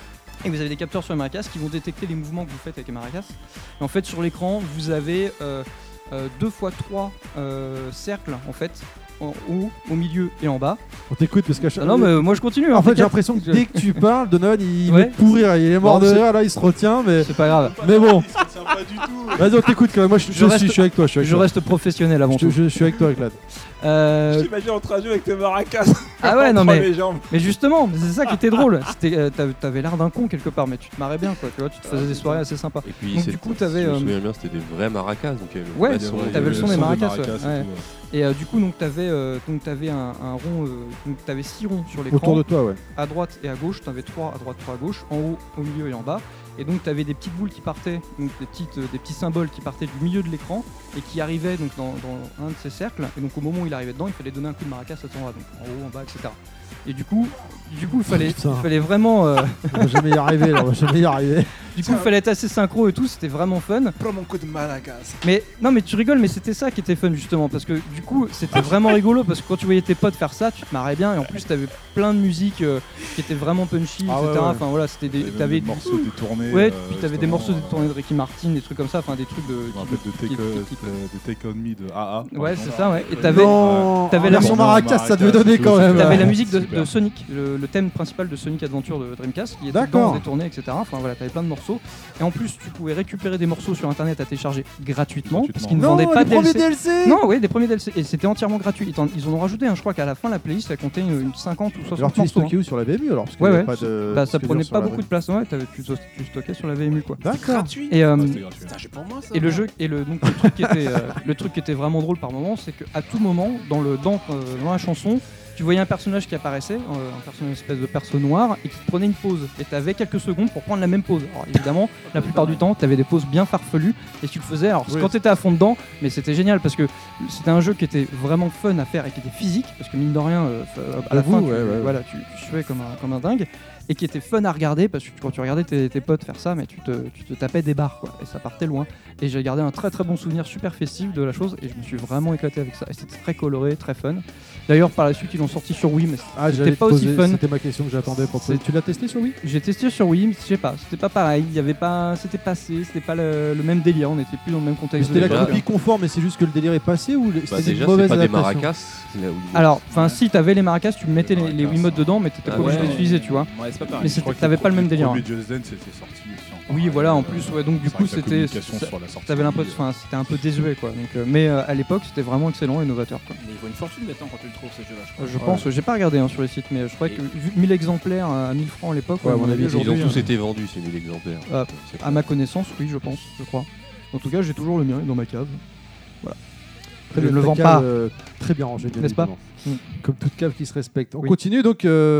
Speaker 9: Et vous avez des capteurs sur les maracas qui vont détecter les mouvements que vous faites avec les maracas. Et en fait, sur l'écran, vous avez euh, euh, deux fois trois euh, cercles en fait, en haut, au milieu et en bas.
Speaker 5: On t'écoute parce qu'à chaque
Speaker 9: Ah non, mais euh, moi je continue.
Speaker 5: En
Speaker 9: hein,
Speaker 5: fait, j'ai
Speaker 9: t'inquiète.
Speaker 5: l'impression que dès que tu parles, Donovan il
Speaker 9: Ouais.
Speaker 5: veut te pourrir, il est mort
Speaker 9: Non,
Speaker 5: de
Speaker 9: c'est-
Speaker 5: rire, là il se retient, mais,
Speaker 9: C'est pas grave.
Speaker 5: mais bon,
Speaker 6: Il se retient pas du tout.
Speaker 5: vas-y, on t'écoute quand même. Moi je, je
Speaker 9: Je reste-
Speaker 5: suis, je suis avec toi. Je suis avec
Speaker 9: Je
Speaker 5: toi.
Speaker 9: reste professionnel avant
Speaker 5: Je,
Speaker 9: tout.
Speaker 5: je- je suis avec toi, Claude.
Speaker 9: Euh,
Speaker 7: Je t'imagine en train de jouer avec tes maracas.
Speaker 9: Ah ouais, non,
Speaker 7: entre
Speaker 9: mais-
Speaker 7: les jambes.
Speaker 9: Mais justement, c'est ça qui était drôle. C'était, euh, t'avais- t'avais l'air d'un con quelque part, mais tu te marrais bien, quoi. Tu vois, tu te faisais des soirées assez sympas.
Speaker 10: Et puis,
Speaker 9: Donc,
Speaker 10: c'est-
Speaker 9: du coup,
Speaker 10: si
Speaker 9: t'avais,
Speaker 10: je me
Speaker 9: euh,
Speaker 10: souviens bien, c'était des vrais maracas. Donc, il y avait le
Speaker 9: Ouais,
Speaker 10: vrai
Speaker 9: c'est
Speaker 10: son,
Speaker 9: vrai,
Speaker 10: il y
Speaker 9: t'avais
Speaker 10: avait
Speaker 9: le son des maracas, ouais.
Speaker 6: et tout,
Speaker 9: Ouais. Et euh, du coup, donc t'avais, euh, donc t'avais un, un rond, euh, donc t'avais six ronds sur l'écran.
Speaker 5: Autour de toi, ouais.
Speaker 9: À droite et à gauche, t'avais trois à droite, trois à gauche, en haut, au milieu et en bas. Et donc t'avais des petites boules qui partaient, donc des, petites, euh, des petits symboles qui partaient du milieu de l'écran et qui arrivaient donc dans, dans un de ces cercles. Et donc au moment où il arrivait dedans, il fallait donner un coup de maracas à cet endroit, donc en haut, en bas, et cetera. Et du coup, du coup, il fallait,
Speaker 5: Putain.
Speaker 9: il fallait vraiment, euh,
Speaker 5: On va jamais y arriver, là. On va jamais y arriver.
Speaker 9: du coup, il fallait être assez synchro et tout. C'était vraiment fun.
Speaker 7: Prends mon coup de maracas.
Speaker 9: Mais non, mais tu rigoles, mais c'était ça qui était fun justement parce que du coup, c'était vraiment rigolo parce que quand tu voyais tes potes faire ça, tu te marrais bien et en plus, t'avais plein de musique euh, qui était vraiment punchy,
Speaker 5: Ah ouais,
Speaker 9: et cetera.
Speaker 5: ouais.
Speaker 9: Enfin voilà, c'était des,
Speaker 6: Il y avait
Speaker 9: t'avais
Speaker 6: des morceaux détournés.
Speaker 9: Ouais,
Speaker 6: euh,
Speaker 9: puis t'avais des morceaux
Speaker 6: justement,
Speaker 9: détournés de Ricky Martin, des trucs comme ça, enfin des trucs de.
Speaker 6: Je me rappelle de
Speaker 9: qui-
Speaker 6: Take,
Speaker 9: qui- qui-
Speaker 6: euh, de Take On Me de A A. par
Speaker 9: Ouais,
Speaker 6: exemple.
Speaker 9: c'est ça, ouais. Et t'avais,
Speaker 5: Non,
Speaker 9: t'avais
Speaker 5: en
Speaker 9: la-
Speaker 5: version
Speaker 6: Non, non,
Speaker 5: maracas, ça devait
Speaker 6: maracas,
Speaker 5: donner
Speaker 6: c'est
Speaker 5: quand
Speaker 6: aussi
Speaker 5: même.
Speaker 6: super.
Speaker 9: t'avais la
Speaker 6: Ouais,
Speaker 9: musique de,
Speaker 6: super.
Speaker 9: de Sonic, le, le thème principal de Sonic Adventure de Dreamcast, qui était
Speaker 5: D'accord.
Speaker 9: dedans, détourné, et cetera. Enfin voilà, t'avais plein de morceaux. Et en plus, tu pouvais récupérer des morceaux sur internet à télécharger gratuitement,
Speaker 6: Gratuitement.
Speaker 9: parce qu'ils ne
Speaker 5: Non,
Speaker 9: vendaient pas
Speaker 5: les
Speaker 9: de
Speaker 5: premiers
Speaker 9: D
Speaker 5: D
Speaker 9: L
Speaker 5: L
Speaker 9: C.
Speaker 5: C.
Speaker 9: Non, oui, des premiers D L C. Et c'était entièrement gratuit. Ils, t'en- ils en ont rajouté, hein, je crois qu'à la fin, la playlist, elle comptait une, une cinquante ou
Speaker 5: Alors
Speaker 9: soixante
Speaker 5: tu les
Speaker 9: morceaux. hein.
Speaker 5: stockais où sur la V M U alors parce qu'il
Speaker 9: Ouais,
Speaker 5: y avait
Speaker 9: ouais.
Speaker 5: pas de
Speaker 9: Bah, ça
Speaker 5: diffusion
Speaker 9: prenait
Speaker 5: sur
Speaker 9: pas
Speaker 5: la
Speaker 9: beaucoup de place. Ouais, t'avais- tu, tu stockais sur la V M U, quoi.
Speaker 5: D'accord.
Speaker 7: Gratuit.
Speaker 9: Et, euh,
Speaker 6: Ouais, c'était gratuit.
Speaker 7: Putain, j'ai pour moi ça.
Speaker 9: Et le jeu et le donc le truc qui était euh, le truc qui était vraiment drôle par moment, c'est qu'à tout moment dans le dans, euh, dans la chanson, tu voyais un personnage qui apparaissait, euh, un personnage, une espèce de perso noir, et qui te prenait une pause. Et tu avais quelques secondes pour prendre la même pause. Alors évidemment, la plupart du temps, tu avais des pauses bien farfelues, et tu le faisais. Alors
Speaker 5: Oui.
Speaker 9: quand tu étais à fond dedans, mais c'était génial parce que c'était un jeu qui était vraiment fun à faire et qui était physique, parce que mine de rien, euh, à la
Speaker 5: J'avoue,
Speaker 9: fin, tu,
Speaker 5: ouais, ouais,
Speaker 9: voilà, tu, tu suais comme un, comme un dingue. Et qui était fun à regarder parce que quand tu regardais tes, tes potes faire ça, mais tu te, tu te tapais des barres quoi, et ça partait loin. Et j'ai gardé un très très bon souvenir super festif de la chose et je me suis vraiment éclaté avec ça. Et c'était très coloré, très fun. D'ailleurs par la suite ils l'ont sorti sur Wii, mais
Speaker 5: Ah,
Speaker 9: c'était
Speaker 5: j'allais te
Speaker 9: pas aussi
Speaker 5: poser,
Speaker 9: fun.
Speaker 5: c'était ma question que j'attendais pour te poser.
Speaker 9: C'est-
Speaker 5: Tu l'as testé sur Wii?
Speaker 9: J'ai testé sur Wii, mais je sais pas, c'était pas pareil. Il y avait pas, c'était passé, c'était pas le, le même délire. On était plus dans le même contexte.
Speaker 5: C'était
Speaker 9: de
Speaker 5: la
Speaker 9: l'époque.
Speaker 5: copie conforme, mais c'est juste que le délire est passé ou le-
Speaker 10: Bah,
Speaker 5: c'était
Speaker 10: déjà,
Speaker 5: une mauvaise
Speaker 10: c'est pas des
Speaker 5: adaptation?
Speaker 10: maracas. là où-
Speaker 9: Alors, enfin, si t'avais les maracas, tu mettais les, les
Speaker 7: maracas.
Speaker 9: Wiimotes dedans, mais t'étais
Speaker 10: Ah
Speaker 9: pas obligé
Speaker 10: ouais.
Speaker 9: d'utiliser, tu vois.
Speaker 7: Ouais, c'est pas pareil.
Speaker 9: Mais
Speaker 6: Je
Speaker 9: c'était-
Speaker 6: crois que
Speaker 9: t'avais
Speaker 6: le
Speaker 9: pas le même
Speaker 6: premier
Speaker 9: délire. hein.
Speaker 6: Just Dance c'était sorti aussi en
Speaker 9: Oui,
Speaker 6: parallèle,
Speaker 9: voilà, en
Speaker 6: euh,
Speaker 9: plus, ouais, donc du
Speaker 6: c'est
Speaker 9: coup,
Speaker 6: vrai que la
Speaker 9: c'était,
Speaker 6: communication
Speaker 9: ça-
Speaker 6: sur la sortie,
Speaker 9: t'avais un peu,
Speaker 6: euh,
Speaker 9: enfin, c'était un peu désuet, quoi. Donc, euh, mais euh, à l'époque, c'était vraiment excellent et novateur, quoi.
Speaker 7: Mais il vaut une fortune maintenant quand tu le trouves ce jeu-là, je crois.
Speaker 9: Euh, Je pense, j'ai pas regardé hein, sur les sites, mais je crois que vu mille exemplaires à mille francs à l'époque,
Speaker 5: Ouais, à
Speaker 9: à
Speaker 5: mon
Speaker 9: mon
Speaker 5: avis,
Speaker 9: avis,
Speaker 10: Ils ont
Speaker 9: aujourd'hui,
Speaker 10: tous
Speaker 9: euh,
Speaker 10: été vendus, ces mille exemplaires.
Speaker 9: Ah,
Speaker 10: C'est
Speaker 9: à ma connaissance, oui, je pense, je crois. En tout cas, j'ai toujours le mien dans ma cave. Voilà.
Speaker 5: Très
Speaker 9: Je
Speaker 5: bien,
Speaker 9: ne le
Speaker 5: ta
Speaker 9: vends
Speaker 5: cave,
Speaker 9: pas.
Speaker 5: euh, très bien rangé, bien
Speaker 9: N'est-ce pas?
Speaker 5: évidemment.
Speaker 9: Mm.
Speaker 5: Comme toute cave qui se respecte. On
Speaker 9: Oui.
Speaker 5: continue donc.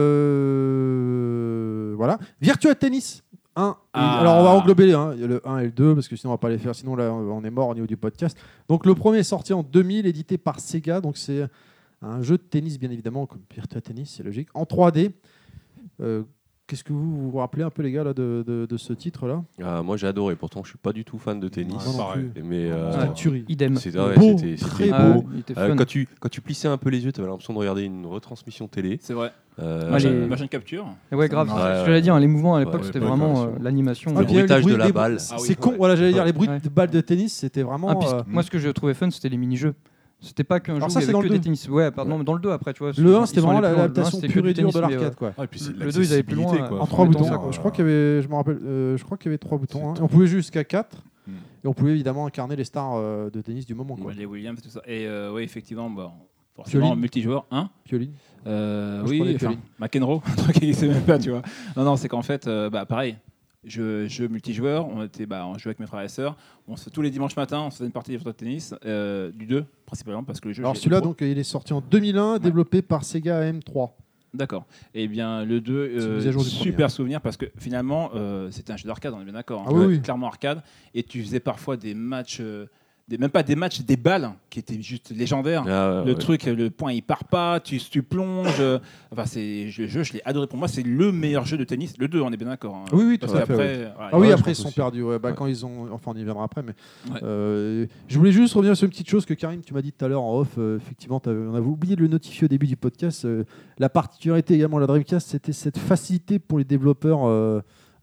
Speaker 5: euh, Voilà. Virtua Tennis un. Et-
Speaker 7: Ah.
Speaker 5: Alors on va englober hein, le un et le deux parce que sinon on va pas les faire. Sinon là on est mort au niveau du podcast. Donc le premier est sorti en deux mille, édité par Sega. Donc c'est un jeu de tennis bien évidemment comme Virtua Tennis, c'est logique. En trois D. Euh, Qu'est-ce que vous vous rappelez un peu les gars là, de, de, de ce titre-là?
Speaker 10: Ah, moi j'ai adoré, pourtant je suis pas du tout fan de tennis.
Speaker 5: Moi non
Speaker 6: pareil.
Speaker 5: plus.
Speaker 10: Mais euh,
Speaker 5: C'est une tuerie.
Speaker 9: Idem.
Speaker 10: c'est- ouais,
Speaker 5: Beau,
Speaker 10: c'était
Speaker 5: très
Speaker 10: c'était
Speaker 9: Ah,
Speaker 10: beau.
Speaker 9: il était
Speaker 10: Euh,
Speaker 9: fun.
Speaker 10: quand, tu, quand tu plissais un peu les yeux, tu avais l'impression de regarder une retransmission télé.
Speaker 7: C'est vrai.
Speaker 10: Euh,
Speaker 9: Moi, j'ai-
Speaker 10: euh,
Speaker 7: Machine capture.
Speaker 9: Et ouais, grave.
Speaker 6: Ouais,
Speaker 9: c'est ce que
Speaker 10: ouais.
Speaker 9: j'allais dire, hein, les mouvements à l'époque,
Speaker 10: Ouais,
Speaker 9: c'était
Speaker 6: ouais,
Speaker 9: vraiment
Speaker 6: ouais,
Speaker 9: euh, l'animation.
Speaker 10: Le
Speaker 5: Ah, puis il y a
Speaker 10: bruitage
Speaker 5: bruit-
Speaker 10: de la
Speaker 5: les-
Speaker 10: balle.
Speaker 7: Ah oui,
Speaker 5: C'est con,
Speaker 7: ouais.
Speaker 5: voilà, j'allais dire les bruits
Speaker 9: Ouais.
Speaker 5: de balles de tennis, c'était vraiment.
Speaker 9: Ah, puis,
Speaker 5: euh,
Speaker 9: moi, ce que je trouvais fun, c'était les mini-jeux. C'était pas qu'un jeu
Speaker 5: Alors
Speaker 9: où
Speaker 5: ça,
Speaker 9: il y
Speaker 5: c'est
Speaker 9: avait
Speaker 5: dans
Speaker 9: que
Speaker 5: le
Speaker 9: des
Speaker 5: deux.
Speaker 9: tennis. Ouais, pardon, mais dans le deux après, tu vois.
Speaker 5: Le
Speaker 9: ils
Speaker 5: un, c'était
Speaker 9: sont
Speaker 5: vraiment
Speaker 9: allés plus loin. Le un,
Speaker 5: l'adaptation
Speaker 9: c'était que
Speaker 5: pure
Speaker 9: du
Speaker 5: et dure de
Speaker 9: tennis, mais,
Speaker 5: l'arcade.
Speaker 9: euh,
Speaker 5: quoi.
Speaker 6: Ah, et puis c'est
Speaker 9: Le deux, ils allaient plus loin,
Speaker 6: l'accessibilité, quoi.
Speaker 9: euh,
Speaker 5: En trois
Speaker 9: en
Speaker 5: boutons.
Speaker 9: mettant ça,
Speaker 5: Je crois qu'il y avait, je me rappelle, euh, je crois qu'il y avait trois boutons. hein.
Speaker 10: C'est
Speaker 5: Et on pouvait jouer jusqu'à quatre.
Speaker 6: Mm.
Speaker 5: Et on pouvait évidemment incarner les stars euh, de tennis du moment. Quoi.
Speaker 7: Ouais, les Williams, tout ça. Et euh, oui, effectivement, bon, forcément,
Speaker 5: Pioline.
Speaker 7: multijoueur, hein
Speaker 5: Pioline.
Speaker 7: Euh,
Speaker 5: Moi, je prenais
Speaker 7: oui, enfin,
Speaker 5: Pioline.
Speaker 7: McEnroe, un truc qui n'existait même pas, tu vois. Non, non, c'est qu'en fait, euh, bah, pareil, jeu, jeu multijoueur, on, était, bah, on jouait avec mes frères et sœurs, on se, tous les dimanches matins, on se faisait une partie de tennis, euh, du deux, principalement, parce que le jeu...
Speaker 5: Alors
Speaker 7: j'ai-
Speaker 5: celui-là,
Speaker 7: pro-
Speaker 5: donc, il est sorti en deux mille un, développé par Sega A M trois.
Speaker 7: D'accord. Et bien, le deux,
Speaker 5: C'est une
Speaker 7: euh,
Speaker 5: mise à jour du premier,
Speaker 7: super
Speaker 5: hein.
Speaker 7: souvenir, parce que finalement, euh, c'était un jeu d'arcade, on est bien d'accord. hein.
Speaker 5: Ah oui, oui.
Speaker 7: Clairement arcade, et tu faisais parfois des matchs... euh, des, même pas des matchs, des balles qui étaient juste légendaires.
Speaker 10: Ah, ouais,
Speaker 7: Le
Speaker 10: ouais.
Speaker 7: truc, le point il part pas, tu, tu plonges. euh, Enfin, c'est le jeu, je l'ai adoré. Pour moi, c'est le meilleur jeu de tennis. Le deux, on est bien d'accord. hein.
Speaker 5: Oui, oui, tout
Speaker 7: Parce
Speaker 5: à fait.
Speaker 7: qu'après,
Speaker 5: ouais.
Speaker 7: voilà,
Speaker 5: Ah oui,
Speaker 10: Ouais,
Speaker 5: après
Speaker 10: je
Speaker 5: ils
Speaker 10: pense
Speaker 5: sont
Speaker 10: aussi.
Speaker 5: perdus. ouais. Bah,
Speaker 10: Ouais.
Speaker 5: Quand ils ont, enfin, on y viendra après. Mais
Speaker 7: Ouais.
Speaker 5: euh, je voulais juste revenir sur une petite chose que Karim, tu m'as dit tout à l'heure en off. euh, effectivement, t'avais- on avait oublié de le notifier au début du podcast. euh, la particularité également de la Dreamcast, c'était cette facilité pour les développeurs. euh,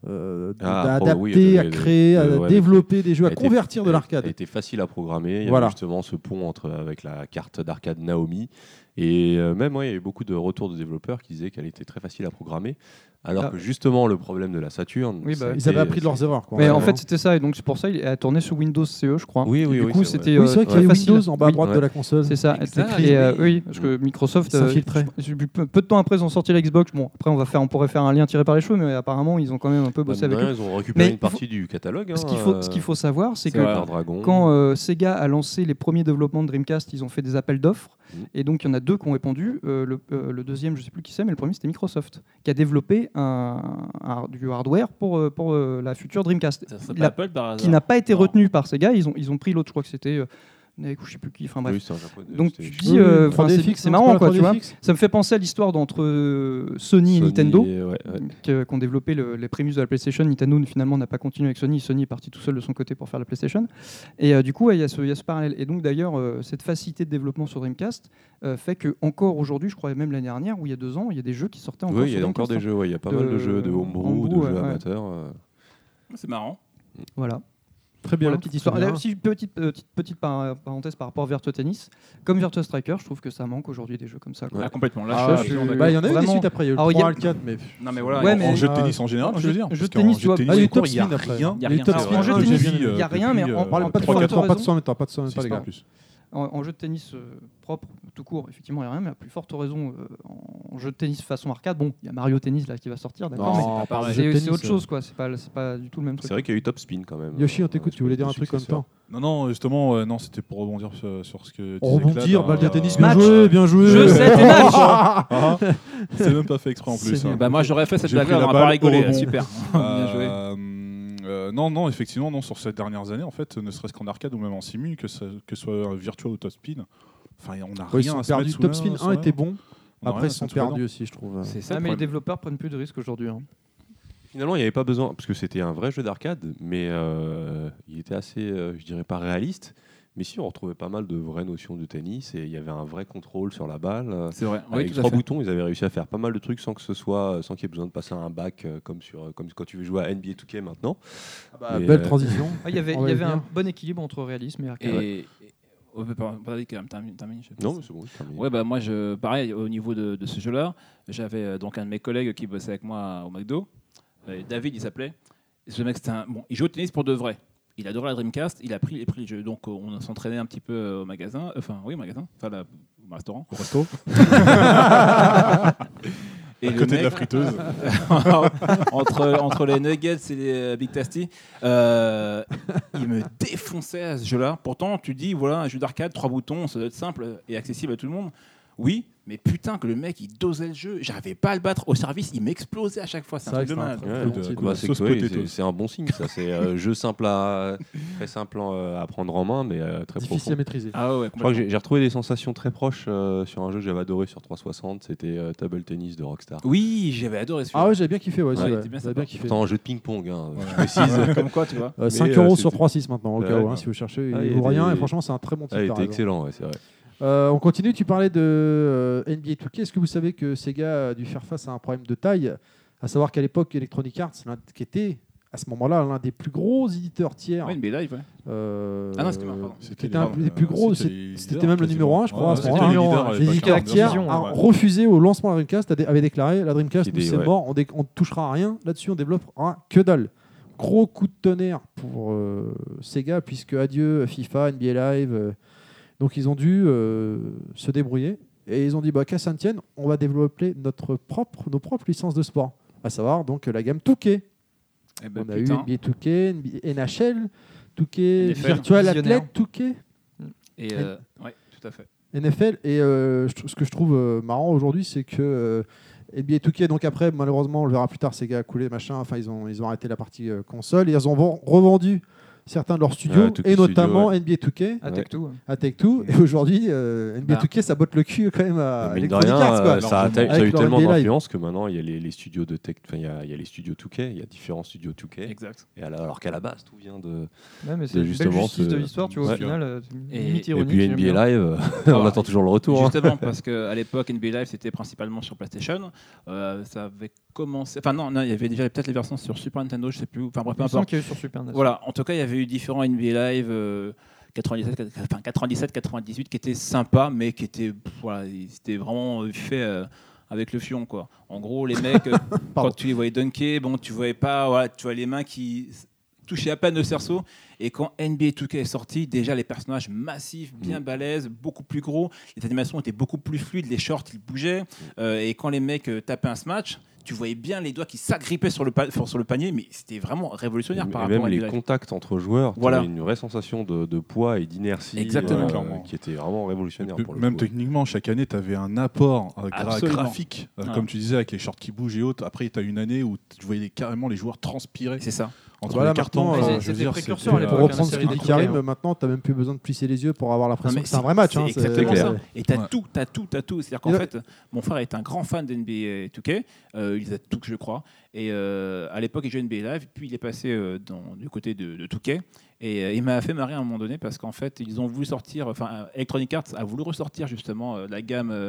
Speaker 5: euh,
Speaker 10: Ah,
Speaker 5: d'adapter,
Speaker 10: oui, de-
Speaker 5: à
Speaker 10: de-
Speaker 5: créer,
Speaker 10: de-
Speaker 5: à
Speaker 10: ouais,
Speaker 5: développer des jeux, à
Speaker 10: elle était-
Speaker 5: convertir de
Speaker 10: elle-
Speaker 5: l'arcade.
Speaker 10: Elle était facile à programmer. Il y
Speaker 5: Voilà.
Speaker 10: avait justement ce pont entre, avec la carte d'arcade Naomi. Et euh, même, ouais, il y a eu beaucoup de retours de développeurs qui disaient qu'elle était très facile à programmer. Alors
Speaker 9: Ah.
Speaker 10: que justement, le problème de la Saturn.
Speaker 9: Oui, bah,
Speaker 10: ça a
Speaker 5: Ils
Speaker 10: été-
Speaker 5: avaient appris de leurs erreurs. Quoi.
Speaker 9: Mais
Speaker 5: Ouais,
Speaker 9: en
Speaker 5: ouais.
Speaker 9: fait, c'était ça, et donc c'est pour ça qu'il a tourné sous Windows C E, je crois.
Speaker 10: Oui,
Speaker 9: Et
Speaker 10: oui,
Speaker 9: du
Speaker 10: oui,
Speaker 9: coup,
Speaker 10: c'est
Speaker 9: c'était
Speaker 5: Oui,
Speaker 9: euh,
Speaker 5: c'est vrai qu'il y
Speaker 9: très
Speaker 5: avait
Speaker 9: facile.
Speaker 5: Windows en bas à
Speaker 9: Oui,
Speaker 5: droite
Speaker 10: ouais.
Speaker 5: de la console.
Speaker 9: C'est ça.
Speaker 7: Exact.
Speaker 9: Et, euh, oui, parce que Microsoft
Speaker 5: Ça
Speaker 9: euh,
Speaker 5: filtrait.
Speaker 9: je- je- peu, peu de temps après, ils ont sorti la Xbox. Bon, après, on va faire, on pourrait faire un lien tiré par les cheveux, mais apparemment, ils ont quand même un peu
Speaker 10: Bah,
Speaker 9: bossé
Speaker 10: mine
Speaker 9: avec
Speaker 10: de
Speaker 9: eux.
Speaker 10: rien, ils ont récupéré
Speaker 9: Mais
Speaker 10: une partie du catalogue.
Speaker 9: Ce
Speaker 10: hein,
Speaker 9: qu'il faut,
Speaker 10: euh,
Speaker 9: ce qu'il faut savoir, c'est
Speaker 7: c'est
Speaker 9: que
Speaker 7: vrai.
Speaker 10: Super Dragon.
Speaker 9: quand euh, Sega a lancé les premiers développements de Dreamcast, ils ont fait des appels d'offres.
Speaker 10: Mm.
Speaker 9: Et donc, il y en a deux qui ont répondu. Euh, le, euh, le deuxième, je ne sais plus qui c'est, mais le premier, c'était Microsoft, qui a développé un, un- du hardware pour, euh, pour euh, la future Dreamcast.
Speaker 7: Ça serait
Speaker 9: Il
Speaker 7: pas
Speaker 9: a-
Speaker 7: Apple par hasard.
Speaker 9: qui n'a pas été
Speaker 7: Non.
Speaker 9: retenu par Sega. Ils ont, ils ont pris l'autre, je crois que c'était. Euh, Nake ou je sais plus qui. Enfin bref.
Speaker 10: Oui, c'est un japonais,
Speaker 9: Donc
Speaker 10: c'était-
Speaker 9: tu
Speaker 10: je
Speaker 9: dis,
Speaker 10: sais
Speaker 9: euh,
Speaker 5: Oui,
Speaker 9: enfin,
Speaker 5: trois D
Speaker 9: c'est
Speaker 5: fixe,
Speaker 9: c'est
Speaker 5: non,
Speaker 9: marrant
Speaker 5: c'est pas
Speaker 9: quoi,
Speaker 5: la
Speaker 9: tu
Speaker 5: trois
Speaker 9: vois.
Speaker 5: D fixe.
Speaker 9: Ça me fait penser à l'histoire d'entre euh, Sony et
Speaker 10: Sony,
Speaker 9: Nintendo,
Speaker 10: ouais, ouais.
Speaker 9: que- qui ont développé le- les prémices de la PlayStation. Nintendo finalement n'a pas continué avec Sony. Sony est parti tout seul de son côté pour faire la PlayStation. Et euh, du coup, ouais, il y, a ce- il y a ce parallèle. Et donc d'ailleurs, euh, cette facilité de développement sur Dreamcast euh, fait que encore aujourd'hui, je crois même l'année dernière ou il y a deux ans, il y a des jeux qui sortaient encore.
Speaker 10: Oui, il y
Speaker 9: sur
Speaker 10: a encore des
Speaker 9: Dreamcast,
Speaker 10: jeux. ouais, Il y a pas
Speaker 9: De-
Speaker 10: mal de jeux de homebrew,
Speaker 9: homebrew,
Speaker 10: de
Speaker 9: ouais,
Speaker 10: jeux
Speaker 9: ouais.
Speaker 10: amateurs. euh.
Speaker 7: C'est marrant.
Speaker 9: hein. Voilà.
Speaker 5: Très bien.
Speaker 9: Pour la petite histoire.
Speaker 5: très bien.
Speaker 9: Là, si, petite, petite, petite par- parenthèse par rapport à Virtua Tennis. Comme Virtua Striker, je trouve que ça manque aujourd'hui des jeux comme ça. quoi.
Speaker 7: Ah, complètement. Là,
Speaker 5: Ah,
Speaker 7: je suis
Speaker 9: je-
Speaker 7: d'accord.
Speaker 5: Bah, il y en a eu des
Speaker 9: Vraiment.
Speaker 5: suites après. Il y a eu le
Speaker 9: Alors, il y a-
Speaker 5: trois, le quatre, mais.
Speaker 7: Non, mais voilà.
Speaker 9: Ouais,
Speaker 6: En-
Speaker 9: mais-
Speaker 6: en jeu de
Speaker 5: Ah,
Speaker 6: tennis en général,
Speaker 9: en
Speaker 6: je veux
Speaker 9: jeu-
Speaker 6: dire.
Speaker 9: jeu
Speaker 6: Parce
Speaker 9: de
Speaker 6: qu'en
Speaker 9: tennis,
Speaker 6: jeu
Speaker 9: tu vois,
Speaker 6: de tennis,
Speaker 5: Ah, il y a eu
Speaker 6: encore,
Speaker 5: Top
Speaker 6: il y a
Speaker 5: Spin après.
Speaker 6: rien.
Speaker 7: Il y a
Speaker 5: Il y a eu
Speaker 7: rien.
Speaker 5: Top
Speaker 7: Ah,
Speaker 5: Spin
Speaker 9: en jeu de
Speaker 5: un,
Speaker 9: tennis,
Speaker 5: j'ai bien
Speaker 9: il
Speaker 5: aimé.
Speaker 9: y a rien, mais en-
Speaker 5: On parle
Speaker 9: en-
Speaker 5: pas de
Speaker 9: pour
Speaker 5: son,
Speaker 9: autre
Speaker 5: pas de
Speaker 9: raison.
Speaker 5: son, pas de son, pas les gars.
Speaker 6: plus.
Speaker 9: En, en jeu de tennis euh, propre, tout court, effectivement, il n'y a rien, mais à plus forte raison, euh, en jeu de tennis façon arcade, bon, il y a Mario Tennis là qui va sortir, d'accord, mais
Speaker 5: Non,
Speaker 7: pas
Speaker 5: pas
Speaker 7: pareil.
Speaker 5: de jeu de
Speaker 9: c'est c'est
Speaker 5: tennis,
Speaker 9: autre chose, quoi. C'est pas, c'est pas du tout le même truc.
Speaker 10: C'est vrai qu'il y a eu Top Spin quand même.
Speaker 5: Yoshi, on
Speaker 10: Euh,
Speaker 5: t'écoute,
Speaker 10: je
Speaker 5: tu voulais dire un
Speaker 10: pense que
Speaker 5: truc en même
Speaker 10: successeur.
Speaker 5: temps.
Speaker 6: Non, non, justement, euh, non, c'était pour rebondir sur, sur ce que disait
Speaker 5: Rebondir,
Speaker 6: Clad,
Speaker 5: balle de
Speaker 6: hein,
Speaker 5: tennis,
Speaker 6: euh,
Speaker 5: bien
Speaker 9: Match.
Speaker 5: joué, bien joué.
Speaker 9: Je sais, t'es match.
Speaker 6: Ah, c'est même pas fait exprès en plus.
Speaker 5: C'est
Speaker 6: hein.
Speaker 5: nul.
Speaker 7: Bah, moi, j'aurais fait cette
Speaker 6: J'ai
Speaker 7: blague-là,
Speaker 6: pris
Speaker 7: on
Speaker 6: la
Speaker 7: n'aurait pas
Speaker 6: balle
Speaker 7: rigolé.
Speaker 6: au rebond.
Speaker 7: Super. Bien joué.
Speaker 6: Euh, euh, non, non, effectivement, non, sur ces dernières années, en fait, ne serait-ce qu'en arcade ou même en simu, que ce que ce soit Virtua ou Top Spin, enfin, on n'a
Speaker 5: Ouais, ils
Speaker 6: rien
Speaker 5: sont
Speaker 6: à se
Speaker 5: perdus.
Speaker 6: mettre sous
Speaker 5: Top
Speaker 6: la-
Speaker 5: Spin
Speaker 6: sous
Speaker 5: un
Speaker 6: la
Speaker 5: était
Speaker 6: main.
Speaker 5: bon.
Speaker 6: On a
Speaker 5: Après,
Speaker 6: rien
Speaker 5: ils
Speaker 6: à se
Speaker 5: sont
Speaker 6: mettre sous la
Speaker 5: perdus
Speaker 6: dent.
Speaker 5: aussi, je trouve.
Speaker 7: C'est ça
Speaker 9: Ah,
Speaker 7: le
Speaker 9: mais les
Speaker 7: problème.
Speaker 9: développeurs prennent plus de risques aujourd'hui. hein.
Speaker 10: Finalement, il n'y avait pas besoin, parce que c'était un vrai jeu d'arcade, mais euh, il était assez, euh, je dirais pas réaliste. Mais si, on retrouvait pas mal de vraies notions de tennis et il y avait un vrai contrôle sur la balle. euh,
Speaker 7: C'est vrai. Oui,
Speaker 10: Avec
Speaker 7: tout à
Speaker 10: trois
Speaker 7: fait.
Speaker 10: boutons, ils avaient réussi à faire pas mal de trucs sans que ce soit, sans qu'il y ait besoin de passer un bac euh, comme sur, comme quand tu veux jouer à N B A deux K maintenant.
Speaker 5: Bah,
Speaker 10: Mais,
Speaker 5: belle
Speaker 10: euh,
Speaker 5: transition.
Speaker 9: Ah, Il y avait,
Speaker 5: On
Speaker 9: il
Speaker 5: va
Speaker 9: y
Speaker 5: y
Speaker 9: avait un
Speaker 5: venir.
Speaker 9: bon équilibre entre réalisme et arcade.
Speaker 7: Et. et- oh, mais pardon, pardon, quand même, termine, termine, je sais pas.
Speaker 10: Non, mais c'est bon, c'est terminé.
Speaker 7: Ouais, bah moi, je, pareil, au niveau de, de ce jeu-là, j'avais euh, donc un de mes collègues qui bossait avec moi au McDo. Euh, David, il s'appelait. Et ce mec, c'était un. Bon, il joue au tennis pour de vrai. Il adorait la Dreamcast. Il a pris, il a pris le jeu. Donc, euh, on s'entraînait un petit peu euh, au magasin. Enfin, oui, au magasin. Enfin, là, au restaurant.
Speaker 6: Au resto,
Speaker 7: Et
Speaker 6: à
Speaker 7: le
Speaker 6: côté de la
Speaker 7: mec-
Speaker 6: friteuse.
Speaker 7: entre, entre les nuggets et les euh, Big Tasty, euh, il me défonçait à ce jeu-là. Pourtant, tu dis, voilà, un jeu d'arcade, trois boutons, ça doit être simple et accessible à tout le monde. Oui, mais putain, que le mec, il dosait le jeu. J'arrivais pas à le battre au service, il m'explosait à chaque fois. C'est
Speaker 5: C'est
Speaker 7: un
Speaker 5: vrai
Speaker 7: truc
Speaker 5: que
Speaker 7: de
Speaker 5: c'est un
Speaker 7: malade.
Speaker 5: truc.
Speaker 10: Ouais,
Speaker 5: Coup
Speaker 10: de-
Speaker 5: de-
Speaker 10: bah,
Speaker 6: coup de
Speaker 10: c'est
Speaker 6: sauce
Speaker 10: que, oui,
Speaker 6: potatoes.
Speaker 10: c'est- c'est un bon signe, ça. C'est euh, jeu simple à, très simple euh, à prendre en main, mais euh, très
Speaker 5: Difficile à
Speaker 10: profond.
Speaker 5: maîtriser.
Speaker 7: Ah ouais,
Speaker 10: Je crois que j'ai j'ai retrouvé des sensations très proches euh, sur un jeu que j'avais adoré sur trois cent soixante, c'était euh, Table Tennis de Rockstar.
Speaker 7: Oui, j'avais adoré celui-là.
Speaker 5: Ah ouais, j'avais bien kiffé, ouais,
Speaker 10: Ouais,
Speaker 5: c'est
Speaker 7: il
Speaker 5: vrai.
Speaker 7: était bien
Speaker 5: J'avais
Speaker 7: sympa.
Speaker 5: bien kiffé.
Speaker 10: Pourtant, un jeu de ping-pong, hein,
Speaker 6: Ouais.
Speaker 10: je précise.
Speaker 7: Comme quoi, tu vois.
Speaker 5: Euh,
Speaker 10: Mais,
Speaker 5: cinq
Speaker 10: euh,
Speaker 5: euros sur
Speaker 10: c'était-
Speaker 5: trois six maintenant, au
Speaker 10: Ouais,
Speaker 5: cas où,
Speaker 10: ouais.
Speaker 5: hein, si vous cherchez.
Speaker 10: Ah,
Speaker 5: Il
Speaker 10: il
Speaker 5: vaut rien
Speaker 10: était-
Speaker 5: et franchement, c'est un très bon
Speaker 10: Ah,
Speaker 5: titre.
Speaker 10: il
Speaker 5: t'as
Speaker 10: était
Speaker 5: raison.
Speaker 10: excellent, ouais, c'est vrai.
Speaker 5: Euh, on continue, tu parlais de euh, N B A deux K. Est-ce que vous savez que Sega a dû faire face à un problème de taille, à savoir qu'à l'époque, Electronic Arts, l'un- qui était à ce moment-là l'un des plus gros éditeurs tiers,
Speaker 7: Ouais, une Live, ouais.
Speaker 5: euh,
Speaker 7: Ah non, c'était moi, pardon.
Speaker 5: C'était
Speaker 6: les-
Speaker 5: un des plus gros,
Speaker 6: c'était
Speaker 5: c'est-
Speaker 6: les
Speaker 5: c'était
Speaker 6: leaders,
Speaker 5: même le
Speaker 6: quasiment.
Speaker 5: numéro un, je crois, à
Speaker 6: Ouais,
Speaker 5: ce
Speaker 6: c'était
Speaker 5: moment-là.
Speaker 6: les leaders à
Speaker 5: Les
Speaker 6: l'époque,
Speaker 5: éditeurs
Speaker 6: hein.
Speaker 5: tiers
Speaker 9: Activision,
Speaker 5: a
Speaker 6: ouais.
Speaker 5: refusé au lancement de la Dreamcast, a dé- avait déclaré la Dreamcast,
Speaker 10: Idée,
Speaker 5: c'est
Speaker 10: ouais.
Speaker 5: mort, on, dé- on touchera à rien là-dessus, on développera que dalle. Gros coup de tonnerre pour euh, Sega, puisque adieu FIFA, N B A Live. euh, donc ils ont dû euh, se débrouiller et ils ont dit bah, qu'à ça ne tienne, on va développer notre propre, nos propres licences de sport, à savoir donc la gamme deux K.
Speaker 7: Eh ben,
Speaker 5: On a eu
Speaker 7: putain.
Speaker 5: N B A deux K, N B A N H L, deux K,
Speaker 7: N F L,
Speaker 5: Virtual
Speaker 9: visionnaire.
Speaker 5: Athlete deux K,
Speaker 7: Et euh, ouais, tout à fait.
Speaker 5: N F L. Et euh, je tr- ce que je trouve euh, marrant aujourd'hui, c'est que euh, N B A deux K, donc après, malheureusement, on le verra plus tard, Sega a coulé, machin, enfin, ils ont, ils ont arrêté la partie euh, console et ils ont ven- revendu certains de leurs studios,
Speaker 10: Ouais, Tokyo
Speaker 5: et
Speaker 10: Studio,
Speaker 5: notamment
Speaker 10: ouais.
Speaker 5: N B A deux K
Speaker 9: À
Speaker 10: Ouais.
Speaker 9: Tech-Two.
Speaker 5: à Tech-Two. Et aujourd'hui, euh, N B A
Speaker 7: Bah.
Speaker 5: deux K, ça botte le cul quand même à
Speaker 10: Mine de
Speaker 5: Electronic
Speaker 10: rien,
Speaker 5: Arts, quoi.
Speaker 10: euh, ça a,
Speaker 5: Avec
Speaker 10: ça a eu
Speaker 5: leur
Speaker 10: tellement
Speaker 5: N B A Live.
Speaker 10: d'influence que maintenant il y a les, les studios de tech, enfin il y a, il y a les studios deux K, il y a différents studios deux K.
Speaker 7: Exact.
Speaker 10: Et alors, alors qu'à la base tout vient de.
Speaker 9: Ouais, mais c'est
Speaker 10: de
Speaker 9: une belle
Speaker 10: justement
Speaker 9: justice
Speaker 10: ce-
Speaker 9: de l'histoire, tu vois,
Speaker 10: Ouais.
Speaker 9: au final. euh,
Speaker 7: Et-
Speaker 9: limite
Speaker 7: et
Speaker 10: Et
Speaker 9: ironique,
Speaker 10: puis
Speaker 9: j'aime
Speaker 10: N B
Speaker 9: bien.
Speaker 10: A Live, euh, on
Speaker 7: Alors,
Speaker 10: attend toujours le retour. hein.
Speaker 7: Justement, parce qu'à l'époque, N B A Live, c'était principalement sur PlayStation. Euh, ça avait commencé. Enfin non, non, il y avait déjà peut-être les versions sur Super Nintendo, je sais plus. Enfin bref, peu
Speaker 9: Il me semble
Speaker 7: importe.
Speaker 9: qu'il y a eu sur Super N E S.
Speaker 7: Voilà, en tout cas, il y avait eu différents N B A Live euh, quatre-vingt-dix-sept, enfin, quatre-vingt-dix-sept quatre-vingt-dix-huit qui étaient sympas, mais qui étaient, pff, voilà, c'était vraiment fait euh, avec le fion, quoi. En gros, les mecs, euh, quand tu les voyais dunker, bon, tu voyais pas, voilà, tu vois les mains qui touchaient à peine le cerceau. Et quand N B A deux K est sorti, déjà les personnages massifs, bien balèzes, beaucoup plus gros, les animations étaient beaucoup plus fluides, les shorts ils bougeaient, euh, et quand les mecs euh, tapaient un smash, tu voyais bien les doigts qui s'agrippaient sur le, pa- sur le panier, mais c'était vraiment révolutionnaire
Speaker 10: Et
Speaker 7: par
Speaker 10: et
Speaker 7: rapport
Speaker 10: même
Speaker 7: à
Speaker 10: les
Speaker 7: N B A.
Speaker 10: contacts entre joueurs,
Speaker 7: Voilà.
Speaker 10: voilà. Une vraie sensation de, de poids et d'inertie
Speaker 7: Exactement.
Speaker 10: euh, qui était vraiment révolutionnaire. Pour le
Speaker 6: Même
Speaker 10: coup.
Speaker 6: techniquement, chaque année, tu avais un apport euh, gra-
Speaker 7: Absolument.
Speaker 6: graphique, euh,
Speaker 7: Ah.
Speaker 6: comme tu disais, avec les shorts qui bougent et autres. Après, tu as une année où tu voyais carrément les joueurs transpirer
Speaker 7: C'est ça.
Speaker 6: entre
Speaker 5: Voilà,
Speaker 6: les cartons.
Speaker 5: maintenant,
Speaker 6: Enfin,
Speaker 5: euh,
Speaker 6: je veux
Speaker 9: c'était
Speaker 6: dire,
Speaker 9: précurseur à
Speaker 6: c'était,
Speaker 9: l'époque,
Speaker 5: Pour
Speaker 6: euh,
Speaker 5: reprendre
Speaker 9: c'est
Speaker 5: ce que
Speaker 9: un
Speaker 5: dit
Speaker 9: truc
Speaker 5: Karim,
Speaker 9: incroyable.
Speaker 5: maintenant, t'as même plus besoin de plisser les yeux pour avoir l'impression
Speaker 7: Non, mais
Speaker 5: que c'est un vrai match.
Speaker 7: c'est
Speaker 5: hein,
Speaker 7: exactement
Speaker 10: c'est
Speaker 7: ça.
Speaker 10: clair.
Speaker 7: Et t'as
Speaker 6: Ouais.
Speaker 7: tout, t'as tout, t'as tout. C'est-à-dire qu'en
Speaker 5: Et
Speaker 7: fait, mon frère est un grand fan d'N B A deux K. Euh, il les a tous, je crois. Et euh, à l'époque, il jouait N B A Live. Puis il est passé euh, dans, du côté de, de deux K. Et euh, il m'a fait marrer à un moment donné parce qu'en fait, ils ont voulu sortir. Enfin, euh, Electronic Arts a voulu ressortir justement euh, la gamme euh,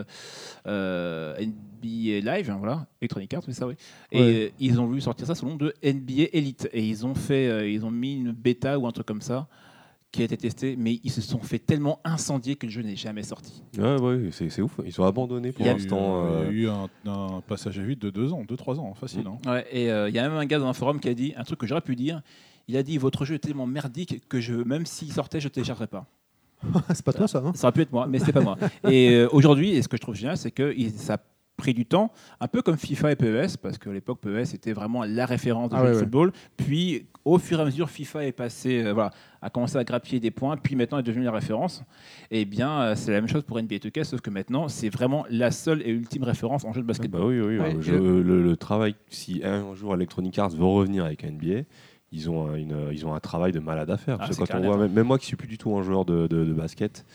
Speaker 7: euh, N B A Live. Hein, voilà, Electronic Arts, c'est ça, oui. Et
Speaker 5: Ouais.
Speaker 7: euh, ils ont voulu sortir ça sous le nom de N B A Elite. Et ils ont fait, euh, ils ont mis une bêta ou un truc comme ça qui a été testé, mais ils se sont fait tellement incendier que le jeu n'est jamais sorti.
Speaker 10: Ouais, ouais, c'est, c'est ouf. Ils ont abandonné pour
Speaker 6: il y a eu,
Speaker 10: l'instant.
Speaker 6: euh,
Speaker 10: euh,
Speaker 6: il y a eu un, un passage à vide de deux ans, deux, trois ans, facile. Hein.
Speaker 7: Ouais, et il euh, y a même un gars dans un forum qui a dit un truc que j'aurais pu dire. Il a dit votre jeu est tellement merdique que je, même s'il sortait, je ne téléchargerais pas.
Speaker 5: c'est pas toi ça, non?
Speaker 7: Ça aurait pu être moi, mais c'était pas moi. Et euh, aujourd'hui, et ce que je trouve génial, c'est que il- ça a pris du temps, un peu comme FIFA et P E S, parce qu'à l'époque, P E S était vraiment la référence du
Speaker 5: Ah
Speaker 7: jeu
Speaker 5: ouais,
Speaker 7: de
Speaker 5: ouais.
Speaker 7: football. Puis, au fur et à mesure, FIFA est passé, euh, voilà, a commencé à grappiller des points, puis maintenant est devenu la référence. Et bien, euh, c'est la même chose pour N B A deux K, sauf que maintenant, c'est vraiment la seule et ultime référence en jeu de
Speaker 10: Bah
Speaker 7: basketball.
Speaker 10: oui, oui,
Speaker 9: Ouais,
Speaker 10: euh, je-
Speaker 9: je-
Speaker 10: le, le travail, si un jour Electronic Arts veut revenir avec N B A, ils ont un, une, ils ont un travail de malade à faire.
Speaker 7: Ah,
Speaker 10: Parce que
Speaker 7: c'est
Speaker 10: quand
Speaker 7: clair
Speaker 10: on
Speaker 7: et
Speaker 10: voit,
Speaker 7: net.
Speaker 10: même, même moi qui suis plus du tout un joueur de, de- de basket,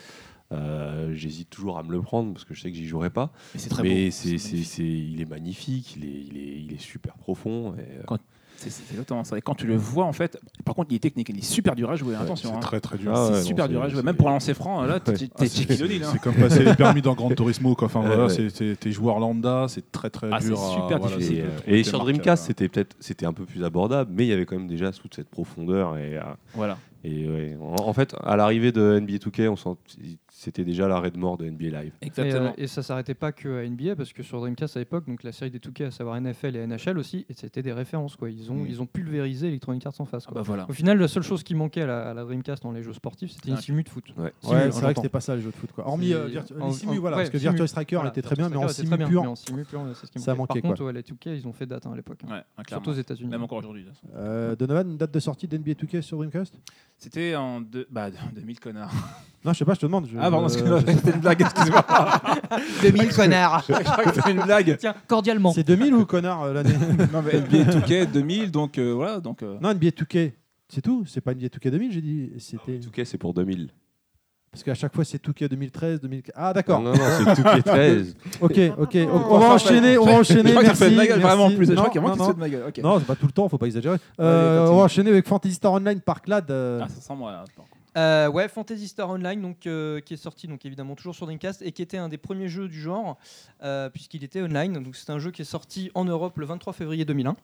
Speaker 10: euh, j'hésite toujours à me le prendre parce que je sais que j'y jouerai pas.
Speaker 7: Mais c'est très
Speaker 10: Mais
Speaker 7: beau.
Speaker 10: c'est, c'est,
Speaker 7: magnifique.
Speaker 10: c'est- il est magnifique, il est, il est, il est super profond. Et, euh,
Speaker 7: C'est c'est exactement ça. Et quand tu le vois, en fait, par contre, il est technique, il est super dur à jouer. Attention,
Speaker 6: C'est
Speaker 7: hein.
Speaker 6: très très dur.
Speaker 10: Ah
Speaker 7: c'est
Speaker 10: ouais,
Speaker 7: super
Speaker 10: non,
Speaker 7: dur à
Speaker 10: c'est-
Speaker 7: jouer.
Speaker 10: c'est-
Speaker 7: Même pour un lancer franc, là, t'es
Speaker 10: Ouais.
Speaker 7: t'es
Speaker 6: Ah, c'est-
Speaker 7: Shaquille O'Neal, hein.
Speaker 6: C'est comme passer les permis dans Gran Turismo. Quoi. Enfin,
Speaker 10: Ouais,
Speaker 6: voilà,
Speaker 10: ouais.
Speaker 6: c'est, t'es, t'es joueur lambda, c'est très très
Speaker 7: Ah, c'est
Speaker 6: dur. à-
Speaker 7: super
Speaker 6: voilà,
Speaker 7: difficile.
Speaker 6: c'est
Speaker 10: Et,
Speaker 6: de
Speaker 10: euh,
Speaker 6: trouver
Speaker 10: et
Speaker 6: tes
Speaker 10: sur
Speaker 6: marques,
Speaker 10: Dreamcast,
Speaker 6: euh,
Speaker 10: c'était peut-être c'était un peu plus abordable, mais il y avait quand même déjà toute cette profondeur. Et, euh,
Speaker 7: Voilà.
Speaker 10: et ouais, en, en fait, à l'arrivée de N B A deux K, on sent, c'était déjà l'arrêt de mort de N B A Live.
Speaker 9: Et,
Speaker 7: Exactement.
Speaker 9: euh, et ça s'arrêtait pas que à N B A parce que sur Dreamcast à l'époque, donc la série des deux K, à savoir N F L et N H L aussi, et c'était des références quoi. Ils ont
Speaker 6: Mm.
Speaker 9: ils ont pulvérisé Electronic Arts en face.
Speaker 7: Ah
Speaker 9: Quoi.
Speaker 7: bah voilà.
Speaker 9: Au final, la seule chose qui manquait à la, à la Dreamcast dans les jeux sportifs, c'était une
Speaker 7: Ah.
Speaker 9: simu de foot.
Speaker 10: Ouais.
Speaker 9: Simu,
Speaker 5: Ouais,
Speaker 9: hein,
Speaker 5: c'est vrai que
Speaker 9: j'entends.
Speaker 5: c'était pas ça les jeux de foot quoi. Hormis
Speaker 9: C'est-
Speaker 5: euh, Virtu-
Speaker 9: en-
Speaker 5: les simu,
Speaker 9: en-
Speaker 5: voilà,
Speaker 9: ouais,
Speaker 5: parce que
Speaker 9: simu.
Speaker 5: Virtua Striker
Speaker 9: Voilà,
Speaker 5: était très bien, mais
Speaker 9: Virtua
Speaker 5: en
Speaker 9: Striker,
Speaker 5: simu
Speaker 9: c'était très
Speaker 5: pur.
Speaker 9: bien, mais en simu pur, c'est ce qui
Speaker 5: Ça
Speaker 9: manquait.
Speaker 5: manquait,
Speaker 9: Par
Speaker 5: quoi.
Speaker 9: contre, ouais, les deux K, ils ont fait date hein, à l'époque. hein.
Speaker 7: Ouais, hein, clairement.
Speaker 9: Surtout aux États-Unis.
Speaker 7: Même encore aujourd'hui. de toute façon.
Speaker 5: Euh, Donovan, une date de sortie d'N B A deux K sur Dreamcast?
Speaker 7: C'était en deux... bah, deux mille, connard.
Speaker 5: Non, je sais pas, je te demande. je-
Speaker 7: Ah, pardon,
Speaker 5: euh,
Speaker 7: excuse-moi, c'était une blague, excuse-moi.
Speaker 9: deux mille connards.
Speaker 7: Je crois que c'était une blague.
Speaker 9: Tiens, cordialement.
Speaker 5: C'est deux mille ou connard euh, l'année?
Speaker 7: Non, mais N B A deux K deux mille, donc euh, voilà. Donc, euh,
Speaker 5: Non, N B A deux K, c'est tout. C'est pas N B A deux K deux mille, j'ai dit. C'était
Speaker 10: deux K, c'est pour deux mille.
Speaker 5: parce qu'à chaque fois c'est deux K deux mille treize, deux mille. Ah d'accord.
Speaker 10: Non, non, c'est deux K treize.
Speaker 5: Ok, ok. On, on va enchaîner, on va enchaîner.
Speaker 7: Je crois qu'il
Speaker 5: Merci.
Speaker 7: fait de ma gueule, vraiment en
Speaker 5: merci.
Speaker 7: plus. Je
Speaker 5: Non,
Speaker 7: crois qu'il y a
Speaker 5: non,
Speaker 7: vraiment qui se
Speaker 5: non.
Speaker 7: fait de ma gueule. Ok.
Speaker 5: Non, c'est pas tout le temps, faut pas exagérer. Euh,
Speaker 7: Allez,
Speaker 5: on
Speaker 7: continue.
Speaker 5: va enchaîner avec Phantasy Star Online Parklad. euh,
Speaker 7: Ah, ça sent moi là. par contre.
Speaker 9: Euh, ouais, Fantasy Star Online, donc, euh, qui est sorti donc, évidemment toujours sur Dreamcast et qui était un des premiers jeux du genre, euh, puisqu'il était online. Donc, c'est un jeu qui est sorti en Europe le vingt-trois février deux mille un,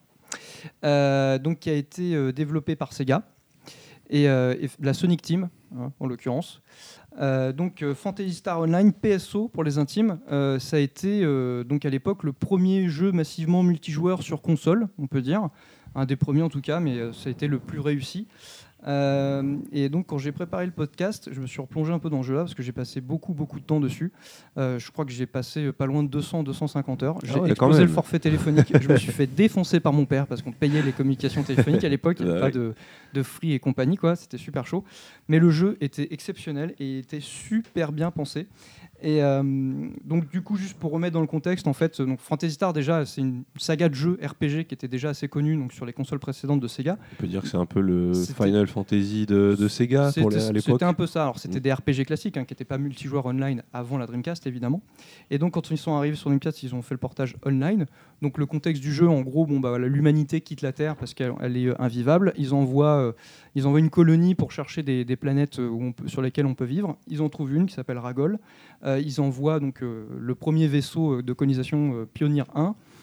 Speaker 9: euh, donc, qui a été euh, développé par Sega et, euh, et la Sonic Team, hein, en l'occurrence. Euh, donc, euh, Fantasy Star Online P S O pour les intimes, euh, ça a été euh, donc à l'époque le premier jeu massivement multijoueur sur console, on peut dire. Un des premiers en tout cas, mais euh, ça a été le plus réussi. Euh, et donc quand j'ai préparé le podcast, je me suis replongé un peu dans ce jeu-là parce que j'ai passé beaucoup beaucoup de temps dessus. Euh, je crois que j'ai passé pas loin de deux cents à deux cent cinquante heures. J'ai
Speaker 10: Ah ouais, quand
Speaker 9: explosé
Speaker 10: même.
Speaker 9: le forfait téléphonique. Je me suis fait défoncer par mon père parce qu'on payait les communications téléphoniques à l'époque. Il n'y avait
Speaker 10: Bah
Speaker 9: pas de, de free et compagnie, quoi. C'était super chaud. Mais le jeu était exceptionnel et était super bien pensé. Et euh, donc du coup, juste pour remettre dans le contexte, en fait, donc Phantasy Star déjà, c'est une saga de jeux R P G qui était déjà assez connue donc sur les consoles précédentes de Sega.
Speaker 10: On peut dire que c'est un peu le
Speaker 9: C'était-
Speaker 10: Final Fantasy de, de Sega pour les-
Speaker 9: C'était
Speaker 10: à l'époque.
Speaker 9: c'était un peu ça. Alors c'était
Speaker 10: Mm.
Speaker 9: des R P G classiques hein, qui n'étaient pas multijoueurs online avant la Dreamcast évidemment. Et donc quand ils sont arrivés sur Dreamcast, ils ont fait le portage online. Donc le contexte du jeu, en gros, bon bah voilà, l'humanité quitte la Terre parce qu'elle elle est euh, invivable. Ils envoient, euh, ils envoient une colonie pour chercher des, des planètes euh, où on peut- sur lesquelles on peut vivre. Ils en trouvent une qui s'appelle Ragol. Euh, ils envoient donc euh, le premier vaisseau euh, de colonisation euh, Pioneer un.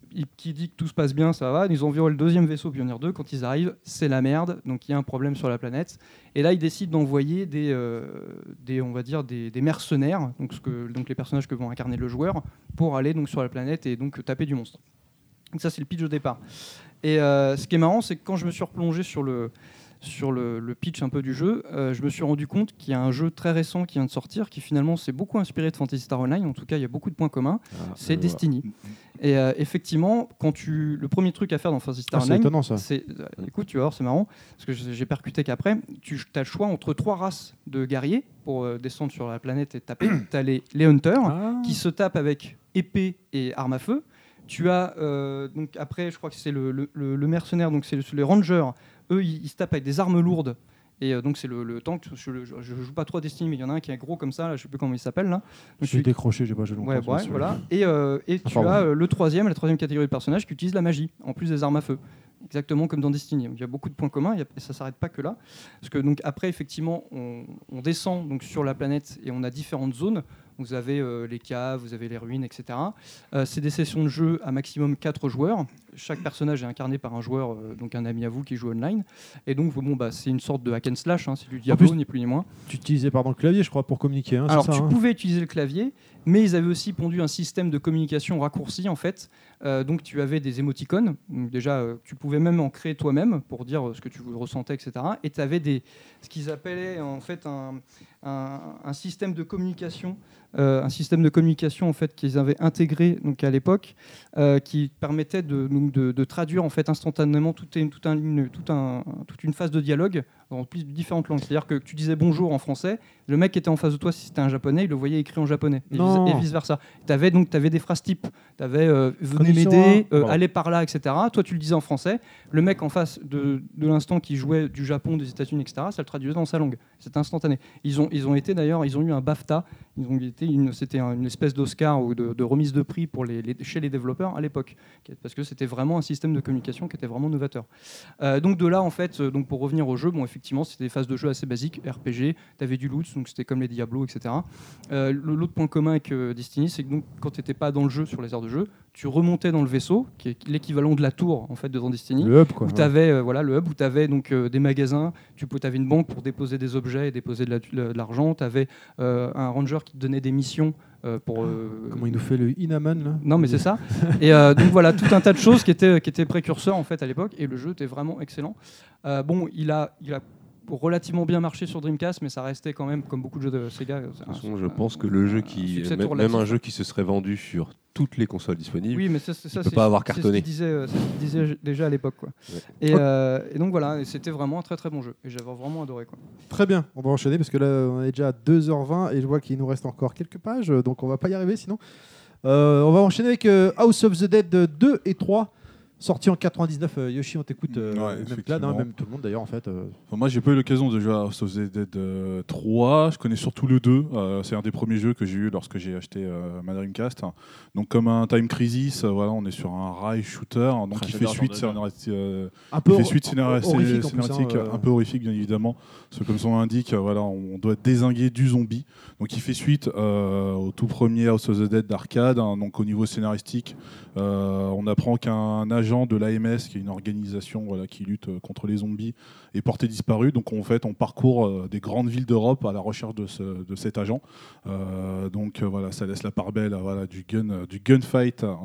Speaker 9: qui dit que tout se passe bien, ça va. Ils envoient le deuxième vaisseau Pioneer deux. Quand ils arrivent, c'est la merde. Donc il y a un problème sur la planète. Et là, ils décident d'envoyer des, euh, des, on va dire, des, des mercenaires, donc, ce que, donc les personnages que vont incarner le joueur, pour aller donc sur la planète et donc taper du monstre. Donc ça, c'est le pitch au départ. Et euh, ce qui est marrant, c'est que quand je me suis replongé sur le sur le, le pitch un peu du jeu, euh, je me suis rendu compte qu'il y a un jeu très récent qui vient de sortir, qui finalement s'est beaucoup inspiré de Phantasy Star Online. En tout cas, il y a beaucoup de points communs. Ah, c'est Destiny. Vois. Et euh, effectivement, quand tu le premier truc à faire dans Phantasy Star
Speaker 5: ah,
Speaker 9: Online,
Speaker 5: c'est étonnant, ça.
Speaker 9: C'est, euh, écoute, tu vas voir, c'est marrant parce que j'ai percuté qu'après, tu as le choix entre trois races de guerriers pour euh, descendre sur la planète et taper. Tu as les, les hunters ah. qui se tapent avec épée et arme à feu. Tu as euh, donc après, je crois que c'est le, le, le mercenaire, donc c'est le, les rangers. Eux, ils, ils se tapent avec des armes lourdes. Et euh, donc c'est le, le tank. Je, je, je joue pas trop à Destiny, mais il y en a un qui est gros comme ça. Là, je sais plus comment il s'appelle là. Donc,
Speaker 5: je suis décroché, j'ai pas joué longtemps.
Speaker 9: Ouais, ouais, voilà. Et, euh, et tu as euh, le troisième, la troisième catégorie de personnages qui utilise la magie en plus des armes à feu. Exactement comme dans Destiny. Donc, il y a beaucoup de points communs et ça s'arrête pas que là. Parce que donc après, effectivement, on, on descend donc sur la planète et on a différentes zones. Vous avez euh, les caves, vous avez les ruines, et cetera. Euh, c'est des sessions de jeu à maximum quatre joueurs. Chaque personnage est incarné par un joueur, euh, donc un ami à vous qui joue online. Et donc, bon, bah, c'est une sorte de hack and slash, hein, c'est du Diablo, ni plus ni moins.
Speaker 5: Tu utilisais pardon, le clavier, je crois, pour communiquer. Hein,
Speaker 9: Alors,
Speaker 5: ça,
Speaker 9: tu
Speaker 5: hein.
Speaker 9: pouvais utiliser le clavier, mais ils avaient aussi pondu un système de communication raccourci, en fait. Euh, donc, tu avais des émoticônes. Donc, déjà, euh, tu pouvais même en créer toi-même pour dire euh, ce que tu ressentais, et cetera. Et tu avais des, ce qu'ils appelaient en fait un, un, un système de communication. Euh, un système de communication en fait qu'ils avaient intégré donc à l'époque, euh, qui permettait de, donc, de, de traduire en fait instantanément toute une, toute, un, une, toute, un, toute une phase de dialogue dans plus de différentes langues. C'est-à-dire que tu disais bonjour en français, le mec qui était en face de toi, si c'était un japonais, il le voyait écrit en japonais, et, vis- et vice versa. Tu avais donc t'avais des phrases types, tu avais euh, venez m'aider, euh, bon. allez par là, et cetera. Toi tu le disais en français, le mec en face de, de l'instant qui jouait du Japon, des États-Unis, et cetera, ça le traduisait dans sa langue. C'était instantané. Ils ont, ils ont été d'ailleurs, ils ont eu un BAFTA, ils ont été une, c'était une espèce d'Oscar ou de, de remise de prix pour les, les, chez les développeurs à l'époque, parce que c'était vraiment un système de communication qui était vraiment novateur. Euh, donc de là en fait, donc pour revenir au jeu, bon effectivement c'était des phases de jeu assez basiques, R P G, tu avais du loot, donc c'était comme les Diablo, et cetera. Euh, l'autre point commun avec euh, Destiny, c'est que donc, quand tu n'étais pas dans le jeu sur les aires de jeu, tu remontais dans le vaisseau, qui est l'équivalent de la tour en fait de dans Destiny,
Speaker 5: le hub, quoi,
Speaker 9: où tu avais euh, voilà, le hub où tu avais donc, euh, des magasins, tu avais une banque pour déposer des objets et déposer de, la, de l'argent, tu avais euh, un ranger qui te donnait des missions. Euh, pour, euh...
Speaker 5: Comment il nous fait le Inaman là ?
Speaker 9: Non mais c'est ça. Et euh, donc voilà, tout un tas de choses qui étaient, qui étaient précurseurs en fait à l'époque, et le jeu était vraiment excellent. Euh, bon, il a, il a relativement bien marché sur Dreamcast, mais ça restait quand même, comme beaucoup de jeux de Sega.
Speaker 10: De toute façon, je pense que le jeu qui, même, même un jeu qui se serait vendu sur toutes les consoles disponibles,
Speaker 9: oui, mais ça, c'est, ça,
Speaker 10: il ne peut pas avoir cartonné.
Speaker 9: C'est ce qu'il disait, c'est ce qu'il disait déjà à l'époque, quoi. Ouais. Et, euh, et donc voilà, et c'était vraiment un très très bon jeu, et j'avais vraiment adoré, quoi.
Speaker 5: Très bien, on va enchaîner parce que là on est déjà à deux heures vingt et je vois qu'il nous reste encore quelques pages, donc on va pas y arriver sinon. Euh, on va enchaîner avec euh, House of the Dead deux et trois. Sorti en quatre-vingt-dix-neuf, euh, Yoshi, on t'écoute, euh,
Speaker 6: ouais,
Speaker 5: même Clad, hein, même tout le monde d'ailleurs en fait. Euh.
Speaker 6: Enfin, moi, j'ai pas eu l'occasion de jouer à House of the Dead euh, trois. Je connais surtout le deux. Euh, c'est un des premiers jeux que j'ai eu lorsque j'ai acheté euh, ma Dreamcast. Donc, comme un Time Crisis, euh, voilà, on est sur un rail shooter. Donc, il fait suite, scénaristique, euh, un peu il fait suite scénaristique, scénaristique hein, euh... un peu horrifique, bien évidemment. Parce que, comme son nom l'indique, euh, voilà, on doit dézinguer du zombie. Donc, il fait suite euh, au tout premier House of the Dead d'arcade. Hein, donc, au niveau scénaristique, euh, on apprend qu'un agent de l'A M S, qui est une organisation voilà, qui lutte contre les zombies, est porté disparu. Donc en fait, on parcourt euh, des grandes villes d'Europe à la recherche de, ce, de cet agent. Euh, donc euh, voilà, ça laisse la part belle à voilà, du, gun, euh, du gunfight. Euh,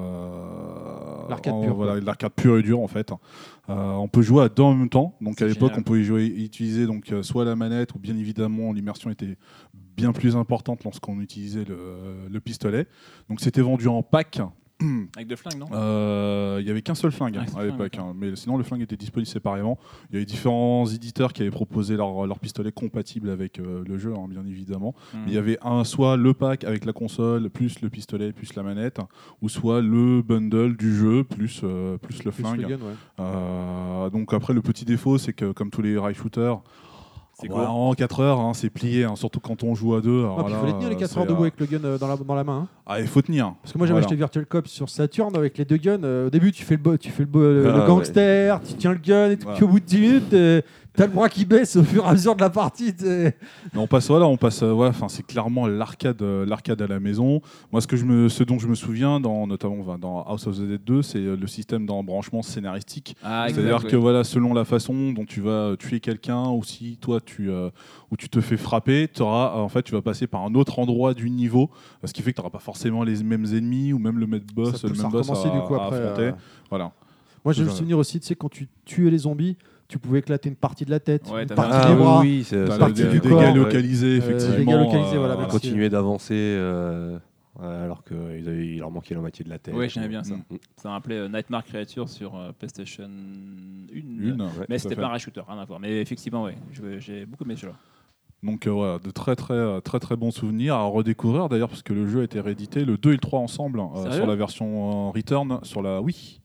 Speaker 5: l'arcade,
Speaker 6: en,
Speaker 5: pure,
Speaker 6: voilà, l'arcade pure et dure en fait. Euh, on peut jouer à deux en même temps. Donc c'est à l'époque, génial. On pouvait jouer, utiliser donc, euh, soit la manette ou bien évidemment l'immersion était bien plus importante lorsqu'on utilisait le, le pistolet. Donc c'était vendu en pack.
Speaker 7: Avec deux flingues, non ?
Speaker 6: Il euh, n'y avait qu'un seul flingue ah, à l'époque, hein, mais sinon le flingue était disponible séparément. Il y avait différents éditeurs qui avaient proposé leur, leur pistolet compatible avec euh, le jeu, hein, bien évidemment. Mmh. Il y avait un, soit le pack avec la console, plus le pistolet, plus la manette, ou soit le bundle du jeu, plus, euh, plus le plus flingue. Le gun, ouais. euh, donc après, le petit défaut, c'est que comme tous les rail shooters, c'est ouais, en quatre heures, hein, c'est plié, hein, surtout quand on joue à deux.
Speaker 5: Il fallait tenir les quatre heures debout avec le gun euh, dans, la, dans la main. Hein.
Speaker 6: Ah, il faut tenir.
Speaker 5: Parce que moi j'avais voilà. acheté Virtual Cop sur Saturn avec les deux guns. Euh, au début, tu fais le, bo- tu fais le, bo- ah, le gangster, ouais. tu tiens le gun, et tout, ah. puis au bout de dix minutes, euh, T'as le bras qui baisse au fur et à mesure de la partie. t'es-
Speaker 6: Mais on passe voilà, on passe euh, ouais, enfin c'est clairement l'arcade euh, l'arcade à la maison. Moi ce que je me ce dont je me souviens dans notamment enfin, dans House of the Dead deux, c'est euh, le système d'embranchement scénaristique.
Speaker 7: Ah,
Speaker 6: C'est-à-dire
Speaker 7: exact,
Speaker 6: que
Speaker 7: ouais.
Speaker 6: voilà, selon la façon dont tu vas tuer quelqu'un ou si toi tu euh, ou tu te fais frapper, t'auras en fait tu vas passer par un autre endroit du niveau, ce qui fait que tu n'auras pas forcément les mêmes ennemis ou même le même boss,
Speaker 5: Ça
Speaker 6: le
Speaker 5: pousse à
Speaker 6: même boss à,
Speaker 5: recommencer, du coup,
Speaker 6: à
Speaker 5: après,
Speaker 6: affronter.
Speaker 5: euh,
Speaker 6: Voilà.
Speaker 5: Moi, j'ai le
Speaker 6: Genre-
Speaker 5: souvenir aussi, tu sais, quand tu tuais les zombies, tu pouvais éclater une partie de la tête,
Speaker 7: Ouais,
Speaker 5: une
Speaker 7: t'avais
Speaker 5: partie
Speaker 10: Ah
Speaker 5: des
Speaker 10: oui,
Speaker 5: bras.
Speaker 10: oui, c'est
Speaker 6: T'as
Speaker 10: ça.
Speaker 6: le-
Speaker 5: partie
Speaker 6: des
Speaker 5: du
Speaker 6: dégâts
Speaker 5: corps,
Speaker 6: localisés,
Speaker 5: Euh,
Speaker 6: effectivement.
Speaker 5: dégâts localisés, voilà,
Speaker 6: euh,
Speaker 5: merci.
Speaker 10: Continuer d'avancer euh, alors qu'il leur manquait la moitié de la tête.
Speaker 7: Ouais, j'aimais bien ça.
Speaker 10: Mm, mm.
Speaker 7: Ça me rappelait euh, Nightmare Creature sur euh, PlayStation un.
Speaker 6: Une, ouais,
Speaker 7: Mais
Speaker 6: tout
Speaker 7: c'était
Speaker 6: à fait.
Speaker 7: pas un shooter, rien à voir. Mais effectivement, ouais, je- j'ai beaucoup aimé celui-là.
Speaker 6: Donc euh, voilà, de très très euh, très très bons souvenirs à redécouvrir d'ailleurs parce que le jeu a été réédité le deux et le trois ensemble euh,
Speaker 7: Sérieux
Speaker 6: sur la version euh, Return sur la Wii.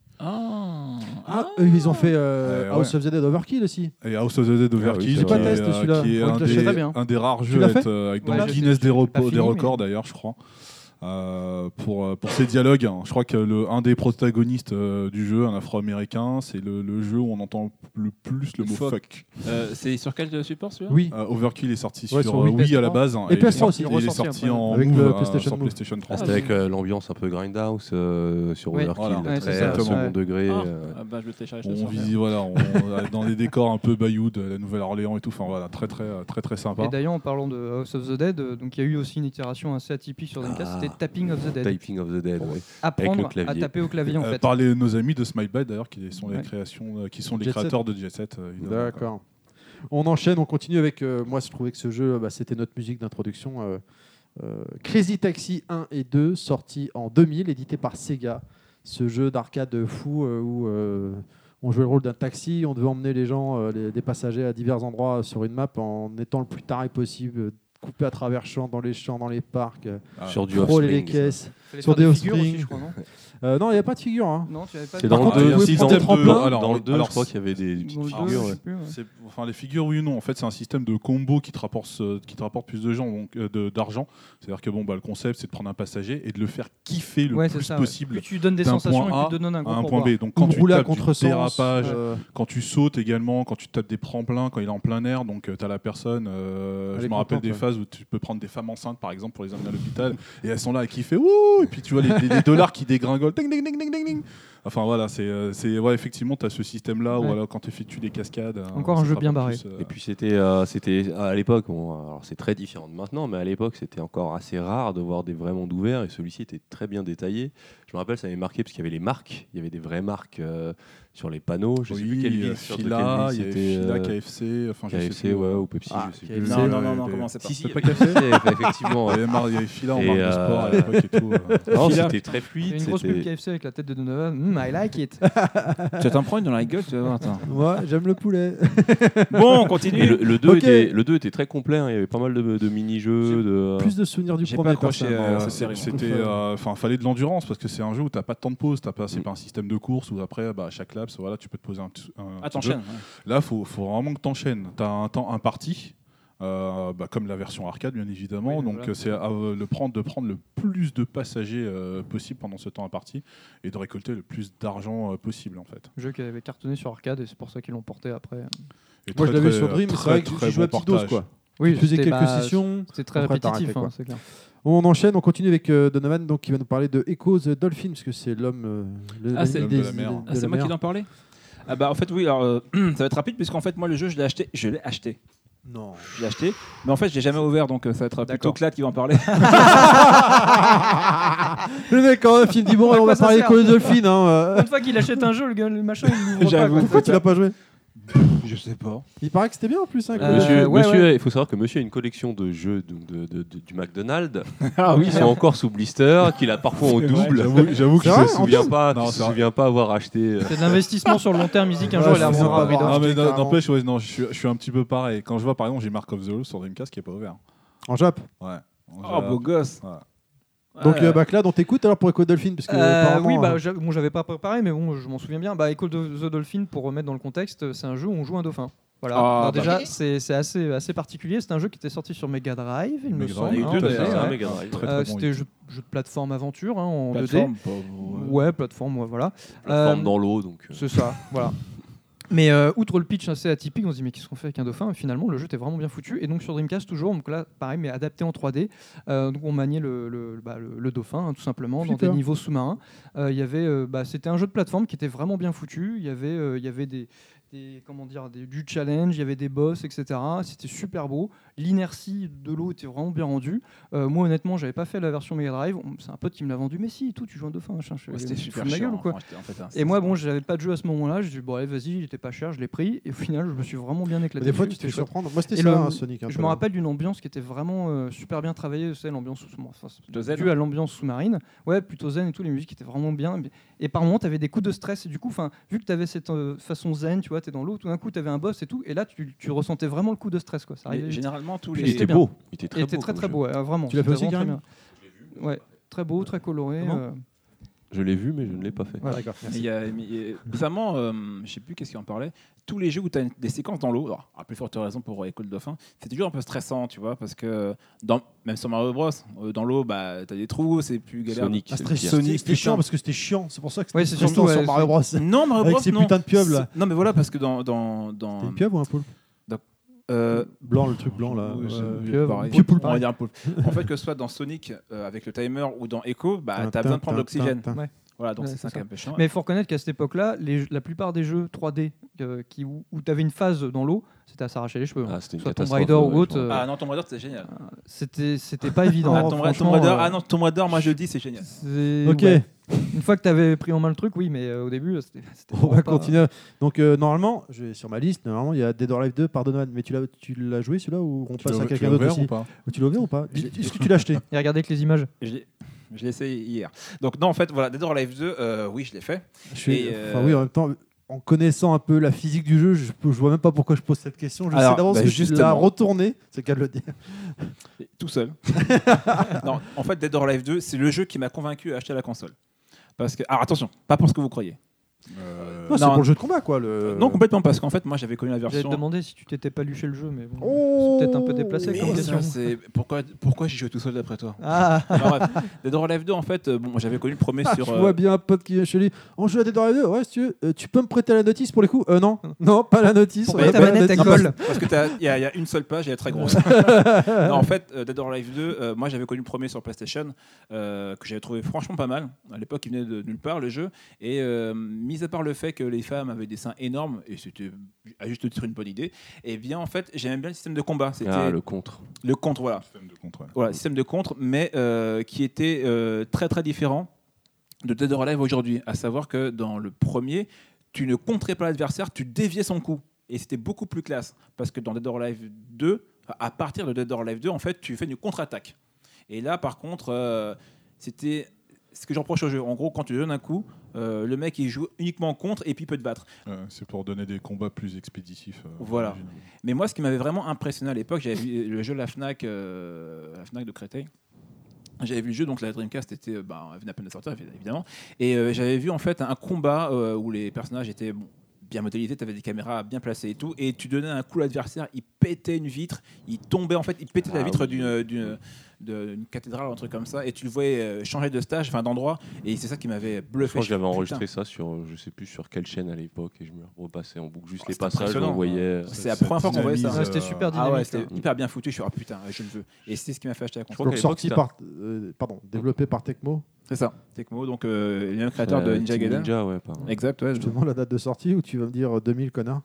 Speaker 7: Ah,
Speaker 5: Ah, eux, ils ont fait euh,
Speaker 6: Ouais,
Speaker 5: House
Speaker 6: ouais.
Speaker 5: of the Dead Overkill aussi.
Speaker 6: Et House of the Dead
Speaker 10: Ah oui,
Speaker 6: Overkill,
Speaker 10: c'est
Speaker 6: qui,
Speaker 10: vrai.
Speaker 5: J'ai pas
Speaker 6: est,
Speaker 5: testé,
Speaker 6: euh,
Speaker 5: celui-là.
Speaker 6: qui est
Speaker 5: Faut
Speaker 6: un
Speaker 5: que je l'achète.
Speaker 6: des,
Speaker 9: Très bien.
Speaker 6: un des rares
Speaker 5: Tu
Speaker 6: jeux
Speaker 5: l'as
Speaker 6: à
Speaker 5: fait
Speaker 6: être euh, avec dans
Speaker 9: Ouais,
Speaker 6: le
Speaker 9: je
Speaker 6: Guinness
Speaker 9: sais,
Speaker 6: des,
Speaker 9: j'ai
Speaker 6: repos-
Speaker 9: pas fini,
Speaker 6: des
Speaker 9: mais-
Speaker 6: records d'ailleurs, je crois. Euh, pour, euh, pour ses dialogues, hein. Je crois que le, un des protagonistes euh, du jeu, un afro-américain, c'est le, le jeu où on entend le plus le mot
Speaker 7: Fuck.
Speaker 6: fuck.
Speaker 7: Euh, c'est sur quel support celui-là?
Speaker 5: Oui.
Speaker 6: Euh, Overkill est sorti
Speaker 5: Ouais,
Speaker 6: sur,
Speaker 5: sur
Speaker 6: euh,
Speaker 5: Wii,
Speaker 6: Wii à la
Speaker 9: P S trois.
Speaker 6: base hein,
Speaker 5: Et
Speaker 6: il est
Speaker 5: P S trois
Speaker 6: sorti-
Speaker 5: aussi.
Speaker 6: il est
Speaker 9: ressorti
Speaker 6: sorti
Speaker 9: après.
Speaker 6: en
Speaker 5: Avec
Speaker 6: Move
Speaker 5: le
Speaker 6: euh,
Speaker 5: PlayStation
Speaker 6: sur
Speaker 5: Move.
Speaker 6: PlayStation trois.
Speaker 10: Ah, c'était avec euh, l'ambiance un peu grindhouse euh, sur
Speaker 9: Ouais,
Speaker 10: Overkill,
Speaker 6: voilà.
Speaker 9: Ouais,
Speaker 10: très
Speaker 9: c'est ça,
Speaker 10: euh,
Speaker 6: exactement.
Speaker 10: second degré.
Speaker 7: Ah,
Speaker 10: euh.
Speaker 7: ah bah, je vais le télécharger.
Speaker 6: On
Speaker 7: ce soir.
Speaker 6: visite voilà, on, dans des décors un peu Bayou de la Nouvelle-Orléans et tout. Enfin voilà, très très très très sympa.
Speaker 9: Et d'ailleurs, en parlant de House of the Dead, euh, donc il y a eu aussi une itération assez atypique sur Dreamcast,
Speaker 10: Ah.
Speaker 9: c'était Tapping of the Dead.
Speaker 10: Typing of the Dead. ouais.
Speaker 9: Apprendre
Speaker 10: Avec le
Speaker 9: à
Speaker 10: clavier.
Speaker 9: taper au clavier en
Speaker 6: Euh,
Speaker 9: fait.
Speaker 6: par les- nos amis de Smilebite d'ailleurs, qui sont les
Speaker 9: Ouais.
Speaker 6: créations, euh, qui sont les
Speaker 5: Jet
Speaker 6: créateurs de Jet Set. euh, évidemment.
Speaker 5: D'accord. On enchaîne, on continue avec. euh, moi, je trouvais que ce jeu, bah, c'était notre musique d'introduction. euh, euh, Crazy Taxi un et deux, sorti en deux mille, édité par Sega. Ce jeu d'arcade fou euh, où euh, on jouait le rôle d'un taxi, on devait emmener les gens, euh, les, des passagers à divers endroits sur une map en étant le plus taré possible, coupé à travers champs, dans les champs, dans les parcs, euh,
Speaker 6: Ah,
Speaker 10: Sur du
Speaker 5: frôler les
Speaker 10: Offspring.
Speaker 5: caisses.
Speaker 9: Fallait
Speaker 5: sur
Speaker 9: faire
Speaker 5: des
Speaker 9: figures
Speaker 5: Offspring.
Speaker 9: aussi, je crois, non
Speaker 5: Euh, non, il n'y a pas de figure. Hein.
Speaker 9: Non, tu avais pas
Speaker 10: C'est
Speaker 9: de-
Speaker 10: dans
Speaker 5: Par
Speaker 10: le
Speaker 5: contre,
Speaker 10: deux.
Speaker 5: vous pouvez
Speaker 6: si,
Speaker 5: prendre
Speaker 6: dans
Speaker 5: des
Speaker 6: le
Speaker 5: tremplins.
Speaker 6: deux, alors,
Speaker 10: Dans le deux,
Speaker 6: alors,
Speaker 10: je crois qu'il y avait des petites
Speaker 9: Dans le deux,
Speaker 10: figures.
Speaker 9: je
Speaker 10: ouais.
Speaker 9: sais plus, ouais.
Speaker 6: C'est- Enfin, les figures, oui ou non. En fait, c'est un système de combo qui te rapporte, ce- qui te rapporte plus de gens, donc euh, de- d'argent. C'est-à-dire que bon, bah, le concept, c'est de prendre un passager et de le faire kiffer le
Speaker 9: Ouais, c'est
Speaker 6: plus
Speaker 9: ça, ouais.
Speaker 6: possible
Speaker 9: Plus tu donnes des
Speaker 6: d'un
Speaker 9: sensations
Speaker 6: point
Speaker 9: et
Speaker 6: A
Speaker 9: plus tu donnes un
Speaker 6: à
Speaker 9: gros
Speaker 6: un point
Speaker 9: pourboire.
Speaker 6: B. Donc, quand
Speaker 5: Ou
Speaker 6: tu
Speaker 5: rouler à
Speaker 6: tapes du
Speaker 5: contresens.
Speaker 6: dérapage,
Speaker 5: euh,
Speaker 6: quand tu sautes également, quand tu tapes des tremplins, quand il est en plein air, donc tu as la personne. euh,
Speaker 5: Elle
Speaker 6: je
Speaker 5: est
Speaker 6: me rappelle
Speaker 5: contente,
Speaker 6: des
Speaker 5: ouais.
Speaker 6: phases où tu peux prendre des femmes enceintes, par exemple, pour les emmener à l'hôpital, et elles sont là à kiffer. Wouh, et puis tu vois les, les- les dollars qui dégringolent. Ding, ding, ding, ding, ding, ding. Enfin voilà, c'est, euh, c'est ouais, effectivement, tu as ce système-là où
Speaker 9: Ouais.
Speaker 6: voilà, quand tu effectues des cascades.
Speaker 9: Encore
Speaker 6: euh,
Speaker 9: un
Speaker 6: ça
Speaker 9: jeu
Speaker 6: te
Speaker 9: bien
Speaker 6: rapporte
Speaker 9: barré.
Speaker 6: plus, euh,
Speaker 10: Et puis c'était, euh, c'était à l'époque, bon, alors c'est très différent de maintenant, mais à l'époque c'était encore assez rare de voir des vrais mondes ouverts et celui-ci était très bien détaillé. Je me rappelle, ça m'avait marqué parce qu'il y avait les marques, il y avait des vraies marques euh, sur les panneaux. Je sais plus
Speaker 6: oui,
Speaker 10: quelle
Speaker 6: euh,
Speaker 10: ville, sur de
Speaker 6: Fila,
Speaker 10: quelle ville
Speaker 6: il y avait
Speaker 10: c'était.
Speaker 6: Fila,
Speaker 10: euh,
Speaker 6: K F C, enfin je sais
Speaker 10: K F C,
Speaker 6: plus.
Speaker 10: ouais,
Speaker 6: euh,
Speaker 10: ou Pepsi,
Speaker 5: Ah,
Speaker 10: je sais
Speaker 5: K
Speaker 10: plus.
Speaker 5: F C,
Speaker 7: Non,
Speaker 6: ouais,
Speaker 7: non, non, non,
Speaker 6: ouais,
Speaker 7: commencez pas.
Speaker 10: Si, si,
Speaker 6: C'est pas K F C.
Speaker 10: effectivement.
Speaker 6: Il y avait mar- il y avait Fila en
Speaker 10: Et,
Speaker 6: marque de
Speaker 10: euh,
Speaker 6: sport à l'époque et tout. euh.
Speaker 10: Non,
Speaker 7: Fila.
Speaker 10: c'était très
Speaker 9: Il y a
Speaker 10: fluide.
Speaker 9: une grosse pub
Speaker 10: c'était-
Speaker 9: K F C avec la tête de Donovan. Mm, I like it.
Speaker 7: Tu t'en prends une dans la gueule, tu vas voir. Attends.
Speaker 5: Ouais, j'aime le poulet.
Speaker 7: Bon, on continue.
Speaker 10: Et le, le deux
Speaker 5: Ok.
Speaker 10: était, le deux était très complet, hein, il y avait pas mal de, de mini-jeux. De...
Speaker 5: Plus de souvenirs du
Speaker 7: J'ai
Speaker 5: premier.
Speaker 7: pas accroché,
Speaker 5: personnellement.
Speaker 7: euh,
Speaker 6: Euh,
Speaker 7: cette série, moi.
Speaker 6: C'était, euh, enfin, fallait de l'endurance parce que c'est un jeu où t'as pas de temps de pause, t'as pas, c'est
Speaker 10: Mm.
Speaker 6: pas un système de course où après, bah, à chaque laps, voilà, tu peux te poser un, petit- un
Speaker 7: Ah,
Speaker 6: petit jeu.
Speaker 7: t'enchaînes. ouais.
Speaker 6: Là, faut, faut vraiment que t'enchaînes. T'as un temps imparti. Euh, bah, comme la version arcade bien évidemment,
Speaker 9: Oui,
Speaker 6: donc
Speaker 9: voilà.
Speaker 6: euh, c'est à, euh, le prendre, de prendre le plus de passagers euh, possible pendant ce temps imparti et de récolter le plus d'argent euh, possible en fait.
Speaker 9: Jeu qui avait cartonné sur arcade et c'est pour ça qu'ils l'ont porté après.
Speaker 6: Et
Speaker 5: Moi, je
Speaker 6: très,
Speaker 5: l'avais
Speaker 6: très,
Speaker 5: sur Dream, c'est
Speaker 6: très,
Speaker 5: vrai que
Speaker 6: très
Speaker 5: j'y jouais à
Speaker 6: bon
Speaker 5: petite dose.
Speaker 6: partage.
Speaker 5: Quoi.
Speaker 9: Oui,
Speaker 5: Je faisais
Speaker 9: c'était-
Speaker 5: quelques
Speaker 9: bah,
Speaker 5: sessions.
Speaker 9: C'était très
Speaker 5: Après, t'as
Speaker 9: répétitif,
Speaker 5: arrêté,
Speaker 9: hein,
Speaker 5: quoi.
Speaker 9: c'est clair.
Speaker 5: On enchaîne, on continue avec euh, Donovan donc, qui va nous parler de Echo the Dolphin, parce que c'est l'homme. euh, le-
Speaker 7: Ah, c'est
Speaker 5: l'homme
Speaker 6: l'homme de la mer.
Speaker 5: de
Speaker 7: Ah, c'est
Speaker 5: la
Speaker 7: moi qui
Speaker 5: mer.
Speaker 7: t'en parlais. Ah bah en fait oui, alors euh, ça va être rapide puisqu'en fait moi le jeu je l'ai acheté, je l'ai acheté,
Speaker 5: Non.
Speaker 7: je l'ai acheté, mais en fait je l'ai jamais ouvert donc euh, ça va être plutôt
Speaker 9: D'accord.
Speaker 7: Clad qui va en parler.
Speaker 5: Le mec, quand même, il dit bon,
Speaker 9: À
Speaker 5: on
Speaker 9: quoi
Speaker 5: va
Speaker 9: ça
Speaker 5: parler
Speaker 9: sert
Speaker 5: Echo the Dolphin. Hein, euh.
Speaker 9: Une fois qu'il achète un jeu, le, gars, le machin, il l'ouvre pas.
Speaker 7: J'avoue.
Speaker 9: quoi.
Speaker 5: Pourquoi tu l'as pas joué?
Speaker 7: Je sais pas.
Speaker 5: Il paraît que c'était bien en plus. Hein, Echo the
Speaker 9: Euh,
Speaker 5: Dolphin.
Speaker 10: Monsieur,
Speaker 9: ouais,
Speaker 10: monsieur
Speaker 9: ouais.
Speaker 10: il faut savoir que monsieur a une collection de jeux donc de, de- de- du McDonald's
Speaker 7: Ah
Speaker 10: qui sont encore sous blister, qu'il a parfois en
Speaker 6: C'est vrai,
Speaker 10: double.
Speaker 6: J'avoue, j'avoue que
Speaker 5: C'est
Speaker 10: Il
Speaker 5: vrai,
Speaker 10: ne se
Speaker 5: en
Speaker 10: souvient
Speaker 5: double
Speaker 10: pas,
Speaker 6: Non,
Speaker 10: il
Speaker 6: c'est
Speaker 10: se
Speaker 6: vrai.
Speaker 10: souvient pas avoir acheté. euh,
Speaker 9: C'est de l'investissement sur le long terme, musique. Un
Speaker 5: Ouais,
Speaker 9: jour, il
Speaker 5: je
Speaker 9: a
Speaker 5: sais
Speaker 9: reviendra
Speaker 5: pas.
Speaker 9: à Bridon.
Speaker 6: Non, mais
Speaker 5: carrément.
Speaker 6: n'empêche, ouais, non, je suis, je suis un petit peu pareil. Quand je vois par exemple, j'ai Mark of the Lost sur Dreamcast qui est pas ouvert.
Speaker 5: En Jap.
Speaker 6: Ouais.
Speaker 7: Oh beau gosse.
Speaker 6: Voilà.
Speaker 5: Donc,
Speaker 7: Ouais.
Speaker 5: euh, bah, Clad, on t'écoute alors pour Echo the Dolphin, parce que
Speaker 9: Euh,
Speaker 5: apparemment,
Speaker 9: oui, bah,
Speaker 5: euh,
Speaker 9: j'a- bon, j'avais pas préparé, mais bon, je m'en souviens bien. Bah, Echo the the Dolphin, pour remettre dans le contexte, c'est un jeu où on joue un dauphin. Voilà.
Speaker 7: Ah,
Speaker 9: Alors
Speaker 7: bah.
Speaker 9: déjà, c'est c'est assez, assez particulier. C'est un jeu qui était sorti sur Mega Drive, il me
Speaker 6: Mega
Speaker 9: semble.
Speaker 6: Drive,
Speaker 10: Il y a eu
Speaker 9: hein,
Speaker 10: deux
Speaker 6: tout à
Speaker 9: ouais,
Speaker 6: fait,
Speaker 10: d'ailleurs,
Speaker 9: ouais.
Speaker 10: hein, Mega Drive.
Speaker 6: Très,
Speaker 9: Euh,
Speaker 6: très bon,
Speaker 9: C'était
Speaker 6: il
Speaker 9: jeu, jeu de plateforme aventure hein, en
Speaker 7: Plateforme,
Speaker 9: deux D.
Speaker 7: pas-
Speaker 9: Ouais, plateforme, ouais, voilà.
Speaker 10: Plateforme
Speaker 9: Euh,
Speaker 10: dans l'eau, donc. euh,
Speaker 9: C'est ça, voilà. Mais euh, outre le pitch assez atypique, on se dit mais qu'est-ce qu'on fait avec un dauphin ? Finalement, le jeu était vraiment bien foutu. Et donc sur Dreamcast toujours, donc là pareil, mais adapté en trois D. Euh, donc on maniait le, le, bah, le, le dauphin hein, tout simplement
Speaker 5: Super.
Speaker 9: dans des niveaux sous-marins. Euh, il y avait, euh, bah, c'était un jeu de plateforme qui était vraiment bien foutu. Il y avait, euh, il y avait des Des, comment dire, des, du challenge, il y avait des boss, et cetera. C'était super beau. L'inertie de l'eau était vraiment bien rendue. Euh, moi, honnêtement, j'avais pas fait la version Mega Drive. On- C'est un pote qui me l'a vendu. Mais si, tout, tu joues un dauphin. Machin. Je
Speaker 7: Ouais,
Speaker 9: fais,
Speaker 7: c'était
Speaker 9: tu te
Speaker 7: super
Speaker 9: fous de ma
Speaker 7: chiant,
Speaker 9: gueule ou quoi ?
Speaker 7: hein, en fait, hein,
Speaker 9: Et moi,
Speaker 7: c'est-
Speaker 9: bon, j'avais pas de jeu à ce moment-là. J'ai dit, bon, allez, vas-y, il était pas cher, je l'ai pris. Et au final, je me suis vraiment bien éclaté.
Speaker 5: Des fois,
Speaker 9: dessus,
Speaker 5: tu te fais
Speaker 9: c'était chouette.
Speaker 5: surprendre. Moi, c'était
Speaker 9: Et
Speaker 5: ça,
Speaker 9: le-
Speaker 5: hein, Sonic. un
Speaker 9: Je
Speaker 5: peu,
Speaker 9: me
Speaker 5: là.
Speaker 9: rappelle d'une ambiance qui était vraiment euh, super bien travaillée, c'est l'ambiance sous- enfin, c'est
Speaker 7: De zen,
Speaker 9: due à l'ambiance sous-marine. Ouais, plutôt zen et tout, les musiques étaient vraiment bien. Et par moments, tu avais des coups de stress. Et du coup, enfin, vu que tu avais cette euh, façon zen, tu vois, tu es dans l'eau, tout d'un coup, tu avais un boss et tout. Et là, tu, tu ressentais vraiment le coup de stress. Quoi. Ça
Speaker 7: Mais
Speaker 9: arrivait vite.
Speaker 7: généralement, tous
Speaker 10: Il
Speaker 7: les.
Speaker 9: était
Speaker 10: était
Speaker 9: bien.
Speaker 10: beau. Il était
Speaker 9: Et
Speaker 10: très
Speaker 9: il
Speaker 10: beau.
Speaker 9: était très
Speaker 10: comme
Speaker 9: très
Speaker 10: jeu.
Speaker 9: beau, ouais, vraiment.
Speaker 5: Tu l'as fait
Speaker 9: C'était
Speaker 5: aussi,
Speaker 9: vraiment
Speaker 5: Karim
Speaker 9: très bien. Ouais, très beau, très coloré.
Speaker 5: Comment
Speaker 9: euh,
Speaker 10: Je l'ai vu, mais je ne l'ai pas fait.
Speaker 5: Ah, d'accord.
Speaker 7: Mais
Speaker 5: merci.
Speaker 7: il y a, mais il y a- bizarrement, euh, je sais plus qu'est-ce qu'il en parlait. Tous les jeux où tu as des séquences dans l'eau, alors, à plus forte raison pour Echo le Dauphin, c'est toujours un peu stressant, tu vois, parce que dans, même sur Mario Bros, euh, dans l'eau, bah, tu as des trous, c'est plus galère.
Speaker 10: Sonic,
Speaker 5: Ah,
Speaker 10: c'est
Speaker 5: c'était
Speaker 10: le pire.
Speaker 5: Sonic, c'était
Speaker 7: putain.
Speaker 5: chiant parce que c'était chiant. C'est pour ça que
Speaker 9: Ouais,
Speaker 5: c'était
Speaker 9: c'est
Speaker 5: stressant
Speaker 9: surtout,
Speaker 5: sur
Speaker 9: ouais,
Speaker 5: Mario Bros.
Speaker 7: Non, Mario
Speaker 5: Avec
Speaker 7: Bros,
Speaker 5: ces
Speaker 7: non.
Speaker 5: putains de pieuvres, là.
Speaker 7: C'est- Non, mais voilà, parce que dans. dans, dans
Speaker 5: C'était une pieuvre ou un poulpe
Speaker 7: euh,
Speaker 5: Blanc, le truc blanc là.
Speaker 7: oui, c'est-
Speaker 5: euh,
Speaker 7: oui,
Speaker 5: pieuvre,
Speaker 7: pareil.
Speaker 5: pied poulpe.
Speaker 7: On va dire un poulpe. En fait, que ce soit dans Sonic euh, avec le timer ou dans Echo, bah, tu as besoin de prendre l'oxygène.
Speaker 9: Ouais.
Speaker 7: Voilà, donc
Speaker 9: Ouais,
Speaker 7: c'est
Speaker 9: c'est
Speaker 7: ça qui est
Speaker 9: ça.
Speaker 7: un peu chiant.
Speaker 9: Mais il faut reconnaître qu'à cette époque-là, les- la plupart des jeux trois D euh, qui, où, où tu avais une phase dans l'eau, c'était à s'arracher les cheveux. hein.
Speaker 10: Ah, c'était une
Speaker 9: Soit Tomb
Speaker 10: catastrophe,
Speaker 9: Raider
Speaker 10: ouais,
Speaker 9: ou
Speaker 10: je
Speaker 9: autre.
Speaker 10: me
Speaker 9: euh,
Speaker 7: Ah non, Tomb Raider, c'était génial.
Speaker 9: C'était c'était pas évident.
Speaker 7: Ah,
Speaker 9: hein,
Speaker 7: Tomb Ra- Tomb
Speaker 9: franchement,
Speaker 7: Raider,
Speaker 9: euh,
Speaker 7: ah non, Tomb Raider, moi je le dis, c'est génial.
Speaker 9: c'est-
Speaker 5: Ok,
Speaker 9: ouais. Une fois que tu avais pris en main le truc, oui, mais euh, au début, c'était. c'était
Speaker 5: on va
Speaker 9: vraiment pas-
Speaker 5: continuer. Donc, euh, normalement, je vais sur ma liste, normalement, il y a Dead or Alive deux par Donovan. Mais tu l'as, tu l'as joué celui-là ou on
Speaker 6: Tu
Speaker 5: passe
Speaker 6: l'as-
Speaker 5: à
Speaker 6: tu
Speaker 5: quelqu'un
Speaker 6: l'as
Speaker 5: d'autre
Speaker 6: ouvert
Speaker 5: aussi
Speaker 6: ou pas
Speaker 5: Ou tu l'as ouvert ou pas
Speaker 7: Je l'ai-
Speaker 5: Est-ce que tu l'as acheté
Speaker 9: Et regardez avec les images.
Speaker 7: Je l'ai je l'ai essayé hier. Donc non, en fait, voilà, Dead or Alive deux, euh, oui, je l'ai fait.
Speaker 5: Je suis-
Speaker 7: Et, euh,
Speaker 5: Enfin, oui, en même temps, en connaissant un peu la physique du jeu, je, peux- je vois même pas pourquoi je pose cette question. Je
Speaker 7: Alors,
Speaker 5: sais d'avance
Speaker 7: bah,
Speaker 5: que tu l'as
Speaker 7: justement.
Speaker 5: retourné, c'est qu'à le dire.
Speaker 7: Tout seul. Non, en fait, Dead or Alive deux, c'est le jeu qui m'a convaincu à acheter la console. Parce que, alors attention, pas pour ce que vous croyez.
Speaker 6: Euh,
Speaker 5: Non, c'est
Speaker 7: non.
Speaker 5: pour le jeu de combat, quoi. Le...
Speaker 7: Non, complètement, parce qu'en fait, moi, j'avais connu la
Speaker 9: J'allais te
Speaker 7: version.
Speaker 9: demander si tu t'étais pas luché le jeu, mais bon,
Speaker 5: Oh
Speaker 9: c'est peut-être un peu déplacé
Speaker 7: Mais
Speaker 9: comme question.
Speaker 7: ça, c'est pourquoi, pourquoi j'y joue tout seul d'après toi.
Speaker 9: Ah,
Speaker 7: Non, bref, Dead or Alive deux, en fait, euh, bon, j'avais connu le premier
Speaker 5: Ah,
Speaker 7: sur.
Speaker 5: je
Speaker 7: euh,
Speaker 5: vois bien un pote qui vient chez lui. On joue à Dead or Alive deux. Ouais, si tu veux. Euh, tu peux me prêter la notice pour les coups Euh, non. Non, pas la notice.
Speaker 9: Pourquoi
Speaker 5: on a
Speaker 9: ta
Speaker 5: pas la
Speaker 9: manette, elle
Speaker 5: notice.
Speaker 9: colle
Speaker 7: Parce qu'il y, a- y a une seule page et elle est très grosse. Non, en fait, euh, Dead or Alive deux, euh, moi j'avais connu le premier sur PlayStation, euh, que j'avais trouvé franchement pas mal. À l'époque, il venait de nulle part le jeu. Et euh, mis à part le fait que les femmes avaient des seins énormes, et c'était à juste titre une bonne idée, et bien en fait, j'aimais bien le système de combat. C'était
Speaker 10: Ah,
Speaker 7: le...
Speaker 10: le contre.
Speaker 7: contre, voilà.
Speaker 6: Système de contre, ouais.
Speaker 7: Voilà, système de contre, mais euh, qui était euh, très très différent de Dead or Alive aujourd'hui. À savoir que dans le premier, tu ne contrais pas l'adversaire, tu déviais son coup. Et c'était beaucoup plus classe. Parce que dans Dead or Alive deux, à partir de Dead or Alive deux, en fait, tu fais une contre-attaque. Et là, par contre, euh, c'était ce que j'en reproche au jeu. En gros, quand tu lui donnes un coup, euh, le mec, il joue uniquement contre et puis il peut te battre.
Speaker 6: Ouais, c'est pour donner des combats plus expéditifs. euh,
Speaker 7: Voilà.
Speaker 6: j'imagine.
Speaker 7: Mais moi, ce qui m'avait vraiment impressionné à l'époque, j'avais vu le jeu La Fnac, euh, la Fnac de Créteil. J'avais vu le jeu, donc la Dreamcast était, euh, bah, elle venait à peine de sortir, évidemment. Et euh, j'avais vu en fait un combat euh, où les personnages étaient bon, bien modélisés, tu avais des caméras bien placées et tout, et tu donnais un coup à l'adversaire, il pétait une vitre, il tombait en fait, il pétait la
Speaker 10: Ah
Speaker 7: vitre
Speaker 10: oui.
Speaker 7: d'une, d'une, d'une cathédrale ou un truc comme ça, et tu le voyais euh, changer de stage, enfin d'endroit, et c'est ça qui m'avait
Speaker 10: Je
Speaker 7: bluffé.
Speaker 10: crois que j'avais
Speaker 7: Putain.
Speaker 10: enregistré ça sur, euh, je sais plus sur quelle chaîne à l'époque, et je me repassais en boucle juste
Speaker 7: Oh,
Speaker 10: les
Speaker 7: c'était
Speaker 10: passages,
Speaker 7: impressionnant.
Speaker 10: on voyait.
Speaker 7: C'est la première fois qu'on voyait ça.
Speaker 9: Ouais, c'était super
Speaker 7: Ah
Speaker 9: dynamique.
Speaker 7: ouais, c'était
Speaker 10: hein.
Speaker 7: hyper bien foutu, je suis ah putain, je le veux. Et c'est ce qui m'a fait acheter la
Speaker 10: Je
Speaker 7: console.
Speaker 10: crois
Speaker 5: Donc
Speaker 10: qu'à l'époque,
Speaker 5: sorti
Speaker 10: c'était
Speaker 5: par, euh, pardon, développé par Tecmo.
Speaker 7: C'est ça, Tecmo, donc euh, les mêmes créateurs
Speaker 10: Euh,
Speaker 7: de Ninja
Speaker 10: Team
Speaker 7: Gaiden.
Speaker 10: Ninja, ouais, pardon.
Speaker 7: Exact, ouais.
Speaker 5: Je te demande la date de sortie ou tu vas me dire deux mille, connard.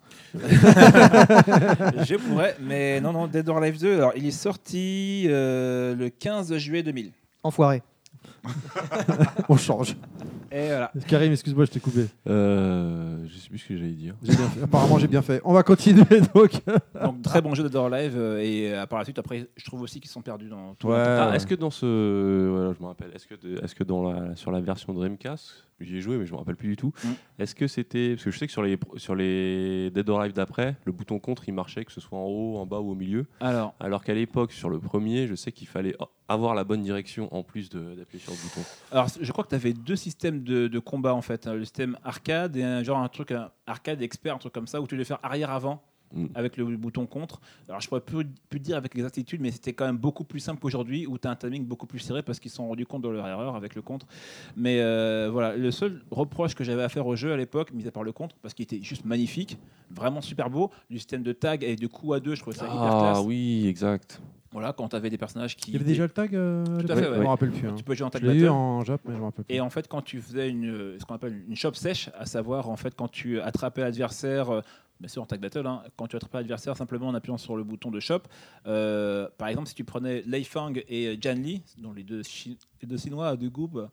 Speaker 7: Je pourrais, mais non, non, Dead or Alive deux, alors il est sorti euh, le quinze juillet deux mille.
Speaker 9: Enfoiré.
Speaker 5: On change.
Speaker 7: Et voilà.
Speaker 5: Karim, excuse-moi, je t'ai coupé.
Speaker 10: Euh, je sais plus ce que j'allais dire.
Speaker 5: J'ai bien fait. Apparemment, j'ai bien fait. On va continuer donc.
Speaker 7: Donc très bon jeu Dead or Alive, euh, et euh, par la suite, après, je trouve aussi qu'ils sont perdus dans tout
Speaker 5: Ouais.
Speaker 7: le
Speaker 10: Ah,
Speaker 5: ouais.
Speaker 10: est-ce que dans ce, voilà, je me rappelle, est-ce que, de- est-ce que dans la, sur la version Dreamcast, j'y ai joué mais je me rappelle plus du tout.
Speaker 7: Mm.
Speaker 10: Est-ce que c'était, parce que je sais que sur les sur les Dead or Alive d'après, le bouton contre il marchait que ce soit en haut, en bas ou au milieu.
Speaker 7: Alors,
Speaker 10: Alors qu'à l'époque sur le premier, je sais qu'il fallait avoir la bonne direction en plus de- d'appuyer sur le bouton.
Speaker 7: alors, je crois que tu avais deux systèmes de, de combat en fait, hein, le système arcade et un, genre un truc un arcade expert, un truc comme ça où tu devais faire arrière-avant.
Speaker 10: Mm.
Speaker 7: avec le bouton contre. Alors je pourrais plus, plus dire avec exactitude, mais c'était quand même beaucoup plus simple qu'aujourd'hui où tu as un timing beaucoup plus serré parce qu'ils se sont rendus compte de leur erreur avec le contre. Mais euh, voilà, le seul reproche que j'avais à faire au jeu à l'époque, mis à part le contre, parce qu'il était juste magnifique, vraiment super beau, du système de tag et de coups à deux, je trouvais ça hyper classe.
Speaker 10: Ah oui, exact.
Speaker 7: Voilà, quand tu avais des personnages qui.
Speaker 5: Il y avait déjà le tag euh,
Speaker 7: Tout à
Speaker 5: l'époque
Speaker 7: fait, ouais.
Speaker 5: Je me rappelle plus. Hein.
Speaker 7: Tu peux jouer en tag
Speaker 5: Je l'ai eu
Speaker 7: battle.
Speaker 5: en Jap, mais je me rappelle plus.
Speaker 7: Et en fait, quand tu faisais une, ce qu'on appelle une shop sèche, à savoir en fait quand tu attrapais l'adversaire, euh, bien sûr en tag battle, hein, quand tu attrapais l'adversaire simplement en appuyant sur le bouton de shop, euh, par exemple si tu prenais Lei Fang et Jan Li, dont les deux, chi- les deux Chinois de Goob,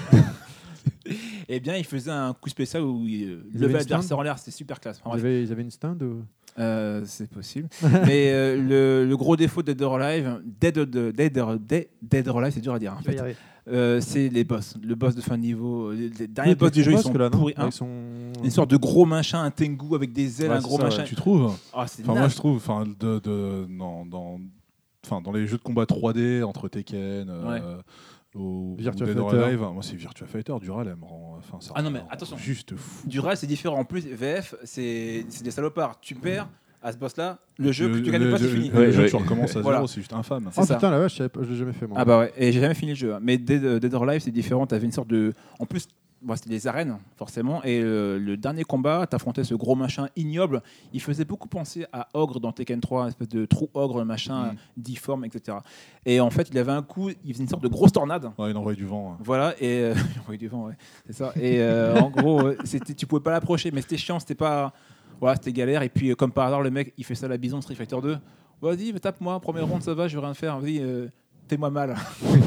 Speaker 7: eh bien ils faisaient un coup spécial où ils euh,
Speaker 5: Ils avaient
Speaker 7: levaient
Speaker 5: une
Speaker 7: l'adversaire
Speaker 5: stand
Speaker 7: en l'air, c'était super classe. Enfin,
Speaker 5: Ils
Speaker 7: bref.
Speaker 5: avaient, ils avaient une stand ou...
Speaker 7: Euh, c'est possible. Mais euh, le, le gros défaut de Dead or Alive, Dead, Dead, Dead, Dead, Dead or Alive, c'est dur à dire. En
Speaker 9: Tu vas y
Speaker 7: fait.
Speaker 9: arriver.
Speaker 7: Euh, c'est les boss. Le boss de fin de niveau. Les, les derniers
Speaker 5: Oui,
Speaker 7: boss du jeu, ils
Speaker 5: boss
Speaker 7: sont
Speaker 5: que là, non
Speaker 7: pourris. hein.
Speaker 5: Avec son...
Speaker 7: Une sorte de gros machin, un Tengu avec des ailes,
Speaker 6: Ouais,
Speaker 7: un
Speaker 6: c'est
Speaker 7: gros
Speaker 6: ça,
Speaker 7: machin.
Speaker 6: ouais. Tu trouves
Speaker 7: Ah, c'est
Speaker 6: Enfin, moi,
Speaker 7: naze.
Speaker 6: je trouve, enfin, de, de, dans, dans, enfin, dans les jeux de combat trois D entre Tekken,
Speaker 7: Ouais.
Speaker 6: euh, au
Speaker 5: Virtua
Speaker 6: ou Dead or
Speaker 5: Fighter.
Speaker 6: Alive, moi, c'est Virtua Fighter. Dural, elle me rend, enfin, ça
Speaker 7: Ah non,
Speaker 6: me
Speaker 7: mais
Speaker 6: rend
Speaker 7: attention.
Speaker 6: juste fou.
Speaker 7: Dural, c'est différent. En plus, V F, c'est c'est des salopards. Tu perds à ce boss-là, le jeu,
Speaker 6: Le-
Speaker 7: que tu gagnes
Speaker 6: le-
Speaker 7: pas, c'est
Speaker 6: le-
Speaker 7: fini.
Speaker 6: Le
Speaker 10: Ouais,
Speaker 6: jeu,
Speaker 10: ouais.
Speaker 6: tu recommences à
Speaker 7: Voilà.
Speaker 6: zéro, c'est juste infâme.
Speaker 7: C'est
Speaker 5: Oh
Speaker 7: ça.
Speaker 5: putain, la vache, je savais pas- je l'ai jamais fait moi.
Speaker 7: Ah bah ouais, et j'ai jamais fini le jeu. hein. Mais Dead, Dead or Alive, c'est différent. T'avais une sorte de. En plus, bon, c'était des arènes, forcément. Et euh, le dernier combat, t'affrontais ce gros machin ignoble. Il faisait beaucoup penser à Ogre dans Tekken trois, une espèce de trou ogre, machin,
Speaker 6: Mm.
Speaker 7: difforme, et cetera. Et en fait, il avait un coup, il faisait une sorte de grosse tornade.
Speaker 6: Ouais, il envoie du vent. hein.
Speaker 7: Voilà, et euh, il envoyait du vent, ouais, c'est ça. Et euh, en gros, euh, c'était, tu pouvais pas l'approcher, mais c'était chiant, c'était pas, voilà, c'était galère. Et puis, euh, comme par hasard, le mec, il fait ça à la bison de Street Fighter deux. Vas-y, tape-moi, première ronde, ça va, je vais rien faire. Vas-y, euh, fais-moi mal.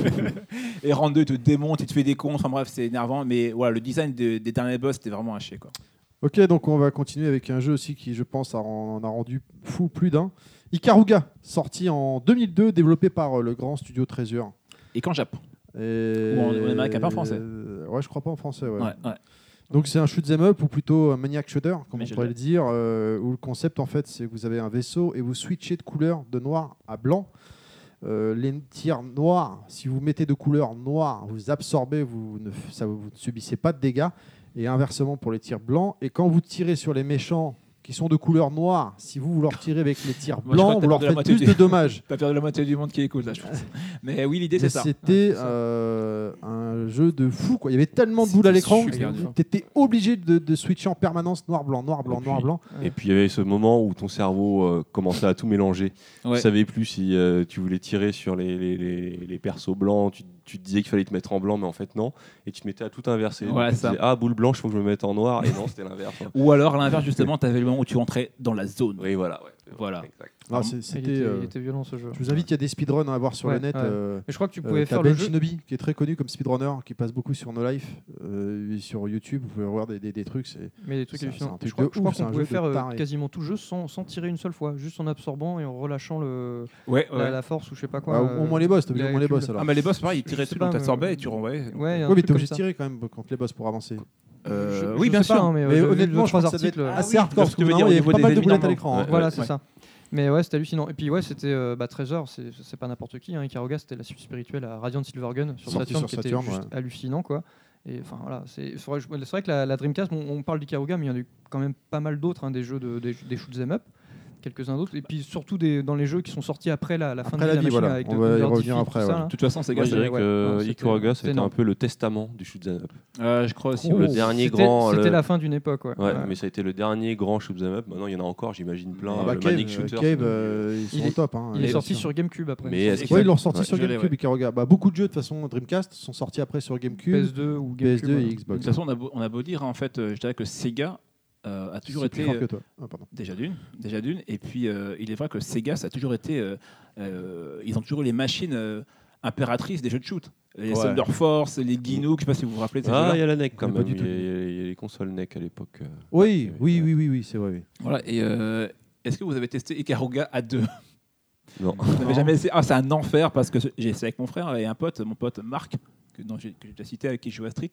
Speaker 7: Et round deux, il te démonte, il te fait des cons. Enfin bref, c'est énervant. Mais voilà, le design de- des derniers boss, c'était vraiment un chier, quoi.
Speaker 5: Ok, donc on va continuer avec un jeu aussi qui, je pense, a, en a rendu fou plus d'un. Ikaruga, sorti en deux mille deux, développé par euh, le grand studio Treasure.
Speaker 7: Et qu'en Japon.
Speaker 5: Et...
Speaker 7: Ou en- en américain, pas en français.
Speaker 5: Euh, Ouais, je crois pas en français. Ouais.
Speaker 7: Ouais, ouais.
Speaker 5: Donc c'est un shoot 'em up ou plutôt un maniac shooter, comme
Speaker 7: Mais
Speaker 5: on
Speaker 7: je
Speaker 5: pourrait
Speaker 7: l'ai.
Speaker 5: le dire, euh, où le concept en fait c'est que vous avez un vaisseau et vous switchez de couleur de noir à blanc. Euh, les tirs noirs, si vous mettez de couleur noire, vous absorbez, vous ne, ça, vous ne subissez pas de dégâts. Et inversement pour les tirs blancs. Et quand vous tirez sur les méchants qui sont de couleur noire, si vous, vous leur tirez avec les tirs
Speaker 7: Moi, je crois
Speaker 5: blancs,
Speaker 7: que
Speaker 5: vous
Speaker 7: t'as
Speaker 5: leur
Speaker 7: perdu la
Speaker 5: faites plus
Speaker 7: moitié
Speaker 5: de
Speaker 7: du-
Speaker 5: dommages.
Speaker 7: T'as perdu la moitié du monde qui écoute, là, je pense. Mais oui, l'idée, c'est
Speaker 5: Mais
Speaker 7: ça.
Speaker 5: C'était
Speaker 7: Ouais, c'est ça.
Speaker 5: euh, un jeu de fou, quoi. Il y avait tellement de
Speaker 7: C'était
Speaker 5: boules à l'écran
Speaker 7: super dur.
Speaker 5: que tu étais obligé de, de switcher en permanence noir, blanc, noir, blanc,
Speaker 10: Et
Speaker 5: noir,
Speaker 10: puis-
Speaker 5: blanc.
Speaker 10: Et puis il y avait ce moment où ton cerveau euh, commençait à tout mélanger.
Speaker 7: Ouais.
Speaker 10: Tu savais plus si euh, tu voulais tirer sur les, les, les, les persos blancs, tu, tu te disais qu'il fallait te mettre en blanc, mais en fait non. Et tu te mettais à tout inverser. Donc,
Speaker 7: Ouais,
Speaker 10: tu
Speaker 7: ça.
Speaker 10: disais, ah, boule blanche, il faut que je me mette en noir. Et non, c'était l'inverse. hein.
Speaker 7: Ou alors, à l'inverse, justement, t'avais le moment où tu rentrais dans la zone.
Speaker 10: Oui, voilà. ouais.
Speaker 7: Voilà.
Speaker 10: Exact.
Speaker 5: Ah, c'est-
Speaker 9: Il
Speaker 5: C'était.
Speaker 9: était,
Speaker 5: euh,
Speaker 9: il était violent ce jeu.
Speaker 5: Je vous invite, il y a des speedruns à voir sur
Speaker 9: Ouais,
Speaker 5: le net.
Speaker 9: ouais.
Speaker 5: euh,
Speaker 9: Mais je crois que tu
Speaker 5: euh,
Speaker 9: pouvais
Speaker 5: t'as
Speaker 9: faire
Speaker 5: Ben
Speaker 9: le jeu.
Speaker 5: Shinobi, qui est très connu comme speedrunner, qui passe beaucoup sur No Life, euh, et sur YouTube. Vous pouvez voir des, des, des trucs. C'est
Speaker 9: Mais des trucs
Speaker 5: C'est un-
Speaker 9: hallucinants.
Speaker 5: c'est un truc
Speaker 9: Je crois,
Speaker 5: de
Speaker 9: je crois
Speaker 5: ouf, c'est
Speaker 9: qu'on
Speaker 5: un
Speaker 9: pouvait
Speaker 5: jeu de
Speaker 9: faire euh,
Speaker 5: taré.
Speaker 9: quasiment tout le jeu sans, sans tirer une seule fois, juste en absorbant et en relâchant le,
Speaker 7: Ouais,
Speaker 9: la,
Speaker 7: ouais.
Speaker 9: la force ou je sais pas quoi.
Speaker 5: Ah, au-
Speaker 9: euh,
Speaker 5: au moins les boss, t'as vu
Speaker 9: la
Speaker 5: au moins les boss
Speaker 9: cube.
Speaker 5: alors.
Speaker 7: Ah, mais les boss, pareil, ils
Speaker 9: Je
Speaker 7: tiraient
Speaker 9: sais
Speaker 7: dessus,
Speaker 9: pas,
Speaker 7: donc t'absorbais
Speaker 9: mais-
Speaker 7: et tu renvoyais.
Speaker 9: Ouais, il y a un
Speaker 5: Oui, mais
Speaker 9: truc
Speaker 5: t'es
Speaker 9: comme
Speaker 5: obligé de
Speaker 9: ça.
Speaker 5: tirer quand même contre les boss pour avancer.
Speaker 7: Euh,
Speaker 9: Je-
Speaker 7: oui,
Speaker 9: je
Speaker 7: bien
Speaker 9: sais pas,
Speaker 7: sûr.
Speaker 9: hein, mais,
Speaker 5: Mais
Speaker 9: j'ai vu
Speaker 5: honnêtement,
Speaker 9: deux,
Speaker 5: je crois
Speaker 9: trois
Speaker 5: que ça doit
Speaker 9: articles.
Speaker 5: être
Speaker 9: euh,
Speaker 5: assez
Speaker 7: oui,
Speaker 5: hardcore.
Speaker 7: parce
Speaker 5: Parce
Speaker 7: que
Speaker 5: que
Speaker 7: tu veux dire,
Speaker 5: il y
Speaker 7: au
Speaker 5: a
Speaker 7: niveau
Speaker 5: pas
Speaker 7: des
Speaker 5: mal de boulettes à
Speaker 7: éléments,
Speaker 5: l'écran. hein.
Speaker 7: ouais.
Speaker 9: Voilà, c'est ça. Mais ouais, c'était hallucinant. Et puis ouais, c'était euh, bah, Treasure, c'est c'est pas n'importe qui. Hein. Ikaruga, c'était la suite spirituelle à Radiant Silvergun sur
Speaker 5: Sorti
Speaker 9: Saturn,
Speaker 5: sur
Speaker 9: qui était
Speaker 5: Saturn,
Speaker 9: juste
Speaker 5: ouais.
Speaker 9: hallucinant, quoi. Et enfin voilà, c'est c'est vrai, c'est vrai que la, la Dreamcast, on, on parle d'Ikaruga, mais il y en a eu quand même pas mal d'autres, hein, des jeux de des, des shoot 'em up, quelques-uns d'autres, et puis surtout des, dans les jeux qui sont sortis après la, la fin
Speaker 5: Après
Speaker 9: de
Speaker 5: la
Speaker 9: la
Speaker 5: vie,
Speaker 9: machine
Speaker 5: voilà.
Speaker 9: avec
Speaker 5: On
Speaker 9: de
Speaker 5: va y
Speaker 9: Under
Speaker 5: revenir
Speaker 9: Defeat,
Speaker 5: après,
Speaker 9: tout ça,
Speaker 5: voilà.
Speaker 9: là.
Speaker 7: De toute façon, c'est
Speaker 10: Moi, je
Speaker 7: gagné.
Speaker 10: dirais
Speaker 9: ouais,
Speaker 10: que
Speaker 9: non, c'était-
Speaker 10: Ikaruga,
Speaker 9: c'est
Speaker 10: c'était un
Speaker 9: énorme.
Speaker 10: peu le testament du shoot 'em up.
Speaker 7: Euh, je crois aussi.
Speaker 10: Oh.
Speaker 7: ouais.
Speaker 10: Le dernier
Speaker 9: C'était-
Speaker 10: grand,
Speaker 9: C'était
Speaker 10: le-
Speaker 9: la fin d'une époque, ouais.
Speaker 10: Ouais,
Speaker 9: Ouais.
Speaker 10: mais ça a été le dernier grand shoot 'em up. Maintenant, il y en a encore, j'imagine plein.
Speaker 5: Ah bah,
Speaker 10: le
Speaker 5: Cave,
Speaker 10: Manic
Speaker 5: euh,
Speaker 10: Shooter.
Speaker 5: Cave,
Speaker 10: c'est
Speaker 5: euh, ils
Speaker 9: Il
Speaker 5: sont
Speaker 9: est-
Speaker 5: au top. hein,
Speaker 9: Il est
Speaker 5: bien
Speaker 9: sorti
Speaker 5: sûr.
Speaker 9: sur GameCube après.
Speaker 10: Mais
Speaker 9: il me
Speaker 10: est-ce
Speaker 9: semble.
Speaker 10: qu'il-
Speaker 5: Ouais, ils l'ont ressorti
Speaker 10: Ouais,
Speaker 5: sur
Speaker 7: je l'ai,
Speaker 5: GameCube,
Speaker 7: ouais.
Speaker 5: Ikaruga. Bah, beaucoup de jeux de façon Dreamcast sont sortis après sur GameCube,
Speaker 9: P S deux ou
Speaker 5: P S deux
Speaker 9: GameCube.
Speaker 5: et
Speaker 9: ouais.
Speaker 7: De
Speaker 5: Xbox.
Speaker 7: toute façon, on a beau, on a beau dire, en fait, euh, je dirais que Sega euh, a toujours
Speaker 5: C'est plus
Speaker 7: été.
Speaker 5: fort que
Speaker 7: euh,
Speaker 5: toi. Ah, pardon.
Speaker 7: Déjà d'une, déjà d'une. Et puis, euh, il est vrai que Sega, ça a toujours été. euh, euh, ils ont toujours eu les machines euh, impératrices des jeux de shoot. Les
Speaker 10: Ouais.
Speaker 7: Thunder Force, les Ginook, je sais pas si vous vous rappelez de ces
Speaker 10: Ah,
Speaker 7: jeux-là.
Speaker 10: il y a la N E C quand
Speaker 5: Pas
Speaker 10: même.
Speaker 5: du
Speaker 10: Il y,
Speaker 5: tout.
Speaker 10: a, il y a- il y a les consoles N E C à l'époque. euh.
Speaker 5: Oui,
Speaker 10: Ouais,
Speaker 5: oui,
Speaker 10: ouais.
Speaker 5: oui, oui, oui, c'est vrai. Oui.
Speaker 7: Voilà. Et euh, est-ce que vous avez testé Ikaruga à deux?
Speaker 10: Non.
Speaker 7: Vous n'avez jamais essayé? Ah, c'est un enfer parce que j'ai essayé avec mon frère et un pote, mon pote Marc, que, dont j'ai, que j'ai déjà cité, avec qui je joue à Street.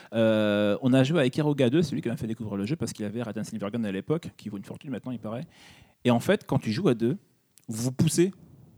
Speaker 7: Euh, on a joué à Ikaruga deux, celui qui m'a fait découvrir le jeu parce qu'il avait Radiant Silvergun à l'époque, qui vaut une fortune maintenant, il paraît. Et en fait, quand tu joues à deux, vous vous poussez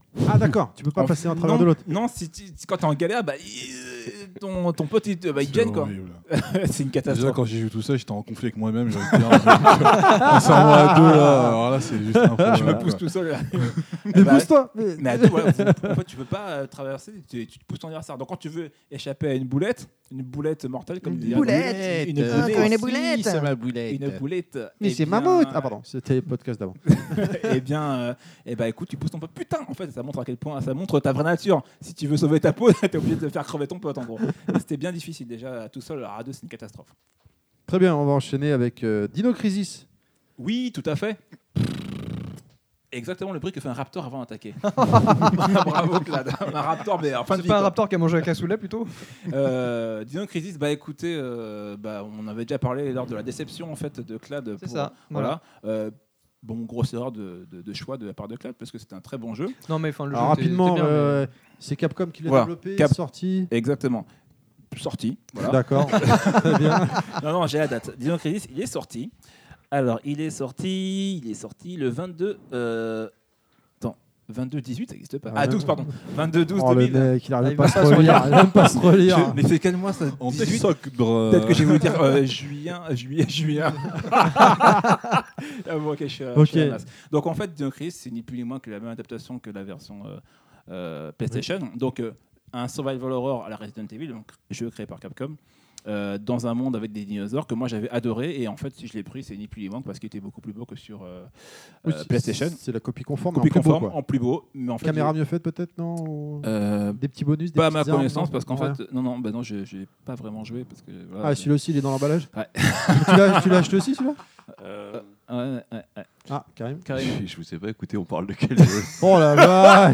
Speaker 5: Ah d'accord, tu peux pas
Speaker 7: En
Speaker 5: passer
Speaker 7: fait,
Speaker 5: en travers
Speaker 7: non,
Speaker 5: de l'autre.
Speaker 7: Non, si tu- si- quand t'es en galère, bah, il- ton, ton pote il, te- bah, il te
Speaker 6: C'est
Speaker 7: gêne quoi.
Speaker 6: horrible.
Speaker 7: C'est une
Speaker 6: Déjà,
Speaker 7: catastrophe.
Speaker 6: quand j'ai joué tout ça, j'étais en conflit avec moi-même. J'avais dit, ah, c'est en moi à deux là. Alors là, c'est juste un problème.
Speaker 7: Je me pousse tout seul. Là.
Speaker 5: Mais
Speaker 7: Bah,
Speaker 5: pousse-toi mais-
Speaker 7: Mais à deux, voilà, vous- en fait, tu veux pas euh, traverser, tu, tu te pousses ton adversaire. Donc quand tu veux échapper à une boulette, une boulette mortelle comme
Speaker 2: Une
Speaker 7: dit-
Speaker 2: boulette.
Speaker 7: une
Speaker 2: Ah,
Speaker 7: boulette,
Speaker 2: comme une
Speaker 7: si,
Speaker 2: boulette.
Speaker 7: c'est ma boulette, une boulette.
Speaker 5: Mais
Speaker 7: Eh
Speaker 5: c'est
Speaker 7: bien,
Speaker 5: mammouth. Ah pardon, c'était le podcast d'avant.
Speaker 7: Eh bien, euh, eh ben écoute, tu pousses ton pote. Putain, en fait, ça montre à quel point, ça montre ta vraie nature. Si tu veux sauver ta peau, t'es obligé de faire crever ton pote en gros. C'était bien difficile déjà tout seul. Alors à deux, c'est une catastrophe.
Speaker 5: Très bien, on va enchaîner avec euh, Dino Crisis.
Speaker 7: Oui, tout à fait. Exactement le bruit que fait un raptor avant d'attaquer. Bravo Clad. Un raptor, mais en fin de
Speaker 9: C'est
Speaker 7: vie,
Speaker 9: pas un
Speaker 7: quoi.
Speaker 9: raptor qui a mangé un cassoulet plutôt
Speaker 7: Euh, Dino Crisis, bah écoutez, euh, bah, on avait déjà parlé lors de la déception en fait de Clad.
Speaker 9: C'est
Speaker 7: pour-
Speaker 9: ça,
Speaker 7: Voilà. Euh, bon, grosse erreur de, de- de choix de la part de Clad parce que c'était un très bon jeu.
Speaker 9: Non, mais enfin, le
Speaker 5: Alors
Speaker 9: jeu était-
Speaker 5: rapidement,
Speaker 9: était bien,
Speaker 5: euh, c'est Capcom qui l'a
Speaker 7: Voilà.
Speaker 5: développé,
Speaker 7: Cap-
Speaker 5: sorti.
Speaker 7: Exactement. Sorti. Voilà.
Speaker 5: D'accord. Très bien.
Speaker 7: Non, non, j'ai la date. Dino Crisis, il est sorti. Alors, il est sorti, il est sorti le vingt-deux. Euh... Attends, vingt-deux dix-huit, ça n'existe pas.
Speaker 5: Ah,
Speaker 7: Ah, douze, pardon. vingt-deux douze
Speaker 5: Oh le
Speaker 7: deux mille.
Speaker 5: mec, il
Speaker 9: Ah,
Speaker 5: arrive
Speaker 9: il
Speaker 5: pas
Speaker 9: va
Speaker 5: à se
Speaker 9: pas se
Speaker 5: relire.
Speaker 9: relire.
Speaker 5: Il arrive pas à se relire.
Speaker 7: Je- Mais c'est quel mois ça
Speaker 6: En
Speaker 7: dix-huit.
Speaker 6: décembre.
Speaker 7: Peut-être que je vais vous dire euh, juillet, juillet, juillet. Ah bon, ok, je suis, je
Speaker 5: Ok.
Speaker 7: suis à la masse. Donc en fait, Dino Crisis, c'est ni plus ni moins que la même adaptation que la version euh, euh, PlayStation. Donc euh, un survival horror à la Resident Evil, donc jeu créé par Capcom. Euh, dans un monde avec des dinosaures que moi j'avais adoré et en fait si je l'ai pris c'est ni plus ni moins que parce qu'il était beaucoup plus beau que sur euh,
Speaker 5: Oui,
Speaker 7: euh,
Speaker 5: c'est-
Speaker 7: PlayStation.
Speaker 5: C'est la copie conforme.
Speaker 7: Copie
Speaker 5: mais en plus beau,
Speaker 7: conforme
Speaker 5: quoi.
Speaker 7: en plus beau, mais en fait
Speaker 5: Caméra
Speaker 7: j'ai-
Speaker 5: mieux faite peut-être, non Ou
Speaker 7: euh,
Speaker 5: Des petits bonus, des
Speaker 7: pas à ma
Speaker 5: petites armes,
Speaker 7: connaissance
Speaker 5: non
Speaker 7: parce qu'en
Speaker 5: Rien.
Speaker 7: fait non non bah non je j'ai pas vraiment joué parce que voilà,
Speaker 5: Ah,
Speaker 7: je-
Speaker 5: celui-là aussi, il est dans l'emballage.
Speaker 7: Ouais.
Speaker 5: tu l'as tu l'as acheté aussi, celui-là
Speaker 10: Euh,
Speaker 7: ouais, ouais, ouais.
Speaker 5: Ah, Karim.
Speaker 10: je, je vous sais pas, écoutez, on parle de quel jeu?
Speaker 5: Oh la vache.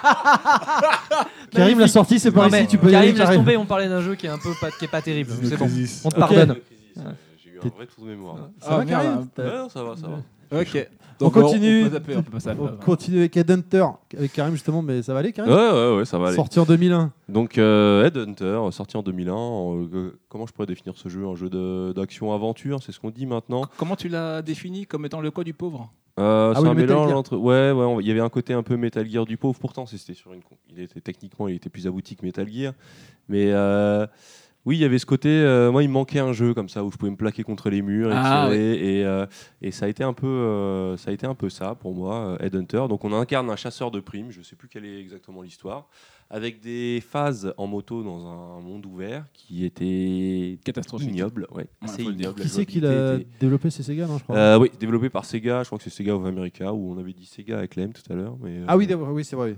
Speaker 5: Karim l'a sorti, c'est par
Speaker 9: Non, mais
Speaker 5: ici, tu peux y aller,
Speaker 9: Karim, laisse
Speaker 5: Karim.
Speaker 9: tomber, on parlait d'un jeu qui est un peu pas, qui est pas terrible.
Speaker 6: Dino
Speaker 9: C'est bon,
Speaker 6: Crisis.
Speaker 9: on te
Speaker 5: Ok.
Speaker 9: pardonne.
Speaker 10: J'ai eu un vrai tour de mémoire. là.
Speaker 5: Ça va,
Speaker 7: Ah, merde,
Speaker 5: Karim
Speaker 7: hein.
Speaker 5: T'as-
Speaker 10: Ouais, non, ça va, ça va.
Speaker 7: Ok.
Speaker 5: On
Speaker 7: Donc,
Speaker 5: continue.
Speaker 7: On peut zapper, on peut passer à-
Speaker 5: On continue avec Headhunter, avec Karim justement, mais ça va aller, Karim
Speaker 10: Ouais, ouais, ouais, ça va aller.
Speaker 5: Sorti en deux mille un.
Speaker 10: Donc, euh, Headhunter, sorti en deux mille un. euh, comment je pourrais définir ce jeu? Un jeu de- d'action-aventure, c'est ce qu'on dit maintenant.
Speaker 7: Comment tu l'as défini comme étant le code du pauvre?
Speaker 10: Euh,
Speaker 5: Ah
Speaker 10: c'est
Speaker 5: oui,
Speaker 10: un
Speaker 5: le Metal
Speaker 10: mélange
Speaker 5: Gear.
Speaker 10: entre. Ouais, ouais, on- il y avait un côté un peu Metal Gear du pauvre. Pourtant, c'était sur une. con- Il était techniquement, il était plus abouti que Metal Gear. Mais euh, oui, il y avait ce côté. euh, moi, il me manquait un jeu comme ça où je pouvais me plaquer contre les murs et
Speaker 7: Ah,
Speaker 10: tirer. Et, euh, et ça a été un peu, euh, ça a été un peu ça pour moi, euh, Headhunter. Donc, on incarne un chasseur de primes. Je sais plus quelle est exactement l'histoire. Avec des phases en moto dans un monde ouvert qui était
Speaker 7: Catastrophique.
Speaker 10: ignoble, ouais,
Speaker 7: Ouais,
Speaker 10: assez
Speaker 7: faut le dire.
Speaker 10: ignoble.
Speaker 5: Qui
Speaker 10: La
Speaker 5: c'est qui
Speaker 10: jouabilité
Speaker 5: l'a
Speaker 10: était-
Speaker 5: développé? C'est Sega, non, je crois.
Speaker 10: euh, oui, développé par Sega, je crois que c'est Sega of America, où on avait dit Sega avec l'A M tout à l'heure. Mais, euh,
Speaker 5: Ah oui, d'accord, oui, c'est vrai.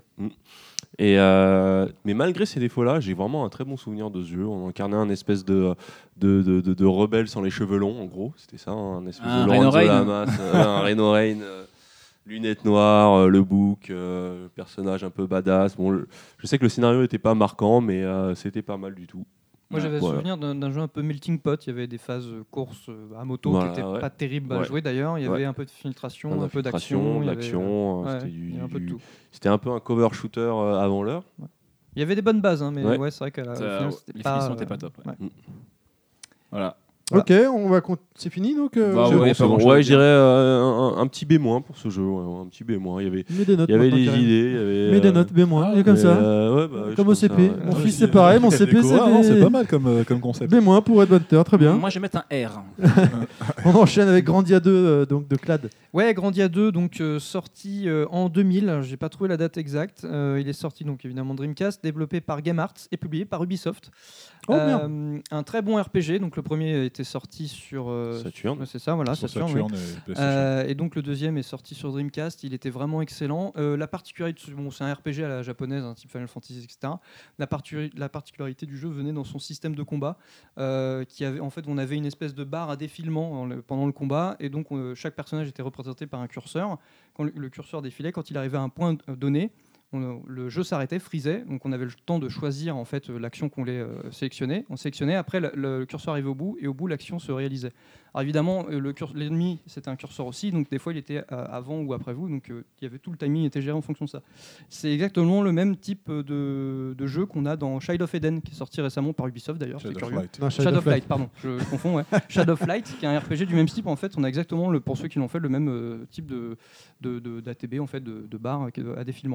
Speaker 10: Et euh, mais malgré ces défauts-là, j'ai vraiment un très bon souvenir de ce jeu. On incarnait un espèce de, de, de, de- de rebelle sans les cheveux longs, en gros. C'était ça, un espèce
Speaker 7: Un
Speaker 10: de
Speaker 7: Rhino
Speaker 10: Lorenzo
Speaker 7: Rain.
Speaker 10: Lamas, euh, un Rhino Rain, euh, lunettes noires, euh, le bouc, euh, personnage un peu badass. Bon, le- je sais que le scénario n'était pas marquant, mais euh, c'était pas mal du tout.
Speaker 9: Moi, j'avais
Speaker 10: Voilà.
Speaker 9: souvenir d'un d'un jeu un peu melting pot. Il y avait des phases euh, courses euh, à moto
Speaker 10: Voilà,
Speaker 9: qui n'étaient
Speaker 10: ouais.
Speaker 9: pas terribles à
Speaker 10: Ouais.
Speaker 9: jouer d'ailleurs. Il y
Speaker 10: Ouais.
Speaker 9: avait un peu de filtration,
Speaker 10: Un
Speaker 9: un peu d'action.
Speaker 10: infiltration,
Speaker 9: il y avait-
Speaker 10: l'action, euh,
Speaker 9: ouais,
Speaker 10: c'était du-
Speaker 9: il y avait un peu de
Speaker 10: du-
Speaker 9: tout.
Speaker 10: C'était un peu un cover shooter euh, avant l'heure.
Speaker 9: Il y avait des bonnes bases, hein, mais
Speaker 10: Ouais.
Speaker 9: ouais, c'est vrai qu'à la
Speaker 7: Ça,
Speaker 9: fin,
Speaker 7: ouais,
Speaker 9: c'était
Speaker 7: les
Speaker 9: pas.
Speaker 7: finitions
Speaker 9: euh,
Speaker 7: n'étaient pas top, ouais.
Speaker 9: ouais.
Speaker 7: Voilà.
Speaker 5: Ok, on va con- c'est fini donc. euh,
Speaker 7: Bah
Speaker 5: je-
Speaker 7: ouais,
Speaker 10: C'est
Speaker 7: pas
Speaker 10: bon.
Speaker 7: grand-chose à
Speaker 10: Ouais,
Speaker 7: dire.
Speaker 10: je dirais euh, un, un petit B- pour ce jeu. Ouais, un petit B-. Il y avait,
Speaker 5: Mets des notes.
Speaker 10: il y avait
Speaker 5: maintenant,
Speaker 10: des
Speaker 5: Karim.
Speaker 10: idées. Il y avait,
Speaker 5: Mets des
Speaker 10: euh,
Speaker 5: notes, B-, et comme
Speaker 10: mais,
Speaker 5: ça.
Speaker 10: euh, ouais, bah, je
Speaker 5: Comme au
Speaker 10: trouve
Speaker 5: C P.
Speaker 10: ça, ouais.
Speaker 5: Mon
Speaker 6: Ouais,
Speaker 5: fils,
Speaker 6: c'est-
Speaker 5: c'est pareil. Mon
Speaker 6: c'est
Speaker 5: C P, c'est
Speaker 6: découvert, non, c'est
Speaker 5: B-.
Speaker 6: pas mal comme, euh, comme concept.
Speaker 5: B- pour Headhunter, très bien.
Speaker 7: Moi, je vais mettre un R.
Speaker 5: On enchaîne avec Grandia deux, euh, donc de Clad.
Speaker 9: Ouais, Grandia deux, donc euh, sorti euh, en deux mille. J'ai pas trouvé la date exacte. Euh, il est sorti donc évidemment Dreamcast, développé par Game Arts et publié par Ubisoft.
Speaker 5: Oh, bien.
Speaker 9: Euh, un très bon R P G. Donc le premier était sorti sur euh,
Speaker 10: Saturn.
Speaker 9: ouais, c'est ça, voilà,
Speaker 6: Sur
Speaker 9: Saturn,
Speaker 6: Saturn
Speaker 9: oui.
Speaker 6: et PlayStation.
Speaker 9: Euh, et donc le deuxième est sorti sur Dreamcast, il était vraiment excellent. Euh, la particularité, bon, c'est un R P G à la japonaise, un type Final Fantasy, et cetera. La, particuli- la particularité du jeu venait dans son système de combat, euh, qui avait, en fait, on avait une espèce de barre à défilement en le- pendant le combat, et donc euh, chaque personnage était représenté par un curseur. Quand le, le curseur défilait, quand il arrivait à un point euh, donné, on- le jeu s'arrêtait, freezait, donc on avait le temps de choisir en fait euh, l'action qu'on voulait euh, sélectionner. On sélectionnait, après le, le curseur arrivait au bout et au bout l'action se réalisait. Alors évidemment, euh, le curs- l'ennemi c'était un curseur aussi, donc des fois il était euh, avant ou après vous, donc euh, il y avait tout le timing était géré en fonction de ça. C'est exactement le même type de, de jeu qu'on a dans Child of Eden, qui est sorti récemment par Ubisoft d'ailleurs.
Speaker 6: Shadow
Speaker 9: C'est
Speaker 6: of
Speaker 9: curieux.
Speaker 6: Light.
Speaker 5: Non,
Speaker 9: Shadow of Light, pardon, je, je confonds. Ouais. Shadow of Light, qui est un R P G du même type. En fait, on a exactement, le, pour ceux qui l'ont fait, le même euh, type de, de, de- d'A T B, en fait, de, de barre euh, à défilement.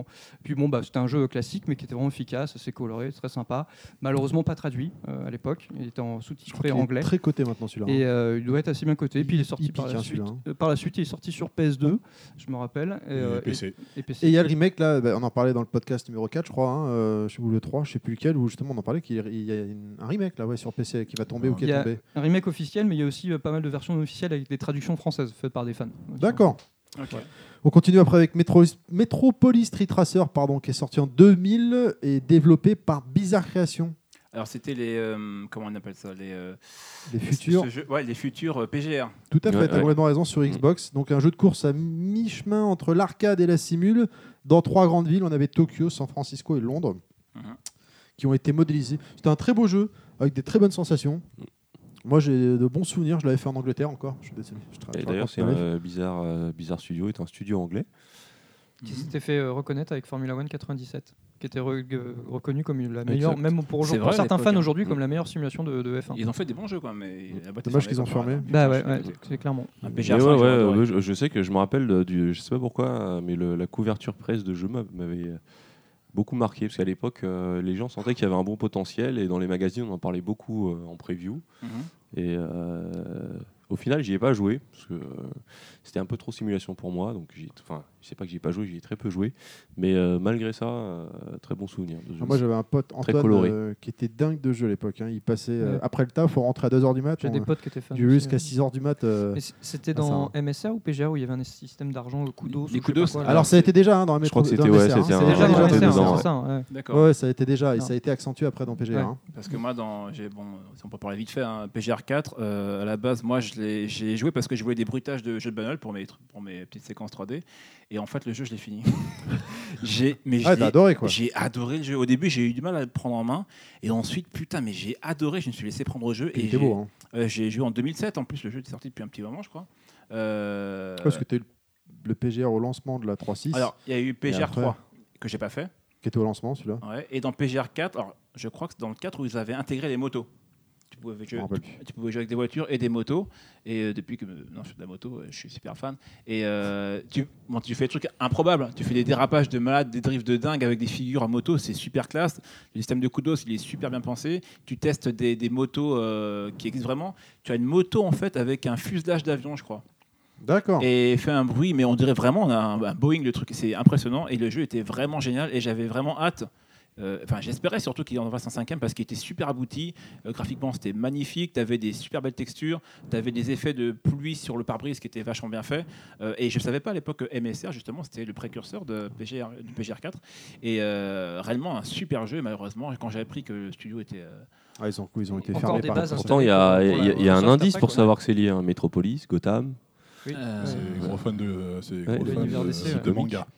Speaker 9: Puis bon, bah, c'était un jeu classique, mais qui était vraiment efficace, assez coloré, très sympa. Malheureusement pas traduit euh, à l'époque. Il était en sous-titré anglais.
Speaker 5: Très coté maintenant celui-là.
Speaker 9: Et euh, il doit être assez bien coté. Puis il est sorti
Speaker 5: il
Speaker 9: par
Speaker 5: pique,
Speaker 9: la
Speaker 5: hein,
Speaker 9: suite.
Speaker 5: celui-là, hein.
Speaker 9: Euh, par la suite, il est sorti sur P S deux, je me rappelle. Et, euh,
Speaker 6: P C.
Speaker 9: Et, et P C.
Speaker 5: Et il y a le remake là, bah, on en parlait dans le podcast numéro quatre, je crois, hein, euh, ou le trois, je sais plus lequel, où justement on en parlait qu'il y a une- un remake là, ouais, sur P C qui va tomber ou qui
Speaker 9: Il y
Speaker 5: est
Speaker 9: a
Speaker 5: tombé.
Speaker 9: un remake officiel, mais il y a aussi euh, pas mal de versions officielles avec des traductions françaises faites par des fans.
Speaker 5: D'accord.
Speaker 7: Ok.
Speaker 5: On continue après avec Metro- Metropolis Street Racer, pardon, qui est sorti en deux mille et développé par Bizarre Creations.
Speaker 7: Alors c'était les euh, comment on appelle ça les euh,
Speaker 5: Les futurs.
Speaker 7: ce jeu- ouais, les futurs euh, P G R.
Speaker 5: Tout à fait,
Speaker 10: Ouais,
Speaker 5: t'as
Speaker 10: ouais.
Speaker 5: complètement raison sur Xbox. Donc un jeu de course à mi-chemin entre l'arcade et la simule dans trois grandes villes. On avait Tokyo, San Francisco et Londres
Speaker 7: Mhm.
Speaker 5: qui ont été modélisés. C'était un très beau jeu avec des très bonnes sensations. Moi j'ai de bons souvenirs, je l'avais fait en Angleterre encore. Je suis désolé. Je tra-
Speaker 10: Et
Speaker 5: je
Speaker 10: d'ailleurs,
Speaker 5: raconte
Speaker 10: c'est
Speaker 5: ma
Speaker 10: un
Speaker 5: life.
Speaker 10: euh, bizarre, euh, bizarre studio, est un studio anglais.
Speaker 9: Qui s'était fait euh, reconnaître avec Formula One quatre-vingt-dix-sept, qui était re- euh, reconnu comme la
Speaker 10: Exact.
Speaker 9: meilleure, même pour,
Speaker 7: C'est
Speaker 9: pour
Speaker 7: vrai, à
Speaker 9: certains
Speaker 7: l'époque,
Speaker 9: fans
Speaker 7: hein.
Speaker 9: aujourd'hui,
Speaker 10: Mm.
Speaker 9: comme la meilleure simulation de, de F un.
Speaker 7: Ils ont fait des bons jeux quand même, mais la boîte est
Speaker 5: Dommage
Speaker 7: fermée,
Speaker 5: qu'ils ont
Speaker 7: quoi,
Speaker 5: fermé.
Speaker 7: par
Speaker 9: Bah
Speaker 7: exemple.
Speaker 9: ouais,
Speaker 7: Je
Speaker 9: ouais,
Speaker 7: suis
Speaker 9: c'est- c'est clairement.
Speaker 7: Un
Speaker 10: Mais
Speaker 7: P G R
Speaker 10: ouais,
Speaker 7: cinq,
Speaker 10: ouais,
Speaker 7: j'aurais
Speaker 10: euh,
Speaker 7: adoré.
Speaker 10: ouais, je, je sais que je me rappelle de- du, je sais pas pourquoi, euh, mais le- la couverture presse de jeu m'a- m'avait euh, beaucoup marqué parce qu'à l'époque, euh, les gens sentaient qu'il y avait un bon potentiel et dans les magazines, on en parlait beaucoup euh, en preview.
Speaker 7: Mhm.
Speaker 10: Et euh, au final, j'y ai pas joué parce que euh, c'était un peu trop simulation pour moi. Donc, j'y- enfin, je sais pas que j'y ai pas joué, j'y ai très peu joué. Mais euh, malgré ça, euh, très bon souvenir. de ce
Speaker 5: Ah,
Speaker 10: jeu.
Speaker 5: moi j'avais un pote
Speaker 10: Très
Speaker 5: Antoine
Speaker 10: coloré.
Speaker 5: euh, qui était dingue de jeu à l'époque. hein. Il passait euh,
Speaker 9: Ouais.
Speaker 5: après le taf, on rentrait à deux heures du mat.
Speaker 9: J'ai
Speaker 5: on-
Speaker 9: des potes qui étaient fans.
Speaker 5: Du
Speaker 9: aussi,
Speaker 5: jusqu'à
Speaker 9: ouais.
Speaker 5: six heures du mat. euh,
Speaker 9: Mais c- C'était
Speaker 5: Ah, ça,
Speaker 9: dans
Speaker 5: hein.
Speaker 9: M S R ou P G R où il y avait un système d'argent, le Kudos.
Speaker 7: Les
Speaker 9: ou je sais
Speaker 7: Kudos,
Speaker 9: pas quoi, là.
Speaker 5: Alors ça a été déjà hein, dans le
Speaker 10: Je crois
Speaker 5: métro.
Speaker 10: que c'était-
Speaker 5: dans
Speaker 10: ouais,
Speaker 5: M S R, hein.
Speaker 10: c'était un-
Speaker 5: C'est
Speaker 9: déjà
Speaker 5: déjà
Speaker 9: dans
Speaker 5: déjà
Speaker 9: M S R,
Speaker 5: dedans,
Speaker 10: dedans,
Speaker 9: c'est
Speaker 5: ouais.
Speaker 9: ça, ouais.
Speaker 7: D'accord.
Speaker 5: Ouais, ça a été déjà et
Speaker 9: Non.
Speaker 5: ça a été accentué après dans P G R.
Speaker 9: Ouais.
Speaker 5: hein.
Speaker 7: Parce que moi, dans, j'ai, bon, si on peut parler vite fait, hein, P G R quatre, euh, à la base, moi, je l'ai, j'ai joué parce que je voulais des bruitages de jeux de bagnole pour mes, tr- pour mes petites séquences trois D. Et en fait, le jeu, je l'ai fini. j'ai, mais je
Speaker 5: Ah,
Speaker 7: l'ai-
Speaker 5: t'as adoré quoi.
Speaker 7: J'ai adoré le jeu. Au début, j'ai eu du mal à le prendre en main. Et ensuite, putain, mais j'ai adoré. Je me suis laissé prendre au jeu.
Speaker 5: Il
Speaker 7: Et
Speaker 5: était
Speaker 7: j'ai,
Speaker 5: beau. Hein.
Speaker 7: euh, j'ai joué en deux mille sept. En plus, le jeu était sorti depuis un petit moment, je crois. Euh,
Speaker 5: Parce que t'as eu le- le P G R au lancement de la trois six
Speaker 7: alors, il y a eu P G R
Speaker 5: Et après
Speaker 7: trois que j'ai pas fait.
Speaker 5: qui était au lancement celui-là.
Speaker 7: Ouais. Et dans P G R quatre, alors, je crois que c'est dans le quatre où ils avaient intégré les motos. Tu pouvais
Speaker 5: Je
Speaker 7: jouer,
Speaker 5: me rappelle
Speaker 7: tu, tu pouvais jouer avec des voitures et des motos. Et euh, depuis que non, je fais de la moto, euh, je suis super fan. Et euh, tu, bon, tu fais des trucs improbables. Tu fais des dérapages de malade, des drifts de dingue avec des figures en moto. C'est super classe. Le système de Kudos, il est super bien pensé. Tu testes des, des motos euh, qui existent vraiment. Tu as une moto en fait avec un fuselage d'avion, je crois.
Speaker 5: D'accord.
Speaker 7: Et fait un bruit, mais on dirait vraiment on a un, un Boeing, le truc, c'est impressionnant. Et le jeu était vraiment génial et j'avais vraiment hâte. euh, Enfin, j'espérais surtout qu'il en fasse un cinquième parce qu'il était super abouti. Euh, graphiquement, c'était magnifique. Tu avais des super belles textures. Tu avais des effets de pluie sur le pare-brise qui étaient vachement bien faits. Euh, et je ne savais pas à l'époque que M S R, justement, c'était le précurseur de P G R, du P G R quatre. Et euh, réellement, un super jeu. Malheureusement, quand j'ai appris que le studio était. euh,
Speaker 5: Ah, ils, ont, ils ont été
Speaker 9: Encore
Speaker 5: fermés
Speaker 9: des
Speaker 5: par
Speaker 9: bases
Speaker 5: la-
Speaker 9: à
Speaker 10: Pourtant, il y a, il y a- il y a un
Speaker 9: Microsoft
Speaker 10: indice
Speaker 9: après,
Speaker 10: pour
Speaker 9: quoi.
Speaker 10: savoir que c'est lié. Hein. Metropolis, Gotham.
Speaker 9: Oui.
Speaker 7: euh,
Speaker 6: C'est gros fan de, c'est
Speaker 10: Ouais,
Speaker 6: gros
Speaker 10: de
Speaker 6: fan
Speaker 9: l'univers
Speaker 6: de,
Speaker 9: D C,
Speaker 6: de
Speaker 9: ouais.
Speaker 6: manga.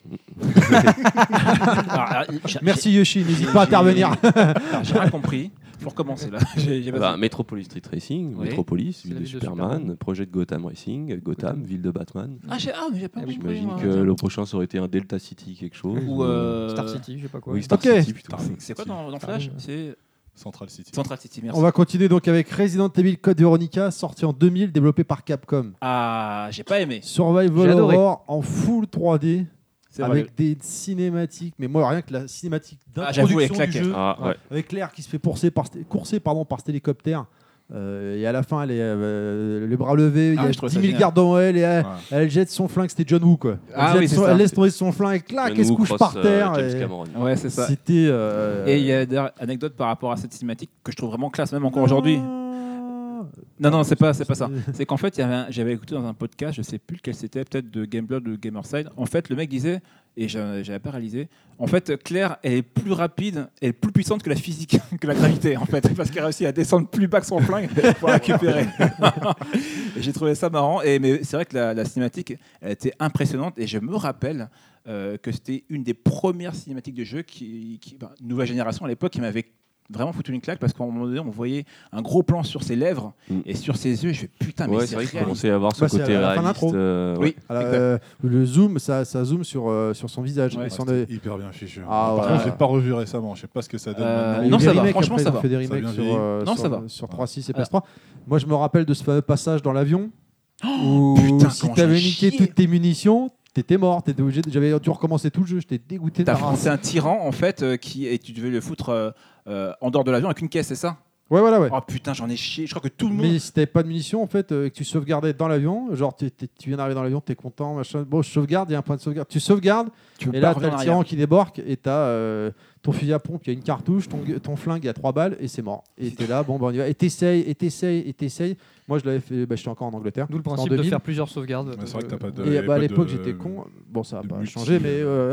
Speaker 7: alors, alors, j'ai-
Speaker 5: Merci Yoshi, n'hésite pas à intervenir.
Speaker 7: alors, J'ai rien compris. Faut recommencer là. J'ai- j'ai pas-
Speaker 10: Bah, Metropolis Street Racing,
Speaker 7: Oui.
Speaker 10: Metropolis,
Speaker 9: C'est
Speaker 10: ville
Speaker 9: la
Speaker 10: de
Speaker 9: ville de
Speaker 10: Superman,
Speaker 9: Superman.
Speaker 10: projet de Gotham Racing, Gotham,
Speaker 9: Gotham.
Speaker 10: ville de Batman.
Speaker 7: Ah, j'ai, ah, mais j'ai pas
Speaker 9: Ah oui,
Speaker 7: compris,
Speaker 10: J'imagine
Speaker 7: moi.
Speaker 10: que le prochain ça aurait été un Delta City quelque chose.
Speaker 7: Ou euh,
Speaker 9: Star City, je sais pas quoi.
Speaker 10: Oui, Star
Speaker 5: Ok.
Speaker 10: City plutôt.
Speaker 7: C'est quoi dans, dans Flash?
Speaker 9: Ah, oui.
Speaker 7: C'est
Speaker 6: Central City.
Speaker 7: Central City, merci.
Speaker 5: On va continuer donc avec Resident Evil Code Veronica, sorti en deux mille, développé par Capcom.
Speaker 7: Ah, j'ai pas aimé.
Speaker 5: Survival
Speaker 9: J'ai adoré.
Speaker 5: Horror en full trois D,
Speaker 7: C'est vrai.
Speaker 5: avec des cinématiques. Mais moi, rien que la cinématique
Speaker 7: Ah, j'avoue, elle
Speaker 5: d'introduction du
Speaker 7: claquait.
Speaker 5: jeu,
Speaker 10: Ah ouais.
Speaker 5: avec Claire qui se fait courser par, courser, pardon, par cet hélicoptère. Euh, et à la fin, elle est euh, les bras levés, il
Speaker 7: Ah,
Speaker 5: y a
Speaker 7: je trouve
Speaker 5: dix
Speaker 7: ça
Speaker 5: mille
Speaker 7: génial.
Speaker 5: gardes devant elle, et elle,
Speaker 6: Ouais.
Speaker 5: elle jette son flingue, c'était John Woo quoi. Elle,
Speaker 7: Ah
Speaker 5: jette
Speaker 7: oui, c'est
Speaker 5: son-
Speaker 7: ça.
Speaker 5: elle laisse tomber son flingue, et clac, elle se
Speaker 10: John Woo
Speaker 5: couche
Speaker 10: cross,
Speaker 5: par
Speaker 10: euh,
Speaker 5: terre.
Speaker 10: James
Speaker 5: et
Speaker 10: Cameron.
Speaker 7: Ouais, c'est ça.
Speaker 5: C'était. euh,
Speaker 7: Et il y a une anecdote par rapport à cette cinématique que je trouve vraiment classe, même encore aujourd'hui. Non, non, c'est pas, c'est pas ça. C'est qu'en fait, il y avait un- j'avais écouté dans un podcast, je sais plus lequel c'était, peut-être de Gameblog ou de Gamerside. En fait, le mec disait, et j'a- j'avais pas réalisé, en fait, Claire, elle est plus rapide, elle est plus puissante que la physique, que la gravité, en fait, parce qu'elle réussit à descendre plus bas que son flingue pour la récupérer. Et j'ai trouvé ça marrant. Et mais c'est vrai que la, la cinématique, elle était impressionnante. Et je me rappelle euh, que c'était une des premières cinématiques de jeu qui, qui bah, nouvelle génération à l'époque, qui m'avait vraiment foutu une claque parce qu'à un moment donné, on voyait un gros plan sur ses lèvres
Speaker 10: Mm.
Speaker 7: et sur ses yeux. Je fais putain, mais
Speaker 10: Ouais,
Speaker 7: c'est
Speaker 10: c'est vrai qu'il
Speaker 7: réaliste.
Speaker 10: commençait à avoir ce
Speaker 5: Bah, c'est
Speaker 10: côté
Speaker 5: à la fin de
Speaker 10: réaliste.
Speaker 5: l'intro.
Speaker 10: euh, ouais.
Speaker 7: Oui,
Speaker 5: Alors,
Speaker 7: exact.
Speaker 5: euh, le zoom, ça, ça zoome sur, euh, sur son visage.
Speaker 7: Ouais.
Speaker 5: Et son-
Speaker 6: C'était hyper bien fichu.
Speaker 5: Ah,
Speaker 6: Par
Speaker 5: ouais.
Speaker 6: contre, j'ai pas revu récemment. Je sais pas ce que ça donne
Speaker 7: Euh,
Speaker 6: maintenant.
Speaker 5: Il y a eu
Speaker 7: non,
Speaker 5: des
Speaker 7: ça va,
Speaker 5: remakes,
Speaker 7: franchement,
Speaker 5: après,
Speaker 7: ça
Speaker 5: ils ont
Speaker 7: va.
Speaker 5: fait des
Speaker 6: Ça a
Speaker 5: remakes
Speaker 6: bien
Speaker 5: sur,
Speaker 6: vieilli.
Speaker 5: euh,
Speaker 7: Non,
Speaker 5: sur,
Speaker 7: ça va.
Speaker 5: sur trois six et P S trois. Moi, je me rappelle de ce fameux passage dans l'avion où
Speaker 7: putain,
Speaker 5: si
Speaker 7: comment
Speaker 5: t'avais
Speaker 7: j'ai
Speaker 5: niqué
Speaker 7: chié.
Speaker 5: toutes tes munitions, t'étais mort, t'étais obligé, de- j'avais dû recommencer tout le jeu, j'étais dégoûté de
Speaker 7: T'as
Speaker 5: ma race.
Speaker 7: c'est un tyran en fait euh, qui et tu devais le foutre euh, euh, en dehors de l'avion avec une caisse, c'est ça?
Speaker 5: Ouais, voilà, ouais.
Speaker 7: Oh putain, j'en ai chié. Je crois que tout le monde.
Speaker 5: Mais si t'avais pas de munitions, en fait, euh, et que tu sauvegardais dans l'avion, genre t'es- t'es- tu viens d'arriver dans l'avion, t'es content, machin. Bon, je sauvegarde, il y a un point de sauvegarde. Tu sauvegardes,
Speaker 7: Tu peux
Speaker 5: et
Speaker 7: pas
Speaker 5: là
Speaker 7: revenir
Speaker 5: t'as
Speaker 7: en
Speaker 5: le tyran
Speaker 7: arrière.
Speaker 5: qui débarque, et t'as euh, ton fusil à pompe, il y a une cartouche, ton, gu- ton flingue, il y a trois balles, et c'est mort. Et t'es là, bon, bah on y va. Et t'essayes, et t'essayes, et t'essayes. Moi, je l'avais fait, bah, j'étais encore en Angleterre.
Speaker 9: D'où le
Speaker 5: C'était en
Speaker 9: principe de
Speaker 5: deux mille.
Speaker 9: faire plusieurs sauvegardes.
Speaker 6: Ouais, c'est vrai que t'as pas de-
Speaker 5: Et
Speaker 6: y avait
Speaker 5: bah, à
Speaker 6: pas
Speaker 5: l'époque,
Speaker 6: de-
Speaker 5: j'étais con. Bon, ça a
Speaker 6: de
Speaker 5: pas
Speaker 6: multi-
Speaker 5: changé, mais. euh,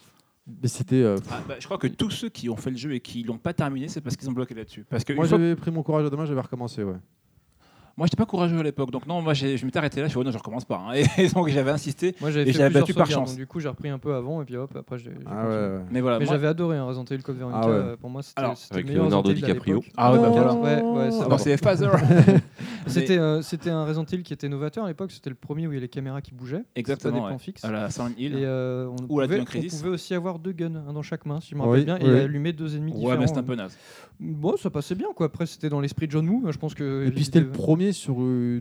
Speaker 5: Mais c'était. euh,
Speaker 7: Ah, bah, je crois que tous ceux qui ont fait le jeu et qui l'ont pas terminé, c'est parce qu'ils ont bloqué là-dessus. Parce que
Speaker 5: Moi,
Speaker 7: une fois-
Speaker 5: j'avais pris mon courage à deux mains, j'avais recommencé, ouais.
Speaker 7: moi, j'étais pas courageux à l'époque, donc non, moi, j'ai- je m'étais arrêté là. Je suis oh, non, je recommence pas. hein. Et donc, j'avais insisté.
Speaker 9: Moi j'avais
Speaker 7: Et
Speaker 9: fait
Speaker 7: j'avais
Speaker 9: plusieurs
Speaker 7: battu par
Speaker 9: sauvegardes,
Speaker 7: chance.
Speaker 9: donc du coup j'ai repris un peu avant et puis hop après j'ai. j'ai
Speaker 5: Ah
Speaker 9: continué.
Speaker 5: ouais, ouais.
Speaker 7: Mais voilà.
Speaker 9: Mais
Speaker 7: moi-
Speaker 9: j'avais adoré hein, Resident Evil Code Veronica.
Speaker 5: Ah ouais.
Speaker 9: euh, Pour moi c'était
Speaker 7: Alors,
Speaker 9: c'était
Speaker 10: avec
Speaker 9: le meilleur
Speaker 10: Leonardo
Speaker 9: Resident Evil à
Speaker 10: DiCaprio.
Speaker 9: l'époque.
Speaker 7: Ah ouais, bah voilà.
Speaker 9: Ouais, ouais, c'est
Speaker 7: Non,
Speaker 9: vrai.
Speaker 7: c'est Phaser.
Speaker 9: C'était euh, c'était un Resident Evil qui était novateur à l'époque. C'était le premier où il y a les caméras qui bougeaient.
Speaker 7: Exactement.
Speaker 9: C'était pas des
Speaker 7: ouais.
Speaker 9: plans fixes.
Speaker 7: À la Silent Hill.
Speaker 9: Et euh, on,
Speaker 7: Ou à la
Speaker 9: pouvait,
Speaker 7: Dino
Speaker 9: on
Speaker 7: Crisis.
Speaker 9: pouvait aussi avoir deux guns, un dans chaque main, si je me
Speaker 5: Oui,
Speaker 9: rappelle bien,
Speaker 5: oui.
Speaker 9: et allumer deux ennemis
Speaker 7: Ouais,
Speaker 9: différents.
Speaker 7: mais c'est un peu naze.
Speaker 9: Bon, ça passait bien quoi. Après, c'était dans l'esprit de John Woo. Je pense que.
Speaker 5: Et puis c'était le premier sur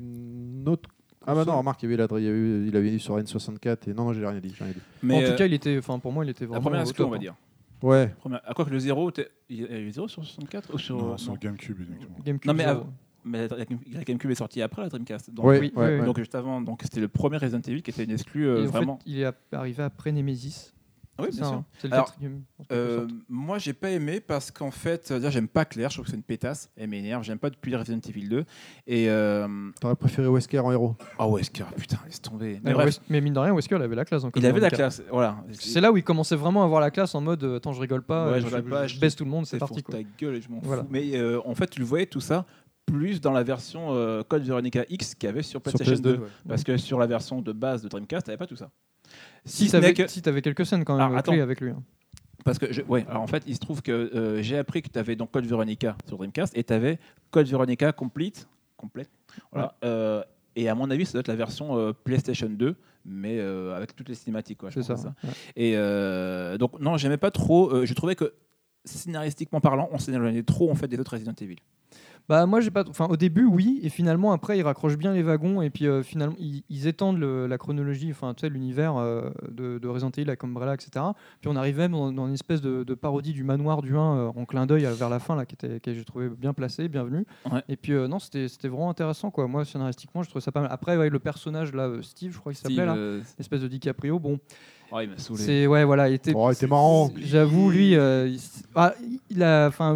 Speaker 5: une autre. Ah bah non, remarque, il y avait la- il y avait- il avait eu sur N soixante-quatre et non, non, j'ai rien dit. j'ai rien dit.
Speaker 7: Mais
Speaker 9: en tout
Speaker 7: euh,
Speaker 9: cas, il était. Enfin, pour moi, il était vraiment.
Speaker 7: la première
Speaker 9: au
Speaker 7: exclu,
Speaker 9: top,
Speaker 7: on va
Speaker 9: hein.
Speaker 7: dire.
Speaker 5: Ouais.
Speaker 7: Première- À quoi que le zéro, était- il y a eu le zéro sur soixante-quatre ou sur.
Speaker 6: Non, sur
Speaker 7: non.
Speaker 6: GameCube, exactement.
Speaker 9: GameCube
Speaker 7: Non, mais
Speaker 9: zéro.
Speaker 7: av- Mais la, la GameCube est sortie après la Dreamcast. Donc,
Speaker 5: Ouais,
Speaker 9: oui,
Speaker 5: ouais,
Speaker 9: oui,
Speaker 5: ouais.
Speaker 7: donc juste avant, donc c'était le premier Resident Evil qui était une exclue euh,
Speaker 9: Et en
Speaker 7: vraiment.
Speaker 9: fait, il est arrivé après Nemesis.
Speaker 7: Ah oui,
Speaker 9: C'est
Speaker 7: bien
Speaker 9: ça,
Speaker 7: sûr.
Speaker 9: hein. C'est le
Speaker 7: Alors,
Speaker 9: quatrième. en quelque
Speaker 7: Euh,
Speaker 9: sorte.
Speaker 7: moi, j'ai pas aimé parce qu'en fait, euh, déjà, j'aime pas Claire. Je trouve que c'est une pétasse. Elle m'énerve. J'aime pas depuis Resident Evil deux. Et euh...
Speaker 5: T'aurais préféré Wesker en héros.
Speaker 7: ah ouais, Wesker, putain, laisse tomber. Mais
Speaker 9: Mais,
Speaker 7: bref,
Speaker 9: Wes- mais mine de rien, Wesker il avait la classe. hein,
Speaker 7: il
Speaker 9: comme
Speaker 7: avait la
Speaker 9: Veronica.
Speaker 7: classe. Voilà.
Speaker 9: C'est là où il commençait vraiment à avoir la classe en mode euh, attends, je rigole pas,
Speaker 7: Ouais,
Speaker 9: euh,
Speaker 7: je rigole pas,
Speaker 9: je
Speaker 7: je-
Speaker 9: baisse tout le monde, c'est
Speaker 7: C'est
Speaker 9: parti.
Speaker 7: pour
Speaker 9: Quoi.
Speaker 7: ta gueule et je m'en
Speaker 9: Voilà.
Speaker 7: fous. Mais euh, en fait, tu le voyais tout ça plus dans la version euh, Code Veronica X qu'il y avait sur
Speaker 5: Sur
Speaker 7: PlayStation
Speaker 5: P S deux,
Speaker 7: deux.
Speaker 5: ouais.
Speaker 7: Parce que sur la version de base de Dreamcast, t'avais pas tout ça.
Speaker 9: Si
Speaker 7: ce n'est
Speaker 9: t'avais
Speaker 7: que-
Speaker 9: si t'avais quelques scènes quand même
Speaker 7: Alors,
Speaker 9: euh,
Speaker 7: attends.
Speaker 9: clés avec lui. hein.
Speaker 7: Parce que, je, ouais, alors en fait, il se trouve que euh, j'ai appris que tu avais donc Code Veronica sur Dreamcast et tu avais Code Veronica Complete. Complete voilà. Euh, et à mon avis, ça doit être la version euh, PlayStation deux, mais euh, avec toutes les cinématiques. Quoi, je
Speaker 9: C'est
Speaker 7: pense
Speaker 9: ça.
Speaker 7: à ça.
Speaker 9: ouais.
Speaker 7: Et euh, donc, non, j'aimais pas trop. euh, je trouvais que scénaristiquement parlant, on s'éloignait trop en fait des autres Resident Evil.
Speaker 9: Bah moi j'ai pas, enfin au début oui et finalement après ils raccrochent bien les wagons et puis euh, finalement ils, ils étendent le- la chronologie, enfin tu sais l'univers euh, de, de Resident Evil avec Umbrella et cetera. Puis on arrive même dans, dans une espèce de, de parodie du manoir du un euh, en clin d'œil euh, vers la fin là qui était que j'ai trouvé bien placé, bienvenu.
Speaker 7: Ouais.
Speaker 9: Et puis euh, non c'était c'était vraiment intéressant quoi. Moi scénaristiquement je trouvais ça pas mal. Après ouais, le personnage là euh, Steve je crois qu'il s'appelait là,
Speaker 7: euh,
Speaker 9: espèce de DiCaprio bon.
Speaker 7: oh, il m'a saoulé.
Speaker 9: C'est ouais voilà, il était.
Speaker 5: Oh, il était marrant.
Speaker 9: J'avoue lui, euh, il, ah, il a, enfin,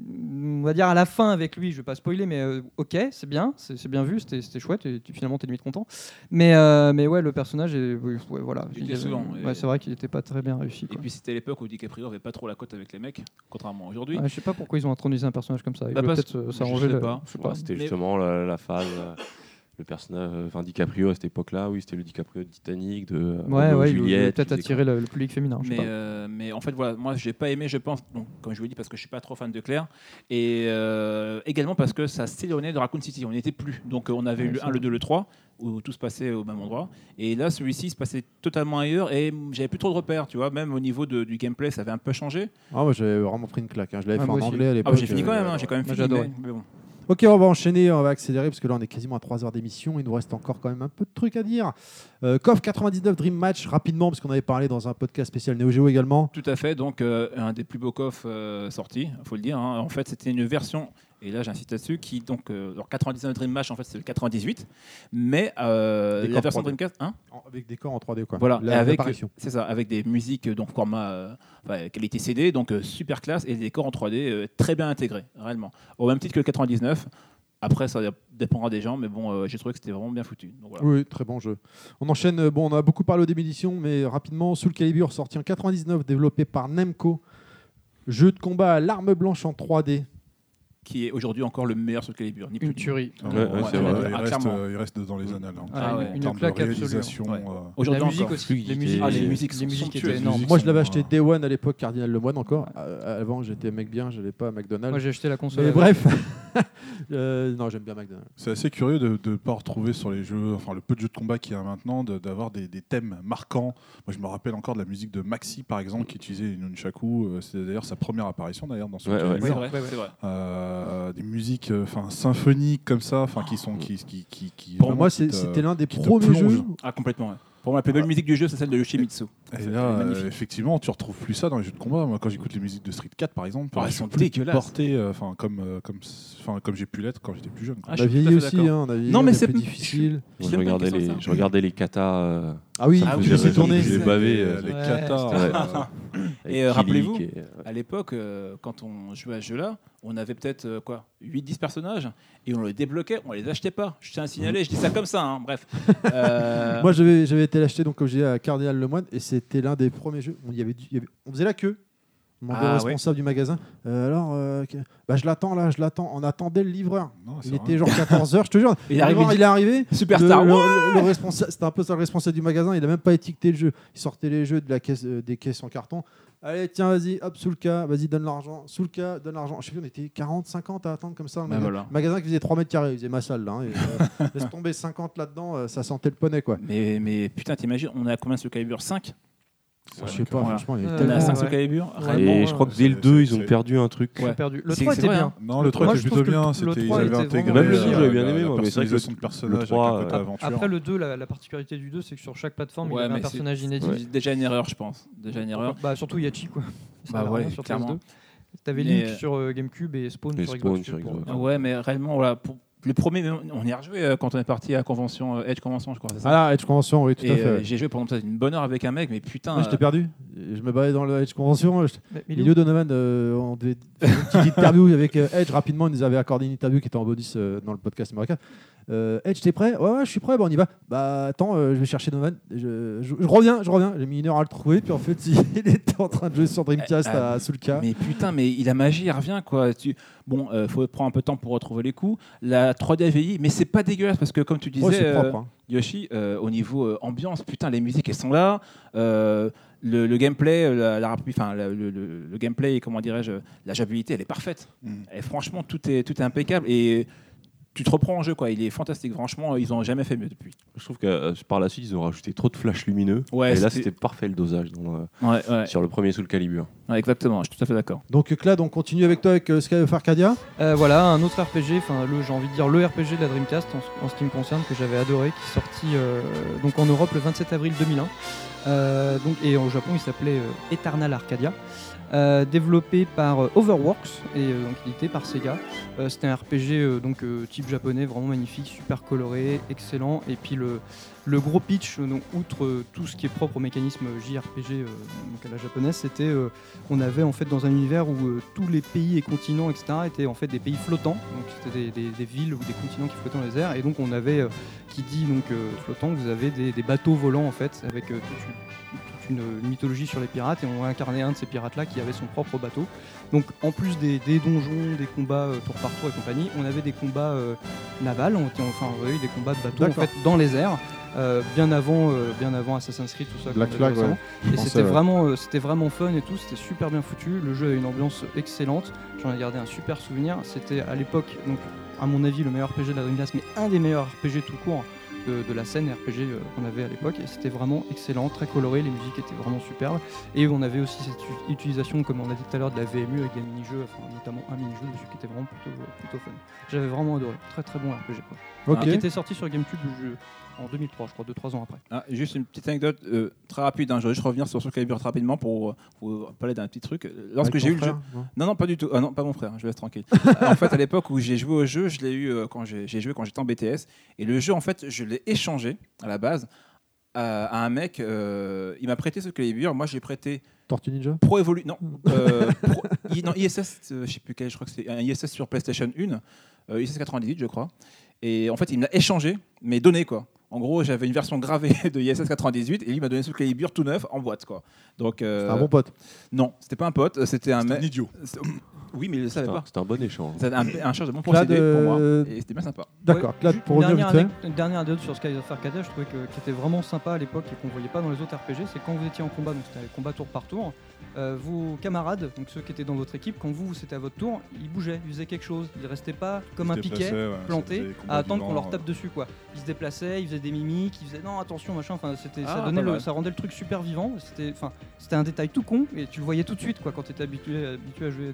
Speaker 9: on va dire à la fin avec lui, je vais pas spoiler, mais euh, ok, c'est bien, c'est c'est bien vu, c'était c'était chouette et tu- finalement t'es limite content. Mais euh, mais ouais, le personnage est, oui, ouais, voilà,
Speaker 7: Il était
Speaker 9: avait-
Speaker 7: souvent,
Speaker 9: ouais,
Speaker 7: et-
Speaker 9: c'est vrai qu'il était pas très bien réussi.
Speaker 7: Et
Speaker 9: Quoi.
Speaker 7: puis c'était l'époque où DiCaprio avait pas trop la cote avec les mecs, contrairement à aujourd'hui.
Speaker 9: Ouais, je sais pas pourquoi ils ont intronisé un personnage comme ça. Il
Speaker 7: Bah,
Speaker 9: doit
Speaker 7: parce-
Speaker 9: peut-être euh,
Speaker 7: je
Speaker 9: s'arranger.
Speaker 7: sais
Speaker 9: le-
Speaker 7: pas.
Speaker 9: je sais
Speaker 10: Ouais,
Speaker 9: pas.
Speaker 10: c'était
Speaker 7: Mais-
Speaker 10: justement la, la phase, euh, le personnage, euh, enfin DiCaprio à cette époque-là, oui, c'était le DiCaprio de Titanic, de euh,
Speaker 9: Ouais,
Speaker 10: Romeo
Speaker 9: ouais,
Speaker 10: et
Speaker 9: il voulait
Speaker 10: Juliette.
Speaker 9: peut-être
Speaker 10: qui faisait
Speaker 9: attirer le, le public féminin. Je sais
Speaker 7: Mais,
Speaker 9: pas.
Speaker 7: euh, mais en fait, voilà, moi, j'ai pas aimé, je pense, donc, comme je vous l'ai dit, parce que je suis pas trop fan de Claire, et euh, également parce que ça s'éloignait de Raccoon City. On n'y était plus. Donc, euh, on avait
Speaker 9: Ouais,
Speaker 7: eu le
Speaker 9: c'est
Speaker 7: un, le
Speaker 9: vrai.
Speaker 7: deux, le trois, où tout se passait au même endroit. Et là, celui-ci se passait totalement ailleurs, et j'avais plus trop de repères, tu vois. Même au niveau de- du gameplay, ça avait un peu changé.
Speaker 5: Ah, moi j'avais vraiment pris une claque. hein. Je l'avais
Speaker 9: Ah,
Speaker 5: fait
Speaker 9: moi
Speaker 5: en
Speaker 9: aussi.
Speaker 5: anglais à
Speaker 7: Ah,
Speaker 5: l'époque.
Speaker 7: bah, j'ai fini quand
Speaker 5: euh,
Speaker 7: même, hein, j'ai quand même
Speaker 9: moi,
Speaker 7: fini.
Speaker 9: j'adorais.
Speaker 7: Mais, mais bon.
Speaker 5: Ok, on va enchaîner, on va accélérer parce que là on est quasiment à trois heures d'émission. Il nous reste encore quand même un peu de trucs à dire. Euh, C O F quatre-vingt-dix-neuf Dream Match, rapidement, parce qu'on avait parlé dans un podcast spécial Neo Geo également.
Speaker 7: Tout à fait, donc euh, un des plus beaux coffres euh, sortis, il faut le dire. hein. En fait, c'était une version, et là j'insiste là-dessus, qui donc, euh, alors quatre-vingt-dix-neuf Dream Match, en fait c'est le quatre-vingt-dix-huit, mais euh,
Speaker 5: Des
Speaker 7: la
Speaker 5: corps
Speaker 7: version
Speaker 5: trois D.
Speaker 7: Dreamcast, hein
Speaker 5: En- Avec des corps en trois D, quoi.
Speaker 7: voilà,
Speaker 5: La-
Speaker 7: et avec,
Speaker 5: l'apparition.
Speaker 7: c'est ça, avec des musiques donc format euh, enfin, qualité C D, donc euh, super classe, et des décors en trois D euh, très bien intégrés, réellement. Au même titre que le quatre-vingt-dix-neuf. Après, ça dépendra des gens, mais bon, euh, j'ai trouvé que c'était vraiment bien foutu. Donc, voilà.
Speaker 5: Oui, très bon jeu. On enchaîne, euh, bon, on a beaucoup parlé au début d'émission, mais rapidement, Soul Calibur, sorti en quatre-vingt-dix-neuf, développé par Namco. Jeu de combat à l'arme blanche en trois D.
Speaker 7: Qui est aujourd'hui encore le meilleur sur le Calibur. Ni plus
Speaker 9: Une
Speaker 7: ni
Speaker 9: tuerie.
Speaker 10: Ouais, ouais,
Speaker 6: Ouais,
Speaker 10: c'est
Speaker 6: il,
Speaker 10: vrai.
Speaker 6: il
Speaker 7: Ah,
Speaker 6: reste,
Speaker 7: clairement.
Speaker 6: euh, il reste dans les annales. hein.
Speaker 9: Ah,
Speaker 7: ouais.
Speaker 9: une,
Speaker 6: En
Speaker 9: une
Speaker 6: termes de
Speaker 9: claque absolue.
Speaker 6: réalisation.
Speaker 7: Ouais.
Speaker 6: euh,
Speaker 7: Aujourd'hui
Speaker 9: La musique
Speaker 7: encore.
Speaker 9: aussi.
Speaker 10: Fluidité.
Speaker 9: Les musiques,
Speaker 7: Ah, les
Speaker 9: les
Speaker 7: musiques sont
Speaker 9: musiques étaient
Speaker 7: somptueuses.
Speaker 9: énormes.
Speaker 6: musiques
Speaker 5: Moi, je
Speaker 6: sont,
Speaker 5: l'avais
Speaker 6: euh,
Speaker 5: acheté Day One à l'époque, Cardinal Lemoine encore. Euh, avant, j'étais mec bien, je n'allais pas à McDonald's.
Speaker 9: Moi j'ai acheté la console.
Speaker 5: mais
Speaker 9: avec.
Speaker 5: bref, Euh, non, j'aime bien McDonald's.
Speaker 6: C'est assez curieux de ne pas retrouver sur les jeux, enfin le peu de jeux de combat qu'il y a maintenant, de- d'avoir des, des thèmes marquants. Moi, je me rappelle encore de la musique de Maxi, par exemple, qui utilisait une nunchaku. Euh, C'est d'ailleurs sa première apparition d'ailleurs dans ce
Speaker 10: Ouais,
Speaker 6: jeu.
Speaker 10: ouais.
Speaker 7: C'est vrai,
Speaker 9: Ouais, ouais.
Speaker 7: c'est vrai.
Speaker 6: Euh, des musiques, euh, enfin symphoniques comme ça, enfin qui sont qui qui qui, qui
Speaker 5: Pour
Speaker 6: vraiment
Speaker 5: moi,
Speaker 6: qui
Speaker 5: c'est-
Speaker 6: te-
Speaker 5: c'était l'un des
Speaker 6: qui te
Speaker 5: premiers
Speaker 6: plonge.
Speaker 5: jeux.
Speaker 7: Ah, complètement, ouais. Pour moi, la plus belle musique du jeu, c'est celle de Yoshimitsu.
Speaker 6: Et là, euh, effectivement, tu retrouves plus ça dans les jeux de combat. Moi, quand j'écoute les musiques de Street quatre, par exemple,
Speaker 7: oh,
Speaker 6: elles
Speaker 7: sont
Speaker 6: sont plus
Speaker 7: dégueulasses.
Speaker 6: portées, enfin, comme, euh, comme, enfin, comme j'ai pu l'être quand j'étais plus jeune. Quoi.
Speaker 7: Ah,
Speaker 5: on a
Speaker 7: je suis
Speaker 5: vieilli
Speaker 7: tout à fait
Speaker 5: aussi,
Speaker 7: d'accord.
Speaker 5: hein, on a vieilli,
Speaker 7: Non, mais
Speaker 5: on est
Speaker 7: c'est
Speaker 5: plus difficile.
Speaker 10: Moi, je, regardais les, je regardais les katas. Euh,
Speaker 5: Ah oui,
Speaker 7: Ah
Speaker 5: tu
Speaker 7: oui,
Speaker 5: les
Speaker 7: oui,
Speaker 5: ai tournés.
Speaker 10: j'ai bavé. Euh,
Speaker 6: les
Speaker 9: Ouais,
Speaker 6: katas.
Speaker 10: c'était-
Speaker 6: euh,
Speaker 7: Et euh, rappelez-vous,
Speaker 10: Kilik et, euh,
Speaker 7: à l'époque, euh, quand on jouait à ce jeu-là, on avait peut-être euh, quoi, huit dix personnages et on les débloquait, on les achetait pas. Je tiens à signaler, je dis ça comme ça, hein, bref. Euh,
Speaker 5: Moi, j'avais j'avais été l'acheter donc comme j'ai à Cardinal Lemoine et c'était l'un des premiers jeux. On, y avait, du- il y avait- on faisait la queue. Mon
Speaker 7: Ah,
Speaker 5: responsable du magasin. Euh, alors, euh, que- bah, je l'attends là, je l'attends. On attendait le livreur.
Speaker 6: Non, c'est
Speaker 5: Il
Speaker 6: vrai.
Speaker 5: était genre quatorze heures, je te jure.
Speaker 7: Il est
Speaker 5: Le
Speaker 7: arrivé-
Speaker 5: livreur, il est arrivé.
Speaker 7: Superstar,
Speaker 5: Le,
Speaker 7: ouais.
Speaker 5: le- le responsable, c'était un peu ça le responsable du magasin. Il a même pas étiqueté le jeu. Il sortait les jeux de la caisse, euh, des caisses en carton. Allez, tiens, vas-y, hop, sous le cas, vas-y, donne l'argent. Sous le cas, donne l'argent. Je sais plus, on était quarante, cinquante à attendre comme ça. Dans le
Speaker 7: Ben
Speaker 5: magasin.
Speaker 7: voilà.
Speaker 5: Magasin qui faisait trois mètres carrés. Il faisait ma salle là. hein, et, euh, laisse tomber cinquante là-dedans, euh, ça sentait le poney quoi.
Speaker 7: mais, mais putain, t'imagines, on est à combien sur Calibur cinq?
Speaker 5: Je sais pas,
Speaker 7: Voilà.
Speaker 5: franchement, il y avait
Speaker 9: Euh,
Speaker 7: On est
Speaker 5: tellement.
Speaker 7: à cinq
Speaker 9: ouais.
Speaker 7: sur Calibur.
Speaker 9: Ouais.
Speaker 7: Réellement,
Speaker 10: Et
Speaker 9: ouais,
Speaker 10: je crois que
Speaker 6: c'est-
Speaker 10: dès le deux, ils
Speaker 6: c'est-
Speaker 10: ont perdu un truc.
Speaker 9: Ils ont
Speaker 7: Ouais.
Speaker 9: perdu. Le
Speaker 7: C'est-
Speaker 9: trois
Speaker 7: c'est
Speaker 9: était
Speaker 7: vrai,
Speaker 9: bien.
Speaker 7: hein.
Speaker 6: Non, le trois
Speaker 9: Moi,
Speaker 6: était
Speaker 9: je
Speaker 6: plutôt
Speaker 9: trouve que
Speaker 6: bien.
Speaker 9: le
Speaker 6: C'était, ils
Speaker 9: trois
Speaker 6: avaient
Speaker 9: était
Speaker 6: intégré
Speaker 9: vraiment-
Speaker 10: Même le deux,
Speaker 6: euh,
Speaker 10: j'avais bien
Speaker 6: la-
Speaker 10: aimé,
Speaker 6: la
Speaker 10: moi, mais c'est vrai que
Speaker 6: personnalisation
Speaker 10: le-
Speaker 6: de personnages
Speaker 10: le
Speaker 6: avec
Speaker 10: trois,
Speaker 6: un côté
Speaker 10: euh,
Speaker 6: aventure.
Speaker 9: Après le deux, la, la particularité du deux, c'est que sur chaque plateforme,
Speaker 7: Ouais,
Speaker 9: il y avait
Speaker 7: mais
Speaker 9: un personnage
Speaker 7: c'est-
Speaker 9: inédit.
Speaker 7: c'est déjà une erreur, je pense. Déjà une erreur.
Speaker 9: Bah, surtout Yachi, quoi.
Speaker 7: Bah
Speaker 9: C'était
Speaker 7: ouais,
Speaker 9: vraiment sur
Speaker 7: clairement.
Speaker 9: P S deux. T'avais
Speaker 7: Mais,
Speaker 9: Link
Speaker 7: euh,
Speaker 9: sur euh, GameCube et Spawn
Speaker 10: et
Speaker 9: sur
Speaker 10: Spawn
Speaker 9: Xbox.
Speaker 10: sur
Speaker 9: pour-
Speaker 10: Xbox.
Speaker 7: Ouais, mais réellement, voilà, pour le premier, on y a rejoué euh, quand on est parti à la convention, euh, Edge Convention, je crois. C'est ça.
Speaker 5: Ah là, Edge Convention, oui, tout
Speaker 7: Et
Speaker 5: à fait.
Speaker 7: euh,
Speaker 5: ouais.
Speaker 7: j'ai joué pendant peut-être une bonne heure avec un mec, mais putain.
Speaker 5: Moi, j'étais perdu. Je me baladais dans le Edge Convention. je-
Speaker 9: Mais- mais Lou-
Speaker 5: Milieu Donovan, euh, on devait faire une petite interview avec euh, Edge. Rapidement, il nous avait accordé une interview qui était en bonus euh, dans le podcast américain. Euh, Edge, t'es prêt? Ouais, ouais, je suis prêt. Bon, on y va. Bah, attends, euh, je vais chercher Donovan. Je, je- je reviens, je reviens. J'ai mis une heure à le trouver. Puis en fait, il était en train de jouer sur Dreamcast
Speaker 7: Ah,
Speaker 5: à Soulka.
Speaker 7: Mais putain, mais il a magie, il revient quoi. Tu... Bon, euh, faut prendre un peu de temps pour retrouver les coups. La trois D a vieilli, mais c'est pas dégueulasse parce que comme tu disais,
Speaker 5: Ouais, c'est
Speaker 7: euh,
Speaker 5: propre. hein.
Speaker 7: Yoshi, euh, au niveau euh, ambiance, putain, les musiques elles sont là. Euh, le, le gameplay, euh, la, la rapide- enfin, la- le, le- le gameplay, comment dirais-je, la jouabilité, elle est parfaite.
Speaker 6: Mm.
Speaker 7: Et franchement, tout est, tout est impeccable et tu te reprends en jeu quoi. Il est fantastique. Franchement, ils ont jamais fait mieux depuis.
Speaker 10: Je trouve que euh, par la suite, ils ont rajouté trop de flashs lumineux.
Speaker 7: Ouais,
Speaker 10: et là,
Speaker 7: c'était-
Speaker 10: c'était parfait le dosage dans le-
Speaker 7: Ouais, ouais,
Speaker 10: sur le premier Soul Calibur.
Speaker 7: ouais, exactement. Je suis tout à fait d'accord.
Speaker 5: Donc, Clad, on continue avec toi avec euh, Sky of Arcadia.
Speaker 9: Euh, voilà, un autre R P G, enfin le, j'ai envie de dire le R P G de la Dreamcast en, ce- en ce qui me concerne, que j'avais adoré, qui est sorti euh, donc en Europe le vingt-sept avril deux mille un. Euh, donc, et au Japon, il s'appelait euh, Eternal Arcadia. Euh, développé par euh, Overworks et euh, donc édité par Sega. Euh, C'était un R P G euh, donc euh, type japonais, vraiment magnifique, super coloré, excellent. Et puis le, le gros pitch, euh, donc, outre euh, tout ce qui est propre au mécanisme J R P G euh, donc à la japonaise, c'était euh, on avait en fait dans un univers où euh, tous les pays et continents et cetera étaient en fait des pays flottants. Donc c'était des, des- des villes ou des continents qui flottaient dans les airs. Et donc on avait euh, qui dit donc euh, flottant, vous avez des, des bateaux volants en fait avec euh, toute une toute une mythologie sur les pirates et on a incarné un de ces pirates là qui avait son propre bateau. Donc en plus des, des donjons, des combats euh, tour par tour et compagnie, on avait des combats euh, navals, on, enfin oui, des combats de bateaux en
Speaker 5: D'accord.
Speaker 9: fait dans les airs, euh, bien avant, euh, bien avant Assassin's Creed tout ça.
Speaker 5: Black
Speaker 9: qu'on
Speaker 5: Flag,
Speaker 9: avait récemment.
Speaker 5: Je
Speaker 9: Et
Speaker 5: pensais,
Speaker 9: c'était
Speaker 5: ouais.
Speaker 9: vraiment, euh, c'était vraiment fun et tout, c'était super bien foutu. Le jeu avait une ambiance excellente. J'en ai gardé un super souvenir. C'était à l'époque, donc à mon avis, le meilleur R P G de la Dreamcast, mais un des meilleurs R P G tout court de, de la scène R P G euh, qu'on avait à l'époque. Et c'était vraiment excellent, très coloré. Les musiques étaient vraiment superbes. Et on avait aussi cette u- utilisation, comme on a dit tout à l'heure, de la V M U avec des mini-jeux, enfin, notamment un mini-jeu dessus qui était vraiment plutôt, plutôt fun. J'avais vraiment adoré. Très très bon R P G. Quoi.
Speaker 5: Ok.
Speaker 9: Qui était sorti sur GameCube le jeu en deux mille trois, je crois, deux trois ans après.
Speaker 7: Ah, juste une petite anecdote euh, très rapide, hein. Je vais juste revenir sur Soul Calibur très rapidement pour vous parler d'un petit truc. Lorsque
Speaker 5: Avec
Speaker 7: j'ai
Speaker 5: ton
Speaker 7: eu le jeu.
Speaker 5: frère, non
Speaker 7: Non, non, pas du tout. Ah non, pas mon frère, je laisse tranquille. Euh, en fait, à l'époque où j'ai joué au jeu, je l'ai eu euh, quand j'ai j'ai joué quand j'étais en B T S. Et le jeu, en fait, je l'ai échangé à la base à, à un mec. Euh, il m'a prêté Soul Calibur. Moi, j'ai prêté
Speaker 5: Tortue Ninja.
Speaker 7: Pro Evolu. Non, euh, Pro- I, non I S S, euh, je sais plus quel, je crois que c'est un I S S sur PlayStation un, euh, I S S quatre-vingt-dix-huit, je crois. Et en fait, il me l'a échangé, mais donné quoi. En gros, j'avais une version gravée de I S S quatre-vingt-dix-huit et lui il m'a donné Soul Calibur tout neuf en boîte quoi. Donc euh,
Speaker 5: C'est un bon pote.
Speaker 7: non, c'était pas un pote, c'était un
Speaker 6: C'est un
Speaker 7: mec.
Speaker 6: idiot.
Speaker 7: C'est- Oui, mais il le savait
Speaker 10: C'était un-
Speaker 7: pas.
Speaker 10: c'était un bon échange.
Speaker 7: C'était un, un charge de bon
Speaker 5: Clad,
Speaker 7: procédé pour moi
Speaker 5: euh,
Speaker 7: et c'était bien sympa.
Speaker 5: D'accord,
Speaker 9: Ouais,
Speaker 5: Clad,
Speaker 9: juste
Speaker 5: pour
Speaker 9: une
Speaker 5: revenir
Speaker 9: dernière,
Speaker 5: vite fait.
Speaker 9: anec- une dernière anecdote sur Sky of Arcadia, je trouvais que, qui était vraiment sympa à l'époque et qu'on voyait pas dans les autres R P G, c'est quand vous étiez en combat, donc c'était un combat tour par tour, euh, vos camarades, donc ceux qui étaient dans votre équipe, quand vous c'était à votre tour, ils bougeaient, ils faisaient quelque chose, ils restaient pas comme
Speaker 6: Ils
Speaker 9: un
Speaker 6: se
Speaker 9: piquet,
Speaker 6: déplaçaient, ouais, ça
Speaker 9: planté,
Speaker 6: faisait combat
Speaker 9: à attendre qu'on
Speaker 6: vivant,
Speaker 9: leur tape
Speaker 6: ouais.
Speaker 9: dessus quoi. Ils se déplaçaient, ils faisaient des mimiques, ils faisaient non attention machin, enfin c'était ça
Speaker 7: Ah,
Speaker 9: donnait
Speaker 7: pas
Speaker 9: le,
Speaker 7: mal.
Speaker 9: ça rendait le truc super vivant, c'était enfin c'était un détail tout con et tu le voyais tout de suite quoi quand tu étais habitué habitué à jouer à des R P G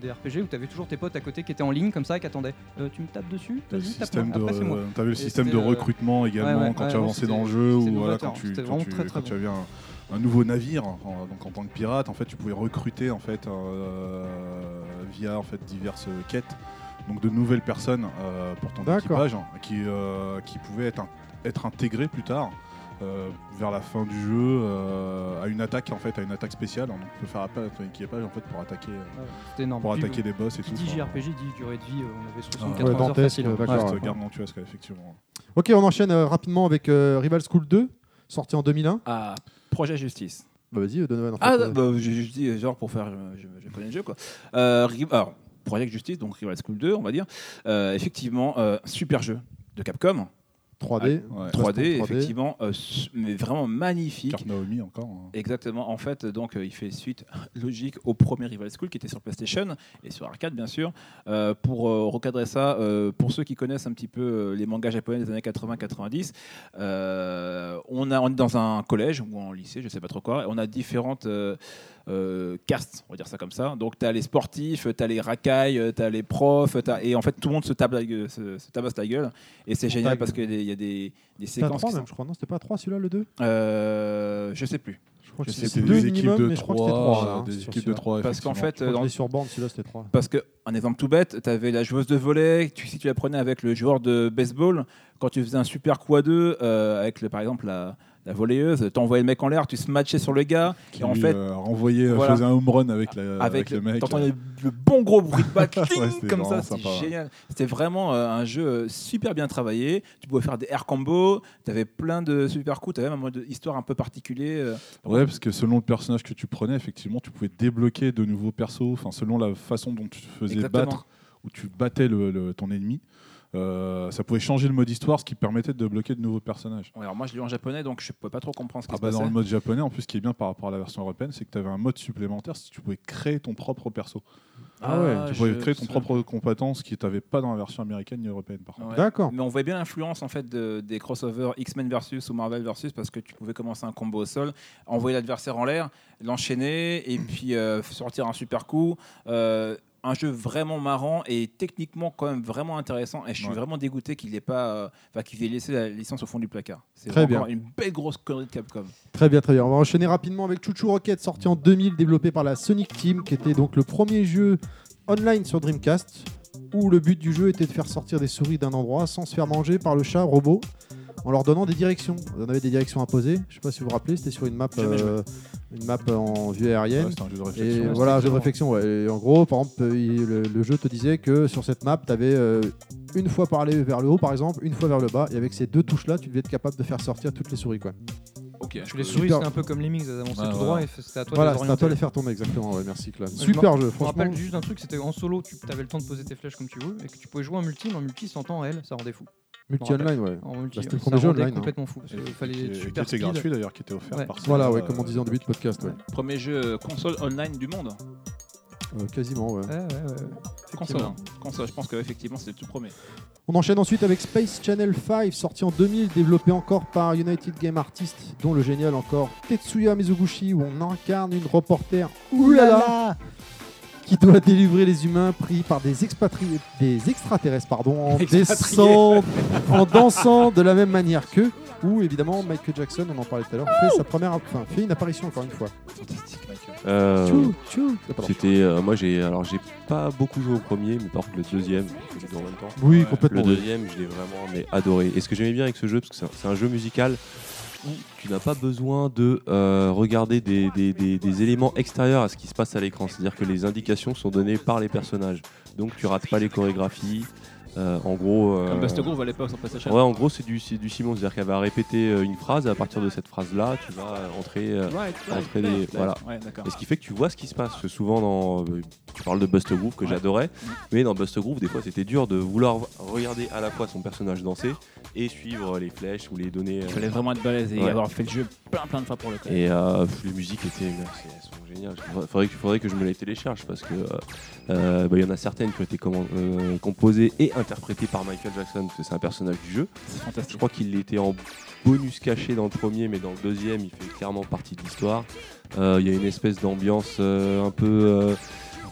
Speaker 9: où tu avais toujours tes potes à côté qui étaient en ligne comme ça, qui attendaient. Euh, tu me tapes dessus
Speaker 6: Le
Speaker 9: Vas-y,
Speaker 6: système
Speaker 9: tape-moi. Après, c'est moi.
Speaker 6: de, t'avais le
Speaker 9: Et
Speaker 6: système de
Speaker 9: c'était, euh,
Speaker 6: recrutement également
Speaker 9: ouais, ouais,
Speaker 6: quand
Speaker 9: ouais,
Speaker 6: tu
Speaker 9: non,
Speaker 6: avançais dans le
Speaker 9: c'était-
Speaker 6: jeu
Speaker 9: c'était
Speaker 6: ou voilà,
Speaker 9: novateur,
Speaker 6: quand tu,
Speaker 9: c'était
Speaker 6: quand
Speaker 9: vraiment
Speaker 6: tu,
Speaker 9: très, très
Speaker 6: quand tu
Speaker 9: bon.
Speaker 6: avais un, un nouveau navire, en- donc en tant que pirate, en fait, tu pouvais recruter en fait euh, via en fait diverses quêtes, donc de nouvelles personnes euh, pour ton
Speaker 5: D'accord.
Speaker 6: équipage hein, qui euh, qui pouvaient être, in- être intégrées plus tard. euh, vers la fin du jeu euh, à une attaque en fait à une attaque spéciale donc tu peux faire appel à ton équipage en fait pour attaquer euh,
Speaker 9: Ouais, C'était énorme.
Speaker 6: pour
Speaker 9: Puis,
Speaker 6: attaquer des boss et
Speaker 9: Qui
Speaker 6: tout
Speaker 9: dit
Speaker 6: enfin,
Speaker 9: J R P G dit durée de vie, euh, on avait
Speaker 6: Ah,
Speaker 9: soixante-quatre
Speaker 5: ouais,
Speaker 9: heures
Speaker 5: dantesque,
Speaker 9: facile.
Speaker 5: ouais, d'accord.
Speaker 6: reste
Speaker 5: Ouais.
Speaker 6: gargantuesque effectivement.
Speaker 5: Ok, on enchaîne euh, rapidement avec euh, Rival School deux, sorti en deux mille un.
Speaker 7: Ah, Projet Justice.
Speaker 5: Bah, vas-y, euh, Donovan. En fait,
Speaker 7: Ah,
Speaker 5: euh,
Speaker 7: bah, je, je dis genre pour faire, je, je- je connais le jeu quoi. Euh, Ri- alors, Project Justice, donc Rival School deux, on va dire. Euh, effectivement, euh, super jeu de Capcom,
Speaker 5: trois D.
Speaker 6: Ouais.
Speaker 7: trois D,
Speaker 5: trois D.
Speaker 7: effectivement, euh, su- mais vraiment magnifique.
Speaker 6: Carte Naomi encore. hein.
Speaker 7: Exactement. En fait, donc, euh, il fait suite logique au premier Rival School qui était sur PlayStation et sur arcade, bien sûr. Euh, pour euh, recadrer ça, euh, pour ceux qui connaissent un petit peu euh, les mangas japonais des années quatre-vingts quatre-vingt-dix, euh, on, a, on est dans un collège ou en lycée, je ne sais pas trop quoi. Et on a différentes euh, euh, castes, on va dire ça comme ça. Donc, tu as les sportifs, tu as les racailles, tu as les profs, t'as- et en fait, tout le monde se, table la gueule- se, se tabasse la gueule. Et c'est génial
Speaker 5: tag.
Speaker 7: parce qu'il y a des, des
Speaker 5: C'était à
Speaker 7: séquences.
Speaker 5: trois
Speaker 7: qui
Speaker 5: même,
Speaker 7: sont-
Speaker 5: je crois. Non, c'était pas à trois celui-là, le deux.
Speaker 7: Euh, je sais plus.
Speaker 5: Je crois que
Speaker 7: Je sais
Speaker 5: c'était
Speaker 6: C'était
Speaker 5: deux
Speaker 6: des équipes
Speaker 5: minimum,
Speaker 6: de
Speaker 5: mais je crois que c'était trois.
Speaker 6: trois,
Speaker 5: là, hein,
Speaker 6: des
Speaker 5: sur
Speaker 6: équipes de
Speaker 5: celui-là.
Speaker 6: trois.
Speaker 7: Parce qu'en
Speaker 6: effectivement.
Speaker 7: fait,
Speaker 5: Je crois que
Speaker 7: dans-
Speaker 5: je l'ai sur borne, celui-là, c'était trois.
Speaker 7: Parce que, un exemple tout bête, tu avais la joueuse de volley, tu, si tu la prenais avec le joueur de baseball, quand tu faisais un super coup à deux, euh, avec le, par exemple la, la volleyeuse, tu envoyais le mec en l'air, tu se matchais sur le gars,
Speaker 6: qui
Speaker 7: et en
Speaker 6: lui,
Speaker 7: fait,
Speaker 6: euh, renvoyait, euh,
Speaker 7: voilà.
Speaker 6: faisait un home run avec, la, avec,
Speaker 7: avec
Speaker 6: le mec.
Speaker 7: t'entendais le, le bon gros bruit de balle, cling,
Speaker 6: Ouais, c'était
Speaker 7: comme ça,
Speaker 6: vraiment
Speaker 7: c'était
Speaker 6: sympa, ouais.
Speaker 7: génial. C'était vraiment euh, un jeu euh, super bien travaillé, tu pouvais faire des air combos, tu avais plein de super coups, tu avais même un mode histoire un peu particulier. euh,
Speaker 6: Ouais, parce que selon le personnage que tu prenais, effectivement, tu pouvais débloquer de nouveaux persos, enfin selon la façon dont tu te faisais
Speaker 7: Exactement.
Speaker 6: battre ou tu battais le, le- ton ennemi. Euh, ça pouvait changer le mode histoire, ce qui permettait de débloquer de nouveaux personnages.
Speaker 7: Ouais, alors moi je l'ai en japonais, donc je ne pouvais pas trop comprendre ce qui
Speaker 6: Ah
Speaker 7: se
Speaker 6: bah dans
Speaker 7: passait.
Speaker 6: le mode japonais, en plus, ce qui est bien par rapport à la version européenne, c'est que tu avais un mode supplémentaire, si tu pouvais créer ton propre perso.
Speaker 5: Ah ouais,
Speaker 6: Tu pouvais
Speaker 7: je-
Speaker 6: créer ton
Speaker 7: je-
Speaker 6: propre compétence, ce qui t'avais pas dans la version américaine ni européenne, par contre.
Speaker 7: Ouais.
Speaker 5: D'accord.
Speaker 7: Mais on voyait bien l'influence en fait de- des crossovers X-Men versus ou Marvel versus parce que tu pouvais commencer un combo au sol, envoyer l'adversaire en l'air, l'enchaîner et puis euh, sortir un super coup. Euh, un jeu vraiment marrant et techniquement quand même vraiment intéressant. Et je suis
Speaker 6: Ouais.
Speaker 7: vraiment dégoûté qu'il ait pas, euh, enfin qu'il ait laissé la licence au fond du placard. C'est
Speaker 5: Très
Speaker 7: vraiment
Speaker 5: bien.
Speaker 7: une belle grosse connerie de Capcom.
Speaker 5: Très bien, très bien. On va enchaîner rapidement avec Chouchou Rocket, sorti en deux mille, développé par la Sonic Team, qui était donc le premier jeu online sur Dreamcast, où le but du jeu était de faire sortir des souris d'un endroit sans se faire manger par le chat robot, en leur donnant des directions. On avait des directions imposées. Je sais pas si vous vous rappelez, c'était sur une map,
Speaker 7: Jamais joué.
Speaker 5: euh, une map en vue aérienne.
Speaker 6: Ouais, c'était un jeu de
Speaker 5: Et
Speaker 6: réflexion.
Speaker 5: voilà, un jeu de
Speaker 9: exactement.
Speaker 5: réflexion. Ouais. Et en gros, par exemple, euh, il- le, le jeu te disait que sur cette map, tu avais une fois par aller vers le haut, par exemple, une fois vers le bas. Et avec ces deux touches-là, tu devais être capable de faire sortir toutes les souris. Quoi.
Speaker 7: Ok.
Speaker 9: Parce que les
Speaker 5: Super.
Speaker 9: souris, c'était un peu comme les mix, elles avançaient
Speaker 6: Ouais,
Speaker 9: tout
Speaker 6: voilà.
Speaker 9: droit et c'était à toi
Speaker 5: Voilà,
Speaker 9: de les
Speaker 5: c'était à toi de
Speaker 9: orienter.
Speaker 5: les faire tomber, exactement. Ouais, merci, Claude.
Speaker 9: Je
Speaker 5: Super
Speaker 9: me-
Speaker 5: jeu,
Speaker 9: Je me
Speaker 5: franchement.
Speaker 9: rappelle juste d'un truc, c'était en solo, tu avais le temps de poser tes flèches comme tu veux et que tu pouvais jouer en multi, mais en multi sans temps réel, ça rendait fou.
Speaker 5: Multi-online, ouais.
Speaker 9: En multi,
Speaker 5: Bah, c'était le
Speaker 9: ça
Speaker 5: premier jeu
Speaker 9: rendait
Speaker 5: online, hein.
Speaker 9: complètement fou. Parce
Speaker 6: Et-
Speaker 9: qu'il
Speaker 6: et
Speaker 9: fallait
Speaker 6: qui-
Speaker 9: être
Speaker 6: qui
Speaker 9: super
Speaker 6: était
Speaker 9: speed.
Speaker 6: gratuit d'ailleurs, qui était offert
Speaker 9: Ouais.
Speaker 6: par
Speaker 5: Voilà,
Speaker 6: Sega,
Speaker 5: ouais, comme on
Speaker 6: euh,
Speaker 5: disait en début de podcast. Ouais.
Speaker 7: Premier jeu console online du monde.
Speaker 5: Euh, quasiment, ouais.
Speaker 9: Ouais, ouais, ouais.
Speaker 7: Console. hein. Console. Je pense qu'effectivement c'était le tout premier.
Speaker 5: On enchaîne ensuite avec Space Channel cinq, sorti en deux mille, développé encore par United Game Artists, dont le génial encore Tetsuya Mizoguchi, où on incarne une reporter oulala qui doit délivrer les humains pris par des expatriés, des extraterrestres, pardon, en,
Speaker 7: Expatriés.
Speaker 5: descend- en dansant de la même manière qu'eux. Où évidemment Michael Jackson, on en parlait tout à l'heure, fait sa première, enfin fait une apparition encore une fois.
Speaker 7: Fantastique, Michael.
Speaker 10: Euh,
Speaker 5: Tchou, tchou. Ah, pardon.
Speaker 10: C'était, euh, moi j'ai, alors j'ai pas beaucoup joué au premier, mais par contre le deuxième, je l'ai fait en même temps.
Speaker 5: Oui,
Speaker 7: Ouais.
Speaker 5: complètement.
Speaker 10: Le
Speaker 5: oui.
Speaker 10: deuxième, je l'ai vraiment mais adoré. Et ce que j'aimais bien avec ce jeu, parce que c'est un, c'est un jeu musical où tu n'as pas besoin de euh, regarder des, des- des- des éléments extérieurs à ce qui se passe à l'écran. C'est-à-dire que les indications sont données par les personnages. Donc tu rates pas les chorégraphies. Euh, en gros, euh,
Speaker 7: Comme Buster Groove à l'époque sur PlayStation.
Speaker 10: ouais, en gros c'est du, c'est du Simon. C'est-à-dire qu'elle va répéter euh, une phrase et à partir de cette phrase-là, tu vas euh, entrer. euh,
Speaker 7: Right, right,
Speaker 10: Entrer des-
Speaker 7: right,
Speaker 10: voilà.
Speaker 7: Ouais, d'accord.
Speaker 10: Et ce qui fait que tu vois ce qui se passe. Parce que souvent, dans, euh, tu parles de Buster Groove que
Speaker 7: Ouais.
Speaker 10: j'adorais, mais dans Buster Groove, des fois, c'était dur de vouloir regarder à la fois son personnage danser et suivre les flèches ou les données.
Speaker 7: Il
Speaker 10: euh,
Speaker 7: fallait vraiment être balèze et
Speaker 10: Ouais.
Speaker 7: avoir fait le jeu plein plein de fois pour le coup.
Speaker 10: Et euh, les musiques étaient, mais c'est- elles sont géniales. Il faudrait, que- faudrait que je me les télécharge parce que euh, euh, bah, il y en a certaines qui ont été commen- euh, composées et interprétées par Michael Jackson, parce que c'est un personnage du jeu.
Speaker 7: C'est
Speaker 10: Je
Speaker 7: fantastique.
Speaker 10: crois qu'il était en bonus caché dans le premier, mais dans le deuxième, il fait clairement partie de l'histoire. Euh, Il y a une espèce d'ambiance euh, un peu. euh,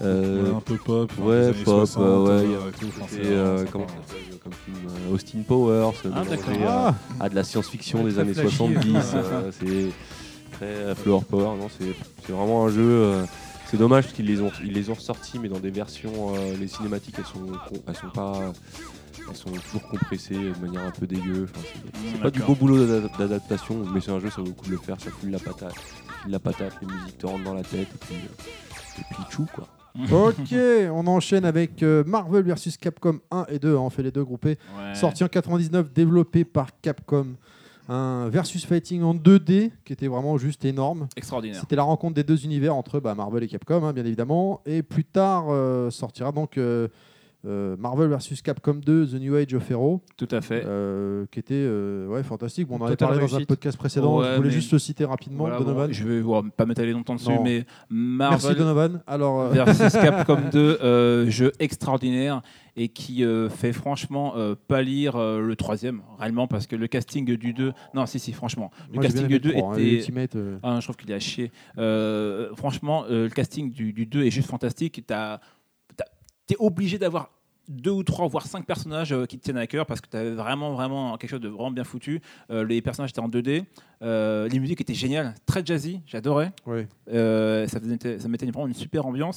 Speaker 10: Euh,
Speaker 6: Ouais, un peu pop. enfin,
Speaker 10: Ouais,
Speaker 6: des années
Speaker 10: pop,
Speaker 6: soixante,
Speaker 10: euh, ouais,
Speaker 6: euh,
Speaker 10: il y a-
Speaker 6: et tout, enfin,
Speaker 10: Et
Speaker 6: c'est
Speaker 10: euh,
Speaker 6: vraiment
Speaker 10: comment
Speaker 6: sympa.
Speaker 10: ça s'appelle comme film euh, Austin Powers,
Speaker 7: Ah,
Speaker 10: mélangé
Speaker 7: d'accord.
Speaker 10: à,
Speaker 5: Ah.
Speaker 10: à de la science-fiction
Speaker 9: Ouais,
Speaker 10: des
Speaker 9: très
Speaker 10: années
Speaker 9: flashy.
Speaker 10: soixante-dix. euh, c'est très euh, Flower Power. Non, c'est c'est vraiment un jeu. euh, c'est dommage parce qu'ils les ont ils les ont ressortis, mais dans des versions euh, les cinématiques elles sont elles sont pas elles sont toujours compressées de manière un peu dégueu. Enfin, c'est c'est
Speaker 7: Mmh,
Speaker 10: pas du
Speaker 7: d'accord.
Speaker 10: beau boulot d'ada- d'adaptation, mais c'est un jeu, ça vaut le coup de le faire. Ça file la patate, ça file la patate, les musiques te rentrent dans la tête et puis euh, et puis tchou quoi.
Speaker 5: Ok, on enchaîne avec euh, Marvel versus Capcom un et deux, hein, on fait les deux groupés.
Speaker 7: Ouais.
Speaker 5: Sorti en quatre-vingt-dix-neuf, développé par Capcom. Un versus fighting en deux D qui était vraiment juste énorme.
Speaker 7: Extraordinaire.
Speaker 5: C'était la rencontre des deux univers entre bah, Marvel et Capcom, hein, bien évidemment. Et plus tard euh, sortira donc euh, euh, Marvel versus Capcom deux, The New Age of Hero,
Speaker 7: Tout à fait.
Speaker 5: euh, qui était euh, ouais, fantastique. Bon, on en avait
Speaker 9: Totale
Speaker 5: parlé dans un
Speaker 9: réussite.
Speaker 5: podcast précédent.
Speaker 7: Ouais,
Speaker 5: Je voulais
Speaker 7: mais-
Speaker 5: juste le citer rapidement.
Speaker 7: Voilà,
Speaker 5: Donovan.
Speaker 7: bon, je vais bon, pas m'étaler longtemps dessus,
Speaker 5: Non.
Speaker 7: mais
Speaker 5: Merci
Speaker 7: Marvel
Speaker 5: Donovan. Alors, euh,
Speaker 7: versus Capcom deux, euh, jeu extraordinaire et qui euh, fait franchement euh, pâlir euh, le troisième, réellement, parce que le casting du deux... Non, si, si, franchement. Le
Speaker 5: moi, j'ai bien
Speaker 7: casting
Speaker 5: aimé
Speaker 7: du deux
Speaker 5: le trois, hein,
Speaker 7: était...
Speaker 5: Ultimate, euh,
Speaker 7: Ah, je trouve qu'il est à chier. Euh, franchement, euh, le casting du, du deux est juste fantastique. T'as- t'as- T'es obligé d'avoir deux ou trois, voire cinq personnages euh, qui te tiennent à cœur parce que tu avais vraiment, vraiment quelque chose de vraiment bien foutu. Euh, les personnages étaient en deux D. Euh, les musiques étaient géniales, très jazzy, j'adorais.
Speaker 5: ouais.
Speaker 7: Euh, ça, faisait- ça mettait vraiment une super ambiance.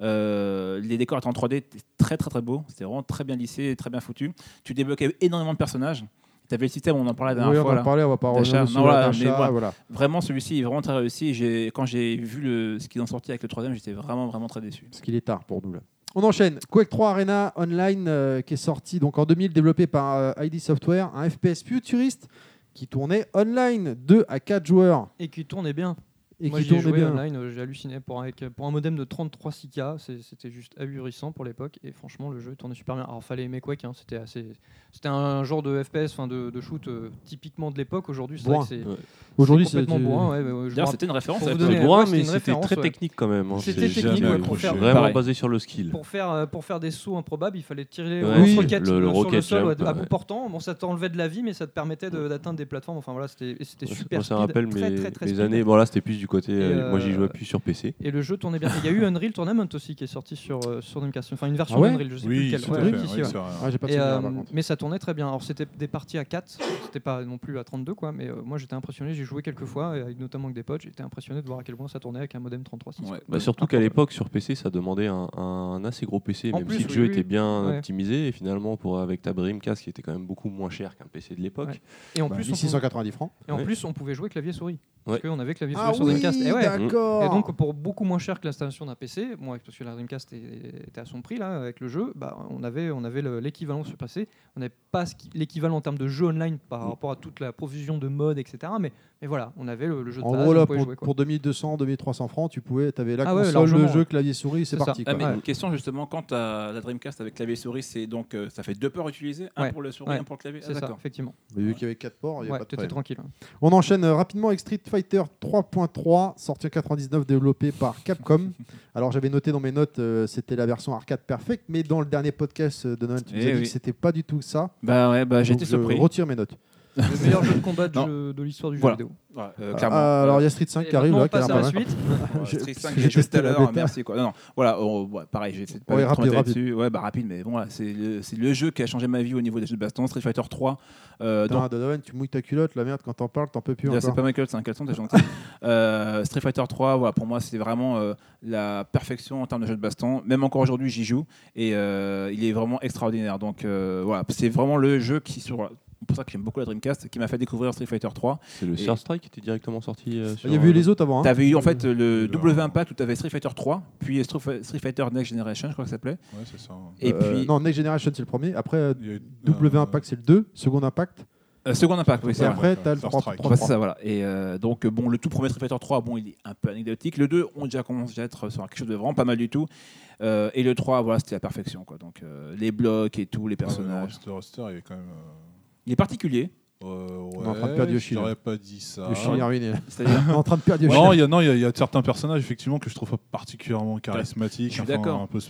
Speaker 7: Euh, les décors étaient en trois D, étaient très très très beaux. C'était vraiment très bien lissé et très bien foutu. Tu débloquais énormément de personnages. Tu avais le système, on en parlait la dernière
Speaker 5: Oui, on
Speaker 7: fois.
Speaker 5: en
Speaker 7: là.
Speaker 5: parlait, on va pas revenir
Speaker 7: D'achat.
Speaker 5: dessus.
Speaker 7: Non,
Speaker 5: voilà,
Speaker 7: voilà,
Speaker 5: d'achat,
Speaker 7: mais voilà.
Speaker 5: voilà.
Speaker 7: Vraiment, celui-ci est vraiment très réussi. J'ai- Quand j'ai vu le, ce qu'ils ont sorti avec le troisième, j'étais vraiment vraiment très déçu.
Speaker 5: Parce qu'il est tard pour nous là. On enchaîne. Quake trois Arena Online euh, qui est sorti donc en deux mille, développé par euh, I D Software, un F P S futuriste qui tournait online, deux à quatre joueurs
Speaker 9: Et qui tournait bien.
Speaker 5: et
Speaker 9: Moi,
Speaker 5: qui
Speaker 9: j'y ai
Speaker 5: tournait
Speaker 9: joué
Speaker 5: bien.
Speaker 9: online, euh, j'ai halluciné pour, avec, pour un modem de trente-trois six K, c'est- c'était juste ahurissant pour l'époque et franchement le jeu tournait super bien. Alors fallait aimer Quake, hein, c'était assez, c'était un genre de F P S, enfin de, de shoot euh, typiquement de l'époque. Aujourd'hui c'est vrai
Speaker 5: Bourrin.
Speaker 9: que c'est
Speaker 10: Ouais.
Speaker 5: Aujourd'hui,
Speaker 9: c'est complètement
Speaker 5: c'est-
Speaker 9: bourrin. Ouais, ouais, ouais, je me
Speaker 7: D'ailleurs,
Speaker 9: rappelle-
Speaker 7: c'était une référence.
Speaker 9: Pour
Speaker 7: à
Speaker 9: vous
Speaker 7: l'époque.
Speaker 9: donner-
Speaker 10: Bourrin,
Speaker 9: ouais, c'était
Speaker 10: mais
Speaker 9: une
Speaker 10: c'était
Speaker 9: référence,
Speaker 10: très
Speaker 9: ouais.
Speaker 10: technique quand même. hein.
Speaker 9: C'était
Speaker 10: C'est
Speaker 9: technique,
Speaker 10: jamais
Speaker 9: ouais, pour
Speaker 10: accroché.
Speaker 9: faire-
Speaker 10: Vraiment
Speaker 7: Pareil.
Speaker 10: basé sur le skill.
Speaker 9: Pour faire, euh, pour faire des sauts improbables, il fallait tirer
Speaker 10: Ouais,
Speaker 9: au
Speaker 5: oui,
Speaker 9: rocket
Speaker 10: le- le
Speaker 9: sur
Speaker 10: rocket
Speaker 9: sol
Speaker 10: jump,
Speaker 9: ouais, à
Speaker 10: ouais.
Speaker 9: bout portant. Bon, ça t'enlevait de la vie, mais ça te permettait de- d'atteindre des plateformes. Enfin voilà, c'était et c'était
Speaker 10: Moi,
Speaker 9: super
Speaker 10: ça
Speaker 9: speed,
Speaker 10: rappelle
Speaker 9: très,
Speaker 10: mes,
Speaker 9: très, très
Speaker 10: mes
Speaker 9: speed.
Speaker 10: années. Bon, là, c'était plus du côté.
Speaker 9: Et,
Speaker 10: euh, Moi, j'y
Speaker 9: euh,
Speaker 10: jouais plus sur P C.
Speaker 9: Et le jeu tournait bien. Il y a eu Unreal Tournament aussi qui est sorti sur euh, sur Dreamcast. Enfin une version
Speaker 5: Ah ouais
Speaker 9: d'Unreal, je sais plus
Speaker 6: Oui,
Speaker 9: lequel.
Speaker 6: tout
Speaker 9: Ouais,
Speaker 6: à
Speaker 9: ouais,
Speaker 6: fait.
Speaker 9: si, si,
Speaker 6: oui,
Speaker 9: ouais.
Speaker 6: c'est vrai.
Speaker 5: Ah, j'ai pas de
Speaker 9: Et,
Speaker 5: souvenir,
Speaker 9: euh,
Speaker 5: par contre.
Speaker 9: mais ça tournait très bien. Alors c'était des parties à quatre, c'était pas non plus à trente-deux quoi, mais euh, moi j'étais impressionné, j'ai joué quelques fois et avec, notamment avec des potes, j'étais impressionné de voir à quel point ça tournait avec un modem trente-trois six.
Speaker 7: Ouais.
Speaker 10: Bah, surtout qu'à l'époque, sur P C, ça demandait un, un assez gros P C,
Speaker 9: En
Speaker 10: même
Speaker 9: plus,
Speaker 10: si le
Speaker 9: oui,
Speaker 10: jeu
Speaker 9: oui,
Speaker 10: était
Speaker 9: oui.
Speaker 10: bien
Speaker 9: Ouais.
Speaker 10: optimisé. Et finalement, pour, avec ta Dreamcast, qui était quand même beaucoup moins cher qu'un P C de l'époque.
Speaker 9: Ouais. Et en
Speaker 5: Bah,
Speaker 9: plus, on
Speaker 5: mille six cent
Speaker 9: pouvait,
Speaker 5: quatre-vingt-dix francs.
Speaker 9: et en
Speaker 10: Ouais.
Speaker 9: plus on pouvait jouer clavier souris.
Speaker 10: Ouais.
Speaker 9: Parce qu'on avait clavier souris
Speaker 5: Ah
Speaker 9: sur
Speaker 5: oui,
Speaker 9: Dreamcast. Et, ouais.
Speaker 5: d'accord.
Speaker 9: Et donc pour beaucoup moins cher que l'installation d'un P C, bon, parce que la Dreamcast est- était à son prix là avec le jeu, bah, on avait on avait le- l'équivalent sur P C. On n'avait pas ce qui- l'équivalent en termes de jeu online par
Speaker 10: Mm.
Speaker 9: rapport à toute la profusion de modes, et cetera. Mais, mais voilà, on avait le, le jeu de
Speaker 5: En
Speaker 9: base,
Speaker 5: gros,
Speaker 9: on
Speaker 5: là,
Speaker 9: pouvait
Speaker 5: pour,
Speaker 9: jouer, quoi.
Speaker 5: pour deux mille deux cents, deux mille trois cents francs, tu pouvais, avais la
Speaker 9: Ah ouais,
Speaker 5: console, le
Speaker 9: largement,
Speaker 5: jeu,
Speaker 9: ouais.
Speaker 5: clavier souris, c'est
Speaker 9: C'est ça.
Speaker 5: parti.
Speaker 7: Ah,
Speaker 5: quoi.
Speaker 7: mais une question justement, quand tu as la Dreamcast avec clavier souris, c'est donc euh, ça fait deux ports utilisés, un
Speaker 9: Ouais.
Speaker 7: pour le souris,
Speaker 9: Ouais.
Speaker 7: un pour le clavier. Ah,
Speaker 9: C'est ça,
Speaker 7: d'accord.
Speaker 9: effectivement.
Speaker 5: Mais vu qu'il y avait quatre ports, il n'y a
Speaker 9: Ouais,
Speaker 5: pas de
Speaker 9: t'étais
Speaker 5: problème.
Speaker 9: tranquille. hein.
Speaker 5: On enchaîne euh, rapidement avec Street Fighter trois point trois, sorti en quatre-vingt-dix-neuf, développé par Capcom. Alors j'avais noté dans mes notes, euh, c'était la version arcade perfect, mais dans le dernier podcast euh, de Noël, tu nous
Speaker 7: Eh
Speaker 5: as dit
Speaker 7: oui.
Speaker 5: que c'était pas du tout ça.
Speaker 7: Bah ouais, bah j'ai
Speaker 5: Donc
Speaker 7: été
Speaker 5: je
Speaker 7: surpris.
Speaker 5: retire mes notes.
Speaker 9: Le meilleur jeu de combat de,
Speaker 7: Non.
Speaker 9: jeu- de l'histoire du
Speaker 7: Voilà.
Speaker 9: jeu vidéo.
Speaker 7: Ouais, euh,
Speaker 5: Ah,
Speaker 7: clairement.
Speaker 5: ah, alors il y
Speaker 7: Euh,
Speaker 5: a Street cinq
Speaker 9: Et
Speaker 5: qui arrive
Speaker 9: maintenant,
Speaker 5: là,
Speaker 9: on
Speaker 5: qui a
Speaker 9: passe
Speaker 5: l'air
Speaker 9: à
Speaker 5: pas
Speaker 9: la
Speaker 5: mal.
Speaker 9: suite.
Speaker 7: ouais,
Speaker 5: J'ai-
Speaker 7: Street
Speaker 5: parce
Speaker 7: cinq,
Speaker 5: que
Speaker 7: j'ai
Speaker 5: j'ai
Speaker 7: joué tout
Speaker 5: testé
Speaker 7: à
Speaker 5: la
Speaker 7: l'heure,
Speaker 5: bêta.
Speaker 7: merci quoi. Non, non, voilà, oh, ouais, pareil, j'ai essayé de pas
Speaker 5: Ouais,
Speaker 7: être
Speaker 5: rapide,
Speaker 7: trop
Speaker 5: rapide.
Speaker 7: là-dessus. Ouais, bah rapide, mais bon, voilà, c'est le, c'est le jeu qui a changé ma vie au niveau des jeux de baston, Street Fighter trois. Euh, donc,
Speaker 5: Putain, Donovan, tu mouilles ta culotte, la merde, quand t'en parles, t'en peux plus
Speaker 7: Déjà, c'est
Speaker 5: encore.
Speaker 7: pas Michael, c'est un caleçon, t'es gentil. Euh, Street Fighter trois, voilà, pour moi, c'est vraiment euh, la perfection en termes de jeu de baston. Même encore aujourd'hui, j'y joue et euh, il est vraiment extraordinaire. Donc euh, voilà, c'est vraiment le jeu qui, sur, c'est pour ça que j'aime beaucoup la Dreamcast, qui m'a fait découvrir Street Fighter trois.
Speaker 10: C'est le
Speaker 7: Et-
Speaker 10: Star Strike qui était directement sorti. euh, sur,
Speaker 5: Il y avait eu
Speaker 10: euh,
Speaker 5: les autres avant. Hein.
Speaker 7: T'avais eu en fait le
Speaker 6: Le-
Speaker 7: W Impact où t'avais Street Fighter trois, puis Street Fi- Street Fighter Next Generation, je crois que ça s'appelait.
Speaker 6: Ouais, c'est ça.
Speaker 7: Et
Speaker 5: Euh,
Speaker 7: puis
Speaker 5: Non, Next Generation, c'est le premier. Après, euh,
Speaker 6: Il y a eu-
Speaker 5: W
Speaker 6: euh,
Speaker 5: Impact, c'est le deux. Second Impact.
Speaker 7: euh, Second Impact, oui,
Speaker 5: Et
Speaker 7: c'est vrai.
Speaker 5: après, t'as le
Speaker 6: Star
Speaker 5: trois.
Speaker 6: Strike.
Speaker 5: trois-
Speaker 7: Ouais, c'est ça, voilà. Et euh, donc, euh, bon, le tout premier Street Fighter trois, bon, il est un peu anecdotique. Le deux, on déjà commencé à être sur quelque chose de vraiment pas mal du tout. Euh, et le trois, voilà, c'était la perfection, quoi. Donc, euh, les blocs et tout, les
Speaker 6: ouais, le
Speaker 7: personnages.
Speaker 6: roster, roster, il est quand même.
Speaker 7: Il est particulier.
Speaker 6: euh, euh,
Speaker 5: On est en train de
Speaker 6: ouais,
Speaker 5: perdre Yoshi, là.
Speaker 6: J'aurais pas dit ça.
Speaker 5: Yoshi est ruiné.
Speaker 7: C'est-à-dire.
Speaker 5: On est en train de perdre Yoshi.
Speaker 6: Non, il y a, non, il y a, il y a certains personnages effectivement que je trouve particulièrement charismatiques,
Speaker 7: Je suis
Speaker 6: enfin,
Speaker 7: d'accord.
Speaker 6: un peu,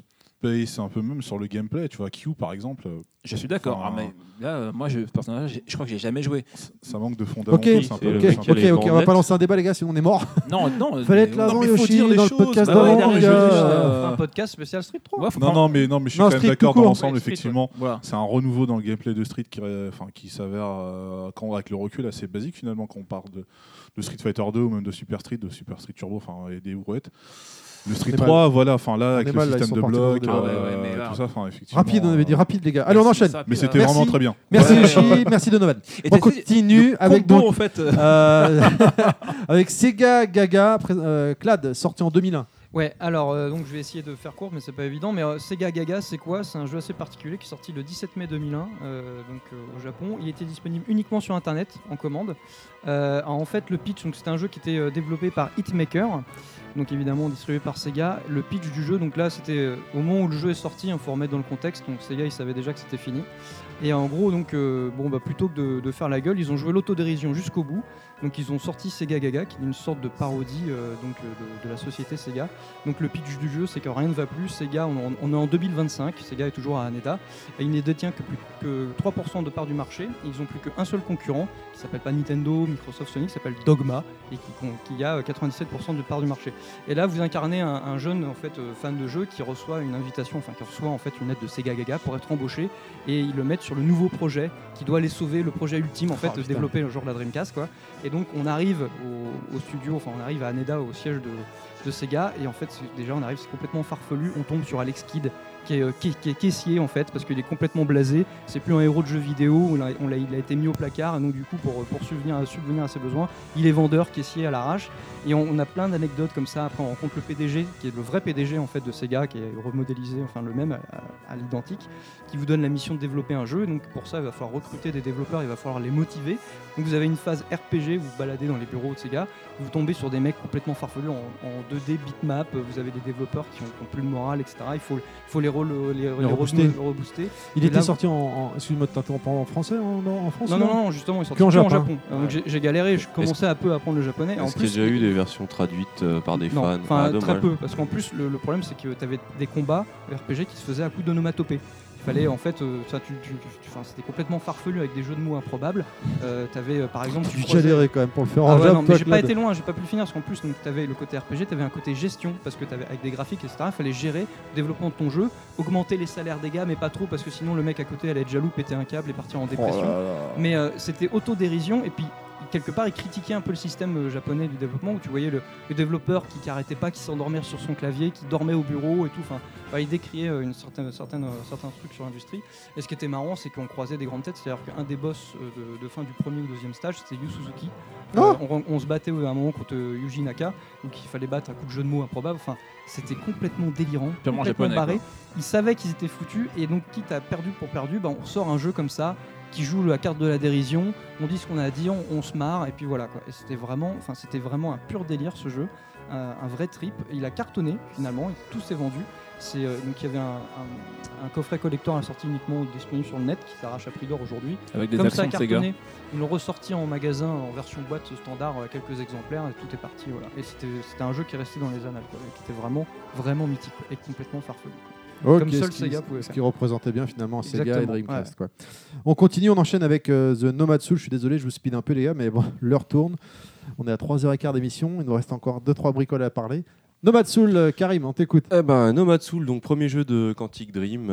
Speaker 6: space, un peu même sur le gameplay. Tu vois, Q par exemple. euh,
Speaker 7: Je suis d'accord.
Speaker 6: Enfin,
Speaker 7: Ah, mais là, euh, moi, je, personnellement, j'ai- je crois que j'ai jamais joué.
Speaker 6: Ça manque de fondamentaux.
Speaker 5: Ok,
Speaker 6: c'est un
Speaker 5: ok,
Speaker 6: peu-
Speaker 10: le
Speaker 6: c'est un
Speaker 10: mec
Speaker 5: ok,
Speaker 6: peu-
Speaker 10: qui a les
Speaker 5: ok, on va
Speaker 10: bandettes.
Speaker 5: pas lancer un débat, les gars, sinon on est mort.
Speaker 7: Non, non.
Speaker 5: Fallait être
Speaker 7: mais-
Speaker 5: là
Speaker 6: Non,
Speaker 5: avant
Speaker 6: mais faut
Speaker 5: Yoshi
Speaker 6: dire les
Speaker 5: dans le
Speaker 6: choses,
Speaker 5: podcast
Speaker 6: bah ouais,
Speaker 5: d'avant,
Speaker 6: il a
Speaker 5: les
Speaker 6: raison,
Speaker 5: gars.
Speaker 6: Yoshi,
Speaker 5: euh,
Speaker 9: Un podcast spécial Street trois.
Speaker 7: Ouais, faut
Speaker 6: Non,
Speaker 7: prendre-
Speaker 6: non, mais, non, mais je suis
Speaker 5: Non,
Speaker 6: quand même
Speaker 5: Street
Speaker 6: d'accord
Speaker 5: tout
Speaker 6: dans
Speaker 5: court.
Speaker 6: l'ensemble,
Speaker 9: Ouais, Street,
Speaker 6: effectivement.
Speaker 7: Voilà.
Speaker 6: C'est un renouveau dans le gameplay de Street qui, euh, enfin, qui s'avère, euh, quand, avec le recul, assez basique finalement quand on parle de, de Street Fighter deux ou même de Super Street, de Super Street Turbo, enfin, et des brouettes. Le Street
Speaker 5: On est
Speaker 6: trois, voilà, enfin là,
Speaker 5: On
Speaker 6: avec
Speaker 5: est
Speaker 6: le
Speaker 5: mal, là, ils
Speaker 6: système
Speaker 5: sont
Speaker 6: de
Speaker 5: partis dans le
Speaker 6: blocs,
Speaker 5: débat.
Speaker 6: euh,
Speaker 7: Ah ouais, ouais, mais
Speaker 6: tout
Speaker 7: là-
Speaker 6: ça, enfin, effectivement.
Speaker 5: Rapide, on avait dit
Speaker 6: euh,
Speaker 5: rapide, les gars. Allez, on enchaîne.
Speaker 7: Ça,
Speaker 6: Mais
Speaker 7: puis,
Speaker 6: c'était
Speaker 7: euh,
Speaker 5: Merci.
Speaker 6: vraiment très bien.
Speaker 5: Merci
Speaker 7: Ouais.
Speaker 5: Yoshi, merci Donovan.
Speaker 7: Et
Speaker 5: On
Speaker 7: t'as essayé
Speaker 5: continue
Speaker 7: de
Speaker 5: avec
Speaker 7: combo,
Speaker 5: donc
Speaker 7: en fait.
Speaker 5: euh, avec Sega Gaga, pré- euh, Clad, sorti en deux mille un.
Speaker 9: Ouais, alors euh, donc je vais essayer de faire court, mais c'est pas évident. Mais euh, Sega Gaga, c'est quoi? C'est un jeu assez particulier qui est sorti le dix-sept mai deux mille un, euh, donc euh, au Japon. Il était disponible uniquement sur Internet en commande. Euh, en fait, le pitch, donc c'était un jeu qui était euh, développé par Hitmaker, donc évidemment distribué par Sega. Le pitch du jeu, donc là, c'était euh, au moment où le jeu est sorti, il faut remettre dans le contexte. Donc Sega, il savait déjà que c'était fini. Et en gros, donc, euh, bon, bah, plutôt que de, de faire la gueule, ils ont joué l'autodérision jusqu'au bout. Donc ils ont sorti Sega Gaga, qui est une sorte de parodie euh, donc, euh, de, de la société Sega. Donc le pitch du jeu, c'est que rien ne va plus. Sega, on, on est en deux mille vingt-cinq, Sega est toujours à Haneda, et il ne détient que plus que trois pour cent de part du marché. Ils n'ont plus qu'un seul concurrent, qui s'appelle pas Nintendo, Microsoft, Sony, qui s'appelle Dogma, et qui, qui a quatre-vingt-dix-sept pour cent de part du marché. Et là, vous incarnez un, un jeune en fait, euh, fan de jeu qui reçoit une invitation, enfin qui reçoit en fait une lettre de Sega Gaga pour être embauché, et ils le mettent sur le nouveau projet qui doit les sauver, le projet ultime en fait,
Speaker 5: Oh,
Speaker 9: de
Speaker 5: putain.
Speaker 9: développer le jour de la Dreamcast, quoi. Et donc on arrive au, au studio, enfin on arrive à Haneda, au siège de, de Sega, et en fait c'est- déjà on arrive, c'est complètement farfelu, on tombe sur Alex Kidd qui est, euh, qui, est- qui est caissier en fait, parce qu'il est complètement blasé, c'est plus un héros de jeu vidéo, on l'a- on l'a- il a été mis au placard, et donc du coup pour, pour subvenir, à, subvenir à ses besoins, il est vendeur, caissier à l'arrache, et on, on a plein d'anecdotes comme ça. Après on rencontre le P D G, qui est le vrai P D G en fait de Sega, qui est remodélisé, enfin le même à, à l'identique, qui vous donne la mission de développer un jeu, donc pour ça il va falloir recruter des développeurs, il va falloir les motiver. Donc vous avez une phase R P G, vous vous baladez dans les bureaux de Sega, vous tombez sur des mecs complètement farfelus en, en deux D bitmap, vous avez des développeurs qui ont, qui ont plus le moral, et cetera. Il faut, faut les, rôles, les, les
Speaker 5: rebooster.
Speaker 9: rebooster. rebooster.
Speaker 5: Il
Speaker 9: Et
Speaker 5: était
Speaker 9: là-
Speaker 5: sorti en, en excuse-moi de t'interrompre, en français en, en France
Speaker 9: Non,
Speaker 5: là
Speaker 9: non, non, justement, ils sont
Speaker 5: Que en
Speaker 9: sortis en
Speaker 5: Japon.
Speaker 9: Japon. Euh, Donc j'ai j'ai galéré, je commençais un peu à apprendre le japonais. En
Speaker 10: Est-ce qu'il y a
Speaker 9: plus,
Speaker 10: déjà eu des versions traduites euh, par des
Speaker 9: non,
Speaker 10: fans?
Speaker 9: enfin
Speaker 10: Ah,
Speaker 9: très
Speaker 10: dommage.
Speaker 9: peu, parce qu'en plus le, le problème c'est que tu avais des combats R P G qui se faisaient à coups d'onomatopée. Il fallait en fait, euh, ça, tu, tu- tu- enfin, c'était complètement farfelu avec des jeux de mots improbables. Euh, t'avais euh, par exemple, tu
Speaker 5: Tu
Speaker 9: croisais-
Speaker 5: galérais quand même pour le faire
Speaker 9: Ah
Speaker 5: en
Speaker 9: ouais,
Speaker 5: Jap,
Speaker 9: non, mais
Speaker 5: toi,
Speaker 9: j'ai pas
Speaker 5: Claude.
Speaker 9: été loin, j'ai pas pu le finir parce qu'en plus, tu avais le côté R P G, tu avais un côté gestion parce que tu avais avec des graphiques, et cetera. Il fallait gérer le développement de ton jeu, augmenter les salaires des gars, mais pas trop parce que sinon le mec à côté allait être jaloux, péter un câble et partir en
Speaker 5: Oh
Speaker 9: dépression.
Speaker 5: là là.
Speaker 9: Mais euh, c'était autodérision, et puis quelque part il critiquait un peu le système euh, japonais du développement où tu voyais le, le développeur qui n'arrêtait pas, qui s'endormait sur son clavier, qui dormait au bureau et tout. Enfin, bah, il décriait euh, une certaine, certaine, euh, certains trucs sur l'industrie. Et ce qui était marrant, c'est qu'on croisait des grandes têtes, c'est-à-dire qu'un des boss euh, de, de fin du premier ou deuxième stage, c'était Yu Suzuki. Euh,
Speaker 5: Oh
Speaker 9: on, on se battait à un moment contre euh, Yuji Naka, où il fallait battre un coup de jeu de mots improbable. Enfin, c'était complètement délirant,
Speaker 7: Purement
Speaker 9: complètement
Speaker 7: japonais,
Speaker 9: barré.
Speaker 7: quoi.
Speaker 9: Ils savaient qu'ils étaient foutus, et donc quitte à perdu pour perdu, bah, on sort un jeu comme ça qui joue la carte de la dérision, on dit ce qu'on a à dire, on, on se marre, et puis voilà quoi. Et c'était vraiment, enfin c'était vraiment un pur délire ce jeu, un, un vrai trip. Il a cartonné finalement, il- tout s'est vendu. C'est euh, donc il y avait un, un- un coffret collector à la sortie uniquement disponible sur le net qui s'arrache à prix d'or aujourd'hui.
Speaker 7: Avec des
Speaker 9: Comme ça a
Speaker 7: actions de Sega.
Speaker 9: cartonné, ils l'ont ressorti en magasin en version boîte standard, euh, quelques exemplaires, et tout est parti. Voilà. Et c'était c'était un jeu qui est resté dans les annales, quoi, et qui était vraiment vraiment mythique quoi, et complètement farfelu.
Speaker 5: Ok,
Speaker 9: Comme seul
Speaker 5: ce qui,
Speaker 9: Sega pouvait
Speaker 5: ce
Speaker 9: faire.
Speaker 5: qui représentait bien finalement Sega et
Speaker 9: Exactement,
Speaker 5: Dreamcast. Quoi. On continue, on enchaîne avec euh, The Nomad Soul. Je suis désolé, je vous speed un peu les gars, mais bon, l'heure tourne. On est à trois heures quinze d'émission, il nous reste encore deux trois bricoles à parler. Nomad Soul, euh, Karim, on t'écoute.
Speaker 10: Eh ben, Nomad Soul, donc premier jeu de Quantic Dream,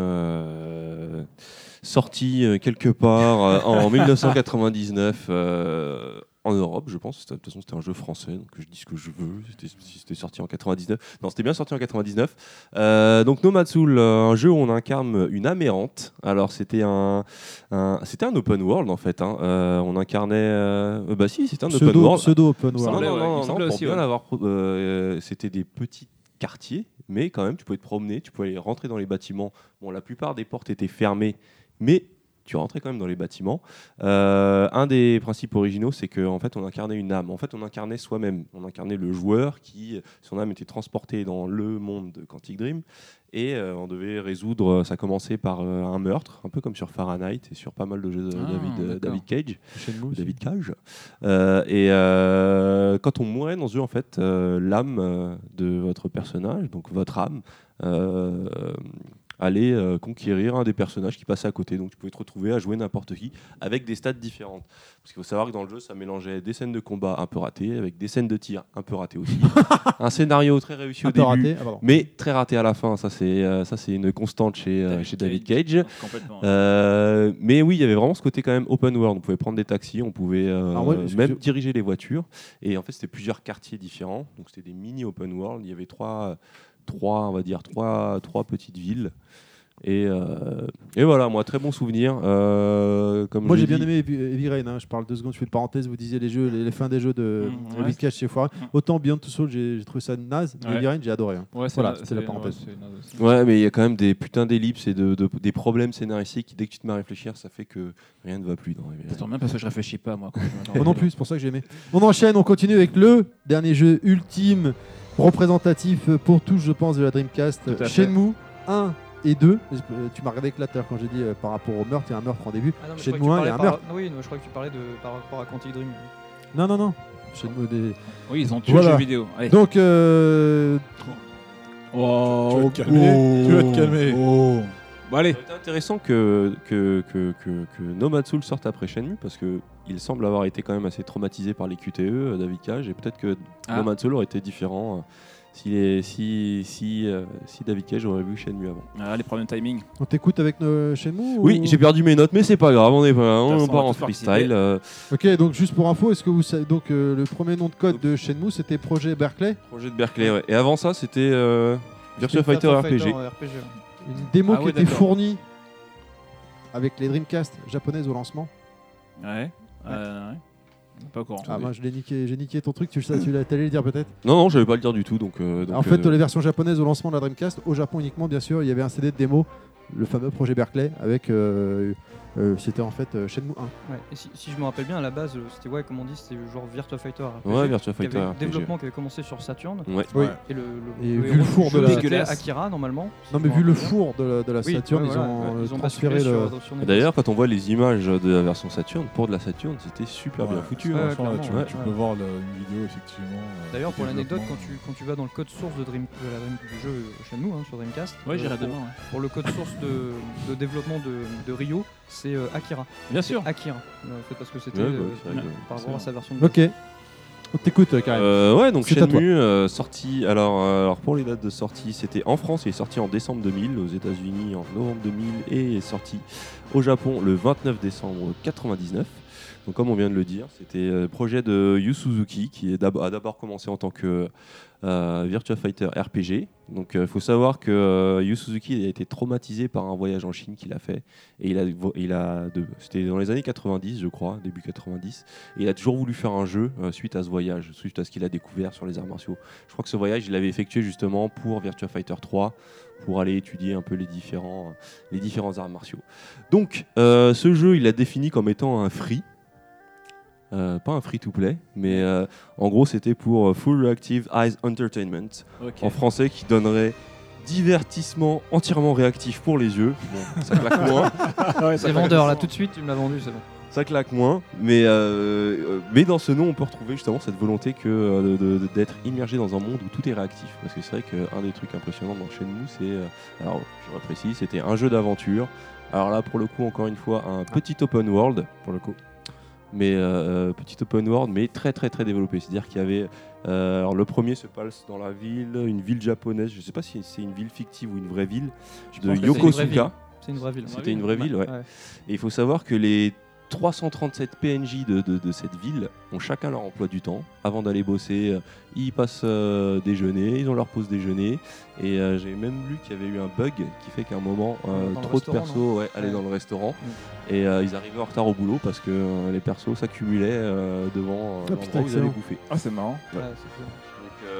Speaker 10: euh, sorti euh, quelque part euh, en mille neuf cent quatre-vingt-dix-neuf euh, en Europe, je pense. De toute façon, c'était un jeu français, donc je dis ce que je veux. C'était, si c'était sorti en quatre-vingt-dix-neuf, non, c'était bien sorti en quatre-vingt-dix-neuf. Euh, donc Nomad Soul, euh, un jeu où on incarne une âme errante. Alors c'était un, un c'était un open world en fait. Hein. Euh, on incarnait, euh, bah si, c'était un open
Speaker 5: Pseudo,
Speaker 10: world.
Speaker 5: pseudo open
Speaker 10: Non,
Speaker 5: world.
Speaker 10: non,
Speaker 7: ouais,
Speaker 10: non,
Speaker 7: il me
Speaker 10: non,
Speaker 7: semblait
Speaker 10: pour
Speaker 7: aussi,
Speaker 10: bien
Speaker 7: ouais.
Speaker 10: l'avoir pro- euh, c'était des petits quartiers, mais quand même, tu pouvais te promener, tu pouvais aller rentrer dans les bâtiments. Bon, la plupart des portes étaient fermées, mais tu rentrais quand même dans les bâtiments. Euh, un des principes originaux, c'est qu'en fait, on incarnait une âme. En fait, on incarnait soi-même. On incarnait le joueur qui, son âme était transportée dans le monde de Quantic Dream. Et euh, on devait résoudre, ça commençait par euh, un meurtre, un peu comme sur Fahrenheit et sur pas mal de jeux de
Speaker 7: Ah,
Speaker 10: David, euh, David Cage.
Speaker 5: Shenmue
Speaker 10: David Cage. Euh, et euh, quand on mourait dans ce jeu, en fait, euh, l'âme euh, de votre personnage, donc votre âme, euh, allait euh, conquérir un des personnages qui passait à côté. Donc tu pouvais te retrouver à jouer n'importe qui avec des stats différentes. Parce qu'il faut savoir que dans le jeu, ça mélangeait des scènes de combat un peu ratées avec des scènes de tir un peu ratées aussi. Un scénario très réussi
Speaker 5: Un
Speaker 10: au
Speaker 5: peu
Speaker 10: début,
Speaker 5: raté. Ah, pardon.
Speaker 10: mais très raté à la fin. Ça, c'est euh, ça, c'est une constante chez, euh,
Speaker 7: David
Speaker 10: chez David
Speaker 7: Cage.
Speaker 10: Cage.
Speaker 7: Complètement.
Speaker 10: Euh, mais oui, il y avait vraiment ce côté quand même open world. On pouvait prendre des taxis, on pouvait euh,
Speaker 5: Alors ouais,
Speaker 10: même
Speaker 5: excusez-
Speaker 10: diriger les voitures. Et en fait, c'était plusieurs quartiers différents. Donc c'était des mini open world. Il y avait trois, trois, on va dire trois, trois petites villes. Et, euh, et voilà, moi, très bon souvenir. Euh, comme
Speaker 5: Moi
Speaker 10: je
Speaker 5: j'ai
Speaker 10: l'ai
Speaker 5: bien
Speaker 10: dit-
Speaker 5: aimé Heavy Heavy Rain, hein. Je parle deux secondes, je fais une parenthèse, vous disiez les jeux, les, les fins des jeux de
Speaker 7: Mmh,
Speaker 5: David
Speaker 7: ouais.
Speaker 5: Cage chez Foiré.
Speaker 7: Mmh.
Speaker 5: Autant Beyond Two Souls, j'ai j'ai trouvé ça naze, mais
Speaker 7: Ouais.
Speaker 5: Heavy Rain j'ai adoré. hein.
Speaker 7: Ouais, c'est
Speaker 5: Voilà,
Speaker 7: na-
Speaker 5: c'était la
Speaker 7: c'est-
Speaker 5: parenthèse.
Speaker 7: ouais, c'est naze aussi.
Speaker 10: Ouais, mais il y a quand même des putains d'ellipses et de, de- des problèmes scénaristiques qui, dès que tu te mets à réfléchir, ça fait que rien ne va plus dans Heavy
Speaker 7: Ça
Speaker 10: Rain.
Speaker 7: tombe bien parce que je réfléchis pas, moi. quand je m'attends.
Speaker 5: Moi non plus, c'est pour ça que j'ai aimé. On enchaîne, on continue avec le dernier jeu ultime, représentatif pour tous, je pense, de la Dreamcast.
Speaker 7: Tout à fait.
Speaker 5: Shenmue un et deux. Euh, Tu m'as regardé avec la terre quand j'ai dit euh, par rapport au meurtre, il y a un meurtre en début.
Speaker 9: Ah non, mais je
Speaker 5: Shenmue
Speaker 9: crois que
Speaker 5: un,
Speaker 9: tu
Speaker 5: il y a un
Speaker 9: parlais
Speaker 5: meurtre.
Speaker 9: par- Oui, non, je crois que tu parlais de par rapport à Quantic Dream.
Speaker 5: Non, non, non. Shenmue des...
Speaker 7: Oui, ils ont tué
Speaker 5: Voilà.
Speaker 7: le jeu vidéo. Allez.
Speaker 5: Donc, euh,
Speaker 6: Oh,
Speaker 3: Tu vas te calmer, tu vas te calmer.
Speaker 6: Oh.
Speaker 7: Bon, allez.
Speaker 10: C'est intéressant que, que, que, que, que Nomad Soul sorte après Shenmue parce qu'il semble avoir été quand même assez traumatisé par les Q T E, euh, David Cage, et peut-être que
Speaker 7: Ah.
Speaker 10: Nomad Soul aurait été différent euh, si, les- si, si, euh, si David Cage aurait vu Shenmue avant.
Speaker 7: Ah, les problèmes de timing.
Speaker 5: on t'écoute avec nos Shenmue
Speaker 10: Oui,
Speaker 5: ou-
Speaker 10: j'ai perdu mes notes, mais c'est pas grave, on est pas,
Speaker 7: De toute
Speaker 10: on
Speaker 7: façon,
Speaker 10: part
Speaker 7: on va
Speaker 10: en
Speaker 7: tous participer.
Speaker 10: freestyle. euh,
Speaker 5: Ok, donc juste pour info, est-ce que vous savez donc euh, le premier nom de code de Shenmue c'était Projet Berkeley,
Speaker 10: projet de Berkeley, ouais. Et avant ça, c'était euh, Virtua
Speaker 5: C'était
Speaker 10: Fighter R P G.
Speaker 9: Fighter R P G.
Speaker 5: une démo
Speaker 7: Ah
Speaker 5: qui
Speaker 7: ouais,
Speaker 5: était
Speaker 7: d'accord.
Speaker 5: fournie avec les Dreamcast japonaises au lancement.
Speaker 7: Ouais. Euh, ouais. Pas au courant.
Speaker 5: Ah, moi je l'ai niqué, j'ai niqué ton truc, tu, le sais- tu l'as t'allais le dire peut-être.
Speaker 10: Non, non, je vais pas le dire du tout. Donc, euh, donc,
Speaker 5: En fait,
Speaker 10: euh,
Speaker 5: les versions japonaises au lancement de la Dreamcast, au Japon uniquement, bien sûr, il y avait un C D de démo, le fameux projet Berkeley, avec. euh, euh, c'était en fait euh, Shenmue un.
Speaker 9: Ouais. Et si, si je me rappelle bien, à la base, euh, c'était ouais, comme on dit, c'était genre Virtua Fighter R P G.
Speaker 10: Ouais, Virtua
Speaker 9: qui avait
Speaker 10: Fighter
Speaker 9: le
Speaker 10: R P G.
Speaker 9: développement qui avait commencé sur Saturn.
Speaker 10: Ouais.
Speaker 5: Oui.
Speaker 9: Et le, le,
Speaker 5: Et
Speaker 9: le
Speaker 5: vu
Speaker 9: héros
Speaker 5: le
Speaker 9: du
Speaker 5: four de
Speaker 9: jeu,
Speaker 5: la-
Speaker 9: c'était
Speaker 7: Dégueulasse.
Speaker 9: Akira normalement. si
Speaker 5: Non,
Speaker 9: je
Speaker 5: mais
Speaker 9: me
Speaker 5: vu le
Speaker 9: rappelle bien.
Speaker 5: four de la, de la
Speaker 9: Oui,
Speaker 5: Saturn,
Speaker 9: ouais,
Speaker 5: ils
Speaker 9: voilà,
Speaker 5: ont,
Speaker 9: ouais,
Speaker 5: euh,
Speaker 9: ils ont
Speaker 5: transféré
Speaker 9: basculé
Speaker 5: le.
Speaker 9: sur, sur
Speaker 10: Et
Speaker 9: Nintendo.
Speaker 10: D'ailleurs, quand on voit les images de la version Saturn, pour de la Saturn, c'était super bien
Speaker 6: Ouais.
Speaker 10: foutu.
Speaker 9: Ouais,
Speaker 10: hein.
Speaker 6: Franchement, là, tu,
Speaker 9: clairement,
Speaker 6: tu
Speaker 9: ouais.
Speaker 6: peux voir le- une vidéo effectivement. euh,
Speaker 9: D'ailleurs, pour
Speaker 6: du
Speaker 9: l'anecdote, quand
Speaker 6: développement.
Speaker 9: tu, quand tu vas dans le code source de, Dream, de la Dream, du jeu Shenmue hein, sur Dreamcast,
Speaker 7: Ouais,
Speaker 9: euh,
Speaker 7: j'irai
Speaker 9: pour,
Speaker 7: demain. ouais.
Speaker 9: pour le code source de, de développement de, de Ryo, c'est euh, Akira.
Speaker 7: Bien sûr.
Speaker 9: Akira. Euh, en fait, parce que c'était
Speaker 10: Ouais,
Speaker 9: euh,
Speaker 10: bah, c'est vrai que-
Speaker 9: par rapport à sa version de
Speaker 5: Ok. On t'écoute, euh, Karim.
Speaker 10: Euh, ouais, donc
Speaker 5: C'est à toi.
Speaker 10: Shenmue, euh, sorti. Alors, euh, alors, pour les dates de sortie, c'était en France, il est sorti en décembre deux mille, aux États-Unis en novembre deux mille, et est sorti au Japon le vingt-neuf décembre quatre-vingt-dix-neuf. Donc, comme on vient de le dire, c'était le projet de Yu Suzuki qui est d'ab- a d'abord commencé en tant que euh, Virtua Fighter R P G. Donc, il faut savoir que euh, Yu Suzuki a été traumatisé par un voyage en Chine qu'il a fait. Et il a, il a de- c'était dans les années quatre-vingt-dix, je crois, début quatre-vingt-dix. Et il a toujours voulu faire un jeu euh, suite à ce voyage, suite à ce qu'il a découvert sur les arts martiaux. Je crois que ce voyage, il l'avait effectué justement pour Virtua Fighter trois, pour aller étudier un peu les différents, les différents arts martiaux. Donc, euh, ce jeu, il l'a défini comme étant un free. Euh, pas un free-to-play, mais euh, en gros, c'était pour euh, Full Reactive Eyes Entertainment,
Speaker 7: Ok.
Speaker 10: en français, qui donnerait divertissement entièrement réactif pour les yeux. Bon, ça claque moins.
Speaker 9: C'est vendeur là tout de suite, tu me l'as vendu, c'est bon.
Speaker 10: Ça claque moins, mais, euh, euh, mais dans ce nom, on peut retrouver justement cette volonté que, euh, de- de- d'être immergé dans un monde où tout est réactif. Parce que c'est vrai qu'un des trucs impressionnants dans Shenmue, c'est, euh, alors je reprécise, c'était un jeu d'aventure. Alors là, pour le coup, encore une fois, un petit open world, pour le coup. Mais euh, petit open world, mais très très très développé. C'est-à-dire qu'il y avait, euh, alors le premier se passe dans la ville, une ville japonaise. Je ne sais pas si c'est une ville fictive ou une vraie ville, de
Speaker 9: pense que c'est une vraie
Speaker 10: Yokosuka.
Speaker 9: ville. C'est une vraie ville.
Speaker 10: C'était une vraie ville, ouais.
Speaker 9: Ouais.
Speaker 10: Et il faut savoir que les trois cent trente-sept P N J de, de- de cette ville ont chacun leur emploi du temps. Avant d'aller bosser, euh, ils passent euh, déjeuner, ils ont leur pause déjeuner. Et euh, j'ai même lu qu'il y avait eu un bug qui fait qu'à un moment, euh,
Speaker 9: Dans le
Speaker 10: trop de
Speaker 9: restaurant,
Speaker 10: persos ouais, allaient
Speaker 9: Ouais.
Speaker 10: dans le restaurant.
Speaker 9: Mm.
Speaker 10: Et euh, ils arrivaient en retard au boulot parce que euh, les persos s'accumulaient euh, devant euh,
Speaker 5: Ah,
Speaker 10: l'endroit
Speaker 5: putain,
Speaker 10: où ils allaient
Speaker 5: excellent.
Speaker 10: bouffer.
Speaker 7: Ah, c'est marrant.
Speaker 9: Ouais, c'est cool.
Speaker 10: Donc,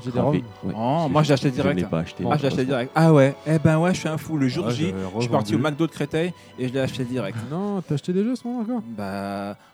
Speaker 5: J'ai des ROM.
Speaker 10: Ouais.
Speaker 7: Oh, moi, je l'ai acheté direct.
Speaker 10: Je l'ai pas acheté.
Speaker 7: Ah, je l'ai acheté direct. Ah ouais. Eh ben ouais, je suis un fou. Le jour
Speaker 6: Ouais,
Speaker 7: J,
Speaker 6: j'avais
Speaker 7: je suis parti au
Speaker 6: revendu.
Speaker 7: McDo de Créteil et je l'ai acheté direct.
Speaker 5: Non, t'as acheté des jeux à ce moment encore
Speaker 7: Bah.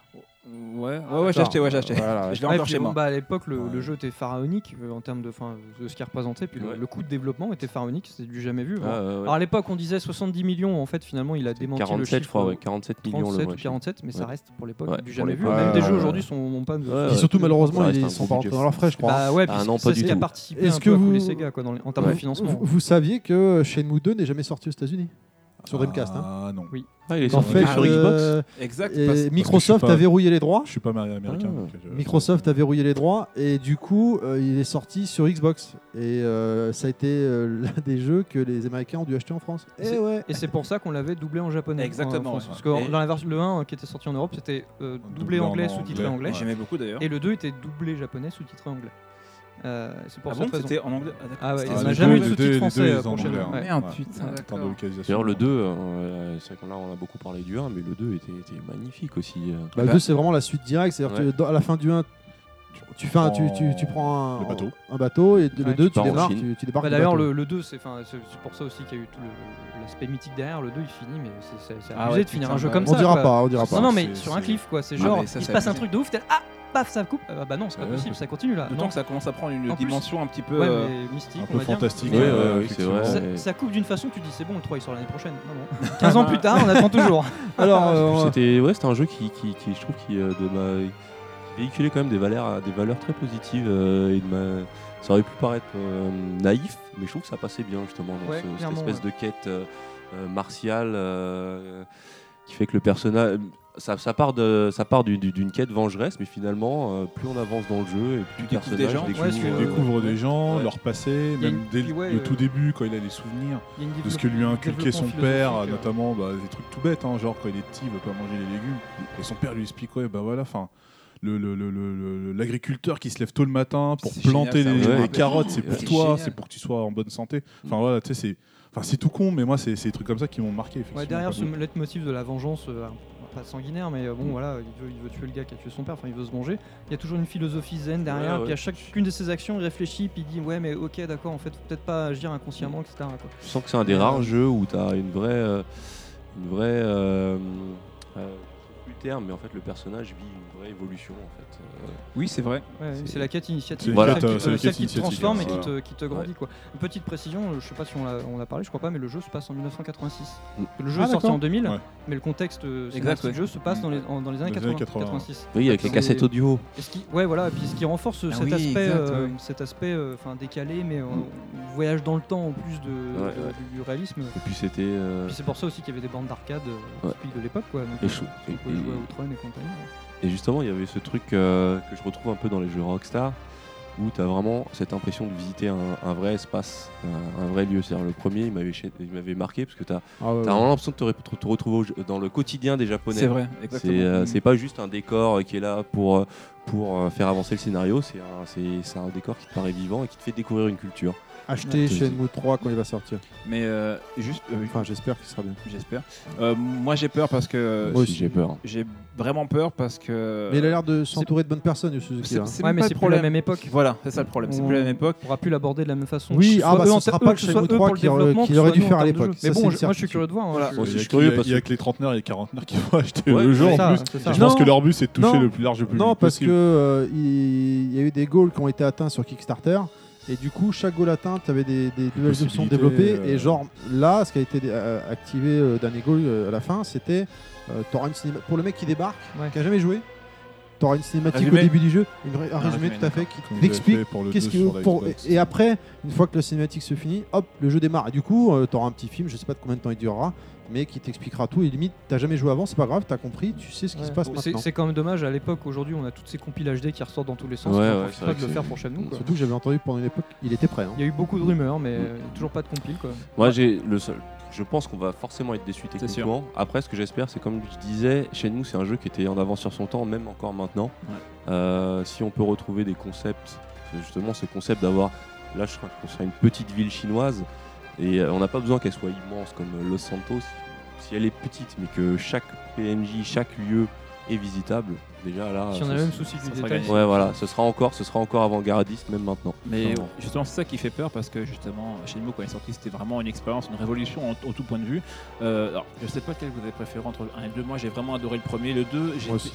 Speaker 7: Ouais, ouais, ouais, j'ai acheté, ouais, j'ai acheté.
Speaker 5: Voilà.
Speaker 7: Je l'ai
Speaker 9: Ouais,
Speaker 7: encore
Speaker 9: puis,
Speaker 7: chez
Speaker 9: bon,
Speaker 7: moi.
Speaker 9: bah, à l'époque, le,
Speaker 5: Ouais.
Speaker 9: le jeu était pharaonique euh, en termes de, fin, de ce qu'il représentait. Puis le-
Speaker 10: Ouais.
Speaker 9: le, coût de développement était pharaonique, c'était du jamais vu.
Speaker 10: Ah, ouais, ouais.
Speaker 9: Alors à l'époque, on disait soixante-dix millions. En fait, finalement, il a démenti le
Speaker 10: quarante-sept,
Speaker 9: chiffre.
Speaker 10: je crois, ouais, quarante-sept millions le
Speaker 9: trente-sept
Speaker 10: vrai
Speaker 9: ou
Speaker 10: chiffre.
Speaker 9: quarante-sept, mais ça
Speaker 10: Ouais.
Speaker 9: reste pour l'époque
Speaker 10: Ouais,
Speaker 9: du
Speaker 10: pour
Speaker 9: jamais vu.
Speaker 10: l'époque.
Speaker 9: Même
Speaker 5: Ouais,
Speaker 9: des
Speaker 5: ouais,
Speaker 9: jeux
Speaker 5: ouais.
Speaker 9: aujourd'hui sont n'ont pas. de-
Speaker 10: Ouais,
Speaker 5: Et surtout, malheureusement,
Speaker 10: Ça
Speaker 5: ils
Speaker 10: reste un
Speaker 5: sont
Speaker 10: gros
Speaker 5: pas rentrés
Speaker 10: budget.
Speaker 5: dans leurs frais, je crois.
Speaker 9: Bah ouais,
Speaker 10: Ah
Speaker 9: puis
Speaker 10: non,
Speaker 9: ça,
Speaker 10: pas du
Speaker 9: ça a
Speaker 10: tout.
Speaker 9: participé
Speaker 5: Est-ce
Speaker 9: un
Speaker 5: que
Speaker 9: peu à
Speaker 5: vous-
Speaker 9: couler Sega quoi, dans les- en termes
Speaker 10: Ouais.
Speaker 9: de financement.
Speaker 5: Vous, vous saviez que Shenmue deux n'est jamais sorti aux États-Unis sur Dreamcast. Hein.
Speaker 6: Ah non.
Speaker 9: Oui.
Speaker 10: Ah, il est
Speaker 5: En
Speaker 10: sorti
Speaker 5: fait,
Speaker 10: sur Xbox.
Speaker 5: euh,
Speaker 7: Exact.
Speaker 5: et
Speaker 7: parce-
Speaker 5: Microsoft
Speaker 6: pas-
Speaker 5: a verrouillé les droits.
Speaker 6: Je suis pas amé- américain.
Speaker 10: Ah.
Speaker 6: donc, euh,
Speaker 5: Microsoft a verrouillé les droits et du coup, euh, il est sorti sur Xbox. Et euh, ça a été euh, l'un des jeux que les Américains ont dû acheter en France. Et
Speaker 9: C'est-
Speaker 5: ouais.
Speaker 9: Et c'est pour ça qu'on l'avait doublé en japonais.
Speaker 7: Exactement,
Speaker 9: en France.
Speaker 7: ouais.
Speaker 9: Parce que
Speaker 7: Et-
Speaker 9: dans la version le un euh, qui était sorti en Europe, c'était euh, doublé
Speaker 6: Doublé en
Speaker 9: anglais,
Speaker 6: anglais,
Speaker 9: sous-titré anglais.
Speaker 6: ouais.
Speaker 7: J'aimais beaucoup d'ailleurs.
Speaker 9: Et le deux était doublé japonais, sous-titré anglais. Euh, c'est pour
Speaker 7: Ah
Speaker 9: cette
Speaker 7: bon,
Speaker 9: raison.
Speaker 7: c'était en anglais. Ah, d'accord.
Speaker 9: Ah ouais,
Speaker 7: C'était-
Speaker 9: on
Speaker 6: Ah,
Speaker 9: n'a
Speaker 6: les
Speaker 9: jamais
Speaker 6: deux-
Speaker 9: eu de
Speaker 6: les deux-
Speaker 9: sous-titres
Speaker 6: les
Speaker 9: français
Speaker 6: deux,
Speaker 9: euh,
Speaker 6: ils en
Speaker 9: pour
Speaker 6: ont
Speaker 9: Shenmue.
Speaker 6: anglais, hein.
Speaker 9: Ouais.
Speaker 7: Merde,
Speaker 6: Ouais.
Speaker 7: putain,
Speaker 6: Temps de
Speaker 7: d'accord.
Speaker 6: localisation.
Speaker 10: D'ailleurs, le deux, euh, c'est vrai que là on a beaucoup parlé du un, mais le deux était, était magnifique aussi. euh.
Speaker 5: Bah, le deux, c'est vraiment la suite directe. C'est-à-dire
Speaker 10: Ouais.
Speaker 5: que dans- à la fin du un, tu, fais un, tu, tu, tu prends un,
Speaker 6: Le bateau.
Speaker 5: un bateau et le
Speaker 9: Ouais,
Speaker 5: deux,
Speaker 10: tu
Speaker 5: tu
Speaker 10: pars en
Speaker 5: démarres,
Speaker 10: Chine.
Speaker 5: tu, tu débarques.
Speaker 9: Bah,
Speaker 5: du
Speaker 9: D'ailleurs,
Speaker 5: bateau.
Speaker 9: le, le deux, c'est enfin, c'est- c'est pour ça aussi qu'il y a eu tout le- l'aspect mythique derrière. Le deux, il finit, mais c'est c'est- c'est
Speaker 7: Ah
Speaker 9: abusé
Speaker 7: ouais,
Speaker 9: de finir
Speaker 7: putain,
Speaker 9: un jeu
Speaker 7: bah,
Speaker 9: comme
Speaker 5: on
Speaker 9: ça.
Speaker 5: dira
Speaker 9: quoi.
Speaker 5: pas, on dira pas.
Speaker 9: Non, non, mais
Speaker 6: C'est-
Speaker 9: sur un
Speaker 6: c'est-
Speaker 9: cliff, quoi. C'est
Speaker 7: Ah,
Speaker 9: genre,
Speaker 7: mais ça,
Speaker 9: il se
Speaker 7: c'est
Speaker 9: passe un
Speaker 7: abusé.
Speaker 9: truc de ouf, t'es là, ah, paf, ça coupe. Ah, bah non, c'est pas
Speaker 6: Ouais,
Speaker 9: possible,
Speaker 6: c'est-
Speaker 9: ça continue là.
Speaker 7: D'autant
Speaker 9: Non.
Speaker 7: que ça commence à prendre une
Speaker 9: En plus-
Speaker 7: dimension un petit peu.
Speaker 9: Ouais,
Speaker 7: euh,
Speaker 9: mais mystique,
Speaker 6: Un
Speaker 9: on
Speaker 6: peu
Speaker 9: va dire.
Speaker 6: fantastique.
Speaker 10: Ouais,
Speaker 6: euh,
Speaker 10: ouais, oui, c'est vrai.
Speaker 6: effectivement.
Speaker 10: Ouais.
Speaker 9: Ça, ça coupe d'une façon, tu dis c'est bon, le trois il sort l'année prochaine. Non, non. quinze ans plus tard, on attend toujours.
Speaker 5: Alors, euh,
Speaker 10: C'était ouais, c'était un jeu qui, qui, qui je trouve, qui euh, de ma véhiculait quand même des valeurs, des valeurs très positives euh, et de ma... Ça aurait pu paraître euh, naïf, mais je trouve que ça passait bien justement dans
Speaker 9: Ouais,
Speaker 10: ce- cette
Speaker 9: clairement,
Speaker 10: espèce
Speaker 9: ouais.
Speaker 10: de quête euh, euh, martiale euh, qui fait que le personnage, ça, ça part de, ça part du- du- d'une quête vengeresse, mais finalement, euh, plus on avance dans le jeu et plus le
Speaker 7: découvres
Speaker 10: personnage
Speaker 7: des gens.
Speaker 10: découvre,
Speaker 9: Ouais, parce que-
Speaker 6: Tu
Speaker 10: euh,
Speaker 6: découvres des gens,
Speaker 10: ouais.
Speaker 6: leur passé,
Speaker 9: Il y a
Speaker 6: même
Speaker 9: une-
Speaker 6: dès
Speaker 9: puis ouais,
Speaker 6: le
Speaker 9: euh,
Speaker 6: tout début, quand il a les souvenirs
Speaker 9: Il y a une
Speaker 6: de ce que lui a inculqué son
Speaker 9: développement
Speaker 6: père,
Speaker 9: philosophique, euh,
Speaker 6: notamment bah, des trucs tout bêtes, hein, genre quand il est petit, il veut pas manger les légumes, et son père lui explique ouais, bah voilà, enfin. Le, le- le- le- le- l'agriculteur qui se lève tôt le matin pour
Speaker 7: C'est
Speaker 6: planter
Speaker 7: génial,
Speaker 6: les,
Speaker 7: ça,
Speaker 10: ouais.
Speaker 6: les carottes, c'est pour
Speaker 10: C'est
Speaker 6: toi,
Speaker 7: génial.
Speaker 6: c'est pour que tu sois en bonne santé. Enfin voilà, tu sais, c'est, enfin c'est tout con, mais moi c'est c'est des trucs comme ça qui m'ont marqué. effectivement,
Speaker 9: Ouais, derrière
Speaker 6: quoi.
Speaker 9: ce leitmotiv de la vengeance, euh, pas sanguinaire, mais euh, bon voilà, il veut, il veut tuer le gars qui a tué son père, enfin il veut se venger. Il y a toujours une philosophie zen derrière,
Speaker 10: Ouais, ouais.
Speaker 9: puis à chacune de ses actions, il réfléchit, puis il dit ouais, mais ok, d'accord, en fait, faut peut-être pas agir inconsciemment, et cetera quoi.
Speaker 10: Je sens que c'est un des rares jeux où tu as une vraie. euh, une vraie. Euh, euh, plus le terme, mais en fait, le personnage vit une vraie évolution. En fait. Euh,
Speaker 7: Oui, c'est vrai.
Speaker 9: Ouais,
Speaker 10: C'est-
Speaker 9: c'est la quête initiative,
Speaker 6: C'est une
Speaker 10: Voilà.
Speaker 9: celle
Speaker 6: quête,
Speaker 9: qui,
Speaker 6: euh, c'est
Speaker 9: euh,
Speaker 6: la
Speaker 9: celle
Speaker 6: quête
Speaker 9: qui te
Speaker 6: initiative,
Speaker 9: transforme et
Speaker 6: voilà.
Speaker 9: qui te, qui te grandit quoi. Une petite précision, euh, je sais pas si on l'a on a parlé, je crois pas, mais le jeu se passe en dix-neuf cent quatre-vingt-six.
Speaker 10: Mm.
Speaker 9: Le jeu
Speaker 5: Ah,
Speaker 9: est sorti
Speaker 5: d'accord.
Speaker 9: en deux mille,
Speaker 6: Ouais.
Speaker 9: mais le contexte euh,
Speaker 7: Exact,
Speaker 9: scénaristique
Speaker 7: ouais.
Speaker 9: du jeu se passe dans les, en- dans les années
Speaker 6: Dans les années
Speaker 9: quatre-vingts,
Speaker 6: quatre-vingts.
Speaker 9: quatre-vingt-six.
Speaker 10: oui, avec les
Speaker 9: C'est-
Speaker 10: cassettes audio.
Speaker 9: Et ce qui, ouais, voilà, et puis ce qui renforce euh,
Speaker 7: Ah
Speaker 9: cet,
Speaker 7: oui,
Speaker 9: aspect,
Speaker 7: exact,
Speaker 9: euh,
Speaker 7: ouais.
Speaker 9: cet aspect, euh, enfin décalé, mais euh, on voyage dans le temps en plus de,
Speaker 10: Ouais,
Speaker 9: de-
Speaker 10: ouais.
Speaker 9: du, du réalisme.
Speaker 10: Et puis c'était. euh,
Speaker 9: Puis c'est pour ça aussi qu'il y avait des bandes d'arcade euh,
Speaker 10: Ouais.
Speaker 9: typiques de l'époque, quoi. Donc,
Speaker 10: Et
Speaker 9: euh,
Speaker 10: je-
Speaker 9: on
Speaker 10: et-
Speaker 9: pouvait
Speaker 10: et-
Speaker 9: jouer à Outrun et compagnie.
Speaker 10: Et justement, il y avait ce truc euh, que je retrouve un peu dans les jeux Rockstar, où tu as vraiment cette impression de visiter un, un vrai espace, un, un vrai lieu. C'est-à-dire le premier, il m'avait, cha- il m'avait marqué, parce que tu as
Speaker 5: Ah ouais, ouais.
Speaker 10: vraiment l'impression de te, re- te retrouver au jeu- dans le quotidien des Japonais.
Speaker 7: C'est vrai, exactement.
Speaker 10: C'est, euh,
Speaker 7: Mm.
Speaker 10: c'est pas juste un décor euh, qui est là pour, euh, pour euh, faire avancer le scénario, c'est un, c'est, c'est un décor qui te paraît vivant et qui te fait découvrir une culture.
Speaker 5: Acheter
Speaker 10: Ouais.
Speaker 5: Shenmue trois quand il va sortir.
Speaker 7: Mais euh, juste, euh,
Speaker 5: Enfin, j'espère qu'il sera bien.
Speaker 7: j'espère. Euh, moi, j'ai peur parce que
Speaker 5: Moi
Speaker 10: Si,
Speaker 5: aussi.
Speaker 10: j'ai peur.
Speaker 7: j'ai vraiment peur parce que.
Speaker 5: Mais il a l'air de s'entourer de bonnes personnes, Yu Suzuki.
Speaker 7: C'est
Speaker 5: hein.
Speaker 7: c'est
Speaker 9: Ouais,
Speaker 7: même
Speaker 9: mais
Speaker 7: pas
Speaker 9: c'est
Speaker 7: le
Speaker 9: plus la
Speaker 7: problème.
Speaker 9: même époque.
Speaker 7: Voilà, c'est ça le problème. C'est
Speaker 9: On-
Speaker 7: plus la même époque.
Speaker 9: On pourra plus l'aborder de la même façon.
Speaker 5: Oui,
Speaker 9: Que ce
Speaker 5: ah
Speaker 9: soit
Speaker 5: bah
Speaker 9: eux
Speaker 5: ce
Speaker 9: en
Speaker 5: sera
Speaker 9: ter-
Speaker 5: pas
Speaker 9: eux,
Speaker 5: le
Speaker 9: que ce soit
Speaker 5: Shenmue
Speaker 9: eux
Speaker 5: trois
Speaker 9: pour le
Speaker 5: qu'il aurait-
Speaker 9: développement,
Speaker 5: qu'il
Speaker 9: que
Speaker 5: aurait
Speaker 9: ce
Speaker 5: dû
Speaker 9: soit
Speaker 5: faire
Speaker 9: nous
Speaker 5: à
Speaker 9: en termes de
Speaker 5: l'époque.
Speaker 9: jeu. Mais
Speaker 5: Ça,
Speaker 9: bon,
Speaker 5: c'est
Speaker 9: je- moi je suis
Speaker 5: certitude.
Speaker 9: curieux de voir. hein.
Speaker 10: Voilà.
Speaker 9: Je-
Speaker 10: Moi aussi, je
Speaker 6: Il y
Speaker 10: suis
Speaker 6: a
Speaker 10: curieux
Speaker 6: que-
Speaker 10: parce
Speaker 6: il y a
Speaker 10: que.
Speaker 6: que les trentenaires et les quarantenaires qui vont acheter
Speaker 10: Ouais,
Speaker 6: le jeu
Speaker 10: c'est
Speaker 6: en
Speaker 9: ça,
Speaker 6: plus.
Speaker 9: c'est ça.
Speaker 6: Je pense
Speaker 5: Non.
Speaker 6: que leur but c'est de toucher
Speaker 5: Non.
Speaker 6: le plus large public
Speaker 5: Non, parce
Speaker 6: possible.
Speaker 5: que euh, il il y a eu des goals qui ont été atteints sur Kickstarter. Et du coup, chaque goal atteint, tu avais des, des nouvelles options
Speaker 6: possibilités,
Speaker 5: développées.
Speaker 6: euh,
Speaker 5: Et genre, là, ce qui a été euh, activé euh, dernier goal euh, à la fin, c'était euh, t'auras une cinéma- pour le mec qui débarque,
Speaker 9: Ouais.
Speaker 5: qui a jamais joué, t'auras une cinématique
Speaker 7: Résumé.
Speaker 5: au début du jeu, une ré- un
Speaker 7: Un
Speaker 5: résumé
Speaker 7: résumé,
Speaker 5: tout à fait
Speaker 7: d'accord.
Speaker 5: qui
Speaker 6: Comme vous avez
Speaker 5: t'explique
Speaker 6: fait pour le
Speaker 5: qu'est-ce
Speaker 6: deux
Speaker 5: qu'il
Speaker 6: sur
Speaker 5: faut
Speaker 6: la
Speaker 5: pour-
Speaker 6: Xbox.
Speaker 5: et après, une fois que la cinématique se finit, hop, le jeu démarre. Et du coup, euh, t'auras un petit film, je sais pas de combien de temps il durera, mais qui t'expliquera tout. Et limite, t'as jamais joué avant, c'est pas grave, t'as compris, tu sais ce qui
Speaker 9: Ouais.
Speaker 5: se passe
Speaker 9: C'est-
Speaker 5: maintenant.
Speaker 9: C'est quand même dommage, à l'époque, aujourd'hui, on a toutes ces compiles H D qui ressortent dans tous les sens.
Speaker 10: Ouais,
Speaker 9: on
Speaker 10: ouais,
Speaker 9: profite
Speaker 10: c'est
Speaker 9: pas
Speaker 10: vrai
Speaker 9: de
Speaker 10: que
Speaker 9: le faire
Speaker 10: c'est-
Speaker 9: pour Shenmue. quoi.
Speaker 5: Surtout que j'avais entendu pendant une époque, il était prêt. hein.
Speaker 9: Il y a eu beaucoup de rumeurs, mais euh, toujours pas de compile. Quoi.
Speaker 10: Moi, j'ai le seul. Je pense qu'on va forcément être déçu
Speaker 7: sûr.
Speaker 10: techniquement. Après, ce que j'espère, c'est comme je disais, Shenmue, c'est un jeu qui était en avance sur son temps, même encore maintenant.
Speaker 7: Ouais.
Speaker 10: Euh, si on peut retrouver des concepts, justement, ce concept d'avoir, là, je crois que c'est une petite ville chinoise, et euh, on n'a pas besoin qu'elle soit immense comme euh, Los Santos. Si elle est petite, mais que chaque P N J, chaque lieu est visitable, déjà là.
Speaker 9: Si on
Speaker 10: ça,
Speaker 9: a le même
Speaker 10: c'est-
Speaker 9: souci
Speaker 7: ça
Speaker 9: du
Speaker 7: sera
Speaker 9: détail.
Speaker 7: gagné.
Speaker 10: Ouais, voilà, ce sera encore, ce sera encore avant-gardiste, même maintenant.
Speaker 7: Mais
Speaker 10: Clairement.
Speaker 7: justement, c'est ça qui fait peur parce que justement, Shenmue, quand il est sorti, c'était vraiment une expérience, une révolution en, en tout point de vue. Euh, alors, je sais pas lequel vous avez préféré entre le un et le deux. Moi, j'ai vraiment adoré le premier. Le deux, j'ai
Speaker 5: Moi aussi.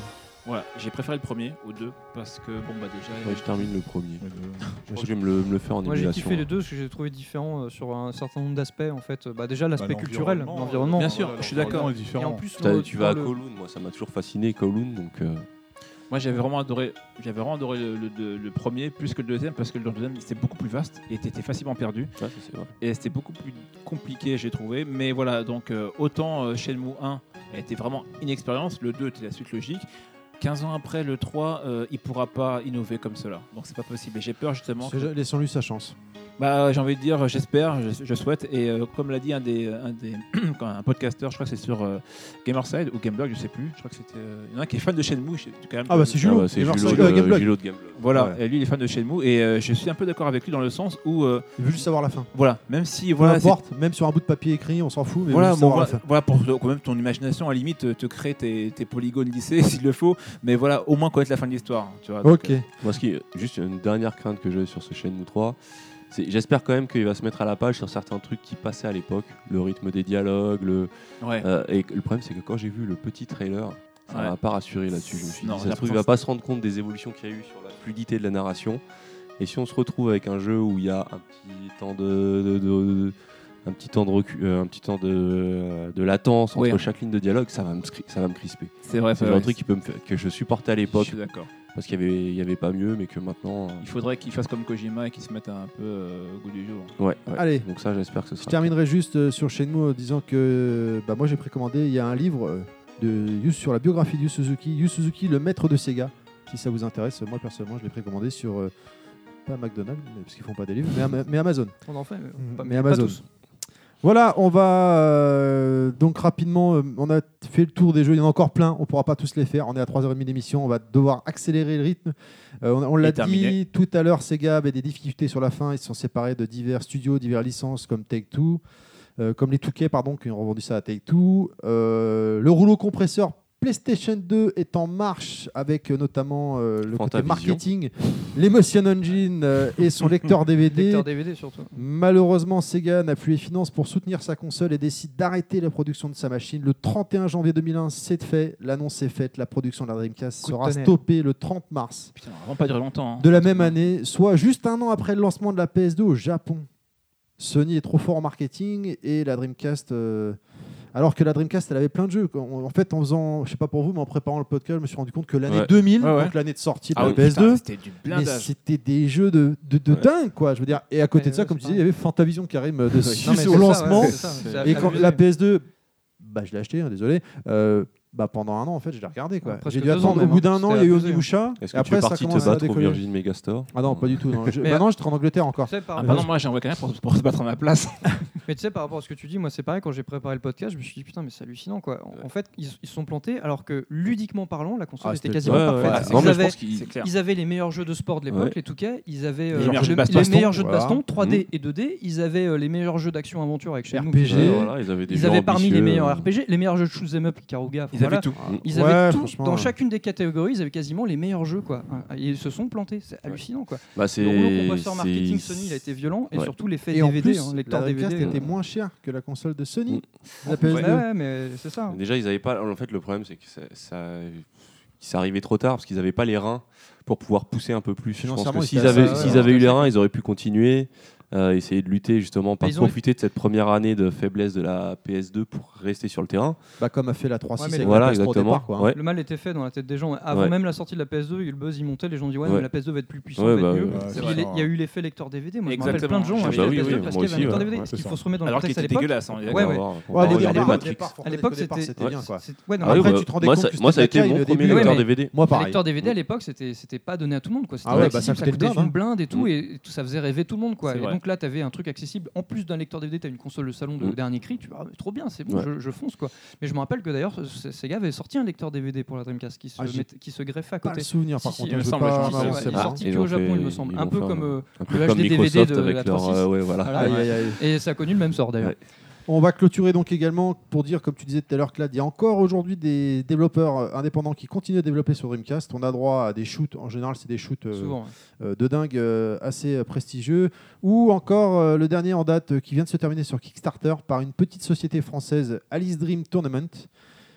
Speaker 7: Voilà, j'ai préféré le premier aux deux parce que bon bah déjà.
Speaker 10: Ouais, je termine le premier. Je crois que je vais me le, me le faire en
Speaker 9: Moi j'ai
Speaker 10: émulation.
Speaker 9: kiffé les deux parce que j'ai trouvé différents euh, sur un certain nombre d'aspects en fait. Bah, déjà l'aspect
Speaker 6: Bah,
Speaker 9: culturel,
Speaker 6: l'environnement,
Speaker 9: l'environnement.
Speaker 7: Bien sûr, je suis d'accord.
Speaker 6: est différent.
Speaker 9: Et en plus,
Speaker 10: T'as-
Speaker 9: le-
Speaker 10: tu vas à
Speaker 9: dans le-
Speaker 10: Kowloon, moi ça m'a toujours fasciné Kowloon, donc euh,
Speaker 7: Moi j'avais vraiment adoré, j'avais vraiment adoré le, le- le premier plus que le deuxième parce que le deuxième c'était beaucoup plus vaste et t'étais facilement perdu.
Speaker 10: ouais, ça, c'est vrai.
Speaker 7: Et c'était beaucoup plus compliqué, j'ai trouvé. Mais voilà, donc euh, autant euh, Shenmue un a été vraiment une expérience, le deux était la suite logique. quinze ans après, le trois, euh, il pourra pas innover comme cela. Donc c'est pas possible. Et j'ai peur justement. que-
Speaker 5: C'est- Laissons-lui sa chance.
Speaker 7: Bah, j'ai envie de dire, j'espère, je, je souhaite. Et euh, comme l'a dit un des, un des quand un podcasteur, je crois que c'est sur euh, Gamerside ou Gameblog, je sais plus. Je crois que c'était. euh, Il y en a un qui est fan de Shenmue. je sais- quand même,
Speaker 5: Ah bah c'est Julo,
Speaker 10: Ah bah, c'est
Speaker 5: Gamerside,
Speaker 10: Julo
Speaker 5: euh,
Speaker 10: de,
Speaker 5: Gameblog.
Speaker 10: Julo de Gameblog.
Speaker 7: Voilà,
Speaker 5: Ouais.
Speaker 7: et lui il est fan de Shenmue. Et euh, je suis un peu d'accord avec lui dans le sens où, euh,
Speaker 5: Il veut juste savoir la fin.
Speaker 7: voilà, même si.
Speaker 5: Peu
Speaker 7: Voilà, c'est-
Speaker 5: importe, même sur un bout de papier écrit, on s'en fout, mais il
Speaker 7: Voilà,
Speaker 5: veut juste
Speaker 7: bon,
Speaker 5: savoir la
Speaker 7: voilà,
Speaker 5: fin.
Speaker 7: voilà, pour te- quand même ton imagination à la limite te, te crée tes, tes polygones lissés s'il le faut, mais voilà, au moins connaître la fin de l'histoire. Tu vois, donc,
Speaker 5: Ok.
Speaker 7: euh,
Speaker 10: Moi, ce qui est juste une dernière crainte que j'ai sur ce Shenmue trois, c'est j'espère quand même qu'il va se mettre à la page sur certains trucs qui passaient à l'époque, le rythme des dialogues, le
Speaker 7: ouais.
Speaker 10: euh, et le problème c'est que quand j'ai vu le petit trailer, ça
Speaker 7: Ouais.
Speaker 10: m'a pas rassuré là-dessus. Je me suis
Speaker 7: Non,
Speaker 10: dit,
Speaker 7: j'ai
Speaker 10: ça se trouve, il
Speaker 7: l'impression
Speaker 10: va
Speaker 7: que
Speaker 10: pas se rendre compte des évolutions qu'il y a eu sur la fluidité de la narration. Et si on se retrouve avec un jeu où il y a un petit temps de, de- de- de- un petit temps de recul, euh, un petit temps de, de latence entre
Speaker 7: Oui.
Speaker 10: chaque ligne de dialogue, ça va me, scri- ça va me crisper.
Speaker 7: c'est vrai,
Speaker 10: C'est
Speaker 7: c'est
Speaker 10: le genre
Speaker 7: vrai.
Speaker 10: de truc qui peut me faire- que je supportais à
Speaker 7: Je
Speaker 10: l'époque
Speaker 7: suis d'accord.
Speaker 10: parce qu'il y avait, il y avait pas mieux, mais que maintenant. euh,
Speaker 7: Il faudrait qu'il fasse comme Kojima et qu'il se mette un peu euh, au goût du jour.
Speaker 10: Ouais, ouais.
Speaker 5: Allez.
Speaker 10: Donc ça, j'espère que ce
Speaker 5: Je
Speaker 10: sera.
Speaker 5: terminerai juste euh, sur Shenmue en disant que bah, moi j'ai précommandé, il y a un livre euh, de Yu- sur la biographie de Yu Suzuki, Yu Suzuki, le maître de Sega. Si ça vous intéresse, moi personnellement je l'ai précommandé sur, euh, pas McDonald's, mais- parce qu'ils font pas des livres, mais, Ama- mais Amazon.
Speaker 9: On en fait, mais,
Speaker 5: Mm,
Speaker 9: pas,
Speaker 5: mais
Speaker 9: pas
Speaker 5: Amazon.
Speaker 9: tous.
Speaker 5: Voilà, on va euh, donc rapidement, euh, on a fait le tour des jeux, il y en a encore plein, on pourra pas tous les faire, on est à trois heures trente d'émission, on va devoir accélérer le rythme. Euh, on on l'a
Speaker 7: Et terminer.
Speaker 5: dit tout à l'heure, Sega avait des difficultés sur la fin, ils se sont séparés de divers studios, diverses licences comme Take-Two, euh, comme les deux K pardon, qui ont revendu ça à Take-Two. Euh, le rouleau compresseur PlayStation deux est en marche avec euh, notamment euh, le côté
Speaker 10: Fantavision.
Speaker 5: marketing, l'Emotion Engine euh, et son lecteur D V D.
Speaker 9: Lecteur D V D surtout.
Speaker 5: Malheureusement, Sega n'a plus les finances pour soutenir sa console et décide d'arrêter la production de sa machine. Le trente et un janvier deux mille un, c'est fait. L'annonce est faite. La production de la Dreamcast
Speaker 9: Coup de
Speaker 5: sera
Speaker 9: tonnerre.
Speaker 5: stoppée le trente mars
Speaker 7: Putain, ça va vraiment pas durer longtemps. hein.
Speaker 5: de la même année, soit juste un an après le lancement de la P S deux au Japon. Sony est trop fort en marketing et la Dreamcast... euh, alors que la Dreamcast, elle avait plein de jeux. En en fait, en faisant, je sais pas pour vous, mais en préparant le podcast, je me suis rendu compte que l'année
Speaker 10: Ouais.
Speaker 5: deux mille,
Speaker 7: Ouais, ouais.
Speaker 5: donc l'année de sortie de
Speaker 7: Ah
Speaker 5: la
Speaker 7: oui,
Speaker 5: P S deux,
Speaker 7: putain, c'était du
Speaker 5: mais
Speaker 7: blindage.
Speaker 5: c'était des jeux de, de, de
Speaker 10: Ouais.
Speaker 5: dingue, quoi. Je veux dire. Et à côté
Speaker 9: Ouais,
Speaker 5: de ça,
Speaker 9: ouais,
Speaker 5: comme
Speaker 9: c'est
Speaker 5: tu disais, il y avait Fantavision qui arrive dessus
Speaker 9: Non, mais
Speaker 5: au
Speaker 9: c'est ça,
Speaker 5: lancement.
Speaker 9: ouais, c'est ça, c'est
Speaker 5: Et quand
Speaker 9: abusé.
Speaker 5: la P S deux, bah, je l'ai acheté, hein, désolé. Euh, bah, pendant un an, en fait, je l'ai regardé. Quoi.
Speaker 9: Presque
Speaker 5: J'ai dû
Speaker 9: deux
Speaker 5: attendre
Speaker 9: ans
Speaker 5: au
Speaker 9: même,
Speaker 5: bout
Speaker 9: hein.
Speaker 5: d'un an,
Speaker 9: C'était
Speaker 5: il y a eu
Speaker 9: abusé,
Speaker 5: Onimusha.
Speaker 10: Est-ce
Speaker 5: Et
Speaker 10: que tu
Speaker 5: après,
Speaker 10: es
Speaker 5: ça
Speaker 10: parti te
Speaker 5: commence à
Speaker 10: battre au
Speaker 5: décoller.
Speaker 10: Virgin Megastore?
Speaker 5: Ah non, pas du tout. Non. Je-
Speaker 9: Mais
Speaker 5: bah
Speaker 9: à-
Speaker 5: non, j'étais en Angleterre encore.
Speaker 9: Tu sais, par
Speaker 7: Ah
Speaker 9: rapport-
Speaker 7: bah non, moi j'envoie quelqu'un pour, pour se battre à ma place.
Speaker 9: Mais tu sais, par rapport à ce que tu dis, moi c'est pareil, quand j'ai préparé le podcast, je me suis dit putain, mais c'est hallucinant quoi. En, en fait, ils ils se sont plantés alors que ludiquement parlant, la console
Speaker 5: Ah,
Speaker 9: était
Speaker 5: c'était-
Speaker 9: quasiment
Speaker 10: Ouais, ouais,
Speaker 9: parfaite.
Speaker 10: ouais. Non,
Speaker 9: Ils,
Speaker 10: mais je
Speaker 9: avaient,
Speaker 10: pense qu'ils-
Speaker 7: C'est clair.
Speaker 9: ils avaient les meilleurs jeux de sport de l'époque,
Speaker 10: Ouais.
Speaker 9: les deux K. Ils avaient euh,
Speaker 7: Les meilleurs
Speaker 9: le-
Speaker 7: jeux de baston.
Speaker 9: les meilleurs jeux de
Speaker 5: Voilà.
Speaker 9: baston, trois D
Speaker 10: Mmh.
Speaker 9: et deux D. Ils avaient euh, les meilleurs jeux d'action-aventure avec Shenmue.
Speaker 5: R P G.
Speaker 9: Ils-
Speaker 10: Ouais, voilà, ils avaient des
Speaker 9: Ils
Speaker 10: jeux
Speaker 9: avaient parmi les
Speaker 10: ambitieux,
Speaker 9: meilleurs
Speaker 10: euh,
Speaker 9: R P G, les meilleurs jeux de shoot'em up, Ikaruga.
Speaker 7: Ils
Speaker 9: voilà.
Speaker 7: avaient tout.
Speaker 9: Ils
Speaker 5: Ouais,
Speaker 9: avaient tout
Speaker 5: franchement.
Speaker 9: dans chacune des catégories. Ils avaient quasiment les meilleurs jeux quoi. Et ils se sont plantés. C'est hallucinant quoi.
Speaker 10: Bah, c'est.
Speaker 9: Le rouleau compresseur marketing
Speaker 10: c'est-
Speaker 9: Sony, il a été violent et
Speaker 10: Ouais.
Speaker 9: surtout l'effet
Speaker 5: Et en
Speaker 9: D V D,
Speaker 5: plus,
Speaker 9: hein,
Speaker 5: la
Speaker 9: lecteur
Speaker 5: Dreamcast
Speaker 9: D V D.
Speaker 5: était
Speaker 9: euh.
Speaker 5: moins cher que la console de Sony.
Speaker 10: Mm.
Speaker 5: La P S
Speaker 9: Ouais,
Speaker 5: deux.
Speaker 9: ouais, mais c'est ça.
Speaker 10: Déjà, ils avaient pas. En fait, le problème, c'est que ça, ça, c'est arrivé trop tard parce qu'ils n'avaient pas les reins pour pouvoir pousser un peu plus. Je pense
Speaker 5: Financièrement,
Speaker 10: que
Speaker 5: ils
Speaker 10: s'ils
Speaker 5: étaient
Speaker 10: avaient,
Speaker 5: assez-
Speaker 10: s'ils
Speaker 5: ouais,
Speaker 10: avaient eu
Speaker 9: ouais.
Speaker 10: les reins, ils auraient pu continuer, euh, essayer de lutter justement, pas
Speaker 9: Mais ils ont-
Speaker 10: profiter de cette première année de faiblesse de la P S deux pour rester sur le terrain.
Speaker 5: Bah, comme a fait la trois six
Speaker 9: Ouais, mais
Speaker 5: avec
Speaker 10: voilà,
Speaker 5: la P S trois au
Speaker 10: exactement.
Speaker 5: départ, quoi, hein.
Speaker 10: Ouais.
Speaker 9: Le mal était fait dans la tête des gens. Avant
Speaker 10: Ouais.
Speaker 9: même la sortie de la P S deux, le buzz il montait, les gens disaient ouais,
Speaker 10: Ouais.
Speaker 9: mais la P S deux va être plus puissante,
Speaker 10: Ouais,
Speaker 9: va
Speaker 10: bah,
Speaker 9: être mieux.
Speaker 6: ouais,
Speaker 9: Puis
Speaker 6: c'est
Speaker 9: il y a-
Speaker 6: vrai.
Speaker 9: il y a eu l'effet lecteur D V D. Moi, je me rappelle
Speaker 7: Exactement.
Speaker 9: plein de gens
Speaker 7: Ah,
Speaker 9: ont
Speaker 7: bah
Speaker 9: acheté la
Speaker 10: oui,
Speaker 9: P S deux
Speaker 10: oui,
Speaker 9: parce
Speaker 10: moi
Speaker 9: qu'il y avait un
Speaker 10: aussi,
Speaker 9: lecteur
Speaker 10: ouais.
Speaker 9: D V D.
Speaker 6: Ouais, c'est
Speaker 9: Il
Speaker 6: ça.
Speaker 9: faut se remettre dans le
Speaker 7: Alors qu'il
Speaker 9: contexte à
Speaker 7: était
Speaker 9: l'époque.
Speaker 7: dégueulasse. on est
Speaker 9: Ouais,
Speaker 7: d'accord.
Speaker 9: ouais.
Speaker 10: Avoir-
Speaker 5: Ouais,
Speaker 10: comparer
Speaker 5: au
Speaker 10: les
Speaker 5: départ,
Speaker 10: Matrix.
Speaker 5: au départ,
Speaker 9: À l'époque,
Speaker 5: au départ,
Speaker 9: c'était-
Speaker 5: c'était bien, quoi.
Speaker 9: C'est- ouais, non,
Speaker 10: Ah oui,
Speaker 9: après,
Speaker 10: bah,
Speaker 5: tu te rendais
Speaker 10: moi,
Speaker 5: compte
Speaker 10: ça,
Speaker 5: que
Speaker 10: moi, ça a
Speaker 5: c'était
Speaker 10: été
Speaker 5: la
Speaker 10: mon
Speaker 5: caille au
Speaker 10: premier
Speaker 5: début,
Speaker 10: lecteur
Speaker 9: ouais,
Speaker 10: D V D.
Speaker 5: Moi,
Speaker 9: Le
Speaker 5: pareil.
Speaker 9: lecteur D V D à l'époque, c'était c'était pas donné à tout le monde quoi. C'était
Speaker 5: Ah ouais,
Speaker 9: pas
Speaker 5: bah, ça
Speaker 9: accessible, ça
Speaker 5: coûtait
Speaker 9: coûtait
Speaker 5: une
Speaker 9: une blinde et tout
Speaker 10: Mm.
Speaker 9: et tout ça faisait rêver tout le monde quoi.
Speaker 7: C'est
Speaker 9: Et
Speaker 7: vrai.
Speaker 9: donc là, tu avais un truc accessible. En plus d'un lecteur D V D, tu as une console de salon de
Speaker 10: Mm.
Speaker 9: dernier cri. Tu vois, ah, mais trop bien, c'est bon,
Speaker 10: Ouais.
Speaker 9: je, je fonce quoi. Mais je me rappelle que d'ailleurs, ce- Sega avait sorti un lecteur D V D pour la Dreamcast qui se
Speaker 5: Ah, j'ai
Speaker 9: mettait- qui se greffait à
Speaker 5: Pas
Speaker 9: côté.
Speaker 5: le souvenir, par
Speaker 9: Si, si,
Speaker 5: contre.
Speaker 7: il me
Speaker 5: je veux
Speaker 7: semble,
Speaker 5: pas
Speaker 7: je pense que
Speaker 5: m'avancer,
Speaker 7: c'est-
Speaker 9: Il est
Speaker 5: moi.
Speaker 9: sorti
Speaker 10: Ils
Speaker 9: que
Speaker 10: ont
Speaker 9: au Japon,
Speaker 10: fait-
Speaker 9: il me semble.
Speaker 10: ils
Speaker 9: Un
Speaker 10: ont
Speaker 9: peu
Speaker 10: fait
Speaker 9: comme
Speaker 10: un-
Speaker 9: euh,
Speaker 10: un peu
Speaker 9: le
Speaker 10: comme
Speaker 9: H D D V D
Speaker 10: Microsoft
Speaker 9: de
Speaker 10: avec
Speaker 9: la
Speaker 10: leur,
Speaker 9: trois six.
Speaker 10: euh, ouais, voilà.
Speaker 9: Voilà.
Speaker 5: Aïe, aïe, aïe.
Speaker 9: Et ça a connu le même sort d'ailleurs.
Speaker 10: Ouais.
Speaker 5: On va clôturer donc également pour dire, comme tu disais tout à l'heure, Claude, il y a encore aujourd'hui des développeurs euh, indépendants qui continuent à développer sur Dreamcast. On a droit à des shoots, en général, c'est des shoots euh,
Speaker 9: Souvent. ouais.
Speaker 5: euh, de dingue euh, assez euh, prestigieux. Ou encore euh, le dernier en date euh, qui vient de se terminer sur Kickstarter par une petite société française, Alice Dream Tournament.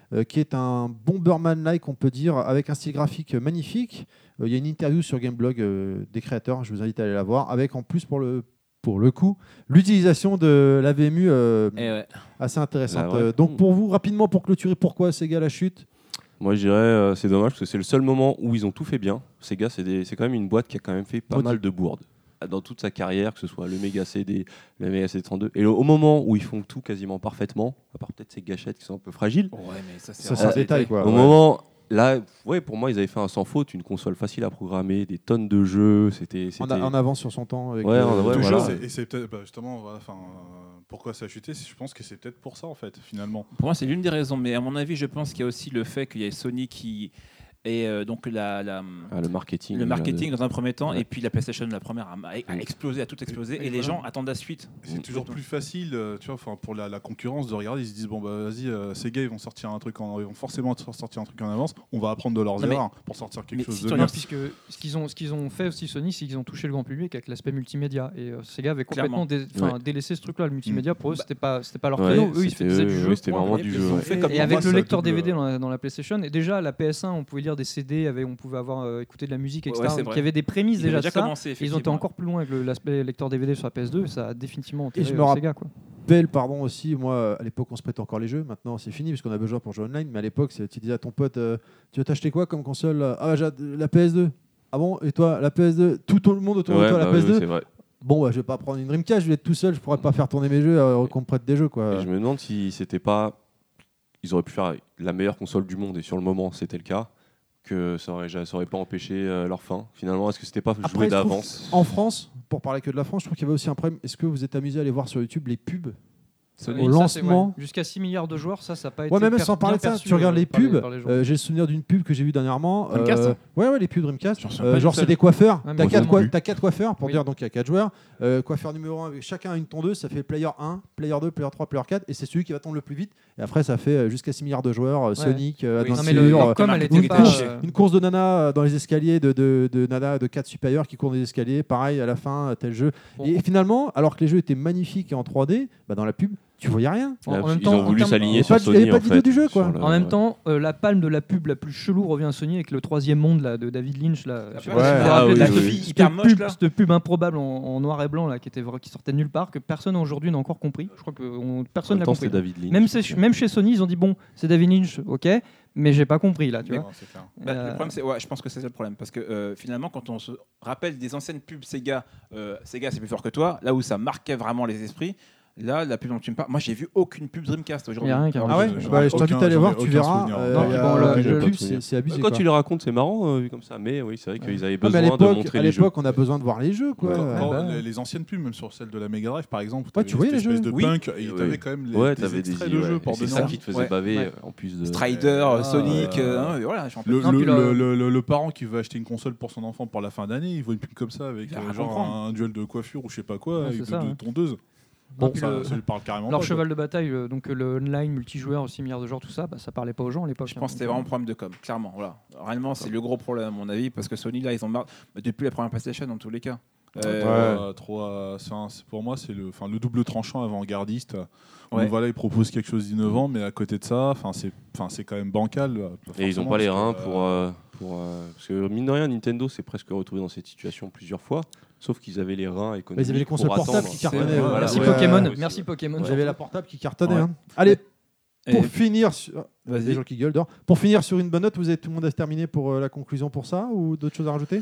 Speaker 5: euh, qui est un Bomberman-like, on peut dire, avec un style graphique magnifique. Euh, Il y a une interview sur Gameblog euh, des créateurs, je vous invite à aller la voir, avec en plus pour le, pour le coup l'utilisation de la V M U euh,
Speaker 7: ouais.
Speaker 5: assez intéressante.
Speaker 10: Ah ouais.
Speaker 5: Euh, donc pour vous, rapidement, pour clôturer, pourquoi Sega la chute?
Speaker 10: Moi, je dirais, euh, c'est dommage parce que c'est le seul moment où ils ont tout fait bien. Sega, c'est, des, c'est quand même une boîte qui a quand même fait pas
Speaker 5: Maudit.
Speaker 10: mal de bourdes dans toute sa carrière, que ce soit le Mega C D, le Mega C D trente-deux. Et au moment où ils font tout quasiment parfaitement, à part peut-être ces gâchettes qui sont un peu fragiles,
Speaker 7: Ouais, mais ça, c'est
Speaker 5: Ça,
Speaker 7: un
Speaker 5: c'est un
Speaker 7: détail.
Speaker 5: détail, quoi.
Speaker 10: au
Speaker 5: Ouais.
Speaker 10: moment là, ouais, pour moi, ils avaient fait un sans faute, une console facile à programmer, des tonnes de jeux. C'était,
Speaker 5: En,
Speaker 10: c'était...
Speaker 5: a- en avance sur son temps. Avec
Speaker 10: Ouais,
Speaker 5: le-
Speaker 10: en- ouais,
Speaker 6: Toujours,
Speaker 10: voilà.
Speaker 6: c'est- et c'est peut-être bah, justement, voilà, enfin, euh, pourquoi ça a chuté. c'est- Je pense que c'est peut-être pour ça en fait, finalement.
Speaker 7: Pour moi, c'est l'une des raisons, mais à mon avis, je pense qu'il y a aussi le fait qu'il y ait Sony qui est euh, donc la, la-
Speaker 10: Ah, le marketing.
Speaker 7: le marketing
Speaker 10: là,
Speaker 7: dans un premier temps,
Speaker 10: Ouais.
Speaker 7: et puis la PlayStation, la première, a, a explosé, a tout explosé,
Speaker 6: Et-
Speaker 7: et les
Speaker 6: et
Speaker 7: gens
Speaker 6: voilà.
Speaker 7: attendent la suite.
Speaker 6: C'est toujours plus facile, euh, tu vois, enfin, pour la, la concurrence de regarder. Ils se disent bon bah vas-y, euh, Sega ils vont sortir un truc, en, ils vont forcément sortir un truc en avance. On va apprendre de leurs
Speaker 7: Non, mais-
Speaker 6: erreurs pour sortir quelque
Speaker 7: mais
Speaker 6: chose
Speaker 7: si
Speaker 6: de
Speaker 7: tu
Speaker 6: bien.
Speaker 7: regardes-
Speaker 9: puisque ce qu'ils ont, ce qu'ils ont fait aussi Sony, c'est qu'ils ont touché le grand public avec l'aspect multimédia. Et euh, Sega avait complètement dé- enfin,
Speaker 10: Ouais.
Speaker 9: délaissé ce truc-là. Le multimédia, pour eux,
Speaker 7: Bah,
Speaker 9: c'était pas, c'était pas leur
Speaker 10: Ouais,
Speaker 9: créneau. Eux, ils
Speaker 10: c'était
Speaker 9: faisaient
Speaker 10: eux,
Speaker 9: du jeu.
Speaker 10: ouais, c'était
Speaker 9: point.
Speaker 10: vraiment
Speaker 9: Et-
Speaker 10: du
Speaker 9: et-
Speaker 10: jeu,
Speaker 9: ils ont
Speaker 10: ouais.
Speaker 9: fait
Speaker 7: Et
Speaker 9: comme- Et
Speaker 7: pour
Speaker 9: avec
Speaker 6: moi,
Speaker 9: le
Speaker 6: ça
Speaker 9: lecteur
Speaker 6: double-
Speaker 9: D V D dans la, dans la PlayStation, et déjà la P S un, on pouvait lire des C D, avec, on pouvait avoir euh, écouté de la musique, et cetera.
Speaker 7: Ouais, c'est
Speaker 9: Donc
Speaker 7: vrai.
Speaker 9: il y avait des prémices
Speaker 7: Ils
Speaker 9: déjà
Speaker 7: avaient
Speaker 9: de
Speaker 7: déjà
Speaker 9: ça.
Speaker 7: commencé,
Speaker 9: Et ils ont été
Speaker 7: effectivement.
Speaker 9: encore plus loin avec le- l'aspect lecteur D V D sur la P S deux. Ça a définitivement enterré
Speaker 5: je me
Speaker 9: euh,
Speaker 5: rappelle-
Speaker 9: Sega, quoi.
Speaker 5: Belle, pardon aussi, moi à l'époque on se prêtait encore les jeux, maintenant c'est fini parce qu'on a besoin pour jouer online, mais à l'époque c'est- tu disais à ton pote euh, tu veux t'acheter quoi comme console? Ah j'ai la P S deux. Ah bon, et toi la P S deux? Tout, tout le monde autour de
Speaker 10: Ouais,
Speaker 5: toi la
Speaker 10: bah
Speaker 5: P S
Speaker 10: oui,
Speaker 5: deux?
Speaker 10: c'est vrai.
Speaker 5: Bon bah je vais pas prendre une Dreamcast, je vais être tout seul, je pourrais pas faire tourner mes jeux, euh, qu'on me prête des jeux quoi.
Speaker 10: Et je me demande si c'était pas. Ils auraient pu faire la meilleure console du monde, et sur le moment c'était le cas, que ça aurait, ça aurait pas empêché euh, leur fin. Finalement, est-ce que c'était pas
Speaker 5: Après,
Speaker 10: joué
Speaker 5: je trouve
Speaker 10: d'avance?
Speaker 5: En France, pour parler que de la France, je trouve qu'il y avait aussi un problème. Est-ce que vous êtes amusé à aller voir sur YouTube les pubs
Speaker 9: Sony,
Speaker 5: au
Speaker 9: ça, c'est-
Speaker 5: lancement?
Speaker 9: ouais. Jusqu'à six milliards de joueurs, ça, ça n'a pas été.
Speaker 5: Ouais, même
Speaker 9: per-
Speaker 5: sans parler de
Speaker 9: bien
Speaker 5: ça,
Speaker 9: perçu,
Speaker 5: tu regardes
Speaker 9: euh,
Speaker 5: les
Speaker 9: par
Speaker 5: pubs.
Speaker 9: par les gens.
Speaker 5: euh, J'ai le souvenir d'une pub que j'ai vue dernièrement.
Speaker 7: Dreamcast
Speaker 5: euh, ouais, ouais, les pubs Dreamcast.
Speaker 7: J'en souviens
Speaker 5: Euh,
Speaker 7: pas
Speaker 5: genre,
Speaker 7: d'une
Speaker 5: c'est
Speaker 7: seule.
Speaker 5: des coiffeurs.
Speaker 9: Ouais,
Speaker 5: T'as
Speaker 9: moi
Speaker 5: quatre,
Speaker 9: non
Speaker 5: coi-
Speaker 9: plus.
Speaker 5: t'as quatre coiffeurs pour
Speaker 9: Oui.
Speaker 5: dire donc il y a quatre joueurs. Euh, coiffeur numéro un avec chacun une tondeuse, ça fait player un, player deux, player trois, player quatre. Et c'est celui qui va tondre le plus vite. Et après, ça fait euh, jusqu'à six milliards de joueurs. euh, Sonic, euh,
Speaker 7: Oui.
Speaker 9: Non,
Speaker 5: Adventure,
Speaker 9: mais le, leur
Speaker 5: euh,
Speaker 9: com, elle
Speaker 7: marketing
Speaker 9: était
Speaker 5: une,
Speaker 9: pas.
Speaker 5: course,
Speaker 9: euh,
Speaker 5: une course de nana euh, dans les escaliers, de, de, de nana de quatre supérieurs qui courent des escaliers. Pareil, à la fin, euh, tel jeu.
Speaker 9: Bon.
Speaker 5: Et finalement, alors que les jeux étaient magnifiques et en trois D, bah, dans la pub, tu voyais rien.
Speaker 9: En-
Speaker 10: Là,
Speaker 9: en même
Speaker 10: ils
Speaker 9: temps,
Speaker 10: ont
Speaker 9: en
Speaker 10: voulu
Speaker 9: termes-
Speaker 10: s'aligner
Speaker 5: Il y
Speaker 10: sur
Speaker 5: avait pas de- il y
Speaker 10: Sony.
Speaker 5: avait pas
Speaker 10: en
Speaker 5: d'idée
Speaker 10: fait,
Speaker 5: du jeu, quoi.
Speaker 10: sur le-
Speaker 9: En même
Speaker 10: ouais.
Speaker 9: temps, euh, la palme de la pub la plus chelou revient à Sony avec le troisième monde là, de David Lynch. Là. Je sais pas
Speaker 5: Ouais.
Speaker 9: si vous vous
Speaker 10: Ah
Speaker 9: rappelez de
Speaker 10: oui,
Speaker 9: la
Speaker 10: oui,
Speaker 9: pub-
Speaker 10: oui.
Speaker 9: cette
Speaker 7: Hyper moche,
Speaker 9: pub-
Speaker 7: là.
Speaker 9: Cette pub improbable en, en noir et blanc là, qui, était, vra- qui sortait de nulle part, que personne aujourd'hui n'a encore compris. Je crois que on-
Speaker 10: En
Speaker 9: personne
Speaker 10: même
Speaker 9: n'a
Speaker 10: temps,
Speaker 9: compris.
Speaker 10: c'était David Lynch.
Speaker 9: Même, chez- même chez Sony, ils ont dit bon, c'est David Lynch, ok, mais j'ai pas compris là, tu
Speaker 7: Mais-
Speaker 9: vois.
Speaker 6: Non, c'est clair.
Speaker 7: Bah,
Speaker 9: Euh,
Speaker 7: Le problème, c'est, ouais, je pense que c'est ça le problème, parce que euh, finalement, quand on se rappelle des anciennes pubs Sega, euh, Sega c'est plus fort que toi, là où ça marquait vraiment les esprits, là, la pub dont tu me parles, moi j'ai vu aucune pub Dreamcast
Speaker 9: Il
Speaker 7: aujourd'hui.
Speaker 9: y a rien qui a
Speaker 5: Ah ouais,
Speaker 6: j'en ai
Speaker 5: bah, je t'invite
Speaker 6: aucun-
Speaker 5: à aller
Speaker 6: j'en ai
Speaker 5: voir, tu
Speaker 6: aucun
Speaker 5: verras.
Speaker 6: souvenir.
Speaker 5: euh,
Speaker 9: Non,
Speaker 5: il y a-
Speaker 9: bon, le-
Speaker 5: les
Speaker 9: le-
Speaker 5: pubs, c'est c'est abusé.
Speaker 10: Quand
Speaker 5: quoi.
Speaker 10: tu le racontes, c'est marrant euh, vu comme ça, mais oui, c'est vrai qu'ils avaient
Speaker 5: Ah, mais
Speaker 10: besoin
Speaker 5: à
Speaker 10: de
Speaker 5: l'époque,
Speaker 10: montrer
Speaker 5: à
Speaker 10: les jeux.
Speaker 5: l'époque, on a besoin de voir les jeux, quoi.
Speaker 10: Ouais.
Speaker 6: Quand- quand
Speaker 5: Ah bah.
Speaker 6: les, les anciennes pubs, même sur celle de la Mega Drive par exemple,
Speaker 5: Ouais,
Speaker 6: t'avais
Speaker 5: tu voyais
Speaker 6: cette
Speaker 5: les
Speaker 6: espèce
Speaker 5: jeux.
Speaker 6: de
Speaker 7: Oui.
Speaker 6: punk, et
Speaker 10: Oui.
Speaker 6: t'avais quand même les,
Speaker 10: Ouais,
Speaker 6: des
Speaker 10: t'avais des
Speaker 6: extraits
Speaker 10: idées,
Speaker 6: de jeux
Speaker 10: ouais.
Speaker 6: pour
Speaker 10: Et c'est
Speaker 6: donner
Speaker 10: ça
Speaker 6: envie.
Speaker 10: qui te faisait
Speaker 9: Ouais.
Speaker 10: baver
Speaker 9: Ouais.
Speaker 10: euh, en plus de.
Speaker 7: Strider,
Speaker 6: Ah,
Speaker 7: Sonic,
Speaker 6: euh,
Speaker 7: euh, hein, voilà, j'en peux
Speaker 6: Le,
Speaker 9: Non,
Speaker 6: le,
Speaker 9: puis le-
Speaker 6: le- le- le parent qui veut acheter une console pour son enfant pour la fin d'année, il voit une pub comme ça avec
Speaker 7: Il a
Speaker 6: euh,
Speaker 7: rien à
Speaker 6: genre
Speaker 7: comprendre.
Speaker 6: un duel de coiffure ou je sais pas quoi,
Speaker 9: Ouais,
Speaker 6: avec
Speaker 9: c'est
Speaker 6: de,
Speaker 9: ça,
Speaker 6: de
Speaker 9: ouais.
Speaker 6: tondeuse.
Speaker 9: Non,
Speaker 6: Bon,
Speaker 9: puis
Speaker 6: ça,
Speaker 9: le-
Speaker 6: ça lui parle carrément
Speaker 9: Leur
Speaker 6: pas,
Speaker 9: cheval de bataille, euh, donc euh, le online, multijoueur, aussi milliards de joueurs, tout ça, bah, ça parlait pas aux gens à l'époque.
Speaker 7: Je
Speaker 9: hein.
Speaker 7: pense que c'était vraiment un problème de com, clairement. Voilà. Réellement, c'est le gros problème à mon avis, parce que Sony, là, ils ont marre, bah, depuis la première PlayStation, dans tous les cas.
Speaker 6: quoi.
Speaker 7: Euh,
Speaker 6: Trop, trop, euh, c'est un- c'est- pour moi, c'est le, enfin, le double tranchant avant-gardiste.
Speaker 7: Ouais.
Speaker 6: Donc voilà, ils proposent quelque chose d'innovant, mais à côté de ça, enfin, c'est, enfin, c'est quand même bancal. euh,
Speaker 10: Et ils n'ont
Speaker 6: forcément,
Speaker 10: pas les
Speaker 6: parce
Speaker 10: reins
Speaker 6: que,
Speaker 10: pour.
Speaker 6: euh,
Speaker 10: euh, pour euh, parce que mine de rien, Nintendo s'est presque retrouvé dans cette situation plusieurs fois, sauf qu'ils avaient les reins économiques.
Speaker 5: Ils avaient les consoles
Speaker 10: pour
Speaker 5: portables
Speaker 10: attendre.
Speaker 5: qui
Speaker 7: C'est-
Speaker 5: cartonnaient.
Speaker 7: voilà,
Speaker 9: Merci
Speaker 7: ouais.
Speaker 9: Pokémon,
Speaker 10: Ouais,
Speaker 9: merci
Speaker 10: ouais.
Speaker 9: Pokémon.
Speaker 5: Vous avez la portable qui cartonnait.
Speaker 7: Ouais.
Speaker 5: hein. Allez, pour
Speaker 7: et-
Speaker 5: finir, sur...
Speaker 7: Vas-y.
Speaker 5: les gens qui gueulent dehors. Pour finir sur une bonne note, vous avez tout le monde à se terminer pour euh, la conclusion pour ça ou d'autres choses à rajouter?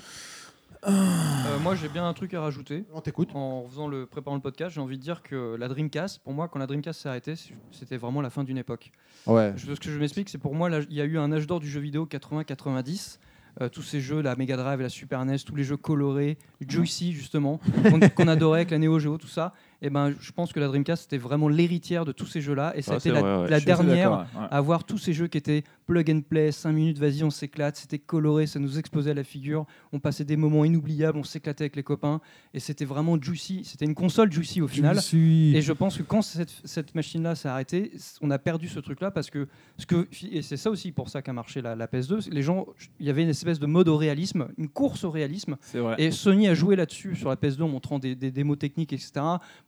Speaker 9: Euh, moi, j'ai bien un truc à rajouter.
Speaker 5: On t'écoute.
Speaker 9: En faisant le préparant le podcast, j'ai envie de dire que la Dreamcast, pour moi, quand la Dreamcast s'est arrêtée, c'était vraiment la fin d'une époque.
Speaker 5: Ouais.
Speaker 9: Je- Ce que je m'explique, c'est pour moi, là, il y a eu un âge d'or du jeu vidéo quatre-vingts quatre-vingt-dix. Euh, tous ces jeux, la Mega Drive, la Super N E S, tous les jeux colorés, Juicy justement, qu'on qu'on adorait avec la Neo Geo, tout ça. Et ben, je pense que la Dreamcast c'était vraiment l'héritière de tous ces jeux-là, et ça a
Speaker 10: Ah,
Speaker 9: été
Speaker 10: c'est
Speaker 9: la,
Speaker 10: vrai, ouais.
Speaker 9: la
Speaker 7: Je suis assez
Speaker 9: dernière
Speaker 7: d'accord, ouais.
Speaker 9: à avoir tous ces jeux qui étaient plug and play, cinq minutes, vas-y, on s'éclate, c'était coloré, ça nous explosait à la figure, on passait des moments inoubliables, on s'éclatait avec les copains, et c'était vraiment Juicy, c'était une console Juicy au final.
Speaker 5: suis.
Speaker 9: Et je pense que quand cette, cette machine-là s'est arrêtée, on a perdu ce truc-là parce que, ce que et c'est ça aussi pour ça qu'a marché la, la P S deux. Les gens, il y avait une espèce de mode au réalisme, une course au réalisme.
Speaker 7: C'est vrai.
Speaker 9: Et Sony a joué là-dessus sur la P S deux en montrant des, des démos techniques, et cetera.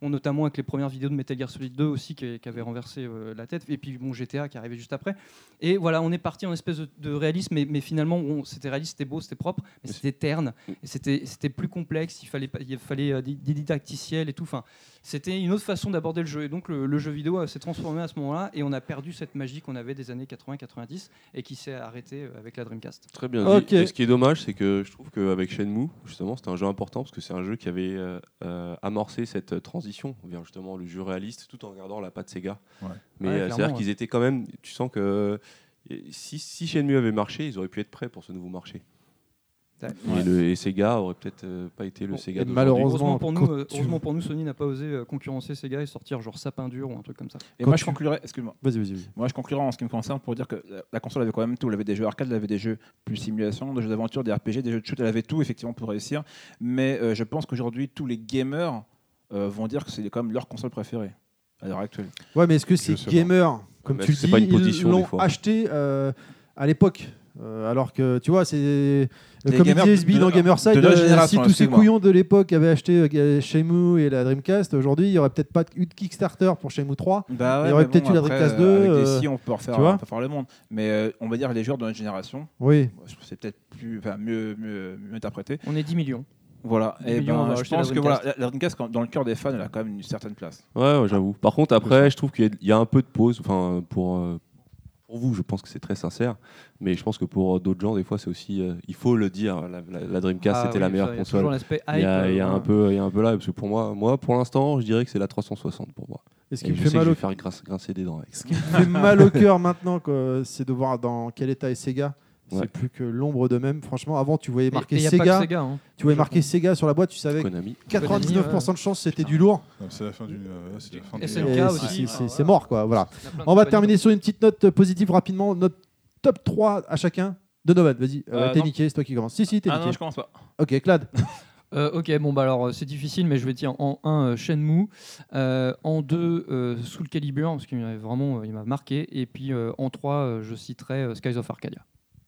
Speaker 9: bon, notamment avec les premières vidéos de Metal Gear Solid deux aussi qui, qui avaient renversé euh, la tête, et puis bon, G T A qui arrivait juste après. Et voilà, on est parti en espèce de, de réalisme, mais, mais finalement, bon, c'était réaliste, c'était beau, c'était propre, mais c'était terne, et c'était, c'était plus complexe, il fallait, il fallait euh, des, des didacticiels et tout. Enfin, c'était une autre façon d'aborder le jeu. Et donc, le, le jeu vidéo euh, s'est transformé à ce moment-là, et on a perdu cette magie qu'on avait des années quatre-vingts quatre-vingt-dix, et qui s'est arrêtée avec la Dreamcast.
Speaker 10: Très bien dit.
Speaker 5: Okay.
Speaker 10: Et ce qui est dommage, c'est que je trouve qu'avec Shenmue, justement, c'était un jeu important parce que c'est un jeu qui avait euh, euh, amorcé cette transition vers justement le jeu réaliste tout en gardant la patte Sega.
Speaker 6: Ouais.
Speaker 10: Mais
Speaker 9: Ouais,
Speaker 10: euh,
Speaker 9: clairement,
Speaker 10: c'est-à-dire
Speaker 9: ouais.
Speaker 10: qu'ils étaient quand même. Tu sens que si, si Shenmue avait marché, ils auraient pu être prêts pour ce nouveau marché.
Speaker 9: Ouais.
Speaker 10: Et, le, et Sega aurait peut-être euh, pas été le
Speaker 9: Bon,
Speaker 10: Sega
Speaker 5: et
Speaker 10: d'aujourd'hui.
Speaker 5: malheureusement,
Speaker 9: Heureusement pour, nous,
Speaker 5: quand
Speaker 9: euh,
Speaker 5: tu-
Speaker 9: heureusement pour nous, Sony n'a pas osé euh, concurrencer Sega et sortir genre Sapin dur ou un truc comme ça.
Speaker 7: Et
Speaker 5: Quand
Speaker 7: moi,
Speaker 5: tu-
Speaker 7: je conclurai. Excuse-moi.
Speaker 5: Vas-y, vas-y, vas-y.
Speaker 7: Moi, je conclurai en ce qui me concerne pour dire que la- la console avait quand même tout. Elle avait des jeux arcade, elle avait des jeux plus simulation, des jeux d'aventure, des R P G, des jeux de shoot. Elle avait tout effectivement pour réussir. Mais euh, je pense qu'aujourd'hui, tous les gamers euh, vont dire que c'est quand même leur console préférée à l'heure actuelle.
Speaker 5: Ouais, mais est-ce que
Speaker 6: Je
Speaker 5: ces
Speaker 6: sais pas.
Speaker 5: gamers, comme
Speaker 10: Mais
Speaker 5: tu le
Speaker 10: c'est
Speaker 5: dis,
Speaker 10: pas une
Speaker 5: ils
Speaker 10: position, des
Speaker 5: l'ont
Speaker 10: fois.
Speaker 5: acheté euh, à l'époque euh, alors que tu vois, c'est euh,
Speaker 7: Les
Speaker 5: comme il
Speaker 7: gamers
Speaker 5: disait S B
Speaker 7: de-
Speaker 5: dans
Speaker 7: de-
Speaker 5: Gamerside,
Speaker 7: de notre
Speaker 5: euh, si
Speaker 7: génération,
Speaker 5: tous ces
Speaker 7: excuse-moi.
Speaker 5: couillons de l'époque avaient acheté euh, Shenmue et la Dreamcast, aujourd'hui il n'y aurait peut-être pas eu de Kickstarter pour Shenmue trois.
Speaker 7: Bah
Speaker 5: Il y aurait peut-être eu la Dreamcast deux,
Speaker 7: Avec
Speaker 5: euh,
Speaker 7: des si, on peut refaire,
Speaker 5: tu vois
Speaker 7: on peut faire le monde. Mais euh, on va dire les joueurs de notre génération,
Speaker 5: Oui.
Speaker 7: je trouve que c'est peut-être plus, enfin, mieux, mieux, mieux interprété.
Speaker 9: On est dix millions.
Speaker 7: Voilà.
Speaker 9: dix
Speaker 7: Et
Speaker 9: millions, on
Speaker 7: ben,
Speaker 9: va
Speaker 7: je
Speaker 9: acheter
Speaker 7: pense
Speaker 9: la
Speaker 7: que voilà,
Speaker 9: Dreamcast.
Speaker 7: la, la Dreamcast, quand- dans le cœur des fans, elle a quand même une certaine place.
Speaker 10: Ouais, ouais, j'avoue. Par contre, après, je trouve qu'il y a- il y a un peu de pause. Enfin, pour, euh, pour vous, je pense que c'est très sincère. Mais je pense que pour d'autres gens, des fois, c'est aussi. euh, il faut le dire. La, la- la Dreamcast,
Speaker 9: Ah
Speaker 10: c'était
Speaker 9: oui,
Speaker 10: la
Speaker 9: ça,
Speaker 10: meilleure
Speaker 9: il y a toujours
Speaker 10: console.
Speaker 9: l'aspect
Speaker 10: Il y a,
Speaker 9: hype,
Speaker 10: il y a
Speaker 9: euh,
Speaker 10: un peu, il y a un peu là. Parce que pour moi, moi, pour l'instant, je dirais que c'est la trois cent soixante pour moi.
Speaker 5: Et ce
Speaker 10: Et
Speaker 5: qui me
Speaker 10: je
Speaker 5: fait
Speaker 10: sais que
Speaker 5: mal
Speaker 10: je
Speaker 5: au
Speaker 10: vais faire grince- grincer des dents avec.
Speaker 5: Ce qui me fait mal au cœur maintenant, quoi, c'est de voir dans quel état est Sega. C'est
Speaker 10: Ouais.
Speaker 5: plus que l'ombre d'eux-mêmes. Franchement, avant, tu voyais
Speaker 9: Et-
Speaker 5: marqué
Speaker 9: et y a pas
Speaker 5: Sega.
Speaker 9: que Sega, hein.
Speaker 5: Tu voyais marqué Sega sur la boîte, tu savais que
Speaker 10: Konami.
Speaker 5: quatre-vingt-dix-neuf pour cent de chance c'était du lourd.
Speaker 6: Non, c'est la fin du. euh, là, c'est la fin du-
Speaker 9: S N K
Speaker 5: Et
Speaker 9: aussi.
Speaker 5: c'est- c'est-
Speaker 9: Ah,
Speaker 5: C'est mort, quoi. Voilà.
Speaker 9: Il y a plein de
Speaker 5: On va
Speaker 9: compagnies
Speaker 5: terminer sur une petite note positive rapidement. Notre top trois à chacun. Donovan, vas-y. Euh,
Speaker 7: Euh,
Speaker 5: t'es
Speaker 7: non.
Speaker 5: niqué, c'est toi qui commence. Si, si, t'es
Speaker 7: Ah non,
Speaker 5: niqué.
Speaker 7: je commence pas.
Speaker 5: Ok, Clad.
Speaker 9: Euh, ok, bon bah alors euh, c'est difficile, mais je vais dire en un euh, Shenmue, euh, en deux euh, Soul Calibur parce qu'il m'avait vraiment euh, il m'a marqué, et puis euh, en trois euh, je citerai euh, Skies of Arcadia.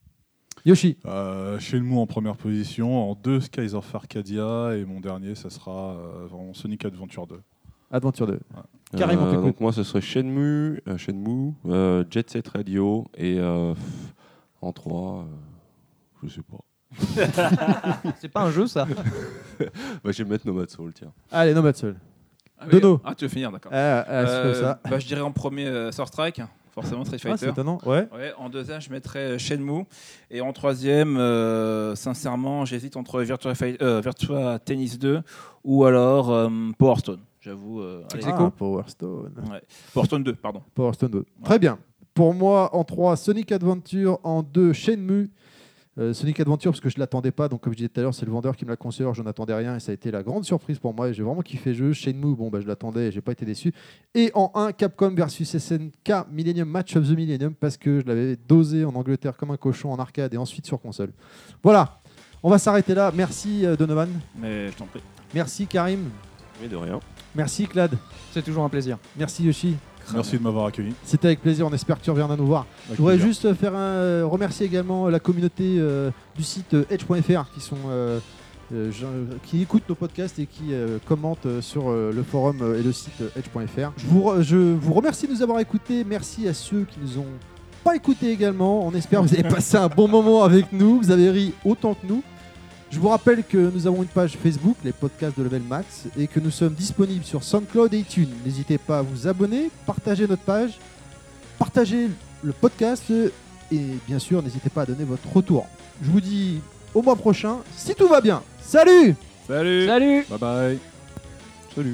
Speaker 5: Yoshi.
Speaker 6: Euh, Shenmue en première position, en deux Skies of Arcadia, et mon dernier, ça sera euh, vraiment Sonic Adventure deux.
Speaker 5: Adventure deux.
Speaker 10: Euh,
Speaker 5: Carrément, t'écoutes.
Speaker 10: donc moi, ce serait Shenmue, euh, Shenmue euh, Jet Set Radio et euh, pff, en trois, euh, je sais pas.
Speaker 9: C'est pas un jeu ça.
Speaker 10: Bah, je vais mettre Nomad Soul, tiens.
Speaker 5: Allez, Nomad Soul.
Speaker 7: Ah, oui.
Speaker 5: Dono.
Speaker 7: Ah, tu veux finir, d'accord.
Speaker 5: Ah, ah, c'est comme ça.
Speaker 7: bah, je dirais en premier euh, Sword Strike, forcément Street
Speaker 5: Ah, c'est
Speaker 7: Fighter.
Speaker 5: étonnant. Ouais.
Speaker 7: Ouais, en deuxième, je mettrais euh, Shenmue. Et en troisième, euh, sincèrement, j'hésite entre Virtua, Fight- euh, Virtua Tennis deux ou alors euh, Power Stone. J'avoue. euh, allez,
Speaker 5: Ah, Power Stone.
Speaker 7: ouais. Power Stone deux, pardon.
Speaker 5: Power Stone deux. Très bien. Pour moi, en trois, Sonic Adventure. En deux, Shenmue. Euh, Sonic Adventure, parce que je ne l'attendais pas. Donc, comme je disais tout à l'heure, c'est le vendeur qui me l'a conseillé. Alors, je n'attendais rien. Et ça a été la grande surprise pour moi. Et j'ai vraiment kiffé le jeu. Shenmue, bon, bah, je l'attendais et je n'ai pas été déçu. Et en un, Capcom versus S N K Millennium Match of the Millennium. Parce que je l'avais dosé en Angleterre comme un cochon en arcade et ensuite sur console. Voilà. On va s'arrêter là. Merci, euh, Donovan.
Speaker 7: Mais je t'en prie.
Speaker 5: Merci, Karim.
Speaker 10: Mais de rien.
Speaker 5: Merci, Clad.
Speaker 9: C'est toujours un plaisir.
Speaker 5: Merci, Yoshi.
Speaker 6: Merci de m'avoir accueilli.
Speaker 5: C'était avec plaisir, on espère que tu reviendras nous voir.
Speaker 6: Avec
Speaker 5: Je voudrais
Speaker 6: plaisir.
Speaker 5: juste faire un, euh, remercier également la communauté euh, du site euh, edge point f r qui, sont, euh, euh, je- qui écoutent nos podcasts et qui euh, commentent euh, sur euh, le forum euh, et le site euh, edge point f r. Je vous, re- je vous remercie de nous avoir écoutés. Merci à ceux qui nous ont pas écoutés également. On espère que vous avez passé un bon moment avec nous. Vous avez ri autant que nous. Je vous rappelle que nous avons une page Facebook, les podcasts de Level Max, et que nous sommes disponibles sur SoundCloud et iTunes. N'hésitez pas à vous abonner, partager notre page, partager le podcast et bien sûr, n'hésitez pas à donner votre retour. Je vous dis au mois prochain, si tout va bien. Salut!
Speaker 6: Salut.
Speaker 9: Salut.
Speaker 6: Bye bye. Salut.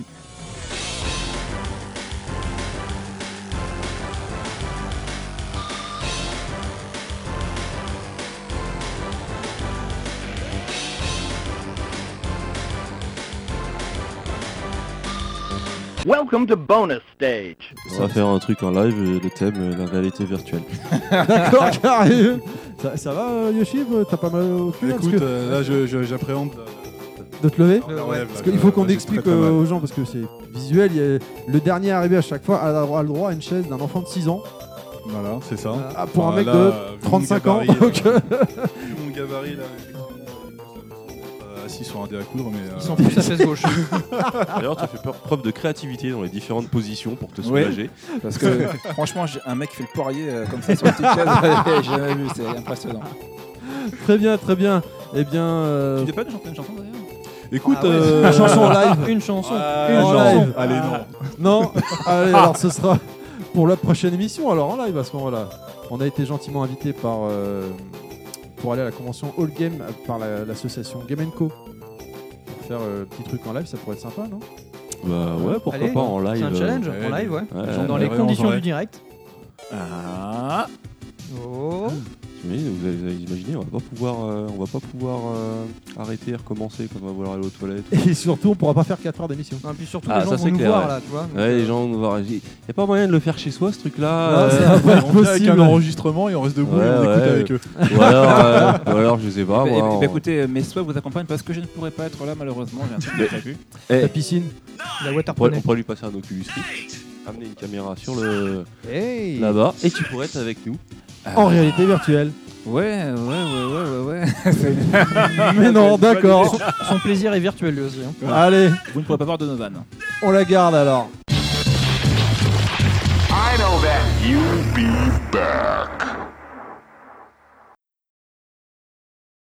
Speaker 2: Welcome to bonus stage.
Speaker 10: On va faire un truc en live, euh, le thème, euh, la réalité virtuelle.
Speaker 5: D'accord, carré. Ça, ça va, euh, Yoshi? T'as pas mal au cul là, parce
Speaker 6: Écoute,
Speaker 5: que-
Speaker 6: euh, là, je- je- j'appréhende.
Speaker 5: de te lever?
Speaker 6: la relève,
Speaker 5: Parce
Speaker 6: là,
Speaker 5: qu'il faut
Speaker 6: je-
Speaker 5: qu'on
Speaker 6: là, j'ai
Speaker 5: explique
Speaker 6: très, très
Speaker 5: euh,
Speaker 6: mal.
Speaker 5: aux gens, parce que c'est visuel. il y a- Le dernier arrivé à chaque fois a le droit- a le droit à une chaise d'un enfant de six ans.
Speaker 6: Voilà, c'est ça.
Speaker 5: Ah, pour
Speaker 6: Enfin,
Speaker 5: un mec
Speaker 6: là,
Speaker 5: de
Speaker 6: vu mon
Speaker 5: trente-cinq ans.
Speaker 6: gabarit,
Speaker 5: donc,
Speaker 6: là, vu mon gabarit, là, effectivement, euh, ça va être, assis sur un dé à coudre, mais. euh,
Speaker 9: Ils sont plus à fesse gauche.
Speaker 10: D'ailleurs, tu as fait peur- preuve de créativité dans les différentes positions pour te
Speaker 7: Oui.
Speaker 10: soulager.
Speaker 7: Parce que franchement, j'ai un mec qui fait le poirier euh, comme ça sur une petite chaise, j'ai jamais vu, c'est impressionnant.
Speaker 5: Très bien, très bien. Eh bien. euh,
Speaker 7: Tu n'es pas de chanter une chanson d'ailleurs
Speaker 6: Écoute,
Speaker 9: Ah ouais,
Speaker 6: euh,
Speaker 5: Une chanson en live.
Speaker 9: Une chanson.
Speaker 6: Ah,
Speaker 9: Une
Speaker 5: en
Speaker 9: chanson.
Speaker 5: live.
Speaker 6: Allez, non.
Speaker 5: Non, allez, alors ce sera pour la prochaine émission, alors en live à ce moment-là. On a été gentiment invité par euh, pour aller à la convention All Game par la- l'association Game Co. Pour faire euh, petit truc en live, ça pourrait être sympa, non?
Speaker 10: Bah ouais, pourquoi
Speaker 9: Allez,
Speaker 10: pas en live.
Speaker 9: C'est un challenge
Speaker 6: euh,
Speaker 9: en live, ouais.
Speaker 10: ouais,
Speaker 9: Genre dans
Speaker 6: ouais,
Speaker 9: les
Speaker 6: ouais,
Speaker 9: conditions
Speaker 6: en vrai.
Speaker 9: du direct.
Speaker 7: Ah.
Speaker 9: Oh.
Speaker 10: T'imagines, vous avez, vous avez imaginé, on va pas pouvoir, euh, on va pas pouvoir euh, arrêter et recommencer quand on va vouloir aller aux toilettes.
Speaker 5: Et surtout, on pourra pas faire quatre heures d'émission.
Speaker 9: Non, et puis surtout,
Speaker 10: Ah,
Speaker 9: les gens
Speaker 10: ça,
Speaker 9: vont
Speaker 10: c'est
Speaker 9: nous
Speaker 10: clair,
Speaker 9: voir
Speaker 10: ouais.
Speaker 9: là, tu vois. donc,
Speaker 10: Ouais, les
Speaker 9: euh,
Speaker 10: gens vont nous voir. Il y a pas moyen de le faire chez soi, ce truc-là.
Speaker 5: Non,
Speaker 10: euh,
Speaker 5: ça va pas être
Speaker 6: On vient avec
Speaker 5: possible.
Speaker 6: un enregistrement et on reste debout
Speaker 10: Ouais,
Speaker 6: et on écoute
Speaker 10: ouais.
Speaker 6: avec eux.
Speaker 10: ou, alors, euh, ou alors, je sais pas.
Speaker 7: Eh ben,
Speaker 10: moi,
Speaker 7: eh ben,
Speaker 10: on-
Speaker 7: écoutez, mes souhaits vous accompagnent parce que je ne pourrai pas être là malheureusement, j'ai un truc de prévu.
Speaker 10: Eh,
Speaker 5: La piscine.
Speaker 9: La
Speaker 10: on,
Speaker 9: water
Speaker 10: pourrait,
Speaker 9: poney.
Speaker 10: on pourrait lui passer un Oculus Rift, amener une caméra sur le
Speaker 9: Hey.
Speaker 10: là-bas, et tu pourrais être avec nous.
Speaker 5: En réalité virtuelle.
Speaker 7: Ouais, ouais, ouais, ouais, ouais, ouais.
Speaker 5: Mais non, d'accord.
Speaker 9: Son, son plaisir est virtuel lui aussi. hein.
Speaker 5: Allez,
Speaker 7: Vous ne pourrez pas voir Donovan.
Speaker 5: on la garde alors.
Speaker 1: I know that you'll be back.